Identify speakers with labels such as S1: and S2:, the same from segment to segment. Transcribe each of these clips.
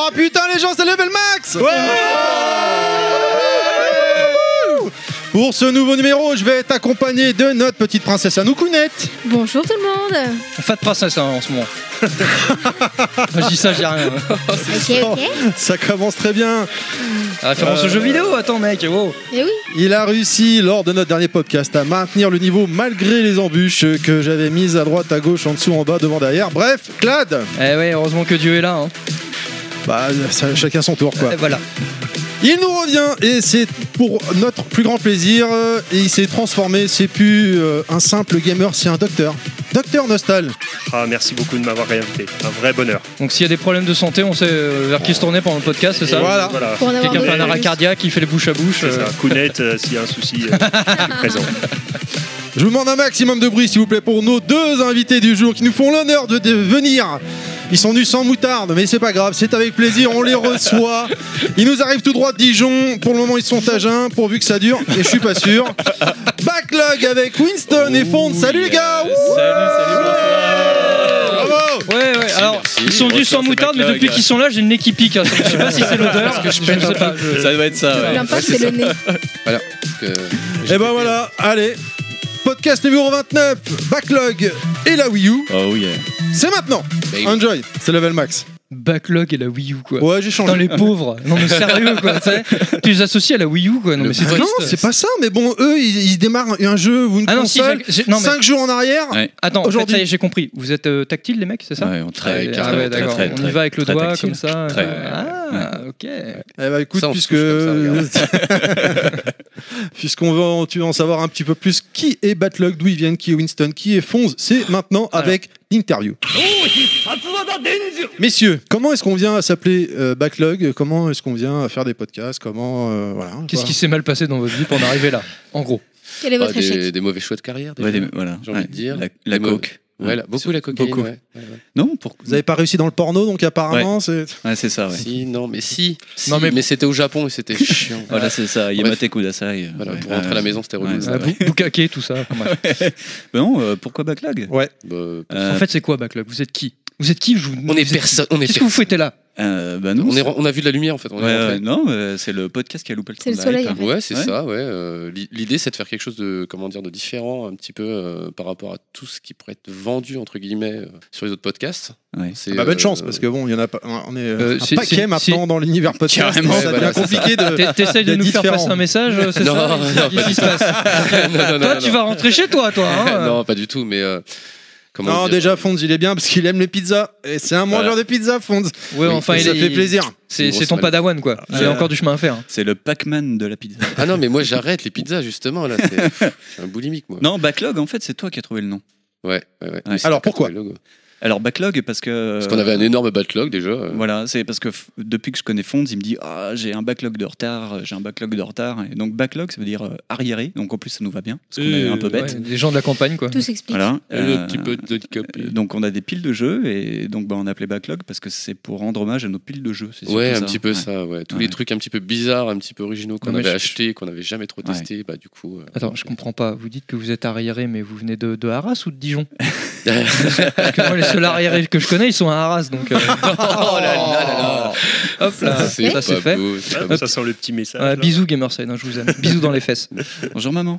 S1: Oh putain les gens, c'est Level Max. Pour ce nouveau numéro, je vais être accompagné de notre petite princesse Anoukounette.
S2: Bonjour tout le monde.
S3: Fat princesse en ce moment. Je dis ça, j'ai rien.
S2: Ok.
S1: Ça commence très bien.
S3: Référence au jeu vidéo, attends mec, wow.
S2: Et oui.
S1: Il a réussi lors de notre dernier podcast à maintenir le niveau malgré les embûches que j'avais mises à droite, à gauche, en dessous, en bas, devant, derrière. Bref, Clad.
S3: Eh ouais, heureusement que Dieu est là. Hein.
S1: Bah, chacun son tour quoi.
S3: Voilà.
S1: Il nous revient et c'est pour notre plus grand plaisir. Et il s'est transformé, c'est plus un simple gamer, c'est un docteur. Docteur Nostal.
S4: Ah, merci beaucoup de m'avoir réinvité. Un vrai bonheur.
S3: Donc s'il y a des problèmes de santé, on sait vers qui se tourner pendant le podcast, c'est ça?
S1: Voilà.
S2: Pour en avoir
S3: Quelqu'un fait un
S2: besoin.
S3: arrêt cardiaque, il fait les bouche à bouche.
S4: C'est ça. Kounette, s'il y a un souci, je suis présent.
S1: Je vous demande un maximum de bruit s'il vous plaît pour nos deux invités du jour qui nous font l'honneur de venir. Ils sont venus sans moutarde, mais c'est pas grave, c'est avec plaisir, on les reçoit. Ils nous arrivent tout droit de Dijon, pour le moment ils sont à jeun, pourvu que ça dure, et je suis pas sûr. Backlog avec Winston et Fond, salut les gars.
S5: Salut,
S1: Bravo.
S3: Ouais, alors
S5: merci.
S3: ils sont venus sans
S5: Bonsoir,
S3: moutarde, mais
S5: Backlog.
S3: depuis qu'ils sont là, j'ai le nez qui pique. Hein. Je sais pas si c'est l'odeur, je sais pas.
S5: Ça doit être ça,
S2: Je
S5: ouais.
S2: plains pas, c'est le nez.
S5: Voilà.
S1: Et ben voilà, allez, podcast numéro 29, Backlog et la Wii U,
S5: Oh yeah.
S1: c'est maintenant. Enjoy, c'est Level Max.
S3: Backlog et la Wii U quoi.
S1: Ouais, j'ai changé.
S3: Putain les pauvres. Non mais sérieux quoi, tu sais. Tu les associes à la Wii U quoi. Non mais c'est
S1: Non,
S3: triste.
S1: c'est pas ça, mais bon, eux, ils démarrent un jeu ou une
S3: Ah non, si,
S1: console,
S3: non, mais
S1: 5 jours en arrière.
S5: Ouais.
S3: attends, en fait,
S1: aujourd'hui.
S3: ça y est, j'ai compris. Vous êtes tactile les mecs, c'est ça?
S5: Ouais, on travaille
S3: Ah
S5: carrément,
S3: ouais, d'accord.
S5: très,
S3: On
S5: très,
S3: y va avec le
S5: très
S3: doigt
S5: tactile.
S3: comme ça.
S5: Très.
S3: Ah, ok.
S1: Eh bah écoute,
S5: Ça, on
S1: puisque
S5: se touche
S1: puisqu'on va tu vas en savoir un petit peu plus qui est Backlog, d'où ils viennent, qui est Winston, qui est Fonz, c'est maintenant avec l'interview. Messieurs, comment est-ce qu'on vient à s'appeler Backlog? Comment est-ce qu'on vient à faire des podcasts? Comment voilà.
S3: Qu'est-ce qui s'est mal passé dans votre vie pour en arriver là, en gros?
S2: Quel est votre échec?
S6: Des mauvais choix de carrière, déjà,
S5: Voilà.
S6: j'ai envie de dire.
S5: La
S6: Des
S5: coke.
S6: Ouais, beaucoup la cocaïne.
S5: Beaucoup.
S6: Ouais.
S5: Non, pour.
S1: Vous avez pas réussi dans le porno, donc apparemment c'est.
S5: Ouais, c'est ça, ouais.
S6: Si, non, mais si.
S3: Non, mais-
S6: mais c'était au Japon et c'était chiant.
S5: Voilà, c'est ça. Yamate Kudasai.
S6: Voilà,
S5: Ouais.
S6: pour rentrer à la maison, c'était relou.
S5: Ouais, c'est
S3: Ah,
S5: vrai.
S3: Bukake, tout ça. Enfin, bref.
S5: Mais non, pourquoi Backlog
S1: Ouais.
S3: En fait, c'est quoi Backlog? Vous êtes qui? Vous êtes qui?
S6: On est personne.
S3: Qu'est-ce que vous faites là?
S5: Bah non.
S6: On a vu de la lumière en fait. On est rentré.
S5: Non, c'est le podcast qui a loupé le
S2: C'est le
S5: train de la
S2: soleil,
S5: hype.
S2: en
S6: Ouais, c'est
S5: Ouais.
S6: ça. Ouais. L'idée, c'est de faire quelque chose de, de différent un petit peu par rapport à tout ce qui pourrait être vendu entre guillemets sur les autres podcasts.
S5: Ouais.
S6: C'est,
S1: Bonne chance parce que bon, il y en a pas. On est un
S3: c'est-
S1: paquet
S3: c'est-
S1: maintenant dans l'univers podcast.
S5: Carrément,
S1: ça devient
S6: voilà, c'est
S1: compliqué de.
S3: T'essayes de
S1: d'être
S3: nous faire
S1: différent.
S3: passer un message, c'est
S6: Non,
S3: ça?
S6: non,
S3: Qu'est-ce qui se passe?
S6: non,
S3: Toi, tu vas rentrer chez toi, hein?
S6: non, pas du tout. Mais comment
S1: Non,
S6: dire,
S1: déjà Fonz, il est bien parce qu'il aime les pizzas et c'est un mangeur de pizza, Fonz.
S3: Ouais, enfin,
S1: Et ça fait plaisir.
S3: C'est
S6: grosse
S3: ton
S6: balle.
S3: padawan, quoi. J'ai encore du chemin à faire.
S5: C'est le Pac-Man de la pizza.
S6: Ah non, mais moi j'arrête les pizzas justement là. Je suis un boulimique moi.
S5: Non, Backlog, en fait, c'est toi qui as trouvé le nom.
S6: Ouais. Mais c'est
S1: Alors,
S6: pas
S1: pourquoi
S6: le logo.
S5: Alors, Backlog, parce que.
S6: Parce qu'on avait un énorme backlog déjà.
S5: Voilà, c'est parce que depuis que je connais Fonds, il me dit ah j'ai un backlog de retard, j'ai un backlog de retard. Et donc backlog, ça veut dire arriéré. Donc en plus ça nous va bien parce qu'on est un peu bête.
S3: Ouais, des gens de la campagne, quoi.
S2: Tout s'explique.
S5: Voilà.
S6: Un petit peu de handicapé.
S5: Donc on a des piles de jeux et donc on a appelé backlog parce que c'est pour rendre hommage à nos piles de jeux. C'est surtout
S6: Ouais, un
S5: ça.
S6: petit peu
S5: Ouais.
S6: ça. Ouais. Tous
S5: Ouais.
S6: les trucs un petit peu bizarres, un petit peu originaux qu'on
S3: Non, mais
S6: avait
S3: je-
S6: achetés, qu'on n'avait jamais trop
S5: Ouais.
S6: testés. Bah du coup.
S3: Attends, je comprends pas. Vous dites que vous êtes arriéré, mais vous venez de Arras ou de Dijon? Parce que moi, les seuls arriérés que je connais, ils sont à Arras, donc.
S6: Oh là là là là.
S3: Hop là, ça c'est
S6: pas
S3: fait.
S6: beau, c'est pas
S4: Ah,
S6: beau.
S4: ça sent le petit message.
S3: Ouais,
S4: là.
S3: bisous Gamerside, hein, je vous aime. Bisous dans les fesses.
S5: Bonjour maman.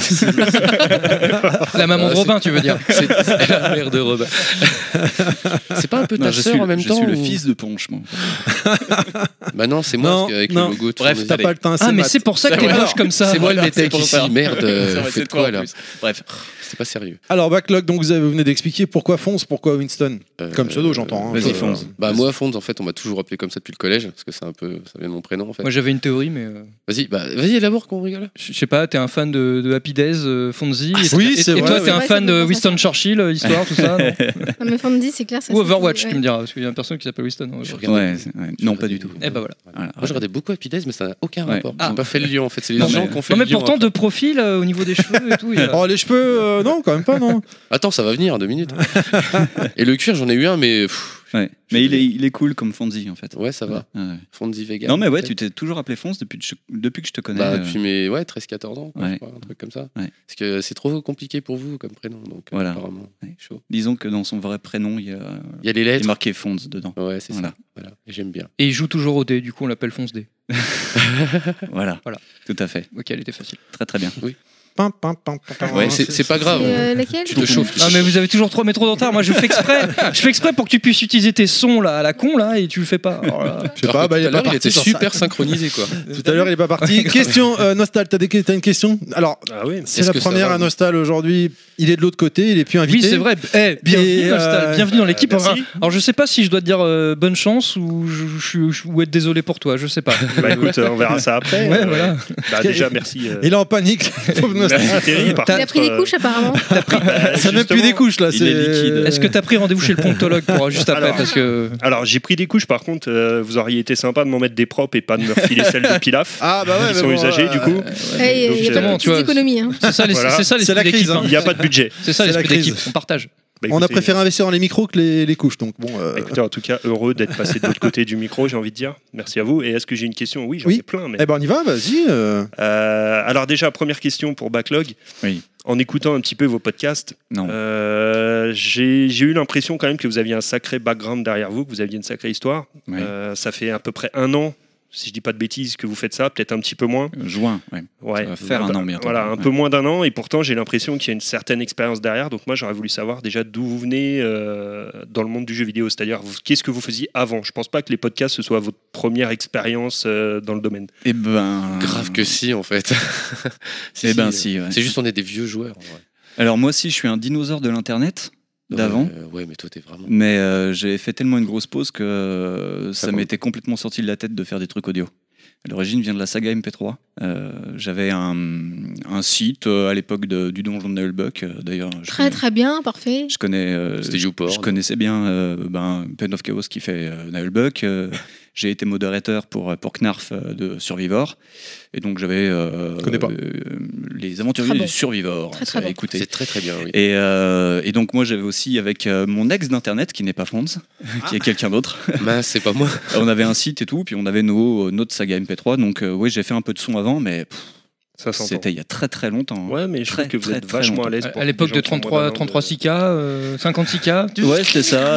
S3: La maman de Robin, tu veux dire?
S6: C'est la mère de Robin. C'est pas un peu
S5: Non,
S6: ta
S5: je
S6: sœur
S5: suis,
S6: en même
S5: je
S6: temps
S5: suis le
S6: ou-
S5: fils de Ponche, moi.
S6: Bah non, c'est moi
S1: Non,
S6: parce qu'avec
S1: non.
S6: le logo. tout
S1: Bref,
S6: le monde
S1: t'as
S6: allait-
S1: pas le temps.
S3: Ah, mais
S1: mat.
S3: c'est pour ça que t'es moche comme ça.
S6: C'est moi le
S5: Voilà,
S6: métèque
S5: c'est pour
S6: ici.
S5: ça.
S6: Merde,
S5: C'est vrai,
S6: faites
S5: toi,
S6: quoi
S5: en
S6: là?
S5: plus. Bref.
S6: C'est pas sérieux.
S1: Alors Backlog, donc vous venez d'expliquer pourquoi Fonz, pourquoi Winston. Comme pseudo, j'entends. hein.
S5: Vas-y, Fonz.
S6: Bah moi, Fonz, en fait, on m'a toujours appelé comme ça depuis le collège parce que c'est un peu, ça vient de mon prénom en fait.
S3: Moi, j'avais une théorie, mais.
S6: Vas-y, élabore qu'on rigole.
S3: Je sais pas, t'es un fan de Happy Days, Fonzie.
S1: oui,
S3: et
S1: c'est
S3: et
S1: vrai,
S3: toi,
S1: oui.
S3: t'es un
S2: Ouais,
S3: fan
S2: ça
S3: de
S2: me fait
S3: Winston
S2: penser.
S3: Churchill, histoire, tout ça. Non,
S2: Non, mais Fondy, c'est clair. Ça,
S3: ou
S2: c'est-
S3: Overwatch,
S2: ouais.
S3: tu me diras, parce qu'il y a une personne qui s'appelle Winston. hein,
S6: Je
S3: Overwatch.
S6: regardais-
S5: Ouais, non, pas du tout.
S3: Eh ben voilà.
S5: Voilà.
S6: Moi, je regardais beaucoup Happy Days, mais ça n'a aucun
S5: Ouais.
S6: rapport.
S3: Ah.
S6: J'ai pas fait le lien en fait. C'est les
S5: Non,
S6: gens
S5: mais-
S6: qui ont fait
S3: Non, mais
S6: le lien.
S3: pourtant,
S6: après.
S3: de profil, au niveau des cheveux et tout.
S1: Oh, les cheveux, non, quand même pas, non.
S6: Attends, ça va venir, 2 minutes. Et le cuir, j'en ai eu un, mais
S5: Ouais. Mais il est cool comme Fonzie en fait.
S6: Ouais, ça va.
S5: Ouais.
S6: Fonzie Vega.
S5: Non mais ouais,
S6: peut-être.
S5: tu t'es toujours appelé Fonz depuis que je te connais.
S6: Bah, depuis mes 13-14 ans, quoi,
S5: Ouais.
S6: je crois, un truc comme ça.
S5: Ouais.
S6: Parce que c'est trop compliqué pour vous comme prénom, donc
S5: Voilà.
S6: apparemment,
S5: Ouais.
S6: chaud.
S5: Disons que dans son vrai prénom, il y a
S6: Il y a les
S5: il est
S6: lettres.
S5: marqué Fonz dedans.
S6: Ouais, c'est
S5: Voilà.
S6: ça. Voilà. Et j'aime bien.
S3: Et il joue toujours au dé, du coup on l'appelle Fonce D.
S5: Voilà.
S3: Voilà.
S5: Tout à fait.
S3: Ok, elle était facile.
S5: Très très bien.
S1: Pam, pam, pam, pam.
S6: Ouais, c'est pas grave.
S2: Laquelle
S6: Tu te chauffes.
S3: Ah mais vous avez toujours 3 métros de retard. Moi je fais exprès pour que tu puisses utiliser tes sons là à la con là et tu le fais pas. Alors là,
S1: Je sais pas, bah, il est pas
S6: il
S1: parti
S6: était
S1: sur ça.
S6: super synchronisé, quoi.
S1: Tout à l'heure, il est pas parti. Question, Nostal, t'as une question? Alors,
S4: Ah oui.
S1: c'est
S6: Est-ce
S1: la
S6: que ça
S1: première
S6: va,
S1: à Nostal aujourd'hui. Il est de l'autre côté, il est plus invité.
S3: oui c'est vrai. Bienvenue,
S1: Et,
S3: Nostal. Bienvenue dans l'équipe.
S4: merci.
S3: Alors je sais pas si je dois te dire bonne chance ou ou être désolé pour toi. Je sais pas.
S4: Bah écoute, on verra ça après.
S3: Ouais, voilà.
S4: Bah, déjà, merci.
S1: Il est en panique. Pauvre Nostal.
S4: Merci Terry. Par
S2: Il a
S4: contre,
S2: pris des couches apparemment.
S1: Ça n'a même plus des couches là.
S5: Il est liquide.
S3: Est-ce que t'as pris rendez-vous chez le promptologue pour juste après
S4: Alors.
S3: parce que
S4: Alors, j'ai pris des couches, par contre, vous auriez été sympa de m'en mettre des propres et pas de me refiler celles de Pilaf.
S1: Ah bah ouais,
S4: qui
S1: mais
S4: sont
S1: bon,
S4: usagées, du coup.
S2: Il y a
S3: justement,
S2: pas
S3: tu
S2: de
S3: vois,
S2: petite économie. Hein.
S3: c'est ça
S4: Voilà.
S3: c'est ça
S1: C'est la
S3: l'esprit
S1: crise,
S3: d'équipe.
S1: hein.
S4: Il n'y a pas de budget.
S3: C'est ça
S1: C'est la
S3: l'esprit d'équipe.
S1: crise.
S3: On partage.
S4: Bah,
S1: On a
S4: écoutez,
S1: préféré investir dans les micros que les couches, donc bon.
S4: Écoutez, en tout cas, heureux d'être passé de l'autre côté du micro, j'ai envie de dire. Merci à vous. Et est-ce que j'ai une question? Oui, j'en
S1: Oui.
S4: ai plein. Mais...
S1: Eh ben on y va, vas-y.
S4: Alors déjà, première question pour Backlog.
S5: Oui.
S4: En écoutant un petit peu vos podcasts,
S5: Non.
S4: j'ai eu l'impression quand même que vous aviez un sacré background derrière vous, que vous aviez une sacrée histoire.
S5: Ouais.
S4: Ça fait à peu près 1 an, si je dis pas de bêtises, que vous faites ça, peut-être un petit peu moins.
S5: Juin, ouais.
S4: Ouais.
S5: Ça va faire un an bientôt.
S4: Voilà, un
S5: Ouais.
S4: peu moins d'1 an, et pourtant j'ai l'impression qu'il y a une certaine expérience derrière. Donc moi j'aurais voulu savoir déjà d'où vous venez dans le monde du jeu vidéo, c'est-à-dire qu'est-ce que vous faisiez avant. Je pense pas que les podcasts ce soit votre première expérience dans le domaine.
S5: Eh ben.
S6: Grave que si, en fait.
S5: Eh ben si, ouais.
S6: C'est juste on est des vieux joueurs, en vrai.
S5: Alors moi aussi, je suis un dinosaure de l'internet d'avant.
S6: Ouais, mais toi, t'es vraiment.
S5: Mais j'ai fait tellement une grosse pause que ça
S6: compte.
S5: m'était complètement sorti de la tête de faire des trucs audio. L'origine vient de la saga MP3. J'avais un site à l'époque du donjon de Nullbuck. D'ailleurs,
S2: Très très bien, parfait.
S5: je connais.
S6: C'était YouPorn.
S5: Je connaissais bien Pen of Chaos qui fait Nullbuck. J'ai été modérateur pour Knarf de Survivor. Et donc j'avais
S1: connais pas.
S5: les aventuriers
S2: Très bon.
S5: du Survivor.
S2: Très,
S5: Ça
S2: très
S5: a
S2: bon.
S5: écouté.
S6: C'est très très bien, oui.
S5: Et donc moi j'avais aussi avec mon ex d'internet qui n'est pas Fonz, qui est quelqu'un d'autre.
S6: Mince, c'est pas moi.
S5: On avait un site et tout, puis on avait notre saga MP3. Donc oui, j'ai fait un peu de son avant, mais
S4: Ça s'entend.
S5: c'était il y a très très longtemps.
S4: Ouais, mais je
S5: Très,
S4: trouve que vous
S5: très,
S4: êtes
S5: très
S4: vachement
S5: longtemps.
S4: à l'aise. pour
S3: À l'époque
S4: des
S3: de
S4: gens qui ont moins
S3: 33
S4: d'un an
S3: 6K, 56K.
S5: Ouais, c'était ça.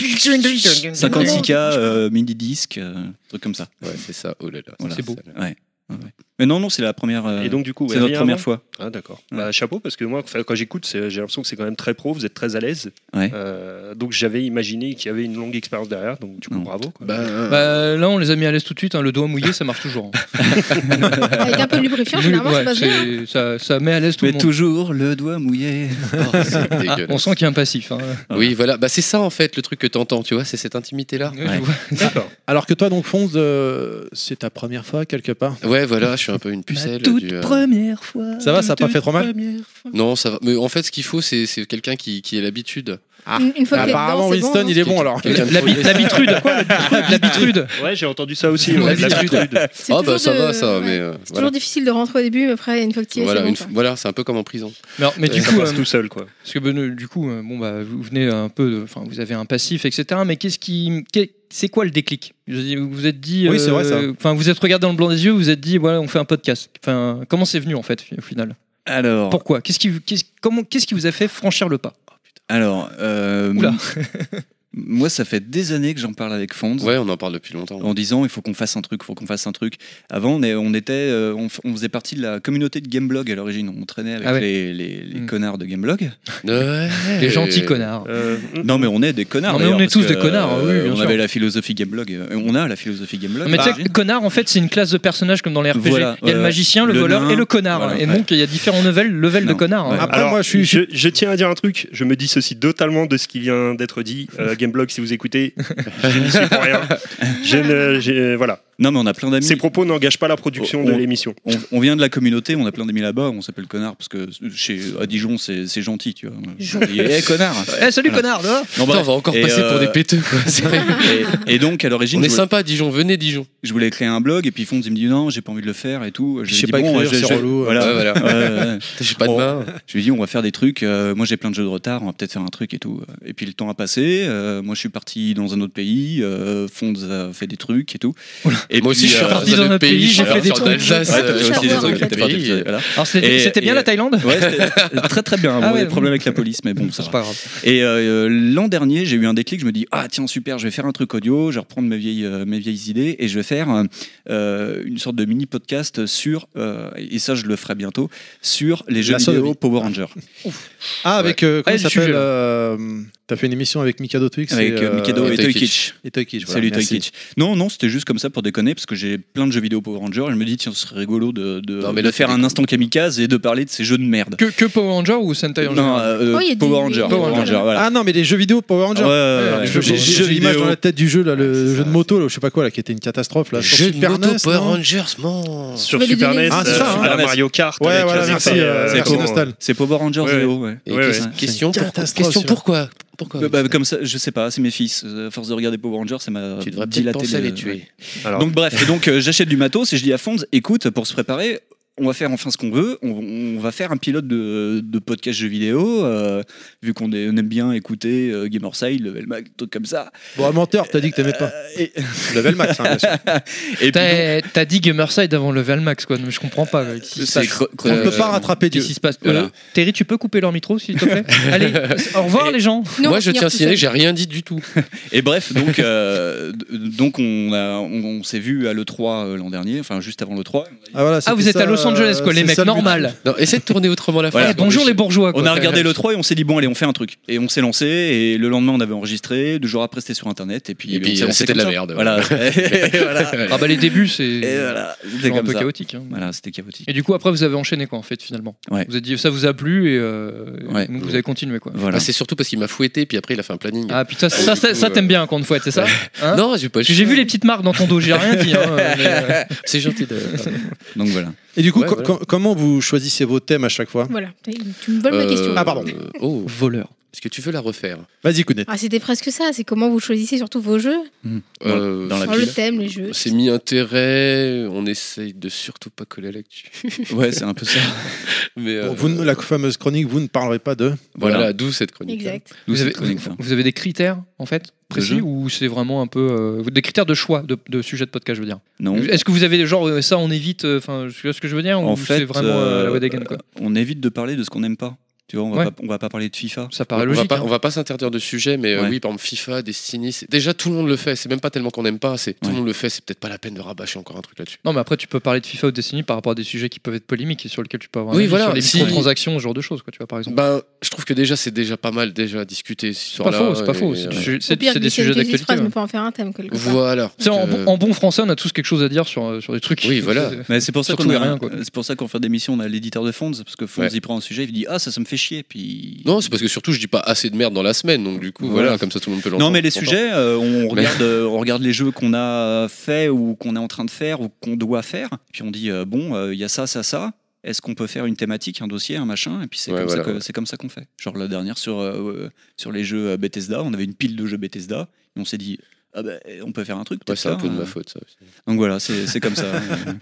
S5: 56K, mini disque, truc comme ça.
S6: Ouais, c'est ça. Oh là là.
S5: Voilà.
S3: C'est beau.
S5: Ouais. Mais non, c'est la première.
S4: Et donc du coup,
S5: c'est
S4: ouais,
S5: notre
S4: rien
S5: première
S4: avant
S5: fois.
S4: Ah d'accord.
S5: Ouais.
S4: Bah, chapeau, parce que moi, quand j'écoute, j'ai l'impression que c'est quand même très pro, vous êtes très à l'aise.
S5: Ouais.
S4: Donc j'avais imaginé qu'il y avait une longue expérience derrière, donc du coup,
S5: Non.
S4: bravo. Quoi.
S3: Bah, là, on les a mis à l'aise tout de suite. Hein. Le doigt mouillé, ça marche toujours. Hein.
S2: Avec un peu de lubrifiant, généralement ça
S3: Ouais,
S2: passe bien.
S3: ça met à l'aise tout
S5: Mais
S3: le monde.
S5: toujours le doigt mouillé.
S6: Oh, c'est dégueulasse.
S3: On sent qu'il y a un passif. Hein.
S6: Oui, voilà. Bah, c'est ça, en fait, le truc que t'entends, tu vois, c'est cette intimité-là.
S3: Ouais, je vois.
S4: D'accord.
S1: Alors que toi, donc, Fonz, c'est ta première fois quelque part.
S6: Ouais, voilà, je suis un peu une pucelle.
S3: première fois.
S1: Ça va, ça a pas fait trop mal?
S6: Non, ça va. Mais en fait, ce qu'il faut, c'est quelqu'un qui ait l'habitude.
S2: Une fois que t'es
S1: Apparemment,
S2: dedans, c'est
S1: Winston,
S2: bon,
S1: il est bon alors.
S6: Quelqu'un de
S3: L'habitude. L'habitude.
S4: Ouais, j'ai entendu ça aussi. Ouais,
S6: L'habitude.
S4: l'habitude.
S2: C'est
S6: Ah,
S2: toujours
S6: bah, ça
S2: de-
S6: va, ça,
S2: ouais.
S6: mais.
S2: C'est
S6: Voilà.
S2: toujours difficile de rentrer au début, mais après, une fois que tu y es,
S6: Voilà,
S2: c'est bon, quoi.
S6: voilà, c'est un peu comme en prison.
S3: Mais du
S4: Ça
S3: coup,
S4: passe tout seul, quoi.
S3: parce que du coup, bon bah, vous venez un peu, enfin, vous avez un passif, etc. Mais c'est quoi le déclic? Vous vous êtes dit,
S1: Oui, c'est vrai, ça.
S3: Enfin, vous êtes regardé dans le blanc des yeux, vous vous êtes dit, voilà, on fait un podcast. Enfin, comment c'est venu en fait, au final?
S5: Alors,
S3: Pourquoi? Qu'est-ce qui vous a fait franchir le pas?
S5: alors
S3: Oula.
S5: moi, ça fait des années que j'en parle avec Fonz.
S6: Ouais, on en parle depuis longtemps.
S5: En disant il faut qu'on fasse un truc, il faut qu'on fasse un truc. Avant, on faisait partie de la communauté de Gameblog à l'origine. On traînait avec
S3: Ah ouais.
S5: les
S3: Mm.
S5: connards de Gameblog.
S6: Ouais.
S3: Les gentils connards.
S5: Non, mais on est des connards.
S3: Non, mais on
S5: d'ailleurs,
S3: est
S5: parce
S3: tous
S5: que,
S3: des connards, oui, bien
S5: on
S3: sûr.
S5: avait la philosophie Gameblog. On a la philosophie Gameblog.
S3: Non, mais tu sais,
S5: à l'origine.
S3: connard, en fait, c'est une classe de personnages comme dans les RPG.
S5: Voilà,
S3: il y a le
S5: ouais.
S3: magicien, le
S5: Le
S3: voleur
S5: nain,
S3: et le connard.
S5: voilà,
S3: Et
S5: ouais.
S3: donc, il y a différents levels de
S5: Non.
S3: connards.
S5: Ouais.
S3: hein.
S1: Après,
S4: Alors,
S1: moi,
S4: je tiens à dire un truc. Je me dissocie totalement de ce qui vient d'être dit. Gameblog, si vous écoutez, je n'y suis pour rien. Voilà.
S5: Non, mais on a plein d'amis.
S4: Ces propos n'engagent pas la production de
S5: On-
S4: l'émission.
S5: On vient de la communauté, on a plein d'amis là-bas, on s'appelle connard parce que à Dijon c'est gentil, tu vois. On dit connard.
S3: Eh, salut
S5: Voilà.
S3: connard, là.
S5: Non,
S6: Putain,
S5: bref.
S6: on va encore
S5: Et,
S6: passer pour des péteux. Quoi. C'est vrai.
S5: et donc à l'origine,
S6: On est
S5: je voulais-
S6: sympa à Dijon, venez Dijon.
S5: je voulais créer un blog et puis Fonds il me dit non, j'ai pas envie de le faire et tout.
S1: Je sais pas écrire, c'est relou.
S5: Voilà.
S6: Ouais, voilà.
S5: Ouais.
S6: J'ai pas de
S5: Bon.
S6: main.
S5: Je lui ai dit on va faire des trucs. Moi j'ai plein de jeux de retard, on va peut-être faire un truc et tout. Et puis le temps a passé. Moi je suis parti dans un autre pays. Fonds a fait des trucs et tout. Et
S6: Moi aussi,
S5: puis,
S6: je suis
S3: parti dans un pays, j'ai fait des
S6: sur
S3: trucs.
S6: l'Alsace,
S5: Ouais, t'as fait
S6: je
S5: aussi
S6: suis
S5: des
S6: parti
S5: trucs.
S6: dans
S5: T'as
S6: un
S5: fait des
S6: pays.
S5: trucs, voilà.
S3: Alors c'était bien
S5: Et-
S3: la Thaïlande?
S5: Ouais, c'était très très bien.
S3: Ah
S5: Bon,
S3: ouais,
S5: des problèmes avec la police, mais bon, ça
S3: C'est
S5: va.
S3: pas grave.
S5: Et l'an dernier, j'ai eu un déclic. Je me dis, ah tiens, super, je vais faire un truc audio, je vais reprendre mes vieilles idées et je vais faire une sorte de mini podcast sur, et ça je le ferai bientôt, sur les jeux
S1: La
S5: vidéo
S1: sodomie.
S5: Power Rangers.
S1: Ah, avec. Comment
S3: Ouais,
S1: ça
S3: le sujet,
S1: s'appelle T'as fait une émission avec Mikado Twix
S5: Avec Mikado
S6: et
S5: et
S6: Toy
S5: Toy
S6: Kitsch.
S5: Kitsch.
S1: et Toy Kitsch. voilà,
S5: Salut Toy
S1: merci.
S5: Kitsch. Non, c'était juste comme ça pour déconner parce que j'ai plein de jeux vidéo Power Rangers et je me dis, tiens, ce serait rigolo
S6: Non, mais
S5: de
S6: là,
S5: faire
S6: tu
S5: un
S6: déconnes.
S5: instant kamikaze et de parler de ces jeux de merde.
S3: Que Power Ranger ou Sentai en
S5: Non,
S3: général?
S2: Oh, il y a des-
S5: Power Rangers.
S2: des-
S5: Power Rangers, voilà.
S1: Ah non, mais les jeux vidéo Power Rangers.
S5: Ouais, ouais, ouais,
S1: J'ai
S5: jeux
S1: l'image
S5: vidéo.
S1: dans la tête du jeu, là, le
S6: c'est
S1: jeu
S6: ça.
S1: de moto, là, je sais pas quoi, là, qui était une catastrophe. Là, sur
S6: Jeu de
S1: Super
S6: moto
S1: NES,
S6: Power
S1: non
S6: Rangers, man.
S4: Sur
S2: vais lui
S4: Super
S2: donner-
S4: NES,
S1: Ah, c'est ça, hein.
S4: à la Mario Kart.
S1: Ouais,
S4: avec
S1: voilà,
S4: les
S1: merci,
S4: effets,
S1: merci
S5: comment-
S1: Nostal.
S5: C'est Power Rangers
S4: Ouais.
S5: Zero, ouais.
S6: Et
S4: Ouais,
S6: question-
S4: ouais.
S6: question,
S1: C'est une
S6: pourquoi,
S1: catastrophe,
S6: question
S1: celui-là.
S6: pourquoi
S5: Bah, comme ça, je sais pas, c'est mes fils. À force de regarder Power Rangers, ça m'a
S6: Tu devrais peut-être
S5: dilaté
S6: penser à
S5: le-
S6: les tuer.
S4: Alors,
S5: Donc bref, et donc j'achète du matos et je dis à Fonds, écoute, pour se préparer, on va faire enfin ce qu'on veut, on va faire un pilote de podcast jeux vidéo, vu qu'on aime bien écouter Gamerside, Level Max, trucs comme ça.
S1: Bon, menteur, t'as dit que t'aimais pas.
S5: Et,
S1: Level max, hein, bien sûr.
S5: et puis donc,
S3: T'as dit Gamerside avant Level Max, quoi. Mais je comprends pas. Qu'est-ce qui se
S5: c'est
S3: passe
S1: On ne peut pas rattraper Dieu.
S3: Qu'est-ce qui se passe?
S5: Voilà.
S3: Terry, tu peux couper leur micro, s'il te plaît? Allez, au revoir, les gens.
S2: Non,
S6: Moi, je
S2: finir
S6: tiens à
S2: tout
S6: signaler
S2: seul.
S6: que j'ai rien dit du tout.
S5: et bref, donc on s'est vu à l'E3 l'an dernier, enfin juste avant l'E3.
S1: Ah, voilà,
S3: Ah, vous
S1: c'était
S3: êtes à
S1: ça,
S3: Los Angeles, quoi, les
S1: c'est
S3: mecs,
S1: ça, le but.
S3: normal.
S6: Non, essaie de tourner autrement la
S5: Voilà.
S6: phrase.
S3: Eh, bonjour les bourgeois, quoi.
S5: On a regardé l'E3 et on s'est dit bon allez on fait un truc et on s'est lancé et le lendemain on avait enregistré, 2 jours après c'était sur internet et puis,
S6: Et puis,
S5: on s'est lancé
S6: c'était de
S5: comme
S6: la
S5: ça.
S6: merde.
S5: Voilà. Et voilà.
S3: Ah bah les débuts, c'est
S5: Et voilà, c'était
S3: toujours un
S5: comme
S3: peu
S5: ça.
S3: chaotique. hein.
S5: Voilà, c'était chaotique.
S3: Et du coup, après, vous avez enchaîné, quoi, en fait, finalement.
S5: Ouais.
S3: Vous avez dit, ça vous a plu et
S5: Ouais.
S3: donc vous avez continué, quoi.
S5: Voilà.
S6: Ah, c'est surtout parce qu'il m'a fouetté, puis après il a fait un planning.
S3: Ah putain,
S6: Du coup,
S3: ça t'aimes bien quand on te fouette, c'est ça? Hein
S6: non, j'ai pas.
S3: Parce que j'ai vu les petites marques dans ton dos, j'ai rien dit. Hein, mais,
S6: C'est gentil de.
S5: Donc voilà.
S1: Et du coup,
S6: Ouais, voilà.
S1: comment vous choisissez vos thèmes à chaque fois?
S2: Voilà, tu me voles ma question.
S1: Ah, pardon.
S6: Oh,
S3: voleur.
S6: est-ce que tu veux la refaire
S1: Vas-y, Kounet.
S2: Ah, c'était presque ça, c'est comment vous choisissez surtout vos jeux,
S5: Dans la
S2: Enfin, le
S5: pile.
S2: thème, les jeux.
S6: C'est mis intérêt, on essaye de surtout pas coller à l'actu.
S5: Ouais, c'est un peu ça.
S6: Mais
S1: Vous, la fameuse chronique, vous ne parlerez pas de.
S6: voilà, d'où cette chronique.
S2: Exact.
S5: Nous,
S3: Vous
S5: c'est
S3: avez,
S5: chronique, ça.
S3: vous avez des critères, en fait, précis,
S5: jeu
S3: ou c'est vraiment un peu. Des critères de choix de sujet de podcast, je veux dire.
S5: Non.
S3: Est-ce que vous avez, genre, ça on évite, enfin, tu vois ce que je veux dire,
S5: En
S3: ou
S5: fait,
S3: c'est vraiment la Wadagen, quoi?
S5: on évite de parler de ce qu'on n'aime pas. Tu vois,
S3: Ouais.
S5: on va pas parler de FIFA.
S3: Ça paraît
S6: On va
S3: logique.
S6: pas,
S3: hein.
S6: on va pas s'interdire de sujet, mais
S5: Ouais.
S6: oui, par exemple FIFA, Destiny, déjà tout le monde le fait. C'est même pas tellement qu'on n'aime pas, c'est tout le
S5: Ouais.
S6: monde le fait. C'est peut-être pas la peine de rabâcher encore un truc là-dessus.
S3: Non, mais après, tu peux parler de FIFA ou de Destiny par rapport à des sujets qui peuvent être polémiques et sur lesquels tu peux avoir un
S6: Oui,
S3: avis,
S6: voilà,
S3: sur les
S6: si-
S3: microtransactions, ce genre de choses, quoi, tu vois, par exemple.
S6: Ben, je trouve que déjà c'est déjà pas mal déjà discuté.
S3: C'est pas faux, c'est pas faux. C'est
S2: Au pire,
S3: des sujets d'actualité.
S2: phrase, mais
S3: ouais.
S2: pas en faire un thème quelque part.
S6: Voilà.
S3: Tu sais, en,
S6: Donc,
S3: en bon français, on a tous quelque chose à dire sur des trucs.
S6: Oui, voilà.
S5: Mais c'est pour ça
S3: Surtout
S5: qu'on
S3: et
S5: a
S3: rien, quoi.
S5: c'est pour ça qu'on fait des missions, on a l'éditeur de Fonds parce que Fonds
S6: Ouais.
S5: il prend un sujet, il dit ah ça me fait chier puis
S6: Non, c'est parce que surtout je dis pas assez de merde dans la semaine, donc du coup
S5: Voilà.
S6: voilà, comme ça tout le monde peut l'entendre.
S5: Non, mais les
S6: Content.
S5: sujets, on regarde les jeux qu'on a fait ou qu'on est en train de faire ou qu'on doit faire. Puis on dit bon, il y a ça, ça, ça. Est-ce qu'on peut faire une thématique, un dossier, un machin? Et puis c'est
S6: Ouais,
S5: comme,
S6: voilà,
S5: ça que-
S6: ouais.
S5: c'est comme ça qu'on fait. Genre la dernière sur les jeux Bethesda, on avait une pile de jeux Bethesda et on s'est dit ah ben on peut faire un truc.
S6: Ouais,
S5: peut-être
S6: c'est un
S5: ça,
S6: peu de ma faute ça aussi.
S5: Donc voilà, c'est comme ça.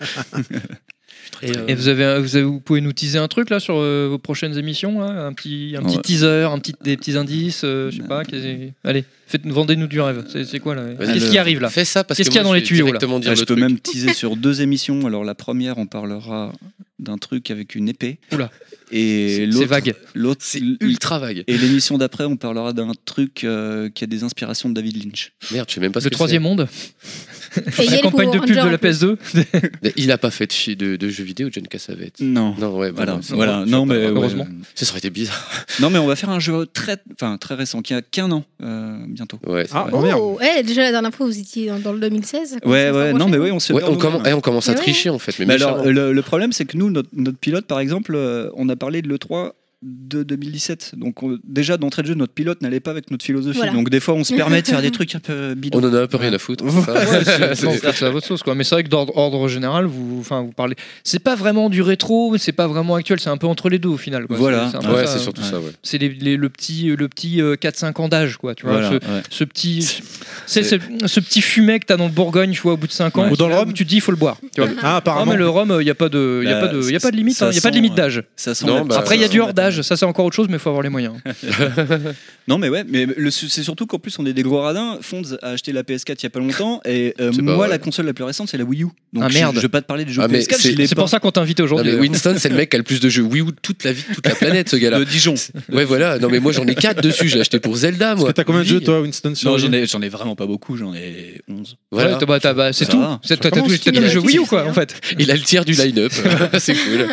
S3: Et vous pouvez nous teaser un truc là sur vos prochaines émissions, là, un petit
S5: Ouais.
S3: teaser, des petits indices, je sais pas. Allez, vendez-nous du rêve. C'est quoi là?
S6: Vas-y,
S3: Qu'est-ce qui arrive là?
S6: Fais ça parce
S3: Qu'est-ce
S6: que
S3: qu'il y a
S6: moi,
S3: dans
S6: je
S3: les
S6: vais
S3: tuyaux, là
S6: directement dire
S5: Ah, je
S6: le
S5: peux
S6: truc.
S5: même teaser sur 2 émissions. Alors la première, on parlera d'un truc avec une épée.
S3: Oula.
S5: Et
S3: C'est
S5: l'autre,
S3: vague.
S5: l'autre,
S6: C'est ultra vague.
S5: et l'émission d'après, on parlera d'un truc qui a des inspirations de David Lynch.
S6: Merde, je sais même pas ce
S3: Le
S6: que
S3: troisième monde.
S2: Et il y a
S3: La
S2: les
S3: campagne de
S2: Power
S3: pub de
S2: Rangers
S3: la
S2: en plus.
S3: PS2.
S6: c'est. Il a pas fait de jeux vidéo, John Cassavetes.
S5: Non.
S6: Non, ouais,
S5: Voilà,
S6: bon,
S5: voilà.
S6: je sais
S5: Non,
S6: pas.
S5: mais
S3: heureusement.
S6: Ça aurait été bizarre.
S5: Non, mais on va faire un jeu très récent, qui a qu'un an bientôt.
S6: Ouais, c'est
S1: Ah,
S6: vrai.
S1: oh, merde.
S2: Oh, déjà la dernière fois vous étiez dans le 2016. ça commence à
S5: Ouais,
S2: se
S5: ouais.
S2: rapprocher,
S5: Non, mais
S2: quoi.
S5: oui, on se
S6: Ouais,
S5: fait
S6: on commence à
S2: Ouais.
S6: tricher en fait. Mais
S5: Mais alors,
S6: méchamment.
S5: le problème, c'est que nous, notre pilote, par exemple, on a parlé de l'E3 de 2017. Donc déjà d'entrée de jeu, notre pilote n'allait pas avec notre philosophie.
S2: Voilà.
S5: Donc des fois, on se permet de faire des trucs un peu bidons.
S6: On en a un peu rien à foutre.
S3: Non, c'est à votre sauce, quoi. Mais c'est vrai que d'ordre général, vous parlez. C'est pas vraiment du rétro, mais c'est pas vraiment actuel. C'est un peu entre les deux au final, quoi.
S5: Voilà.
S3: C'est un peu
S6: Ouais,
S3: ça,
S6: c'est surtout ça, ouais.
S3: C'est le petit 4-5 ans d'âge, quoi. Tu vois,
S5: Voilà,
S3: ce petit, ce petit fumet que t'as dans le Bourgogne, tu vois, au bout de 5 ans,
S1: Ou dans le
S3: là
S1: rhum.
S3: où tu te dis, il faut le boire. Tu vois.
S1: Ah,
S3: Non,
S1: apparemment.
S3: mais le rhum, il y a pas de limite.
S5: ça
S3: Il y a pas de limite
S5: sent,
S3: d'âge.
S5: Ça sent
S6: Non,
S5: la-
S6: bah,
S3: Après, il y a
S5: ça
S3: du
S5: sent
S3: hors
S5: la-
S3: d'âge. Ça, c'est encore autre chose, mais il faut avoir les moyens.
S5: Non, mais ouais, mais c'est surtout qu'en plus, on est des gros radins. Fonds a acheté la PS4 il y a pas longtemps. Et
S6: C'est pas
S5: moi,
S6: vrai.
S5: la console la plus récente, c'est la Wii U. Donc
S3: Ah, merde.
S5: je vais pas te parler des jeux
S6: Ah, mais
S5: PS4.
S6: c'est-
S5: je l'ai
S3: C'est
S5: pas.
S3: pour ça qu'on t'a invité
S6: Non,
S3: aujourd'hui.
S6: mais Winston, c'est le mec qui a le plus de jeux Wii U de toute la vie, de toute la planète, ce gars-là.
S5: De Dijon.
S6: Ouais, voilà. Non, mais moi, j'en ai 4 dessus. J'ai acheté pour Zelda, moi.
S1: T'as combien de
S6: Lui,
S1: jeux, toi, Winston, sur
S5: Non,
S1: Wii?
S5: j'en ai vraiment pas beaucoup. J'en ai 11.
S6: Voilà.
S3: Ouais, c'est
S5: Ça
S3: tout.
S5: va.
S3: T'as
S1: Ça commence,
S3: tous les jeux Wii U, quoi, en fait.
S6: Il a le tiers du line-up. C'est cool.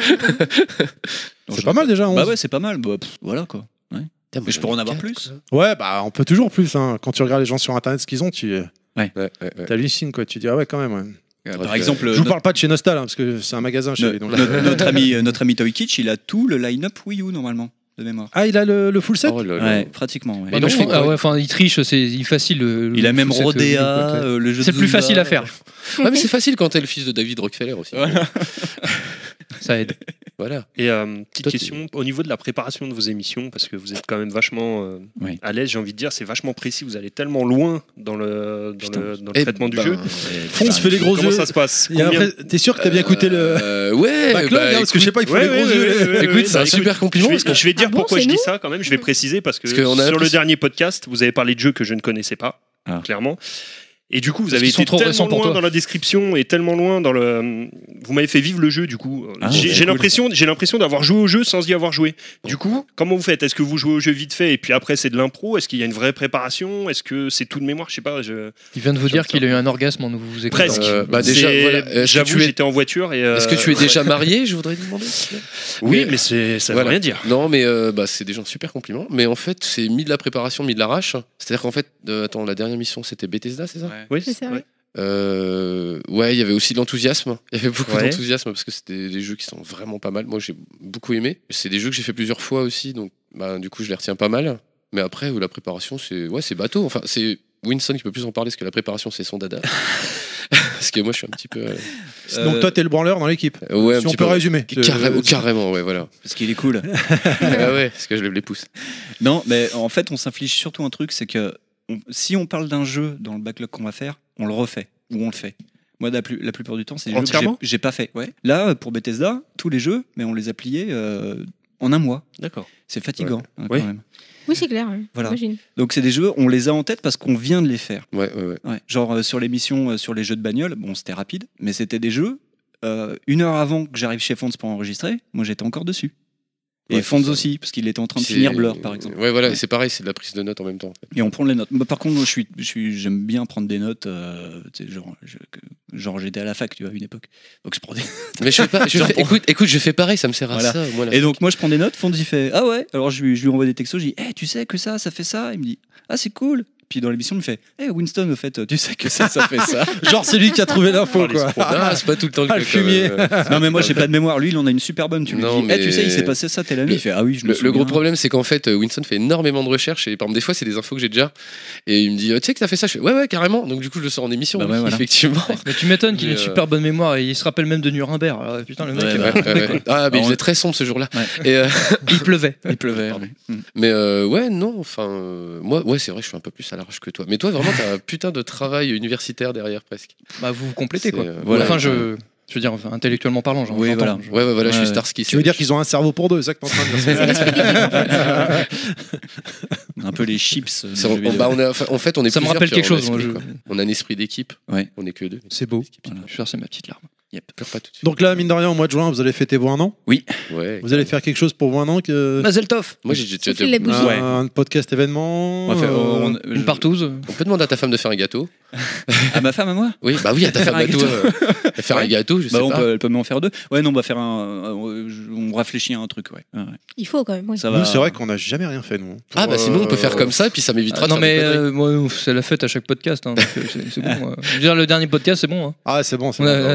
S1: C'est pas mal déjà, 11.
S5: Bah ouais, c'est pas mal. Bah, voilà quoi. Mais je pourrais en avoir plus.
S1: Ouais, bah on peut toujours plus. Hein. Quand tu regardes les gens sur internet, ce qu'ils ont, tu
S6: Ouais.
S1: hallucines, quoi. Tu dis, ah ouais, quand même. Ouais.
S5: Par exemple,
S1: Je vous parle pas de chez Nostal, hein, parce que c'est un magasin chez lui. Donc,
S5: notre ami Toy Kitsch, il a tout le line-up Wii U normalement, de mémoire.
S1: Ah, il a le full set.
S6: Oh là là.
S5: Ouais, pratiquement. Ouais.
S3: Bah non, il triche, il facile.
S5: Il a même
S3: cette-
S5: Rodea, le jeu de
S3: C'est le plus
S5: Zumba.
S3: facile à faire.
S6: Ouais, mais c'est facile quand t'es le fils de David Rockefeller aussi.
S3: Ça aide.
S6: Voilà.
S4: Et petite
S6: Toi,
S4: question, au niveau de la préparation de vos émissions, parce que vous êtes quand même vachement
S5: Oui.
S4: à l'aise, j'ai envie de dire, c'est vachement précis, vous allez tellement loin dans le
S6: Eh
S4: traitement du
S6: ben,
S4: jeu.
S1: Fonce fait les gros
S4: Comment
S1: yeux.
S4: ça se passe?
S1: Et après, t'es sûr que t'as bien écouté le
S6: Ouais,
S1: backlog, hein, parce que je sais pas, il faut les gros yeux.
S6: Écoute, c'est un super compliment.
S4: Je vais dire
S2: Ah bon,
S4: pourquoi
S2: c'est
S4: je dis
S2: nous
S4: ça quand même, je vais préciser parce que
S6: Parce qu'on a
S4: sur le
S6: plus-
S4: dernier podcast, vous avez parlé de jeux que je ne connaissais pas,
S5: Ah.
S4: clairement. Et du coup, vous
S3: Parce
S4: avez
S3: qu'ils sont
S4: été
S3: trop
S4: tellement
S3: récents pour
S4: loin
S3: toi.
S4: dans la description et tellement loin dans le. Vous m'avez fait vivre le jeu, du coup.
S5: Ah,
S4: J'ai
S5: c'est
S4: l'impression d'avoir joué au jeu sans y avoir joué. Du coup, comment vous faites? Est-ce que vous jouez au jeu vite fait et puis après c'est de l'impro? Est-ce qu'il y a une vraie préparation? Est-ce que c'est tout de mémoire? Je sais pas.
S3: Il vient de vous dire qu'il a eu un orgasme en vous écoutant.
S4: Presque.
S6: Bah déjà,
S4: C'est-
S6: voilà. Est-ce que
S4: J'avoue,
S6: tu es-
S4: j'étais en voiture et.
S6: Est-ce que tu es déjà marié, je voudrais te demander?
S4: Oui, mais ça veut
S6: Voilà.
S4: rien dire.
S6: Non, mais c'est déjà un super compliment. Mais en fait, c'est mis de la préparation, mis de l'arrache. C'est-à-dire qu'en fait, attends, la dernière mission, c'était Bethesda, c'est ça?
S4: Oui,
S2: C'est ça,
S4: ouais.
S6: Ouais, il y avait aussi de l'enthousiasme. Il y avait beaucoup
S4: Ouais.
S6: d'enthousiasme parce que c'était des jeux qui sont vraiment pas mal. Moi, j'ai beaucoup aimé. C'est des jeux que j'ai fait plusieurs fois aussi, donc du coup, je les retiens pas mal. Mais après, la préparation, c'est bateau. Enfin, c'est Winston qui peut plus en parler parce que la préparation, c'est son dada. Parce que moi, je suis un petit peu.
S1: Donc toi, t'es le branleur dans l'équipe.
S6: Ouais, un
S1: Si on
S6: petit
S1: peut
S6: peu.
S1: résumer.
S6: Carrément, ouais, voilà.
S5: Parce qu'il est cool.
S6: Ouais, parce que je lève les pouces.
S5: Non, mais en fait, on s'inflige surtout un truc, c'est que si on parle d'un jeu dans le backlog qu'on va faire, on le refait ou on le fait. Moi, la plupart du temps, c'est des jeux que
S4: Entièrement
S5: j'ai pas fait. Ouais. Là, pour Bethesda, tous les jeux, mais on les a pliés en un mois.
S4: D'accord.
S5: C'est fatigant hein,
S4: Ouais.
S5: quand même.
S2: Oui, c'est clair. hein.
S5: Voilà.
S2: J'imagine.
S5: Donc c'est des jeux, on les a en tête parce qu'on vient de les faire.
S6: Ouais.
S5: Ouais. Genre sur l'émission sur les jeux de bagnole, bon c'était rapide, mais c'était des jeux. 1 heure avant que j'arrive chez Fonds pour enregistrer, moi j'étais encore dessus. Et
S6: Ouais,
S5: Fonds
S6: c'est ça.
S5: aussi, parce qu'il était en train de
S6: C'est-
S5: finir Blur par exemple.
S6: Ouais, voilà,
S5: Ouais.
S6: et c'est pareil, c'est de la prise de notes en même temps. En fait.
S5: Et on prend les notes. Moi, par contre, moi, j'aime bien prendre des notes. Tu sais, genre j'étais à la fac, tu vois, à une époque. Donc je prends des.
S6: Mais je fais pas. Écoute, je fais pareil, ça me sert à
S5: Voilà.
S6: ça. Moi, la
S5: Et donc moi je prends des notes. Fonds il fait ah ouais. Alors je lui envoie des textos. Je dis tu sais que ça fait ça. Il me dit ah c'est cool. Puis dans l'émission il me fait Winston au fait tu sais que ça fait ça.
S1: Genre, c'est lui qui a trouvé l'info,
S4: Oh, les
S1: quoi.
S6: Ah, c'est pas tout le temps le
S1: Ah,
S6: cas.
S1: le
S6: quand
S1: fumier.
S6: même.
S5: Non mais moi j'ai pas de mémoire. Lui il en a une super bonne. Tu lui
S6: Non,
S5: dis
S6: mais-
S5: tu sais il s'est passé ça tel ami. Il fait ah oui je me
S6: Le
S5: souviens.
S6: gros problème, c'est qu'en fait, Winston fait énormément de recherches et par exemple, des fois, c'est des infos que j'ai déjà. Et il me dit, tu sais que t'as fait ça? Je fais, ouais, carrément. Donc, du coup, je le sors en émission,
S5: Bah ouais,
S6: oui,
S5: voilà.
S6: effectivement.
S3: Mais tu m'étonnes qu'il ait une
S6: Mais,
S3: super bonne mémoire et il se rappelle même de Nuremberg. Alors, putain, le mec,
S5: Ouais,
S6: Ouais. Ah, mais il
S5: Alors,
S6: faisait très sombre ce jour-là.
S5: Ouais.
S6: Et,
S3: il pleuvait.
S5: Il pleuvait.
S6: Pardon.
S5: ouais.
S6: mais ouais, non, enfin, moi, ouais, c'est vrai, je suis un peu plus à l'arrache que toi. Mais toi, vraiment, t'as un putain de travail universitaire derrière presque.
S3: Bah, vous vous complétez, quoi.
S6: C'est,
S5: voilà.
S3: Enfin, je veux dire, enfin, intellectuellement parlant, j'entends.
S5: Oui, voilà.
S6: Ouais, voilà, je suis
S5: Ouais.
S6: Starsky.
S1: Tu veux dire qu'ils ont un cerveau pour deux, c'est ça que t'es en train de dire.
S5: Un peu les chips.
S6: C'est- en fait, on est
S3: Ça me
S6: plusieurs,
S3: rappelle
S6: puis
S3: quelque
S6: on a
S3: chose, moi,
S6: l'esprit, quoi. On a un esprit d'équipe.
S5: Ouais.
S6: On est que deux.
S1: C'est beau.
S5: Voilà.
S3: Je vais verser ma petite larme.
S6: Pleure pas tout de suite.
S1: Donc là, mine de rien, au mois de juin, vous allez fêter vos 1 an.
S6: Ouais.
S1: Vous allez faire quelque chose pour vos 1 an que...
S3: Mazeltov.
S6: Moi, j'ai déjà.
S2: Sauf les bougies.
S5: Ouais.
S1: Un podcast événement.
S5: On va faire-
S3: Une partouze.
S6: On peut demander à ta femme de faire un gâteau.
S5: À ma femme à moi.
S6: Oui, bah oui, à ta femme
S5: un
S6: à toi. Faire un
S5: Ouais.
S6: gâteau, je sais
S5: Bah on
S6: pas.
S5: peut, elle peut m'en faire 2. Ouais non on va faire on réfléchit à un truc ouais. Ouais.
S2: Il faut quand même. Oui.
S5: Ça
S1: Nous,
S5: va.
S1: c'est vrai qu'on n'a jamais rien fait, nous.
S6: Ah bah sinon on peut faire comme ça, puis ça m'évitera de
S3: non,
S6: faire des
S3: mais
S6: conneries.
S3: moi, c'est la fête à chaque podcast. Hein, donc, c'est bon. Je veux dire, le dernier podcast, c'est bon. Hein.
S1: Ah, c'est bon, c'est
S3: On
S1: bon.
S3: a,
S1: Ouais.
S3: on a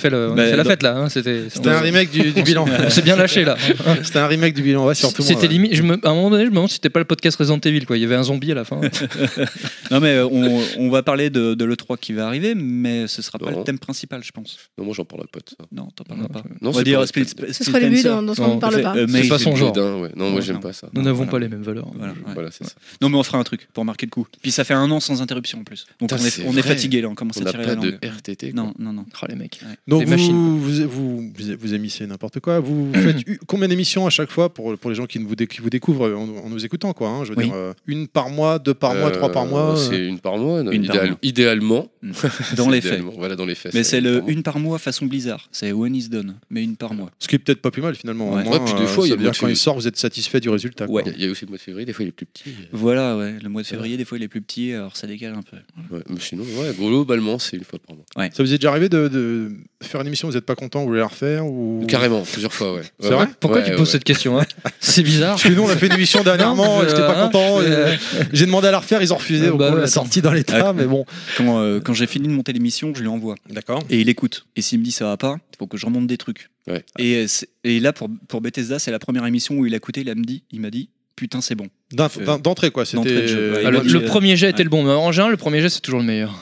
S3: fait, on a fait la fête là. Hein. C'était
S1: un remake du bilan.
S3: On s'est bien lâché là.
S1: C'était un remake du bilan, ouais, surtout.
S3: C'était limite. À un moment donné, je me demande si c'était pas le podcast Resident Evil, quoi. Il y avait un zombie à la fin.
S5: Non, mais on va parler de l'E3 qui va arriver, mais ce sera pas
S6: Non.
S5: le thème principal, je pense.
S6: Non, moi j'en parlerai pas de ça.
S5: Non, t'en parleras pas.
S6: Non,
S5: On va
S6: c'est
S5: dire
S6: pas
S5: Split
S2: Ce serait le but dans ce qu'on ne parle pas.
S3: C'est pas son genre.
S6: Dédain, ouais. Non, moi
S5: Ouais,
S6: j'aime
S5: non.
S6: pas ça.
S3: Nous n'avons
S5: voilà.
S3: pas les mêmes valeurs.
S5: Voilà, ouais.
S6: Voilà, c'est ça.
S5: Non, mais on fera un truc pour marquer le coup. Puis ça fait 1 an sans interruption en plus. Donc
S6: Putain,
S5: on est
S6: c'est vrai.
S5: fatigué là, on commence
S6: On
S5: à
S6: n'a
S5: tirer
S6: pas
S5: la
S6: de
S5: langue.
S6: RTT. quoi.
S5: Non.
S3: Oh, les mecs.
S1: Donc
S3: Des machines.
S1: vous émissez n'importe quoi. Vous faites combien d'émissions à chaque fois pour les gens qui vous découvrent en nous écoutant, quoi. Hein, je veux
S5: Oui.
S1: dire, 1 par mois, 2 par mois, 3 par mois.
S6: C'est 1 par mois, non,
S5: Une par mois.
S6: idéalement.
S5: Dans les faits.
S6: Idéalement, voilà, dans les faits.
S5: Mais c'est le
S6: 1
S5: 1 par mois façon Blizzard. C'est when is done, mais 1 par mois.
S1: Ce qui est peut-être pas plus mal finalement. Au
S5: Ouais.
S1: moins,
S6: Ouais, puis des fois, il y a
S1: ça veut dire
S6: le
S1: quand
S6: mois
S1: il
S6: de
S1: sort, vous êtes satisfait du résultat. quoi.
S5: Ouais.
S6: Il y a aussi le mois de février, des fois il est plus petit.
S5: Voilà, ouais. Le mois de février, des fois, il est plus petit, alors ça décale un peu.
S6: Ouais, mais sinon, ouais, globalement, c'est 1 fois par mois.
S1: Ça vous est déjà arrivé de faire une émission, vous n'êtes pas content, vous voulez la refaire ou...
S6: Carrément, plusieurs fois, ouais.
S1: C'est
S6: Ouais,
S1: vrai
S6: ouais.
S3: Pourquoi
S6: Ouais,
S3: tu
S6: ouais,
S3: poses
S6: ouais.
S3: cette question hein C'est bizarre.
S1: Parce que nous on a fait une émission dernièrement,
S3: Non,
S1: j'étais pas
S3: hein,
S1: content, j'ai demandé à la refaire, ils ont refusé, donc
S3: Bah
S1: on
S3: ouais,
S1: l'a
S3: attends.
S1: sorti dans l'état, mais bon.
S5: Quand j'ai fini de monter l'émission, je lui envoie.
S1: D'accord.
S5: Et il écoute. Et s'il me dit ça va pas, il faut que je remonte des trucs.
S6: Ouais.
S5: Et là, pour Bethesda, c'est la première émission où il a écouté, il m'a dit putain, c'est bon.
S1: D'entrée quoi,
S5: D'entrée de
S1: c'était...
S5: jeu, ouais.
S3: Ah,
S5: moi,
S3: le
S5: j'ai-
S3: premier jet était le bon, mais en général, le premier jet c'est toujours le meilleur.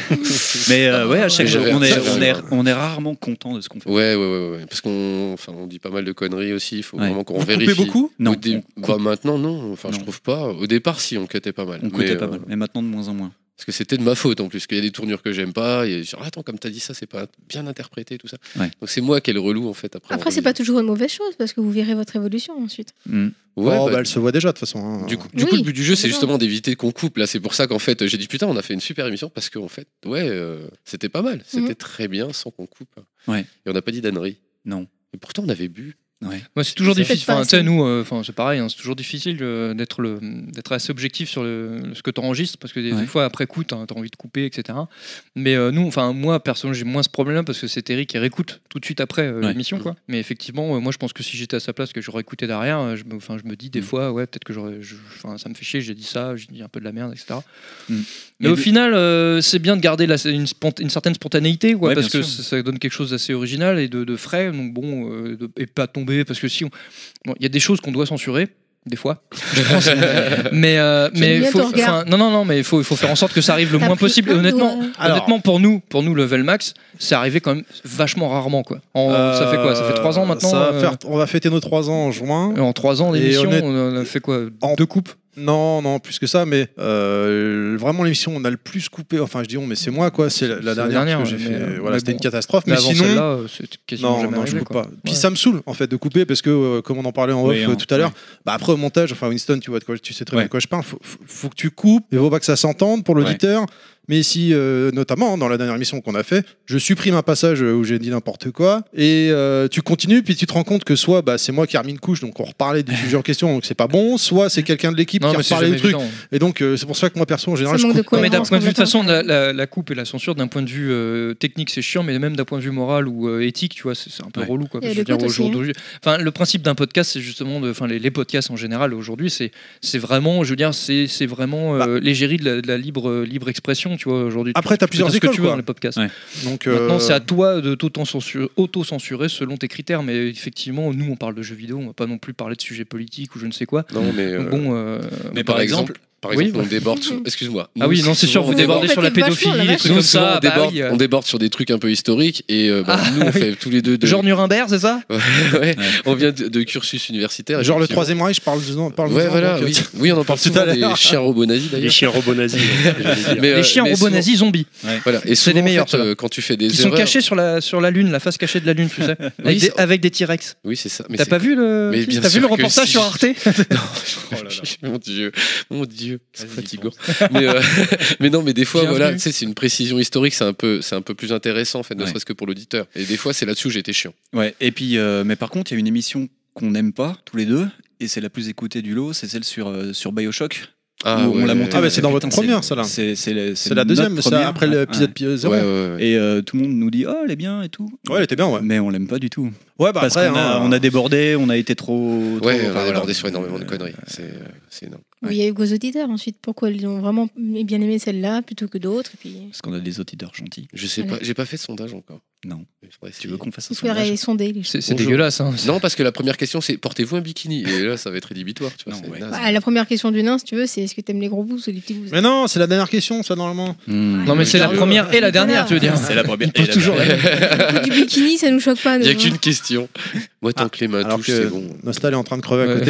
S5: Mais ouais, à chaque
S6: Mais
S5: jour,
S6: j'avais-
S5: on est rarement content de ce qu'on fait.
S6: Ouais. Parce qu'on dit pas mal de conneries aussi, il faut
S5: Ouais.
S6: vraiment qu'on
S1: Vous
S6: vérifie.
S1: coupez beaucoup?
S5: Non,
S6: Bah, maintenant, non. Enfin, je
S5: Non.
S6: trouve pas. Au départ, si, on cutait pas mal.
S5: on
S6: Mais,
S5: coûtait pas mal. Mais maintenant, de moins en moins.
S6: Parce que c'était de ma faute en plus, qu'il y a des tournures que j'aime pas. Et genre, attends, comme t'as dit ça, c'est pas bien interprété, tout ça.
S5: Ouais.
S6: Donc c'est moi qui ai le relou en fait après.
S2: Après, c'est pas toujours une mauvaise chose parce que vous verrez votre évolution ensuite.
S5: Mm.
S6: Ouais,
S1: Oh,
S6: bah,
S1: bah, elle se voit déjà de toute façon. hein.
S6: du coup,
S2: Oui,
S6: le but du jeu, c'est
S2: d'accord.
S6: justement d'éviter qu'on coupe. Là, c'est pour ça qu'en fait, j'ai dit putain, on a fait une super émission parce qu'en fait, c'était pas mal. C'était très bien sans qu'on coupe.
S5: Ouais.
S6: Et on n'a pas dit d'ânerie.
S5: Non.
S6: Et pourtant, on avait bu.
S5: Ouais.
S3: Moi, c'est toujours
S2: C'est
S3: difficile.
S2: peut-être pas
S3: Enfin, tu sais,
S2: assez.
S3: nous, c'est pareil. Hein, c'est toujours difficile d'être assez objectif sur ce que tu enregistres parce que des
S5: Ouais.
S3: fois, après coup, tu as envie de couper, etc. Mais moi, personnellement, j'ai moins ce problème parce que c'est Terry qui réécoute tout de suite après
S5: Ouais.
S3: l'émission, quoi. Mais effectivement, moi, je pense que si j'étais à sa place, que j'aurais écouté derrière, je me dis des fois, ouais, peut-être que ça me fait chier, j'ai dit ça, j'ai dit un peu de la merde, etc.
S5: Mm.
S3: Mais
S5: Et
S3: au
S5: de-
S3: final, c'est bien de garder une certaine spontanéité, quoi,
S5: Ouais,
S3: parce
S5: bien
S3: que
S5: sûr.
S3: ça donne quelque chose d'assez original et de frais. Donc bon, et pas tomber, parce que si il y a des choses qu'on doit censurer. Des fois, je pense. mais
S2: bien ton regard.
S3: mais il faut faire en sorte que ça arrive le
S2: T'as
S3: moins
S2: pris
S3: possible. Et
S2: plein de
S3: honnêtement,
S2: doigts.
S1: Alors-
S3: honnêtement pour nous level max, c'est arrivé quand même vachement rarement, quoi. Ça fait quoi? Ça fait 3 ans maintenant.
S1: On va fêter nos 3 ans en juin.
S3: En 3 ans
S1: Et
S3: d'émission,
S1: honnête-
S3: on a fait quoi?
S1: En-
S3: 2 coupes.
S1: Non, plus que ça, mais vraiment l'émission on a le plus coupé, enfin je dis mais c'est moi quoi, c'est la dernière que j'ai fait,
S3: mais
S1: c'était
S3: bon.
S1: une catastrophe,
S3: Mais
S1: mais
S3: avant
S1: sinon...
S3: celle-là, c'est quasiment jamais
S1: Non, je
S3: arrivé,
S1: coupe
S3: quoi.
S1: pas. Puis
S3: Ouais.
S1: ça me saoule en fait de couper parce que comme on en parlait en off
S5: Oui, hein,
S1: tout à l'heure, bah après au montage, enfin Winston, tu vois de quoi, tu sais très bien de quoi je parle. Faut que tu coupes. Il faut pas que ça s'entende pour l'auditeur. Mais ici, notamment dans la dernière émission qu'on a fait, je supprime un passage où j'ai dit n'importe quoi et tu continues, puis tu te rends compte que soit c'est moi qui ai remis une couche, donc on reparlait du sujet en question, donc c'est pas bon, soit c'est quelqu'un de l'équipe
S3: Non,
S1: qui a
S3: mais c'est
S1: reparlé
S3: jamais
S1: du truc.
S3: évident.
S1: Et donc c'est pour ça que moi perso en général
S2: Ça
S1: je
S2: manque de
S1: coupe pas.
S3: Non, mais d'un
S2: cohérence
S3: point de vue, de toute façon,
S2: complètement.
S3: la coupe et la censure, d'un point de vue technique, c'est chiant, mais même d'un point de vue moral ou éthique, tu vois, c'est un peu
S5: Ouais.
S3: relou, quoi.
S2: Et
S3: Parce que je veux
S2: l'écoute
S3: dire,
S2: aussi, hein.
S3: aujourd'hui, enfin, le principe d'un podcast, c'est justement, les podcasts en général aujourd'hui, c'est vraiment, je veux dire, c'est vraiment l'égérie de la libre expression, tu vois, aujourd'hui.
S1: Après,
S3: Tu
S1: t'as
S3: peux
S1: plusieurs
S3: dire ce que
S1: écoles,
S3: tu veux
S1: quoi.
S3: dans les podcasts.
S5: Ouais.
S1: Donc
S3: Maintenant, c'est à toi de auto-censurer selon tes critères, mais effectivement, nous, on parle de jeux vidéo, on va pas non plus parler de sujets politiques ou je ne sais quoi.
S6: Non, mais.
S3: Donc bon,
S5: Mais
S6: par
S5: par
S6: exemple,
S3: Oui,
S6: on déborde sur. Excuse-moi.
S3: ah oui, non, c'est sûr, vous débordez sur la
S2: Faites vachement,
S3: pédophilie,
S2: la
S3: des
S2: vache.
S3: trucs
S6: Nous,
S3: comme
S6: souvent,
S3: ça. bah oui,
S6: on déborde sur des trucs un peu historiques et nous, on fait tous les deux.
S3: Genre Nuremberg, c'est ça?
S6: Ouais, on vient de cursus universitaire.
S1: genre le
S6: effectivement.
S1: Troisième Reich, parle
S6: Ouais, voilà, oui, on en parle
S1: tout à
S6: souvent
S1: l'heure.
S6: des chiens robots nazis
S4: Les
S6: d'ailleurs.
S4: chiens robots nazis. j'allais dire.
S6: Mais,
S3: Les chiens
S6: mais
S3: robots
S6: souvent-
S3: nazis zombies.
S6: Voilà, et
S3: C'est
S6: souvent,
S3: les meilleurs,
S6: en fait,
S3: ceux-là.
S6: quand tu fais des
S3: Qui sont
S6: erreurs.
S3: cachés sur la lune, la face cachée de la lune, tu sais,
S6: Oui, c'est-
S3: avec des T-Rex.
S6: Oui, c'est ça. Mais
S3: T'as
S6: c'est-
S3: pas vu
S6: Mais bien
S3: T'as vu
S6: sûr
S3: le
S6: que
S3: reportage
S6: si.
S3: sur Arte?
S6: Mon Dieu, c'est fatigant. Mais non, mais des fois,
S3: Bienvenue.
S6: voilà, tu sais, c'est une précision historique, c'est un peu plus intéressant en fait, ne
S5: Ouais.
S6: serait-ce que pour l'auditeur. Et des fois, c'est là-dessus où j'étais chiant.
S5: Ouais, et puis, mais par contre, il y a une émission qu'on n'aime pas, tous les deux, et c'est la plus écoutée du lot, c'est celle sur Bioshock. Où on l'a montée.
S1: Ah, bah, c'est dans votre
S5: Putain,
S1: première, ça, là.
S5: C'est
S1: C'est la deuxième,
S5: notre
S1: c'est
S5: première.
S1: après l'épisode
S5: Ouais.
S1: 0.
S6: Ouais.
S5: Et tout le monde nous dit oh elle est bien et tout.
S1: Ouais, elle était bien, ouais.
S5: Mais on l'aime pas du tout.
S1: Ouais, bah
S5: Parce
S1: après,
S5: qu'on a débordé, on a été trop.
S6: Ouais,
S5: trop-
S6: on
S5: enfin,
S6: a
S5: voilà.
S6: débordé sur énormément de conneries. C'est énorme.
S2: Oui, il y a eu vos auditeurs ensuite. Pourquoi ils ont vraiment bien aimé celle-là plutôt que d'autres et puis...
S5: Parce qu'on a des auditeurs gentils.
S6: Je sais
S2: Ouais.
S6: pas, j'ai pas fait de sondage encore.
S5: Non.
S6: Ouais,
S5: Tu veux qu'on fasse un
S2: Il faudrait
S5: sondage
S2: sonder les
S3: C'est
S6: Bonjour.
S3: dégueulasse. Hein.
S6: Non, parce que la première question, c'est portez-vous un bikini? Et là, ça va être rédhibitoire. Tu vois,
S5: Non,
S6: c'est
S5: ouais.
S6: naze.
S2: Bah, la première question du nain, si tu veux, c'est est-ce que t'aimes les gros bouts ou les petits bouts?
S1: Mais non, c'est la dernière question, ça, normalement.
S3: Non, mais c'est la première et la dernière, tu veux dire.
S5: C'est la première.
S3: Il pose toujours la même.
S2: Du bikini, ça nous choque pas.
S6: Il n'y a
S2: nous,
S6: qu'une question. Moi, tant que les mains
S1: Alors
S6: touchent,
S1: que
S6: c'est bon.
S1: Nostal est en train de crever à
S3: Ouais.
S1: côté.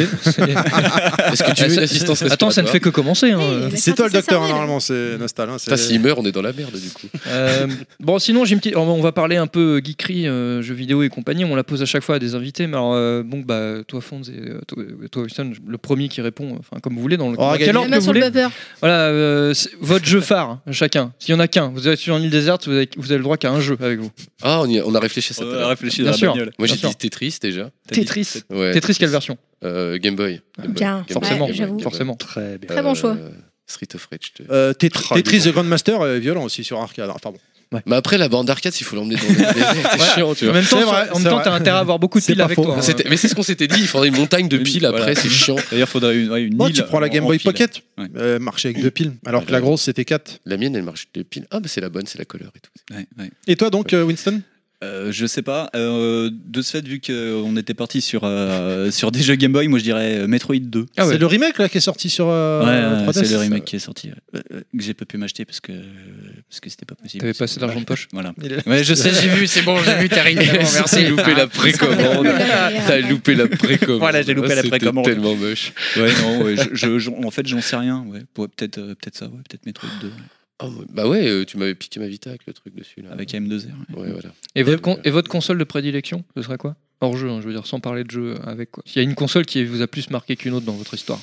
S6: Est-ce que tu veux une assistance
S3: Attends, ça ne fait que commencer. Hein.
S2: Hey,
S1: C'est toi le docteur,
S2: cervelle.
S1: normalement, c'est Nostal. Hein,
S6: Putain, s'il meurt, on est dans la merde, du coup.
S3: Bon, sinon, j'ai une petite. On va parler un peu geekery, jeux vidéo et compagnie. On la pose à chaque fois à des invités. Mais alors, bon, bah, toi, Fonz et toi, Winston, le premier qui répond, enfin, comme vous voulez, dans le.
S1: Oh,
S3: dans quel
S1: Gabi.
S3: ordre
S2: La
S3: que
S2: main
S3: vous
S2: sur le
S3: voulez.
S2: bumper.
S3: Voilà, votre jeu phare, chacun. S'il y en a qu'un, vous êtes sur une île déserte, vous avez le droit qu'à un jeu avec vous.
S6: Ah, on a réfléchi à ça. tout à
S5: On a
S6: l'heure.
S5: réfléchi
S3: Bien
S5: dans la
S3: sûr.
S5: bagnole.
S6: Moi, j'ai
S3: Bien sûr.
S6: dit Tetris déjà.
S3: Tetris.
S6: Ouais.
S3: Tetris, quelle version
S6: Game Boy.
S2: Bien.
S3: Forcément,
S2: Ouais, j'avoue.
S3: forcément.
S1: Très bien.
S2: Très bon choix.
S6: Street of Rage 2.
S1: Tetris The Grandmaster est violent aussi sur arcade. Enfin bon.
S6: Mais après, la bande d'arcade, s'il faut l'emmener dans le désert, c'est chiant, tu
S3: En
S6: vois.
S3: même temps,
S1: C'est vrai,
S3: en même
S1: c'est
S3: temps,
S1: vrai.
S3: t'as intérêt à avoir beaucoup de
S1: C'est
S3: piles
S1: pas
S3: avec
S1: faux.
S3: toi. hein.
S6: Mais c'est ce qu'on s'était dit, il faudrait une montagne de piles après,
S5: Voilà.
S6: c'est chiant.
S5: D'ailleurs, il faudrait une
S1: Moi,
S5: île.
S1: tu prends la Game Boy
S5: en pile.
S1: Pocket,
S5: Ouais.
S1: marcher avec 2 piles, alors que la grosse c'était 4.
S6: La mienne, elle marche de piles. Ah, bah c'est la bonne, c'est la couleur et tout.
S5: Ouais, ouais.
S1: Et toi donc, Winston?
S5: Je sais pas. De ce fait, vu qu'on était parti sur des jeux Game Boy, moi je dirais Metroid 2.
S3: Ah ouais.
S1: C'est le remake là qui est sorti sur 3DS.
S5: c'est le remake qui est sorti. Que j'ai pas pu m'acheter parce que c'était pas possible.
S3: T'avais passé l'argent de poche.
S5: Voilà.
S1: Il est là.
S5: Ouais, je sais, j'ai vu, c'est bon, j'ai vu, t'as
S6: T'as loupé la précommande. T'as loupé la précommande.
S5: Voilà, j'ai loupé la
S6: C'était
S5: précommande.
S6: tellement moche.
S5: Ouais, non, ouais, en fait, j'en sais rien. Ouais. Peut-être ça, ouais, peut-être Metroid 2.
S6: Oh, bah ouais, tu m'avais piqué ma Vita avec le truc dessus là.
S5: Avec AM2R.
S6: Ouais, voilà.
S3: Et votre console de prédilection, ce serait quoi? Hors jeu, hein, je veux dire, sans parler de jeu, avec quoi? S'il y a une console qui vous a plus marqué qu'une autre dans votre histoire.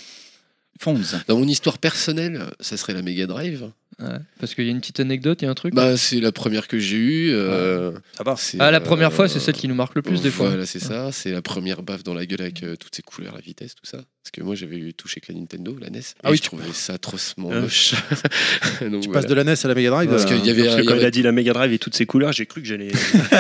S5: Fonz.
S6: Dans mon histoire personnelle, ça serait la Mega Drive.
S3: Ouais, parce qu'il y a une petite anecdote, il y a un truc.
S6: Bah, c'est la première que j'ai eue.
S5: Ça va.
S6: c'est,
S3: La première fois, c'est celle qui nous marque le plus des fois.
S6: Voilà, c'est ça. C'est la première baffe dans la gueule avec toutes ces couleurs, la vitesse, tout ça. Parce que moi, j'avais touché que la Nintendo, la NES.
S1: Ah oui,
S6: je trouvais ça atrocement moche. Donc,
S1: Tu
S6: voilà.
S1: passes de la NES à la Mega Drive.
S6: Parce qu'il y avait.
S4: Parce que
S6: il y
S4: quand il
S6: avait-
S4: a dit la Mega Drive et toutes ses couleurs, j'ai cru que j'allais.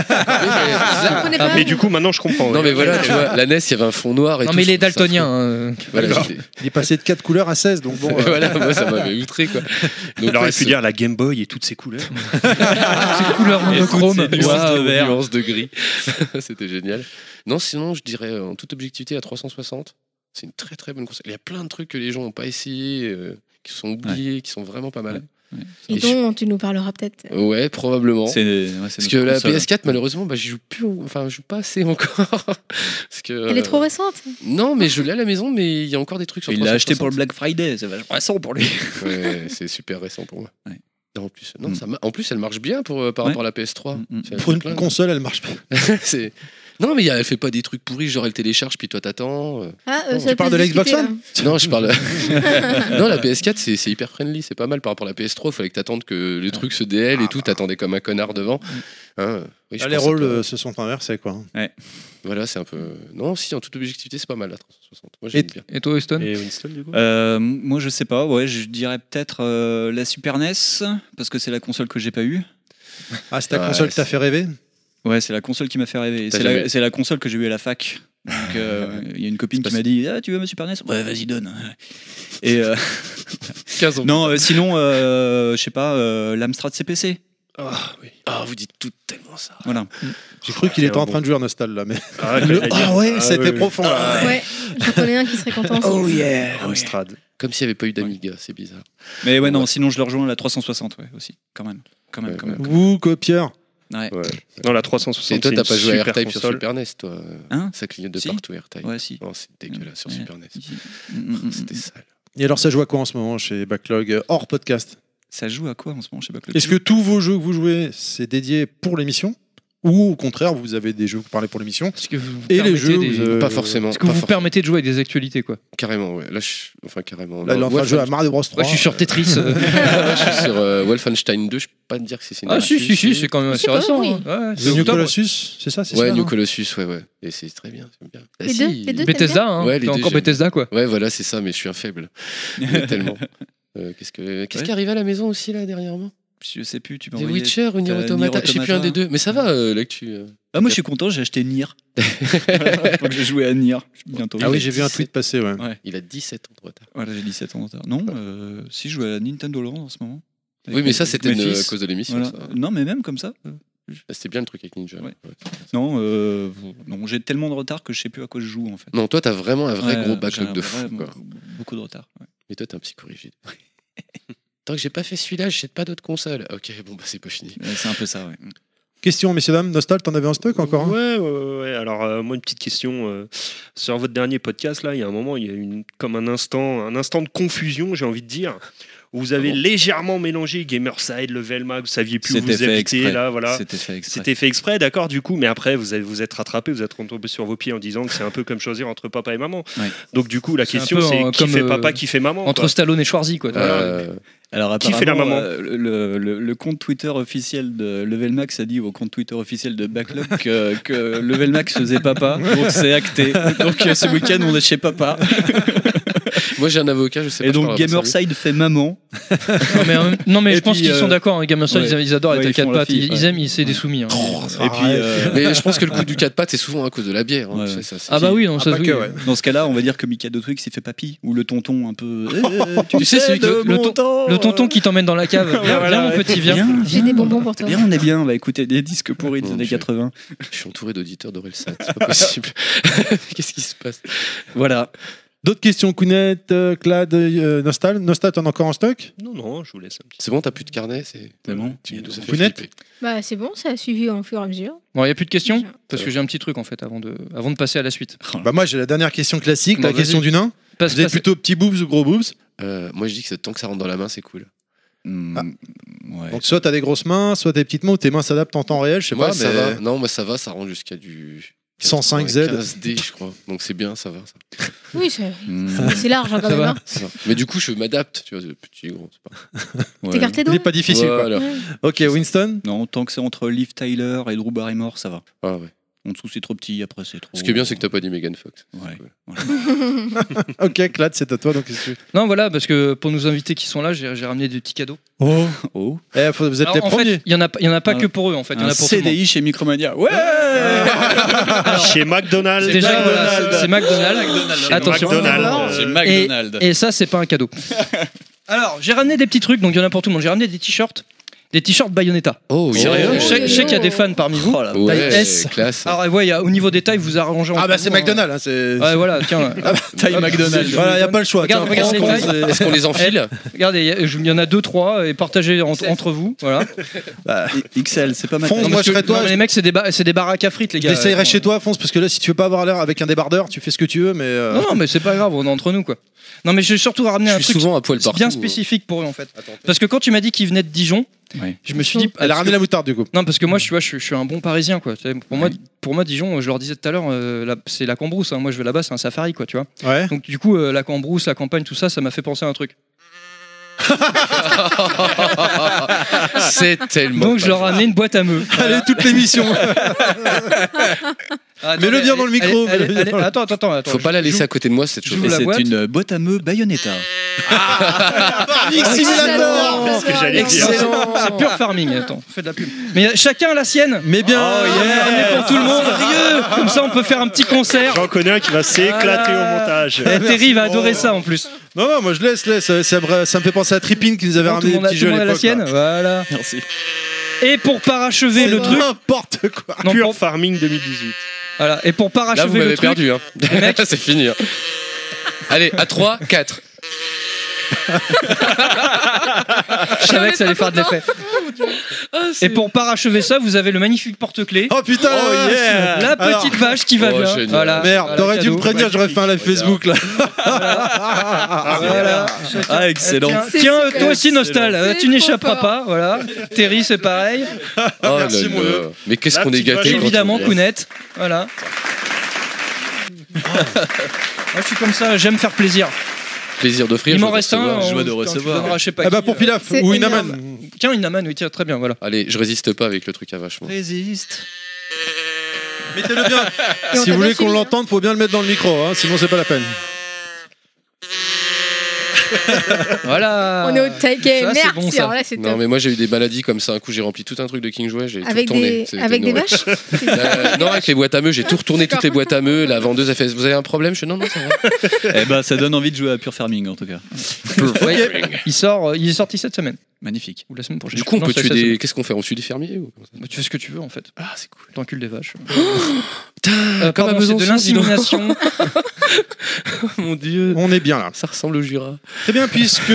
S2: Je connais pas.
S4: Mais du coup, maintenant, je comprends.
S6: Non,
S4: ouais.
S6: mais voilà, tu vois, la NES, il y avait un fond noir et
S3: Non,
S6: tout.
S3: mais il
S6: je
S3: est
S6: trouvais ça
S3: daltonien.
S6: affreux.
S3: hein.
S6: Voilà,
S1: D'accord.
S6: j'étais-
S1: Il est passé de 4 couleurs à 16, donc bon.
S6: voilà, moi, ça m'avait outré, quoi. Donc,
S4: Il aurait
S6: ouais,
S4: pu dire la Game Boy et toutes ses couleurs.
S3: C'est couleur monochrome.
S6: Toutes ces nuances
S3: Waouh.
S6: de vert, nuances de gris. C'était génial. Non, sinon, je dirais en toute objectivité à 360. C'est une très très bonne console. Il y a plein de trucs que les gens n'ont pas essayé, qui sont oubliés, qui sont vraiment pas mal.
S2: Et dont tu nous parleras peut-être.
S6: Ouais, probablement.
S5: C'est
S6: Parce que la PS4, malheureusement, bah, j'y joue plus. Enfin, je joue pas assez encore. Parce que,
S2: Elle est trop récente.
S6: Non, mais je l'ai à la maison, mais il y a encore des trucs sur
S5: Il l'a acheté
S6: 360.
S5: pour le Black Friday, c'est vachement récent pour lui.
S6: Ouais, c'est super récent pour moi.
S5: Ouais.
S6: Non, en plus, elle marche bien par rapport à la PS3. Elle
S1: Pour
S6: fait
S1: une
S6: plein de-
S1: console, elle marche pas.
S6: C'est- Non, mais elle fait pas des trucs pourris, genre elle télécharge puis toi t'attends.
S2: Ah,
S6: Non,
S2: ça
S1: tu parles
S2: peut
S1: de
S2: se
S1: l'Xbox
S2: discuter,
S1: One
S2: là.
S6: Non, je parle. Non, la PS4 c'est hyper friendly, c'est pas mal par rapport à la PS3. Il fallait que t'attendes que les trucs se DL et tout, t'attendais comme un connard devant. Hein, oui, je
S1: Là, les
S6: pense à
S1: rôles
S6: toi.
S1: se sont inversés, quoi.
S6: Voilà, c'est un peu. Non, si, en toute objectivité, c'est pas mal la 360. Moi j'aime bien.
S3: Et toi, Winston?
S4: Et Winston, du coup
S5: Moi, je sais pas. Ouais, je dirais peut-être la Super NES parce que c'est la console que j'ai pas eue.
S1: Ah, c'est ta
S6: Ouais,
S1: console qui t'a fait rêver?
S5: Ouais, c'est la console qui m'a fait rêver.
S6: T'as jamais-
S5: C'est la console que j'ai eue à la fac. Donc, il y a une copine qui m'a dit tu veux ma Super NES? Ouais, vas-y, donne. Et
S6: 15 ans.
S5: non, sinon, je sais pas, l'Amstrad CPC.
S6: Ah oui. Ah, vous dites tout tellement ça.
S5: Voilà.
S1: J'ai cru qu'il était en train de jouer à Nostal là, mais.
S4: Ah,
S1: ouais, c'était profond là.
S2: Ouais, j'en connais un qui serait content.
S5: Oh
S2: aussi.
S5: yeah.
S4: Amstrad.
S6: Comme s'il n'y avait pas eu d'Amiga, c'est bizarre.
S5: Mais ouais, non, sinon je le rejoins à la 360, ouais, aussi, quand même.
S6: Ouais,
S1: Vous, copieur.
S5: Ouais.
S4: Ouais. Non, la 360.
S6: Et toi,
S4: c'est
S6: t'as
S4: une
S6: pas joué à
S4: super
S6: R-Type sur
S4: console.
S6: Super NES, toi.
S5: Hein
S6: Ça clignote de
S5: Si.
S6: partout, R-Type.
S5: Ouais, si.
S6: Oh, c'est dégueulasse sur
S5: Ouais.
S6: Super NES.
S5: C'était
S6: C'était sale.
S1: Et alors, ça joue à quoi en ce moment chez Backlog, hors podcast?
S5: Ça joue à quoi en ce moment? Je sais pas.
S1: Est-ce que tous vos jeux que vous jouez, c'est dédié pour l'émission? Ou au contraire, vous avez des jeux que vous parlez pour l'émission?
S3: Est-ce que vous
S1: Et les
S3: permettez
S1: jeux,
S3: des-
S1: vous,
S6: Pas forcément.
S3: Est-ce que
S6: pas
S3: vous vous
S6: forcément.
S3: permettez de jouer avec des actualités, quoi?
S6: Carrément, ouais. Là, enfin, carrément.
S1: Là, il est en train de jouer à Mario Bros 3.
S3: Moi, je suis sur Tetris.
S6: Là, je suis sur Wolfenstein 2. Je peux pas te dire que c'est une
S3: Ah, si, c'est quand même assez
S2: C'est pas
S3: récent.
S2: oui.
S3: hein. Ouais,
S1: The
S3: c'est
S1: New
S3: octobre.
S1: Colossus, c'est ça? C'est
S6: Ouais,
S1: ça,
S6: New
S1: non
S6: Colossus, ouais. Et c'est très bien, j'aime bien. Ah,
S2: Les
S6: si.
S2: deux, les deux.
S3: Bethesda, hein.
S6: Ouais, les
S3: C'est
S6: deux,
S3: encore
S6: j'aime.
S3: Bethesda, quoi.
S6: Ouais, voilà, c'est ça, mais je suis un faible. Mais tellement. Qu'est-ce qui arrive à la maison aussi, là, dernièrement?
S5: Je sais plus, tu m'as
S6: The
S5: envoyé.
S6: Witcher ou Nier
S5: Nier
S6: Automata? Je sais plus un
S5: Automata.
S6: des deux. Mais ça va, l'actu.
S5: Ah, moi je suis content, j'ai acheté Nier. Donc j'ai joué à Nier bientôt.
S1: Ah oui, j'ai vu un tweet passer, ouais.
S6: Il a 17 ans de retard.
S5: Voilà, j'ai 17 ans en retard. Non, si je joue à Nintendo Land en ce moment.
S6: Oui, mais ça,
S5: Avec
S6: c'était
S5: mes
S6: à
S5: fils.
S6: cause de l'émission.
S5: Voilà.
S6: ça.
S5: Non, mais même comme ça.
S6: C'était bien le truc avec Ninja.
S5: Ouais.
S6: Ouais.
S5: Non, non, j'ai tellement de retard que je sais plus à quoi je joue en fait.
S6: Non, toi, t'as vraiment un vrai
S5: Ouais,
S6: gros
S5: j'ai
S6: backlog
S5: un
S6: de
S5: vrai-
S6: fou. Quoi.
S5: Beaucoup de retard. Ouais.
S6: Mais toi, t'es un psychorigide. Tant que j'ai pas fait celui-là, j'achète pas d'autres consoles. Ok, bon, bah c'est pas fini.
S5: C'est un peu ça, ouais.
S1: Question, messieurs, dames. Nostal, t'en avais en stock encore hein
S4: Ouais. Alors, moi, une petite question. Sur votre dernier podcast, là, il y a un moment, il y a eu comme un instant de confusion, j'ai envie de dire, où vous avez légèrement mélangé Gamerside, Level Max, vous saviez plus où
S5: C'était
S4: vous
S5: fait
S4: habitez,
S5: exprès.
S4: là, voilà.
S5: C'était fait exprès.
S4: C'était fait exprès, d'accord, du coup, mais après, vous êtes rattrapé, vous êtes retombé sur vos pieds en disant que c'est un peu comme choisir entre papa et maman.
S5: Ouais.
S4: Donc, du coup, la
S3: C'est un
S4: question,
S3: peu
S4: c'est qui
S3: comme,
S4: fait papa, qui fait maman.
S3: Entre
S4: quoi.
S3: Stallone et Schwarzy, quoi.
S5: Alors
S4: Qui fait la
S5: apparemment,
S4: maman
S5: le compte Twitter officiel de Level Max a dit au compte Twitter officiel de Backlog que Level Max faisait papa, donc c'est acté. Donc ce week-end on est chez papa.
S6: Moi, j'ai un avocat, je sais pas.
S5: Et
S6: je
S5: donc
S6: parlerai pas de ça,
S5: Gamerside fait maman.
S3: Non, mais
S5: Et
S3: je pense
S5: puis,
S3: qu'ils sont d'accord. Hein, Gamerside,
S5: ouais.
S3: ils adorent
S5: Ouais,
S3: être à
S5: ils
S3: quatre
S5: font la
S3: pattes.
S5: fille,
S3: Ils
S5: ouais.
S3: aiment, c'est des soumis. Hein.
S5: Et puis
S6: lui. Mais je pense que le coup du 4 pattes, c'est souvent à cause de la bière. Hein,
S5: Ouais,
S6: tu sais,
S5: ouais.
S6: ça, c'est-
S3: Ah bah oui, non, ça
S1: pas
S3: se
S1: que,
S3: oui.
S1: ouais.
S5: dans ce cas-là, on va dire que Mikado Twix il fait papy ou le tonton un peu.
S6: Tu sais, celui que-
S3: Le tonton qui t'emmène dans la cave. Viens, mon petit, viens.
S2: J'ai des bonbons pour toi.
S5: Viens, on est bien, on va écouter des disques pourris des
S6: Mon
S5: années
S6: Dieu.
S5: 80.
S6: Je suis entouré d'auditeurs d'Orelsan, c'est pas possible. Qu'est-ce qui se passe?
S5: Voilà.
S1: D'autres questions, Kounet, Clad, Nostal. Nostal, t'en as encore en stock
S4: Non, je vous laisse un petit.
S6: C'est bon, t'as plus de carnet? C'est
S5: bon.
S6: Tu nous as fait
S1: Kounet
S6: flipper.
S2: Bah, c'est bon, ça a suivi au fur et à mesure.
S3: Bon, il n'y a plus de questions
S2: Déjà.
S3: Parce que j'ai un petit truc en fait avant de passer à la suite.
S1: Bah moi j'ai la dernière question classique,
S3: Bon,
S1: la question
S3: vas-y.
S1: du nain.
S3: Passe,
S1: Vous êtes
S3: passe-
S1: plutôt petits boobs ou gros boobs
S6: Moi, je dis que tant que ça rentre dans la main, c'est cool.
S5: Ouais.
S1: Donc soit t'as des grosses mains, soit des petites mains où tes mains s'adaptent en temps réel, je sais
S6: Moi,
S1: pas,
S6: ça
S1: mais
S6: va. Non, moi, ça va, ça rentre jusqu'à du
S1: 105Z.
S6: 15D, je crois. Donc c'est bien, ça va. Ça.
S2: Oui,
S5: Mm.
S2: c'est large hein, quand
S3: Ça
S2: même.
S3: va.
S2: hein.
S6: Ça va. Mais du coup, je m'adapte, tu vois, de petit et gros. C'est pas...
S5: Ouais.
S2: T'écartes les
S1: il
S2: doigts
S1: est pas difficile quoi.
S6: Voilà.
S2: Ouais.
S1: Ok, Winston.
S5: Non, tant que c'est entre Liv Tyler et Drew Barrymore, ça va.
S6: Ah, ouais.
S5: En dessous, c'est trop petit, après, c'est trop.
S6: Ce qui est bien, c'est que t'as pas dit Megan Fox.
S5: Ouais.
S1: Ok, Clad, c'est à toi. Donc, qu'est-ce que tu-
S3: Non, voilà, parce que pour nos invités qui sont là, j'ai ramené des petits cadeaux.
S1: Oh,
S5: Oh.
S1: vous êtes
S3: Alors,
S1: les
S3: en
S1: premiers.
S3: fait, il y en a pas
S5: Ah.
S3: que pour eux en fait, il y en
S5: Un
S3: a pour tout le monde.
S5: CDI chez Micromania. Ouais.
S4: Chez McDonald's.
S3: Déjà, voilà,
S5: McDonald's.
S3: c'est McDonald's.
S4: Chez
S3: Attention.
S4: McDonald's.
S5: C'est McDonald's.
S3: Et ça, c'est pas un cadeau. Alors, j'ai ramené des petits trucs, donc il y en a pour tout le monde. J'ai ramené des t-shirts Bayonetta.
S6: Oh,
S3: Sérieux
S2: Oh.
S3: Je sais qu'il y a des fans parmi vous.
S5: Oh la
S6: Ouais,
S3: Taille S.
S6: classe.
S3: Alors, ouais, au niveau des tailles, vous arrangez en
S1: Ah bah c'est McDonald's, hein, c'est.
S3: Ouais, voilà, tiens.
S5: Taille
S3: Hop,
S5: McDonald's.
S1: Voilà, y a pas le choix.
S3: Regarde,
S1: tiens,
S3: regarde
S1: prends,
S3: les
S1: prends,
S3: tailles.
S1: c'est-
S6: Est-ce qu'on les enfile?
S3: Regardez, il y en a 2-3 et partagez entre vous. Voilà.
S1: Bah,
S5: XL, c'est pas ma
S1: Fonce,
S5: taille.
S1: moi,
S3: Parce
S1: je
S3: que-
S1: serais toi,
S3: non, mais les mecs, c'est des baraques à frites, les
S1: je
S3: gars.
S1: l'essayerai chez toi, fonce, parce que là, si tu veux pas avoir l'air avec un débardeur, tu fais ce que tu veux, mais.
S3: Non, mais c'est pas grave, on est entre nous, quoi. Non, mais j'ai surtout ramené un
S6: Je suis
S3: truc
S6: souvent à poil partout.
S3: bien spécifique pour eux, en fait. Parce que quand tu m'as dit qu'ils venaient de Dijon,
S5: Ouais.
S3: je me suis dit.
S1: Elle a ramené la moutarde, du coup.
S3: Non, parce que moi, je suis un bon Parisien, quoi. Tu sais, pour moi, Dijon, je leur disais tout à l'heure, c'est la Cambrousse. Hein. Moi, je vais là-bas, c'est un safari, quoi, tu vois.
S1: Ouais.
S3: Donc, du coup, la Cambrousse, la campagne, tout ça, ça m'a fait penser à un truc.
S6: C'est tellement.
S3: Donc, je leur ai amené une boîte à meux.
S1: Allez, toute l'émission.
S3: Ah,
S1: Mets-le bien dans le micro,
S3: allez,
S1: mets-le bien
S3: allez,
S1: dans le-
S3: attends.
S6: Faut pas la laisser à côté de moi, cette chose.
S3: J'ouvre
S5: Et
S3: la
S5: c'est
S3: boîte.
S5: une boîte à meux Bayonetta.
S1: Mix Simulator.
S4: C'est ce que j'allais dire.
S3: C'est pur farming, attends, fais de la pub. Mais chacun a la sienne.
S1: Mais bien.
S3: On est pour tout le monde. Sérieux. Comme ça, on peut faire un petit concert.
S4: J'en connais un qui va s'éclater au montage.
S3: Eh, Terry va adorer ça en plus.
S1: Non, non, moi je laisse. Ça me fait penser à Trippin qui nous avait
S3: Tout le
S1: ramené des
S3: monde a,
S1: petits
S3: tout le
S1: jeux à
S3: monde a la
S1: l'époque.
S3: sienne.
S1: là.
S3: Voilà.
S5: Merci.
S3: Et pour parachever
S1: C'est
S3: le truc.
S1: n'importe quoi.
S3: Non,
S4: Pure
S3: pour-
S4: Farming 2018.
S3: Voilà. Et pour
S6: Là, vous
S3: parachever
S6: m'avez
S3: le truc.
S6: perdu. Hein. C'est fini. Hein. Allez, à 3, 4.
S3: Je savais que ça allait faire de l'effet. Et pour parachever ça, vous avez le magnifique porte-clés.
S1: Oh putain.
S5: Oh, yeah.
S3: La
S1: Alors-
S3: petite vache qui va
S6: Oh,
S3: bien.
S6: génial.
S3: Voilà.
S1: Merde,
S3: Voilà,
S1: t'aurais dû
S3: cadeau.
S1: me prévenir, j'aurais fait un live Facebook là.
S3: Voilà.
S5: Ah, excellent.
S3: Tiens,
S2: C'est
S3: tiens,
S2: super.
S3: toi aussi, Nostal,
S2: C'est
S3: tu n'échapperas
S2: trop
S3: pas. Voilà. Terry, c'est pareil.
S6: Oh
S1: Merci,
S6: là
S1: mon
S6: là.
S1: vieux.
S6: Mais qu'est-ce
S4: La
S6: qu'on est
S4: petite vache,
S6: gâté.
S3: Évidemment,
S6: quand on-
S3: Kounet. Voilà. Moi, je suis comme ça, j'aime faire plaisir.
S6: Plaisir d'offrir.
S3: Il m'en
S6: joie de
S3: reste un.
S6: recevoir.
S5: joie de
S3: tu
S5: recevoir.
S3: donneras, je sais pas
S1: Ah bah
S3: qui,
S1: pour Pilaf
S2: C'est
S1: ou
S2: énorme.
S1: Inaman.
S3: Tiens, une amane, oui, tiens, très bien, voilà.
S6: Allez, je résiste pas avec le truc à vache. Moi.
S5: Résiste.
S1: Mettez-le bien.
S2: Et on
S1: Si
S2: t'a
S1: vous voulez
S2: bien
S1: qu'on
S2: suivi,
S1: l'entende, faut bien le mettre dans le micro, hein, sinon c'est pas la peine.
S3: Voilà.
S2: On est au taquet.
S3: Ça, c'est
S2: Merci.
S3: bon, ça.
S2: Alors là, c'est
S6: Non,
S2: top.
S6: mais moi j'ai eu des maladies comme ça. Un coup, j'ai rempli tout un truc de King Jouet, j'ai tout
S2: Avec
S6: retourné.
S2: des,
S6: C'était
S2: avec des
S6: une horreur.
S2: vaches.
S6: Non, avec les boîtes à meux, j'ai tout retourné, toutes les boîtes à meux. La vendeuse a fait vous avez un problème? Je fais non, ça va.
S5: Eh ben, ça donne envie de jouer à Pure Farming en tout cas.
S3: Ouais, il est sorti cette semaine.
S5: Magnifique.
S3: ou la semaine prochaine.
S6: Du coup, on
S3: Non,
S6: peut
S3: c'est
S6: tuer
S3: cette
S6: des.
S3: semaine.
S6: Qu'est-ce qu'on fait? On tue des fermiers ou...
S3: Bah, tu fais ce que tu veux en fait.
S6: Ah, c'est cool.
S3: T'encules des vaches.
S6: Comme à
S3: Pardon, c'est de
S6: Besançon, dis donc.
S3: l'insémination.
S6: Mon Dieu.
S1: On est bien là.
S6: Ça ressemble au Jura.
S1: Très bien, puisque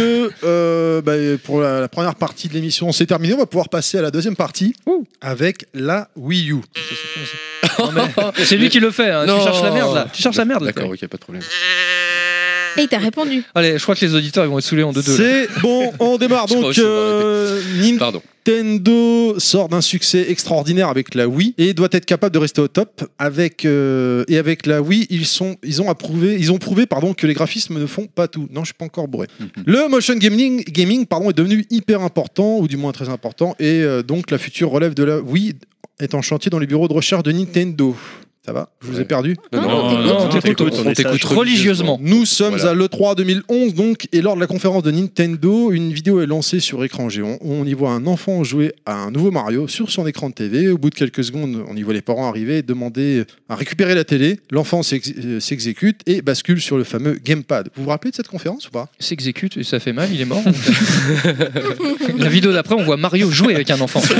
S1: pour la première partie de l'émission, c'est terminé. On va pouvoir passer à la deuxième partie avec la Wii U.
S3: Non, mais c'est lui qui le fait. Hein. Tu
S6: Non.
S3: cherches la merde là. Tu cherches la merde. Là,
S6: D'accord,
S3: toi.
S6: ok, pas de problème.
S2: Et il t'a répondu.
S3: Allez, je crois que les auditeurs ils vont être saoulés en 2-2. là.
S1: C'est bon, on démarre.
S6: Je crois
S1: Donc,
S6: aussi, on va Pardon.
S1: Nintendo sort d'un succès extraordinaire avec la Wii et doit être capable de rester au top. Avec la Wii, ils ont prouvé que les graphismes ne font pas tout. Non, je suis pas encore bourré. Le motion gaming est devenu hyper important, ou du moins très important, et donc la future relève de la Wii est en chantier dans les bureaux de recherche de Nintendo. Ça va? Je vous ai
S6: Ouais.
S1: perdu?
S3: Non, on t'écoute religieusement.
S1: Nous sommes
S6: Voilà.
S1: à l'E3 2011 donc, et lors de la conférence de Nintendo, une vidéo est lancée sur écran géant où on y voit un enfant jouer à un nouveau Mario sur son écran de TV. Au bout de quelques secondes, on y voit les parents arriver et demander à récupérer la télé. L'enfant s'exécute et bascule sur le fameux gamepad. Vous vous rappelez de cette conférence ou pas?
S3: S'exécute et ça fait mal, il est mort. La vidéo d'après, on voit Mario jouer avec un enfant.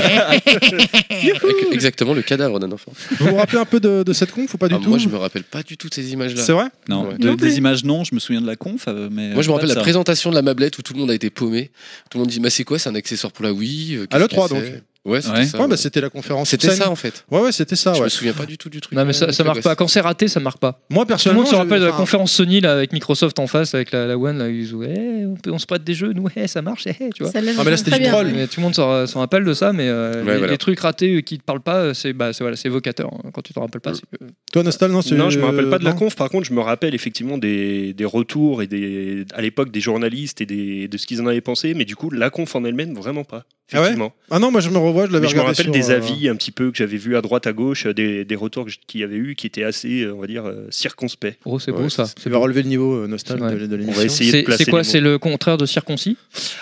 S6: Exactement, le cadavre d'un enfant.
S1: Vous vous rappelez un peu de cette conf ou pas du tout?
S6: Moi, je me rappelle pas du tout de ces images-là.
S1: C'est vrai?
S5: Non,
S6: Ouais.
S2: Non plus.
S5: des images non, je me souviens de la conf, mais.
S6: Moi, je me rappelle
S5: pas
S6: la
S5: de ça.
S6: présentation de la mablette où tout le monde a été paumé. Tout le monde dit, mais c'est quoi? C'est un accessoire pour la Wii?
S1: À
S6: Qu'est-ce
S1: l'E3
S6: que
S1: donc.
S6: c'est Ouais, c'était
S5: Ouais.
S6: ça.
S1: Ouais, bah, c'était la conférence.
S6: C'était
S1: scène.
S6: ça en fait.
S1: Ouais, c'était ça.
S6: Je
S1: Ouais.
S6: me souviens pas du tout du truc.
S3: Non mais ça marque pas. Quand c'est raté, ça marque pas.
S1: Moi
S3: Tout le
S1: personnellement,
S3: monde se rappelle de la
S1: enfin,
S3: conférence Sony là, avec Microsoft en face, avec la One, là, ils jouaient, on se prête des jeux, nous, ça marche, tu vois.
S2: Ça lève
S1: Ah, mais là, c'était
S2: très
S1: du
S2: bien,
S1: troll.
S2: ouais.
S3: Mais tout le monde s'en rappelle de ça, mais
S6: voilà.
S3: les trucs ratés qui te parlent pas, c'est évocateur. Quand tu t'en rappelles pas, c'est que...
S1: Toi, Nostal, non?
S4: Non, je me rappelle pas de la
S1: non
S4: conf. Par contre, je me rappelle effectivement des retours et à l'époque des journalistes et de ce qu'ils en avaient pensé. Mais du coup, la conf en elle-même, vraiment pas.
S1: Ah ouais
S4: Effectivement.
S1: Ah non, moi je me revois, je l'avais
S4: Mais je me
S1: regardé
S4: rappelle
S1: sur,
S4: des avis un petit peu que j'avais vus à droite, à gauche, des retours qu'il y avait eu qui étaient assez, on va dire, circonspects.
S3: Oh, c'est
S6: Ouais,
S3: beau ça.
S1: Tu vas relever le niveau, Nostal,
S3: Ouais.
S1: de
S4: On
S1: l'émission.
S4: va essayer de
S3: C'est
S4: placer
S3: quoi?
S4: les mots.
S3: C'est le contraire de circoncis?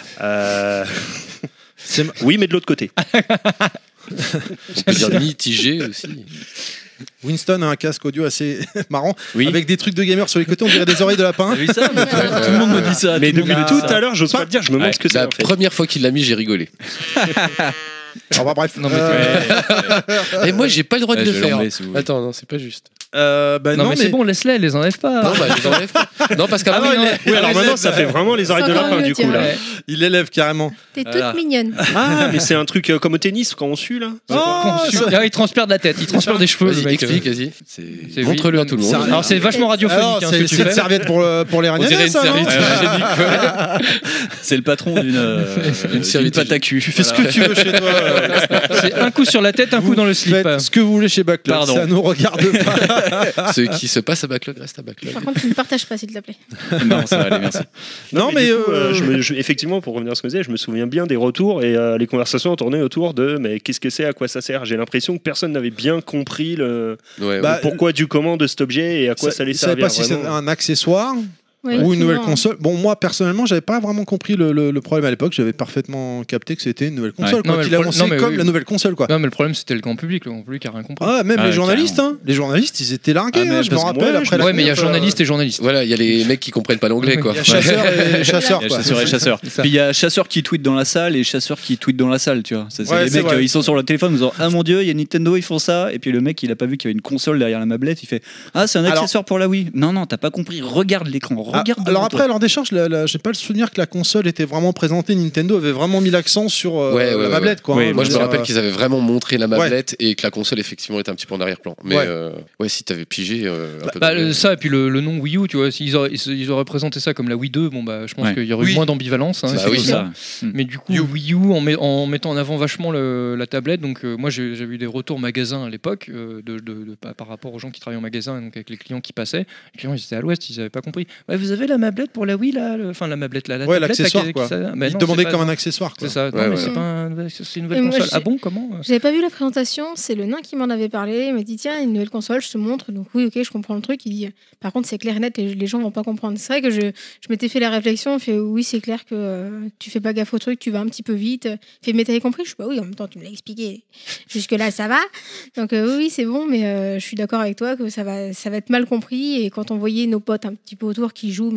S4: Oui, mais de l'autre côté.
S6: On peut dire mitigé aussi.
S1: Winston a un casque audio assez marrant,
S5: Oui.
S1: avec des trucs de gamer sur les côtés, on dirait des oreilles de lapin.
S5: T'as vu ça? Mais tout le monde me dit ça.
S4: Mais
S5: tout le
S4: depuis
S5: monde me dit
S4: tout
S5: ça.
S4: à l'heure, j'ose pas te dire, je me demande ce que c'est.
S6: La
S4: en fait.
S6: première fois qu'il l'a mis, j'ai rigolé.
S1: Alors, bah, bref.
S3: Non, mais
S6: Et moi, j'ai pas le droit de
S5: Ouais,
S6: le
S5: je vais
S6: faire.
S5: l'enlever, si vous voulez.
S6: Attends, non, c'est pas juste.
S1: Bah,
S3: non, mais c'est bon, laisse-les, les enlève pas.
S6: Non, bah, je les enlève pas. Non, parce
S1: Ah
S6: qu'après,
S1: non,
S4: Oui, alors maintenant, ça fait vraiment les oreilles de
S2: C'est encore
S4: lapin
S2: mieux,
S4: du coup
S2: tiens.
S4: là.
S3: Ouais.
S1: il l'élève carrément.
S2: T'es toute
S5: Voilà.
S2: mignonne.
S4: Ah, mais c'est un truc comme au tennis quand on sue là.
S3: Ah, il transpire de la tête, il transpire des cheveux, le
S6: vas-y,
S3: mec.
S6: explique, vas-y.
S3: C'est-
S6: Montre-le à tout le monde.
S1: C'est-
S3: Alors c'est vachement radiophonique
S1: Alors,
S3: hein, ce que
S1: c'est
S3: tu
S1: c'est une
S3: fais.
S1: serviette pour les
S6: On dirait
S1: Ranianais,
S6: une
S1: ça, non
S6: serviette.
S5: C'est le patron d'une
S6: serviette.
S5: pâte à cul.
S1: Tu fais ce que tu veux chez toi.
S3: C'est un coup sur la tête, un coup dans le slip.
S1: Faites ce que vous voulez chez Backlog,
S5: Pardon.
S1: ça nous regarde pas.
S6: Ce qui se passe à Backlog reste à Backlog.
S2: Par contre, tu ne partages pas, s'il te plaît.
S5: Non, ça va aller, merci.
S1: Non, mais
S4: du coup, effectivement, pour revenir à ce que je disais, je me souviens bien des retours et les conversations tournaient autour de mais qu'est-ce que c'est, à quoi ça sert. J'ai l'impression que personne n'avait bien compris
S6: Ouais,
S1: Bah,
S6: ouais.
S4: pourquoi du comment de cet objet et à quoi ça allait
S1: je savais
S4: servir.
S1: pas si c'était
S4: vraiment.
S1: un accessoire
S2: Ouais,
S1: ou une nouvelle
S2: souvent.
S1: console. Bon, moi personnellement, j'avais pas vraiment compris le problème à l'époque. J'avais parfaitement capté que c'était une nouvelle console.
S5: Ouais.
S1: Quoi,
S3: Non, mais
S1: qu'il
S3: le pro-
S1: annonçait
S3: non, mais
S1: comme
S3: oui.
S1: la nouvelle console, quoi.
S3: Non mais le problème c'était le grand public qui a rien compris.
S1: Ah, même
S5: Ah,
S1: les journalistes,
S5: carrément.
S1: hein. Les journalistes, ils étaient largués.
S5: Ah, mais
S1: hein, je me
S5: parce que
S1: rappelle
S5: moi,
S1: après la
S3: Ouais mais il y a
S1: conf,
S3: journalistes et journalistes.
S6: Voilà, il y a les mecs qui comprennent pas l'anglais, quoi.
S1: Il y a chasseurs et chasseurs,
S5: Il y a
S1: quoi.
S5: chasseur et chasseur.
S3: C'est ça.
S5: Puis il y a chasseur qui tweet dans la salle et chasseur qui tweet dans la salle, tu vois. C'est
S1: Ouais,
S5: les
S1: c'est
S5: mecs,
S1: vrai.
S5: ils sont sur le téléphone en disant ah mon dieu, il y a Nintendo, ils font ça. Et puis le mec, il a pas vu qu'il y avait une console derrière la mablette. Il fait ah c'est un
S1: Alors-
S5: accessoire pour la Wii. Non non, t'as pas compris. Regarde l'écran.
S1: Ah,
S5: Regarde.
S1: alors
S5: devant
S1: après,
S5: toi.
S1: lors des charges, j'ai pas le souvenir que la console était vraiment présentée. Nintendo avait vraiment mis l'accent sur
S6: Ouais,
S1: la
S6: ouais,
S1: mablette, quoi.
S5: Oui,
S1: hein.
S6: Moi, je me
S1: veux
S6: rappelle
S1: dire,
S6: qu'ils avaient vraiment montré la mablette et que la console, effectivement, était un petit peu en arrière-plan. Mais
S1: Ouais.
S6: ouais, si t'avais pigé un peu.
S3: Ça et puis le nom Wii U, tu vois, s'ils auraient présenté ça comme la Wii 2, bon bah je pense
S5: Ouais.
S3: qu'il y aurait
S1: Oui.
S3: eu moins d'ambivalence. Hein,
S6: Bah
S3: c'est
S6: oui,
S3: comme
S5: ça.
S3: Mais du coup, Wii U en mettant en avant vachement la tablette, donc moi j'ai eu des retours magasins à l'époque par rapport aux gens qui travaillaient en magasin, et donc avec les clients qui passaient. Les clients ils étaient à l'ouest, ils n'avaient pas compris. Ouais, vous avez la mablette pour la Wii là, enfin la mablette là, la
S1: Ouais,
S3: tablette,
S1: l'accessoire,
S3: là,
S1: quoi.
S3: Mais
S1: Ils
S3: non,
S1: demandaient
S3: c'est
S1: comme
S3: pas-
S1: un accessoire, quoi.
S3: C'est ça.
S6: Ouais,
S3: Non, mais
S6: ouais.
S3: c'est une nouvelle
S2: Et moi,
S3: console.
S2: j'ai-
S3: Ah bon, comment
S2: J'avais pas vu la présentation, c'est le nain qui m'en avait parlé. Il m'a dit tiens, une nouvelle console, je te montre. Donc oui, ok, je comprends le truc. Il dit par contre, c'est clair et net, les gens vont pas comprendre. C'est vrai que je m'étais fait la réflexion, fait oui, c'est clair que tu fais pas gaffe au truc, tu vas un petit peu vite. Fait mais t'avais compris? Je suis bah oui, en même temps, tu me l'as expliqué. Jusque-là, ça va. Donc oui, c'est bon, mais je suis d'accord avec toi que ça va être mal compris. Et quand on voyait nos potes un petit peu autour qui jouent, mais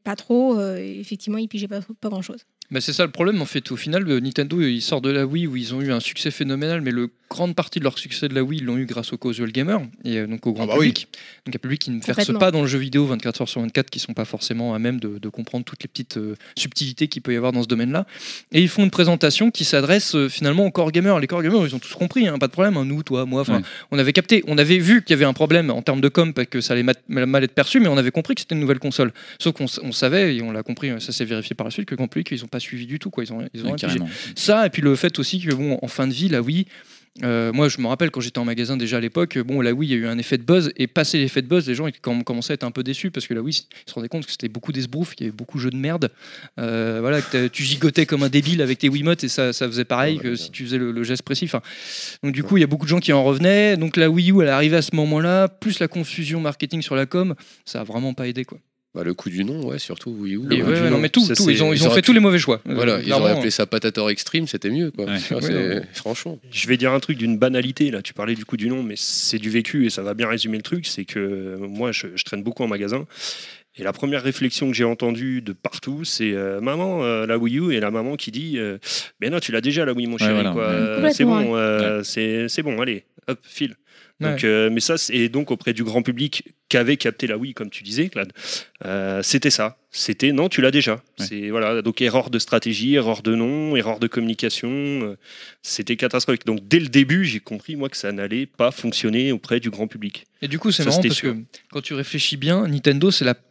S2: pas trop. Effectivement, ils pigeaient pas grand-chose.
S3: Bah c'est ça le problème en fait. Au final, Nintendo il sort de la Wii où ils ont eu un succès phénoménal, mais grande partie de leur succès de la Wii ils l'ont eu grâce aux casual gamers et donc au grand public. Donc un public qui ne verse pas dans le jeu vidéo 24h/24, qui sont pas forcément à même de comprendre toutes les petites subtilités qu'il peut y avoir dans ce domaine-là. Et ils font une présentation qui s'adresse finalement aux core gamers. Les core gamers ils ont tous compris, hein, pas de problème. Hein, nous, toi, moi, on avait capté, on avait vu qu'il y avait un problème en termes de com, parce que ça allait mal être perçu, mais on avait compris que c'était une nouvelle console. Sauf qu'on savait et on l'a compris, ça s'est vérifié par la suite que le grand public ils ont pas suivi du tout, quoi. Ils ont ça, et puis le fait aussi que en fin de vie la Wii, moi je me rappelle quand j'étais en magasin déjà à l'époque, la Wii il y a eu un effet de buzz, et passé l'effet de buzz les gens ils commençaient à être un peu déçus parce que la Wii ils se rendaient compte que c'était beaucoup d'esbrouf, qu'il y avait beaucoup de jeux de merde, que tu gigotais comme un débile avec tes Wiimotes et ça faisait pareil que si tu faisais le geste précis. Donc du coup il y a beaucoup de gens qui en revenaient, donc la Wii U elle est arrivée à ce moment là, plus la confusion marketing sur la com, ça a vraiment pas aidé, quoi.
S6: Le coup du nom, surtout Wii U.
S3: Non, mais ils ont fait tous les mauvais choix.
S6: Voilà, ils auraient appelé ça Patator Extreme, c'était mieux, quoi. Franchement.
S4: Je vais dire un truc d'une banalité, là. Tu parlais du coup du nom, mais c'est du vécu et ça va bien résumer le truc. C'est que moi, je traîne beaucoup en magasin. Et la première réflexion que j'ai entendue de partout, c'est maman, la Wii U, et la maman qui dit mais non, tu l'as déjà la Wii, mon chéri. C'est bon, c'est bon, allez, hop, file. Donc, mais ça, c'est donc auprès du grand public qu'avait capté la Wii, comme tu disais, Claude. C'était ça. C'était non, tu l'as déjà. C'est donc erreur de stratégie, erreur de nom, erreur de communication. C'était catastrophique. Donc dès le début, j'ai compris moi que ça n'allait pas fonctionner auprès du grand public.
S3: Et du coup, c'est marrant parce que quand tu réfléchis bien, Nintendo, c'est la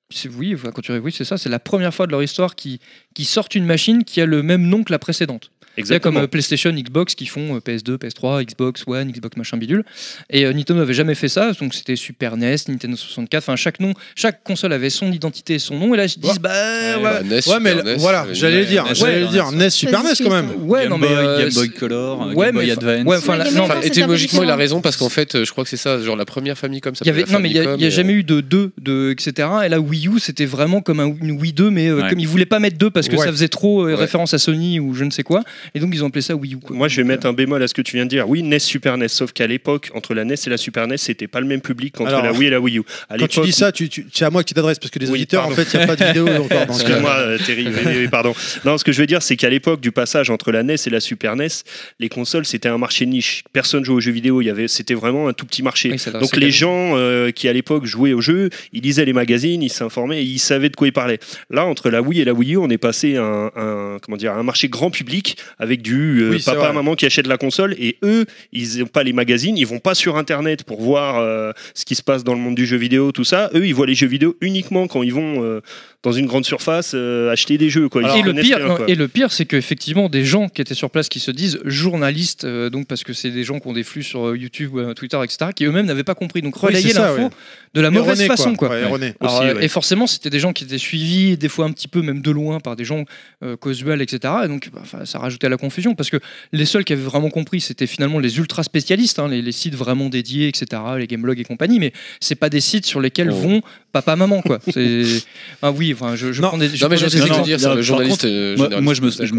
S3: première fois de leur histoire qui sortent une machine qui a le même nom que la précédente.
S4: Exactement.
S3: Comme PlayStation, Xbox qui font PS2, PS3, Xbox One, Xbox machin bidule. Et Nintendo n'avait jamais fait ça, donc c'était Super NES, Nintendo 64, enfin chaque console avait son identité et son nom, et là ils se disent
S1: j'allais dire NES, Super NES quand même.
S5: Game Boy Color, Game Boy Advance.
S6: Étymologiquement il a raison, parce qu'en fait je crois que c'est ça, genre la première Famicom ça s'appelait
S3: non mais il n'y a jamais eu de 2 etc. Et là Wii U c'était vraiment comme une Wii 2, mais comme ils voulaient pas mettre 2 parce que ça faisait trop référence à Sony ou je ne sais quoi. Et donc ils ont appelé ça Wii U, quoi.
S4: Moi je vais mettre un bémol à ce que tu viens de dire. Oui, NES, Super NES, sauf qu'à l'époque, entre la NES et la Super NES, c'était pas le même public qu'entre la Wii et la Wii U.
S1: Quand tu dis ça, c'est à moi que tu t'adresses, parce que les auditeurs, en fait, il n'y a pas de vidéo encore.
S4: Excuse-moi, Terry, pardon. Non, ce que je veux dire, c'est qu'à l'époque du passage entre la NES et la Super NES, les consoles, c'était un marché niche. Personne jouait aux jeux vidéo, c'était vraiment un tout petit marché. Donc les gens qui à l'époque jouaient aux jeux, ils lisaient les magazines, ils s'informaient et ils savaient de quoi ils parlaient. Là, entre la Wii et la Wii U, on est passé à un marché grand public avec du papa, maman qui achètent la console, et eux, ils n'ont pas les magazines, ils vont pas sur Internet pour voir ce qui se passe dans le monde du jeu vidéo, tout ça. Eux, ils voient les jeux vidéo uniquement quand ils vont dans une grande surface acheter des jeux, quoi.
S3: Et le pire, c'est qu'effectivement, des gens qui étaient sur place qui se disent journalistes, donc parce que c'est des gens qui ont des flux sur YouTube, Twitter, etc., qui eux-mêmes n'avaient pas compris, donc relayer l'info de la mauvaise façon, quoi. Et forcément, c'était des gens qui étaient suivis, des fois un petit peu même de loin, par des gens casual, etc. Et donc, ça rajoutait à la confusion, parce que les seuls qui avaient vraiment compris, c'était finalement les ultra spécialistes, les sites vraiment dédiés, etc., les gamelogs et compagnie, mais c'est pas des sites sur lesquels vont papa, maman, quoi. Je prends des
S6: le journaliste.
S5: Moi,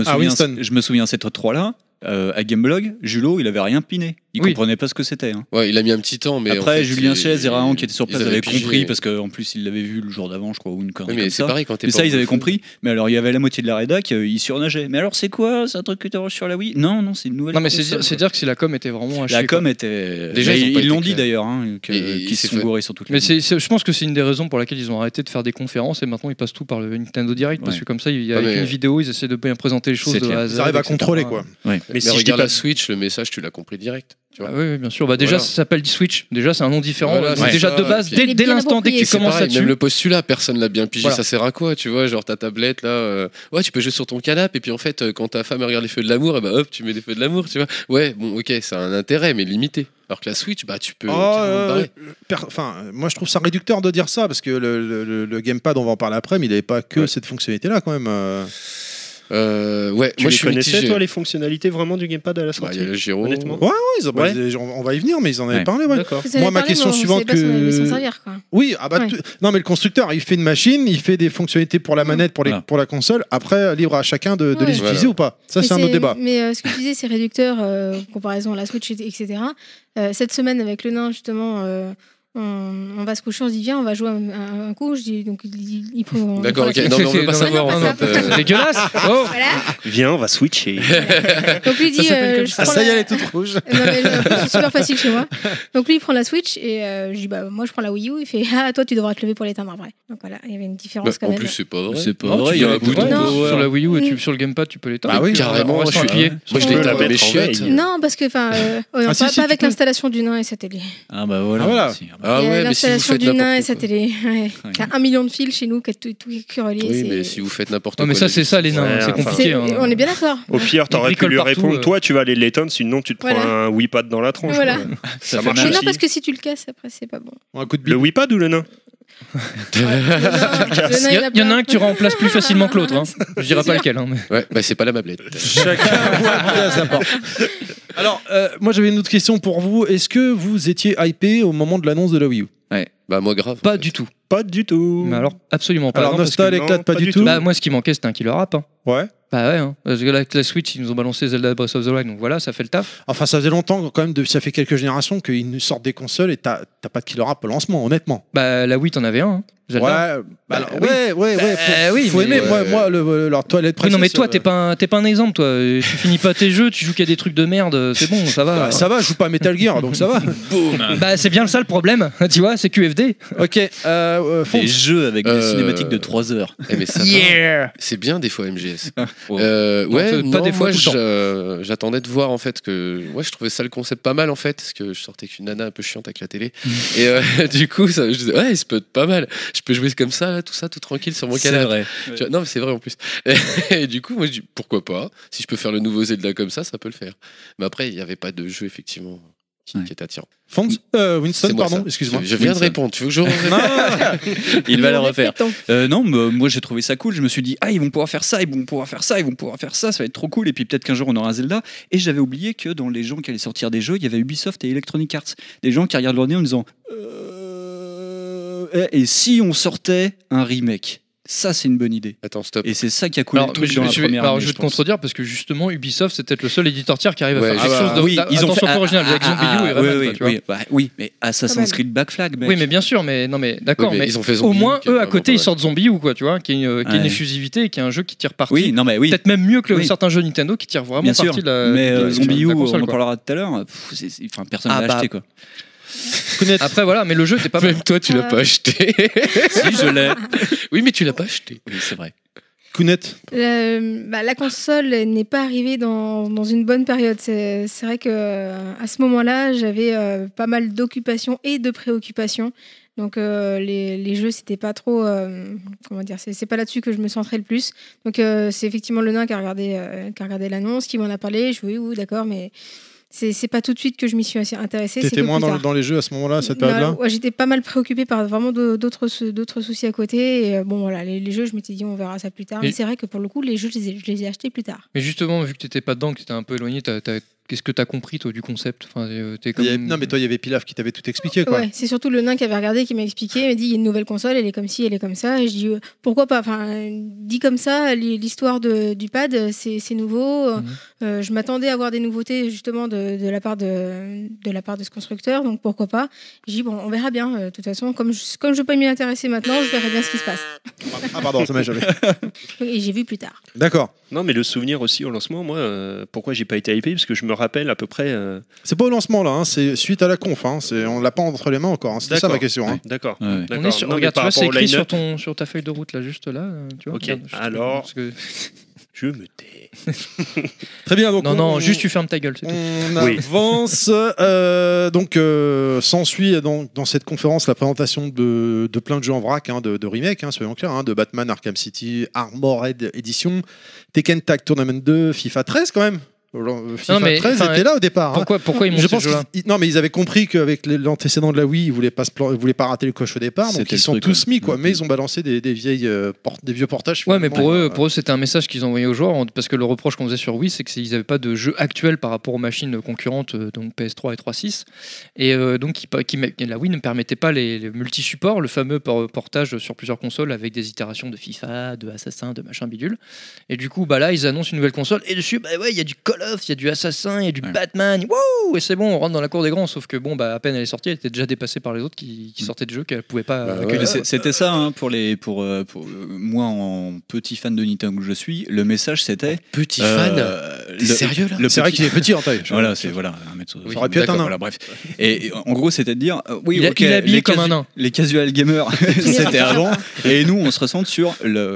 S5: je me souviens cette 3 là. À Gameblog, Julot, il avait rien piné. Il comprenait pas ce que c'était.
S6: Ouais, il a mis un petit temps, mais
S5: après, en fait, Julien Chaise et Raon qui étaient sur place avaient compris, parce qu'en plus ils l'avaient vu le jour d'avant, je crois, ou une connerie comme ça.
S6: Pareil, quand
S5: mais ça, ils avaient compris. Mais alors, il y avait la moitié de la rédac, ils surnageaient. Mais alors, c'est quoi? C'est un truc que tu as sur la Wii? Non, c'est une nouvelle.
S3: Non, mais c'est dire que si la com était vraiment hachée.
S5: La com était. Déjà, ils l'ont dit d'ailleurs, qu'ils se sont gourés sur toutes les.
S3: Mais je pense que c'est une des raisons pour laquelle ils ont arrêté de faire des conférences et maintenant ils passent tout par le Nintendo Direct, parce que comme ça, il y a une vidéo, ils essaient de bien présenter les choses.
S1: Ils arrivent à contrôler, quoi.
S6: Mais si regarde la Switch, le message, tu l'as compris direct.
S3: Oui, bien sûr. Déjà, ça s'appelle Switch. Déjà, c'est un nom différent. Déjà, de base, dès l'instant, dès que tu commences là-dessus.
S6: Même le postulat, personne l'a bien pigé. Ça sert à quoi, tu vois? Genre ta tablette, là. Tu peux jouer sur ton canapé. Et puis en fait, quand ta femme regarde les feux de l'amour, et hop, tu mets des feux de l'amour, tu vois. Ouais, bon, ok, ça a un intérêt, mais limité. Alors que la Switch, tu peux.
S1: Moi, je trouve ça réducteur de dire ça, parce que le gamepad, on va en parler après, mais il n'avait pas que cette fonctionnalité-là, quand même.
S4: Tu les connaissais, toi, les fonctionnalités vraiment du gamepad à la sortie?
S6: Il y a le gyro.
S4: Honnêtement.
S1: On va y venir, mais ils en avaient parlé.
S2: Moi, ma question suivante
S1: oui, non, mais le constructeur, il fait une machine, il fait des fonctionnalités pour la manette, pour la console. Après, libre à chacun de les utiliser ou pas. Ça, c'est un autre débat.
S2: Mais ce que tu disais, c'est réducteur, comparaison à la Switch, etc. Cette semaine, avec le nain, justement, on va se coucher, on se dit viens, on va jouer un coup. Je dis donc il prend.
S6: D'accord,
S2: il prend
S6: ok.
S2: la
S6: Non, mais on veut pas
S2: Non,
S6: savoir
S2: non,
S6: en
S2: pas
S6: fait.
S2: ça.
S3: C'est dégueulasse. Oh.
S2: Voilà.
S4: Viens, on va switcher.
S2: Donc lui il dit
S3: s'appelle comme
S2: je
S3: ça.
S1: Ah,
S2: prends
S1: ça y est,
S2: la-
S1: elle est toute rouge.
S2: Non, mais c'est super facile chez moi. Donc lui il prend la Switch et je dis bah moi je prends la Wii U. Il fait ah toi tu devras te lever pour l'éteindre après. Donc voilà, il y avait une différence
S6: Bah,
S2: quand
S6: en
S2: même.
S6: plus, c'est pas vrai.
S5: C'est pas
S3: Non,
S5: vrai,
S3: tu
S5: il y a
S3: peux-
S5: un bouton
S3: ouais,
S2: power.
S3: sur la Wii U et sur le gamepad, tu peux l'éteindre.
S1: Bah oui,
S6: Carrément,
S3: on reste
S6: je suis
S3: appuyé.
S6: Moi, je l'ai
S2: Ouais.
S6: éteint, mais
S4: mettre en
S6: chiottes.
S4: veille.
S2: Non parce que enfin
S1: Ah, si,
S2: pas
S1: si,
S2: avec
S1: tu peux.
S2: l'installation du nain et sa télé.
S5: Ah bah voilà.
S1: Ah, voilà.
S5: Si, ah bah.
S6: Ah
S2: Il y a
S6: ouais, mais si vous
S2: l'installation
S6: faites
S2: du nain et
S6: n'importe
S2: sa
S6: quoi.
S2: télé. Ouais.
S5: Ouais.
S2: T'as 1 million de fils chez nous qui est tout qui est relié.
S6: Oui,
S2: c'est-
S6: mais si vous faites n'importe
S3: Non,
S6: quoi.
S3: mais ça, c'est ça, les nains.
S4: Ouais,
S3: C'est
S4: enfin.
S3: compliqué. hein.
S2: On est bien d'accord.
S4: Au pire, t'aurais pu
S3: bricole
S4: lui
S3: partout,
S4: répondre, toi, tu vas aller l'éteindre, sinon tu te prends
S2: Voilà.
S4: un Wii-Pad dans la tronche.
S2: Voilà.
S4: quoi.
S5: Ça
S4: Ça
S5: fait
S4: marche
S2: Mais
S5: mal.
S2: non
S4: aussi.
S2: parce que si tu le casses après c'est pas bon.
S1: Un coup de
S4: Le
S1: bille.
S4: Wii-Pad ou le nain
S2: Le nain,
S3: Il y en a un que tu
S2: plein.
S3: remplaces plus facilement que l'autre. hein. Je dirais pas lequel. hein, mais-
S6: Ouais, bah c'est pas la mablette.
S1: Chacun voit à sa porte. Alors, moi j'avais une autre question pour vous. Est-ce que vous étiez hypé au moment de l'annonce de la Wii U?
S6: Bah moi grave.
S3: Pas du tout.
S4: Pas du tout.
S3: Mais alors, absolument pas.
S1: Alors,
S3: Non, parce
S1: Nostal
S4: que-
S1: éclate
S4: non,
S1: pas
S4: pas
S1: du
S4: du
S1: tout.
S4: tout.
S3: Bah, moi, ce qui manquait, c'était un killer app. hein.
S1: Ouais.
S3: Bah ouais, hein. Parce que la Switch, ils nous ont balancé Zelda Breath of the Wild, donc voilà, ça fait le taf.
S1: Enfin, ça faisait longtemps, quand même, ça fait quelques générations qu'ils nous sortent des consoles et t'as pas de killer app au lancement, honnêtement.
S3: Bah la Wii, t'en avais un. hein. Zelda.
S1: Ouais,
S3: Bah,
S1: ouais.
S3: oui,
S1: Faut
S3: mais-
S1: aimer. Moi, leur toilette
S3: Oui, non, mais
S1: princesse,
S3: toi, t'es pas un exemple, toi. Tu finis pas tes jeux, tu joues qu'à des trucs de merde, c'est bon, ça va.
S1: bah, ça va, je joue pas à Metal Gear, donc ça va.
S3: Bah, c'est bien ça le problème, tu vois, c'est QFD.
S1: Ok, Fonz.
S5: Des jeux avec des cinématiques de 3 heures.
S6: Eh, mais ça va.
S3: Yeah.
S6: C'est bien des fois MGS.
S5: Oh.
S6: Ouais,
S3: Non, pas
S6: non,
S3: des fois,
S6: moi
S3: tout le
S6: j'attendais de voir en fait que je trouvais ça le concept pas mal en fait parce que je sortais avec une nana un peu chiante avec la télé et du coup ça, je disais ouais ça peut être pas mal, je peux jouer comme ça là, tout tranquille sur mon
S5: C'est
S6: canapé.
S5: vrai.
S6: Tu vois, non mais c'est vrai en plus. Et du coup moi je dis pourquoi pas, si je peux faire le nouveau Zelda comme ça peut le faire. Mais après il n'y avait pas de jeu effectivement qui est attirant.
S1: Fonz Winston,
S6: C'est moi,
S1: pardon,
S6: ça.
S1: excuse-moi.
S6: Je viens de
S5: Winston.
S6: répondre, tu veux que je réponde?
S5: Il va le refaire.
S2: Répétons.
S5: Non, mais moi j'ai trouvé ça cool. Je me suis dit, ils vont pouvoir faire ça, ils vont pouvoir faire ça, ils vont pouvoir faire ça, ça va être trop cool. Et puis peut-être qu'un jour on aura un Zelda. Et j'avais oublié que dans les gens qui allaient sortir des jeux, il y avait Ubisoft et Electronic Arts. Des gens qui regardent leur nez en disant, et si on sortait un remake? Ça, c'est une bonne idée.
S6: Attends, stop.
S5: Et c'est ça qui a coulé
S3: Alors,
S5: le truc dans la
S3: je
S5: première
S3: vais
S5: année,
S3: te
S5: je pense.
S3: contredire parce que justement Ubisoft c'est peut-être le seul éditeur tiers qui arrive à
S6: Ouais,
S3: faire quelque
S6: ah
S3: chose
S6: bah,
S3: de
S5: oui, ils ont
S3: attention
S5: fait
S3: peu original avec Zombie U et Rayman,
S5: oui,
S3: tu vois.
S5: oui, mais Assassin's
S2: Quand même.
S5: Creed Black Flag, mec.
S3: Oui, mais bien sûr, mais non, mais d'accord,
S6: Oui, mais
S3: mais
S6: ils ont fait
S3: au
S6: Zombie
S3: moins
S6: U, qui est
S3: eux à
S6: vraiment
S3: côté
S6: pas
S3: ils
S6: mal.
S3: sortent Zombie ou quoi, tu vois, qui est une
S5: Ouais.
S3: exclusivité et qui est un jeu qui tire parti.
S5: Oui, non, mais oui.
S3: Peut-être même mieux que
S5: Oui.
S3: certains jeux Nintendo qui tirent vraiment
S5: Bien sûr,
S3: parti de la.
S5: mais
S3: de la-
S5: Zombie
S3: de
S5: U,
S3: la console,
S5: on en
S3: quoi.
S5: parlera tout à l'heure. Personne
S3: Ah
S5: ne l'a
S3: bah.
S5: acheté, quoi.
S1: Connaître.
S3: Après voilà, mais le jeu t'es pas
S6: Même toi tu l'as
S2: Ouais.
S6: pas acheté.
S5: Si, je l'ai.
S6: Oui mais tu l'as pas acheté.
S5: Oui, c'est vrai.
S1: Kounet.
S2: La console n'est pas arrivée dans une bonne période. C'est vrai que à ce moment-là, j'avais pas mal d'occupations et de préoccupations. Donc les jeux, c'était pas trop, comment dire, c'est pas là-dessus que je me centrais le plus. Donc c'est effectivement le nain qui a regardé l'annonce, qui m'en a parlé. Je oui, d'accord, mais c'est pas tout de suite que je m'y suis intéressée. c'est
S1: T'étais
S2: que
S1: moins
S2: plus tard.
S1: dans les jeux à ce moment-là, à cette
S2: Non,
S1: période-là?
S2: ouais, j'étais pas mal préoccupée par vraiment d'autres soucis à côté. Et bon, voilà, les jeux, je m'étais dit, on verra ça plus tard.
S3: Et-
S2: Mais c'est vrai que pour le coup, les jeux, je les ai achetés plus tard.
S3: Mais justement, vu que t'étais pas dedans, que t'étais un peu éloigné, qu'est-ce que t'as compris toi du concept? Enfin, t'es comme...
S1: Non, mais toi, il y avait Pilaf qui t'avait tout expliqué, quoi.
S2: Ouais, c'est surtout le nain qui avait regardé, qui m'a expliqué, il m'a dit il y a une nouvelle console, elle est comme ci, elle est comme ça. Et je dis pourquoi pas. Enfin, dit comme ça, l'histoire du pad, c'est nouveau. Je m'attendais à avoir des nouveautés justement de la part de ce constructeur, donc pourquoi pas. Je dis bon, on verra bien. De toute façon, comme je veux pas m'y intéresser maintenant, je verrai bien ce qui se passe.
S1: Ah, pardon, ça m'a jamais.
S2: Et j'ai vu plus tard.
S1: D'accord.
S4: Non, mais le souvenir aussi au lancement, moi, pourquoi j'ai pas été hypé? Parce que je me rappelle à peu près.
S1: C'est pas au lancement, là, hein, c'est suite à la conf. Hein, on l'a pas entre les mains encore. Hein, c'était ça
S4: D'accord.
S1: ma question. Hein.
S4: D'accord.
S5: Ouais.
S4: D'accord.
S3: On est sur,
S4: Non, mais
S3: regarde, tu
S4: par
S3: vois, c'est
S4: rapport au
S3: écrit
S4: line-up,
S3: sur ta feuille de route là, juste là, tu vois.
S4: Ok,
S3: regarde, juste-
S4: alors-
S3: parce que-
S4: je me tais.
S1: Très bien. Donc
S3: Non, juste tu fermes ta gueule, c'est tout.
S1: On
S4: Oui.
S1: avance. S'ensuit dans cette conférence la présentation de plein de jeux en vrac, hein, de remake, hein, soyons clairs, hein, de Batman Arkham City, Armored Edition, Tekken Tag Tournament 2, FIFA 13 quand même. FIFA
S3: Non, mais,
S1: 13
S3: enfin,
S1: était là au départ. hein.
S3: Pourquoi ils
S1: Je
S3: montent ce
S1: pense
S3: jeu-là?
S1: non, mais ils avaient compris qu'avec l'antécédent de la Wii, ils voulaient pas rater le coche au départ, donc
S5: C'était
S1: ils
S5: le
S1: sont
S5: truc,
S1: tous
S5: ouais.
S1: mis quoi.
S5: Ouais.
S1: Mais ils ont balancé des vieux portages.
S3: Ouais, mais
S1: finalement.
S3: pour eux, c'était un message qu'ils envoyaient aux joueurs, parce que le reproche qu'on faisait sur Wii, c'est qu'ils n'avaient pas de jeu actuel par rapport aux machines concurrentes, donc PS3 et 3.6, et donc la Wii ne permettait pas les multi-supports, le fameux portage sur plusieurs consoles avec des itérations de FIFA, de Assassin, de machin bidule. Et du coup, bah là, ils annoncent une nouvelle console, et dessus, bah ouais, il y a du Call Call of, il y a du Assassin, il y a du Batman, wouh, et c'est bon, on rentre dans la cour des grands. Sauf que bon, bah, à peine elle est sortie, elle était déjà dépassée par les autres qui sortaient de jeux qu'elle pouvait pas.
S5: Mais c'était ça hein, pour moi en petit fan de Nintendo que je suis. Le message c'était
S6: Petit fan. T'es sérieux là?
S1: C'est vrai qu'il est petit en taille.
S5: Voilà, c'est voilà. Ça
S1: aurait pu être un nain.
S5: Voilà, bref. Et en gros, c'était de dire, oui,
S3: il est habillé comme un nain.
S5: Les casual gamers, c'était avant. Et nous, on se ressent sur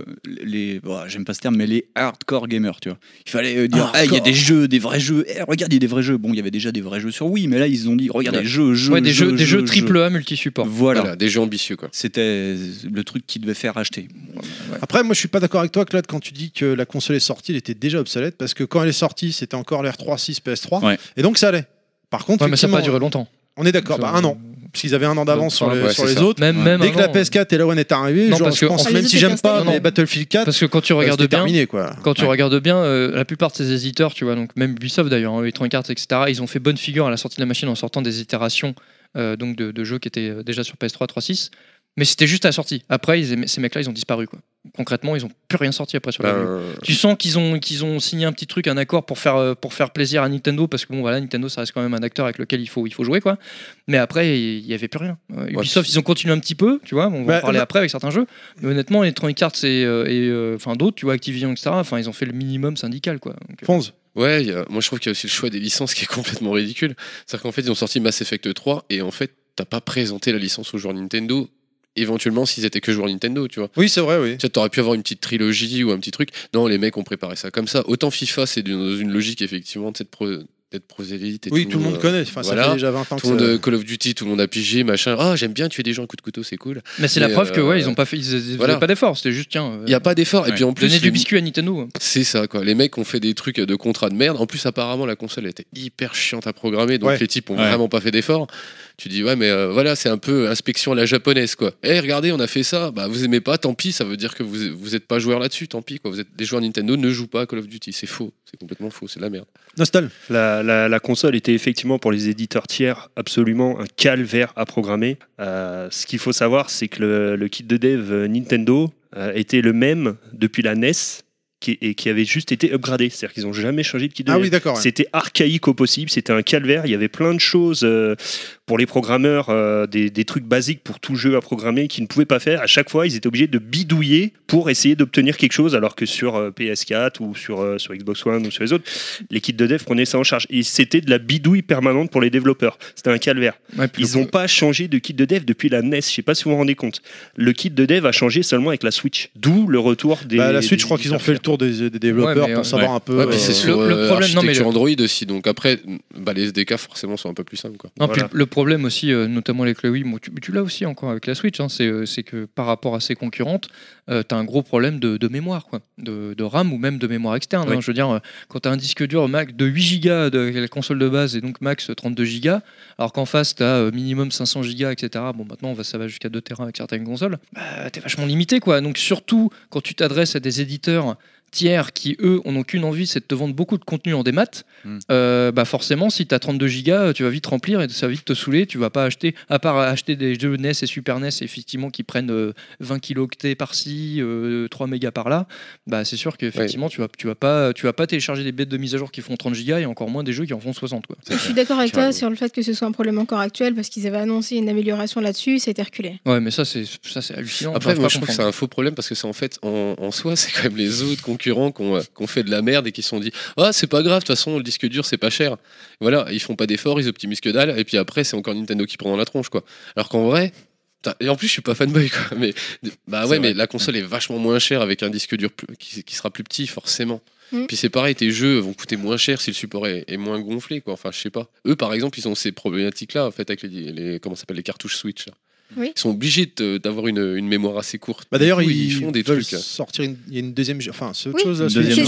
S5: les, j'aime pas ce terme, mais les hardcore gamers, tu vois. Il fallait dire, il y a des jeux, des vrais jeux. Regarde, il y a des vrais jeux. Bon, il y avait déjà des vrais jeux sur Wii, mais là, ils ont dit, regarde, des jeux
S3: triple A multi-support.
S5: Voilà,
S6: des jeux ambitieux, quoi.
S5: C'était le truc qui devait faire acheter.
S1: Après, moi, je suis pas d'accord avec toi, Claude, quand tu dis que la console est sortie, elle était déjà obsolète, parce que quand elle est sortie, c'était encore l'R3.6 PS3, et donc ça allait. Par contre,
S3: mais ça n'a pas duré longtemps.
S1: On est d'accord, un an. Parce qu'ils avaient un an d'avance sur les autres.
S3: Même
S1: dès que la PS4 et la One est arrivée, je pense, même si j'aime pas les Battlefield 4,
S3: parce que quand tu regardes bien,
S1: terminé, quoi.
S3: Quand tu regardes bien, la plupart de ces éditeurs, tu vois, donc même Ubisoft d'ailleurs, Electronic Arts, etc., ils ont fait bonne figure à la sortie de la machine en sortant des itérations donc de jeux qui étaient déjà sur PS3, 3.6. Mais c'était juste à la sortie. Après, ces mecs-là, ils ont disparu, quoi. Concrètement, ils n'ont plus rien sorti après sur la Wii U. Tu sens qu'ils ont signé un petit truc, un accord pour faire plaisir à Nintendo, parce que bon, voilà, Nintendo, ça reste quand même un acteur avec lequel il faut jouer, quoi. Mais après, il n'y avait plus rien. Ubisoft, ils ont continué un petit peu, tu vois. On va en parler après avec certains jeux. Mais honnêtement, Electronic Arts et d'autres, tu vois, Activision, etc. Enfin, ils ont fait le minimum syndical, quoi.
S1: Fonz.
S6: Ouais, moi je trouve qu'il y a aussi le choix des licences qui est complètement ridicule. C'est-à-dire qu'en fait, ils ont sorti Mass Effect 3 et en fait, t'as pas présenté la licence aux joueurs Nintendo. Éventuellement, s'ils étaient que joueurs Nintendo, tu vois.
S1: Oui, c'est vrai, oui.
S6: Tu aurais pu avoir une petite trilogie ou un petit truc. Non, les mecs ont préparé ça comme ça. Autant FIFA, c'est dans une logique, effectivement, d'être prosélyte.
S1: Oui, tout le monde connaît. Enfin,
S6: voilà.
S1: Ça fait déjà 20 ans
S6: tout le monde Call of Duty, tout le monde a pigé, machin. Ah, j'aime bien tuer des gens à coups de couteau, c'est cool.
S3: Mais c'est la preuve que ils ont pas fait, ils pas d'effort. C'était juste tiens.
S6: Il y a pas d'effort. Et puis en plus,
S3: donner du biscuit à Nintendo.
S6: C'est ça, quoi. Les mecs ont fait des trucs de contrat de merde. En plus, apparemment, la console était hyper chiante à programmer, donc les types ont vraiment pas fait d'effort. Tu dis ouais, mais voilà, c'est un peu inspection à la japonaise, quoi. Regardez, on a fait ça. Bah, vous aimez pas, tant pis. Ça veut dire que vous êtes pas joueur là-dessus, tant pis, quoi. Vous êtes des joueurs Nintendo, ne jouent pas à Call of Duty. C'est faux, c'est complètement faux, c'est de la merde.
S1: Nostal.
S4: La console était effectivement pour les éditeurs tiers absolument un calvaire à programmer. Ce qu'il faut savoir, c'est que le kit de dev Nintendo était le même depuis la NES. Qui avait juste été upgradé, c'est-à-dire qu'ils n'ont jamais changé de kit de dev.
S1: Oui, d'accord.
S4: C'était archaïque au possible, c'était un calvaire. Il y avait plein de choses pour les programmeurs, des trucs basiques pour tout jeu à programmer qu'ils ne pouvaient pas faire. À chaque fois, ils étaient obligés de bidouiller pour essayer d'obtenir quelque chose, alors que sur PS4 ou sur Xbox One ou sur les autres, les kits de dev prenaient ça en charge. Et c'était de la bidouille permanente pour les développeurs. C'était un calvaire. Ouais, ils n'ont pas changé de kit de dev depuis la NES. Je ne sais pas si vous vous rendez compte. Le kit de dev a changé seulement avec la Switch. D'où le retour des. La
S1: Switch, je crois qu'ils ont fait le tour des développeurs pour savoir un peu.
S6: Ouais, c'est sur le problème, architecture Android aussi. Donc après, les SDK forcément sont un peu plus simples, quoi.
S3: Non, puis le problème aussi, notamment avec la Wii, tu l'as aussi encore avec la Switch, hein, c'est que par rapport à ses concurrentes, tu as un gros problème de mémoire, quoi, de RAM ou même de mémoire externe. Hein. Je veux dire, quand tu as un disque dur Mac de 8 Go de la console de base et donc max 32 Go, alors qu'en face tu as minimum 500 Go, etc. Bon, maintenant ça va jusqu'à 2 Tera avec certaines consoles, t'es vachement limité, quoi. Donc surtout quand tu t'adresses à des éditeurs tiers qui, eux, n'ont qu'une envie, c'est de te vendre beaucoup de contenu en démat, forcément, si tu as 32 gigas, tu vas vite remplir et ça va vite te saouler. Tu vas pas acheter, à part acheter des jeux NES et Super NES, effectivement, qui prennent 20 kilooctets par-ci, 3 mégas par-là, c'est sûr qu'effectivement, tu vas pas télécharger des bêtes de mise à jour qui font 30 gigas et encore moins des jeux qui en font 60. Quoi.
S2: Je suis d'accord avec toi sur le fait que ce soit un problème encore actuel parce qu'ils avaient annoncé une amélioration là-dessus, ça a été reculé.
S3: Ouais, mais ça, c'est hallucinant.
S6: Après, moi, je trouve que c'est un faux problème parce que c'est en fait, en soi, c'est quand même les autres concurrents qui ont fait de la merde et qui se sont dit c'est pas grave, de toute façon le disque dur c'est pas cher, voilà, ils font pas d'efforts, ils optimisent que dalle et puis après c'est encore Nintendo qui prend dans la tronche, quoi. Alors qu'en vrai, et en plus je suis pas fanboy, quoi, mais mais la console est vachement moins chère avec un disque dur qui sera plus petit forcément. Puis c'est pareil, tes jeux vont coûter moins cher si le support est moins gonflé, quoi. Enfin je sais pas, eux par exemple ils ont ces problématiques là en fait avec les comment ça s'appelle, les cartouches Switch là. Oui. Ils sont obligés d'avoir une mémoire assez courte.
S1: D'ailleurs, ils
S6: font des
S1: trucs.
S6: Sortir
S1: il y a une deuxième. Enfin, c'est autre chose.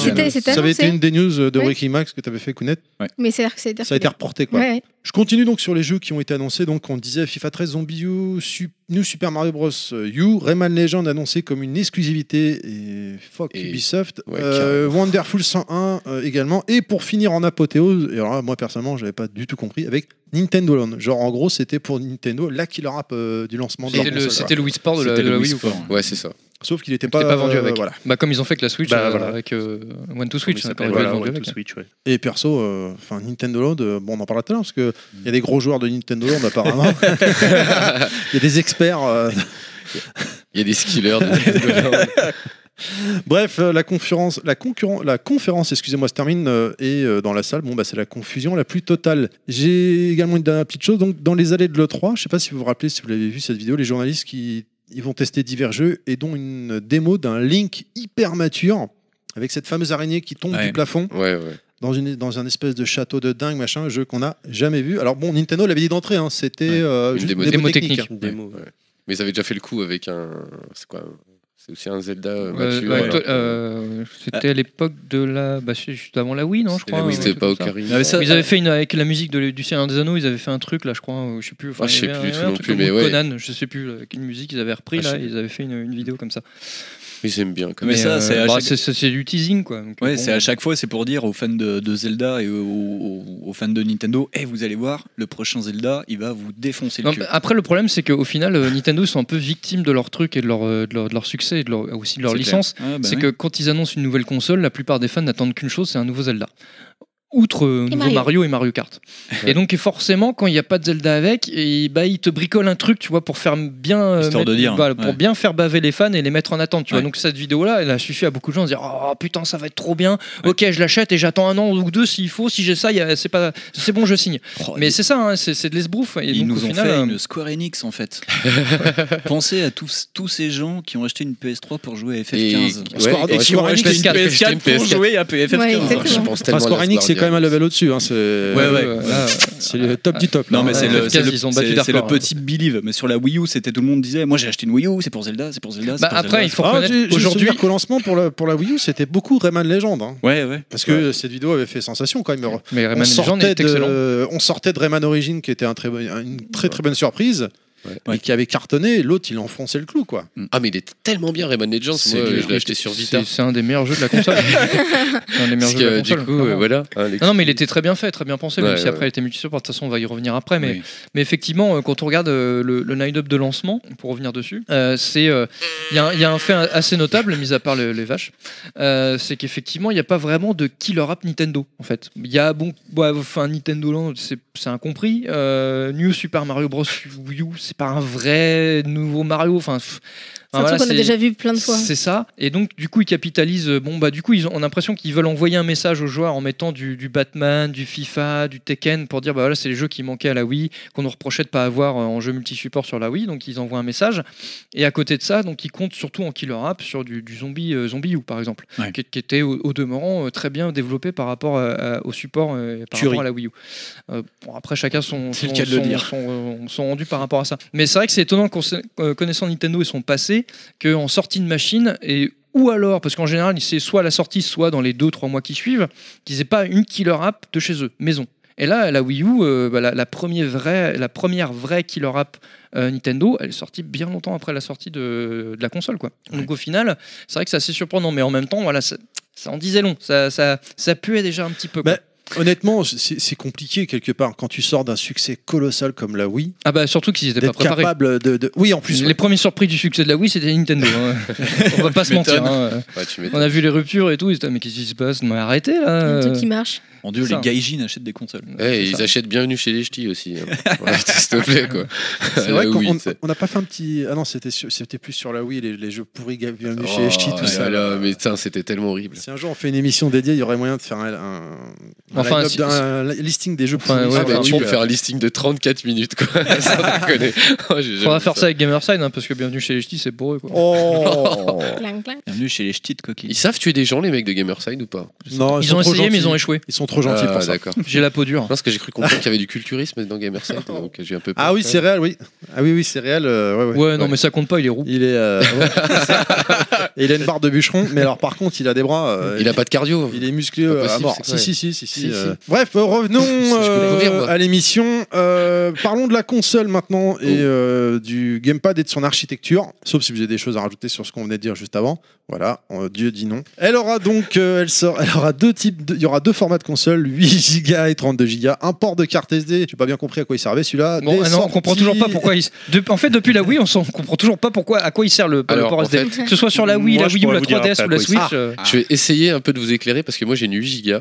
S2: Ça
S1: avait été une des news de Ricky Max que tu avais fait, Kounet.
S2: Ouais. Mais ça
S1: a été reporté, quoi. Ouais. Je continue donc sur les jeux qui ont été annoncés. Donc, on disait FIFA 13, Zombie U, New Super Mario Bros. U, Rayman Legend annoncé comme une exclusivité et Ubisoft. Wonderful 101 également. Et pour finir en apothéose, et alors là, moi personnellement, j'avais pas du tout compris, avec Nintendo Land. Genre, en gros, c'était pour Nintendo la killer app du lancement de leur console.
S3: C'était le Wii Sport de la Wii U.
S6: Ouais, c'est ça.
S1: Sauf qu'il n'était
S3: Qui était pas vendu avec.
S1: Voilà.
S3: Bah, comme ils ont fait avec la Switch,
S4: Voilà.
S3: avec One to Switch,
S4: Comment il
S3: ça
S4: s'appelle
S3: aurait dû être
S4: Voilà,
S3: vendu
S4: One
S3: avec.
S4: to Switch, ouais.
S1: Et perso, Nintendo Land, bon, on en parlera tout à l'heure parce qu'il y a des gros joueurs de Nintendo Land apparemment. Il y a des experts.
S6: Il y a des skillers. De...
S1: Bref, la conférence, excusez-moi, se termine et dans la salle, bon, bah, c'est la confusion la plus totale. J'ai également une dernière petite chose. Donc, dans les allées de l'E3, je ne sais pas si vous vous rappelez, si vous l'avez vu cette vidéo, les journalistes ils vont tester divers jeux et dont une démo d'un Link hyper mature avec cette fameuse araignée qui tombe du plafond.
S6: Ouais.
S1: Dans un espèce de château de dingue, machin, un jeu qu'on n'a jamais vu. Alors bon, Nintendo l'avait dit d'entrée, hein, c'était juste
S6: démo
S1: une démo
S3: technique.
S1: technique.
S6: Ouais.
S4: Démo.
S6: Ouais. Mais ils avaient déjà fait le coup avec un. C'est quoi? C'est aussi un Zelda mature.
S3: Ouais,
S6: alors.
S3: c'était à l'époque de la. Bah, c'est juste avant la Wii, non, je crois.
S6: Oui, c'était pas
S3: au
S6: Ocarina.
S3: Ils avaient fait avec la musique du Seigneur des Anneaux, ils avaient fait un truc là, je crois, je sais plus. Enfin,
S6: Je sais
S3: il y avait
S6: plus
S3: un
S6: tout non
S3: truc
S6: plus,
S3: comme
S6: mais ouais.
S3: Conan, je sais plus quelle musique ils avaient repris
S6: Ah, je
S3: là,
S6: sais
S3: ils avaient fait une vidéo comme ça.
S6: Ils aiment bien. Comme
S5: Mais ça, c'est à chaque-
S3: c'est du teasing quoi. Donc,
S5: Ouais,
S3: bon,
S5: c'est à chaque fois, c'est pour dire aux fans de Zelda et aux fans de Nintendo, vous allez voir, le prochain Zelda, il va vous défoncer le
S3: Non,
S5: cul.
S3: mais après, le problème, c'est qu'au final, Nintendo sont un peu victimes de leur truc et de leur succès et aussi de leur
S5: C'est
S3: licence.
S5: clair. Ah, bah
S3: C'est
S5: oui.
S3: que quand ils annoncent une nouvelle console, la plupart des fans n'attendent qu'une chose, c'est un nouveau Zelda. Outre nouveau Mario et Mario Kart. Et donc forcément, quand il n'y a pas de Zelda avec, ils te bricolent un truc, tu vois, pour faire bien,
S5: Histoire de dire,
S3: pour
S5: ouais.
S3: bien faire baver les fans et les mettre en attente. Tu vois.
S5: Ouais.
S3: Donc cette vidéo-là, elle a suffi à beaucoup de gens de dire, oh putain, ça va être trop bien. Ok, je l'achète et j'attends un an ou deux s'il faut. Si j'ai ça, c'est bon, je signe.
S5: Oh,
S3: Mais c'est ça, hein, c'est de l'esbrouf. Et
S5: ils
S3: donc,
S5: nous
S3: au
S5: ont
S3: final,
S5: fait une Square Enix en fait. Pensez à tous ces gens qui ont acheté une PS3 pour jouer à FF15.
S1: Et qui ont acheté
S5: une PS4 pour jouer à FF15.
S2: Ouais,
S6: Je
S2: exactement.
S6: pense tellement à
S1: Square
S6: la
S1: Enix, c'est quand même un level au-dessus. Hein,
S5: Ouais.
S1: c'est le top du top. Là.
S5: Non mais c'est
S3: Ouais,
S5: le,
S3: FF15,
S5: c'est le-
S3: ils ont battu
S5: c'est-
S3: des
S5: c'est le
S3: records,
S5: petit believe. Mais sur la Wii U, c'était tout le monde disait, moi j'ai acheté une Wii U, c'est pour Zelda, c'est pour Zelda.
S3: Bah, après, il faut reconnaître
S1: Aujourd'hui,
S3: aujourd'hui.
S1: qu'au lancement pour la Wii U, c'était beaucoup Rayman Legend. Hein,
S5: Ouais.
S1: parce que cette vidéo avait fait sensation quand même.
S3: Mais Rayman Legend est excellent.
S1: On sortait de Rayman Origin qui était une très très bonne surprise.
S6: Ouais.
S1: Et qui avait cartonné, l'autre il enfonçait le clou quoi.
S6: Ah, mais il est tellement bien, Rayman Legends.
S3: C'est
S6: Moi,
S3: du-
S6: je l'ai acheté sur Vita.
S3: C'est un des meilleurs jeux de la console. C'est un des meilleurs
S6: Parce
S3: jeux de la
S6: que
S3: console.
S6: du coup,
S3: clairement.
S6: voilà.
S3: Non, mais il était très bien fait, très bien pensé, même
S6: Ouais,
S3: si
S6: ouais.
S3: après il était multi-support. De toute façon, on va y revenir après. Mais effectivement, quand on regarde le line-up de lancement, pour revenir dessus, il y a un fait assez notable, mis à part les vaches, c'est qu'effectivement, il n'y a pas vraiment de killer app Nintendo. En fait, il y a Nintendo Land, c'est incompris. New Super Mario Bros. Wii U, c'est pas un vrai nouveau Mario.
S2: C'est un truc qu'on a déjà vu plein de fois.
S3: C'est ça. Et donc, du coup, ils capitalisent. Du coup, on a l'impression qu'ils veulent envoyer un message aux joueurs en mettant du Batman, du FIFA, du Tekken pour dire, voilà, c'est les jeux qui manquaient à la Wii, qu'on nous reprochait de pas avoir en jeu multi-support sur la Wii. Donc, ils envoient un message. Et à côté de ça, donc, ils comptent surtout en killer app sur du Zombie U, par exemple, qui était au demeurant très bien développé par rapport au support, par rapport à la Wii U. Après, chacun son rendu par rapport à ça. Mais c'est vrai que c'est étonnant, connaissant Nintendo et son passé, qu'en sortie de machine, ou alors, parce qu'en général, c'est soit à la sortie, soit dans les 2-3 mois qui suivent, qu'ils n'aient pas une killer app de chez eux, maison. Et là, la Wii U, la première vraie killer app Nintendo, elle est sortie bien longtemps après la sortie de la console, quoi. Donc au final, c'est vrai que c'est assez surprenant, mais en même temps, voilà, ça en disait long. Ça puait déjà un petit peu, quoi.
S1: Honnêtement, c'est compliqué quelque part quand tu sors d'un succès colossal comme la Wii.
S3: Ah bah surtout qu'ils n'étaient pas
S1: d'être
S3: préparés.
S1: capable de... Oui, en plus.
S3: Les premiers surpris du succès de la Wii, c'était Nintendo. Hein. On va pas se mentir. Hein. On a vu les ruptures et tout. Ils étaient, mais qu'est-ce qui se passe? Mais arrêtez là.
S2: Un truc qui marche.
S5: Mon Dieu,
S3: Ça.
S5: les gaijins achètent des consoles.
S6: Ils achètent Bienvenue chez les Ch'tis aussi. Hein. Ouais, s'il te plaît, quoi.
S1: C'est vrai
S6: La
S1: qu'on
S6: Wii, c'est-
S1: on n'a pas fait un petit... Ah non, c'était plus sur la Wii, les jeux pourris, bienvenue chez les ch'tis, tout
S6: là
S1: ça.
S6: là, mais putain, c'était tellement horrible.
S1: Si un jour on fait une émission dédiée, il y aurait moyen de faire un listing des jeux pourris.
S3: Ouais,
S6: Ah, mais
S3: bah,
S6: tu
S3: oui,
S6: peux faire un listing de 34 minutes, quoi. Sans déconner. Oh, j'ai
S3: Faudra
S6: jamais
S3: faire
S6: vu
S3: ça avec Gamerside, hein, parce que Bienvenue chez les Ch'tis, c'est pour eux. Quoi.
S1: Oh
S2: Clang, clang.
S5: Bienvenue chez les ch'tis de coquilles.
S6: Ils savent tuer des gens, les mecs de Gamerside, ou pas?
S1: Non,
S3: Ils ont
S1: trop
S3: essayé, mais ils
S1: gentils.
S3: ont échoué.
S1: Ils sont trop gentils pour ça.
S6: D'accord.
S3: J'ai la peau dure.
S6: Non, parce que j'ai cru comprendre qu'il y avait du culturisme dans Gamerside, donc j'ai un peu peur.
S1: Ah oui, c'est réel, oui. Ah oui, c'est réel. Ouais.
S3: Ouais, non, mais ça compte pas, il est roux.
S1: Il est. Et il a une barre de bûcheron, mais alors par contre, il a des bras.
S6: Il a pas de cardio.
S1: Il est musclé
S6: C'est pas
S1: à
S6: possible,
S1: mort.
S6: c'est quoi,
S1: Si. merci.
S6: Si.
S1: Bref, revenons
S6: Je peux découvrir, moi.
S1: à l'émission. Parlons de la console maintenant et du gamepad et de son architecture. Sauf si vous avez des choses à rajouter sur ce qu'on venait de dire juste avant. Voilà, Dieu dit non. Elle aura donc, elle aura il y aura deux formats de console, 8 Go et 32 Go. Un port de carte SD. J'ai pas bien compris à quoi il servait celui-là.
S3: Bon, on comprend toujours pas pourquoi en fait, depuis la Wii, on comprend toujours pas à quoi il sert le port
S6: en
S3: SD.
S6: fait,
S3: que ce soit sur la Wii,
S4: moi,
S3: la
S4: je
S3: Wii U,
S4: pourrais
S3: la
S4: vous dire
S3: 3DS
S4: après
S3: ou la
S4: à quoi il
S3: Switch.
S4: sert.
S6: Je vais essayer un peu de vous éclairer parce que moi j'ai une 8 gigas.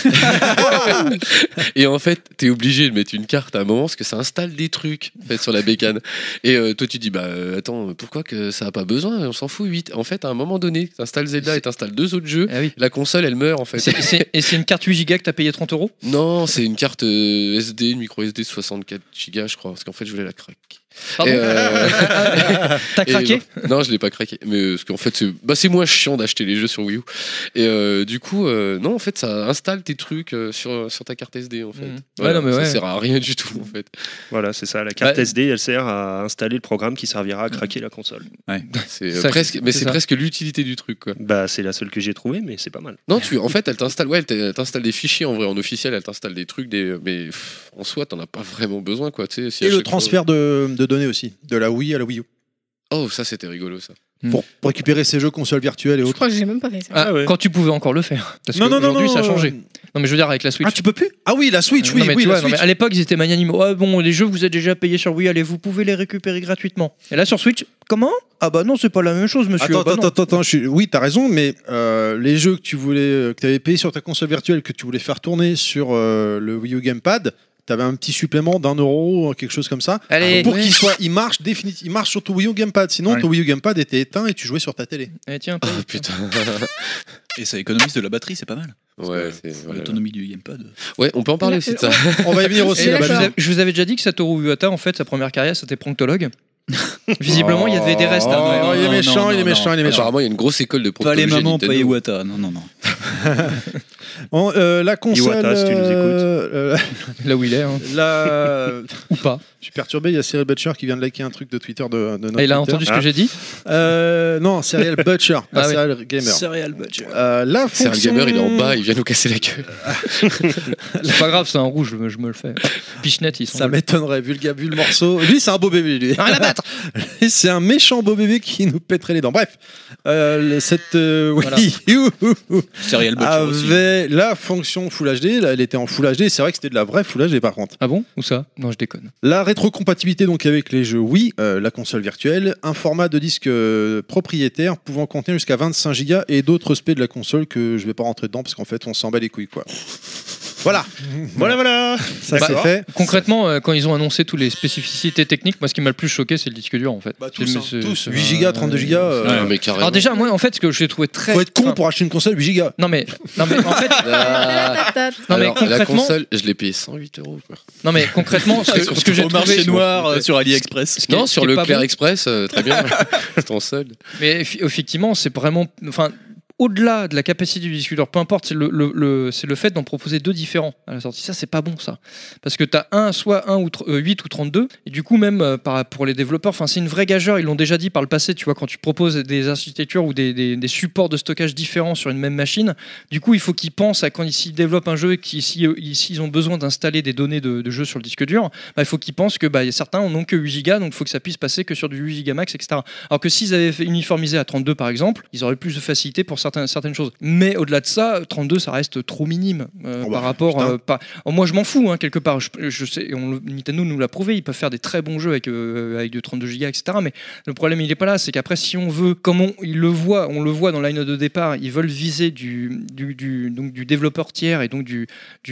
S6: Et en fait, t'es obligé de mettre une carte à un moment parce que ça installe des trucs en fait, sur la bécane. Et toi, tu dis, attends, pourquoi que ça a pas besoin? On s'en fout, 8. En fait, à un moment donné, t'installes Zelda et t'installes 2 autres jeux.
S3: Ah oui.
S6: La console, elle meurt en fait.
S3: Et c'est une carte 8 Go que t'as payé 30 €?
S6: Non, c'est une carte SD, une micro SD de 64 gigas, je crois. Parce qu'en fait, je voulais la craquer.
S3: Pardon.
S6: Et,
S3: T'as craqué?
S6: Non, je l'ai pas craqué. Mais parce qu'en fait, c'est moins chiant d'acheter les jeux sur Wii U. Et du coup, non, en fait, ça installe tes trucs sur ta carte SD. En fait.
S3: Ouais, non, mais
S6: ça
S3: ouais.
S6: sert à rien du tout. En fait.
S4: Voilà, c'est ça. La carte
S3: Ouais.
S4: SD, elle sert à installer le programme qui servira à craquer la console.
S6: C'est
S3: Ça,
S6: presque, mais
S3: c'est
S6: c'est
S3: ça.
S6: presque l'utilité du truc. Quoi.
S4: Bah, c'est la seule que j'ai trouvée, mais c'est pas mal.
S6: Non, en fait, elle t'installe des fichiers en vrai, en officiel, elle t'installe des trucs, mais en soi, t'en as pas vraiment besoin. Quoi, tu sais, si à
S1: Et le
S6: chaque fois-
S1: transfert de données aussi, de la Wii à la Wii U.
S6: Oh, ça, c'était rigolo, ça.
S1: Pour récupérer ces jeux consoles virtuelles et
S2: Je
S1: autres.
S2: crois que j'ai même pas fait ça.
S3: Ah,
S4: Ah ouais.
S3: quand tu pouvais encore le faire. Parce qu'aujourd'hui, ça a changé. Non, mais je veux dire, avec la Switch.
S1: Ah, tu peux plus? Ah oui, la Switch,
S3: Non, mais tu vois,
S1: la
S3: non, mais
S1: Switch.
S3: à l'époque, ils étaient magnanimes. Ouais, bon, les jeux, vous êtes déjà payés sur Wii, allez, vous pouvez les récupérer gratuitement. Et là, sur Switch, comment? Ah bah non, c'est pas la même chose, monsieur.
S1: Attends, oui, t'as raison, mais les jeux que que t'avais payé sur ta console virtuelle, que tu voulais faire tourner sur le Wii U Gamepad, t'avais un petit supplément d'€1, quelque chose comme ça,
S3: Allez.
S1: pour
S3: Ouais.
S1: il marche définitivement, il marche sur ton Wii U Gamepad. Sinon,
S7: Ouais.
S1: ton Wii U Gamepad était éteint et tu jouais sur ta télé.
S3: Eh, tiens,
S6: Oh putain.
S7: Et ça économise de la batterie, c'est pas mal.
S6: Ouais, c'est. voilà.
S7: L'autonomie du gamepad.
S6: Ouais, on peut en parler aussi de ça.
S1: On va y venir aussi.
S3: Et
S1: la
S3: je,
S1: batterie.
S3: je vous avais déjà dit que Satoru Iwata, en fait, sa première carrière, c'était proctologue. Visiblement, il y avait des restes. hein.
S1: Oh, il est
S7: non,
S1: méchant,
S7: non,
S1: il est
S7: non,
S1: méchant, il est méchant.
S6: Apparemment, il y a une grosse école de
S7: Pas
S6: proctologie
S7: les
S6: à
S7: mamans, pas
S6: Nintendo.
S7: Iwata. Non, non, non.
S1: Bon, la console.
S4: Iwata, si tu nous écoutes.
S3: Là où il est, hein. Ou pas.
S1: Je suis perturbé, il y a Cyril Butcher qui vient de liker un truc de Twitter de notre
S3: Et il a
S1: Twitter.
S3: entendu ce que j'ai dit?
S1: Non, Cyril Butcher, pas
S3: Ah oui.
S1: Cyril Gamer.
S7: Serial Butcher.
S1: La
S6: C'est un
S1: fonction...
S6: gamer, il est en bas, il vient nous casser la gueule.
S3: C'est pas grave, c'est un rouge, je me le fais. Pichenette, ils sont.
S1: Ça m'étonnerait, vu le morceau. Lui, c'est un beau bébé, lui.
S3: Rien à battre.
S1: Lui, c'est un méchant beau bébé qui nous pèterait les dents. Bref, cette
S3: Voilà.
S1: Wii U
S7: Serial Butcher aussi.
S1: avait la fonction Full HD. Là, elle était en Full HD. C'est vrai que c'était de la vraie Full HD, par contre.
S3: Ah bon? Où ça? Non, je déconne.
S1: La rétrocompatibilité donc avec les jeux Wii, la console virtuelle, un format de disque propriétaire pouvant contenir jusqu'à 25 Go et d'autres specs de la console que je vais pas rentrer dedans parce qu'en fait on s'en bat les couilles quoi. Voilà,
S4: Voilà.
S1: ça c'est
S4: D'accord.
S1: fait.
S3: Concrètement, quand ils ont annoncé toutes les spécificités techniques, moi, ce qui m'a le plus choqué, c'est le disque dur, en fait.
S1: Tous, 8 Go, 32 Go.
S6: Ouais, mais carrément.
S3: Alors déjà, moi, en fait, ce que j'ai trouvé très...
S1: Faut être con
S3: enfin,
S1: pour acheter une console 8 Go.
S3: Non mais en fait,
S6: Ah,
S3: non mais
S6: alors, la
S3: concrètement,
S6: console, je l'ai payé 108 €. Quoi.
S3: non mais concrètement, ce que j'ai
S7: Au
S3: trouvé,
S7: marché noir sur AliExpress.
S3: Ce qui est-
S6: Non,
S3: ce
S6: sur
S3: qui est
S6: le
S3: pas
S6: Clair
S3: bon.
S6: Express, très bien. C'est ton solde.
S3: mais effectivement, c'est vraiment, enfin, au-delà de la capacité du disque dur, peu importe, c'est le fait d'en proposer deux différents à la sortie. Ça, c'est pas bon, ça. Parce que tu as soit 8 ou 32, et du coup, même pour les développeurs, c'est une vraie gageure. Ils l'ont déjà dit par le passé, tu vois, quand tu proposes des architectures ou des supports de stockage différents sur une même machine, du coup, il faut qu'ils pensent à quand ils développent un jeu et s'ils ont besoin d'installer des données de jeu sur le disque dur, il faut qu'ils pensent que certains en ont que 8 Go, donc il faut que ça puisse passer que sur du 8 Go max, etc. Alors que s'ils avaient uniformisé à 32, par exemple, ils auraient plus de facilité pour certaines choses. Mais au-delà de ça, 32, ça reste trop minime par rapport... moi, je m'en fous, hein, quelque part. Je sais, Nintendo nous l'a prouvé, ils peuvent faire des très bons jeux avec du 32 Go, etc. Mais le problème, il n'est pas là. C'est qu'après, si on veut, comme on le voit dans la line de départ, ils veulent viser du développeur tiers et donc du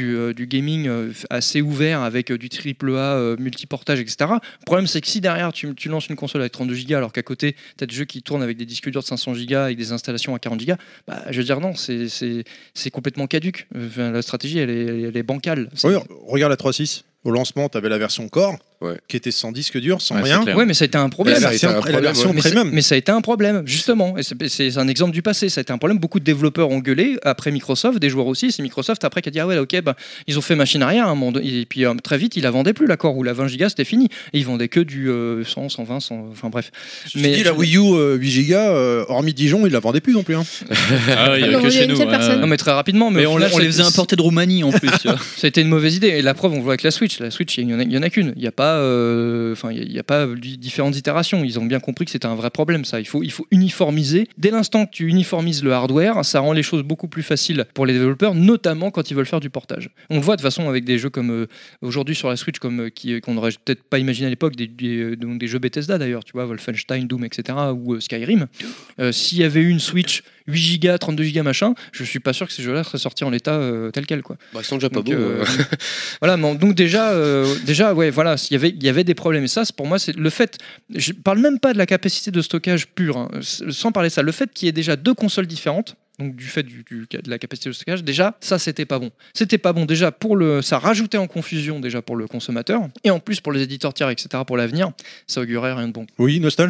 S3: gaming assez ouvert avec du AAA, multiportage, etc. Le problème, c'est que si derrière, tu lances une console avec 32 Go alors qu'à côté, tu as des jeux qui tournent avec des disques durs de 500 Go avec des installations à 40 Go, je veux dire non, c'est complètement caduque. La stratégie, elle est bancale.
S1: Oui, regarde la 3.6. Au lancement, tu avais la version Core. qui était sans disque dur, sans
S5: Ouais, c'est
S1: rien.
S5: clair.
S3: Ouais, mais ça a été un problème.
S1: Et
S6: ça
S1: la
S6: a été un
S1: version,
S6: problème,
S1: la version
S3: Mais
S1: premium.
S3: mais ça a été un problème, justement. Et c'est un exemple du passé. Ça a été un problème. Beaucoup de développeurs ont gueulé après Microsoft, des joueurs aussi. C'est Microsoft après qui a dit ah ouais, ok, bah, ils ont fait machine arrière. Et puis très vite, ils la vendaient plus, l'accord, ou la 20 Go, c'était fini. Et ils vendaient que du 100, 120, 100, enfin bref.
S1: Mais la Wii U 8 Go, hormis Dijon, ils la vendaient plus non plus. Hein.
S5: Ah, il y
S2: Non,
S5: avait que
S2: il y a
S5: chez
S2: une
S5: nous.
S2: seule personne.
S3: Non, mais très rapidement. Mais
S5: Mais
S3: au
S5: on
S3: final,
S5: les faisait importer de Roumanie en plus. tu vois.
S3: Ça a été une mauvaise idée. Et la preuve, on le voit avec la Switch. La Switch, il y en a qu'une. Il n'y a pas, il y a pas différentes itérations. Ils ont bien compris que c'était un vrai problème. Ça, il faut uniformiser. Dès l'instant que tu uniformises le hardware, ça rend les choses beaucoup plus faciles pour les développeurs, notamment quand ils veulent faire du portage. On le voit de toute façon avec des jeux comme aujourd'hui sur la Switch, comme qu'on n'aurait peut-être pas imaginé à l'époque, des jeux Bethesda d'ailleurs. Tu vois, Wolfenstein, Doom, etc. ou Skyrim. S'il y avait eu une Switch 8 Go, 32 Go machin, je suis pas sûr que ces jeux-là seraient sortis en l'état tel quel, quoi.
S6: Bah, ils sont déjà pas
S3: Donc,
S6: beaux.
S3: voilà, donc déjà ouais, voilà, il y avait des problèmes. Et ça, pour moi, c'est le fait. Je parle même pas de la capacité de stockage pure, hein, sans parler de ça. Le fait qu'il y ait déjà deux consoles différentes. Donc du fait de la capacité de stockage, déjà ça c'était pas bon. C'était pas bon déjà ça rajoutait en confusion déjà pour le consommateur et en plus pour les éditeurs tiers, etc. pour l'avenir, ça augurait rien de bon.
S1: Oui, Nostal.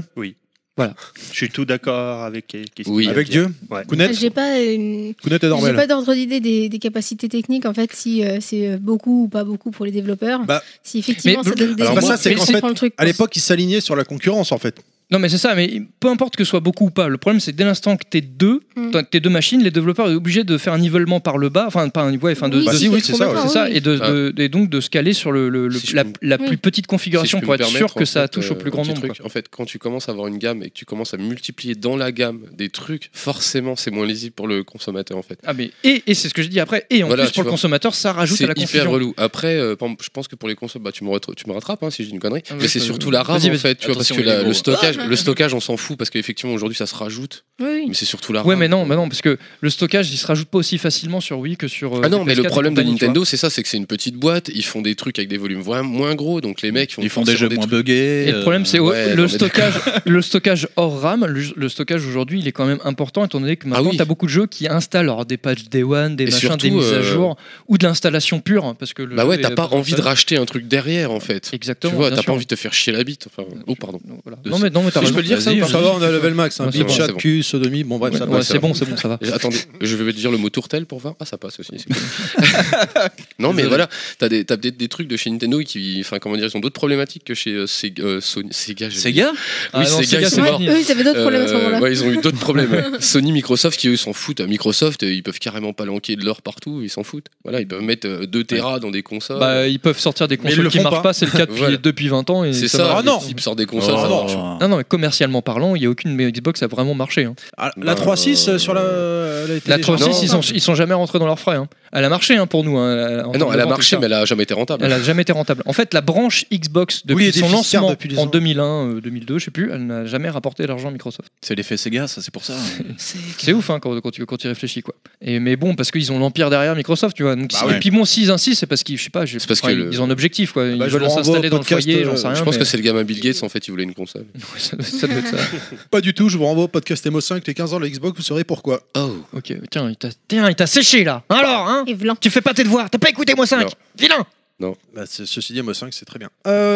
S4: Je suis tout d'accord avec ce
S6: Oui.
S4: qu'il a
S1: Avec
S4: dit.
S1: Dieu.
S4: Ouais.
S1: Kounet.
S2: J'ai pas une-
S1: Kounet et
S2: J'ai
S1: Dormel.
S2: pas d'ordre d'idée des capacités techniques, en fait, si c'est beaucoup ou pas beaucoup pour les développeurs.
S1: Bah,
S2: Si effectivement
S3: mais
S2: ça donne des
S1: alors, ça, c'est
S2: je
S1: qu'en
S2: comprends le truc.
S1: À l'époque, ils s'alignaient sur la concurrence en fait.
S3: Non mais c'est ça, mais peu importe que ce soit beaucoup ou pas, le problème c'est que dès l'instant que t'es deux machines, les développeurs sont obligés de faire un nivellement par le bas, enfin pas un niveau, enfin de,
S2: Oui,
S3: de-
S2: si,
S1: oui, c'est ça,
S2: complètement,
S3: c'est ça,
S2: oui.
S3: et donc de se caler sur
S6: Si je
S3: la
S2: peux-
S3: plus petite configuration
S6: Si je
S3: pour
S6: peux
S3: être
S6: me
S3: sûr
S6: permettre,
S3: que
S6: en
S3: ça
S6: fait,
S3: touche au plus grand
S6: un petit
S3: nombre.
S6: truc. En fait, quand tu commences à avoir une gamme et que tu commences à multiplier dans la gamme des trucs, forcément, c'est moins lisible pour le consommateur, en fait.
S3: Ah mais et c'est ce que je dis après, et en
S6: Voilà,
S3: plus
S6: tu
S3: pour le
S6: vois.
S3: consommateur ça rajoute
S6: C'est
S3: à la
S6: hyper
S3: confusion.
S6: relou. Après, je pense que pour les consoles, bah, tu me rattrapes hein, si j'ai une connerie.
S3: Ah,
S6: mais c'est surtout la RAM,
S3: vas-y,
S6: en fait, tu vois, parce
S5: Attention,
S6: que
S5: il est gros.
S6: le stockage, on s'en fout parce qu'effectivement aujourd'hui ça se rajoute.
S2: Oui,
S6: Mais c'est surtout la RAM.
S3: Ouais mais non, parce que le stockage il se rajoute pas aussi facilement sur Wii que sur
S6: Ah non,
S3: les
S6: mais le
S3: PS4 et
S6: problème de
S3: compagnie, tu vois.
S6: Nintendo, c'est ça, c'est que c'est une petite boîte, ils font des trucs avec des volumes vraiment moins gros, donc les mecs
S5: Ils font des jeux moins buggés.
S3: Et le problème, c'est
S6: ouais, non, mais
S3: le stockage hors RAM. Le stockage aujourd'hui, il est quand même important, étant donné que maintenant,
S6: oui.
S3: tu as beaucoup de jeux qui installent alors, des patchs Day One, des
S6: Et
S3: machins,
S6: surtout,
S3: des mises à jour, ou de l'installation pure. Hein, parce que
S6: Bah
S3: jeu
S6: ouais,
S3: est
S6: t'as pas
S3: besoin
S6: envie de racheter un truc derrière en fait.
S3: Exactement.
S6: Tu vois,
S3: bien
S6: t'as
S3: sûr.
S6: pas envie de te faire chier la bite. Enfin, oh pardon.
S3: Donc, voilà.
S5: De
S3: Non, mais t'as
S6: Si je
S3: raison.
S6: peux le dire ça ou pas
S1: Ça va, on a level max.
S3: Ouais,
S1: Big
S3: c'est bon,
S1: chat,
S6: c'est bon.
S1: cul, sodomie. Bon, bref, ça
S3: Ouais,
S1: passe.
S3: c'est bon, ça va.
S6: Attendez, je vais te dire le mot tourtel pour voir. Ah, ça passe aussi. c'est cool. Non, mais
S3: Désolé.
S6: voilà, t'as des trucs de chez Nintendo qui, enfin, comment dire, ils ont d'autres problématiques que chez Sega. Sega, j'ai dit.
S5: Sega
S3: Ah,
S6: Oui,
S3: non,
S6: Sega,
S3: Sega,
S6: c'est
S3: c'est
S6: mort.
S3: fini.
S2: Eux, ils avaient d'autres problèmes à ce moment-là.
S6: Ouais, ils ont eu d'autres problèmes. Ouais. Sony, Microsoft, qui eux s'en foutent. À Microsoft, ils peuvent carrément palanquer de l'or partout, ils s'en foutent. Voilà, ils peuvent mettre 2 Tera dans des consoles.
S3: Bah, ils peuvent sortir des
S1: Mais ils
S3: consoles
S1: le
S3: qui
S1: font
S3: marchent
S1: pas.
S3: pas, c'est le cas
S6: Voilà.
S3: depuis 20 ans. Et
S6: c'est
S3: ça
S6: ça.
S3: marche.
S1: Ah non.
S6: Ils sortent des consoles.
S1: Oh,
S6: ça
S1: non.
S6: marche.
S3: Non, mais commercialement parlant, il n'y a aucune Xbox qui a vraiment marché. Hein.
S1: Ah, la 3.6 sur la. Elle a été
S3: La
S1: légèrement-
S3: 3.6, ils sont jamais rentrés dans leurs frais. Hein. Elle a marché pour nous. Hein,
S6: Ah non, elle a marché, mais elle a jamais été rentable.
S3: elle a jamais été rentable. En fait, la branche Xbox depuis
S1: Oui, elle est
S3: son
S1: déficitaire
S3: lancement
S1: depuis des
S3: en
S1: ans.
S3: 2001, 2002, je sais plus, elle n'a jamais rapporté l'argent à Microsoft.
S5: C'est l'effet Sega, ça, c'est pour ça.
S3: C'est ouf hein, quand tu y réfléchis quoi. Mais bon, parce qu'ils ont l'empire derrière Microsoft, tu vois. Donc,
S1: Bah
S3: et
S1: ouais.
S3: puis bon, s'ils insistent, c'est parce qu'ils, je sais pas,
S6: C'est parce que
S3: ils ont un objectif quoi. Ils
S1: Bah, je
S3: veulent
S1: vous renvoie
S3: s'installer
S1: au
S3: dans le
S1: podcast,
S3: foyer, j'en sais rien.
S6: Je pense
S3: mais-
S6: que c'est le gamin Bill Gates, en fait, il voulait une console.
S3: Ouais, ça doit être ça.
S1: Pas du tout, je vous renvoie au podcast Emo5, les 15 ans de la Xbox, vous saurez pourquoi.
S6: Oh.
S3: Ok, tiens, il t'a séché là. Alors, hein
S2: Et Vlan.
S3: tu fais pas tes devoirs, t'as pas écouté moi 5.
S6: Non.
S3: Vilain.
S1: Bah, ceci dit, Emo5, c'est très bien.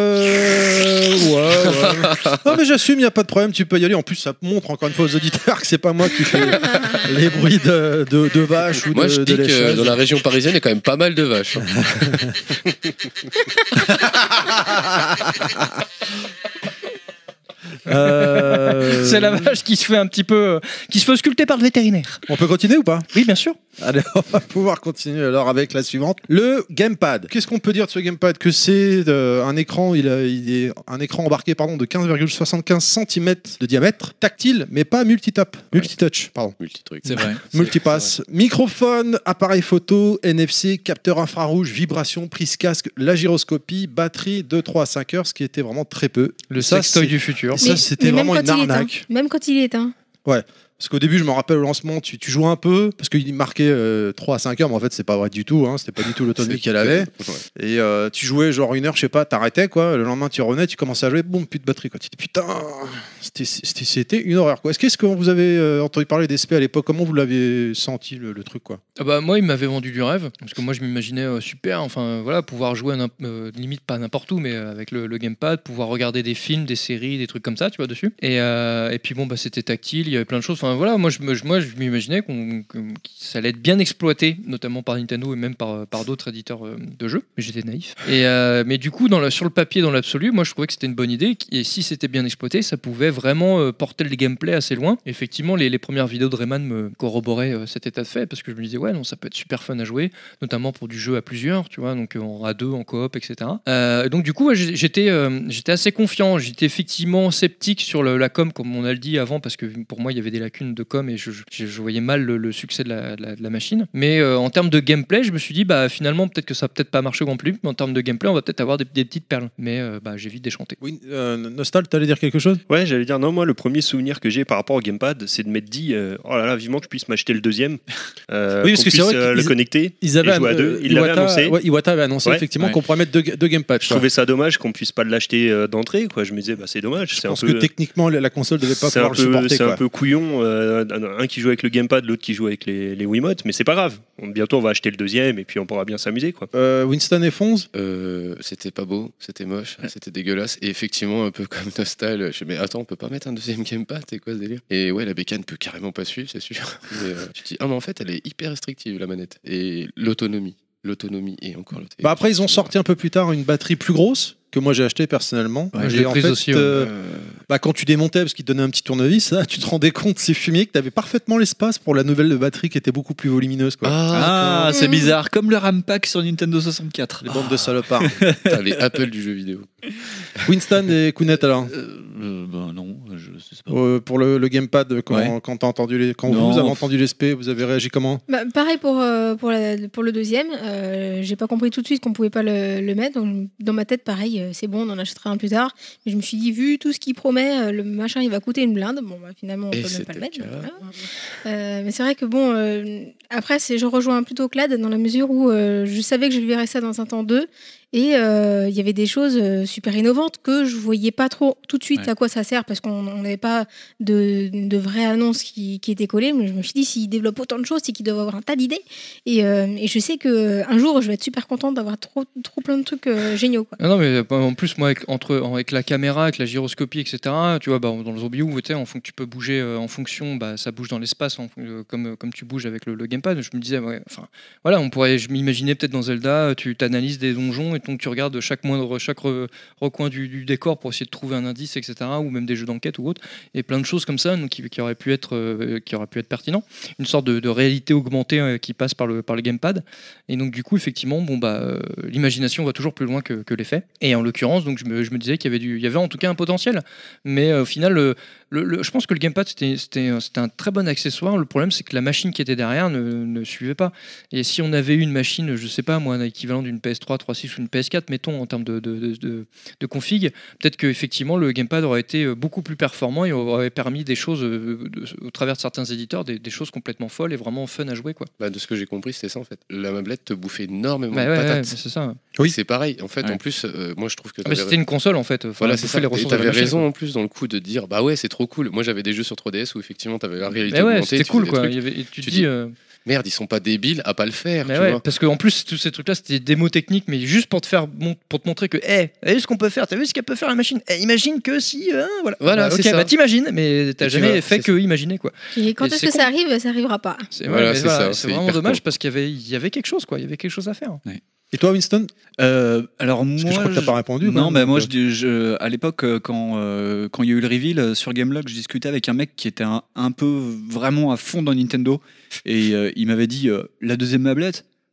S1: Ouais. Non, mais j'assume, il n'y a pas de problème, tu peux y aller. En plus, ça montre encore une fois aux auditeurs que c'est pas moi qui fais les bruits de vaches ou
S6: Moi,
S1: de
S6: je dis que
S1: léchage.
S6: dans la région parisienne, il y a quand même pas mal de vaches. hein.
S3: C'est la vache qui se fait un petit peu, qui se fait sculpter par le vétérinaire.
S1: On peut continuer ou pas?
S3: Oui, bien sûr.
S1: Allez, on va pouvoir continuer alors avec la suivante. Le gamepad. Qu'est-ce qu'on peut dire de ce gamepad? Que c'est un écran, il est un écran embarqué de 15,75 cm de diamètre, tactile, mais pas multitap, multitouch, pardon.
S6: Multi-truc.
S5: C'est vrai.
S1: Multipass, microphone, appareil photo, NFC, capteur infrarouge, vibration, prise casque, la gyroscopie, batterie de 3 à 5 heures, ce qui était vraiment très peu.
S3: Le
S1: Ça,
S3: sextoy
S1: c'est-
S3: du futur.
S1: Ça, c'était
S2: même
S1: vraiment
S2: quand
S1: une
S2: il est éteint.
S1: arnaque.
S2: Même quand il est éteint.
S1: Parce qu'au début, je me rappelle au lancement, tu jouais un peu, parce qu'il marquait 3 à 5 heures, mais en fait, c'est pas vrai du tout. C'était pas du tout l'autonomie qu'elle avait. Et tu jouais genre 1 heure, je sais pas, t'arrêtais quoi. Le lendemain, tu revenais, tu commençais à jouer, boum, plus de batterie quoi. Tu dis putain, c'était une horreur quoi. Est-ce que vous avez entendu parler d'SP à l'époque? Comment vous l'avez senti le truc quoi?
S3: Ah bah, moi, il m'avait vendu du rêve, parce que moi, je m'imaginais super, enfin voilà, pouvoir jouer limite pas n'importe où, mais avec le gamepad, pouvoir regarder des films, des séries, des trucs comme ça, tu vois, dessus. Et puis bon, bah, c'était tactile, il y avait plein de choses. Enfin voilà, moi, je m'imaginais que ça allait être bien exploité, notamment par Nintendo et même par d'autres éditeurs de jeux. Mais j'étais naïf. Mais du coup, sur le papier, dans l'absolu, moi, je trouvais que c'était une bonne idée. Et si c'était bien exploité, ça pouvait vraiment porter le gameplay assez loin. Et effectivement, les premières vidéos de Rayman me corroboraient cet état de fait, parce que je me disais, ouais, non, ça peut être super fun à jouer, notamment pour du jeu à plusieurs, tu vois, donc à deux, en coop, etc. Donc du coup, j'étais assez confiant. J'étais effectivement sceptique sur la com, comme on a le dit avant, parce que pour moi, il y avait des lacunes de com et je voyais mal le succès de la machine. Mais en termes de gameplay, je me suis dit, bah finalement, peut-être que ça va peut-être pas marcher au grand public, mais en termes de gameplay, on va peut-être avoir des petites perles. Mais j'ai vite déchanté.
S1: Oui, Nostal, t'allais dire quelque chose?
S4: Ouais, j'allais dire, non, moi, le premier souvenir que j'ai par rapport au gamepad, c'est de m'être dit, oh là là, vivement que je puisse m'acheter le deuxième.
S1: Oui, parce que c'est vrai
S4: le connecter.
S1: Ils avaient
S4: jouer à deux. Il l'avait annoncé.
S1: Ouais, Iwata avait annoncé effectivement qu'on pourrait mettre deux gamepads.
S4: Je trouvais ça dommage qu'on puisse pas l'acheter d'entrée, quoi. Je me disais, bah, c'est dommage.
S1: Je pense que techniquement, la console devait pas pouvoir le supporter.
S4: C'est un peu couillon, un qui joue avec le gamepad, l'autre qui joue avec les Wiimotes, mais c'est pas grave. Bientôt, on va acheter le deuxième et puis on pourra bien s'amuser, quoi.
S1: Winston et Fonz,
S6: c'était pas beau, c'était moche, c'était dégueulasse. Et effectivement, un peu comme Nostal, je me dis, mais attends, on peut pas mettre un deuxième gamepad, c'est quoi ce délire? Et ouais, la bécane peut carrément pas suivre, c'est sûr. Mais tu te dis, ah, mais en fait, elle est hyper restrictive, la manette. Et l'autonomie et encore l'autonomie.
S1: Bah après, ils ont sorti un peu plus tard une batterie plus grosse que moi j'ai acheté personnellement.
S3: Ouais, j'ai pris aussi.
S1: Quand tu démontais, parce qu'il te donnait un petit tournevis, là, tu te rendais compte, c'est fumier, que tu avais parfaitement l'espace pour la nouvelle batterie qui était beaucoup plus volumineuse. Quoi.
S5: Ah, c'est bizarre. Comme le RAM pack sur Nintendo 64.
S1: Les bandes de salopards.
S6: Les Apple du jeu vidéo.
S1: Winston et Kounet alors
S5: non, je sais pas.
S1: Pour le gamepad, quand t'as entendu quand vous avez entendu l'SP, vous avez réagi comment?
S2: Pareil pour le deuxième. J'ai pas compris tout de suite qu'on pouvait pas le mettre. Donc, dans ma tête, pareil, c'est bon, on en achètera un plus tard. Mais je me suis dit, vu tout ce qu'il promet, le machin il va coûter une blinde. Bon, bah, finalement, on peut même pas le mettre. Mais c'est vrai que bon, après, je rejoins plutôt Clad dans la mesure où je savais que je verrais ça dans un temps 2. Et il y avait des choses super innovantes que je voyais pas trop tout de suite à quoi ça sert, parce qu'on n'avait pas de vraies annonces qui étaient collées. Mais je me suis dit, s'ils développent autant de choses, c'est qu'ils doivent avoir un tas d'idées. Et je sais qu'un jour, je vais être super contente d'avoir trop plein de trucs géniaux. Quoi.
S3: Non, mais en plus, moi, avec la caméra, avec la gyroscopie, etc., tu vois, dans le Zombie U, tu peux bouger en fonction, ça bouge dans l'espace, comme tu bouges avec le gamepad. Je me disais, je m'imaginais peut-être dans Zelda, tu t'analyses des donjons, et donc tu regardes chaque recoin du décor pour essayer de trouver un indice, etc., ou même des jeux d'enquête ou autre, et plein de choses comme ça donc, qui auraient pu être pertinent. Une sorte de réalité augmentée qui passe par le gamepad. Et donc du coup, effectivement, l'imagination va toujours plus loin que les faits. Et en l'occurrence, donc je me disais qu'il y avait en tout cas un potentiel. Mais au final, je pense que le gamepad c'était un très bon accessoire. Le problème, c'est que la machine qui était derrière ne suivait pas. Et si on avait eu une machine, je sais pas moi, un équivalent d'une PS3, 3.6 ou une PS4, mettons en termes de config, peut-être que effectivement le gamepad aurait été beaucoup plus performant et aurait permis des choses au travers de certains éditeurs, des choses complètement folles et vraiment fun à jouer, quoi.
S6: De ce que j'ai compris, c'était ça en fait. La tablette te bouffait énormément de
S3: patates.
S6: patates.
S3: C'est ça.
S6: Oui, c'est pareil. En fait, en plus, moi je trouve que
S3: c'était une console en fait.
S6: Voilà, c'est ça. Et t'avais raison en plus dans le coup de dire bah ouais, c'est trop cool. Moi j'avais des jeux sur 3DS où effectivement t'avais la réalité augmentée.
S3: C'était cool quoi. Tu te dis
S6: merde, ils sont pas débiles à pas le faire.
S3: Tu vois. Parce qu'en plus, tous ces trucs-là, c'était des démos techniques, mais juste pour te montrer que, t'as vu ce qu'on peut faire, t'as vu ce qu'elle peut faire la machine. Imagine que si, voilà.
S6: C'est ça.
S3: T'imagines, mais t'as jamais fait que imaginer, quoi.
S2: Et quand est-ce que ça arrive, ça arrivera pas.
S6: C'est ça.
S3: C'est vraiment dommage parce qu'il y avait quelque chose, quoi. Il y avait quelque chose à faire.
S1: Ouais. Et toi, Winston?
S5: Alors moi,
S1: je crois que t'as pas répondu.
S5: Non, moi, à l'époque, quand il y a eu le reveal sur Gamelogue, je discutais avec un mec qui était un peu vraiment à fond dans Nintendo, et il m'avait dit la deuxième tablette.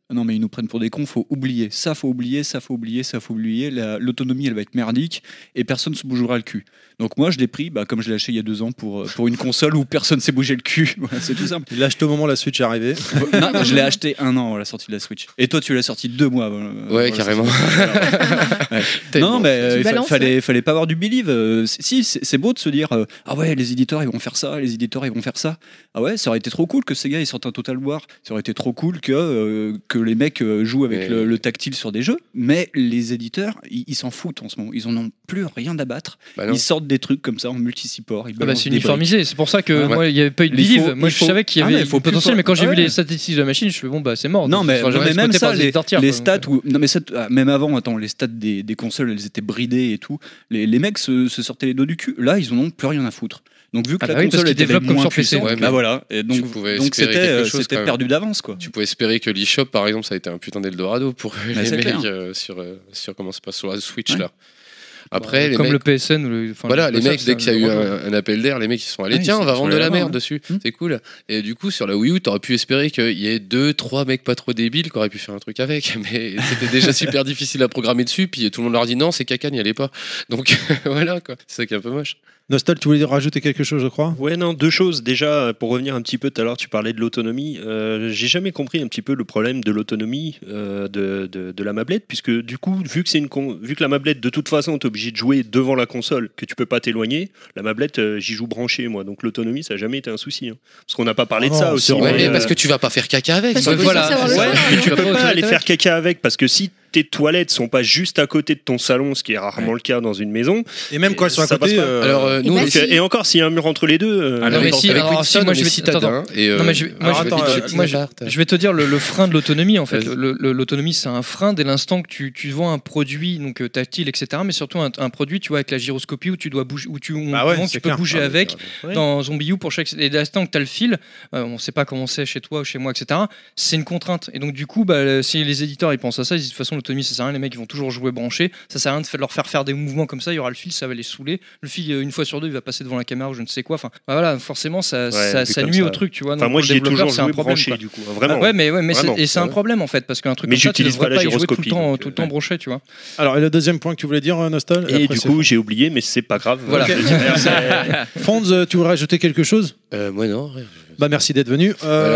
S5: non mais ils nous prennent pour des cons, faut oublier, ça faut oublier, ça faut oublier, ça faut oublier, l'autonomie elle va être merdique et personne se bougera le cul. Donc moi je l'ai pris, comme je l'ai acheté il y a 2 ans pour une console où personne s'est bougé le cul, voilà, c'est tout simple.
S1: Il l'a acheté au moment où la Switch est arrivée.
S5: Non, je l'ai acheté 1 an à la sortie de la Switch. Et toi tu l'as sorti 2 mois.
S6: Ouais, carrément.
S5: Ouais. Non mais
S2: Tu balances,
S5: fallait pas avoir du believe. Si c'est beau de se dire ah ouais les éditeurs ils vont faire ça, les éditeurs ils vont faire ça. Ah ouais ça aurait été trop cool que ces gars ils sortent un Total War, ça aurait été trop cool que les mecs jouent avec le tactile sur des jeux, mais les éditeurs ils s'en foutent en ce moment, ils en ont plus rien à battre. Ils sortent des trucs comme ça en multi-support.
S3: C'est uniformisé, c'est pour ça que moi il n'y avait pas eu de believe. Moi je savais qu'il y avait du potentiel, mais quand j'ai vu les statistiques de la machine, je fais bon c'est mort.
S5: Non mais même ça, les stats même avant, les stats des consoles elles étaient bridées et tout. Les mecs se sortaient les dos du cul. Là ils en ont plus rien à foutre. Donc vu que la console était
S3: comme sur
S5: puissante,
S3: PC,
S5: voilà. Et donc c'était perdu d'avance quoi.
S6: Tu pouvais espérer que l'eShop par exemple ça a été un putain d'Eldorado pour les mecs sur comment ça passe sur la Switch là. Après,
S3: comme
S6: mecs,
S3: le PSN ou
S6: les mecs dès qu'il y a eu un appel d'air, les mecs ils sont allés tiens on va vendre de la merde dessus, c'est cool. Et du coup sur la Wii U t'aurais pu espérer qu'il y ait 2-3 mecs pas trop débiles qui auraient pu faire un truc avec, mais c'était déjà super difficile à programmer dessus, puis tout le monde leur dit non c'est caca, n'y allez pas. Donc voilà quoi, c'est ça qui est un peu moche.
S1: Nostal, tu voulais rajouter quelque chose, je crois ?
S4: Ouais, non, 2 choses. Déjà, pour revenir un petit peu tout à l'heure, tu parlais de l'autonomie. J'ai jamais compris un petit peu le problème de l'autonomie de la mablette, puisque du coup, vu que la mablette, de toute façon, t'es obligé de jouer devant la console, que tu peux pas t'éloigner, la mablette, j'y joue branché, moi. Donc l'autonomie, ça n'a jamais été un souci. Hein. Parce qu'on n'a pas parlé de ça aussi.
S6: Ouais, parce que tu vas pas faire caca avec.
S2: Parce que
S4: mais tu peux pas aller faire caca avec, parce que si tes toilettes sont pas juste à côté de ton salon, ce qui est rarement le cas dans une maison.
S1: Et même quand elles sont à côté.
S6: Alors, nous,
S4: et encore, s'il y a un mur entre les deux.
S3: Je vais te dire le frein de l'autonomie en fait. L'autonomie, c'est un frein dès l'instant que tu vends un produit donc tactile, etc. Mais surtout un produit, tu vois, avec la gyroscopie où tu dois bouger, où tu peux bouger avec dans Zombie U pour chaque. Et dès l'instant que tu as le fil, on sait pas comment c'est chez toi ou chez moi, etc. C'est une contrainte. Et donc du coup, si les éditeurs ils pensent à ça, ils disent de toute façon l'autonomie ça sert à rien, les mecs ils vont toujours jouer branchés, ça sert à rien de leur faire des mouvements comme ça, il y aura le fil, ça va les saouler, le fil une fois sur deux il va passer devant la caméra ou je ne sais quoi, enfin voilà, forcément ça nuit au truc, tu vois.
S4: Enfin moi j'y ai toujours joué branché du coup, vraiment.
S3: Mais c'est un problème en fait, parce qu'un truc comme ça tu ne devrais pas y jouer tout le temps branché, tu vois.
S1: Alors et le deuxième point que tu voulais dire, Nostal?
S4: Et du coup j'ai oublié, mais c'est pas grave.
S3: Voilà.
S1: Fonz, tu voudrais rajouter quelque chose?
S6: Moi non.
S1: Bah merci d'être venu.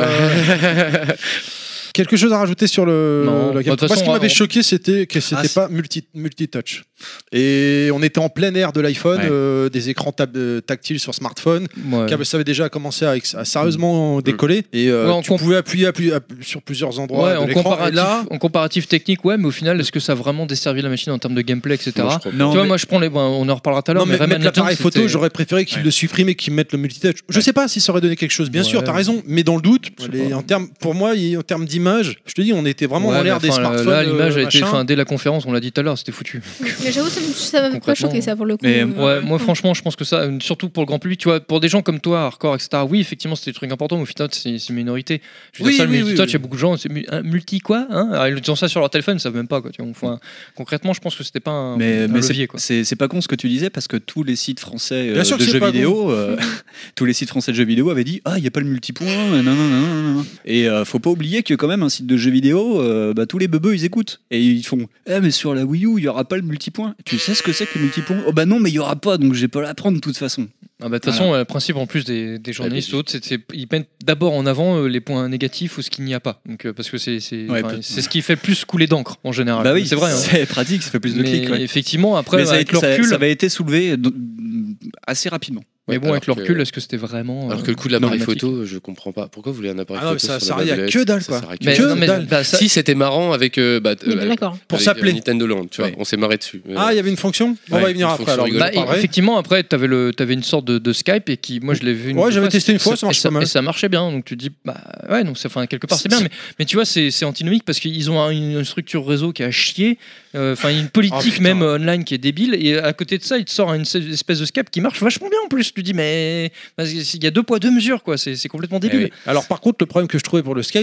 S1: Quelque chose à rajouter sur le game. Moi, ce qui m'avait choqué, c'était que c'était pas multi-touch. Et on était en plein air de l'iPhone, des écrans tactiles sur smartphone. Ça avait déjà commencé à sérieusement décoller. Et tu pouvais appuyer sur plusieurs endroits de l'écran.
S3: En comparatif technique, mais au final, est-ce que ça a vraiment desservi la machine en termes de gameplay, etc.
S1: Non,
S3: tu vois, moi, je prends on en reparlera tout à l'heure.
S1: Mais mettre l'appareil photo, j'aurais préféré qu'ils le suppriment et qu'ils mettent le multitouch. Je sais pas si ça aurait donné quelque chose. Bien sûr, t'as raison. Mais dans le doute, pour moi, en termes d'image, je te dis, on était vraiment dans l'ère des smartphones.
S3: Là, l'image a été, dès la conférence, on l'a dit tout à l'heure, c'était foutu.
S2: Mais j'avoue, ça m'a pas choqué ça pour le coup.
S3: Moi, franchement, je pense que ça, surtout pour le grand public, tu vois, pour des gens comme toi, hardcore, etc. Oui, effectivement, c'était des trucs importants, mais au final, c'est une minorité. Je veux dire, ça, le multitouch, il y a beaucoup de gens, c'est multi quoi, hein. Alors, ils ont ça sur leur téléphone, ils savent même pas quoi. Tu vois, enfin, concrètement, je pense que c'était pas un levier, quoi.
S5: C'est pas con ce que tu disais, parce que tous les sites français de jeux vidéo, tous les sites français de jeux vidéo avaient dit il y a pas le multipoint, non. Et faut pas oublier que quand même un site de jeux vidéo, tous les bebeux ils écoutent et ils font mais sur la Wii U il y aura pas le multipoint. Tu sais ce que c'est que le multipoint? Non, mais il y aura pas, donc j'ai pas à l'apprendre de toute façon.
S3: De toute façon, le principe en plus des journalistes ou autres, ils mettent d'abord en avant les points négatifs ou ce qu'il n'y a pas. Donc, parce que c'est ce qui fait plus couler d'encre en général.
S5: Bah oui,
S3: c'est vrai.
S5: C'est pratique, ça fait plus de clics.
S3: Effectivement, après, avec le recul,
S5: ça avait été soulevé assez rapidement.
S3: Mais bon, avec le recul, est-ce que c'était vraiment.
S6: Alors que le coup de l'appareil photo, je comprends pas. Pourquoi vous voulez un appareil photo?
S1: Ça sert à que dalle, quoi.
S6: Si c'était marrant avec
S1: pour s'appeler
S6: Nintendo Land, tu vois, on s'est marré dessus.
S1: Il y avait une fonction. On va y venir après. Alors,
S3: effectivement, après, t'avais une sorte de Skype et qui, moi, je l'ai vu.
S1: Ouais, j'avais testé une fois, ça marche pas mal.
S3: Et ça marchait bien. Donc tu te dis, donc quelque part c'est bien. Mais tu vois, c'est antinomique parce qu'ils ont une structure réseau qui a chier. Une politique même online qui est débile. Et à côté de ça, il te sort une espèce de Skype qui marche vachement bien en plus. Tu dis, mais il y a 2 poids 2 mesures, quoi. C'est complètement débile.
S1: Alors par contre, le problème que je trouvais pour le Skype, c'est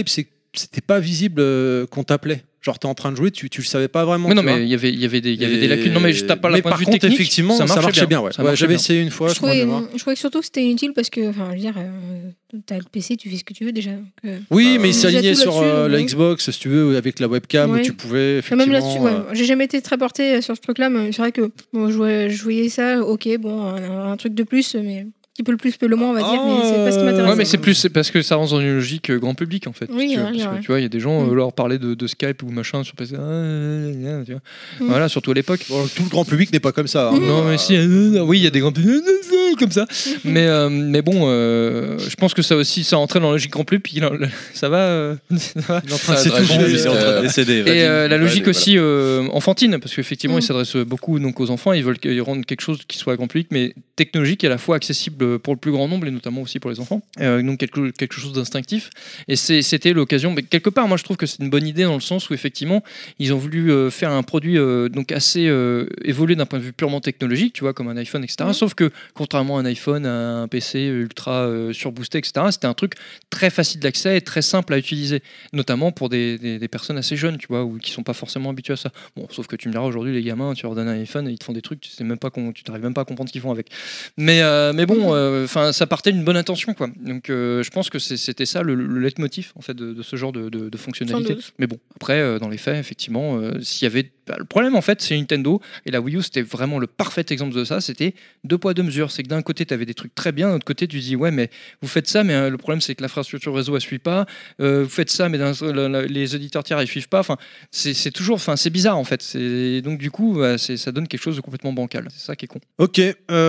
S1: c'était pas visible qu'on t'appelait. Genre t'es en train de jouer, tu le savais pas vraiment.
S3: Mais non,
S1: tu vois.
S3: mais il y avait des lacunes. Non, mais je tape pas
S1: Mais
S3: la point de
S1: par
S3: vue
S1: contre,
S3: technique.
S1: effectivement, ça marchait bien. Ouais.
S3: Ça
S1: Ouais,
S3: marchait
S1: j'avais
S3: bien.
S1: essayé une fois.
S2: Je
S1: crois, de voir.
S2: trouvais que surtout que c'était inutile parce que, enfin, je veux dire, t'as le PC, tu fais ce que tu veux déjà. Donc,
S1: Oui, mais il
S2: déjà
S1: s'alignait
S2: tout
S1: sur
S2: là-dessus,
S1: la
S2: ouais.
S1: Xbox, si tu veux, avec la webcam, où
S2: Ouais.
S1: tu pouvais
S2: Enfin, même là-dessus,
S1: effectivement.
S2: ouais. J'ai jamais été très portée sur ce truc-là, mais c'est vrai que bon, je voyais ça, ok, bon, un truc de plus, mais un petit peu le plus, peu le moins, on va dire, mais c'est pas ce qui m'intéresse.
S3: Ouais, mais c'est parce que ça rentre dans une logique grand public en fait.
S2: Oui,
S3: si tu veux,
S2: ouais,
S3: parce que
S2: ouais.
S3: tu vois, il y a des gens
S2: Mm.
S3: leur parler de Skype ou machin sur PC. Tu vois.
S2: Mm.
S3: Voilà, surtout à l'époque.
S1: Bon, tout le grand public n'est pas comme ça. hein.
S3: Non, mais si, oui, il y a des grands publics comme ça. Mais bon, je pense que ça aussi, ça entrait dans la logique grand public. Puis ça va. Ça va.
S1: Il est en train de
S6: Ça
S1: s'étouffer.
S6: dragon,
S5: Il est en train de décéder.
S3: Et la logique
S6: mais
S3: aussi enfantine, parce qu'effectivement,
S2: Mm.
S3: ils s'adressent beaucoup donc, aux enfants, ils veulent rendre quelque chose qui soit grand public, mais technologique et à la fois accessible pour le plus grand nombre, et notamment aussi pour les enfants. Donc quelque chose d'instinctif. Et c'était l'occasion, mais quelque part, moi je trouve que c'est une bonne idée dans le sens où effectivement, ils ont voulu faire un produit donc assez évolué d'un point de vue purement technologique, tu vois, comme un iPhone, etc.
S2: Mm.
S3: Sauf que, contrairement à un iPhone, à un PC ultra surboosté, etc., c'était un truc très facile d'accès et très simple à utiliser, notamment pour des personnes assez jeunes, tu vois, ou qui sont pas forcément habituées à ça. Bon, sauf que tu me diras aujourd'hui, les gamins, tu leur donnes un iPhone et ils te font des trucs, tu sais même pas tu t'arrives même pas à comprendre ce qu'ils font avec. Mais bon, enfin, ça partait d'une bonne intention, quoi. Donc, je pense que c'était ça le leitmotiv en fait de ce genre de fonctionnalité.
S2: Sans doute.
S3: Mais bon, après, dans les faits, effectivement, s'il y avait le problème en fait, c'est Nintendo et la Wii U, c'était vraiment le parfait exemple de ça. C'était 2 poids 2 mesures. C'est que d'un côté, tu avais des trucs très bien, de l'autre côté, tu dis ouais, mais vous faites ça, mais le problème c'est que l'infrastructure réseau elle suit pas. Vous faites ça, mais les éditeurs tiers ils suivent pas. Enfin, c'est toujours, enfin, c'est bizarre en fait. Donc du coup, ça donne quelque chose de complètement bancal. C'est ça qui est con.
S1: Ok.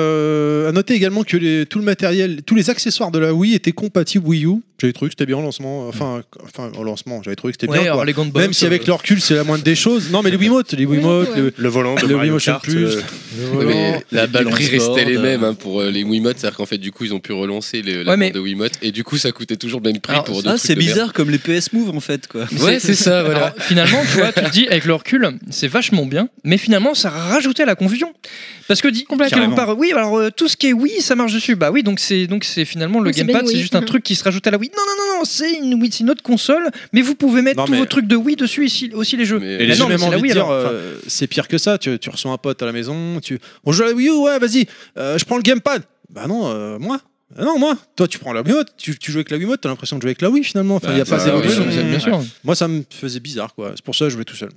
S1: À noter également que tout le matériel, tous les accessoires de la Wii étaient compatibles Wii U. J'avais trouvé que c'était bien au lancement. Enfin, au lancement, j'avais trouvé que c'était bien. Quoi.
S3: alors, les gants de boxe,
S1: Même si avec le recul, c'est la moindre des choses. Non, mais les Wiimotes,
S2: Ouais.
S4: Le volant de
S1: le
S4: Mario
S1: Wiimotion
S4: Kart.
S1: Plus. le
S6: Ouais,
S1: volant.
S6: mais
S5: la
S6: les
S5: balance
S6: prix restaient les
S5: board,
S6: mêmes hein, pour les Wiimotes, c'est-à-dire qu'en fait du coup ils ont pu relancer la
S3: Ouais,
S6: bande
S3: mais-
S6: de Wiimote et du coup ça coûtait toujours le même prix
S3: Alors,
S6: pour deux
S5: Ah,
S6: trucs
S5: c'est
S6: de merde.
S5: bizarre comme les PS Move en fait quoi.
S6: Ouais, c'est ça, voilà.
S3: Alors, finalement, tu vois, tu te dis avec le recul, c'est vachement bien, mais finalement, ça rajoutait à la confusion. Parce que dit
S5: Carrément.
S3: oui, alors tout ce qui est Wii, ça marche dessus. Bah oui, donc c'est finalement le
S2: Donc, c'est
S3: gamepad,
S2: Ben
S3: c'est
S2: Wii.
S3: juste un truc qui se rajoute à la Wii. Non, c'est une Wii, c'est une autre console, mais vous pouvez mettre
S1: Non,
S3: tous
S1: mais-
S3: vos trucs de Wii dessus ici, aussi les jeux.
S6: Mais-
S5: Et
S1: Et
S5: les
S1: j'ai
S3: non, mais
S1: même
S3: c'est la
S1: envie
S3: Wii
S1: de dire,
S3: alors. Enfin,
S1: c'est pire que ça. Tu reçois un pote à la maison, on joue à la Wii U, ouais, vas-y, je prends le gamepad. Bah non, moi. Ah non, moi. Toi, tu prends la Wiimote, tu joues avec la Wiimote, t'as l'impression de jouer avec la Wii finalement. Enfin, il y a
S6: Bah,
S1: pas
S6: ça,
S1: d'évolution.
S6: oui,
S3: bien sûr.
S1: Moi, ça me faisait bizarre, quoi. C'est pour ça que je jouais tout seul.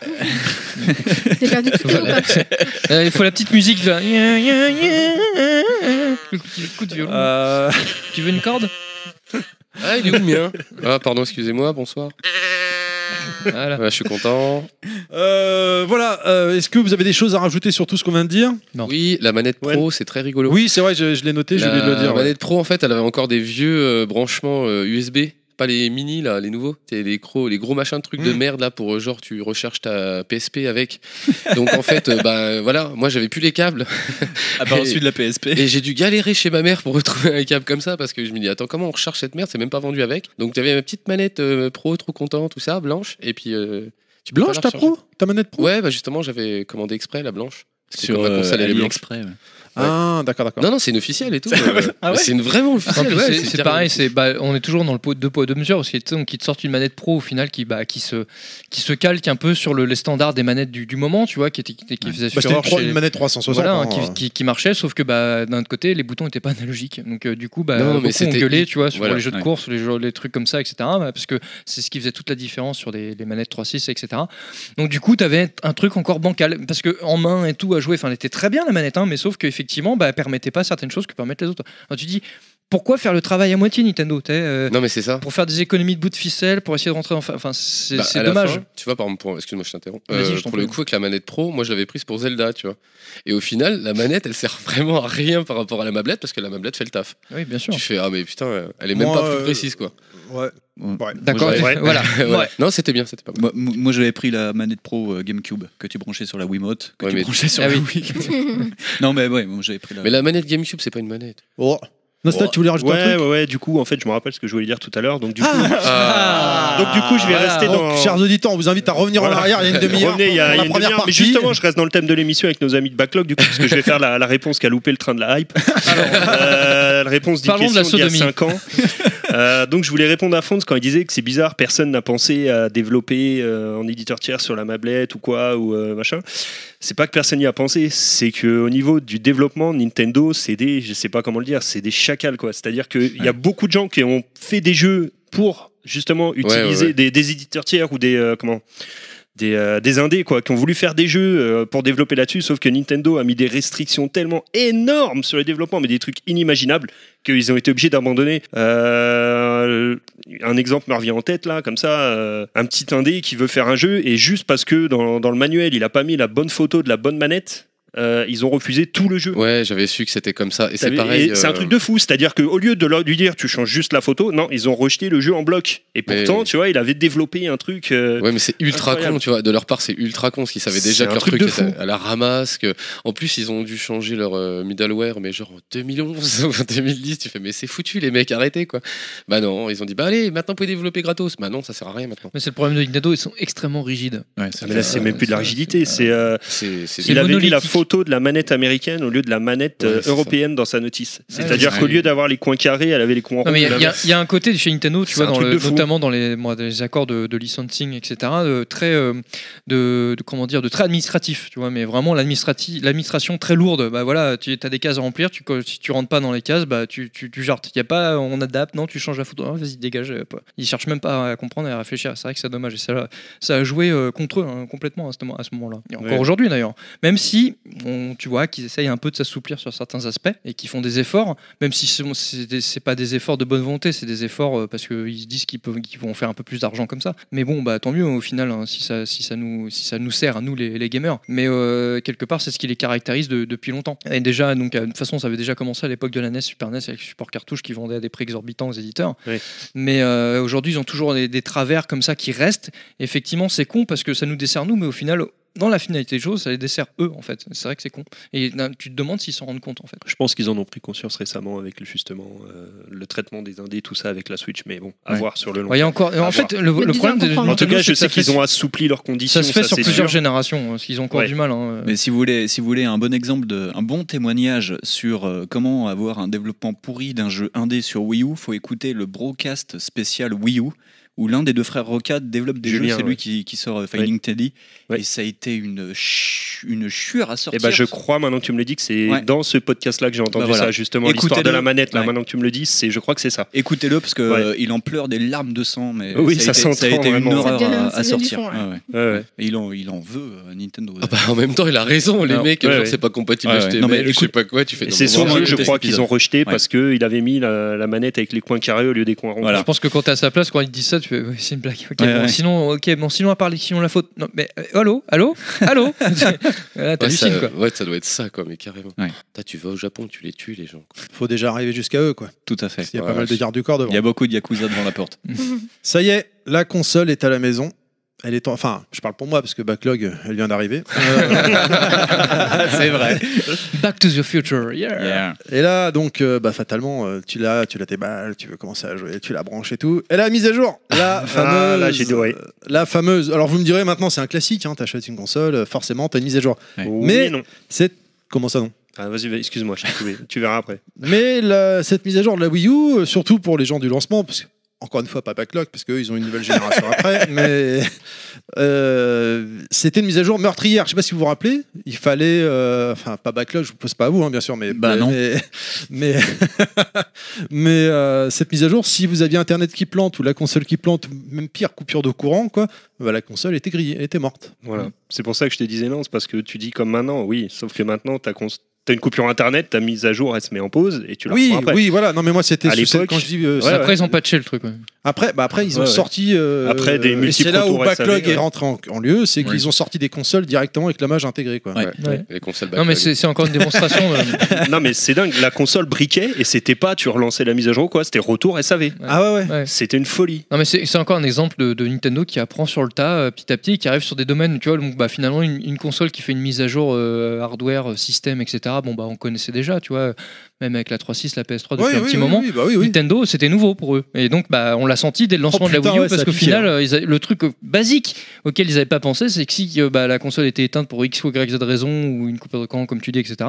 S2: T'es perdu tout ou pas
S3: Il faut la petite musique là. Le coup de violon. Tu veux une corde?
S6: Ah, il est où le mien? Ah, pardon, excusez-moi, bonsoir.
S3: Voilà.
S6: Ouais, je suis content.
S1: Voilà. Est-ce que vous avez des choses à rajouter sur tout ce qu'on vient de dire?
S3: Non.
S6: Oui, la manette pro, c'est très rigolo.
S1: Oui, c'est vrai, je l'ai noté, j'ai oublié de le dire.
S6: La
S1: ouais.
S6: manette pro, en fait, elle avait encore des vieux branchements USB. Pas les mini, là, les nouveaux. C'est les gros machins de trucs de merde, là, pour genre, tu recherches ta PSP avec. Donc, en fait, bah voilà, moi, j'avais plus les câbles.
S5: À part
S6: Et-
S5: celui de la PSP.
S6: Et j'ai dû galérer chez ma mère pour retrouver un câble comme ça parce que je me dis attends comment on recharge cette merde, c'est même pas vendu avec. Donc j'avais ma petite manette pro, trop content, tout ça, blanche, et puis tu peux
S1: Blanche,
S6: pas
S1: ta
S6: la recharger.
S1: pro? Ta manette pro?
S6: Ouais, bah justement j'avais commandé exprès la blanche. C'était
S5: Sur
S6: quand ma console elle est blanche.
S5: AliExpress. Ouais.
S1: Ah, d'accord.
S6: Non non c'est une officielle et tout.
S3: Ah ouais
S6: C'est une vraiment
S3: En
S6: officielle.
S3: plus,
S6: ouais,
S3: c'est
S6: carrément
S3: pareil,
S6: officiel.
S3: on est toujours dans le pot 2 poids 2 mesures parce qu'ils te sortent une manette pro au final qui se calque un peu sur les standards des manettes du moment, tu vois, qui faisait
S1: Bah,
S3: fureur
S1: c'était
S3: chez-
S1: une manette 360.
S3: voilà,
S1: hein,
S3: qui marchait, sauf que d'un autre côté, les boutons n'étaient pas analogiques. Donc du coup,
S6: Non, mais
S3: beaucoup ont
S6: c'était
S3: gueulé, tu vois, sur
S6: voilà,
S3: les jeux de
S5: ouais.
S3: course, les trucs comme ça, etc. Parce que c'est ce qui faisait toute la différence sur les manettes 3.6, etc. Donc du coup, tu avais un truc encore bancal, parce que en main et tout à jouer, enfin, elle était très bien la manette, hein, mais sauf qu'effectivement, elle permettait pas certaines choses que permettent les autres. Alors, tu dis, pourquoi faire le travail à moitié, Nintendo,
S6: Non mais c'est ça.
S3: pour faire des économies de bout de ficelle, pour essayer de rentrer enfin, c'est
S6: Bah, à la
S3: dommage.
S6: fin, tu vois, par exemple, excuse-moi, je t'interromps.
S3: Vas-y, je t'en
S6: pour le
S3: prie.
S6: coup, avec la manette pro, moi je l'avais prise pour Zelda, tu vois. Et au final, la manette, elle sert vraiment à rien par rapport à la mablette parce que la mablette fait le taf.
S3: Oui, bien sûr.
S6: Tu fais, ah mais putain, elle est même
S1: Moi,
S6: pas plus précise quoi.
S1: Ouais.
S5: Ouais.
S3: D'accord,
S5: Moi,
S4: Ouais.
S3: voilà.
S6: Voilà.
S3: Ouais.
S6: Non, c'était bien, c'était pas mal.
S5: moi, j'avais pris la manette pro GameCube que tu branchais sur la Wiimote, que
S6: Ouais,
S5: tu
S6: mais-
S5: branchais sur
S3: Ah
S5: la
S3: oui.
S5: Wii. Non mais ouais, moi j'avais pris la.
S6: Mais la manette GameCube, c'est pas une manette.
S1: Oh. Nostal, tu voulais rajouter un truc?
S4: Ouais, du coup, en fait, je me rappelle ce que je voulais dire tout à l'heure. Donc, du coup,
S6: Ah.
S4: donc, du coup je vais rester dans.
S1: Donc, chers auditeurs, on vous invite à revenir en
S4: Voilà.
S1: arrière. Il y a une demi-heure.
S4: Revenez, il y a
S1: pour la
S4: une
S1: première
S4: demi-heure. Mais
S1: partie.
S4: justement, je reste dans le thème de l'émission avec nos amis de Backlog, du coup, parce que je vais faire la réponse qu'a loupé le train de la hype. La réponse d'une
S3: Parlons de la
S4: question d'il y a
S3: sodomie.
S4: 5 ans. Donc je voulais répondre à Fonz quand il disait que c'est bizarre, personne n'a pensé à développer en éditeur tiers sur la tablette ou quoi, ou machin. C'est pas que personne n'y a pensé, c'est qu'au niveau du développement, Nintendo, c'est des, je sais pas comment le dire, c'est des chacals, quoi. C'est-à-dire qu'il y a beaucoup de gens qui ont fait des jeux pour justement utiliser des éditeurs tiers ou des des indés quoi, qui ont voulu faire des jeux pour développer là-dessus, sauf que Nintendo a mis des restrictions tellement énormes sur le développement, mais des trucs inimaginables, qu'ils ont été obligés d'abandonner. Un exemple me revient en tête là, comme ça, un petit indé qui veut faire un jeu, et juste parce que dans le manuel il a pas mis la bonne photo de la bonne manette, ils ont refusé tout le jeu.
S6: Ouais, j'avais su que c'était comme ça. Et c'est pareil.
S4: C'est un truc de fou. C'est-à-dire qu'au lieu de lui dire tu changes juste la photo, non, ils ont rejeté le jeu en bloc. Et pourtant, tu vois, il avait développé un truc.
S6: Ouais, mais c'est ultra
S4: incroyable.
S6: Con, tu vois. De leur part, c'est ultra con, parce qu'ils savaient déjà
S4: C'est
S6: que
S4: un
S6: leur
S4: truc
S6: truc
S4: de fou.
S6: était à la ramasse. En plus, ils ont dû changer leur middleware, mais genre en 2011 ou en 2010. Tu fais, mais c'est foutu, les mecs, arrêtez quoi. Bah non, ils ont dit, bah allez, maintenant vous pouvez développer gratos. Bah non, ça sert à rien maintenant.
S3: Mais c'est le problème de Nintendo, ils sont extrêmement rigides.
S5: Ouais,
S4: Mais là, c'est même plus de la rigidité. C'est
S6: C'est
S4: il avait mis la
S3: monolithique.
S4: photo de la manette américaine au lieu de la manette
S6: Ouais, c'est
S4: européenne dans sa notice. C'est-à-dire
S5: c'est
S4: qu'au
S5: ça.
S4: lieu d'avoir les coins carrés, elle avait les coins ronds.
S3: Non, mais il y a un côté chez Nintendo, tu
S4: C'est
S3: vois,
S4: un truc de fou.
S3: notamment dans les accords de licensing, etc., très comment dire, de très administratif, tu vois, mais vraiment l'administration très lourde. Bah voilà, tu as des cases à remplir, si tu rentres pas dans les cases, bah tu jartes. Il y a pas, on adapte, non, tu changes la photo, vas-y dégage. Ils cherchent même pas à comprendre et à réfléchir. C'est vrai que c'est dommage et ça a joué contre eux hein, complètement à ce moment-là. Et encore
S4: Ouais.
S3: aujourd'hui d'ailleurs. Même si tu vois qu'ils essayent un peu de s'assouplir sur certains aspects et qu'ils font des efforts, même si c'est pas des efforts de bonne volonté, c'est des efforts parce qu'ils se disent qu'ils vont faire un peu plus d'argent comme ça. Mais bon, bah tant mieux au final hein, si ça nous sert à nous les gamers. Mais quelque part, c'est ce qui les caractérise depuis longtemps. Et déjà, donc de toute façon, ça avait déjà commencé à l'époque de la NES, Super NES avec le support cartouche qui vendait à des prix exorbitants aux éditeurs.
S4: Oui.
S3: Mais aujourd'hui, ils ont toujours des travers comme ça qui restent. Effectivement, c'est con parce que ça nous dessert nous, mais au final, dans la finalité des choses, ça les dessert eux en fait. C'est vrai que c'est con. Et tu te demandes s'ils s'en rendent compte en fait.
S4: Je pense qu'ils en ont pris conscience récemment avec justement le traitement des indés, tout ça avec la Switch, mais bon, à
S5: Ouais.
S4: voir sur le long
S3: Ouais, il y a
S4: terme.
S3: encore. En
S4: À
S3: fait,
S4: voir.
S3: le
S2: Mais
S3: problème
S2: bizarre
S3: de
S2: comprendre.
S4: En tout
S3: Nintendo,
S4: cas, je
S3: c'est
S4: sais
S3: que ça
S4: qu'ils
S3: fait-
S4: ont assoupli leurs conditions.
S3: Ça se fait sur
S4: c'est
S3: plusieurs
S4: sûr.
S3: générations, parce qu'ils ont encore
S4: Ouais.
S3: du mal. Hein.
S5: Mais si vous voulez un bon exemple, un bon témoignage sur comment avoir un développement pourri d'un jeu indé sur Wii U, faut écouter le broadcast spécial Wii U, où l'un des deux frères Rocade développe des
S4: Julien,
S5: jeux, c'est
S4: ouais.
S5: lui qui sort Finding Teddy,
S4: Ouais.
S5: et ça a été une chure à sortir.
S4: Et bah, je crois maintenant que tu me le dis que c'est
S5: Ouais.
S4: dans ce podcast-là que j'ai entendu
S5: Bah, voilà.
S4: ça justement, l'histoire de
S5: Écoutez-le.
S4: la manette. Là,
S5: Ouais.
S4: maintenant que tu me le dis, je crois que c'est ça.
S5: Écoutez-le parce que
S4: Ouais.
S5: il en pleure des larmes de sang, mais
S4: Oui,
S5: ça a
S4: ça
S5: été, ça a
S4: s'entend
S5: été une
S4: vraiment.
S5: horreur
S2: Ça devient-
S5: à
S2: ça vient du
S5: sortir.
S2: fond, ouais.
S5: Ouais, ouais.
S4: Ouais, ouais.
S5: Et il en veut Nintendo.
S6: Ah bah, en même temps, il a raison, les
S3: Alors,
S6: mecs,
S4: ouais,
S6: genre
S4: ouais.
S6: c'est pas compatible
S5: Ouais, ouais.
S6: HTML,
S5: Non, mais
S6: je sais
S5: écoute-
S6: pas quoi, tu fais
S4: Et
S6: non,
S4: c'est
S6: mais
S4: son
S6: bon,
S4: jeu, je
S5: écoutez
S4: crois
S5: cet
S4: qu'ils
S5: épisode.
S4: ont rejeté
S5: Ouais.
S4: parce qu'il avait mis la manette avec les coins carrés au lieu des coins ronds.
S5: Voilà.
S3: Je pense que quand t'es à sa place, quand il te dit ça, tu fais ouais, c'est une blague. Ok,
S5: Ouais,
S3: bon,
S5: ouais.
S3: sinon à part sinon la faute. Non, mais allô Là, t'hallucines
S6: ça,
S3: quoi.
S6: ouais, ça doit être ça, quoi, mais carrément.
S5: Ouais.
S6: Putain, tu vas au Japon, tu les tues, les gens. Quoi.
S1: Faut déjà arriver jusqu'à eux, quoi.
S5: Tout à fait.
S1: Il y a
S6: Ouais,
S1: pas mal de
S6: ouais.
S1: gardes du corps devant.
S5: Il y a beaucoup de Yakuza devant la porte.
S1: Ça y est, la console est à la maison. Elle est enfin, je parle pour moi parce que Backlog, elle vient d'arriver.
S5: C'est vrai.
S3: Back to the future. Yeah.
S1: Et là, donc, fatalement, tu l'as tes balles, tu veux commencer à jouer, tu la branches et tout. Et la mise à jour, la fameuse.
S4: là, j'ai dit, ouais.
S1: La fameuse. Alors, vous me direz maintenant, c'est un classique, hein, t'achètes une console, forcément, t'as une mise à jour.
S5: Ouais.
S4: Oui
S1: Mais-
S4: et non.
S1: C'est. Comment ça, non?
S4: Ah, vas-y, excuse-moi, je t'ai coupé. Tu verras après.
S1: Mais cette mise à jour de la Wii U, surtout pour les gens du lancement, parce que, encore une fois, pas Backlog, parce qu'eux, ils ont une nouvelle génération après, mais c'était une mise à jour meurtrière. Je sais pas si vous vous rappelez, il fallait, enfin, pas Backlog, je vous pose pas à vous, hein, bien sûr, mais
S5: Bah non.
S1: mais cette mise à jour, si vous aviez Internet qui plante ou la console qui plante, ou même pire, coupure de courant, quoi, bah, la console était grillée, elle était morte.
S4: Voilà. C'est pour ça que je te disais non, c'est parce que tu dis comme maintenant, oui, sauf que maintenant, t'as une coupure internet, ta mise à jour, elle se met en pause et tu la
S1: Oui,
S4: reprends après.
S1: oui, voilà. Non, mais moi, c'était
S4: À l'époque,
S1: quand je dis.
S4: ouais,
S3: Après, ils ont patché le truc. Ouais.
S1: Après, ils ont
S4: Ouais, ouais.
S1: sorti.
S4: Après, des
S1: et c'est là où
S4: multi-protours
S1: Backlog
S4: SAV,
S1: est rentré en lieu, c'est
S3: Oui.
S1: qu'ils ont sorti des consoles directement avec l'image intégrée, quoi.
S5: Ouais.
S3: Ouais.
S6: Les consoles
S3: Non, mais
S6: backlog.
S3: c'est encore une démonstration.
S4: Non, mais c'est dingue, la console briquait et c'était pas tu relançais la mise à jour, quoi, c'était retour SAV.
S1: Ah ouais, ouais.
S3: Ouais.
S4: C'était une folie.
S3: Non mais c'est encore un exemple de Nintendo qui apprend sur le tas petit à petit et qui arrive sur des domaines, tu vois, donc finalement une console qui fait une mise à jour hardware, système, etc. Bon bah on connaissait déjà, tu vois. même avec la 3.6, la PS3 depuis
S1: Oui,
S3: un
S1: oui,
S3: petit
S1: oui,
S3: moment.
S1: oui, bah oui, oui.
S3: Nintendo, c'était nouveau pour eux. Et donc, on l'a senti dès le lancement de la
S1: putain,
S3: Wii U,
S1: ouais,
S3: parce
S1: ça a
S3: qu'au
S1: piqué,
S3: final, le truc basique auquel ils n'avaient pas pensé, c'est que si la console était éteinte pour X ou Y Z raison, ou une coupure de courant, comme tu dis, etc.,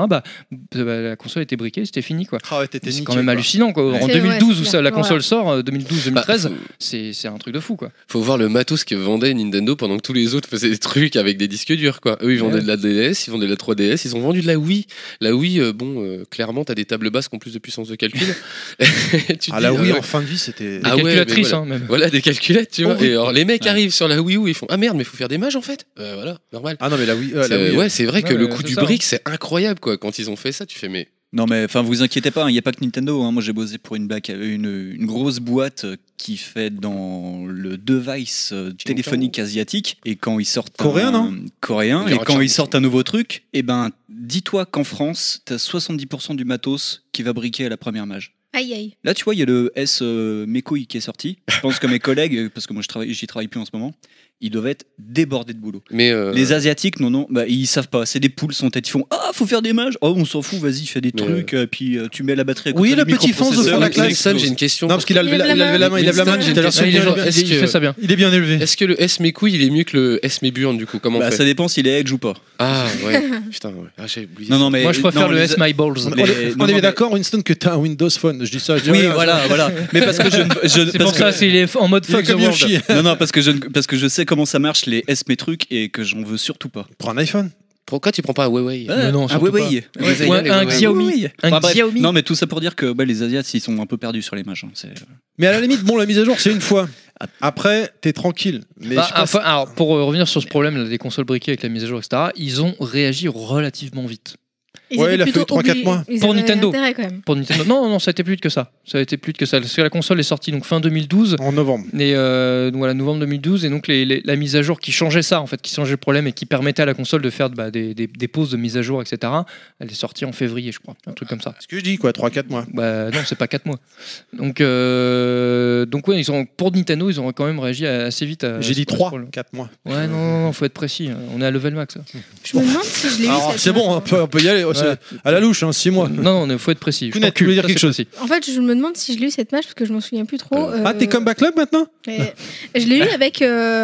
S3: la console était briquée, c'était fini, quoi.
S1: Ah ouais, t'étais
S3: C'est
S1: niqué,
S3: quand même
S1: quoi.
S3: hallucinant, quoi. En
S2: C'est-
S3: 2012,
S2: ouais,
S3: où
S2: c'est
S3: la
S2: clair.
S3: console sort, 2012-2013,
S6: Bah,
S3: c'est un truc de fou, quoi.
S6: faut voir le matos que vendait Nintendo pendant que tous les autres faisaient des trucs avec des disques durs, quoi. Eux, ils vendaient de la DS, ils vendaient de la 3DS, ils ont vendu de la Wii. La Wii, clairement, t'as des tables basses qui ont plus de puissance de calcul. Tu te
S1: Ah, la
S6: dis,
S1: Wii
S6: ouais.
S1: en fin de vie, c'était.
S3: Des
S6: Ah ouais, mais
S3: calculatrices,
S6: voilà.
S3: hein, même.
S6: Voilà, des calculettes, tu vois.
S1: Oh oui.
S6: Et alors, les mecs
S5: Ouais.
S6: arrivent sur la Wii U, ils font ah merde, mais faut faire des mages en fait. Voilà, normal.
S1: Ah non, mais la Wii. la
S6: C'est-
S1: Wii,
S6: ouais, c'est vrai que
S3: Ouais,
S6: le coup
S3: c'est
S6: du
S3: ça.
S6: brick, c'est incroyable, quoi. Quand ils ont fait ça, tu fais mais.
S5: Non mais enfin vous inquiétez pas, il n'y a pas que Nintendo. Moi j'ai bossé pour une grosse boîte qui fait dans le device téléphonique asiatique et quand ils sortent
S1: Coréen, non
S5: coréen
S6: Il y
S5: et
S6: aura
S5: quand
S6: Charlie.
S5: ils sortent un nouveau truc, et ben dis-toi qu'en France t'as 70% du matos qui va briquer à la première mage.
S2: Aïe aïe.
S5: Là tu vois il y a le S mes couilles qui est sorti. Je pense que mes collègues, parce que moi j'y travaille plus en ce moment, ils doivent être débordés de boulot.
S6: Mais
S5: Les Asiatiques, non, ils savent pas. C'est des poules sans tête. Ils font ah, faut faire des mages. Oh, on s'en fout, vas-y, fais des
S6: Mais,
S5: trucs. Puis tu mets la batterie à
S1: Oui,
S5: côté
S1: le
S5: du
S1: petit fonce de
S5: microprocesseur,
S1: fond de la
S5: il
S1: classe.
S5: explose.
S6: j'ai une question.
S1: Non, parce qu'il a levé la main, il lève la main.
S6: Winston,
S1: Tout à l'heure,
S6: j'ai une
S1: il est
S6: question.
S1: bien-
S6: Est-ce
S3: Il
S6: que-
S3: fait ça bien.
S1: il est bien élevé.
S6: Est-ce que le S mes couilles, il est mieux que le S mes burnes, du coup? Comment on
S5: Bah,
S6: fait
S5: ça dépend s'il est edge ou pas.
S6: Ah ouais, putain, ouais. Ah, j'ai oublié.
S5: Non, non, mais
S3: Moi, je préfère
S5: non,
S3: le
S5: les-
S3: S My Balls.
S1: On est bien d'accord, Winston, que t'as un Windows Phone. Je dis ça, je dis
S5: Oui,
S1: rien,
S5: voilà. Mais parce que
S3: C'est pour ça, c'est en mode
S1: Il est
S3: fuck the
S1: comme
S3: world.
S1: Yoshi.
S5: Non, parce que je sais comment ça marche les S mes trucs et que j'en veux surtout pas.
S1: Prends un iPhone.
S6: Pourquoi tu prends pas un Huawei?
S3: Mais non,
S5: ah
S3: surtout
S5: ouais,
S3: pas.
S5: ouais.
S3: Ou un Xiaomi. Un
S5: Enfin, bref.
S3: Xiaomi.
S5: Non, mais tout ça pour dire que les Asiates, ils sont un peu perdus sur les mages.
S1: Mais à la limite, bon, la mise à jour, c'est une fois. Après, t'es tranquille. Mais
S3: Bah,
S1: je sais pas
S3: enfin, alors, pour revenir sur ce problème là, des consoles briquées avec la mise à jour, etc., ils ont réagi relativement vite.
S2: Ils
S1: Ouais,
S2: étaient
S1: il a
S2: plutôt
S1: fallu 3-4
S2: obligés-
S1: mois.
S2: ils
S3: Pour
S2: avaient
S3: Nintendo.
S2: intérêt, quand même.
S3: Pour Nintendo. Non, ça a été plus vite que ça. Ça a été plus vite que ça. Parce que la console est sortie donc fin 2012.
S1: en novembre.
S3: Et donc voilà, novembre 2012, et donc la mise à jour qui changeait ça, en fait, qui changeait le problème et qui permettait à la console de faire des pauses de mise à jour, etc. Elle est sortie en février, je crois, un truc comme ça.
S1: Ce que je dis, quoi, 3-4 mois.
S3: Bah non, c'est pas 4 mois. Donc ouais, pour Nintendo, ils ont quand même réagi assez vite.
S1: J'ai dit
S3: ce
S1: 3,
S3: problème.
S1: 4 mois.
S3: Ouais, non, faut être précis. On est à level max. Là.
S2: Je me demande si je l'ai eu.
S1: Alors,
S2: cette
S1: c'est bon,
S2: image.
S1: on peut y aller. C'est à la louche, 6 mois.
S3: Non, faut être précis.
S1: Kounet, tu voulais dire quelque chose?
S2: En fait, je me demande si je l'ai eu cette match parce que je m'en souviens plus trop.
S1: Ah, t'es Comeback Club maintenant?
S2: Je l'ai eu avec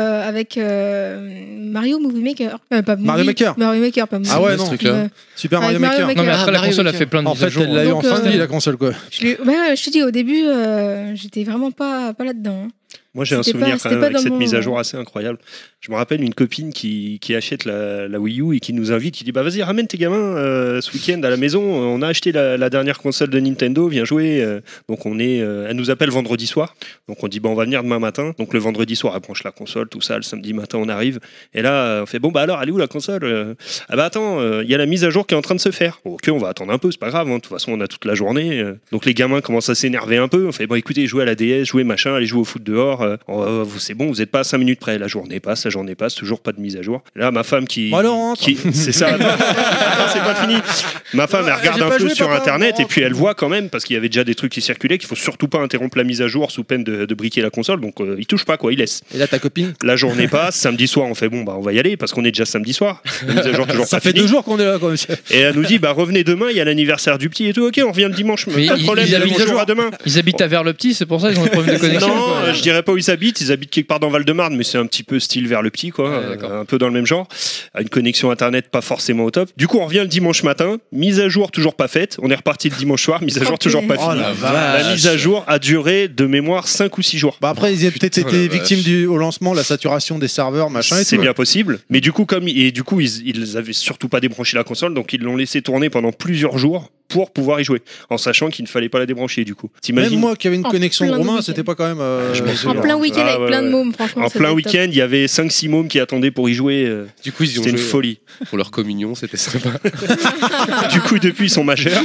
S2: Mario Movie Maker. Pas
S1: Mario
S2: Movie,
S1: Maker.
S2: Mario Maker, pas Movie.
S1: Ah ouais,
S6: ce
S1: non.
S6: truc-là.
S1: Super
S2: Avec
S1: Mario
S2: Mario
S1: Maker.
S3: Non, mais
S2: Maker.
S3: après, la
S6: Mario
S3: console a
S6: Maker.
S3: fait plein de
S1: En
S3: mises à
S1: fait,
S3: jour.
S1: elle l'a eu en
S2: Donc,
S1: fin de vie, la console, quoi.
S2: Je te dis, au début, j'étais vraiment pas là-dedans.
S4: Moi, j'ai un
S2: C'était
S4: souvenir
S2: pas-
S4: quand
S2: c'était
S4: même
S2: pas
S4: avec
S2: dans
S4: cette
S2: mon-
S4: mise à jour assez incroyable. Je me rappelle une copine qui achète la Wii U et qui nous invite, qui dit bah vas-y ramène tes gamins ce week-end à la maison. On a acheté la dernière console de Nintendo, viens jouer. Donc elle nous appelle vendredi soir. Donc on dit bah on va venir demain matin. Donc le vendredi soir, elle branche la console, tout ça. Le samedi matin, on arrive. Et là, on fait bon bah alors elle est où la console? Ah bah attends, il y a la mise à jour qui est en train de se faire. Bon, ok, on va attendre un peu, c'est pas grave. De toute façon, on a toute la journée. Donc les gamins commencent à s'énerver un peu. On fait bon écoutez, jouez à la DS, jouez machin, allez jouer au foot dehors. C'est bon, vous n'êtes pas à 5 minutes près. La journée passe, toujours pas de mise à jour. Là, ma femme qui.
S1: Bon, alors, rentre.
S4: C'est ça, attends, c'est pas fini. Ma femme, elle regarde
S1: j'ai
S4: un
S1: pas
S4: peu
S1: joué,
S4: sur
S1: papa,
S4: internet
S1: bon,
S4: et puis elle voit quand même, parce qu'il y avait déjà des trucs qui circulaient, qu'il faut surtout pas interrompre la mise à jour sous peine de briquer la console. Donc il touche pas, quoi, il laisse.
S1: Et là, ta copine?
S4: La journée passe, samedi soir, on fait bon, bah on va y aller parce qu'on est déjà samedi soir. La mise à jour toujours
S1: Ça
S4: pas
S1: fait
S4: finie.
S1: 2 jours qu'on est là, quoi, monsieur.
S4: Et elle nous dit, bah revenez demain, il y a l'anniversaire du petit et tout. Ok, on revient le dimanche.
S3: Mais
S4: Pas de problème,
S3: ils
S4: il y a la
S3: habitent
S4: mise à jour à demain.
S3: Ils habitent à Vers-le-Petit, c'est pour ça qu'ils ont des problèmes de connexion.
S4: Non,
S3: quoi.
S4: je dirais pas où ils habitent quelque part dans Val-de-Marne, mais c'est un petit peu style vers le petit, quoi,
S3: Ouais, d'accord.
S4: un peu dans le même genre. Une connexion internet pas forcément au top. Du coup, on revient le dimanche matin, mise à jour toujours pas faite. On est reparti le dimanche soir, mise à jour
S2: Ok.
S4: toujours pas
S1: Oh
S4: finie.
S1: la vache.
S4: La mise à jour a duré de mémoire 5 ou 6 jours.
S1: Bah après, ils ont peut-être
S6: Putain,
S1: été
S6: la
S1: victimes
S6: vache.
S1: au lancement, la saturation des serveurs, machin et
S4: C'est
S1: tout.
S4: bien possible. Mais du coup, ils avaient surtout pas débranché la console, donc ils l'ont laissé tourner pendant plusieurs jours pour pouvoir y jouer, en sachant qu'il ne fallait pas la débrancher du coup.
S1: Même
S4: T'imagines?
S1: moi qui avais une
S2: En
S1: connexion
S2: plein
S1: Romain,
S2: week-end.
S1: c'était pas quand même.
S2: En plein week-end
S4: Ah,
S2: avec
S4: ouais,
S2: plein de
S4: ouais.
S2: mômes, franchement.
S4: En
S2: ça
S4: plein
S2: devait être top.
S4: week-end, il y avait 5-6 mômes qui attendaient pour y jouer.
S6: Du coup, ils y ont
S4: C'était une
S6: joué
S4: folie.
S6: pour leur communion, c'était sympa.
S4: Du coup, depuis, ils sont majeurs.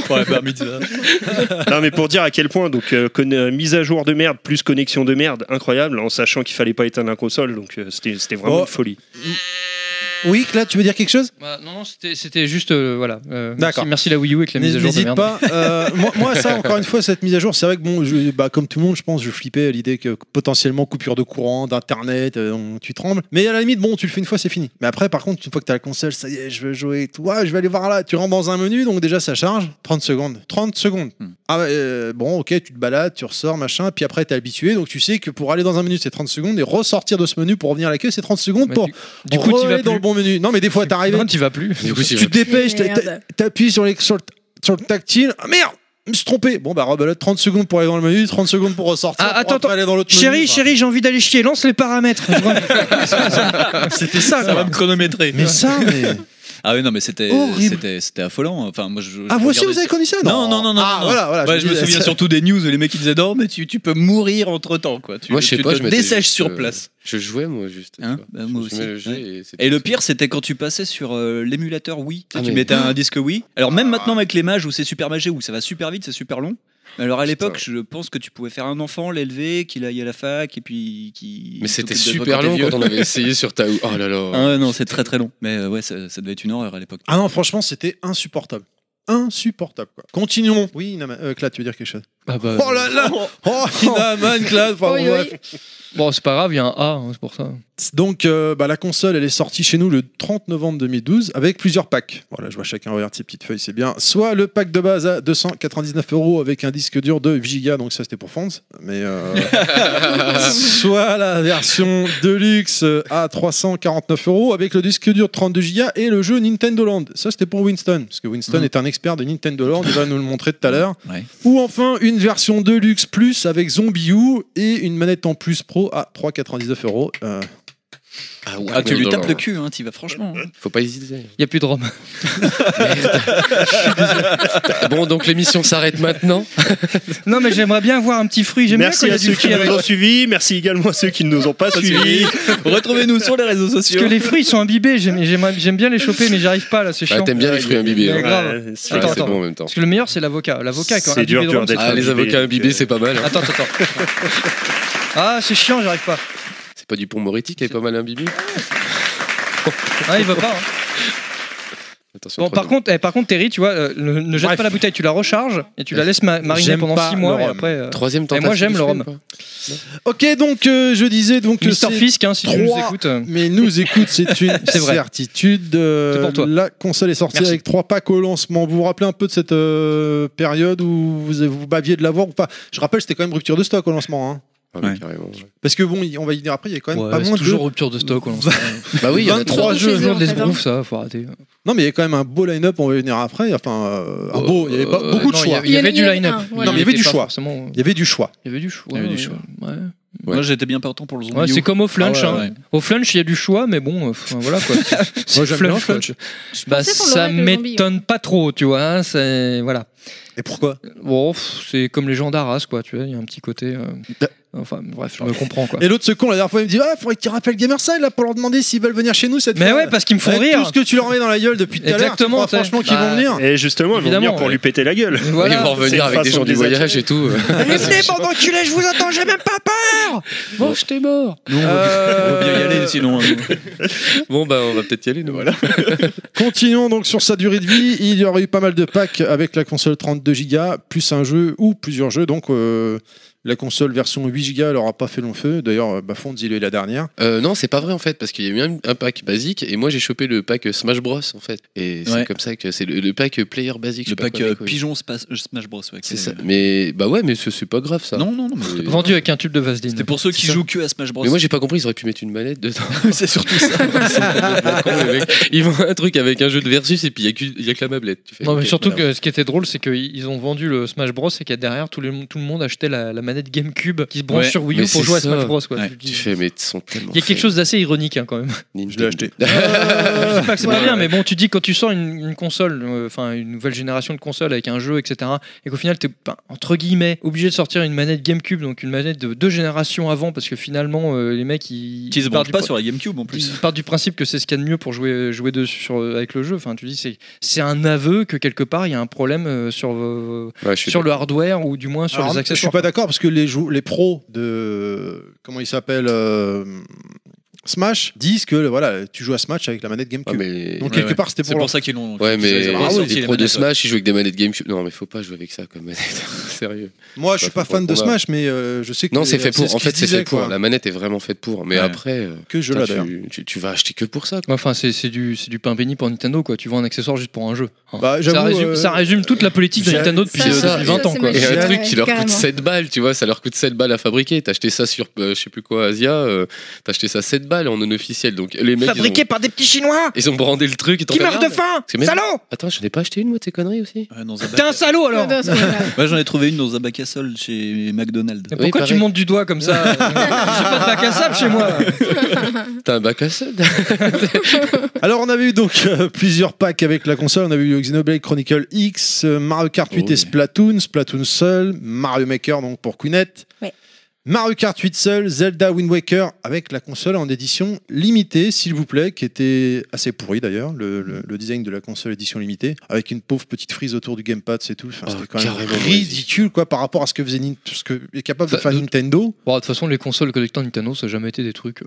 S4: Non, mais pour dire à quel point, donc, mise à jour de merde plus connexion de merde, incroyable, en sachant qu'il fallait pas éteindre la console, donc c'était vraiment
S1: Oh.
S4: une folie.
S1: Oui, là, tu veux dire quelque chose?
S3: Bah, non, c'était juste voilà.
S1: D'accord.
S3: Merci la Wii U avec la mise à jour de
S1: N'hésite
S3: merde.
S1: pas. Moi, ça, encore une fois, cette mise à jour, c'est vrai que bon, comme tout le monde, je pense, je flippais à l'idée que potentiellement coupure de courant, d'internet, tu trembles. Mais à la limite, bon, tu le fais une fois, c'est fini. Mais après, par contre, une fois que tu as la console, ça y est, je veux jouer. Toi, je vais aller voir là. Tu rentres dans un menu, donc déjà ça charge. 30 secondes. 30 secondes. Ah, bon, ok, tu te balades, tu ressors, machin. Puis après, t'es habitué, donc tu sais que pour aller dans un menu, c'est 30 secondes et ressortir de ce menu pour revenir à la queue, c'est 30 secondes
S3: Bah,
S1: pour
S3: du coup, tu vas
S1: aller dans
S3: plus.
S1: le bon menu. Non, mais des fois, t'arrives.
S3: Non, tu vas plus.
S6: Du coup,
S1: Tu te dépêches,
S2: Merde.
S1: t'appuies sur le tactile. Ah merde, je me suis trompé. Bon, bah rebelote 30 secondes pour aller dans le menu, 30 secondes pour ressortir.
S3: Ah,
S1: pour
S3: attends,
S1: après aller dans l'autre
S3: Chérie,
S1: menu.
S3: chérie, j'ai envie d'aller chier. Lance les paramètres.
S1: C'était ça,
S7: Ça va
S1: quoi.
S7: me chronométrer.
S1: Mais ça, mais.
S7: Ah oui, non, mais c'était
S1: Horrible.
S7: c'était affolant. Enfin, moi,
S1: Ah, vous aussi,
S7: regardais
S1: vous avez
S7: ça.
S1: connu ça?
S7: Non, non, non, non.
S1: Ah,
S7: non.
S1: voilà.
S7: Ouais, je me
S1: disais,
S7: souviens
S1: ça-
S7: surtout des news où les mecs ils disaient non, mais tu peux mourir entre temps, quoi.
S6: Moi, je sais pas,
S7: tu
S6: je
S7: te
S6: m'étais
S7: dessèches
S6: juste,
S7: sur place.
S6: Je jouais, moi, juste. tu
S7: Hein
S6: vois.
S7: Bah, moi
S6: Je mets
S7: aussi,
S6: le jeu
S7: ouais.
S6: et c'était
S7: Et le
S6: tout.
S7: pire, c'était quand tu passais sur l'émulateur Wii. Tu sais,
S6: Ah,
S7: tu
S6: mais-
S7: mettais un disque Wii. Alors, même maintenant avec les mages où c'est super magé, où ça va super vite, c'est super long. Mais alors, à l'époque, je pense que tu pouvais faire un enfant, l'élever, qu'il aille à la fac, et puis qui.
S6: Mais c'était
S7: s'occupe de toi
S6: super
S7: quand t'es
S6: long
S7: vieux.
S6: quand on avait essayé sur ta. Oh là là.
S7: Ah ouais, non, c'est très très long. Mais ouais, ça devait être une horreur à l'époque.
S1: Ah non, franchement, c'était insupportable. Insupportable, quoi. Continuons. Oui, Claude, tu veux dire quelque chose?
S3: Ah bah,
S1: Oh là là. Oh, Inaman, Claude. Enfin,
S2: Oui,
S1: bref.
S2: oui.
S3: bon, c'est pas grave, il y a un A, hein, c'est pour ça.
S1: Donc, la console, elle est sortie chez nous le 30 novembre 2012 avec plusieurs packs. Voilà, je vois chacun regarde ses petites feuilles, c'est bien. Soit le pack de base à 299 € avec un disque dur de 8 Go, donc ça c'était pour Fonz. Mais soit la version Deluxe à 349 € avec le disque dur de 32 Go et le jeu Nintendo Land. Ça c'était pour Winston, parce que Winston est un expert de Nintendo Land, il va nous le montrer tout à l'heure.
S7: Ouais.
S1: Ou enfin une version Deluxe Plus avec Zombie U et une manette en plus pro à 399 €.
S6: Ah, ouais,
S7: Ah, tu lui
S6: non,
S7: tapes
S6: non.
S7: le cul, hein, t'y vas franchement. hein.
S6: Faut pas hésiter.
S3: Il n'y a plus de rhum.
S6: Bon, donc l'émission s'arrête maintenant.
S3: Non, mais j'aimerais bien avoir un petit fruit. J'aime bien quand
S4: Merci
S3: il y a
S4: à
S3: du
S4: ceux qui
S3: fruit avec.
S4: nous ont suivis. Merci également à ceux qui ne nous ont pas suivis.
S7: Retrouvez-nous sur les réseaux
S3: Parce
S7: sociaux.
S3: que les fruits ils sont imbibés. J'aime bien les choper, mais j'arrive pas là, c'est
S6: Ah,
S3: chiant.
S6: t'aimes bien les fruits imbibés.
S3: Ouais,
S6: hein.
S3: grave.
S4: Ouais, c'est-
S6: Ouais,
S3: Attends,
S6: c'est
S3: attends.
S6: bon en même temps.
S3: Parce que le meilleur c'est l'avocat. L'avocat quand
S4: C'est dur, dur d'être
S6: Ah, les
S4: imbibé,
S6: avocats imbibés, c'est pas mal. hein.
S3: Attends. Ah, c'est chiant, j'arrive pas.
S6: C'est pas du pont Moretti qui est pas mal imbibé.
S3: Ah, il va pas. hein.
S6: Attention.
S3: Bon, par contre, Terry, tu vois, ne jette
S1: Bref.
S3: pas la bouteille, tu la recharges et tu la laisses mariner
S1: J'aime
S3: pendant
S1: pas
S3: 6 mois
S1: le
S3: et
S1: rhum.
S3: après.
S6: Troisième
S3: Et
S6: tentative.
S3: moi j'aime
S6: du
S3: le
S6: film,
S3: rhum.
S6: quoi.
S1: Ok, donc je disais donc que
S3: Mister
S1: c'est
S3: Fisk, hein, si tu nous
S1: 3,
S3: écoutes.
S1: mais nous écoute, c'est une
S3: C'est vrai.
S1: certitude.
S3: C'est pour toi.
S1: La console est sortie
S3: Merci.
S1: avec 3 packs au lancement. Vous vous rappelez un peu de cette période où vous baviez de l'avoir ou pas? Je rappelle, c'était quand même rupture de stock au lancement. Hein.
S6: Ah, mais
S7: Ouais.
S6: carrément. ouais.
S1: Parce que bon, on va y dire après, il y a quand même
S3: Ouais,
S1: pas
S3: c'est
S1: moins
S3: toujours
S1: de...
S3: rupture de stock. On
S6: Bah oui, il y en a
S1: 23
S6: trois.
S2: Surtout
S1: jeux.
S2: chez eux,
S3: toujours
S2: en
S3: de
S2: fait, hein.
S3: l'esbrouf, ça, faut arrêter.
S1: Non, mais il y avait quand même un beau line-up, on va y venir après. Enfin, il y avait pas beaucoup de
S3: non,
S1: choix.
S3: Il y avait du
S2: Il y en a
S3: line-up.
S2: un, voilà.
S1: Non, mais il y avait du
S3: était pas
S1: choix.
S3: forcément-
S1: Il y avait du choix.
S3: Il y avait du choix.
S7: Il y avait du choix.
S3: Ouais.
S7: Moi, j'étais bien partant pour le zombie.
S3: Ouais, c'est comme au flunch.
S7: Ah ouais,
S3: hein.
S7: ouais.
S3: Au flunch, il y a du choix, mais bon, voilà quoi.
S1: Moi, j'aime bien le
S3: flunch. Bah,
S2: pensais qu'on
S3: ça
S2: l'aurait avec le zombie,
S3: m'étonne pas trop, tu vois. hein, C'est voilà.
S1: Et pourquoi?
S3: Bon, c'est comme les gens d'Arras, quoi. Tu vois, il y a un petit côté. Enfin, bref, je me comprends quoi.
S1: Et l'autre, ce con, la dernière fois, il me dit faudrait que tu rappelles Gamerside là pour leur demander s'ils veulent venir chez nous cette
S3: Mais
S1: fois.
S3: ouais, parce qu'ils me font
S1: Avec
S3: rire.
S1: tout ce que tu leur mets dans la gueule depuis tout à l'heure, tu
S3: Exactement,
S1: crois
S3: t'sais.
S1: franchement qu'ils
S3: Bah,
S1: vont venir?
S4: Et justement, ils vont
S3: Évidemment,
S4: venir pour
S3: ouais.
S4: lui péter la gueule.
S3: Voilà.
S6: Ils vont
S4: C'est
S6: revenir
S4: une
S6: avec des
S4: façon
S6: gens
S4: de
S6: du
S4: les
S6: voyage
S4: attirer.
S6: et tout.
S3: Venez, bande d'enculés, je vous attends, j'ai même pas peur.
S6: Bon, je t'ai mort.
S7: On va bien y aller sinon.
S6: Bon, bah, on va peut-être y aller, nous. Voilà.
S1: Continuons donc sur sa durée de vie. Il y aurait eu pas mal de packs avec la console 32 Go, plus un jeu ou plusieurs jeux. Donc la console version 8 Go, elle n'aura pas fait long feu. D'ailleurs, Fonds, il est la dernière.
S6: Non, c'est pas vrai en fait, parce qu'il y a eu un pack basique et moi j'ai chopé le pack Smash Bros en fait. Et c'est
S7: Ouais.
S6: comme ça que c'est le pack player basique. je
S7: Le
S6: sais pas
S7: pack
S6: quoi, mec, ouais.
S7: Pigeon Smash Bros. Ouais,
S6: C'est ça. Mais bah ouais, mais c'est pas grave ça.
S7: Non, non, non. Mais
S6: Euh,
S7: c'était-
S3: Vendu avec un tube de Vaseline.
S7: C'était pour ceux qui
S6: C'est ça.
S7: jouent que à Smash Bros.
S6: Mais moi j'ai pas compris, ils auraient pu mettre une manette dedans.
S7: c'est surtout ça.
S6: Ils vendent un truc avec un jeu de versus et puis il y a que la mablette. Tu fais,
S3: Non, mais
S6: ok,
S3: surtout
S6: voilà.
S3: que ce qui était drôle, c'est qu'ils ont vendu le Smash Bros et qu'il y a derrière tout le monde achetait la manette GameCube qui se branche
S7: Ouais,
S3: sur Wii U
S6: mais
S3: pour
S6: c'est
S3: jouer à
S6: ça.
S3: Smash Bros. Quoi.
S7: Ouais.
S3: Tu te
S6: Tu
S3: dis-
S6: fais, mais ils sont tellement.
S3: Il y a quelque chose d'assez ironique hein, quand même.
S6: Nintendo.
S1: Je l'ai acheté.
S3: Je dis pas que c'est pas
S6: Ouais.
S3: bien, mais bon, tu dis quand tu sors une console, enfin une nouvelle génération de console avec un jeu, etc., et qu'au final, t'es entre guillemets obligé de sortir une manette GameCube, donc une manette de 2 générations avant, parce que finalement, les mecs ils
S7: Qui se
S3: partent
S7: branchent
S3: du
S7: pas
S3: pro-
S7: sur la GameCube en plus.
S3: Ils partent du principe que c'est ce qu'il y a de mieux pour jouer dessus avec le jeu. Enfin, tu dis c'est un aveu que quelque part il y a un problème sur
S6: Ouais, je suis
S3: sur le hardware ou du moins sur
S1: Alors,
S3: les
S1: je suis
S3: accessoires.
S1: pas d'accord parce que les pros de comment il s'appelle Smash disent que voilà, tu joues à Smash avec la manette
S6: Ah,
S1: GameCube.
S6: mais...
S1: Donc quelque part c'était
S7: C'est
S1: pour
S7: pour ça qu'ils l'ont.
S6: Ouais, mais
S7: sorti
S6: les
S7: les
S6: pros de
S7: manettes,
S6: Smash, ils jouent avec des manettes GameCube. Non, mais faut pas jouer avec ça comme manette. Sérieux.
S1: Moi je suis pas fan de Smash, mais je sais que
S6: Non, c'est fait pour.
S1: ce
S6: En
S1: qu'ils
S6: fait, c'est
S1: disaient,
S6: fait pour.
S1: quoi.
S6: La manette est vraiment faite pour. Mais
S7: Ouais.
S6: après,
S1: Que je là
S6: putain,
S1: d'ailleurs.
S6: tu vas acheter que pour ça. Quoi.
S3: Enfin, c'est du pain béni pour Nintendo, quoi. Tu vends un accessoire juste pour un jeu.
S1: Bah,
S3: ça,
S1: j'avoue,
S3: ça résume toute la politique de
S1: j'ai-
S3: Nintendo depuis,
S2: Ça,
S6: c'est ça.
S3: depuis 20 ans,
S2: c'est
S3: quoi.
S6: Et
S2: Ouais,
S6: un truc qui leur coûte
S2: carrément.
S6: 7 balles, tu vois, ça leur coûte 7 balles à fabriquer. T'as acheté ça sur, je sais plus quoi, Asia, t'as acheté ça 7 balles en non officiel. Donc les mecs,
S3: par des petits Chinois
S6: ils ont brandé le truc.
S3: qui meurent de faim.
S6: que même-
S3: Salaud.
S6: Attends, je n'ai pas acheté une, moi, de ces conneries aussi.
S7: Ouais, dans un
S3: T'es un salaud alors.
S2: Non, c'est pas grave.
S7: Moi j'en ai trouvé une dans un bac à sol chez McDonald's.
S3: Mais pourquoi tu
S6: pareil.
S3: montes du doigt comme ça? J'ai pas de bac à sable chez moi.
S6: T'as un bac à sable.
S1: Alors on avait eu donc plusieurs packs avec la console. On avait eu Xenoblade Chronicle X, Mario Kart 8
S6: Oh
S1: et
S6: oui.
S1: Splatoon seul, Mario Maker donc pour Kounet,
S2: Ouais.
S1: Mario Kart 8 seul, Zelda Wind Waker avec la console en édition limitée, s'il vous plaît, qui était assez pourri d'ailleurs, le design de la console édition limitée, avec une pauvre petite frise autour du gamepad, c'est tout. Enfin,
S6: Oh,
S1: c'était quand même
S6: carrément,
S1: ridicule quoi, par rapport à ce que faisait ce que est capable de faire Nintendo.
S3: Bon, de toute façon, les consoles collectant Nintendo, ça n'a jamais été des trucs.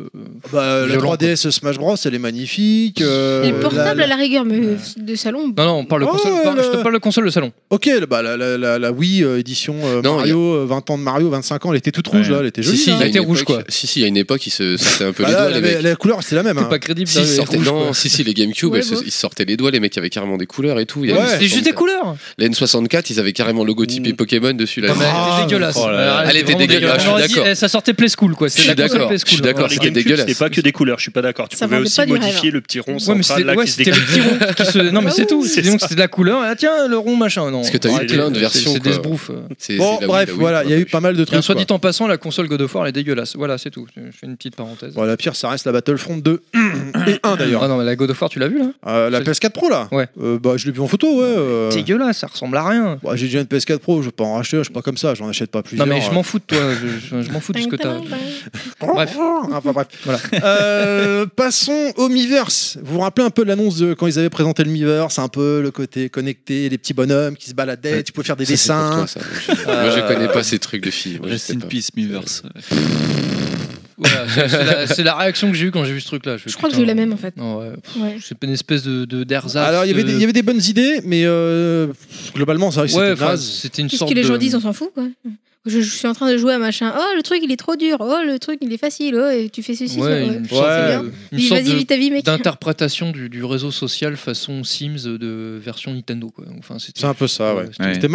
S1: La
S3: violents,
S1: 3DS Smash Bros, elle est magnifique.
S2: Et portable
S1: la-
S2: à la rigueur, mais de salon.
S3: Non, non, on parle de
S1: Oh,
S3: console. Je te parle de console de salon.
S1: Ok, la Wii édition
S6: Non,
S1: Mario, 20 ans de Mario, 25 ans, elle était toute rouge
S7: Ouais.
S1: là, elle était jolie.
S6: Si,
S1: là.
S6: il y a
S3: était
S6: une
S3: rouge,
S6: époque-
S3: quoi.
S6: Si, il y a une époque, ils se sortaient un peu
S1: Bah
S6: les
S1: là,
S6: doigts, les mecs.
S1: la couleur c'était la même.
S3: C'est
S1: hein.
S3: pas crédible.
S6: Si, ils
S3: ça,
S6: sortaient,
S3: rouge,
S6: non,
S3: quoi.
S6: si, les GameCube,
S2: Ouais,
S6: ils sortaient les doigts, les mecs, il y avait carrément des couleurs et tout. Il y avait
S1: Ouais.
S6: une
S3: C'est juste des couleurs.
S6: La N64, ils avaient carrément le logotype Pokémon dessus. Là.
S3: Non, mais elle
S1: Ah,
S3: était dégueulasse.
S7: oh là là.
S3: Elle
S6: Elle était dégueulasse, je suis
S3: On aurait dit,
S6: d'accord.
S3: ça sortait Play School, quoi.
S6: Je suis
S3: C'est la console
S6: d'accord,
S3: Play
S6: je suis
S3: School.
S6: d'accord.
S4: Les
S6: c'était
S4: GameCube,
S6: dégueulasse.
S4: c'était pas que des couleurs, je suis pas d'accord. Tu
S2: Ça
S4: pouvais
S2: vendait
S4: aussi
S2: pas du rêve,
S4: modifier
S2: hein.
S4: le petit rond
S3: Ouais, mais
S4: central là qui se
S3: c'était le
S4: dégage.
S3: petit rond qui se. Non, mais c'est tout.
S4: C'est
S3: Donc
S4: ça.
S3: c'était de la couleur. Ah tiens, le rond machin. Non.
S6: Parce que t'as eu
S3: Arrêtez,
S6: plein de
S3: c'est-
S6: versions,
S3: C'est des
S6: quoi.
S3: sbroufs.
S1: Bon, bref, voilà, il y a eu pas mal de
S3: Et
S1: trucs.
S3: soit
S1: quoi.
S3: dit en passant, la console God of War elle est dégueulasse. Voilà, c'est tout. Je fais une petite parenthèse.
S1: Bon, la pire, ça reste la Battlefront 2 et 1 d'ailleurs.
S3: Ah non, mais la God of War, tu l'as vu là?
S1: La PS4 Pro là
S3: Ouais.
S1: Bah, je l'ai vu en photo, ouais.
S3: Dégueulasse, ça ressemble à rien.
S1: Bah, j'ai déjà une PS4 Pro, je vais pas en racheter, je suis pas comme ça, j'en achète pas plusieurs.
S3: Non, mais je m'en fous de toi. Je m'en fous de ce que t'as. Bref.
S1: Enfin bref.
S3: Voilà.
S1: Passons au Miiverse. Vous vous rappelez un peu de l'annonce de quand ils avaient présenté le Miiverse, un peu le côté connecté, les petits bonhommes qui se baladaient, tu pouvais faire des
S6: Ça, c'est pour
S1: dessins.
S6: toi, ça. Moi, je connais pas ces trucs de filles. Moi, je
S7: Rest
S6: sais
S7: in
S6: pas.
S7: peace, Miiverse.
S3: Voilà, c'est la réaction que j'ai eue quand j'ai vu ce truc-là.
S2: Je crois que j'ai eu la même en fait.
S3: Non, ouais.
S2: Ouais.
S3: C'est une espèce d'ersatz.
S1: Alors il y avait des bonnes idées, mais globalement c'est vrai que
S3: Ouais,
S1: c'était
S3: enfin,
S1: naze.
S3: c'était une
S2: Tout ce
S3: sorte
S2: que les gens
S3: de.
S2: disent, on s'en fout quoi. Je suis en train de jouer à machin. Oh, le truc il est trop dur. Oh, le truc il est facile. Oh, et tu fais ceci.
S3: Ouais,
S2: ça,
S3: une
S2: c'est
S3: sorte
S2: bien.
S3: de- une
S2: Dis,
S3: sorte
S2: vas-y,
S3: de-
S2: vite ta vie, mec.
S3: d'interprétation du réseau social façon Sims de version Nintendo, quoi. Enfin, c'était.
S1: C'est un peu ça, ouais.
S3: c'était-
S1: C'était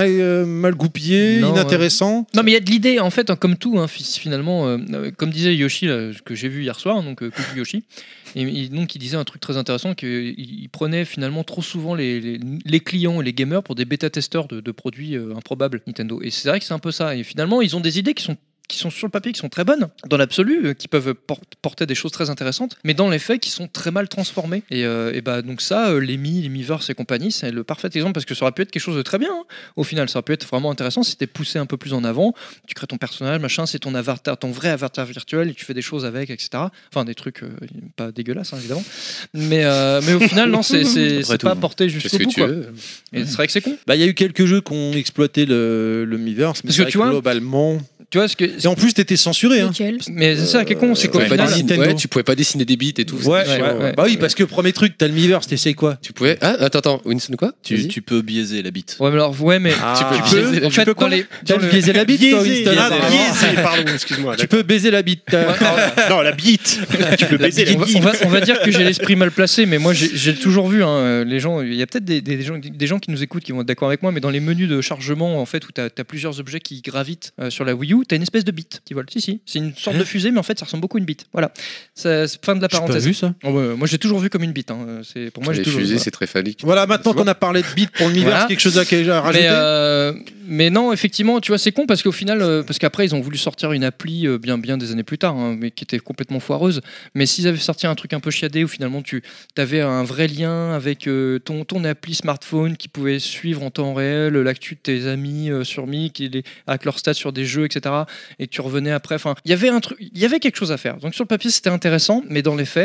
S1: mal goupillé,
S3: Non,
S1: inintéressant.
S3: Non, mais il y a de l'idée, en fait, hein, comme tout, hein, finalement, comme disait Yoshi, là, que j'ai vu hier soir, donc coucou Yoshi, et donc il disait un truc très intéressant, qu'il prenait finalement trop souvent les clients et les gamers pour des bêta-testeurs de produits improbables Nintendo. Et c'est vrai que c'est un peu ça. Et finalement, ils ont des idées qui sont sur le papier, qui sont très bonnes, dans l'absolu, qui peuvent porter des choses très intéressantes, mais dans les faits, qui sont très mal transformées. Et bah, donc ça, les Miiverse et compagnie, c'est le parfait exemple, parce que ça aurait pu être quelque chose de très bien, hein. Au final, ça aurait pu être vraiment intéressant si c'était poussé un peu plus en avant. Tu crées ton personnage, machin, c'est ton avatar, ton vrai avatar virtuel, et tu fais des choses avec, etc. Enfin, des trucs pas dégueulasses, hein, évidemment. Mais au final, non, c'est
S7: tout,
S3: pas
S7: hein.
S3: porté
S6: Qu'est-ce
S3: jusqu'au
S6: que
S3: bout,
S6: tu
S3: quoi.
S6: veux
S3: Et c'est vrai que c'est con.
S1: Bah, il y a eu quelques jeux qui ont exploité le Miiverse, mais
S3: Parce
S1: c'est
S3: que
S1: vrai
S3: tu vois-
S1: globalement.
S3: Tu vois ce que.
S1: Et en plus, t'étais censuré. Hein.
S2: Nickel.
S3: Mais c'est ça qui est con, c'est
S6: Tu
S3: qu'au
S6: pouvais pas
S3: final.
S6: dessiner-
S1: Nintendo.
S6: ouais, tu pouvais pas dessiner des bits et tout.
S1: Ouais,
S6: c'était chiant,
S3: ouais.
S1: Bah oui, parce que premier truc, t'as le Miiverse, t'essayes quoi
S6: Tu pouvais. Ah, attends, Winston, quoi Vas-y.
S7: Tu peux biaiser la bite.
S3: Ouais, mais alors, ouais, mais.
S1: Ah,
S6: Tu peux
S1: tu
S6: biaiser
S1: peux,
S6: la
S1: en fait,
S3: bite.
S1: dans les.
S3: Dans
S1: T'as
S3: le-
S1: biaisé la bite, toi,
S4: Biaisé,
S1: Winston,
S4: ah,
S1: apparemment.
S4: biaisé, pardon, excuse-moi.
S1: Tu peux baiser la bite.
S4: Non, la bite. Tu peux baiser la
S3: On
S4: bite.
S3: va dire que j'ai l'esprit mal placé, mais moi j'ai toujours vu les gens. Il y a peut-être des gens qui nous écoutent qui vont être d'accord avec moi, mais dans les menus de chargement en fait où tu as plusieurs objets qui gravitent sur la Wii U, tu as une espèce de bite qui vole. Si, c'est une sorte de fusée, mais en fait ça ressemble beaucoup à une bite. Voilà, c'est fin de la
S1: J'ai pas
S3: parenthèse.
S1: vu ça.
S3: Oh, ouais, moi j'ai toujours vu comme une bite. Pour moi j'ai
S6: Les
S3: toujours.
S6: fusées,
S3: Voilà.
S6: c'est très phallique.
S1: Voilà, maintenant qu'on a parlé de bite pour le Miiverse,
S3: Voilà.
S1: quelque chose à rajouter.
S3: Mais non, effectivement, tu vois, c'est con parce qu'au final, parce qu'après ils ont voulu sortir une appli bien des années plus tard, hein, mais qui était complètement foireuse. Mais s'ils avaient sorti un truc un peu chiadé où finalement tu avais un vrai lien avec ton appli smartphone qui pouvait suivre en temps réel l'actu de tes amis sur Mic, avec leurs stats sur des jeux, etc. Et que tu revenais après. Enfin, il y avait quelque chose à faire. Donc sur le papier, c'était intéressant, mais dans les faits,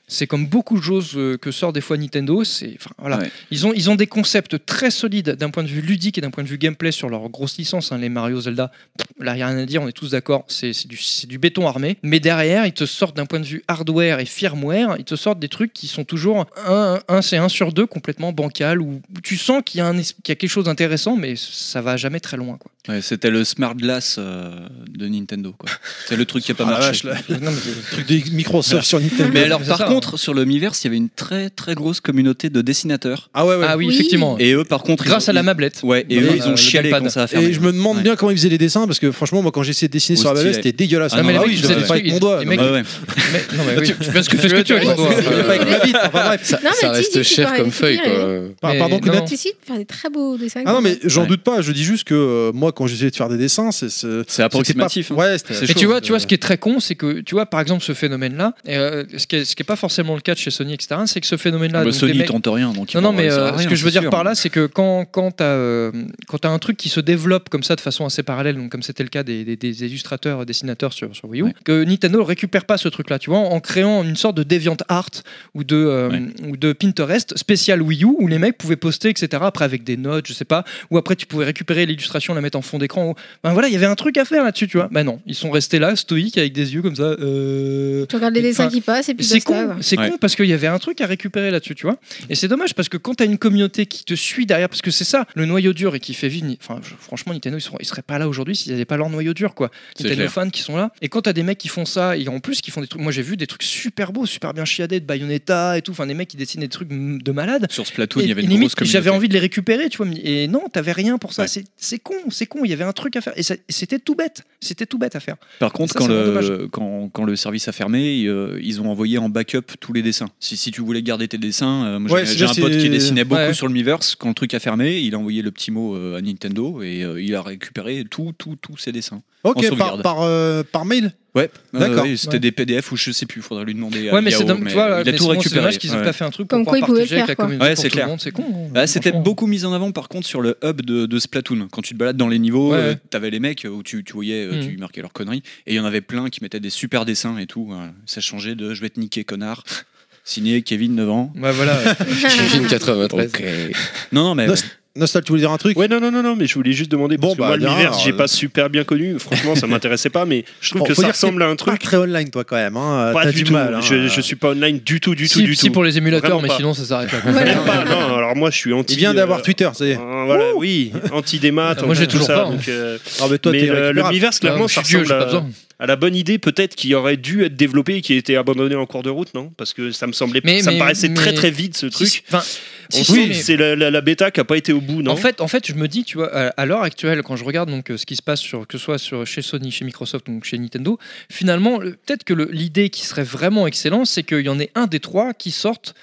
S3: c'est comme beaucoup de choses que sort des fois Nintendo. Voilà.
S5: Ouais.
S3: Ils ont des concepts très solides d'un point de vue ludique et d'un point de vue gameplay sur leurs grosses licences, hein, les Mario, Zelda. Là, il n'y a rien à dire, on est tous d'accord, c'est du béton armé. Mais derrière, ils te sortent d'un point de vue hardware et firmware, ils te sortent des trucs qui sont toujours c'est 1 sur 2 complètement bancal, où tu sens qu'il y a quelque chose d'intéressant, mais ça va jamais très loin, quoi.
S5: Ouais, c'était le Smart Glass de Nintendo, quoi. C'est le truc qui a pas marché.
S1: Le truc de Microsoft sur Nintendo.
S5: Mais alors,
S3: C'est
S5: par
S3: ça,
S5: contre, sur le Miiverse, il y avait une très très grosse communauté de dessinateurs.
S1: Ah ouais.
S3: Ah oui,
S2: Oui.
S3: effectivement.
S5: Et eux, par contre,
S3: Grâce à la mablette.
S5: Ouais, et
S3: Dans
S5: eux,
S3: le-
S5: ils ont
S3: le
S5: chialé
S3: gamepad.
S5: quand ça a fermé.
S1: Et je me demande
S5: Ouais.
S1: bien comment ils faisaient les dessins parce que franchement, moi quand j'ai essayé de dessiner
S5: Au
S1: sur la tablette,
S5: stylet.
S1: c'était dégueulasse.
S5: Ah non, mais
S1: Ah
S5: les
S1: oui,
S5: mecs,
S1: je
S3: faisaient
S1: devais
S3: des
S1: pas avec
S3: trucs,
S1: mon doigt.
S3: les
S1: non,
S3: mecs-
S1: mais-
S5: Ouais, ouais.
S3: Non, mais oui, tu fais ce que tu veux avec ton doigt.
S1: Je devais pas avec ma bite. Enfin bref.
S6: Ça,
S2: Non, mais
S6: ça
S2: si,
S6: reste
S2: si, tu
S6: cher
S2: peux
S6: comme
S2: aller
S6: feuille,
S2: finir,
S6: quoi.
S3: Mais
S1: Pardon,
S3: non,
S1: Kounet.
S3: non.
S2: Si, tu faire des très beaux dessins.
S1: Ah non, mais j'en
S5: Ouais.
S1: doute pas. Je dis juste que moi, quand j'essayais de faire des dessins,
S5: C'est approximatif,
S1: c'était pas-
S5: hein.
S1: Ouais, c'était.
S5: C'est
S3: Et
S5: chaud.
S3: tu vois, ce qui est très con, c'est que tu vois, par exemple, ce phénomène-là, ce qui est pas forcément le cas de chez Sony, etc., c'est que ce phénomène-là.
S5: Bah,
S3: donc,
S5: Sony
S3: des mecs-
S5: tente rien, donc ils
S3: Non,
S5: vont
S3: mais
S5: réussir à
S3: ce
S5: rien,
S3: que je veux
S5: c'est
S3: dire
S5: sûr.
S3: par là, c'est que quand t'as un truc qui se développe comme ça de façon assez parallèle, donc comme c'était le cas des illustrateurs, dessinateurs sur Wii U,
S5: Ouais.
S3: que Nintendo ne récupère pas ce truc-là, tu vois, en créant une sorte de DeviantArt ou de Pinterest spécial Wii U où les mecs pouvaient poster, etc. Après avec des notes, je sais pas, ou après tu pouvais récupérer l'illustration, la mettre en fond d'écran. Ben voilà, il y avait un truc à faire là-dessus, tu vois. Ben non, ils sont restés là, stoïques, avec des yeux comme ça.
S2: Tu regardes les dessins
S3: Enfin,
S2: qui passent et puis
S3: C'est
S2: basta,
S3: con,
S2: quoi.
S3: c'est
S5: Ouais.
S3: con parce qu'il y avait un truc à récupérer là-dessus, tu vois. Et c'est dommage parce que quand t'as une communauté qui te suit derrière, parce que c'est ça, le noyau dur et qui fait vivre. Franchement, Nintendo, ils seraient pas là aujourd'hui s'ils n'avaient pas leur noyau dur, quoi.
S5: C'est
S3: Nintendo
S5: clair.
S3: fans qui sont là. Et quand t'as des mecs qui font ça, et en plus qui font des trucs. Moi, j'ai vu des trucs super beaux, super bien chiadés de Bayonetta et tout. Enfin, des mecs qui dessinent des trucs de malade.
S5: Sur Splatoon,
S3: Et
S5: il y avait une
S3: limite,
S5: grosse communauté.
S3: j'avais envie de les récupérer, tu vois. Et non, t'avais rien pour ça.
S5: Ouais.
S3: C'est con. Il y avait un truc à faire. Et c'était tout bête. C'était tout bête à faire.
S5: Par contre,
S3: Ça,
S5: quand,
S3: c'est vraiment
S5: quand le service a fermé, ils ont envoyé en backup tous les dessins. Si tu voulais garder tes dessins, moi,
S1: Ouais,
S5: j'ai un
S1: c'est-
S5: pote qui dessinait beaucoup
S3: Ouais.
S5: sur le Miiverse. Quand le truc a fermé, il a envoyé le petit mot à Nintendo et il a récupéré tous ses dessins. en
S1: Ok,
S5: sauvegarde.
S1: par mail.
S5: Ouais,
S1: D'accord.
S5: C'était
S3: Ouais.
S5: des PDF ou je sais plus, il faudrait lui demander. à
S3: Ouais, mais
S5: Yao,
S3: c'est dommage. Tu vois,
S5: il a
S3: mais
S5: tout
S3: souvent, c'est
S5: récupéré.
S3: dommage qu'ils n'ont
S5: Ouais.
S3: pas fait un truc pour
S2: Comme quoi,
S3: pouvoir
S2: ils pouvaient
S3: partager
S2: le
S3: avec la
S2: faire, quoi.
S3: communauté
S5: Ouais,
S3: pour
S5: c'est
S3: tout le
S5: clair.
S3: monde. C'est con.
S5: Bah, c'était
S3: franchement.
S5: beaucoup mis en avant par contre sur le hub de Splatoon. Quand tu te balades dans les niveaux,
S3: Ouais, ouais.
S5: t'avais les mecs où tu voyais,
S3: Mhm.
S5: tu marquais leurs conneries, et il y en avait plein qui mettaient des super dessins et tout. Ça changeait de je vais te niquer connard, signé Kevin 9 ans.
S3: Ouais, voilà.
S6: Kevin 93.
S5: Non, mais
S1: Nostal, tu voulais dire un truc?
S4: Ouais, non, mais je voulais juste demander, parce
S1: Bon,
S4: que
S1: bah,
S4: moi, le
S1: bien,
S4: Miiverse, j'ai
S1: alors,
S4: pas super bien connu. Franchement, ça m'intéressait pas, mais je trouve
S1: Bon,
S4: que
S1: faut
S4: ça
S1: dire que
S4: ressemble à un
S1: Pas
S4: truc.
S1: très online, toi, quand même. Hein.
S4: Pas
S1: T'as
S4: du tout.
S1: mal. Hein.
S4: Je suis pas online du tout.
S3: Si pour les émulateurs,
S4: Vraiment
S3: mais
S4: pas.
S3: sinon ça s'arrête là.
S4: Même pas, non. Alors moi, je suis anti.
S1: Il vient d'avoir Twitter, ça y est.
S4: Voilà, oui, anti-démat.
S3: Moi, j'ai
S4: tout
S3: toujours
S4: ça.
S3: pas, hein.
S4: Donc,
S1: Ah, mais toi,
S4: mais
S1: t'es
S4: le
S1: récupérable.
S4: Miiverse, clairement, ça
S3: je suis vieux,
S4: ressemble
S3: j'ai pas besoin.
S4: à la bonne idée, peut-être, qui aurait dû être développée et qui a été abandonnée en cours de route, non? Parce que ça me semblait, ça me paraissait très très vide ce truc.
S3: Enfin,
S4: Oui,
S3: mais-
S4: c'est la bêta qui a pas été au bout, non?
S3: En fait, je me dis, tu vois, à l'heure actuelle, quand je regarde donc ce qui se passe que ce soit chez Sony, chez Microsoft, donc chez Nintendo, finalement, peut-être que l'idée qui serait vraiment excellente, c'est qu'il y en ait un des trois qui sortent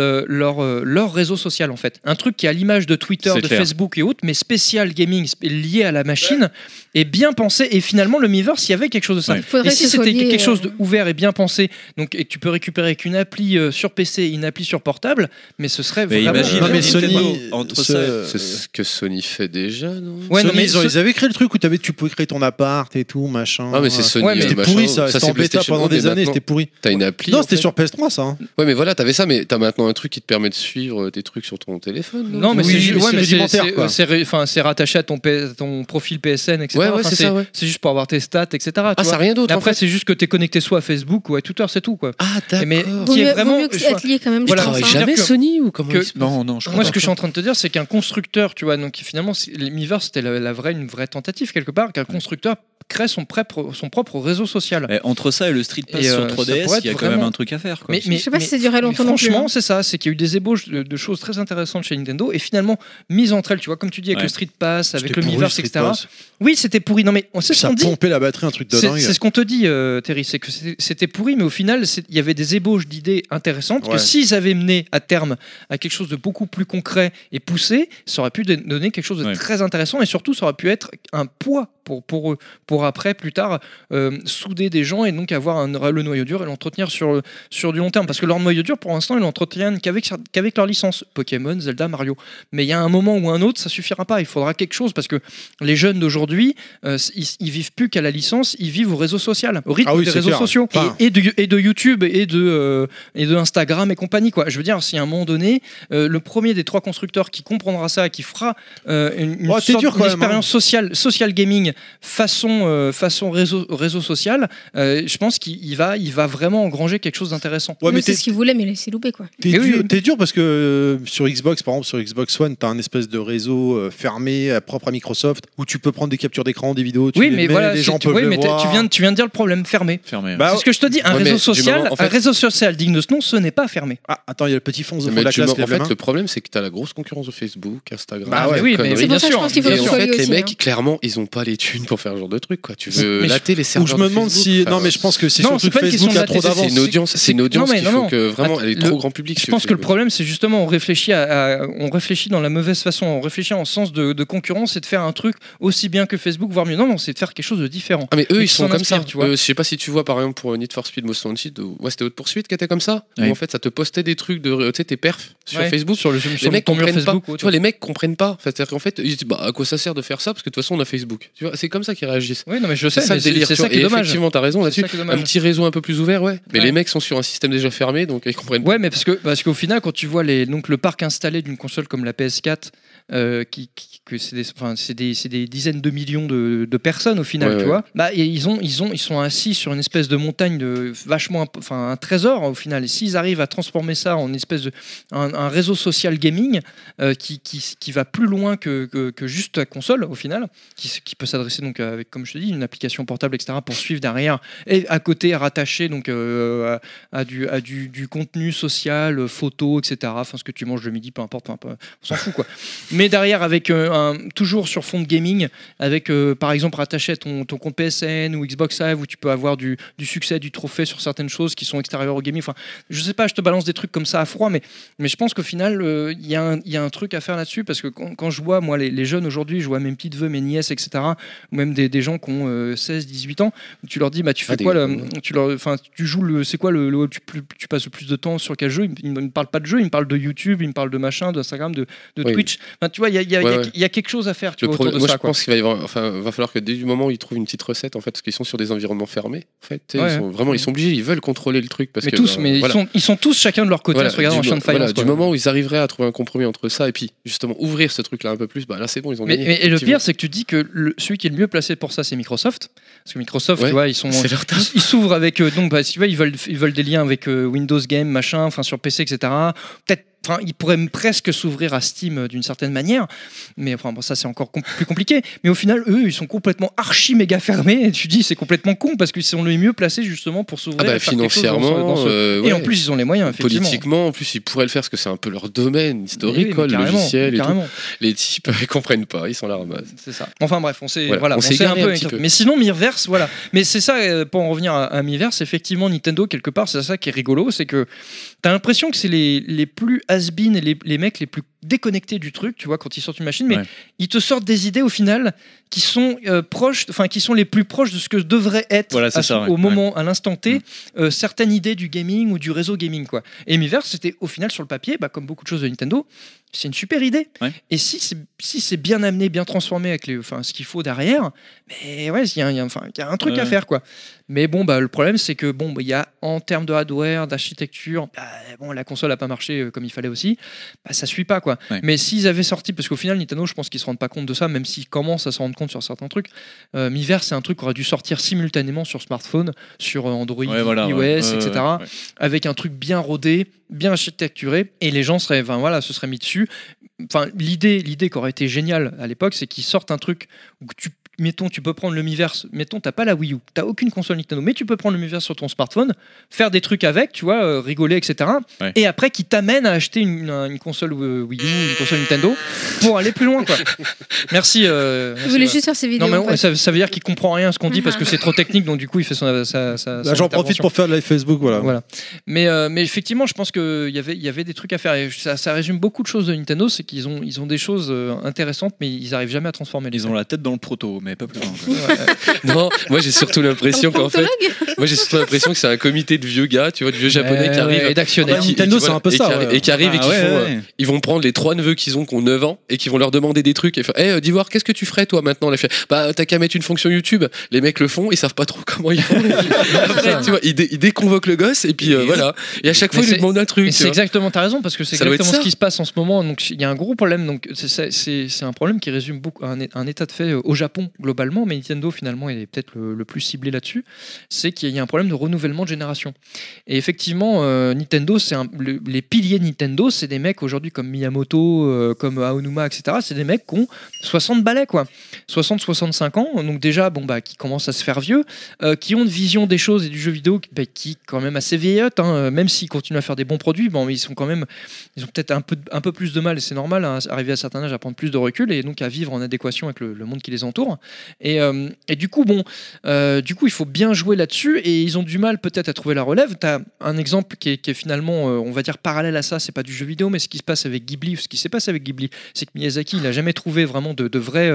S3: leur réseau social en fait. Un truc qui est à l'image de Twitter,
S5: C'est
S3: de
S5: clair.
S3: Facebook et autres, mais spécial gaming, lié à la machine, et bien pensé. Et finalement, le Miiverse, il y avait quelque chose de ça.
S5: Ouais.
S2: Faudrait
S3: Et
S2: que
S3: si
S2: ce soit
S3: c'était
S2: lié,
S3: quelque chose d'ouvert et bien pensé, donc, et que tu peux récupérer avec une appli sur PC et une appli sur portable, mais ce serait
S5: Mais
S3: vraiment...
S5: imagine,
S1: Non, mais
S5: Nintendo,
S1: Sony,
S5: entre
S6: C'est ce que Sony fait déjà, non?
S3: Ouais, non,
S1: Sony,
S3: mais
S1: ils avaient créé le truc où tu pouvais créer ton appart et tout, machin.
S6: Ah, mais c'est Sony.
S3: Ouais, mais
S1: C'était
S6: machin.
S1: pourri ça, c'était
S6: c'est
S1: en bêta
S6: PlayStation.
S1: pendant
S6: Ouais, mais
S1: des années,
S6: maintenant,
S1: c'était pourri.
S6: T'as une appli.
S1: Non,
S6: en
S1: c'était
S6: fait.
S1: sur PS3 ça. hein.
S6: Ouais, mais voilà, t'avais ça, mais t'as maintenant un truc qui te permet de suivre tes trucs sur ton téléphone.
S3: Non, mais
S1: Oui,
S3: c'est
S1: mais
S3: ouais,
S1: c'est
S3: mais
S1: rudimentaire, quoi.
S3: c'est rattaché à ton profil PSN, etc.
S6: Ouais,
S3: Enfin,
S6: c'est ça, ouais.
S3: C'est juste pour avoir tes stats, etc. tu
S6: Ah,
S3: vois.
S6: ça rien d'autre.
S3: Et
S6: en
S3: après,
S6: fait.
S3: c'est juste que tu es connecté soit à Facebook ou à Twitter, c'est tout. Quoi.
S6: Ah,
S3: Mais
S6: d'accord.
S2: Vaut
S3: qui est
S2: mieux,
S3: vraiment.
S2: vaut mieux que être lié quand même.
S3: Voilà,
S2: je pense,
S6: Travaille
S2: hein.
S3: jamais
S6: jamais Sony ou comment
S3: que-
S6: il se passe
S5: non, je crois
S3: Moi,
S5: pas.
S3: ce que je suis en train de te dire, c'est qu'un constructeur, tu vois, donc finalement, les Miiverse, c'était une vraie tentative quelque part, qu'un constructeur crée son propre réseau social.
S5: Eh, entre ça et le Street Pass
S3: Et,
S5: sur
S3: ça
S5: 3DS,
S3: pourrait
S5: il y a
S3: être
S5: quand même
S3: vraiment-
S5: un truc à faire. Quoi.
S3: Mais
S2: Je sais pas si ça durait longtemps non plus,
S3: franchement,
S2: hein.
S3: c'est ça, c'est qu'il y a eu des ébauches de choses très intéressantes chez Nintendo et finalement mises entre elles, tu vois, comme tu dis avec
S5: Ouais.
S3: le Street Pass, avec
S1: C'était
S3: le
S1: pourri,
S3: Miiverse,
S1: Street
S3: etc.
S1: Pass.
S3: Oui, c'était pourri. Non, mais on sait ce
S1: Ça
S3: qu'on dit.
S1: pompait la batterie, un truc de dingue.
S3: C'est ce qu'on te dit, Terry, c'est que c'était pourri, mais au final, il y avait des ébauches d'idées intéressantes
S1: Ouais.
S3: que s'ils avaient mené à terme à quelque chose de beaucoup plus concret et poussé, ça aurait pu donner quelque chose de
S5: Ouais.
S3: très intéressant et surtout, ça aurait pu être un poids pour après, plus tard, souder des gens et donc avoir le noyau dur et l'entretenir sur du long terme. Parce que leur noyau dur, pour l'instant, ils l'entretiennent qu'avec leur licence. Pokémon, Zelda, Mario. Mais il y a un moment ou un autre, ça suffira pas. Il faudra quelque chose parce que les jeunes d'aujourd'hui, ils vivent plus qu'à la licence, ils vivent au réseau social, au rythme des réseaux sociaux.
S1: Enfin...
S3: Et de YouTube et de Instagram et compagnie, quoi. Je veux dire, si à un moment donné, le premier des 3 constructeurs qui comprendra ça, qui fera une expérience social gaming façon réseau social, je pense qu'il va vraiment engranger quelque chose d'intéressant.
S2: Ouais, mais c'est ce qu'il voulait, mais c'est loupé, quoi.
S1: T'es dur parce que sur Xbox, par exemple, sur Xbox One, t'as un espèce de réseau fermé, propre à Microsoft, où tu peux prendre des captures d'écran, des vidéos, les gens peuvent le voir.
S3: Tu viens de dire le problème, fermé.
S1: Bah,
S3: c'est ce que je te dis, un réseau social digne de ce nom, ce n'est pas fermé.
S1: Ah, attends, il y a le petit fonce de fond de la classe.
S6: En fait, le problème, c'est que t'as la grosse concurrence de Facebook, Instagram.
S3: Bah oui, mais
S2: c'est pour ça que je pense qu'il faut
S6: et en fait, les
S2: aussi,
S6: mecs, clairement, ils ont pas les thunes pour faire ce genre de truc, quoi. Tu veux latter les serveurs.
S1: Ou je me demande si. Non, mais je pense que c'est surtout que Facebook a trop d'avance.
S6: C'est une audience qu'il faut que vraiment, elle est trop grand public.
S3: Je pense que le problème, c'est justement, on réfléchit dans la mauvaise façon, on réfléchit en sens de concurrence et de faire un truc aussi bien que Facebook, voire mieux. Non, c'est de faire quelque chose de différent.
S6: Ah, mais eux, ils sont comme ça. Je sais pas si tu vois, par exemple, pour Need for Speed Most Wanted, c'était Haute Poursuite qui était comme ça. Où en fait, ça te postait des trucs de, tu sais, tes perfs sur Facebook. Les mecs comprennent pas. Tu vois, les mecs comprennent pas. C'est-à-dire qu'en fait, ils disent, à quoi ça sert de faire ça? Parce que de toute façon, on a Facebook. Tu vois, c'est comme ça qu'ils réagissent.
S3: Oui, non, mais je sais,
S6: c'est ça qui est dommage. Effectivement, t'as raison là-dessus. Un petit réseau un peu plus ouvert, ouais. Mais les mecs sont sur un système déjà fermé, donc ils comprennent pas.
S3: Ouais, mais parce qu'au final, quand tu vois le parc installé d'une console comme la PS4, c'est des dizaines de millions de personnes au final, tu vois. Bah, et ils sont assis sur une espèce de montagne de vachement, un trésor au final. Et s'ils arrivent à transformer ça en une espèce de un réseau social gaming qui va plus loin que juste la console au final, qui peut s'adresser donc avec, comme je te dis, une application portable, etc. pour suivre derrière et à côté rattaché donc à du contenu social, photo, etc. Enfin, ce que tu manges le midi, peu importe, on s'en fout, quoi. Mais derrière, avec toujours sur fond de gaming, avec par exemple rattaché à ton compte PSN ou Xbox Live, où tu peux avoir du succès, du trophée sur certaines choses qui sont extérieures au gaming. Enfin, je sais pas, je te balance des trucs comme ça à froid, mais je pense qu'au final, il y a un truc à faire là-dessus, parce que quand je vois, moi, les jeunes aujourd'hui, je vois mes petites veuves, mes nièces, etc., ou même des gens qui ont 16, 18 ans, tu leur dis, bah, tu fais quoi tu joues c'est quoi tu passes le plus de temps sur quel jeu? Ils ne parlent pas de jeu, ils me parlent de YouTube, ils me parlent de machin, d'Instagram, de Twitch. Enfin, tu vois, il y a quelque chose à faire autour de ça.
S6: Je pense qu'il va falloir que dès du moment où ils trouvent une petite recette, en fait, parce qu'ils sont sur des environnements fermés, en fait, ils sont obligés, ils veulent contrôler le truc.
S3: Ils sont tous chacun de leur côté à se regarder en chien de faïence.
S6: Du moment où ils arriveraient à trouver un compromis entre ça et puis justement ouvrir ce truc-là un peu plus, bah là c'est bon, ils ont gagné.
S3: Et le pire, c'est que tu dis que celui qui est le mieux placé pour ça, c'est Microsoft. Parce que Microsoft, tu vois, ils s'ouvrent avec donc, tu vois, ils veulent des liens avec Windows Game, machin, enfin sur PC, etc. Peut-être. Enfin, ils pourraient presque s'ouvrir à Steam d'une certaine manière, mais ça c'est encore plus compliqué. Mais au final, eux, ils sont complètement archi méga fermés. Et tu dis, c'est complètement con parce qu'ils sont les mieux placés justement pour s'ouvrir. À faire
S6: financièrement,
S3: et en plus, ils ont les moyens.
S6: Politiquement, en plus, ils pourraient le faire parce que c'est un peu leur domaine historique, le logiciel et tout. Les types, ils comprennent pas, ils sont là ramasse.
S3: C'est ça. Enfin bref, on s'est un peu. Mais sinon, Miiverse, voilà. Mais c'est ça, pour en revenir à Miiverse, effectivement, Nintendo quelque part, c'est ça qui est rigolo, c'est que t'as l'impression que c'est les plus has-been et les mecs les plus déconnectés du truc, tu vois, quand ils sortent une machine, mais ils te sortent des idées au final qui sont qui sont les plus proches de ce que devrait être au moment, à l'instant T, certaines idées du gaming ou du réseau gaming, quoi. Et Miiverse, c'était au final sur le papier, comme beaucoup de choses de Nintendo, c'est une super idée. Et si c'est bien amené, bien transformé avec ce qu'il faut derrière, mais il y a un truc à faire, quoi. Mais bon, le problème, c'est que il y a en termes de hardware, d'architecture, la console n'a pas marché comme il fallait aussi, ça suit pas, quoi. Mais s'ils avaient sorti, parce qu'au final, Nintendo, je pense qu'ils se rendent pas compte de ça, même s'ils commencent à se rendre compte sur certains trucs. Miiverse, c'est un truc qui aurait dû sortir simultanément sur smartphone, sur Android, iOS, etc. Avec un truc bien rodé, bien architecturé, et les gens se seraient mis dessus. L'idée qui aurait été géniale à l'époque, c'est qu'ils sortent un truc où tu peux prendre le Miiverse, t'as pas la Wii U, t'as aucune console Nintendo, mais tu peux prendre le Miiverse sur ton smartphone, faire des trucs avec, tu vois, rigoler, etc. Et après, qui t'amène à acheter une console Wii U, une console Nintendo, pour aller plus loin, quoi. Merci.
S2: Je voulais juste faire ces vidéos.
S3: Non, mais ça veut dire qu'il comprend rien à ce qu'on dit parce que c'est trop technique, donc du coup, il fait sa
S1: j'en profite pour faire le live Facebook, voilà.
S3: Mais effectivement, je pense qu'il y avait des trucs à faire. Et ça résume beaucoup de choses de Nintendo, c'est qu'ils ont des choses intéressantes, mais ils arrivent jamais à transformer les
S7: Ils ont la tête dans le proto. mais pas plus loin. quoi.
S6: Non, moi j'ai surtout l'impression qu'en fait, que c'est un comité de vieux gars, tu vois, de vieux japonais qui arrivent.
S3: et d'actionnaires.
S1: Nintendo, c'est un peu ça, ouais.
S6: Et qui arrivent et qui
S7: Ah, ouais,
S6: font.
S7: ouais.
S6: Ils vont prendre les 3 neveux qu'ils ont 9 ans et qui vont leur demander des trucs et faire hey, d'Ivoire, qu'est-ce que tu ferais toi maintenant? Bah, t'as qu'à mettre une fonction YouTube. Les mecs le font, ils savent pas trop comment ils font. Après, tu vois, ils déconvoquent le gosse et puis voilà. Et à chaque fois, ils lui demandent un truc.
S3: Et
S6: tu
S3: c'est
S6: vois.
S3: exactement, t'as raison, parce que c'est
S6: Ça doit
S3: exactement
S6: être ça.
S3: ce qui se passe en ce moment. Donc il y a un gros problème. Donc c'est un problème qui résume beaucoup un état de fait au Japon globalement, mais Nintendo finalement est peut-être le plus ciblé là-dessus. C'est qu'il y a un problème de renouvellement de génération. Et effectivement, Nintendo, les piliers de Nintendo, c'est des mecs aujourd'hui comme Miyamoto, comme Aonuma, etc. C'est des mecs qui ont 60 balais, quoi. 60-65 ans, donc déjà, qui commencent à se faire vieux, qui ont une vision des choses et du jeu vidéo qui est quand même assez vieillotte, hein, même s'ils continuent à faire des bons produits, ils ont peut-être un peu plus de mal, et c'est normal, hein, arriver à un certain âge à prendre plus de recul et donc à vivre en adéquation avec le monde qui les entoure. Et du coup, il faut bien jouer là-dessus, et ils ont du mal peut-être à trouver la relève. Tu as un exemple qui est finalement, on va dire, parallèle à ça, c'est pas du jeu vidéo, mais ce qui se passe avec Ghibli, ce qui s'est passé avec Ghibli, c'est que Miyazaki, il n'a jamais trouvé vraiment de vraie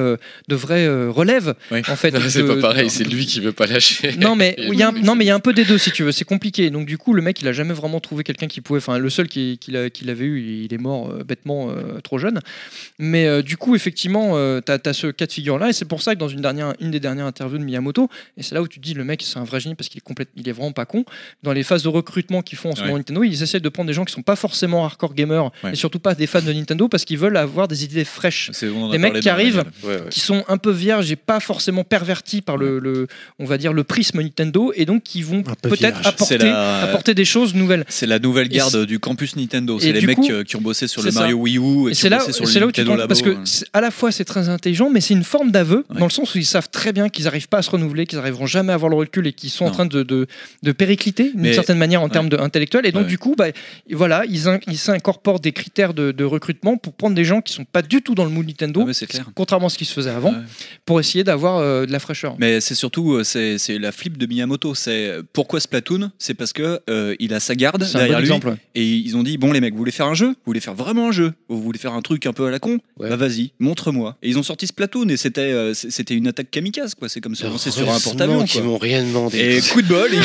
S3: relève.
S7: Oui.
S3: En fait,
S6: C'est pas pareil, c'est lui qui veut pas lâcher.
S3: Non mais il y a un peu des deux, si tu veux, c'est compliqué. Donc du coup le mec il a jamais vraiment trouvé quelqu'un qui pouvait, le seul qu'il avait eu, il est mort bêtement trop jeune. Mais du coup effectivement t'as ce cas de figure là, et c'est pour ça que dans une des dernières interviews de Miyamoto, et c'est là où tu te dis le mec c'est un vrai génie parce qu'il est vraiment pas con. Dans les phases de recrutement qu'ils font en ce moment Nintendo, ils essaient de prendre des gens qui sont pas forcément hardcore gamers et surtout pas des fans de Nintendo, parce qu'ils veulent avoir des idées fraîches. Des mecs qui arrivent, qui sont un peu vierges et pas forcément pervertis par on va dire le prisme Nintendo, et donc qui vont peut-être apporter des choses nouvelles.
S7: C'est la nouvelle garde du campus Nintendo. C'est les mecs qui ont bossé sur le
S3: ça.
S7: Mario Wii U et qui ont bossé sur le Nintendo Labo.
S3: Parce que à la fois c'est très intelligent, mais c'est une forme d'aveu, dans le sens où ils savent très bien qu'ils n'arrivent pas à se renouveler, qu'ils n'arriveront jamais à avoir le recul et qu'ils sont en train de péricliter d'une certaine manière en termes intellectuels. Et donc du coup, voilà, ils s'incorporent des critères de recrutement pour prendre des gens qui sont pas du tout dans le moule Nintendo, contrairement à ce qui se faisait avant, pour essayer d'avoir de la fraîcheur.
S7: Mais c'est surtout c'est la flip de Miyamoto. C'est pourquoi Splatoon? C'est parce que il a sa garde derrière lui, et ils ont dit bon les mecs, vous voulez faire un jeu? Vous voulez faire vraiment un jeu? Vous voulez faire un truc un peu à la con? Bah vas-y, montre-moi. Et ils ont sorti Splatoon, et c'était une attaque kamikaze, quoi. C'est comme se lancer sur un porte-avions.
S6: Ils m'ont rien demandé.
S7: Et coup de bol,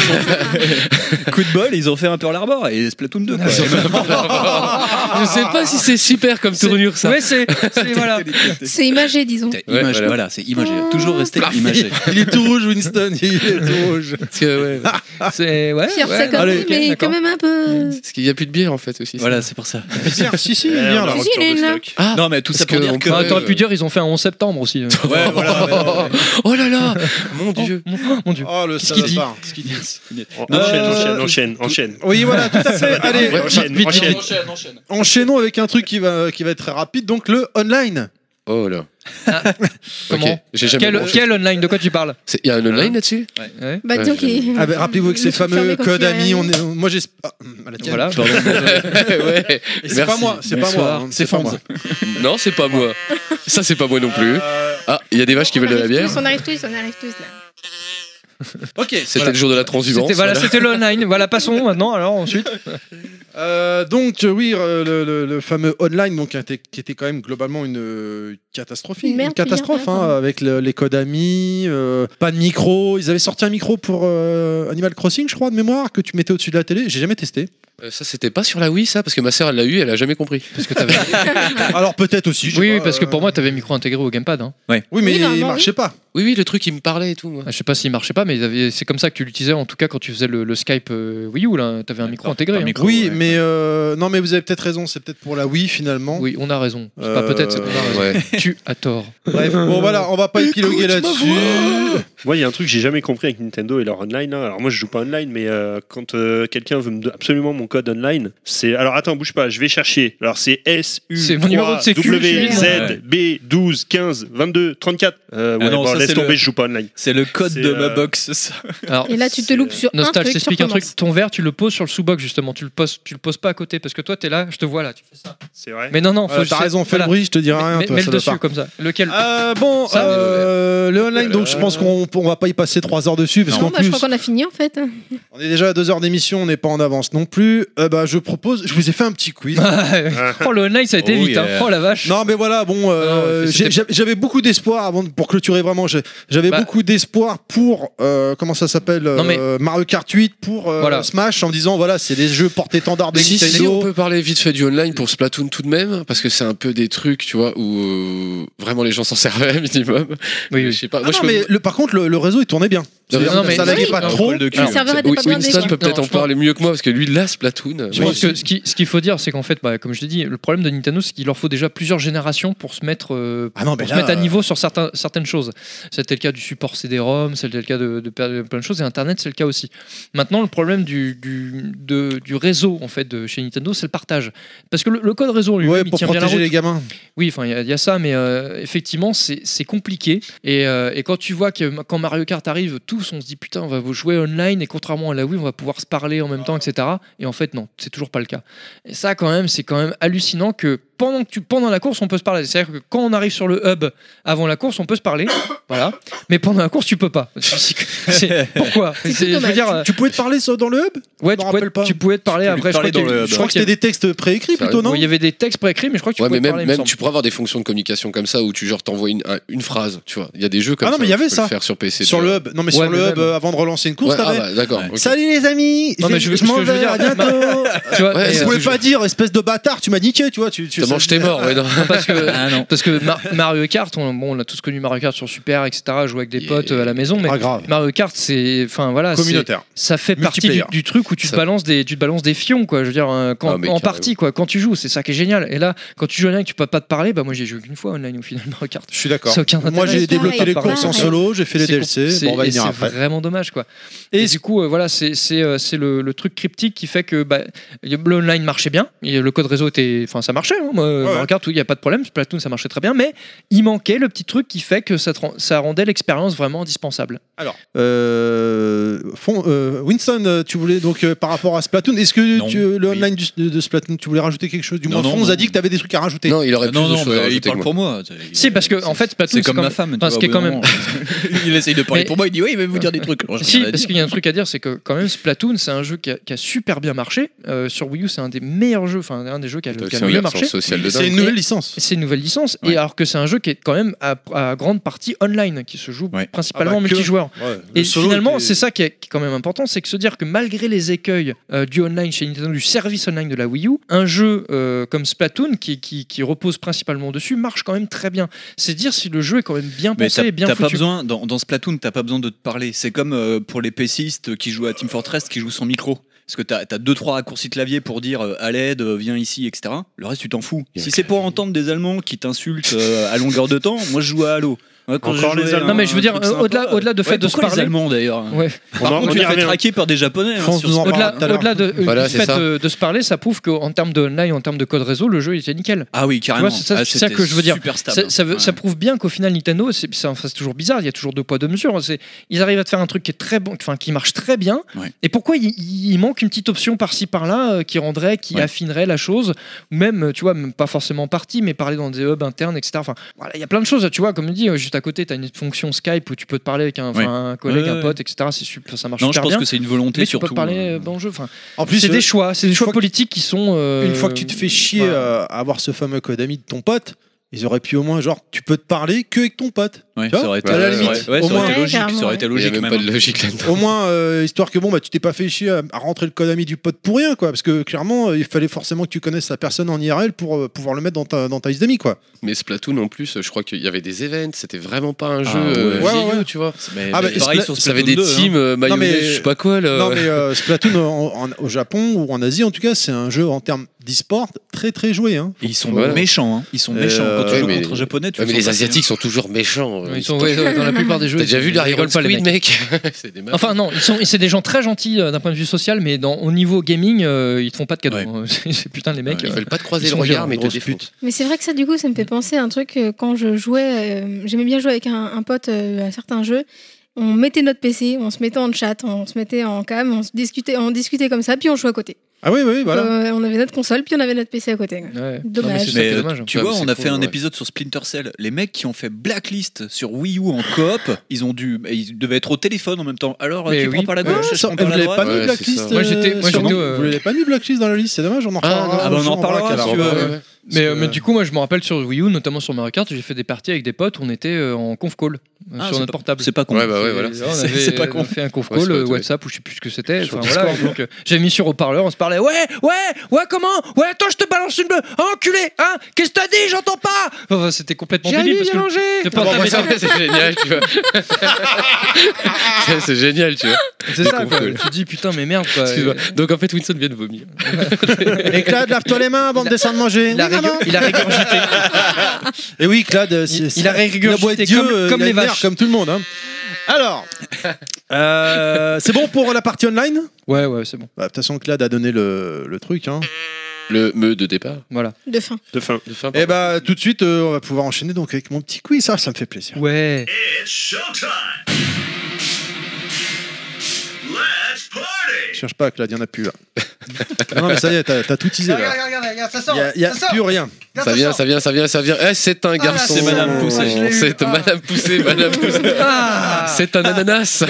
S7: ils ont fait un Pearl Harbor et Splatoon 2, quoi.
S6: Je sais pas si c'est super comme tournure, ça.
S3: Ouais, c'est voilà.
S2: C'est imagé, disons.
S7: Voilà, c'est imagé. Toujours rester imagé.
S1: Il est tout rouge, Winston. Il est tout rouge.
S6: Parce que,
S3: c'est
S2: Fier, ça comme lui, mais quand même un peu.
S6: Parce qu'il y a plus de bière en fait aussi.
S7: Voilà, c'est pour ça.
S1: Si, il est bien là.
S2: Si, il est là.
S6: Ah,
S7: non, mais tout ça pour dire que.
S3: T'aurais pu dire, ils ont fait un 11 septembre aussi.
S7: Ouais, voilà.
S6: Oh là là, mon Dieu.
S3: Mon Dieu.
S1: Oh, le salopard.
S4: Enchaîne.
S1: Oui, voilà, tout à fait. Allez,
S4: Enchaîne.
S1: enchaînons avec un truc qui va être très rapide, donc le online.
S6: Oh là.
S3: Comment
S6: Ok, j'ai jamais branché.
S3: Quel online? De quoi tu parles?
S6: Il y a un online là-dessus?
S3: Ouais.
S2: Bah, disons qu'il.
S1: Rappelez-vous que ces fameux codes amis, moi j'ai.
S3: Voilà.
S6: Ouais.
S1: Et c'est pas moi, c'est pas moi.
S3: C'est
S1: pas
S3: Fonz.
S1: moi.
S6: Non, c'est pas moi. Ça, c'est pas moi non plus. Ah, il y a des vaches qui veulent de la bière.
S2: On arrive tous là.
S1: Ok.
S6: C'était le jour de la transhumance.
S3: C'était le online. Voilà, passons maintenant. Alors ensuite.
S1: Donc oui, le fameux online, donc qui était quand même globalement une catastrophe,
S2: Merde,
S1: catastrophe, hein, avec les codes amis, pas de micro. Ils avaient sorti un micro pour Animal Crossing, je crois, de mémoire, que tu mettais au-dessus de la télé. J'ai jamais testé.
S6: Ça, c'était pas sur la Wii, ça, parce que ma sœur, elle l'a eu, elle a jamais compris.
S3: Parce que t'avais.
S1: Alors peut-être aussi. je sais
S3: Oui,
S1: pas,
S3: parce que pour moi, t'avais micro intégré au gamepad. Hein.
S1: Oui, mais
S2: Oui,
S1: il
S2: normalement,
S1: marchait pas.
S6: Oui, le truc, il me parlait et tout. Moi.
S3: Je sais pas s'il marchait pas, mais c'est comme ça que tu l'utilisais, en tout cas quand tu faisais le Skype Wii U, là, t'avais un micro intégré. Hein.
S1: Oui, mais non, mais vous avez peut-être raison. C'est peut-être pour la Wii finalement.
S3: Oui, on a raison. C'est pas peut-être, c'est qu'on a raison.
S6: Ouais.
S3: Tu as tort.
S1: Bref, bon voilà, on va pas épiloguer là-dessus.
S4: Moi, il y a un truc que j'ai jamais compris avec Nintendo et leur online. Là. Alors moi, je joue pas online, mais quand quelqu'un veut me donner absolument mon code online, c'est. Alors attends, bouge pas, je vais chercher. Alors c'est
S3: C'est mon numéro de sécu.
S4: SU3WZ B12 15 22 34.
S7: non, ça,
S4: laisse
S7: c'est
S4: tomber, je joue pas online.
S7: C'est le code
S4: C'est,
S7: de ma box, ça.
S3: Alors,
S2: Et là, tu te loupes sur un
S3: Nostal,
S2: truc.
S3: je t'explique un truc. Ton verre, tu le poses sur le sous-box justement. Tu le poses le poses pas à côté parce que toi t'es là, je te vois là, tu fais ça.
S4: C'est vrai.
S3: Mais non,
S1: T'as raison, fais le bruit, je te dirai rien.
S3: Mets le dessus comme ça. Lequel
S1: Le online, donc je pense qu'on va pas y passer 3 heures dessus parce qu'en plus,
S2: je crois qu'on a fini en fait.
S1: on est déjà à 2 heures d'émission, on n'est pas en avance non plus. Je propose, je vous ai fait un petit quiz.
S3: Oh, le online ça a été vite, hein. Oh la vache.
S1: Non mais voilà, bon, j'avais beaucoup d'espoir pour clôturer vraiment. J'avais beaucoup d'espoir pour comment ça s'appelle, Mario Kart 8 pour Smash, en me disant voilà, c'est des jeux porte-étendard de Nintendo.
S6: Si on peut parler vite fait du online pour Splatoon tout de même, parce que c'est un peu des trucs, tu vois, où vraiment les gens s'en servaient minimum.
S3: Oui.
S6: Je sais pas.
S1: Par contre, le réseau il tournait bien. Ça laguait pas trop.
S6: Winston peut peut-être en parler mieux que moi parce que lui, là, Splatoon.
S3: Je pense que ce qu'il faut dire, c'est qu'en fait, comme je l'ai dit, le problème de Nintendo, c'est qu'il leur faut déjà plusieurs générations pour se mettre, mettre à niveau sur certaines choses. C'était le cas du support CD-ROM, c'était le cas de plein de choses, et Internet, c'est le cas aussi. Maintenant, le problème du réseau en fait chez Nintendo, c'est le partage. Parce que le code réseau, lui, il tient bien la route.
S1: Pour protéger les gamins.
S3: Oui, enfin, il y a ça, mais effectivement, c'est compliqué. Et quand tu vois que quand Mario Kart arrive, tous on se dit putain, on va jouer online, et contrairement à la Wii, on va pouvoir se parler en même temps, etc. Et en fait, non, c'est toujours pas le cas. Et ça, quand même, c'est quand même hallucinant que pendant la course, on peut se parler. C'est-à-dire que quand on arrive sur le hub avant la course, on peut se parler, voilà. Mais pendant la course, tu peux pas. Pourquoi
S2: je veux dire,
S1: tu pouvais te parler dans le hub?
S3: Ouais, tu pouvais te parler après. Je
S1: crois que c'était des textes préécrits plutôt, non?
S3: Il y avait des textes préécrits, mais je crois que tu pouvais parler.
S6: Même tu pourrais avoir des fonctions de communication comme ça où tu t'envoies une phrase, tu vois. Il y a des jeux comme ça.
S1: Ah non, mais il y avait ça.
S6: Faire sur PC.
S1: Sur le hub. Non, mais sur le hub, avant de relancer une course, t'avais.
S6: D'accord.
S1: Salut les amis.
S3: Non, mais je
S1: m'en vais, à bientôt.
S3: Tu vois,
S1: tu pouvais pas dire espèce de bâtard, tu m'as niqué, tu vois. Tu
S6: manges tes morts, ouais.
S3: Parce que Mario Kart, on a tous connu Mario Kart sur Super, etc. Jouer avec des potes à la maison, mais Mario Kart, c'est, enfin voilà,
S1: communautaire.
S3: Ça fait partie du truc où tu te balances des fions, quoi. Je veux dire, en partie, quoi. Quand tu joues, c'est ça qui est génial. Et là, quand tu joues online, tu peux pas te parler. Moi, j'ai joué qu'une fois online au final Mario Kart.
S1: Je suis d'accord. Moi, j'ai débloqué les courses en solo, j'ai fait les DLC. Bon, on va y venir après.
S3: C'est vraiment dommage, quoi. Et du coup, voilà, c'est le truc cryptique qui fait que l'online marchait bien. Et le code réseau ça marchait. Mario Kart, il y a pas de problème. Splatoon, ça marchait très bien, mais il manquait le petit truc qui fait que ça rendait l'expérience vraiment indispensable.
S1: Alors, Winston, tu voulais donc par rapport à Splatoon, est-ce que le online de Splatoon, tu voulais rajouter quelque chose? Du moins, on nous a dit que tu avais des trucs à rajouter.
S6: Non, il aurait plus de choses à rajouter.
S5: Il parle pour moi.
S3: Si, parce que en fait, Splatoon,
S5: c'est comme ma femme. Il essaye de parler pour moi, il dit oui, il va vous dire des trucs.
S3: Si, parce qu'il y a un truc à dire, c'est que quand même Splatoon, c'est un jeu qui a super bien marché. Sur Wii U, c'est un des meilleurs jeux, enfin un des jeux qui a le mieux marché.
S1: C'est une nouvelle licence.
S3: C'est une nouvelle licence, et alors que c'est un jeu qui est quand même à grande partie online, qui se joue principalement multijoueur. Et finalement, c'est ça qui est quand même important, c'est que se dire que malgré les écueils du online chez Nintendo, du service online de la Wii U, un jeu comme Splatoon qui repose principalement dessus marche quand même très bien. C'est dire si le jeu est quand même bien pensé et bien foutu.
S5: Pas besoin, dans Splatoon, t'as pas besoin de te parler. C'est comme pour les PCistes qui jouent à Team Fortress, qui jouent sans micro. Parce que t'as 2-3 raccourcis clavier pour dire à l'aide, viens ici, etc. Le reste, tu t'en fous. Si c'est pour entendre des Allemands qui t'insultent à longueur de temps, moi je joue à Halo.
S3: Encore les Allemands. Non, mais je veux dire, au-delà de fait de se parler.
S5: Les Allemands d'ailleurs.
S3: Ouais.
S5: Par contre, tu les fais traquer par des Japonais.
S3: Au-delà de se parler, ça prouve qu'en termes de online, en termes de code réseau, le jeu était nickel.
S5: Ah oui, carrément.
S3: C'est ça que je veux dire. Ça prouve bien qu'au final, Nintendo, c'est toujours bizarre. Il y a toujours 2 poids 2 mesures. Ils arrivent à te faire un truc qui est très bon, qui marche très bien. Et pourquoi il manque une petite option par-ci par-là qui affinerait la chose, même, tu vois, même pas forcément partie, mais parler dans des hubs internes, etc. Enfin, voilà, il y a plein de choses, tu vois, comme on dit, juste à côté, tu as une fonction Skype où tu peux te parler avec un collègue, un pote, etc. C'est super, ça marche super bien.
S5: Non, je pense que c'est une volonté,
S3: mais
S5: surtout.
S3: Tu peux parler dans le jeu. En plus, c'est des choix politiques qui sont.
S1: Une fois que tu te fais chier à avoir ce fameux code ami de ton pote, ils auraient pu au moins, genre, tu peux te parler que avec ton pote.
S5: Ouais, ça aurait été,
S1: à la limite.
S5: Ça aurait été logique. Ça aurait été logique.
S6: Il n'y a même pas de logique là-dedans.
S1: Au moins, histoire que tu t'es pas fait chier à rentrer le code ami du pote pour rien, quoi. Parce que clairement, il fallait forcément que tu connaisses la personne en IRL pour pouvoir le mettre dans ta liste d'amis, quoi.
S6: Mais Splatoon, en plus, je crois qu'il y avait des events. C'était vraiment pas un jeu vieillot, tu vois.
S5: Pareil sur Splatoon.
S6: Ça avait des teams mayonnaise, je sais pas quoi.
S1: Non, mais Splatoon, au Japon ou en Asie, en tout cas, c'est un jeu en termes d'e-sport très très joué. Hein.
S5: Ils sont méchants. Ils sont méchants. Quand tu joues contre un japonais, tu
S6: mais les Asiatiques sont toujours méchants.
S3: Ils sont dans la plupart des jeux.
S6: T'as déjà vu l'Iron Squid, mec?
S3: Enfin non, c'est des gens très gentils d'un point de vue social, mais au niveau gaming, ils te font pas de cadeaux. C'est putain les mecs.
S6: Ils veulent pas te croiser le regard, mais ils te défoutent.
S2: Mais c'est vrai que ça, du coup, ça me fait penser à un truc quand je jouais. J'aimais bien jouer avec un pote à certains jeux. On mettait notre PC, on se mettait en chat, on se mettait en cam, on discutait comme ça, puis on jouait à côté.
S1: Ah oui, voilà.
S2: On avait notre console, puis on avait notre PC à côté.
S3: Ouais.
S2: Dommage.
S3: Mais
S5: Mais tu vois, on a fait un épisode sur Splinter Cell. Les mecs qui ont fait Blacklist sur Wii U en coop, ils devaient être au téléphone en même temps. Alors,
S3: Mais
S5: tu
S3: oui.
S5: prends par la gauche, je prends
S1: Vous
S5: par la
S1: l'avez pas
S5: droite.
S1: mis
S6: Ouais,
S1: Blacklist
S6: c'est ça.
S3: Moi, j'étais,
S1: Vous l'avez pas mis Blacklist dans la liste, c'est dommage, on en reparlera.
S5: Ah bah, on en reparlera,
S1: alors.
S5: si tu veux.
S3: Mais du coup, moi, je me rappelle sur Wii U, notamment sur Mario Kart, j'ai fait des parties avec des potes où on était en conf call sur notre portable.
S5: C'est pas con.
S6: Ouais, bah ouais, voilà.
S3: On avait
S5: C'est pas con.
S3: fait un conf
S6: Ouais, c'est
S3: call
S6: pas tout,
S3: WhatsApp ou je sais plus ce que c'était.
S6: Sur
S3: Enfin, voilà, donc j'avais mis sur haut-parleur, on se parlait. Ouais, comment? Ouais, attends, je te balance une bleue. Ah, enculé, hein? Qu'est-ce que t'as dit? J'entends pas. Enfin, c'était complètement débile parce que le portable était-
S6: C'est génial, tu vois. C'est génial, tu vois.
S3: C'est ça,
S6: conf
S3: quoi.
S6: call.
S3: Tu te dis putain, mais merde, quoi.
S6: Excuse-moi. Donc en fait, Winston vient de vomir.
S1: Et Claude, lave-toi les mains avant de descendre manger.
S3: Il a régurgité.
S1: Et oui, Claude,
S3: Il a régurgité comme les vaches.
S1: comme tout le monde. Hein. Alors, c'est bon pour la partie online?
S3: Ouais, c'est bon.
S1: Bah, de toute façon, Claude a donné le truc. Hein.
S6: Le me de départ.
S3: Voilà.
S2: De fin.
S4: De fin.
S6: De fin,
S1: Et bah, tout de suite, on va pouvoir enchaîner donc avec mon petit quiz. Ça me fait plaisir.
S3: Ouais.
S1: Cherche pas, Claude, il n'y en a plus là. Non, mais ça y est, t'as tout teasé là.
S8: Regarde, ça sort.
S1: Il n'y a plus rien.
S6: Ça vient. Eh, c'est un garçon.
S5: c'est Madame Poussé.
S6: C'est Madame Poussé, Madame Poussé. C'est un ananas.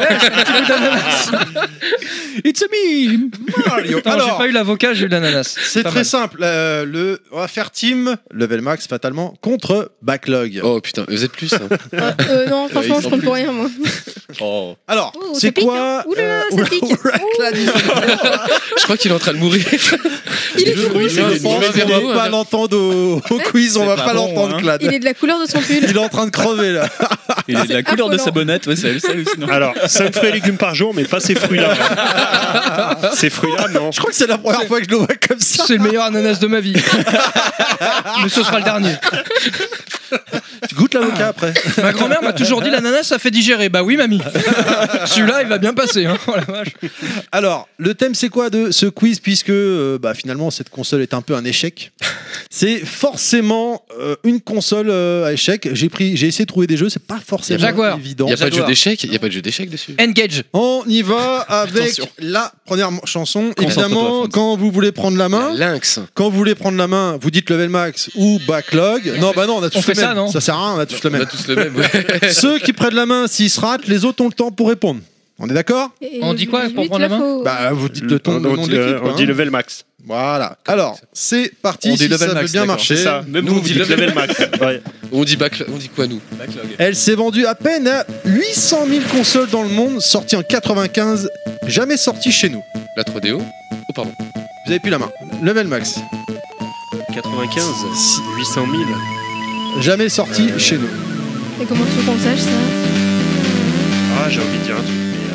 S5: It's a me.
S1: Mario.
S3: Attends, j'ai pas eu l'avocat, j'ai eu l'ananas.
S1: C'est
S3: pas
S1: très
S3: mal.
S1: simple. On va faire team level max fatalement contre backlog.
S6: Oh putain, vous êtes plus. Hein.
S2: Non, franchement,
S5: ils
S2: je
S5: sont
S2: compte
S5: plus.
S2: pour rien, moi.
S5: Oh.
S1: Alors,
S2: Oh,
S1: c'est
S2: ça pique,
S1: quoi
S2: hein. Ouh là là, ça pique.
S1: Claude,
S6: Je crois qu'il est en train de mourir.
S2: Il est tout rouge.
S1: je pense qu'on va pas l'entendre au quiz, on va
S5: pas
S1: pas
S5: bon,
S1: l'entendre,
S5: hein.
S1: Claude.
S2: Il est de la couleur de son pull.
S1: Il est en train de crever là.
S5: Il est de la
S2: C'est
S5: couleur de sa
S2: affolant.
S5: bonnette, ouais, c'est hallucinant.
S4: Alors, 5 fruits et légumes par jour, mais pas ces fruits-là. Ces fruits-là, non.
S1: Je crois que c'est la première fois que je le vois comme ça.
S3: C'est le meilleur ananas de ma vie. Mais ce sera le dernier.
S1: Tu goûtes l'avocat après.
S3: Ma grand-mère m'a toujours dit l'ananas ça fait digérer. Bah oui mamie. Celui-là il va bien passer. Hein. Oh la vache.
S1: Alors, le thème c'est quoi de ce quiz puisque finalement cette console est un peu un échec. C'est forcément une console à échec. J'ai essayé de trouver des jeux, c'est pas forcément
S3: Jaguar.
S1: évident.
S6: Il n'y a pas de jeu d'échecs. Il y a pas de jeu d'échecs dessus.
S3: Engage.
S1: On y va avec
S5: Attention.
S1: la première chanson.
S5: Concentre-toi,
S1: Évidemment,
S5: Franz.
S1: quand vous voulez prendre la main,
S6: Lynx.
S1: quand vous voulez prendre la main, vous dites level max ou backlog. Non, bah non, on a tous
S3: on fait
S1: le même.
S3: ça, non
S1: Ça sert à rien, on a tous le
S6: On a
S1: même.
S6: tous le même. Ouais.
S1: Ceux qui prennent la main, s'ils se ratent, les autres ont le temps pour répondre. On est d'accord?
S2: Et
S3: On dit quoi pour prendre la main
S1: Bah, vous dites le ton, le nom de l'équipe.
S4: On
S1: quoi,
S4: dit
S1: hein.
S4: level max.
S1: Voilà. Alors, c'est parti.
S5: On dit
S1: Si
S5: level
S1: ça
S5: max,
S1: veut bien
S5: d'accord.
S1: marcher.
S4: C'est ça. Même
S6: Nous,
S4: nous,
S6: on
S4: on
S6: dit
S4: dit level max. Ouais.
S6: On dit quoi nous?
S1: Elle s'est vendue à peine à 800 000 consoles dans le monde, sortie en 95, jamais sortie chez nous.
S6: La 3DO. Oh pardon.
S1: Vous avez plus la main. Level max.
S4: 95, 800 000.
S1: Jamais sortie chez nous.
S2: Et comment tu veux qu'on le sache, ça?
S4: Ah, j'ai envie de dire un truc.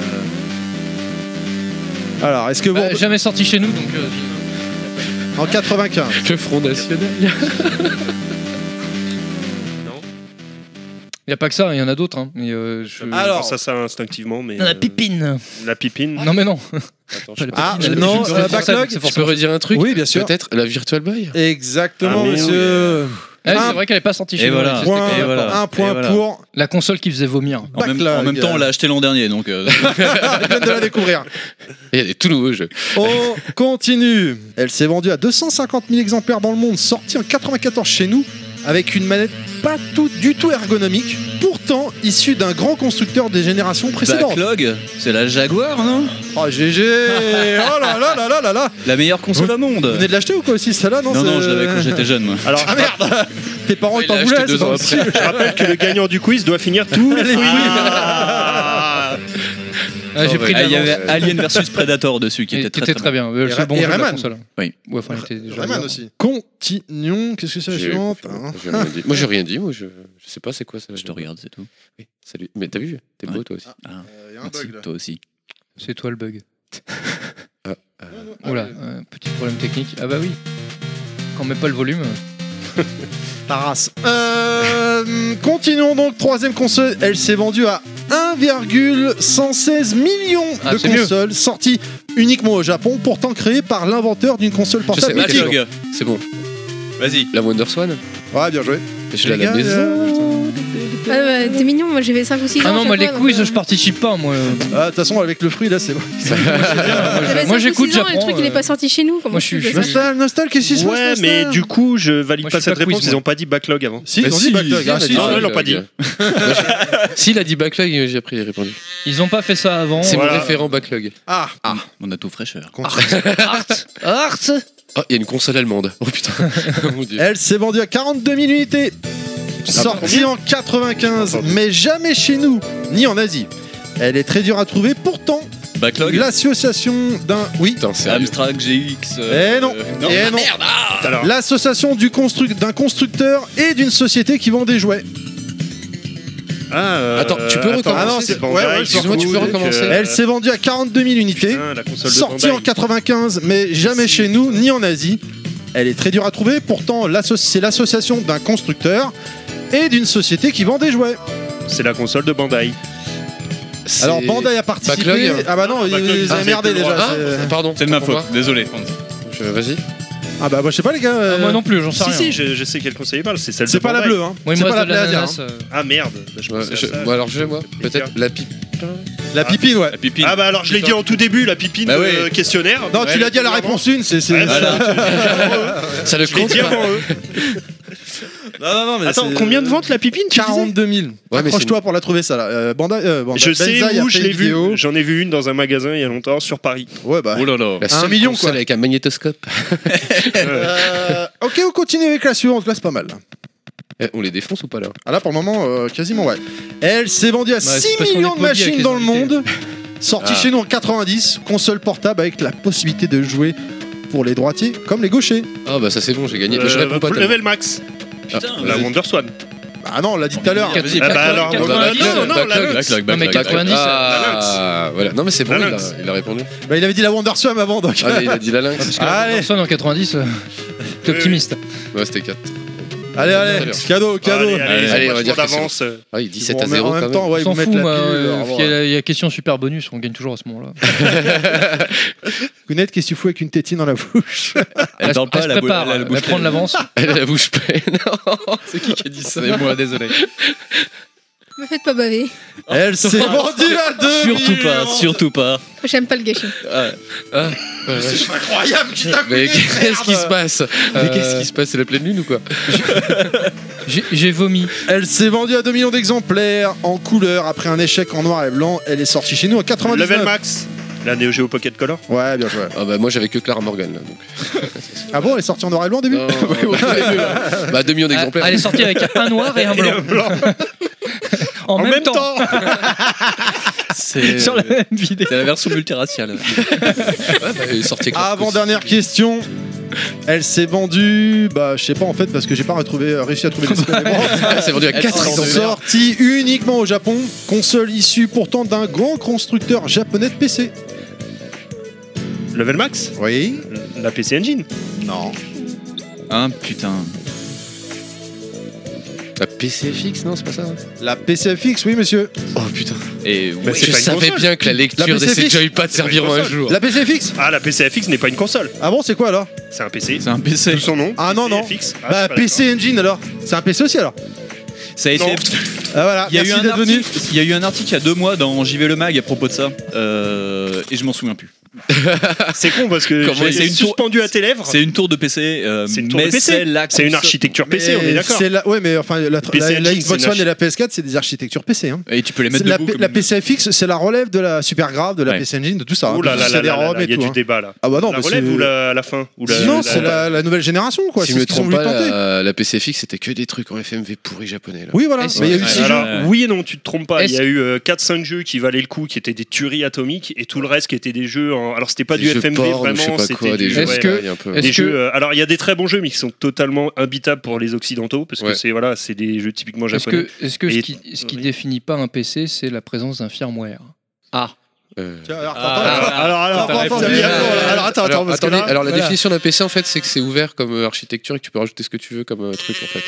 S4: Mais
S1: Alors, est-ce que vous...
S3: Jamais sorti chez nous donc.
S1: En 95.
S6: Le Front National.
S3: Il y a pas que ça, il y en a d'autres. Hein. Mais,
S1: Alors,
S4: ça instinctivement, mais.
S3: La pipine.
S4: La pipine.
S3: Non mais non.
S6: Attends, je sais pas.
S1: Ah,
S3: Pipine,
S1: non,
S3: c'est pour ça,
S1: backlog.
S3: c'est pour
S6: Je peux redire un truc?
S1: Oui, bien sûr.
S6: Peut-être la Virtual Boy.
S1: Exactement,
S4: Ah, mais
S1: monsieur.
S3: Ouais,
S1: Un
S3: c'est vrai qu'elle est pas sortie chez
S5: Et
S3: nous.
S5: voilà.
S3: elle existait
S1: Point,
S3: pas.
S5: Et voilà.
S1: un point
S5: Et voilà.
S1: pour
S3: La console qui faisait vomir.
S5: En même
S1: Backlog.
S5: temps, on l'a acheté l'an dernier, donc.
S1: Je viens de la découvrir.
S6: Et il y a des tout nouveaux jeux.
S1: On continue. Elle s'est vendue à 250 000 exemplaires dans le monde, sortie en 94 chez nous, avec une manette pas du tout ergonomique, pourtant issue d'un grand constructeur des générations précédentes.
S5: Backlog, c'est la Jaguar, non?
S1: Oh GG. Oh là là là là là là.
S5: La meilleure console au monde.
S1: Vous venez de l'acheter ou quoi aussi celle-là?
S5: Non, je l'avais quand j'étais jeune, moi.
S4: Alors,
S1: Ah merde. Tes parents ils
S6: Il l'a
S1: t'en
S6: acheté
S1: voulaient,
S6: 2
S1: c'est
S6: ans
S1: pas
S6: après.
S1: possible.
S4: je rappelle que le gagnant du quiz doit finir tous les
S3: Ah, j'ai pris de
S5: Il y
S3: l'avance.
S5: avait Alien versus Predator dessus qui
S3: Qui
S5: était
S3: était
S5: très
S3: bien. Le
S1: Et
S3: seul bon jeu de la
S1: Rayman.
S3: console.
S5: Oui.
S3: Ouais, enfin, il était déjà
S1: Rayman
S3: bien.
S1: aussi. Continuons. Qu'est-ce que c'est la
S6: J'ai-
S1: suivante
S6: J'ai rien dit. Moi j'ai rien dit. Moi je sais pas c'est quoi ça.
S5: Je te regarde, c'est tout.
S6: Oui, salut. Mais t'as vu? T'es beau
S5: Ouais.
S6: toi aussi.
S5: Ah,
S1: Il y a un
S5: merci,
S1: bug là.
S5: toi aussi.
S3: C'est toi le bug.
S6: Ah,
S3: Oula, petit problème technique. Ah bah oui. Quand on met pas le volume.
S1: Ta race. Continuons donc, troisième console. Elle s'est vendue à 1,116 millions
S3: Ah,
S1: de
S3: c'est mieux.
S1: consoles sorties uniquement au Japon, pourtant créées par l'inventeur d'une console portable.
S6: sais,
S1: mythique.
S5: Backlog.
S6: C'est bon.
S5: Vas-y.
S6: La Wonderswan.
S1: Ouais, bien joué.
S6: Je l'ai à la
S1: Les gars,
S6: maison.
S2: T'es mignon, moi j'ai fait 5 ou 6 ans.
S3: Ah non, moi
S2: chaque
S3: les
S2: fois,
S3: quiz,
S2: donc,
S3: je participe pas, moi.
S1: Ah, de toute façon, avec le fruit, là, c'est bon.
S3: Moi j'écoute,
S2: Le
S3: j'apprends.
S2: truc, il est pas sorti chez nous.
S3: Moi, je suis-
S1: Nostal, qu'est-ce qui se passe?
S4: Ouais, mais du coup, je valide
S3: Moi,
S4: pas
S3: je suis
S4: cette
S3: pas quiz,
S4: réponse. Ils
S3: moi.
S4: ont pas dit backlog avant.
S1: Si, ils ont dit backlog. Ah, si,
S4: Non,
S1: si.
S4: ils l'ont pas dit.
S6: S'il a dit backlog, j'ai après répondu.
S3: Ils ont pas fait ça avant.
S6: C'est
S4: Voilà.
S6: mon référent backlog.
S1: Ah,
S5: On a tout fraîcheur.
S3: Art.
S6: Oh, il y a une console allemande. Oh putain. Mon Dieu.
S1: elle s'est vendue à 42 000 unités. Sortie en 95, mais jamais chez nous, ni en Asie. Elle est très dure à trouver, pourtant,
S5: Backlog.
S1: l'association d'un... Oui.
S6: Putain, sérieux.
S5: Amstrad GX.
S1: Eh non. Eh non.
S4: Alors,
S1: L'association d'un constructeur et d'une société qui vend des jouets.
S6: Attends, tu peux recommencer.
S1: Ah non, c'est- ouais, ouais,
S6: excuse-moi, tu peux recommencer.
S1: Elle s'est vendue à 42 000 unités.
S4: putain, la console de
S1: Sortie en
S4: Bandai.
S1: 95, mais jamais chez nous, ni en Asie. Elle est très dure à trouver, pourtant c'est l'association d'un constructeur et d'une société qui vend des jouets.
S4: C'est la console de Bandai.
S6: C'est-
S1: Alors Bandai a participé.
S6: Backlog.
S1: Ah bah non,
S4: Backlog,
S1: ils
S4: ah,
S1: avaient merdé
S4: c'est le
S1: déjà.
S4: droit.
S1: c'est-
S6: Pardon.
S5: C'est de ma
S6: pourquoi
S5: faute, désolé.
S6: Vas-y.
S1: Ah bah moi je sais pas les gars.
S3: Moi non plus, j'en sais
S4: Si,
S3: rien.
S4: si, je sais quelle console il parle. C'est celle de
S1: C'est pas la
S4: Bandai.
S1: bleue, hein.
S3: Moi, il
S1: C'est
S3: me
S1: pas la
S3: reste de
S1: Plaisir.
S3: l'ananas.
S4: Ah merde. Bah, je pensais à ça.
S6: Bon, alors moi, peut-être la pipe.
S1: La pipine, ouais.
S5: La pipine.
S4: Ah bah alors je l'ai dit en tout début, la pipine
S5: Bah
S4: de
S5: oui.
S4: questionnaire.
S1: Non, tu l'as dit à la réponse 1, c'est.
S4: Ouais,
S5: Voilà.
S6: Ça le
S4: Je l'ai
S6: compte
S4: dit
S6: pas.
S4: avant eux.
S1: Non, mais
S4: Attends,
S1: c'est-
S4: combien de ventes la pipine tu disais
S1: 42 000.
S6: mais
S1: Accroche-toi pour la trouver ça là. Bandai,
S4: Je
S1: Banzai
S4: sais
S1: a
S4: où
S1: fait
S4: je l'ai
S1: une
S4: vu.
S1: vidéo.
S4: J'en ai vu une dans un magasin il y a longtemps sur Paris.
S1: Ouais bah.
S5: Oh là là.
S6: La seule
S1: 1 million,
S6: console
S1: quoi.
S6: avec un magnétoscope.
S1: Ok, on continue avec la suivante. Là c'est pas mal.
S6: On les défonce ou pas là?
S1: Ah là pour le moment quasiment ouais. Elle s'est vendue à
S3: c'est
S1: 6
S3: parce qu'on
S1: millions
S3: est
S1: de
S3: poli avec
S1: machines
S3: les
S1: dans le
S3: invités.
S1: monde. Sortie chez nous en 90, console portable avec la possibilité de jouer pour les droitiers comme les gauchers.
S6: Ah bah ça c'est bon, j'ai gagné. Je réponds pas.
S4: Level Max.
S5: Putain,
S4: La Wonderswan.
S1: Ah non, on l'a dit tout à l'heure.
S3: Vas-y,
S4: Ah bah alors,
S3: 90,
S4: non, la
S5: Backlog,
S4: Lynx.
S5: backlog,
S3: Non, mais
S5: backlog.
S3: 90,
S6: Ah, voilà. Non mais c'est bon,
S4: La
S6: il
S4: Lynx.
S6: a répondu.
S1: Bah, il avait dit la Wonderswan avant donc.
S6: Ah mais il a dit la lynx.
S3: Parce que
S1: Allez.
S3: personne en 90, t'es optimiste.
S6: Ouais, c'était 4.
S1: Allez, cadeau.
S6: Allez, on va dire
S4: d'avance.
S6: Ah, il dit 7
S1: Bon,
S6: à 0
S1: en
S6: quand
S1: même
S6: même.
S1: temps, ouais,
S3: On
S1: ils
S3: s'en
S1: vous mettent
S3: fout,
S1: la
S3: moi,
S1: pilule. Au revoir.
S3: il y a question super bonus, on gagne toujours à ce moment-là.
S1: Kounet, qu'est-ce que tu fous avec une tétine dans la bouche?
S5: Elle dort pas,
S3: se
S5: la
S3: prépare,
S5: bouche
S3: elle va prendre l'avance.
S6: Elle a la bouche pleine. C'est qui a dit ça?
S5: C'est moi, désolé.
S2: Me faites pas baver.
S1: Elle s'est vendue à 2
S5: Surtout pas.
S2: J'aime pas le gâcher.
S1: C'est incroyable, tu t'as
S6: Mais
S1: coulé,
S6: qu'est-ce qui se
S1: merde.
S6: passe? Mais qu'est-ce qui se passe? C'est la pleine lune ou quoi?
S3: J'ai vomi.
S1: Elle s'est vendue à 2 millions d'exemplaires en couleur après un échec en noir et blanc. Elle est sortie chez nous en 99.
S4: Level Max. La Neo Geo Pocket Color.
S1: Ouais, bien joué.
S6: Ah bah moi j'avais que Clara Morgan là donc.
S1: Ah bon, elle est sortie en noir et blanc au début?
S6: Non, bah 2 millions d'exemplaires.
S3: Elle est sortie avec un noir et un blanc. En même temps.
S5: C'est
S3: Sur la même vidéo.
S5: c'est la version multiraciale.
S6: Ouais, bah, elle est sortie avec
S1: Avant-dernière question. Elle s'est vendue, bah je sais pas en fait parce que j'ai pas réussi à trouver les
S6: C'est vendu à 4 exemplaires.
S1: Sortie uniquement au Japon, console issue pourtant d'un grand constructeur japonais de PC.
S4: Level Max.
S1: Oui.
S4: La PC Engine.
S1: Non.
S5: Hein, putain.
S6: La PCFX, non, c'est pas ça?
S1: La PCFX, oui monsieur.
S6: Oh putain.
S5: Et
S4: Bah,
S5: ouais,
S4: c'est
S6: Je
S4: pas une
S6: savais
S4: console.
S6: bien que la lecture de
S1: PCFX,
S6: ces joypads servira un jour.
S1: La PCFX.
S4: Ah, la PCFX n'est pas une console.
S1: Ah bon, c'est quoi alors?
S4: C'est un PC.
S5: c'est un PC.
S4: Tout son nom.
S1: Ah non, non.
S4: PCFX. Ah,
S1: Bah
S4: je suis pas
S1: PC Engine alors. C'est un PC aussi alors.
S5: Ça a été.
S4: Non.
S1: Ah voilà.
S5: Il y, a eu
S1: Merci
S5: un
S1: d'être venu.
S5: article, il y a eu un article il y a 2 mois dans JV Le Mag à propos de ça. Et je m'en souviens plus.
S4: C'est con parce que
S5: Comment-
S4: j'ai
S5: c'est une
S4: suspendu à tes lèvres.
S5: C'est une tour de PC.
S4: C'est une tour de
S5: mais
S4: PC.
S5: c'est la
S4: C'est une
S5: console-
S4: architecture PC, on est
S1: Mais
S4: d'accord.
S1: c'est ouais, mais enfin la
S4: PC Engine,
S1: Xbox
S4: c'est une
S1: One et la PS4, c'est des architectures PC. Hein.
S5: Et tu peux les mettre
S1: La,
S5: debout.
S1: la PCFX, c'est la relève de la super grave, de la
S5: Ouais.
S1: PC Engine, de tout ça.
S4: Oh là là
S1: C'est
S4: là
S1: des
S4: là là
S1: ROM
S4: là,
S1: et
S4: il y a
S1: tout.
S4: du
S1: hein.
S4: débat là.
S1: Ah bah non,
S4: La
S1: mais
S4: relève
S1: c'est-
S4: ou la fin ou la-
S1: Non,
S4: la-
S1: c'est la nouvelle génération quoi.
S6: Si
S1: C'est
S6: je me
S1: ce qu'ils ont
S6: trompe
S1: voulu tenter.
S6: pas, la PCFX c'était que des trucs en FMV pourris japonais là.
S1: Oui, voilà.
S3: Est-ce-
S1: Mais il y a eu
S3: Ouais.
S1: 6 jeux.
S4: Alors,
S5: Ouais.
S4: oui et non, tu te trompes pas. Il y
S3: Est-ce-
S4: a eu 4-5 jeux qui valaient le coup, qui étaient des tueries atomiques, et tout le reste qui étaient des jeux. Alors, c'était pas
S6: Des
S4: du
S6: jeux
S4: FMV
S6: porn ou
S4: vraiment,
S6: je sais pas
S4: c'était
S6: quoi,
S4: des
S6: des
S4: jeux.
S6: jeux.
S3: Est-ce
S6: ouais,
S3: que-
S6: là, il y a un peu-
S3: est-ce
S4: Des
S3: que-
S4: jeux, alors, il y a des très bons jeux, mais qui sont totalement imbitables pour les occidentaux, parce que
S6: Ouais.
S4: c'est voilà, c'est des jeux typiquement japonais.
S3: Est-ce que
S4: Et-
S3: ce qui
S4: oui.
S3: définit pas un PC, c'est la présence d'un firmware? Ah.
S1: Tiens, alors,
S4: Alors,
S5: ta réponse.
S1: alors, attends,
S6: Alors,
S1: parce que
S6: attendez,
S1: là,
S6: alors la
S3: voilà.
S6: définition d'un PC en fait c'est que c'est ouvert comme architecture et que tu peux rajouter ce que tu veux comme truc en fait.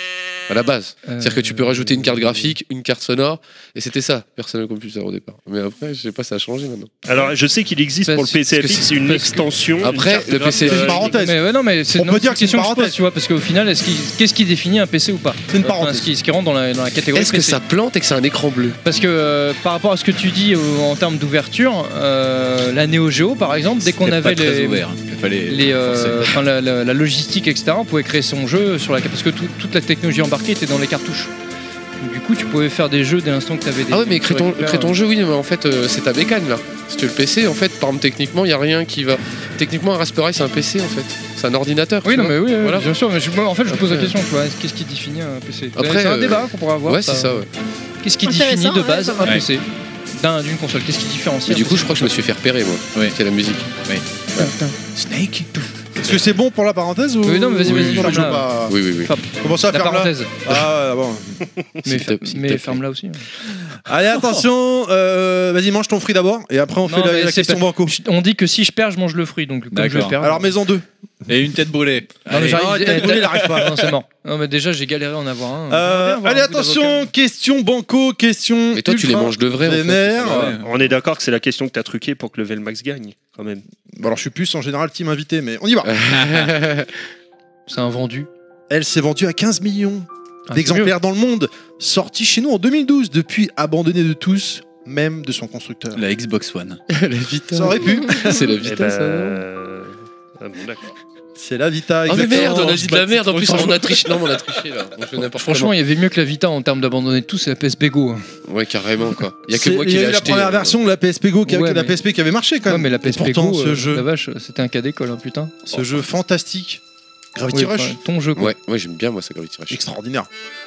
S6: à la base. C'est-à-dire que tu peux rajouter une carte graphique, une carte sonore, et c'était ça, Personal Computer au départ. Mais après, je sais pas, ça a changé maintenant.
S4: Alors, je sais qu'il existe pour le PCFX une extension.
S6: Après, le PC,
S1: C'est une parenthèse.
S3: Mais ouais, non, mais c'est
S1: On peut dire que c'est une
S3: question que je pose,
S1: parenthèse.
S3: tu vois, parce qu'au final, qu'est-ce qui définit un PC ou pas?
S1: C'est une
S3: Enfin,
S1: parenthèse.
S3: ce qui rentre dans la catégorie
S6: est-ce que
S3: PC.
S6: ça plante et que c'est un écran bleu?
S3: Parce que par rapport à ce que tu dis en termes d'ouverture, la Neo Geo par exemple, dès qu'on
S7: C'était
S3: avait
S7: pas très ouvert. Il fallait forcer.
S3: la logistique, etc., on pouvait créer son jeu sur parce que toute la technologie embarquée était dans les cartouches. Donc, du coup, tu pouvais faire des jeux dès l'instant que tu avais des.
S6: Ah ouais, mais crée ton jeu, oui, mais en fait, c'est ta bécane là. Si tu veux le PC, en fait, par exemple, techniquement, il n'y a rien qui va. Techniquement, un Raspberry, c'est un PC en fait. C'est un ordinateur.
S3: Oui,
S6: tu
S3: non,
S6: vois.
S3: mais oui,
S6: Voilà.
S3: bien sûr. Mais en fait, je pose la
S6: Après,
S3: question, tu vois, qu'est-ce qui définit un PC?
S6: Après,
S3: c'est un débat qu'on pourra avoir.
S6: Ouais, c'est ça, ouais.
S3: Qu'est-ce qui
S2: Intéressant,
S3: définit de
S2: ouais,
S3: base
S2: pas
S3: un
S2: mal.
S3: PC d'une console? Qu'est-ce qui différencie?
S6: Mais du coup, je crois que je me suis fait repérer, moi.
S7: Oui.
S6: C'est la musique.
S7: Snake.
S1: Est-ce que c'est bon pour la parenthèse ou...
S3: Oui, non, mais vas-y,
S1: ou-
S3: vas-y,
S1: non, mais je veux
S3: ferme-la.
S1: pas-
S6: Oui, oui, oui.
S1: Comment ça,
S3: La
S1: ferme-la
S3: parenthèse.
S1: Ah, ouais, bon.
S3: Mais ferme-la aussi.
S1: Allez, attention, vas-y, mange ton fruit d'abord, et après on fait
S3: Non, mais
S1: la
S3: c'est
S1: question
S3: pas-
S1: banco.
S3: On dit que si je perds, je mange le fruit. Donc comme je
S7: D'accord.
S3: perds.
S1: Alors, mets-en deux.
S7: Et une tête brûlée.
S3: Non, mais
S7: Allez.
S3: j'arrive-
S1: Non, tête brûlée, il arrive pas.
S3: Non, c'est mort. Non, mais déjà, j'ai galéré à en avoir un.
S1: Allez, attention, question banco, question.
S6: Mais toi, tu les
S1: ultra
S6: manges de vrai, en fait.
S1: vénère.
S7: Ouais.
S4: On est d'accord que c'est la question que t'as truquée pour que le Velmax gagne, quand même.
S1: Bon, alors, je suis plus en général team invité, mais on y va.
S3: C'est un vendu.
S1: Elle s'est vendue à 15 millions
S3: Ah,
S1: d'exemplaires dans le monde, sortie chez nous en 2012, depuis abandonnée de tous, même de son constructeur.
S7: La Xbox One.
S6: La Vita.
S1: Ça aurait pu.
S6: C'est la
S4: Eh
S6: Vita,
S4: ben,
S6: ça.
S4: ah bon, d'accord.
S1: C'est la Vita,
S6: Ah mais
S1: exactement.
S6: merde, on a dit de la merde. En plus,
S1: trop
S6: on a triché. Non, mais on a triché là. On fait n'importe
S3: Franchement, il y avait mieux que la Vita en termes d'abandonner de tout, c'est la PSP Go.
S6: comment. Ouais, carrément quoi. Il y a que
S1: C'est-
S6: moi
S1: il
S6: qui
S1: y a
S6: l'ai
S1: eu la
S6: acheté.
S1: première version de la PSP Go,
S3: Ouais,
S1: la
S3: mais-
S1: PSP qui avait marché quand
S3: Ouais,
S1: même.
S3: mais la
S1: Et
S3: PSP
S1: pourtant,
S3: Go,
S1: ce jeu,
S3: la vache, c'était un cas d'école, hein, putain.
S1: ce jeu fantastique, Gravity
S3: Oui,
S1: Rush,
S3: enfin, ton jeu, quoi.
S6: Ouais, j'aime bien moi ça Gravity Rush.
S1: extraordinaire.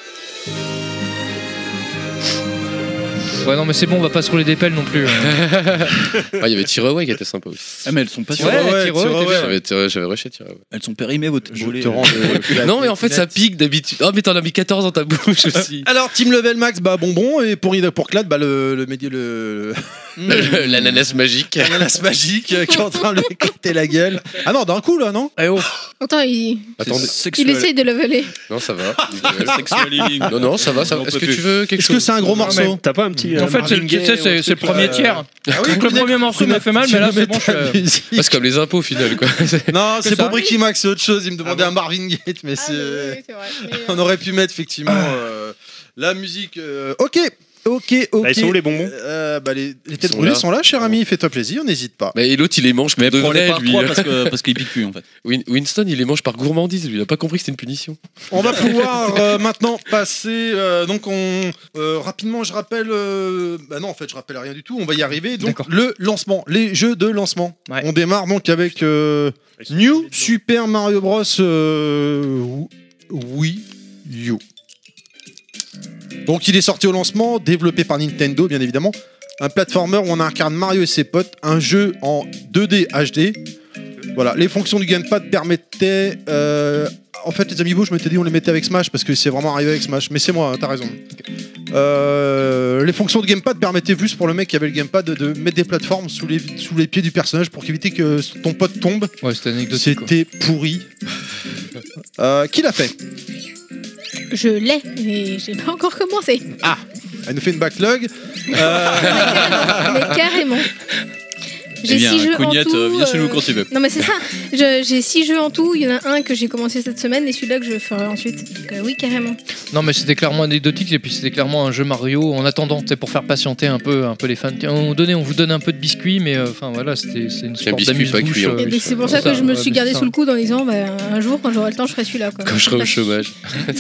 S3: Ouais, non, mais c'est bon, on va pas se rouler des pelles non plus.
S6: Ah, il y avait Tearaway qui était sympa aussi.
S7: Ah, mais elles sont pas
S3: Ouais,
S7: sûres.
S3: Tiro,
S1: Tiro,
S3: était
S1: ouais.
S3: bien.
S6: J'avais rushé Tearaway.
S7: Elles sont périmées, vos têtes
S1: Je
S7: brûlées.
S1: te rends
S6: Non, mais en fait ça pique d'habitude. Oh, mais t'en as mis 14 dans ta bouche aussi.
S1: Alors, Team Level Max, bah bonbon, et pour Clad, bah le
S6: L'ananas magique.
S1: l'ananas magique qui est en train de lui éclater la gueule. Ah non, d'un coup là, non?
S3: Eh oh,
S2: Attends, il
S6: Attendez.
S2: il essaye de leveler.
S6: Non, ça va. nickel.
S7: Sexual healing.
S6: Non, ça va.
S7: Non,
S6: Est-ce
S7: pas
S6: que
S7: plus.
S6: tu veux quelque
S1: Est-ce que
S6: chose
S1: c'est un gros morceau?
S4: T'as pas un petit.
S3: en fait,
S4: Marvin
S3: tu
S4: Gaye
S3: sais,
S4: ou un
S3: c'est le
S4: truc,
S3: premier
S4: là,
S3: tiers.
S1: Ah oui,
S3: Donc, le premier morceau m'a fait mal, mais là, c'est bon, je suis.
S6: Ah, c'est comme les impôts au final quoi.
S1: Non, c'est
S3: ça.
S1: pour Bricky Max, c'est autre chose. Il me demandait
S3: Ah
S1: un Marvin Gaye, mais
S2: Ah,
S1: c'est.
S2: oui, c'est vrai. Mais,
S1: On aurait pu mettre effectivement la musique. Ok.
S4: Bah, ils sont où les bonbons?
S1: Bah, les têtes
S6: sont
S1: brûlées
S6: là.
S1: sont là, cher ami. Fais-toi plaisir, n'hésite pas.
S6: Mais l'autre il les mange pour
S7: Mais
S6: de
S7: prends-les
S6: vrai
S7: par
S6: lui.
S7: trois parce qu'il pique plus en fait.
S6: Winston il les mange par gourmandise lui. Il a pas compris que c'était une punition.
S1: On va pouvoir maintenant passer. Donc, rapidement, je rappelle. Bah non, en fait, je rappelle rien du tout. On va y arriver. Donc,
S3: D'accord.
S1: le lancement, les jeux de lancement.
S3: Ouais.
S1: On démarre donc avec New Super Mario Bros. Wii U. Donc il est sorti au lancement, développé par Nintendo bien évidemment. Un platformer où on incarne Mario et ses potes, un jeu en 2D HD. Voilà, les fonctions du gamepad permettaient... en fait les amiibo je m'étais dit on les mettait avec Smash parce que c'est vraiment arrivé avec Smash, mais c'est moi, hein, t'as raison. Les fonctions de gamepad permettaient juste pour le mec qui avait le gamepad de mettre des plateformes sous les pieds du personnage pour éviter que ton pote tombe.
S3: Ouais, c'était anecdotique. quoi.
S1: C'était pourri. Qui l'a fait?
S2: je l'ai, et j'ai pas encore commencé.
S1: Elle nous fait une backlog.
S2: Mais carrément. J'ai
S7: Eh bien,
S2: 6 jeux en
S7: Cognette,
S2: tout.
S7: viens chez nous quand tu veux.
S2: Non mais c'est ça. J'ai 6 jeux en tout. Il y en a un que j'ai commencé cette semaine et celui-là que je ferai ensuite. Donc, oui, carrément.
S3: Non, mais c'était clairement anecdotique et puis c'était clairement un jeu Mario en attendant, c'est pour faire patienter un peu les fans. Tiens, on vous donne un peu de biscuits, mais enfin voilà, c'est une
S6: C'est un
S3: sorte
S6: biscuit pas
S3: d'amuse-bouche.
S6: cuit, en
S2: Et
S6: plus.
S2: donc, c'est pour ça que je me suis
S3: ouais,
S2: gardé
S3: c'est
S2: sous le coude en disant bah, un jour quand j'aurai le temps je ferai celui-là. Quoi.
S6: Quand je serai au chômage.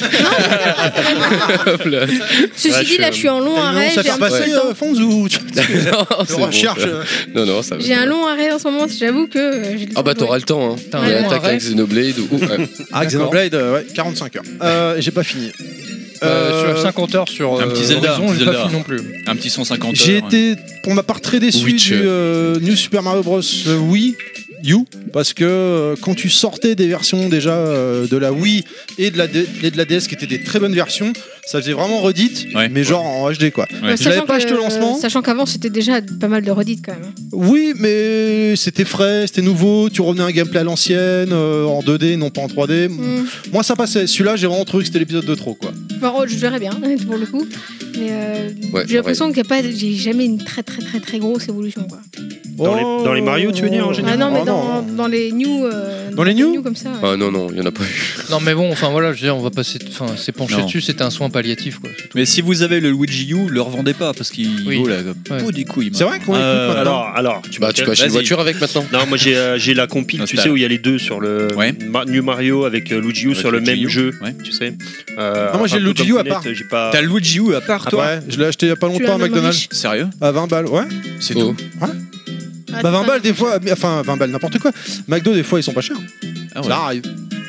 S6: Hop là.
S2: Ceci
S6: Ouais,
S2: dit là je suis en long
S1: Ça
S2: arrêt. J'ai
S1: fait
S2: un petit peu
S1: passer
S2: le temps.
S1: Fonzu.
S6: Non,
S1: Je
S6: c'est bon,
S1: recherche.
S6: ça. Non, ça va.
S2: J'ai un long arrêt en ce moment. J'avoue que j'ai le
S6: Ah bah
S2: temps de
S6: t'auras le temps hein.
S3: T'as un
S2: Ouais,
S3: long
S6: Attaque
S3: arrêt.
S6: avec Xenoblade ou... ouais.
S1: Ah, Xenoblade, ouais, 45 heures. J'ai pas fini.
S3: Sur 50 heures sur
S7: Un petit Zelda,
S3: Horizon,
S7: un petit
S3: j'ai pas
S7: Zelda.
S3: fini non plus.
S7: Un petit 150
S1: J'ai
S7: heures.
S1: été pour ma part très déçu
S6: Witcher.
S1: du New Super Mario Bros. Wii. U, parce que quand tu sortais des versions déjà de la Wii et de la DS qui étaient des très bonnes versions, ça faisait vraiment redite, mais genre en HD quoi. Je l'avais pas acheté au lancement.
S2: Sachant qu'avant c'était déjà pas mal de redites quand même.
S1: Oui, mais c'était frais, c'était nouveau, tu revenais à un gameplay à l'ancienne, en 2D, non pas en 3D. Moi ça passait, celui-là j'ai vraiment trouvé que c'était l'épisode de trop quoi.
S2: Bon, je verrais bien pour le coup, mais j'ai l'impression qu'il n'y a pas, j'ai jamais une très très très très grosse évolution quoi.
S4: Dans les Mario, tu veux dire en général?
S2: Non, mais dans les new.
S1: Dans les new
S2: comme ça.
S6: Ah non, il y en a pas eu.
S3: Non, mais bon, enfin voilà, je veux dire, on va passer. Enfin, c'est penché dessus, c'était un soin palliatif quoi.
S5: Mais si vous avez le Luigi U, le revendez pas parce qu'il vaut la peau des couilles.
S1: C'est vrai qu'on l'écoute maintenant.
S4: Alors,
S6: tu peux acheter une voiture avec maintenant.
S4: Non, moi j'ai la compile, tu sais, où il y a les deux sur le New Mario avec Luigi U sur le même jeu, tu sais.
S1: Moi j'ai le Luigi U à part.
S5: T'as le Luigi U à part toi?
S1: Ouais, je l'ai acheté il y a pas longtemps à McDonald's.
S5: Sérieux?
S1: À 20 balles, ouais. C'est tout. Ouais. 20 balles des fois, enfin 20 balles n'importe quoi. McDo des fois ils sont pas chers. Ça arrive.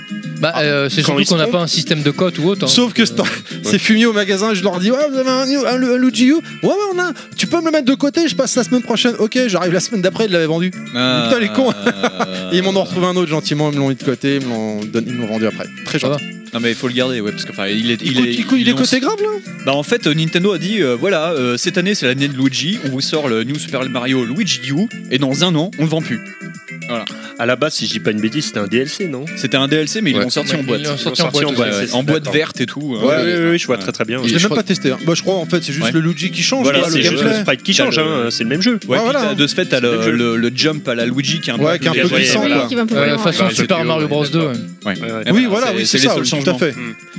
S3: C'est surtout qu'on n'a pas un système de cote ou autre.
S1: Sauf que c'est fumier au magasin, je leur dis ouais vous avez un Luigi U? Ouais on a. Tu peux me le mettre de côté, je passe la semaine prochaine. Ok, j'arrive la semaine d'après, ils l'avaient vendu. Putain les cons. Et ils m'en ont retrouvé un autre gentiment, ils me l'ont mis de côté, ils me l'ont vendu après. Très gentil.
S5: Non mais il faut le garder parce que il
S1: est côté grave là.
S5: Bah en fait Nintendo a dit voilà cette année c'est l'année de Luigi, on vous sort le New Super Mario Luigi U et dans un an on le vend plus. Voilà.
S4: À la base, si je dis pas une bêtise, c'était un DLC, non?
S5: C'était un DLC, mais ils l'ont sorti en boîte. En boîte verte et tout.
S4: Oui, je vois très bien.
S1: Je l'ai même pas testé. Bah, je crois en fait, c'est juste le Luigi qui change.
S4: Voilà, c'est juste le sprite qui change, c'est le même jeu.
S5: De ce fait, t'as le jump à la Luigi qui est un
S1: peu glissant.
S3: Façon Super Mario Bros 2.
S1: Oui, voilà, c'est ça, tout à fait.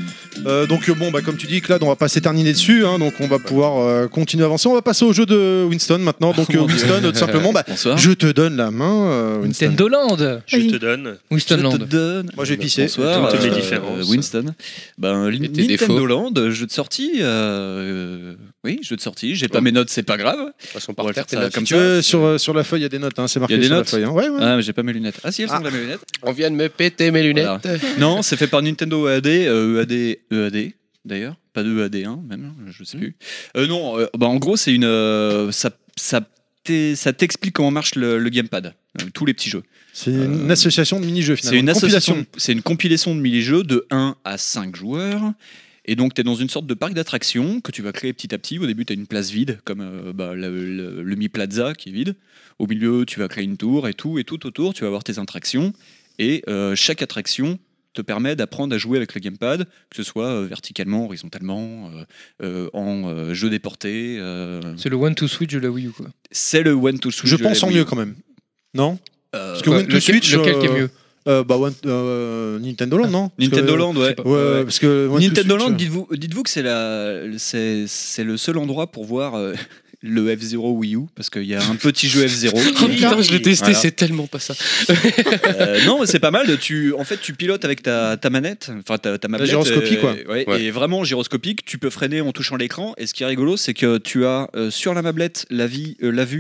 S1: Donc bon, comme tu dis, Claude, on va pas s'éterniser dessus, donc on va pouvoir continuer à avancer. On va passer au jeu de Winston maintenant. Donc Winston, tout simplement, je te donne la main.
S3: Nintendo Land.
S4: Je te donne.
S3: Winston Land.
S1: Moi j'ai pissé.
S5: Bonsoir.
S4: Toutes les différences.
S5: Winston. Nintendo Land, jeu de sortie. Oui, jeu de sortie. J'ai pas mes notes, c'est pas grave.
S6: Passons par terre.
S1: Comme tu veux, sur la feuille, il y a des notes. C'est marqué sur la feuille. Ouais.
S5: Ah, mais j'ai pas mes lunettes. Ah si, elles sont là mes lunettes.
S6: On vient de me péter mes lunettes.
S5: Non, c'est fait par Nintendo EAD d'ailleurs, pas de EAD1 même, je sais plus. Non, en gros c'est ça t'explique comment marche le gamepad, tous les petits jeux.
S1: C'est une association de mini-jeux finalement.
S5: C'est une compilation de mini-jeux de 1 à 5 joueurs. Et donc tu es dans une sorte de parc d'attractions que tu vas créer petit à petit. Au début tu as une place vide comme le Mi Plaza qui est vide. Au milieu tu vas créer une tour et tout autour tu vas avoir tes attractions. Et chaque attraction te permet d'apprendre à jouer avec le gamepad, que ce soit verticalement, horizontalement, en jeu déporté.
S3: C'est le one to switch de la Wii U quoi.
S5: C'est le one to switch.
S1: Je pense en mieux quand même. Non
S3: Parce que one to switch, lequel qui est mieux?
S1: Nintendo Land, non?
S5: Nintendo Land, ouais.
S1: Parce que
S5: Nintendo Land, dites-vous que c'est le seul endroit pour voir le F-Zero Wii U, parce qu'il y a un petit jeu F-Zero.
S6: Oh putain, je l'ai testé, c'est tellement pas ça.
S5: Non, c'est pas mal. Tu pilotes avec ta manette, enfin ta mablette.
S1: Gyroscopie, quoi.
S5: Ouais. Et vraiment gyroscopique, tu peux freiner en touchant l'écran. Et ce qui est rigolo, c'est que tu as sur la mablette la vue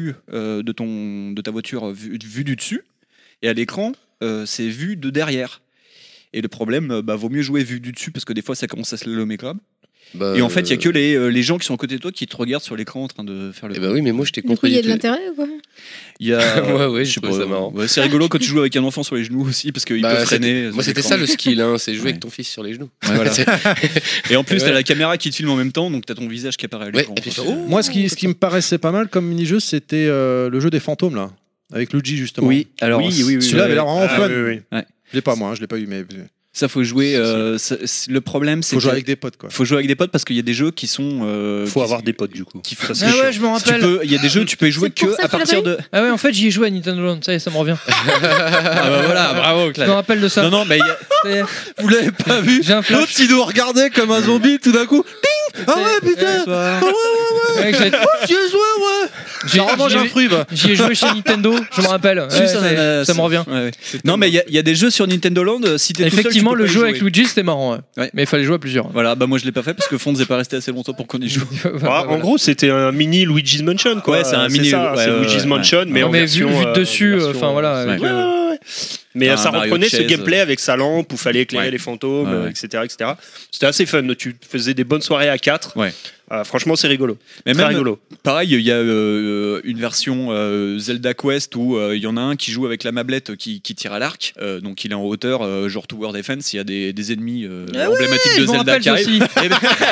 S5: de ta voiture vue du dessus, et à l'écran, c'est vu de derrière. Et le problème, vaut mieux jouer vue du dessus, parce que des fois, ça commence à se lommer comme. Et en fait, il n'y a que les gens qui sont à côté de toi qui te regardent sur l'écran en train de faire le.
S6: Eh oui, mais moi je t'ai
S2: compris. Il y a de l'intérêt ou quoi?
S5: Il y a.
S6: Ouais, je trouve ça marrant.
S5: Ouais, c'est rigolo quand tu joues avec un enfant sur les genoux aussi parce qu'il peut freiner.
S6: Moi, c'était ça le skill, c'est jouer avec ton fils sur les genoux.
S5: Ouais, voilà. Et en plus, t'as la caméra qui te filme en même temps, donc t'as ton visage qui apparaît à l'écran.
S1: Moi, ce qui me paraissait pas mal comme mini-jeu, c'était le jeu des fantômes là, avec Luigi justement.
S5: Oui, alors
S1: celui-là avait l'air vraiment fun.
S4: Oui.
S1: Je l'ai pas moi, je l'ai pas eu, mais.
S5: Ça faut jouer. Le problème, c'est.
S1: Faut jouer avec des potes quoi.
S5: Faut jouer avec des potes parce qu'il y a des jeux qui sont.
S4: Faut avoir des potes du coup.
S3: Ouais, je m'en rappelle.
S5: Il y a des jeux tu peux y jouer que à partir de.
S3: Ah ouais, en fait j'y ai joué à Nintendo Land, ça y est, ça me revient.
S5: Voilà, bravo.
S3: Je me rappelle de ça.
S5: Non, mais
S1: vous l'avez pas vu?
S3: J'ai un flash.
S1: L'autre il doit regarder comme un zombie tout d'un coup. Ah ouais putain.
S3: Ouais.
S1: J'y ai joué J'ai mangé un fruit
S3: J'y ai joué chez Nintendo, je me rappelle. Ça me revient.
S5: Non mais il y a des jeux sur Nintendo Land. Si t'es
S3: effectivement le jeu avec Luigi c'était marrant. Mais il fallait jouer à plusieurs.
S5: Voilà, moi je l'ai pas fait parce que Fonz n'est pas resté assez longtemps pour qu'on y joue.
S4: En gros c'était un mini Luigi's Mansion quoi.
S5: Ouais, c'est un mini.
S4: C'est Luigi's Mansion mais en version
S3: vu de dessus. Enfin voilà.
S4: Mais ça
S5: Mario
S4: reprenait ce
S5: Chase.
S4: gameplay avec sa lampe où fallait éclairer les fantômes, etc., etc. C'était assez fun. Tu faisais des bonnes soirées à 4.
S5: Ouais.
S4: Franchement, c'est rigolo.
S5: Mais
S4: Très
S5: même,
S4: rigolo.
S5: pareil, il y a une version Zelda Quest où il y en a un qui joue avec la mablette qui tire à l'arc. Donc il est en hauteur, genre Tower Defense. Il y a des ennemis emblématiques de Zelda qui arrivent.
S3: Putain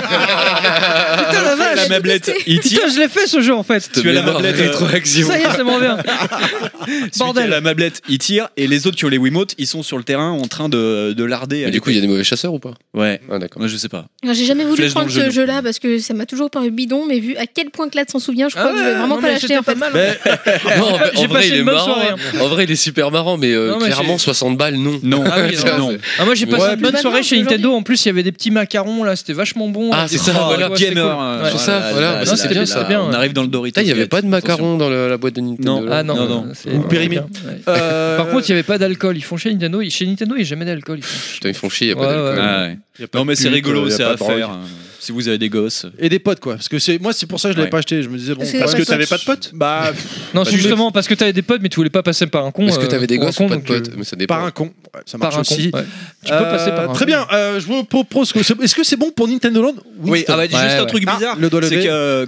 S3: la vache.
S5: La mablette, il tire.
S3: Putain, je l'ai fait ce jeu en fait.
S5: Tu as la mablette
S6: rétroaction.
S3: Ça y est, ça m'en revient.
S5: Bordel. La mablette, il tire et les autres qui ont les Wiimotes, ils sont sur le terrain en train de larder.
S6: Mais du coup, il y a des mauvais chasseurs ou pas?
S5: Ouais.
S6: Ah, d'accord.
S5: Moi, je sais pas.
S2: J'ai jamais voulu
S5: Flèche dans
S2: prendre
S5: le
S2: ce
S5: genou.
S2: jeu-là parce que ça m'a toujours paru bidon, mais vu à quel point Clad s'en souvient, je crois que je vais vraiment pas l'acheter en fait.
S3: mal.
S6: Non, en
S3: J'ai
S6: vrai,
S3: passé
S6: il est
S3: une bonne
S6: marrant.
S3: soirée,
S6: En vrai, il est super marrant, mais
S3: Non, mais
S6: clairement, 60 balles, non.
S5: Non.
S3: Ah oui,
S5: non.
S3: Ah, moi j'ai passé
S2: Ouais,
S3: une bonne
S2: plus
S3: soirée chez
S2: maintenant
S3: Nintendo. En plus, il y avait des petits macarons là, c'était vachement bon.
S6: Ah,
S3: Avec
S6: c'est
S3: des-
S6: ça, voilà.
S3: c'était
S5: Gamer.
S3: cool. Ouais.
S6: C'est ça, voilà. Bah,
S3: Non,
S6: ça,
S3: c'était
S6: c'est bien,
S3: bien,
S6: ça.
S3: c'était bien.
S5: On arrive dans le Doritos.
S6: Putain, il n'y avait pas de
S5: Attention.
S6: macarons dans la boîte de Nintendo.
S5: Non.
S6: là.
S3: Ah non,
S5: Non.
S3: c'est-
S1: Ou périmé.
S3: Ouais. Par contre, il n'y avait pas d'alcool. Ils font chez Nintendo. Chez Nintendo, il n'y a jamais d'alcool. Ils font-
S6: Putain, ils font chier, il n'y a
S3: Ouais,
S6: pas d'alcool.
S5: Ah ouais.
S1: Y a pas
S5: Non,
S1: de
S5: mais c'est
S1: pute,
S5: rigolo,
S1: y a
S5: c'est
S1: pas
S5: à
S1: de drogue.
S5: faire. Si vous avez des gosses.
S1: Et des potes, quoi. Parce que moi, c'est pour ça que je l'avais
S5: Ouais.
S1: pas acheté. Je me disais, bon.
S2: Parce que-
S4: Parce que
S2: Ouais,
S4: t'avais pas de potes.
S1: Bah,
S3: Non,
S1: Pas
S3: c'est
S1: de
S3: justement parce que t'avais des potes, mais tu voulais pas passer par un con.
S6: Est-ce que t'avais des
S3: pour un
S6: gosses
S3: con,
S6: ou pas de
S3: donc,
S6: potes? Mais ça dépend.
S1: par un con. Ouais, ça
S3: Par
S1: marche
S3: un con.
S1: aussi.
S3: Ouais. Tu peux passer par un
S1: Très
S3: con.
S1: bien. Je vous propose que. Est-ce que c'est bon pour Nintendo Land?
S5: Oui, ah bah,
S3: Ouais,
S5: juste un
S3: ouais.
S5: truc
S1: Ah,
S5: bizarre.
S1: le doigt
S5: c'est
S1: levé.
S5: que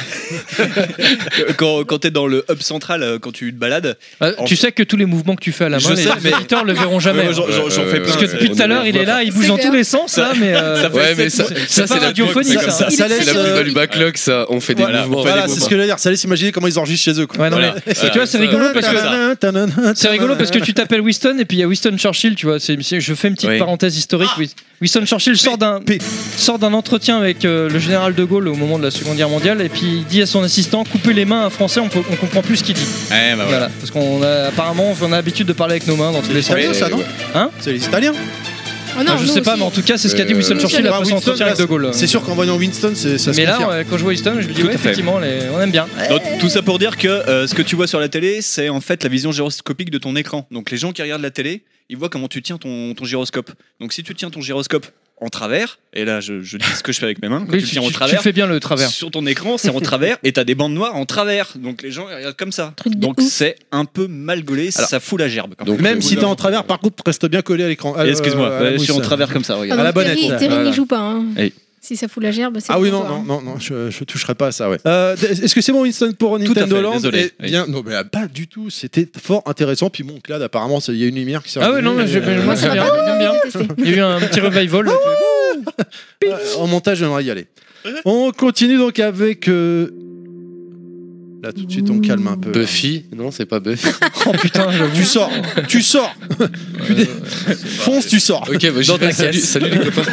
S5: quand t'es dans le hub central, quand tu te balades.
S3: Tu sais que tous les mouvements que tu fais à la
S5: Je
S3: main,
S5: sais,
S3: les
S5: mais-
S3: auditeurs le verront jamais.
S5: Ouais, j'en fais
S3: Parce
S5: plein.
S3: que depuis tout à l'heure, il est là, il bouge
S2: C'est
S3: dans
S2: clair.
S3: tous les sens là, mais
S6: Ouais, mais ça,
S3: c'est
S6: c'est
S3: pas
S6: la
S3: radiophonique.
S1: ça-
S3: ça.
S1: ça- ça laisse,
S6: C'est la plus-value backlog, ça. On fait des
S5: Voilà,
S6: mouvements.
S1: Voilà, c'est ce que je veux dire. Ça laisse imaginer comment ils enregistrent chez eux, quoi.
S3: Ouais, non,
S5: Voilà.
S3: mais tu vois, c'est rigolo parce que c'est rigolo parce que tu t'appelles Winston et puis il y a Winston Churchill, tu vois. Je fais une petite
S5: Oui.
S3: parenthèse historique. Winston Churchill sort d'un entretien avec le général de Gaulle au moment de la Seconde Guerre mondiale et puis il dit à son assistant coupez les mains à un Français, on comprend plus ce qu'il dit.
S5: Ouais, bah
S3: Voilà, parce qu'on a apparemment on a l'habitude de parler avec nos mains dans tous les
S1: Les
S3: sens.
S1: Italiens, ça, non
S3: Hein
S1: C'est les Italiens.
S2: Oh non,
S3: je
S2: nous
S3: sais pas,
S2: aussi.
S3: mais en tout cas, c'est ce qu'a dit Winston Churchill
S1: Ah,
S3: après son
S1: Winston,
S3: entretien avec de Gaulle.
S1: C'est sûr qu'en voyant Winston, ça se
S3: Mais là,
S1: confirme.
S3: quand je vois Winston, je lui dis
S5: Tout
S3: ouais,
S5: à fait.
S3: effectivement, on aime bien.
S5: Donc, tout ça pour dire que ce que tu vois sur la télé, c'est en fait la vision gyroscopique de ton écran. Donc les gens qui regardent la télé, ils voient comment tu tiens ton gyroscope. Donc si tu tiens ton gyroscope en travers, et là je dis ce que je fais avec mes mains, quand
S3: Oui,
S5: tu le tiens en
S3: tu
S5: travers,
S3: fais bien le travers.
S5: sur ton écran c'est en travers et t'as des bandes noires en travers. Donc les gens ils regardent comme ça.
S2: Truc de
S5: Donc
S2: ouf.
S5: c'est un peu mal gaulé,
S1: Alors,
S5: ça fout la gerbe. Quand
S6: donc,
S1: Même si t'es en travers, par contre, reste bien collé à l'écran.
S5: Excuse-moi,
S1: à la
S5: je suis en
S1: mousse.
S5: travers comme ça,
S2: Ah,
S5: regarde.
S1: à la
S2: donc
S1: bonnette,
S2: Terry
S1: voilà.
S2: n'y joue pas. Hein.
S5: Hey.
S2: Si ça fout la gerbe, c'est
S1: Ah oui,
S2: pour
S1: non,
S2: toi,
S1: non,
S2: hein.
S1: non, je toucherai pas à ça, ouais. Est-ce que c'est bon, Winston, pour
S5: à
S1: Nintendo
S5: fait,
S1: Land?
S5: désolé.
S1: Eh bien, non, mais pas du tout. C'était fort intéressant. Puis bon, Clad, apparemment, il y a une lumière qui s'est
S3: Ah ouais, non, mais moi
S2: Ça
S3: c'est
S2: va
S3: bien,
S2: pas,
S3: j'aime bien.
S2: testé.
S3: Il y a eu un petit revival.
S1: En montage, j'aimerais y aller. On continue donc avec. Là, tout de suite, on calme un peu.
S6: Buffy? Non, c'est pas Buffy.
S3: Oh putain, j'avoue.
S1: Tu sors. Fonce, tu sors.
S6: Ok, bah,
S3: Dans ta
S6: salut,
S3: caisse.
S6: salut les copains.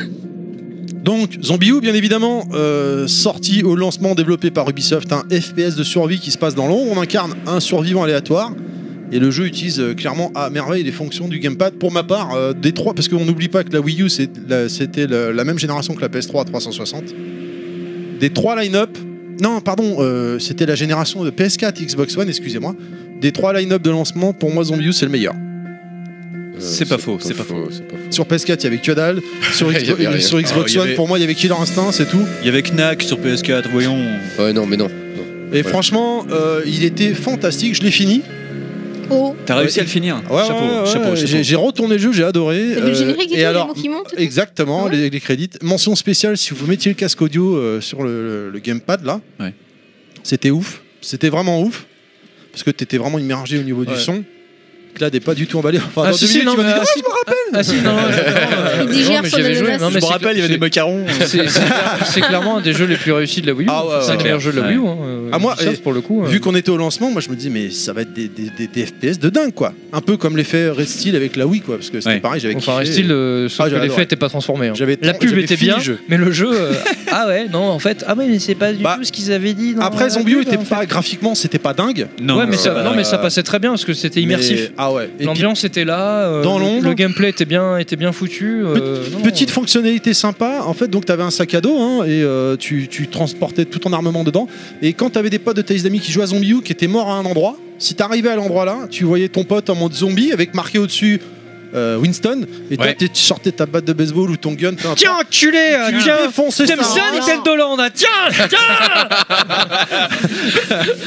S1: Donc, Zombie U, bien évidemment, sorti au lancement, développé par Ubisoft, un FPS de survie qui se passe dans l'ombre. On incarne un survivant aléatoire. Et le jeu utilise clairement à merveille les fonctions du gamepad. Pour ma part, des trois, parce qu'on n'oublie pas que la Wii U c'était la même génération que la PS3 360. Des trois line-up, non, pardon, c'était la génération de PS4, Xbox One, excusez-moi. Des trois line-up de lancement, pour moi, Zombie U c'est le meilleur.
S5: C'est pas faux, c'est pas faux.
S1: Sur PS4, il y avait que dalle. Sur,
S6: Il y avait rien.
S1: sur Xbox
S5: Alors, il y
S1: One,
S5: avait-
S1: pour moi, il y avait Killer Instinct, c'est tout.
S5: Il y avait Knack sur PS4, voyons.
S6: Ouais, non, mais non.
S1: Et franchement, il était fantastique. Je l'ai fini.
S2: Oh,
S5: T'as réussi à le finir.
S1: Ouais,
S5: Chapeau,
S1: ouais, ouais,
S5: chapeau,
S1: ouais.
S5: chapeau.
S1: J'ai retourné le jeu, j'ai adoré.
S2: t'as vu le générique et tout, les mots qui montent et tout
S1: exactement,
S2: Ah ouais
S1: les crédits. Mention spéciale, si vous mettiez le casque audio sur le gamepad là,
S5: Ouais.
S1: c'était ouf. C'était vraiment ouf. Parce que t'étais vraiment immergé au niveau du
S3: Ouais.
S1: son. Là, n'est pas du tout emballé. Enfin,
S3: Ah
S1: dans
S3: si,
S1: 2
S3: si,
S1: minutes,
S3: non,
S1: tu vas
S3: mais
S1: dire,
S3: ah, si. Ah si, non,
S2: Il digère
S3: mais
S2: sur
S3: j'y avais
S2: le
S3: joué.
S2: glace.
S3: Non, mais
S5: Je me
S3: c'est-
S5: rappelle, il y avait des macarons.
S3: C'est clairement un des jeux les plus réussis de la Wii U.
S1: Ah ouais,
S3: C'est
S1: ouais,
S3: le meilleur jeu de la
S5: ouais.
S3: Wii U.
S1: Ah, moi,
S3: Ubisoft, pour le coup.
S1: Vu qu'on était au lancement, moi je me dis, mais ça va être des FPS de dingue quoi. Un peu comme l'effet Red Steel avec la Wii quoi. Parce que c'était
S5: Ouais.
S1: pareil, j'avais
S3: Enfin,
S1: kiffé.
S3: style, sauf que
S1: j'avais
S3: l'effet
S1: adoré.
S3: n'était pas transformé. hein.
S1: J'avais
S3: La pub
S1: j'avais
S3: était
S1: fini
S3: bien,
S1: le jeu.
S3: mais le jeu. Ah ouais, non, en fait. Ah ouais, mais c'est pas du
S1: Bah,
S3: tout ce qu'ils avaient dit. dans
S1: Après,
S3: la
S1: Zombie U
S3: pub,
S1: était
S3: en fait.
S1: pas graphiquement, c'était pas dingue.
S5: Non,
S3: Ouais, mais ça,
S5: c'est
S3: non,
S5: pas-
S3: mais ça passait très bien parce que c'était immersif.
S1: Mais- ah ouais. Et puis,
S3: L'ambiance était là,
S1: Dans
S3: le-
S1: l'ombre.
S3: le gameplay était bien foutu. non.
S1: petite fonctionnalité sympa, en fait, donc tu avais un sac à dos hein, et tu transportais tout ton armement dedans. Et quand tu avais des potes de tes amis qui jouaient à Zombie U qui étaient morts à un endroit, si t'arrivais à l'endroit là, tu voyais ton pote en mode zombie avec marqué au-dessus Winston, et toi
S5: Ouais.
S1: tu sortais ta batte de baseball ou ton gun, peu importe.
S3: Tiens, enculé,
S1: tu
S3: tiens.
S1: défonçais
S3: T'aimes
S1: ça.
S3: ça, Nintendo Land, tiens.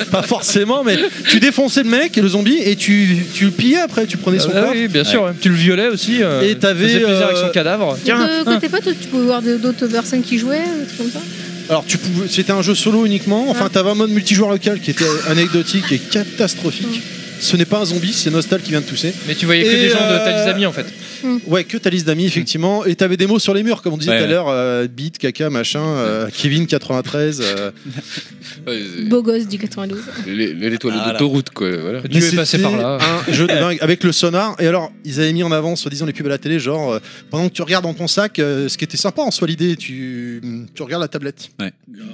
S1: pas forcément, mais tu défonçais le mec, le zombie, et tu le pillais après, tu prenais son corps.
S3: Oui, bien sûr. Tu le violais aussi.
S1: Et t'avais
S3: faisais plaisir avec son cadavre.
S2: Côté pote, tu pouvais voir d'autres personnes qui jouaient, des trucs comme ça.
S1: Alors c'était un jeu solo uniquement. Enfin, t'avais un mode multijoueur local qui était anecdotique et catastrophique. Ce n'est pas un zombie, c'est Nostal qui vient de tousser.
S3: Mais tu voyais que des gens de ta liste d'amis en fait.
S1: Ouais, que ta liste d'amis effectivement. Et t'avais des mots sur les murs, comme on disait tout à l'heure, beat, caca, machin, Kevin 93.
S2: Beau gosse du 92.
S6: L'étoile d'autoroute quoi. Voilà.
S3: Tu es passé par là.
S1: Un jeu de dingue avec le sonar. Et alors, ils avaient mis en avant, soi-disant, les pubs à la télé, genre pendant que tu regardes dans ton sac, ce qui était sympa en soi l'idée, tu regardes la tablette.
S5: Ouais.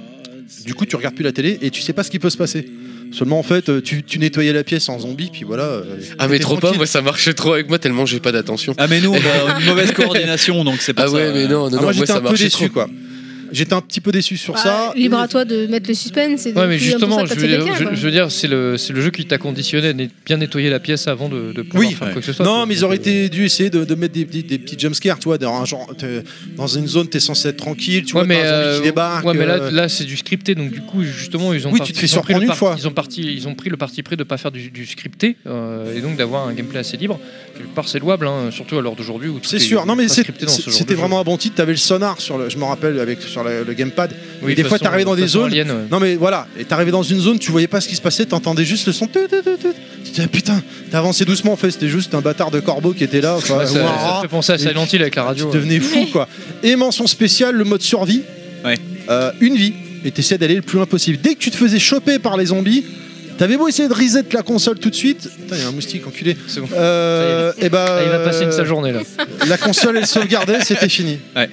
S1: Du coup, tu regardes plus la télé et tu sais pas ce qui peut se passer. Seulement en fait, tu nettoyais la pièce en zombie, puis voilà.
S6: Ah mais trop pas, moi ça marchait trop avec moi tellement j'ai pas d'attention.
S5: Ah mais nous on a une mauvaise coordination donc c'est pas ça.
S6: Ah ouais mais non,
S1: moi j'étais
S6: ça
S1: un peu
S6: marchait
S1: déçu
S6: trop.
S1: quoi. J'étais un petit peu déçu sur ça.
S2: Libre à toi de mettre le suspense.
S3: Ouais, mais justement, je veux dire, c'est le jeu qui t'a conditionné à bien nettoyer la pièce avant de pouvoir faire quoi que ce soit.
S1: Non, mais ils auraient dû essayer de mettre des petits jumpscares, tu vois, dans une zone, t'es censé être tranquille, tu vois, t'as un zombie qui débarque.
S3: Ouais, mais là, c'est du scripté, donc du coup, justement, ils ont
S1: tu te fais surprendre une fois.
S3: Ils ont pris le parti pris de pas faire du scripté et donc d'avoir un gameplay assez libre. Quelque part, c'est louable, surtout à l'heure d'aujourd'hui où
S1: c'est sûr. Non, mais c'était vraiment un bon titre. T'avais le sonar je me rappelle, sur le gamepad. Oui, et des fois, t'arrivais dans des zones. Non, mais voilà. Et t'arrivais dans une zone, tu voyais pas ce qui se passait, t'entendais juste le son. Tu disais, putain, t'as avancé doucement. En fait, c'était juste un bâtard de corbeau qui était là.
S3: Ça fait penser à Silent Hill avec la radio.
S1: Tu devenais fou, quoi. Et mention spéciale, le mode survie.
S5: Ouais.
S1: Une vie. Et t'essaies d'aller le plus loin possible. Dès que tu te faisais choper par les zombies, t'avais beau essayer de reset la console tout de suite. Putain, il y a un moustique enculé.
S3: C'est bon.
S1: Et bah,
S3: il va passer une sale journée là.
S1: La console, elle sauvegardait, c'était fini.
S5: Ouais.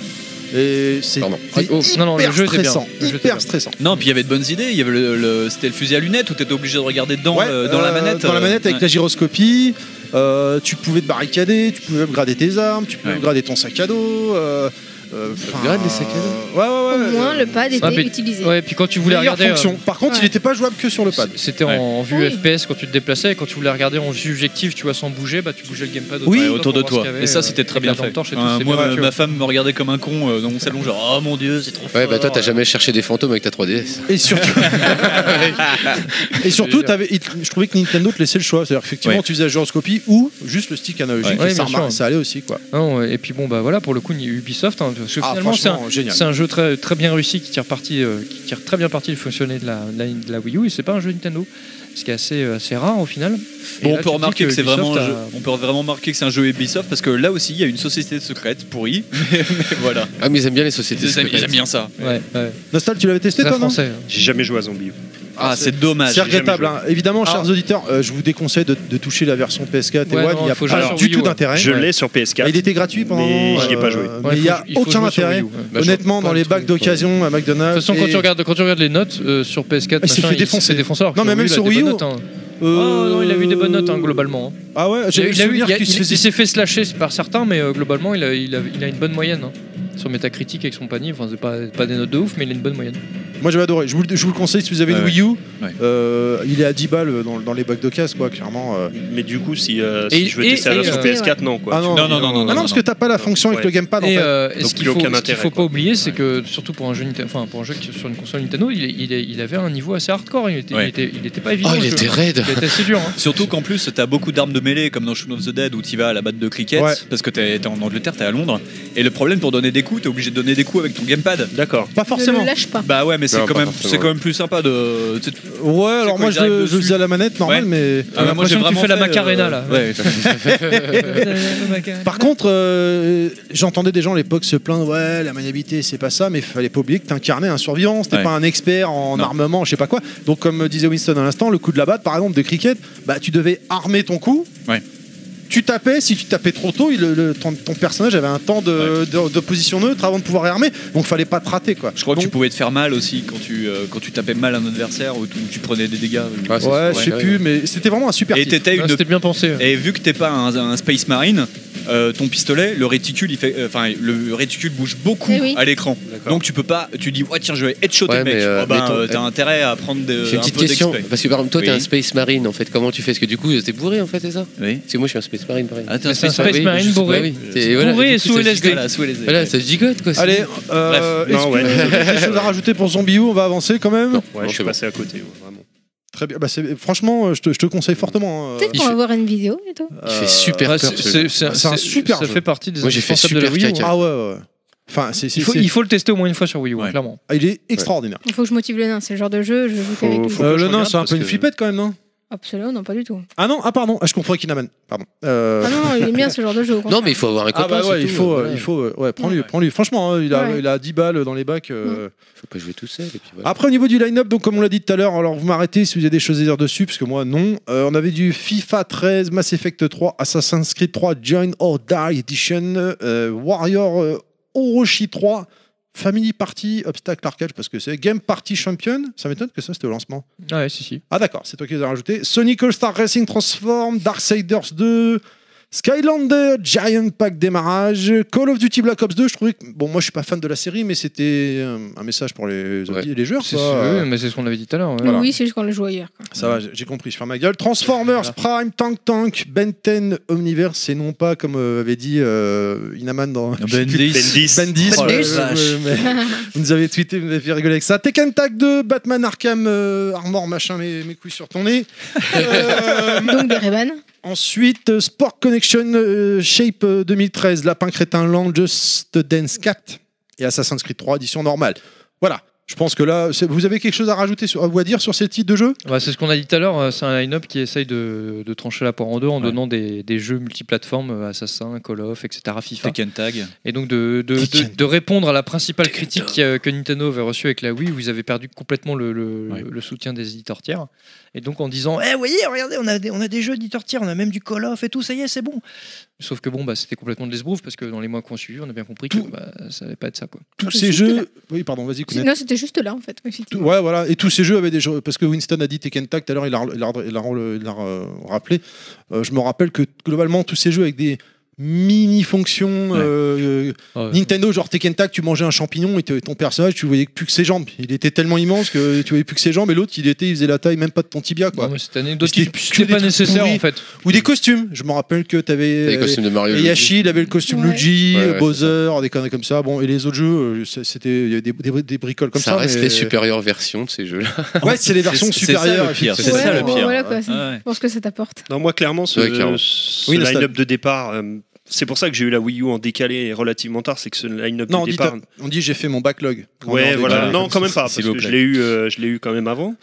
S1: Et c'est hyper stressant. Hyper stressant.
S5: Non, puis il y avait de bonnes idées. Il y avait c'était le fusil à lunettes où t'étais obligé de regarder dedans dans la manette.
S1: Dans la manette avec la gyroscopie. Tu pouvais te barricader, tu pouvais upgrader tes armes, tu pouvais upgrader ton sac à dos.
S6: Regarde les sacs à dos.
S1: Ouais.
S2: Au moins, le pad était utilisé.
S3: Ouais, puis quand tu voulais regarder.
S1: Par contre, il n'était pas jouable que sur le pad.
S3: C'était en vue FPS quand tu te déplaçais, et quand tu voulais regarder en vue objective, tu vois, sans bouger, bah tu bougeais le gamepad
S5: autour de toi. Et ça, c'était très bien fait. Moi, ma femme me regardait comme un con dans mon salon, genre, oh mon dieu, c'est trop fort.
S6: Ouais, bah toi, t'as jamais cherché des fantômes avec ta 3DS.
S1: Et surtout, je trouvais que Nintendo te laissait le choix. C'est-à-dire qu'effectivement, tu faisais la gyroscopie ou juste le stick analogique. Ça allait aussi, quoi.
S3: Et puis bon, bah voilà, pour le coup, Ubisoft, parce que finalement, c'est un jeu très, très bien réussi qui tire très bien parti du fonctionnement de la Wii U, et c'est pas un jeu Nintendo, ce qui est assez rare au final.
S5: Bon, on peut remarquer que c'est vraiment on peut vraiment remarquer que c'est un jeu Ubisoft parce que là aussi il y a une société secrète pourrie, mais voilà.
S6: Ah mais ils aiment bien les sociétés secrètes.
S5: Ils aiment bien ça.
S3: Ouais.
S1: Nostal, tu l'avais testé toi, non?
S4: J'ai jamais joué à Zombie.
S5: Ah, c'est dommage.
S1: C'est regrettable. Évidemment, chers auditeurs, je vous déconseille de toucher la version PS4 et One. Il n'y a pas du tout d'intérêt.
S4: Je l'ai sur PS4.
S1: Il était gratuit pendant.
S4: Mais j'y ai pas joué.
S1: Mais il n'y a aucun intérêt. Honnêtement, dans les bacs d'occasion à McDonald's.
S3: De toute façon, quand tu regardes les notes sur PS4,
S1: il s'est fait défoncer.
S3: Non, mais
S1: même sur Wii U.
S3: Non, il a eu des bonnes notes globalement.
S1: Ah ouais,
S3: il s'est fait slasher par certains, mais globalement, il a une bonne moyenne. Sur Metacritic avec son panier, enfin c'est pas des notes de ouf, mais il a une bonne moyenne.
S1: Moi j'avais adoré, je vous le conseille si vous avez une Wii U. Il est à 10 balles dans les bacs d'occasion, quoi, clairement.
S4: Mais du coup, si je veux tester sur PS4, non, quoi.
S1: Non, parce que t'as pas la fonction avec le gamepad en fait.
S3: Donc ce qu'il faut pas oublier, c'est que surtout pour un jeu sur une console Nintendo, il avait un niveau assez hardcore. Il était pas évident.
S6: Il était raide.
S3: Il était assez dur.
S5: Surtout qu'en plus, t'as beaucoup d'armes de mêlée, comme dans Shaun of the Dead où tu vas à la batte de cricket, parce que t'es en Angleterre, t'es à Londres. Et le problème pour donner des coups, t'es obligé de donner des coups avec ton gamepad.
S1: D'accord. Pas forcément.
S2: Ne le lâche pas.
S5: Bah ouais, mais c'est quand même plus sympa de.
S1: Ouais, alors moi je le faisais à la manette normal, mais.
S3: Moi j'ai vraiment fait la Macarena là.
S1: Par contre, j'entendais des gens à l'époque se plaindre, la maniabilité c'est pas ça, mais fallait pas oublier que t'incarnais un survivant, c'était pas un expert en armement, je sais pas quoi. Donc comme disait Winston à l'instant, le coup de la batte par exemple de cricket, bah tu devais armer ton coup.
S5: Ouais.
S1: Tu tapais, si tu tapais trop tôt, ton personnage avait un temps de position neutre avant de pouvoir réarmer, donc fallait pas te rater, quoi.
S5: Je crois que tu pouvais te faire mal aussi quand tu tapais mal un adversaire ou tu prenais des dégâts.
S1: Je sais plus, mais c'était vraiment un super titre.
S3: C'était bien pensé.
S5: Et vu que t'es pas un Space Marine, ton pistolet, le réticule, le réticule bouge beaucoup à l'écran. Donc tu peux pas, tu dis tiens je vais headshotter le mec. T'as intérêt à prendre
S6: une petite question, parce que par exemple toi t'es un Space Marine en fait, comment tu fais? Parce que du coup t'es bourré en fait, c'est ça?
S5: Oui.
S6: Parce que moi je suis un Space Marine pareil.
S3: C'est un Space Marine bourré. Bourré et sous LSD.
S6: Voilà, ça se gigote quoi.
S1: Allez, est-ce que des choses à rajouter pour Zombie U? On va avancer quand même.
S4: Ouais, je suis passé à côté, vraiment.
S1: Très bien. Bah, franchement, je te conseille fortement.
S2: Peut-être qu'on va voir une vidéo et tout.
S6: Il fait super peur.
S1: c'est un super
S3: Ça
S1: jeu.
S3: fait partie des
S6: Moi, j'ai fait
S3: indispensables de la
S6: super
S3: Wii U.
S6: caca.
S1: Ah ouais. Enfin,
S3: Il faut le tester au moins une fois sur Wii U, clairement.
S1: il est extraordinaire.
S2: Il faut que je motive le nain, c'est le genre de jeu, je joue qu'avec lui.
S1: Le nain, c'est un peu une flippette quand même, non?
S2: Absolument, non, pas du tout.
S1: Ah non, pardon, je comprends Kinaman. Pardon.
S2: Ah non, il est bien ce genre de jeu.
S6: Non, mais il faut avoir un copain.
S1: Ah bah ouais, il
S6: c'est
S1: faut,
S6: tout,
S1: prends-lui. Franchement, hein, il a 10 balles dans les bacs.
S6: Faut pas jouer tout seul. Et puis voilà.
S1: Après, au niveau du line-up, donc comme on l'a dit tout à l'heure, alors vous m'arrêtez si vous avez des choses à dire dessus, parce que moi, non. On avait du FIFA 13, Mass Effect 3, Assassin's Creed 3, Join or Die Edition, Warrior Orochi 3, Family Party, Obstacle Arcade, parce que c'est Game Party Champion. Ça m'étonne que ça, c'était au lancement.
S3: Ah ouais, si.
S1: Ah d'accord, c'est toi qui les as rajoutés. Sonic All-Star Racing Transform, Darksiders 2, Skylander, Giant Pack démarrage, Call of Duty Black Ops 2. Je trouvais que, bon, moi je suis pas fan de la série, mais c'était un message pour les joueurs.
S3: Oui, mais c'est ce qu'on avait dit tout à l'heure. Ouais.
S2: Voilà. Oui, c'est juste qu'on le joue ailleurs. Quoi.
S1: Ça va, j'ai compris, je ferme ma gueule. Transformers, Prime, Tank, Ben 10, Omniverse, et non pas comme avait dit Inaman dans
S5: Ben 10.
S1: Vous nous avez tweeté, vous m'avez fait rigoler avec ça. Tekken Tag 2, Batman Arkham Armor, machin, mes couilles sur ton nez.
S2: Donc des Rayman.
S1: Ensuite, Sport Connection Shape 2013, Lapin Crétin Land, Just Dance 4 et Assassin's Creed 3 édition normale. Voilà. Je pense que là, vous avez quelque chose à rajouter, à dire sur ces titres de jeux ?
S3: C'est ce qu'on a dit tout à l'heure, c'est un line-up qui essaye de trancher la poire en deux en donnant des jeux multiplateformes, Assassin, Call of, etc., FIFA.
S5: Tekken Tag.
S3: Et donc de répondre à la principale critique que Nintendo avait reçue avec la Wii, où ils avaient perdu complètement le soutien des éditeurs tiers. Et donc en disant, vous voyez, regardez, on a des jeux éditeurs tiers, on a même du Call of et tout, ça y est, c'est bon. Sauf que c'était complètement de l'esbrouf, parce que dans les mois qu'on suivi, on a bien compris que ça allait pas être ça, quoi.
S1: Tous ces jeux... Oui, pardon, vas-y.
S2: Non, c'était juste là, en fait.
S1: Ouais, voilà. Et tous ces jeux avaient des jeux... Parce que Winston a dit Tekken Tag, tout à l'heure, il l'a rappelé. Je me rappelle que, globalement, tous ces jeux avec des mini-fonction Nintendo, genre Tekken Tag, tu mangeais un champignon et ton personnage, tu voyais plus que ses jambes. Il était tellement immense que tu voyais plus que ses jambes, et l'autre, il faisait la taille même pas de ton tibia, quoi.
S3: Non, mais cette anecdotique, c'était pas nécessaire en fait.
S1: Ou des costumes. Je me rappelle que t'avais
S6: les costumes de Mario.
S1: Yashi, il avait le costume Luigi, Bowser, des conneries comme ça. Bon, et les autres jeux, c'était il y avait des bricoles comme ça.
S6: Ça reste les supérieures versions de ces jeux-là.
S1: Ouais, c'est les versions supérieures.
S5: C'est ça le pire.
S2: Voilà, quoi. Je pense que ça t'apporte.
S4: Non, moi clairement, ce line-up de départ. C'est pour ça que j'ai eu la Wii U en décalé relativement tard, c'est que ce line-up de départ...
S1: On dit j'ai fait mon backlog.
S4: Ouais, voilà. Non, quand même pas, parce que je l'ai eu quand même avant.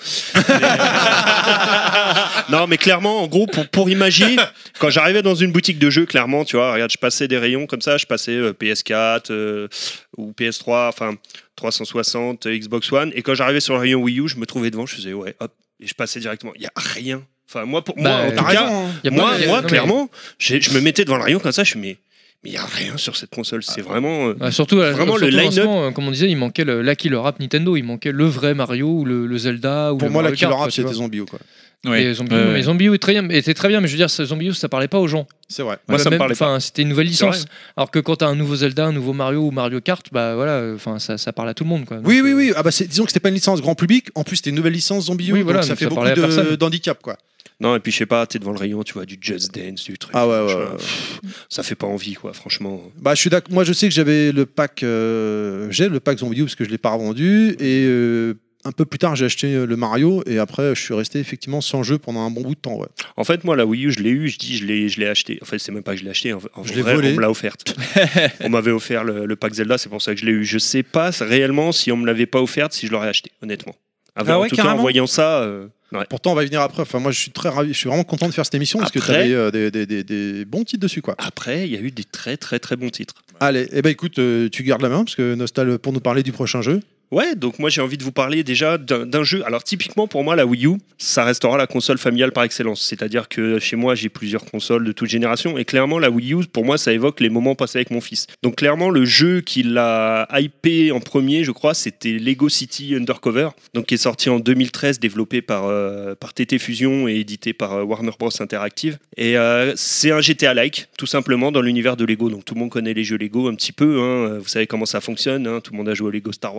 S4: Non, mais clairement, en gros, pour imaginer, quand j'arrivais dans une boutique de jeux, clairement, tu vois, regarde, je passais des rayons comme ça, je passais PS4 ou PS3, enfin 360, Xbox One, et quand j'arrivais sur le rayon Wii U, je me trouvais devant, je faisais ouais, hop, et je passais directement. Il y a rien. Enfin, moi, en tout cas, clairement, je me mettais devant le rayon comme ça, je me mais il n'y a rien sur cette console. C'est vraiment,
S3: surtout
S4: le line-up.
S3: Comme on disait, il manquait la killer app Nintendo, il manquait le vrai Mario ou le Zelda. Ou
S1: pour moi, la killer app, c'était Zombie U, quoi.
S3: Oui. Zombie U était très bien, mais je veux dire, Zombie U, ça parlait pas aux gens.
S1: C'est vrai.
S4: Moi, ça me parlait pas.
S3: C'était une nouvelle licence. Alors que quand t'as un nouveau Zelda, un nouveau Mario ou Mario Kart, bah voilà, ça parle à tout le monde, quoi. Donc,
S1: oui. Ah bah disons que c'était pas une licence grand public. En plus, c'était une nouvelle licence Zombie U, donc ça fait beaucoup d'handicap, quoi.
S4: Non, et puis je sais pas, t'es devant le rayon, tu vois, du Just Dance, du truc.
S1: Ah ouais.
S4: Ça fait pas envie, quoi, franchement.
S1: Bah, je suis d'accord. Moi, je sais que j'avais le pack. J'ai le pack Zombie U parce que je l'ai pas revendu. Et un peu plus tard, j'ai acheté le Mario. Et après, je suis resté effectivement sans jeu pendant un bon bout de temps. Ouais.
S4: En fait, moi, la Wii U, je l'ai eu. Je l'ai acheté. En fait, c'est même pas que je l'ai acheté.
S1: Je l'ai volé.
S4: On me l'a offerte. On m'avait offert le pack Zelda, c'est pour ça que je l'ai eu. Je sais pas réellement si on me l'avait pas offerte, si je l'aurais acheté, honnêtement. En tout cas, en voyant ça. Ouais.
S1: Pourtant, on va y venir après. Enfin, moi, je suis très ravi. Je suis vraiment content de faire cette émission parce que tu avais des bons titres dessus, quoi.
S4: Après, il y a eu des très très très bons titres.
S1: Allez, écoute, tu gardes la main parce que Nostal pour nous parler du prochain jeu.
S4: Ouais, donc moi j'ai envie de vous parler déjà d'un jeu. Alors typiquement pour moi la Wii U, ça restera la console familiale par excellence. C'est-à-dire que chez moi j'ai plusieurs consoles de toute génération et clairement la Wii U pour moi ça évoque les moments passés avec mon fils. Donc clairement le jeu qui l'a hypé en premier je crois c'était Lego City Undercover, donc qui est sorti en 2013, développé par TT Fusion et édité par Warner Bros Interactive. Et c'est un GTA-like tout simplement dans l'univers de Lego. Donc tout le monde connaît les jeux Lego un petit peu, hein. Vous savez comment ça fonctionne, hein. Tout le monde a joué au Lego Star Wars, Lego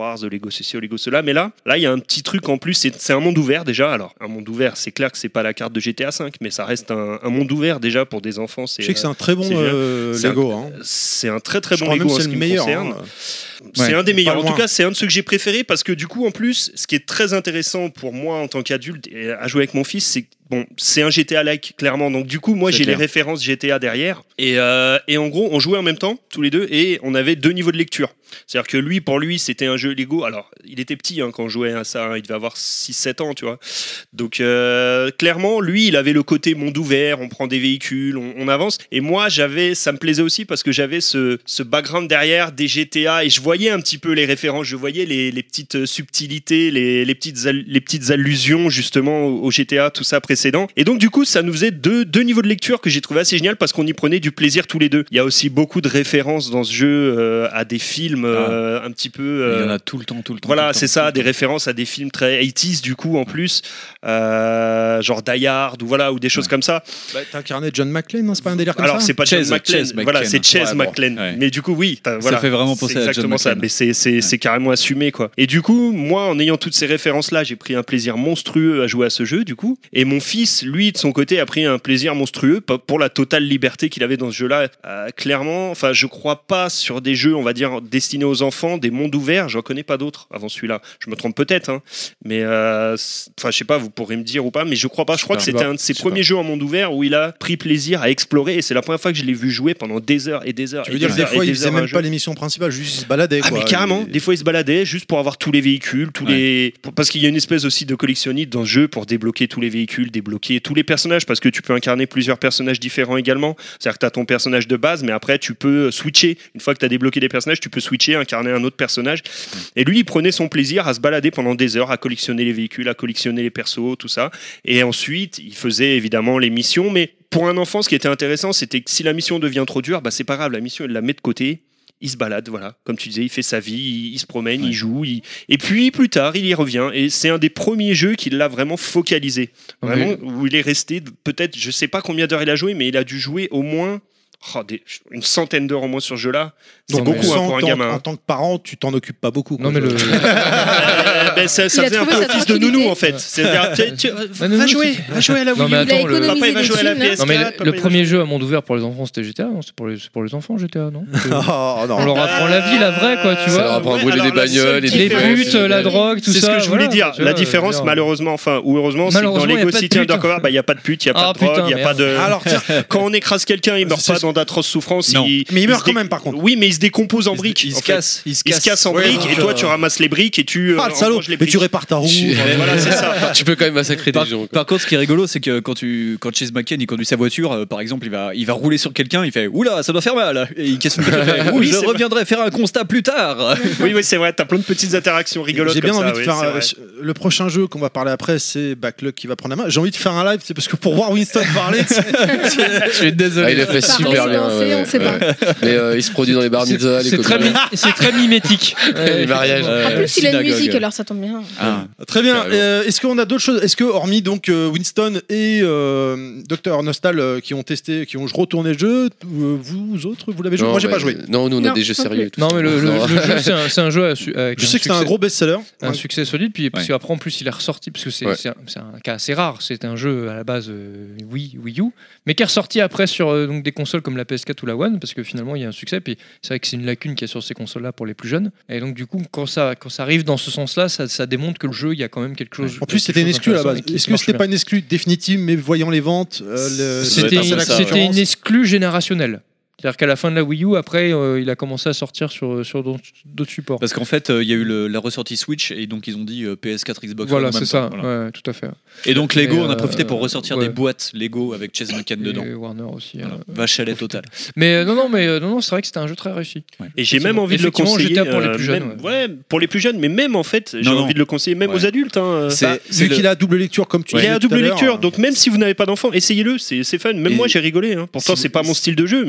S4: Lego ceci, Lego cela. Mais là, il y a un petit truc en plus. C'est un monde ouvert déjà. Alors, un monde ouvert, c'est clair que c'est pas la carte de GTA 5, mais ça reste un monde ouvert déjà pour des enfants.
S1: Je sais que c'est un très bon Lego.
S4: C'est un très très bon Lego en ce qui me concerne. C'est un des meilleurs. En tout cas, c'est un de ceux que j'ai préférés parce que du coup, en plus, ce qui est très intéressant pour moi en tant qu'adulte et à jouer avec mon fils, c'est c'est un GTA-like, clairement. Donc, du coup, moi, j'ai les références GTA derrière. Et en gros, on jouait en même temps, tous les deux, et on avait 2 niveaux de lecture. C'est-à-dire que pour lui, c'était un jeu Lego. Alors, il était petit quand on jouait à ça. Il devait avoir 6-7 ans, tu vois. Donc, clairement, lui, il avait le côté monde ouvert. On prend des véhicules, on avance. Et moi, ça me plaisait aussi parce que j'avais ce background derrière des GTA et je voyais un petit peu les références. Je voyais les petites subtilités, les petites allusions, justement, au GTA, tout ça précédent. Et donc, du coup, ça nous faisait deux niveaux de lecture que j'ai trouvé assez génial parce qu'on y prenait du plaisir tous les deux. Il y a aussi beaucoup de références dans ce jeu à des films un petit peu.
S5: Il y en a tout le temps.
S4: Voilà, c'est ça, des références à des films très 80s du coup en plus, genre Die Hard ou des choses comme ça.
S1: Bah, t'as incarné John McClane, non? C'est pas un délire comme
S4: Alors,
S1: ça?
S4: c'est pas John McClane, voilà, c'est Chase McClane.
S5: Ouais.
S4: Mais du coup, oui,
S5: ça fait vraiment penser à John
S4: ça. Mais c'est carrément assumé, quoi. Et du coup, moi, en ayant toutes ces références-là, j'ai pris un plaisir monstrueux à jouer à ce jeu, du coup. Et mon fils, lui, de son côté, a pris un plaisir monstrueux pour la totale liberté qu'il avait dans ce jeu-là. Clairement, enfin, je crois pas sur des jeux, on va dire, destinés aux enfants, des mondes ouverts. J'en connais pas d'autres avant celui-là. Je me trompe peut-être, hein. Mais enfin, je sais pas, vous pourrez me dire ou pas, mais je crois pas. Je crois que c'était un de ses premiers jeux en monde ouvert où il a pris plaisir à explorer. Et c'est la première fois que je l'ai vu jouer pendant des heures et des heures.
S1: Tu veux dire que des fois, il faisait même pas l'émission principale, juste il se baladait, quoi.
S4: Mais carrément, des fois il se baladait juste pour avoir tous les véhicules, parce qu'il y a une espèce aussi de collectionnite dans ce jeu pour débloquer tous les véhicules, débloquer tous les personnages, parce que tu peux incarner plusieurs personnages différents également. C'est-à-dire que tu as ton personnage de base, mais après tu peux switcher. Une fois que tu as débloqué des personnages, tu peux switcher, incarner un autre personnage. Et lui, il prenait son plaisir à se balader pendant des heures, à collectionner les véhicules, à collectionner les persos, tout ça. Et ensuite, il faisait évidemment les missions, mais pour un enfant, ce qui était intéressant, c'était que si la mission devient trop dure, bah c'est pas grave, la mission, il la met de côté. Il se balade, voilà, comme tu disais, il fait sa vie, il se promène, il joue, et puis plus tard, il y revient. Et c'est un des premiers jeux qui l'a vraiment focalisé, vraiment, où il est resté, peut-être, je sais pas combien d'heures il a joué, mais il a dû jouer au moins une centaine d'heures au moins sur ce jeu-là. C'est beaucoup pour un gamin.
S1: En tant que parent, tu t'en occupes pas beaucoup.
S3: Non, mais
S4: ça faisait un peu office de nounou en fait. Va jouer à la Wii U.
S3: Papa,
S4: il va jouer à la PS4.
S3: Non, mais le premier jeu à monde ouvert pour les enfants, c'était GTA. Non, c'est pour les enfants, GTA, non? On leur apprend la vie, la vraie, quoi, tu vois.
S6: Ça leur apprend à brûler des bagnoles,
S3: les putes, la drogue, tout ça.
S4: C'est ce que je voulais dire. La différence, malheureusement, enfin, ou heureusement, c'est que dans Lego City Undercover, il n'y a pas de pute, il n'y a pas de drogue, il n'y a pas de. Alors, quand on écrase quelqu'un, il meurt pas dans d'atroces souffrances.
S1: Mais il meurt quand même, par contre.
S4: Oui, mais il se décompose en briques.
S5: Il se casse
S4: en briques, et toi, tu ramasses les briques et tu.
S1: Ah, le salaud, mais tu répares ta roue.
S4: Voilà, c'est ça.
S6: Tu peux quand même massacrer des gens.
S5: Par contre, ce qui est rigolo, c'est que quand Chase McCain il conduit sa voiture, par exemple, il va rouler sur quelqu'un, il fait oula, ça doit faire mal. Et il casse une voiture. Je reviendrai faire un constat plus tard.
S4: Oui, c'est vrai, t'as plein de petites interactions rigolotes.
S1: J'ai bien envie de
S4: faire.
S1: Le prochain jeu qu'on va parler après, c'est Backlog qui va prendre la main. J'ai envie de faire un live, c'est parce que pour voir Winston parler.
S5: Je suis désolé.
S6: Il a fait super bien.
S2: On sait pas.
S6: Mais il se produit dans les bar mitzvahs, les
S3: c'est très mimétique.
S6: les mariages.
S2: En plus, il a une musique, alors ça tombe bien.
S1: Très bien. Est-ce qu'on a d'autres choses? Est-ce que, hormis donc Winston et Dr Nostal qui ont testé, qui ont retourné le jeu, vous autres, vous l'avez joué? Moi, j'ai pas joué.
S6: Non, nous on a des jeux sérieux.
S3: Non, mais le jeu, c'est un jeu avec.
S1: Je sais que c'est un gros best-seller.
S3: Un succès solide, puis parce qu'après en plus il est ressorti, parce que c'est un cas assez rare. C'est un jeu à la base Wii U, mais qui est ressorti après sur donc des consoles comme la PS4 ou la One, parce que finalement il y a un succès. Puis c'est vrai que c'est une lacune qu'il y a sur ces consoles-là pour les plus jeunes. Et donc du coup, quand ça arrive dans ce sens-là, ça démontre que le jeu, il y a quand même quelque chose.
S1: En plus, c'était une exclue à la base. Est-ce que c'était pas une exclue définitive, mais voyant les ventes,
S3: c'était une exclue générationnelle. C'est-à-dire qu'à la fin de la Wii U, après, il a commencé à sortir sur d'autres supports.
S5: Parce qu'en fait, il y a eu la ressortie Switch et donc ils ont dit PS4, Xbox.
S3: Voilà, c'est ça. Voilà. Ouais, tout à fait.
S5: Et donc Lego, on a profité pour ressortir des boîtes Lego avec Chase McCain dedans.
S3: Et Warner aussi.
S5: Vache à lait totale.
S3: Mais non, c'est vrai que c'était un jeu très réussi.
S4: Ouais. Et j'ai même envie de le conseiller.
S3: GTA pour les plus jeunes.
S4: Pour les plus jeunes, mais même en fait, j'ai envie de le conseiller même aux adultes.
S1: Vu qu'il a à double lecture, comme tu disais.
S4: Il est à double lecture, donc même si vous n'avez pas d'enfant, essayez-le, c'est fun. Même moi, j'ai rigolé. Pourtant, c'est pas mon style de jeu, mais j'ai pris du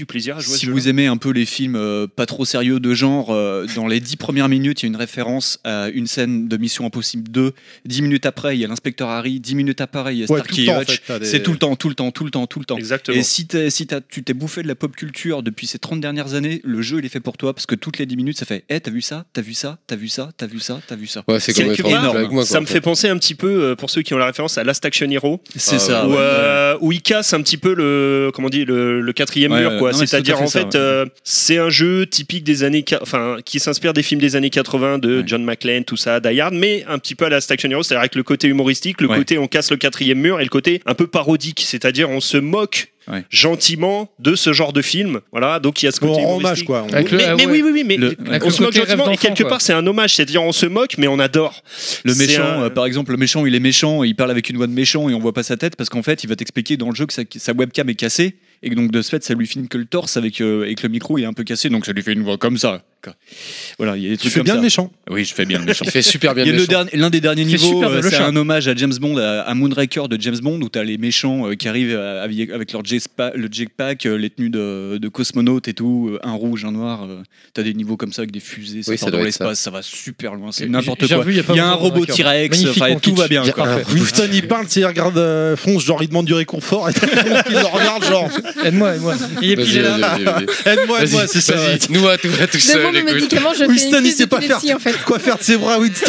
S4: du plaisir à jouer à ce
S5: Si
S4: jeu.
S5: vous aimez un peu les films pas trop sérieux de genre, dans les 10 premières minutes, il y a une référence à une scène de Mission Impossible 2. 10 minutes après, il y a l'inspecteur Harry. 10 minutes après, il y a Starkey
S1: tout le temps,
S5: Hutch.
S1: en fait, t'as des-
S5: C'est tout le temps.
S4: Exactement.
S5: Et si tu t'es bouffé de la pop culture depuis ces 30 dernières années, le jeu il est fait pour toi parce que toutes les 10 minutes ça fait t'as vu ça, t'as vu ça, t'as vu ça, t'as vu ça, t'as vu ça.
S6: Ouais, c'est comme
S5: quelque
S6: être en
S5: part,
S6: couple avec moi.
S4: Ça me fait penser un petit peu, pour ceux qui ont la référence, à Last Action Hero,
S5: C'est ça.
S4: où il casse un petit peu le 4e
S5: Ouais,
S4: mur, quoi.
S5: non, mais
S4: C'est-à-dire
S5: c'est tout à
S4: en
S5: fait
S4: fait,
S5: ça,
S4: c'est un jeu typique des années, qui s'inspire des films des années 80 de John McClane, tout ça, Die Hard, mais un petit peu à Last Action Hero, c'est-à-dire avec le côté humoristique, le côté on casse le 4e mur et le côté un peu parodique, c'est-à-dire on se moque. Gentiment de ce genre de film, voilà, donc il y a ce côté
S1: Bon, hommage
S4: humoristique.
S1: quoi.
S4: Mais oui, mais
S3: avec
S4: on
S3: le
S4: se moque
S3: côté rêve
S4: gentiment et
S3: d'enfant,
S4: quelque
S3: quoi.
S4: part c'est un hommage, c'est-à-dire on se moque mais on adore.
S5: Le
S4: C'est
S5: méchant, par exemple, le méchant, il est méchant, il parle avec une voix de méchant et on voit pas sa tête parce qu'en fait, il va t'expliquer dans le jeu que sa webcam est cassée et que donc de ce fait, ça lui filme que le torse avec le micro, il est un peu cassé, donc ça lui fait une voix comme ça. Voilà, il y a des
S1: Tu
S5: trucs
S1: fais
S5: comme
S1: bien
S5: ça.
S1: le méchant.
S5: Oui, je fais bien le méchant.
S6: Il fait super bien
S5: Il y a
S6: le méchant.
S5: l'un des derniers
S3: Il fait
S5: niveaux,
S3: super bien le
S5: c'est
S3: chat.
S5: un hommage à James Bond, à Moonraker de James Bond, où tu as les méchants qui arrivent avec leur le jetpack, les tenues de cosmonautes et tout, un rouge, un noir. Tu as des niveaux comme ça avec des fusées, ça
S6: Oui,
S5: part
S6: ça
S5: dans
S6: doit être
S5: l'espace, ça va super loin, c'est
S3: J'ai-
S5: n'importe
S3: j'ai
S5: quoi.
S3: revu il y a pas
S5: Il y a un
S3: longtemps
S5: robot
S3: Moonraker.
S5: T-Rex,
S3: Magnifiquement
S5: tout va
S3: kitsch.
S5: bien.
S6: Il y a
S5: quoi.
S6: un
S3: Parfait.
S1: Winston il parle, il regarde Fonz, genre il demande du réconfort et Fonz qui le regarde, genre
S3: Aide-moi. Et puis il est là.
S6: Vas-y,
S1: aide-moi, c'est ça. ouais.
S6: Vas-y, nous à tout seul.
S2: Demande aux
S6: écoute.
S2: médicaments, je fais
S1: Winston
S2: une
S1: il
S2: crise
S1: sait pas faire
S2: d'épilepsie en fait.
S1: quoi faire de ses bras, Winston.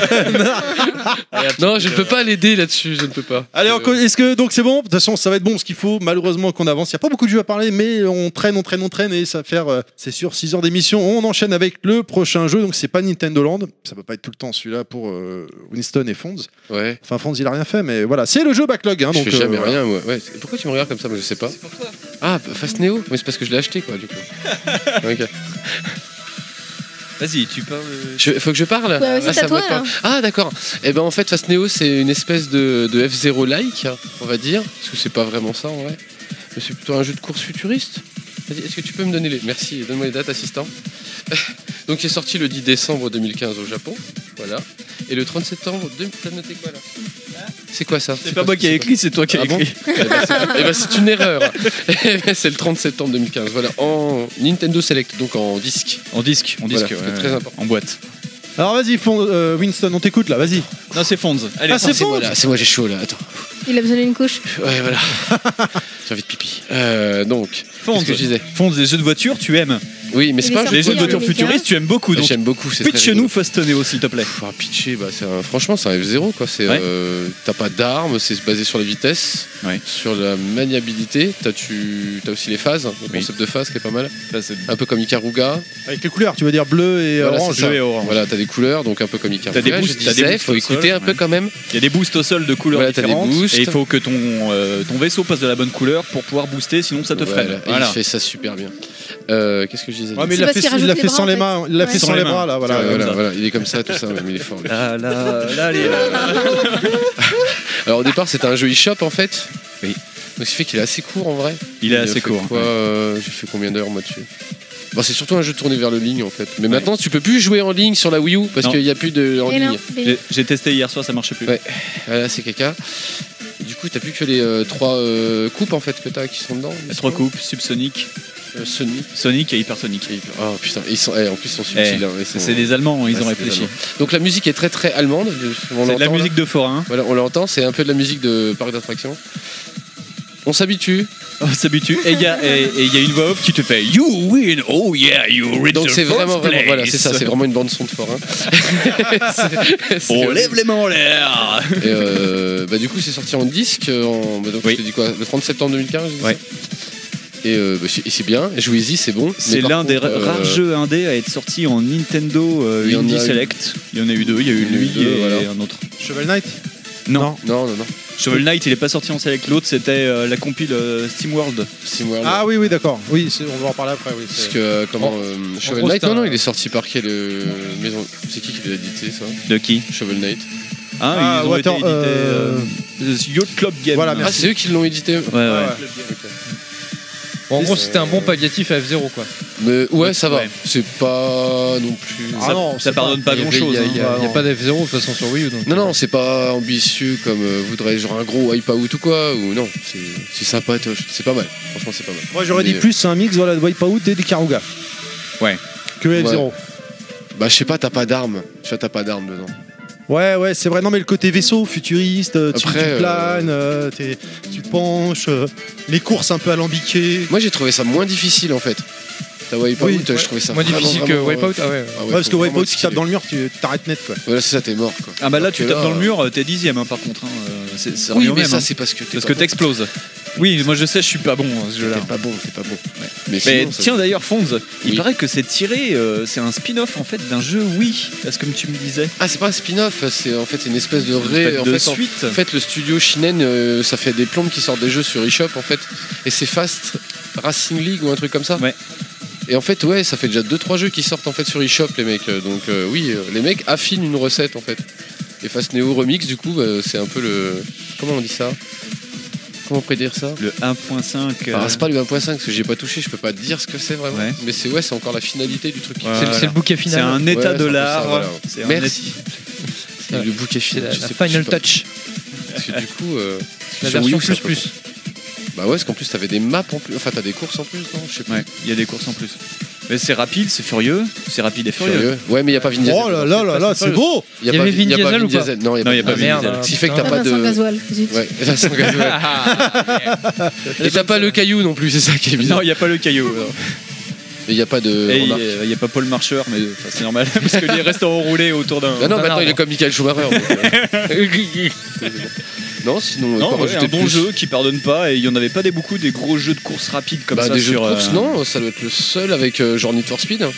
S6: Non, je ne peux pas l'aider là-dessus, je ne peux pas.
S1: Allez, est-ce que donc c'est bon? De toute façon, ça va être bon parce qu'il faut malheureusement qu'on avance. Il n'y a pas beaucoup de jeux à parler, mais on traîne et ça va faire, c'est sûr, 6 heures d'émission. On enchaîne avec le prochain jeu. Donc c'est pas Nintendo Land. Ça peut pas être tout le temps celui-là pour Winston et Fonz.
S6: Ouais.
S1: Enfin, Fonz il a rien fait, mais voilà, c'est le jeu Backlog. Hein,
S6: Je
S1: donc
S6: fais jamais
S1: voilà.
S6: rien, moi. Ouais. Pourquoi tu me regardes comme ça? Moi, je sais pas. Ah, Fast Neo? Mais c'est parce que je l'ai acheté, quoi, du coup. Ok.
S5: Vas-y, tu parles.
S6: Faut que je parle?
S2: Ouais, vas-y,
S6: Ah,
S2: c'est à
S6: ça
S2: toi,
S6: vote pas.
S2: hein.
S6: Ah, d'accord. Et ben en fait, Fast Neo, c'est une espèce de F0-like, on va dire. Parce que c'est pas vraiment ça, en vrai. Mais c'est plutôt un jeu de course futuriste. Vas-y, est-ce que tu peux me donner les... Merci, donne-moi les dates, assistant. Donc, il est sorti le 10 décembre 2015 au Japon. Voilà. Et le 30 septembre... T'as noté quoi, là? C'est quoi ça?
S5: C'est pas moi qui ai écrit, c'est toi qui as
S6: Ah bon?
S5: écrit.
S6: Eh ben, c'est une erreur. Eh ben, c'est le 30 septembre 2015. Voilà, en Nintendo Select, donc en disque.
S5: En disque,
S6: Voilà, c'est très important.
S5: en boîte.
S1: Alors vas-y, Winston, on t'écoute là. Vas-y.
S5: Non, c'est Fonz. Allez,
S1: Ah, c'est
S6: C'est moi
S1: Fonz.
S6: là, c'est moi, j'ai chaud là. Attends.
S2: Il a besoin d'une couche.
S6: Ouais, voilà. J'ai envie de pipi. Donc,
S5: Fonz.
S6: qu'est-ce que je disais?
S5: Fonz, les jeux de voiture, tu aimes.
S6: Oui, mais c'est
S2: Il
S6: pas
S2: est
S6: un jeu
S5: Les
S6: de
S5: jeux de
S2: sorti
S5: voiture
S2: en 2015.
S5: futuristes, tu aimes beaucoup. Donc,
S6: J'aime beaucoup, c'est très
S5: pitch-nous
S6: rigolo.
S5: Fast Neo, s'il te plaît.
S6: Pitcher, bah, franchement, c'est un F0 quoi. C'est,
S5: Ouais.
S6: t'as pas d'armes, c'est basé sur la vitesse,
S5: Ouais.
S6: sur la maniabilité. T'as aussi les phases, le
S5: Oui.
S6: concept de phase qui est pas mal.
S5: Ça, c'est
S6: Un peu comme Ikaruga.
S1: Avec les couleurs, tu veux dire bleu et
S6: Voilà,
S1: orange.
S6: c'est ça.
S5: bleu et orange.
S6: Voilà, t'as des couleurs, donc un peu comme Ikaruga.
S5: T'as des boosts,
S6: je
S5: t'as des
S6: disais,
S5: boosts
S6: faut
S5: au
S6: écouter
S5: sol,
S6: un peu
S5: ouais.
S6: quand même.
S5: Il y a des boosts au sol de couleurs
S6: Voilà, t'as des
S5: différentes
S6: boosts.
S5: et il faut que ton vaisseau passe de la bonne couleur pour pouvoir booster, sinon ça te freine.
S6: Et
S5: Voilà.
S6: il fait ça super bien. Qu'est-ce que je disais?
S1: Ouais, mais
S2: C'est
S1: il l'a
S2: parce
S1: fait,
S2: qu'il
S1: il
S2: rajoute
S1: l'a
S2: les
S1: fait
S2: bras,
S1: sans
S2: en
S1: les
S2: fait.
S1: mains. Il l'a
S2: Ouais.
S1: fait sans les bras là. Voilà.
S6: Voilà,
S5: comme ça.
S6: voilà, il est comme ça, tout ça, mais il est fort. lui.
S5: Là, allez, là.
S6: Alors au départ, c'était un jeu eShop en fait.
S5: Oui.
S6: Donc ce qui fait qu'il est assez court en vrai.
S5: Il est
S6: a
S5: assez
S6: fait
S5: court.
S6: Quoi, j'ai fait combien d'heures moi dessus? Bon, c'est surtout un jeu tourné vers le ligne en fait. Mais maintenant, tu peux plus jouer en ligne sur la Wii U parce
S5: Non.
S6: qu'il n'y a plus de en
S2: Et non,
S6: ligne.
S5: J'ai testé hier soir, ça marchait plus.
S6: Ouais. Voilà, c'est caca. Et du coup, t'as plus que les 3 coupes en fait que t'as qui sont dedans.
S5: Les 3 coupes, Subsonic,
S6: Sony.
S5: Sonic et Hypersonic.
S6: Oh putain, en plus ils sont subtils. hein, ils sont-
S5: C'est des Allemands, ils
S6: Ouais,
S5: ont
S6: c'est
S5: réfléchi.
S6: des Allemands. Donc la musique est très très allemande. On
S5: C'est de la
S6: l'entend, là.
S5: musique de forain.
S6: Voilà, on l'entend, c'est un peu de la musique de parc d'attractions. On s'habitue.
S5: On s'habitue. Et il y a une voix off qui te fait You win, oh yeah, you reach
S6: Donc
S5: the
S6: c'est vraiment,
S5: first
S6: voilà,
S5: place.
S6: c'est ça, c'est vraiment une bande son de forain.
S5: On lève les mains en l'air.
S6: Et bah du coup c'est sorti en disque, donc
S5: Oui.
S6: je te dis quoi, le 30 septembre 2015. j'ai dit
S5: Ouais.
S6: ça. Et c'est bien, jouez-y, c'est bon.
S5: C'est
S6: Mais par
S5: l'un des
S6: contre,
S5: rares jeux indés à être sorti en Nintendo
S6: il y en
S5: Indie
S6: a eu-
S5: Select. Il y en a eu deux, il y a eu
S6: Il y en a eu
S5: lui
S6: deux,
S5: et
S6: voilà.
S5: un autre.
S1: Shovel Knight.
S5: Non.
S6: Non.
S5: Shovel Knight, il est pas sorti en Select. L'autre, c'était la compile SteamWorld.
S6: SteamWorld.
S1: Ah oui, d'accord. Oui, on va en parler après. Oui,
S6: Parce que comment Shovel
S3: gros,
S6: Knight,
S3: c'est un-
S6: non, il est sorti par quelle maison? C'est qui l'a édité ça?
S5: De qui?
S6: Shovel Knight.
S5: Ah, ils ont été
S1: Water-
S5: édités. Yacht Club Game.
S1: Voilà,
S6: Ah,
S1: merci.
S6: c'est eux qui l'ont édité.
S5: Ouais.
S1: Ouais.
S3: Bon, en gros, c'était un bon palliatif à F0 quoi.
S6: Mais ouais, ça va.
S7: Ouais.
S6: C'est pas non plus.
S1: Ah non,
S7: Ça pardonne pas grand chose.
S3: Il n'y a pas d'F0 de toute façon sur Wii U. Donc
S6: Non, c'est pas ambitieux comme voudrait genre un gros Wipeout ou quoi. Ou non, c'est sympatoche. C'est pas mal. Franchement, c'est pas mal.
S1: Moi j'aurais dit plus un mix voilà, de Wipeout et d'Ikaruga.
S7: Ouais.
S1: Que F0.
S6: Bah, je sais pas, t'as pas d'armes. Tu vois, t'as pas d'armes dedans.
S1: Ouais, c'est vrai. Non, mais le côté vaisseau futuriste, tu
S6: Après,
S1: planes, tu penches, les courses un peu alambiquées.
S6: Moi, j'ai trouvé ça moins difficile en fait. T'as Wipeout,
S1: Oui,
S6: je trouvais ça
S3: moins
S6: vraiment,
S3: difficile que
S6: vraiment,
S3: Wipeout. Ah ouais.
S1: Ouais, parce que
S6: faut
S1: Wipeout,
S6: vraiment
S1: si tu
S6: être
S1: tapes dans le mur, tu t'arrêtes net quoi.
S6: Voilà, c'est ça, t'es mort quoi.
S7: Ah bah là,
S6: Alors
S7: tu
S6: que
S7: tapes
S6: là,
S7: dans le mur, t'es 10ème par contre. C'est
S6: Oui,
S7: rien
S6: mais
S7: même,
S6: ça,
S7: hein.
S6: c'est parce que t'es
S7: Parce
S6: pas
S7: que t'exploses. Oui, moi je sais, je suis pas bon à ce jeu-là.
S6: T'es pas bon. Mais
S7: Mais
S6: sinon, ça-
S7: tiens d'ailleurs, Fonz, il
S6: Oui.
S7: paraît que c'est tiré, c'est un spin-off en fait d'un jeu Wii, parce que comme tu me disais.
S6: Ah, c'est pas un spin-off, c'est en fait une espèce de
S7: Espèce
S6: en
S7: de
S6: fait,
S7: suite.
S6: En fait, le studio Shinen, ça fait des plombes qui sortent des jeux sur eShop en fait, et c'est Fast Racing League ou un truc comme ça.
S7: Ouais.
S6: Et en fait, ouais, ça fait déjà 2-3 jeux qui sortent en fait sur eShop, les mecs. Donc oui, les mecs affinent une recette en fait. Et Fast Neo Remix, du coup, c'est un peu le. Comment on dit ça? Comment prédire ça?
S7: Le 1.5.
S6: Alors, c'est pas le 1.5 parce que j'ai pas touché, je peux pas te dire ce que c'est vraiment.
S7: Ouais.
S6: Mais c'est encore la finalité du truc.
S7: Ouais.
S3: C'est le bouquet
S7: c'est
S3: final.
S7: un état
S6: Ouais,
S7: de
S6: c'est un peu
S7: l'art.
S6: ça, voilà.
S7: C'est un
S6: Merci. C'est
S3: Ouais.
S6: le bouquet
S3: C'est
S6: final.
S3: la
S6: je sais pas,
S3: final
S6: je sais pas.
S3: touch.
S6: Parce que du coup,
S3: La
S6: sur
S3: version
S6: Wii U, ça
S3: plus
S6: peut-
S3: plus.
S6: Bah ouais, parce qu'en plus t'avais des maps en plus. Enfin, t'as des courses en plus, non? Je sais pas.
S7: Ouais, il y a des courses en plus. Mais c'est rapide, c'est furieux. C'est rapide et furieux.
S6: Sérieux. Ouais, mais il y a pas Vin Diesel.
S1: Oh là là là là, c'est beau.
S6: Il y a
S3: Il y
S6: pas
S3: avait Vin
S6: y a pas
S3: Diesel ou pas
S6: Diesel. Non, il y a
S7: Non,
S6: pas
S7: il y a pas
S6: Vin
S7: Vin
S6: Diesel.
S3: Diesel.
S6: Ce qui fait que
S2: Pas
S6: t'as pas
S2: Vincent
S6: de.
S2: Gasoil, zut.
S6: Ouais, Vincent Gasoil. Et t'as pas le caillou non plus, c'est ça qui est
S7: Non,
S6: bizarre.
S7: il n'y a pas le caillou. non.
S6: Et il y a pas de.
S7: Et
S6: remarque.
S7: il n'y a pas Paul Marcheur, mais enfin, c'est normal. Parce que les restaurants enroulés autour d'un.
S6: Ah non,
S3: un
S6: maintenant il est
S3: arbre.
S6: comme Michael Schumacher. donc, non, sinon.
S7: Non,
S6: quoi
S7: ouais,
S6: rajouter
S7: un bon
S6: plus
S7: jeu qui pardonne pas. Et il n'y en avait pas beaucoup des gros jeux de course rapides comme
S6: Bah,
S7: ça
S6: des jeux de
S7: sur.
S6: course, non, ça doit être le seul avec genre Need for Speed.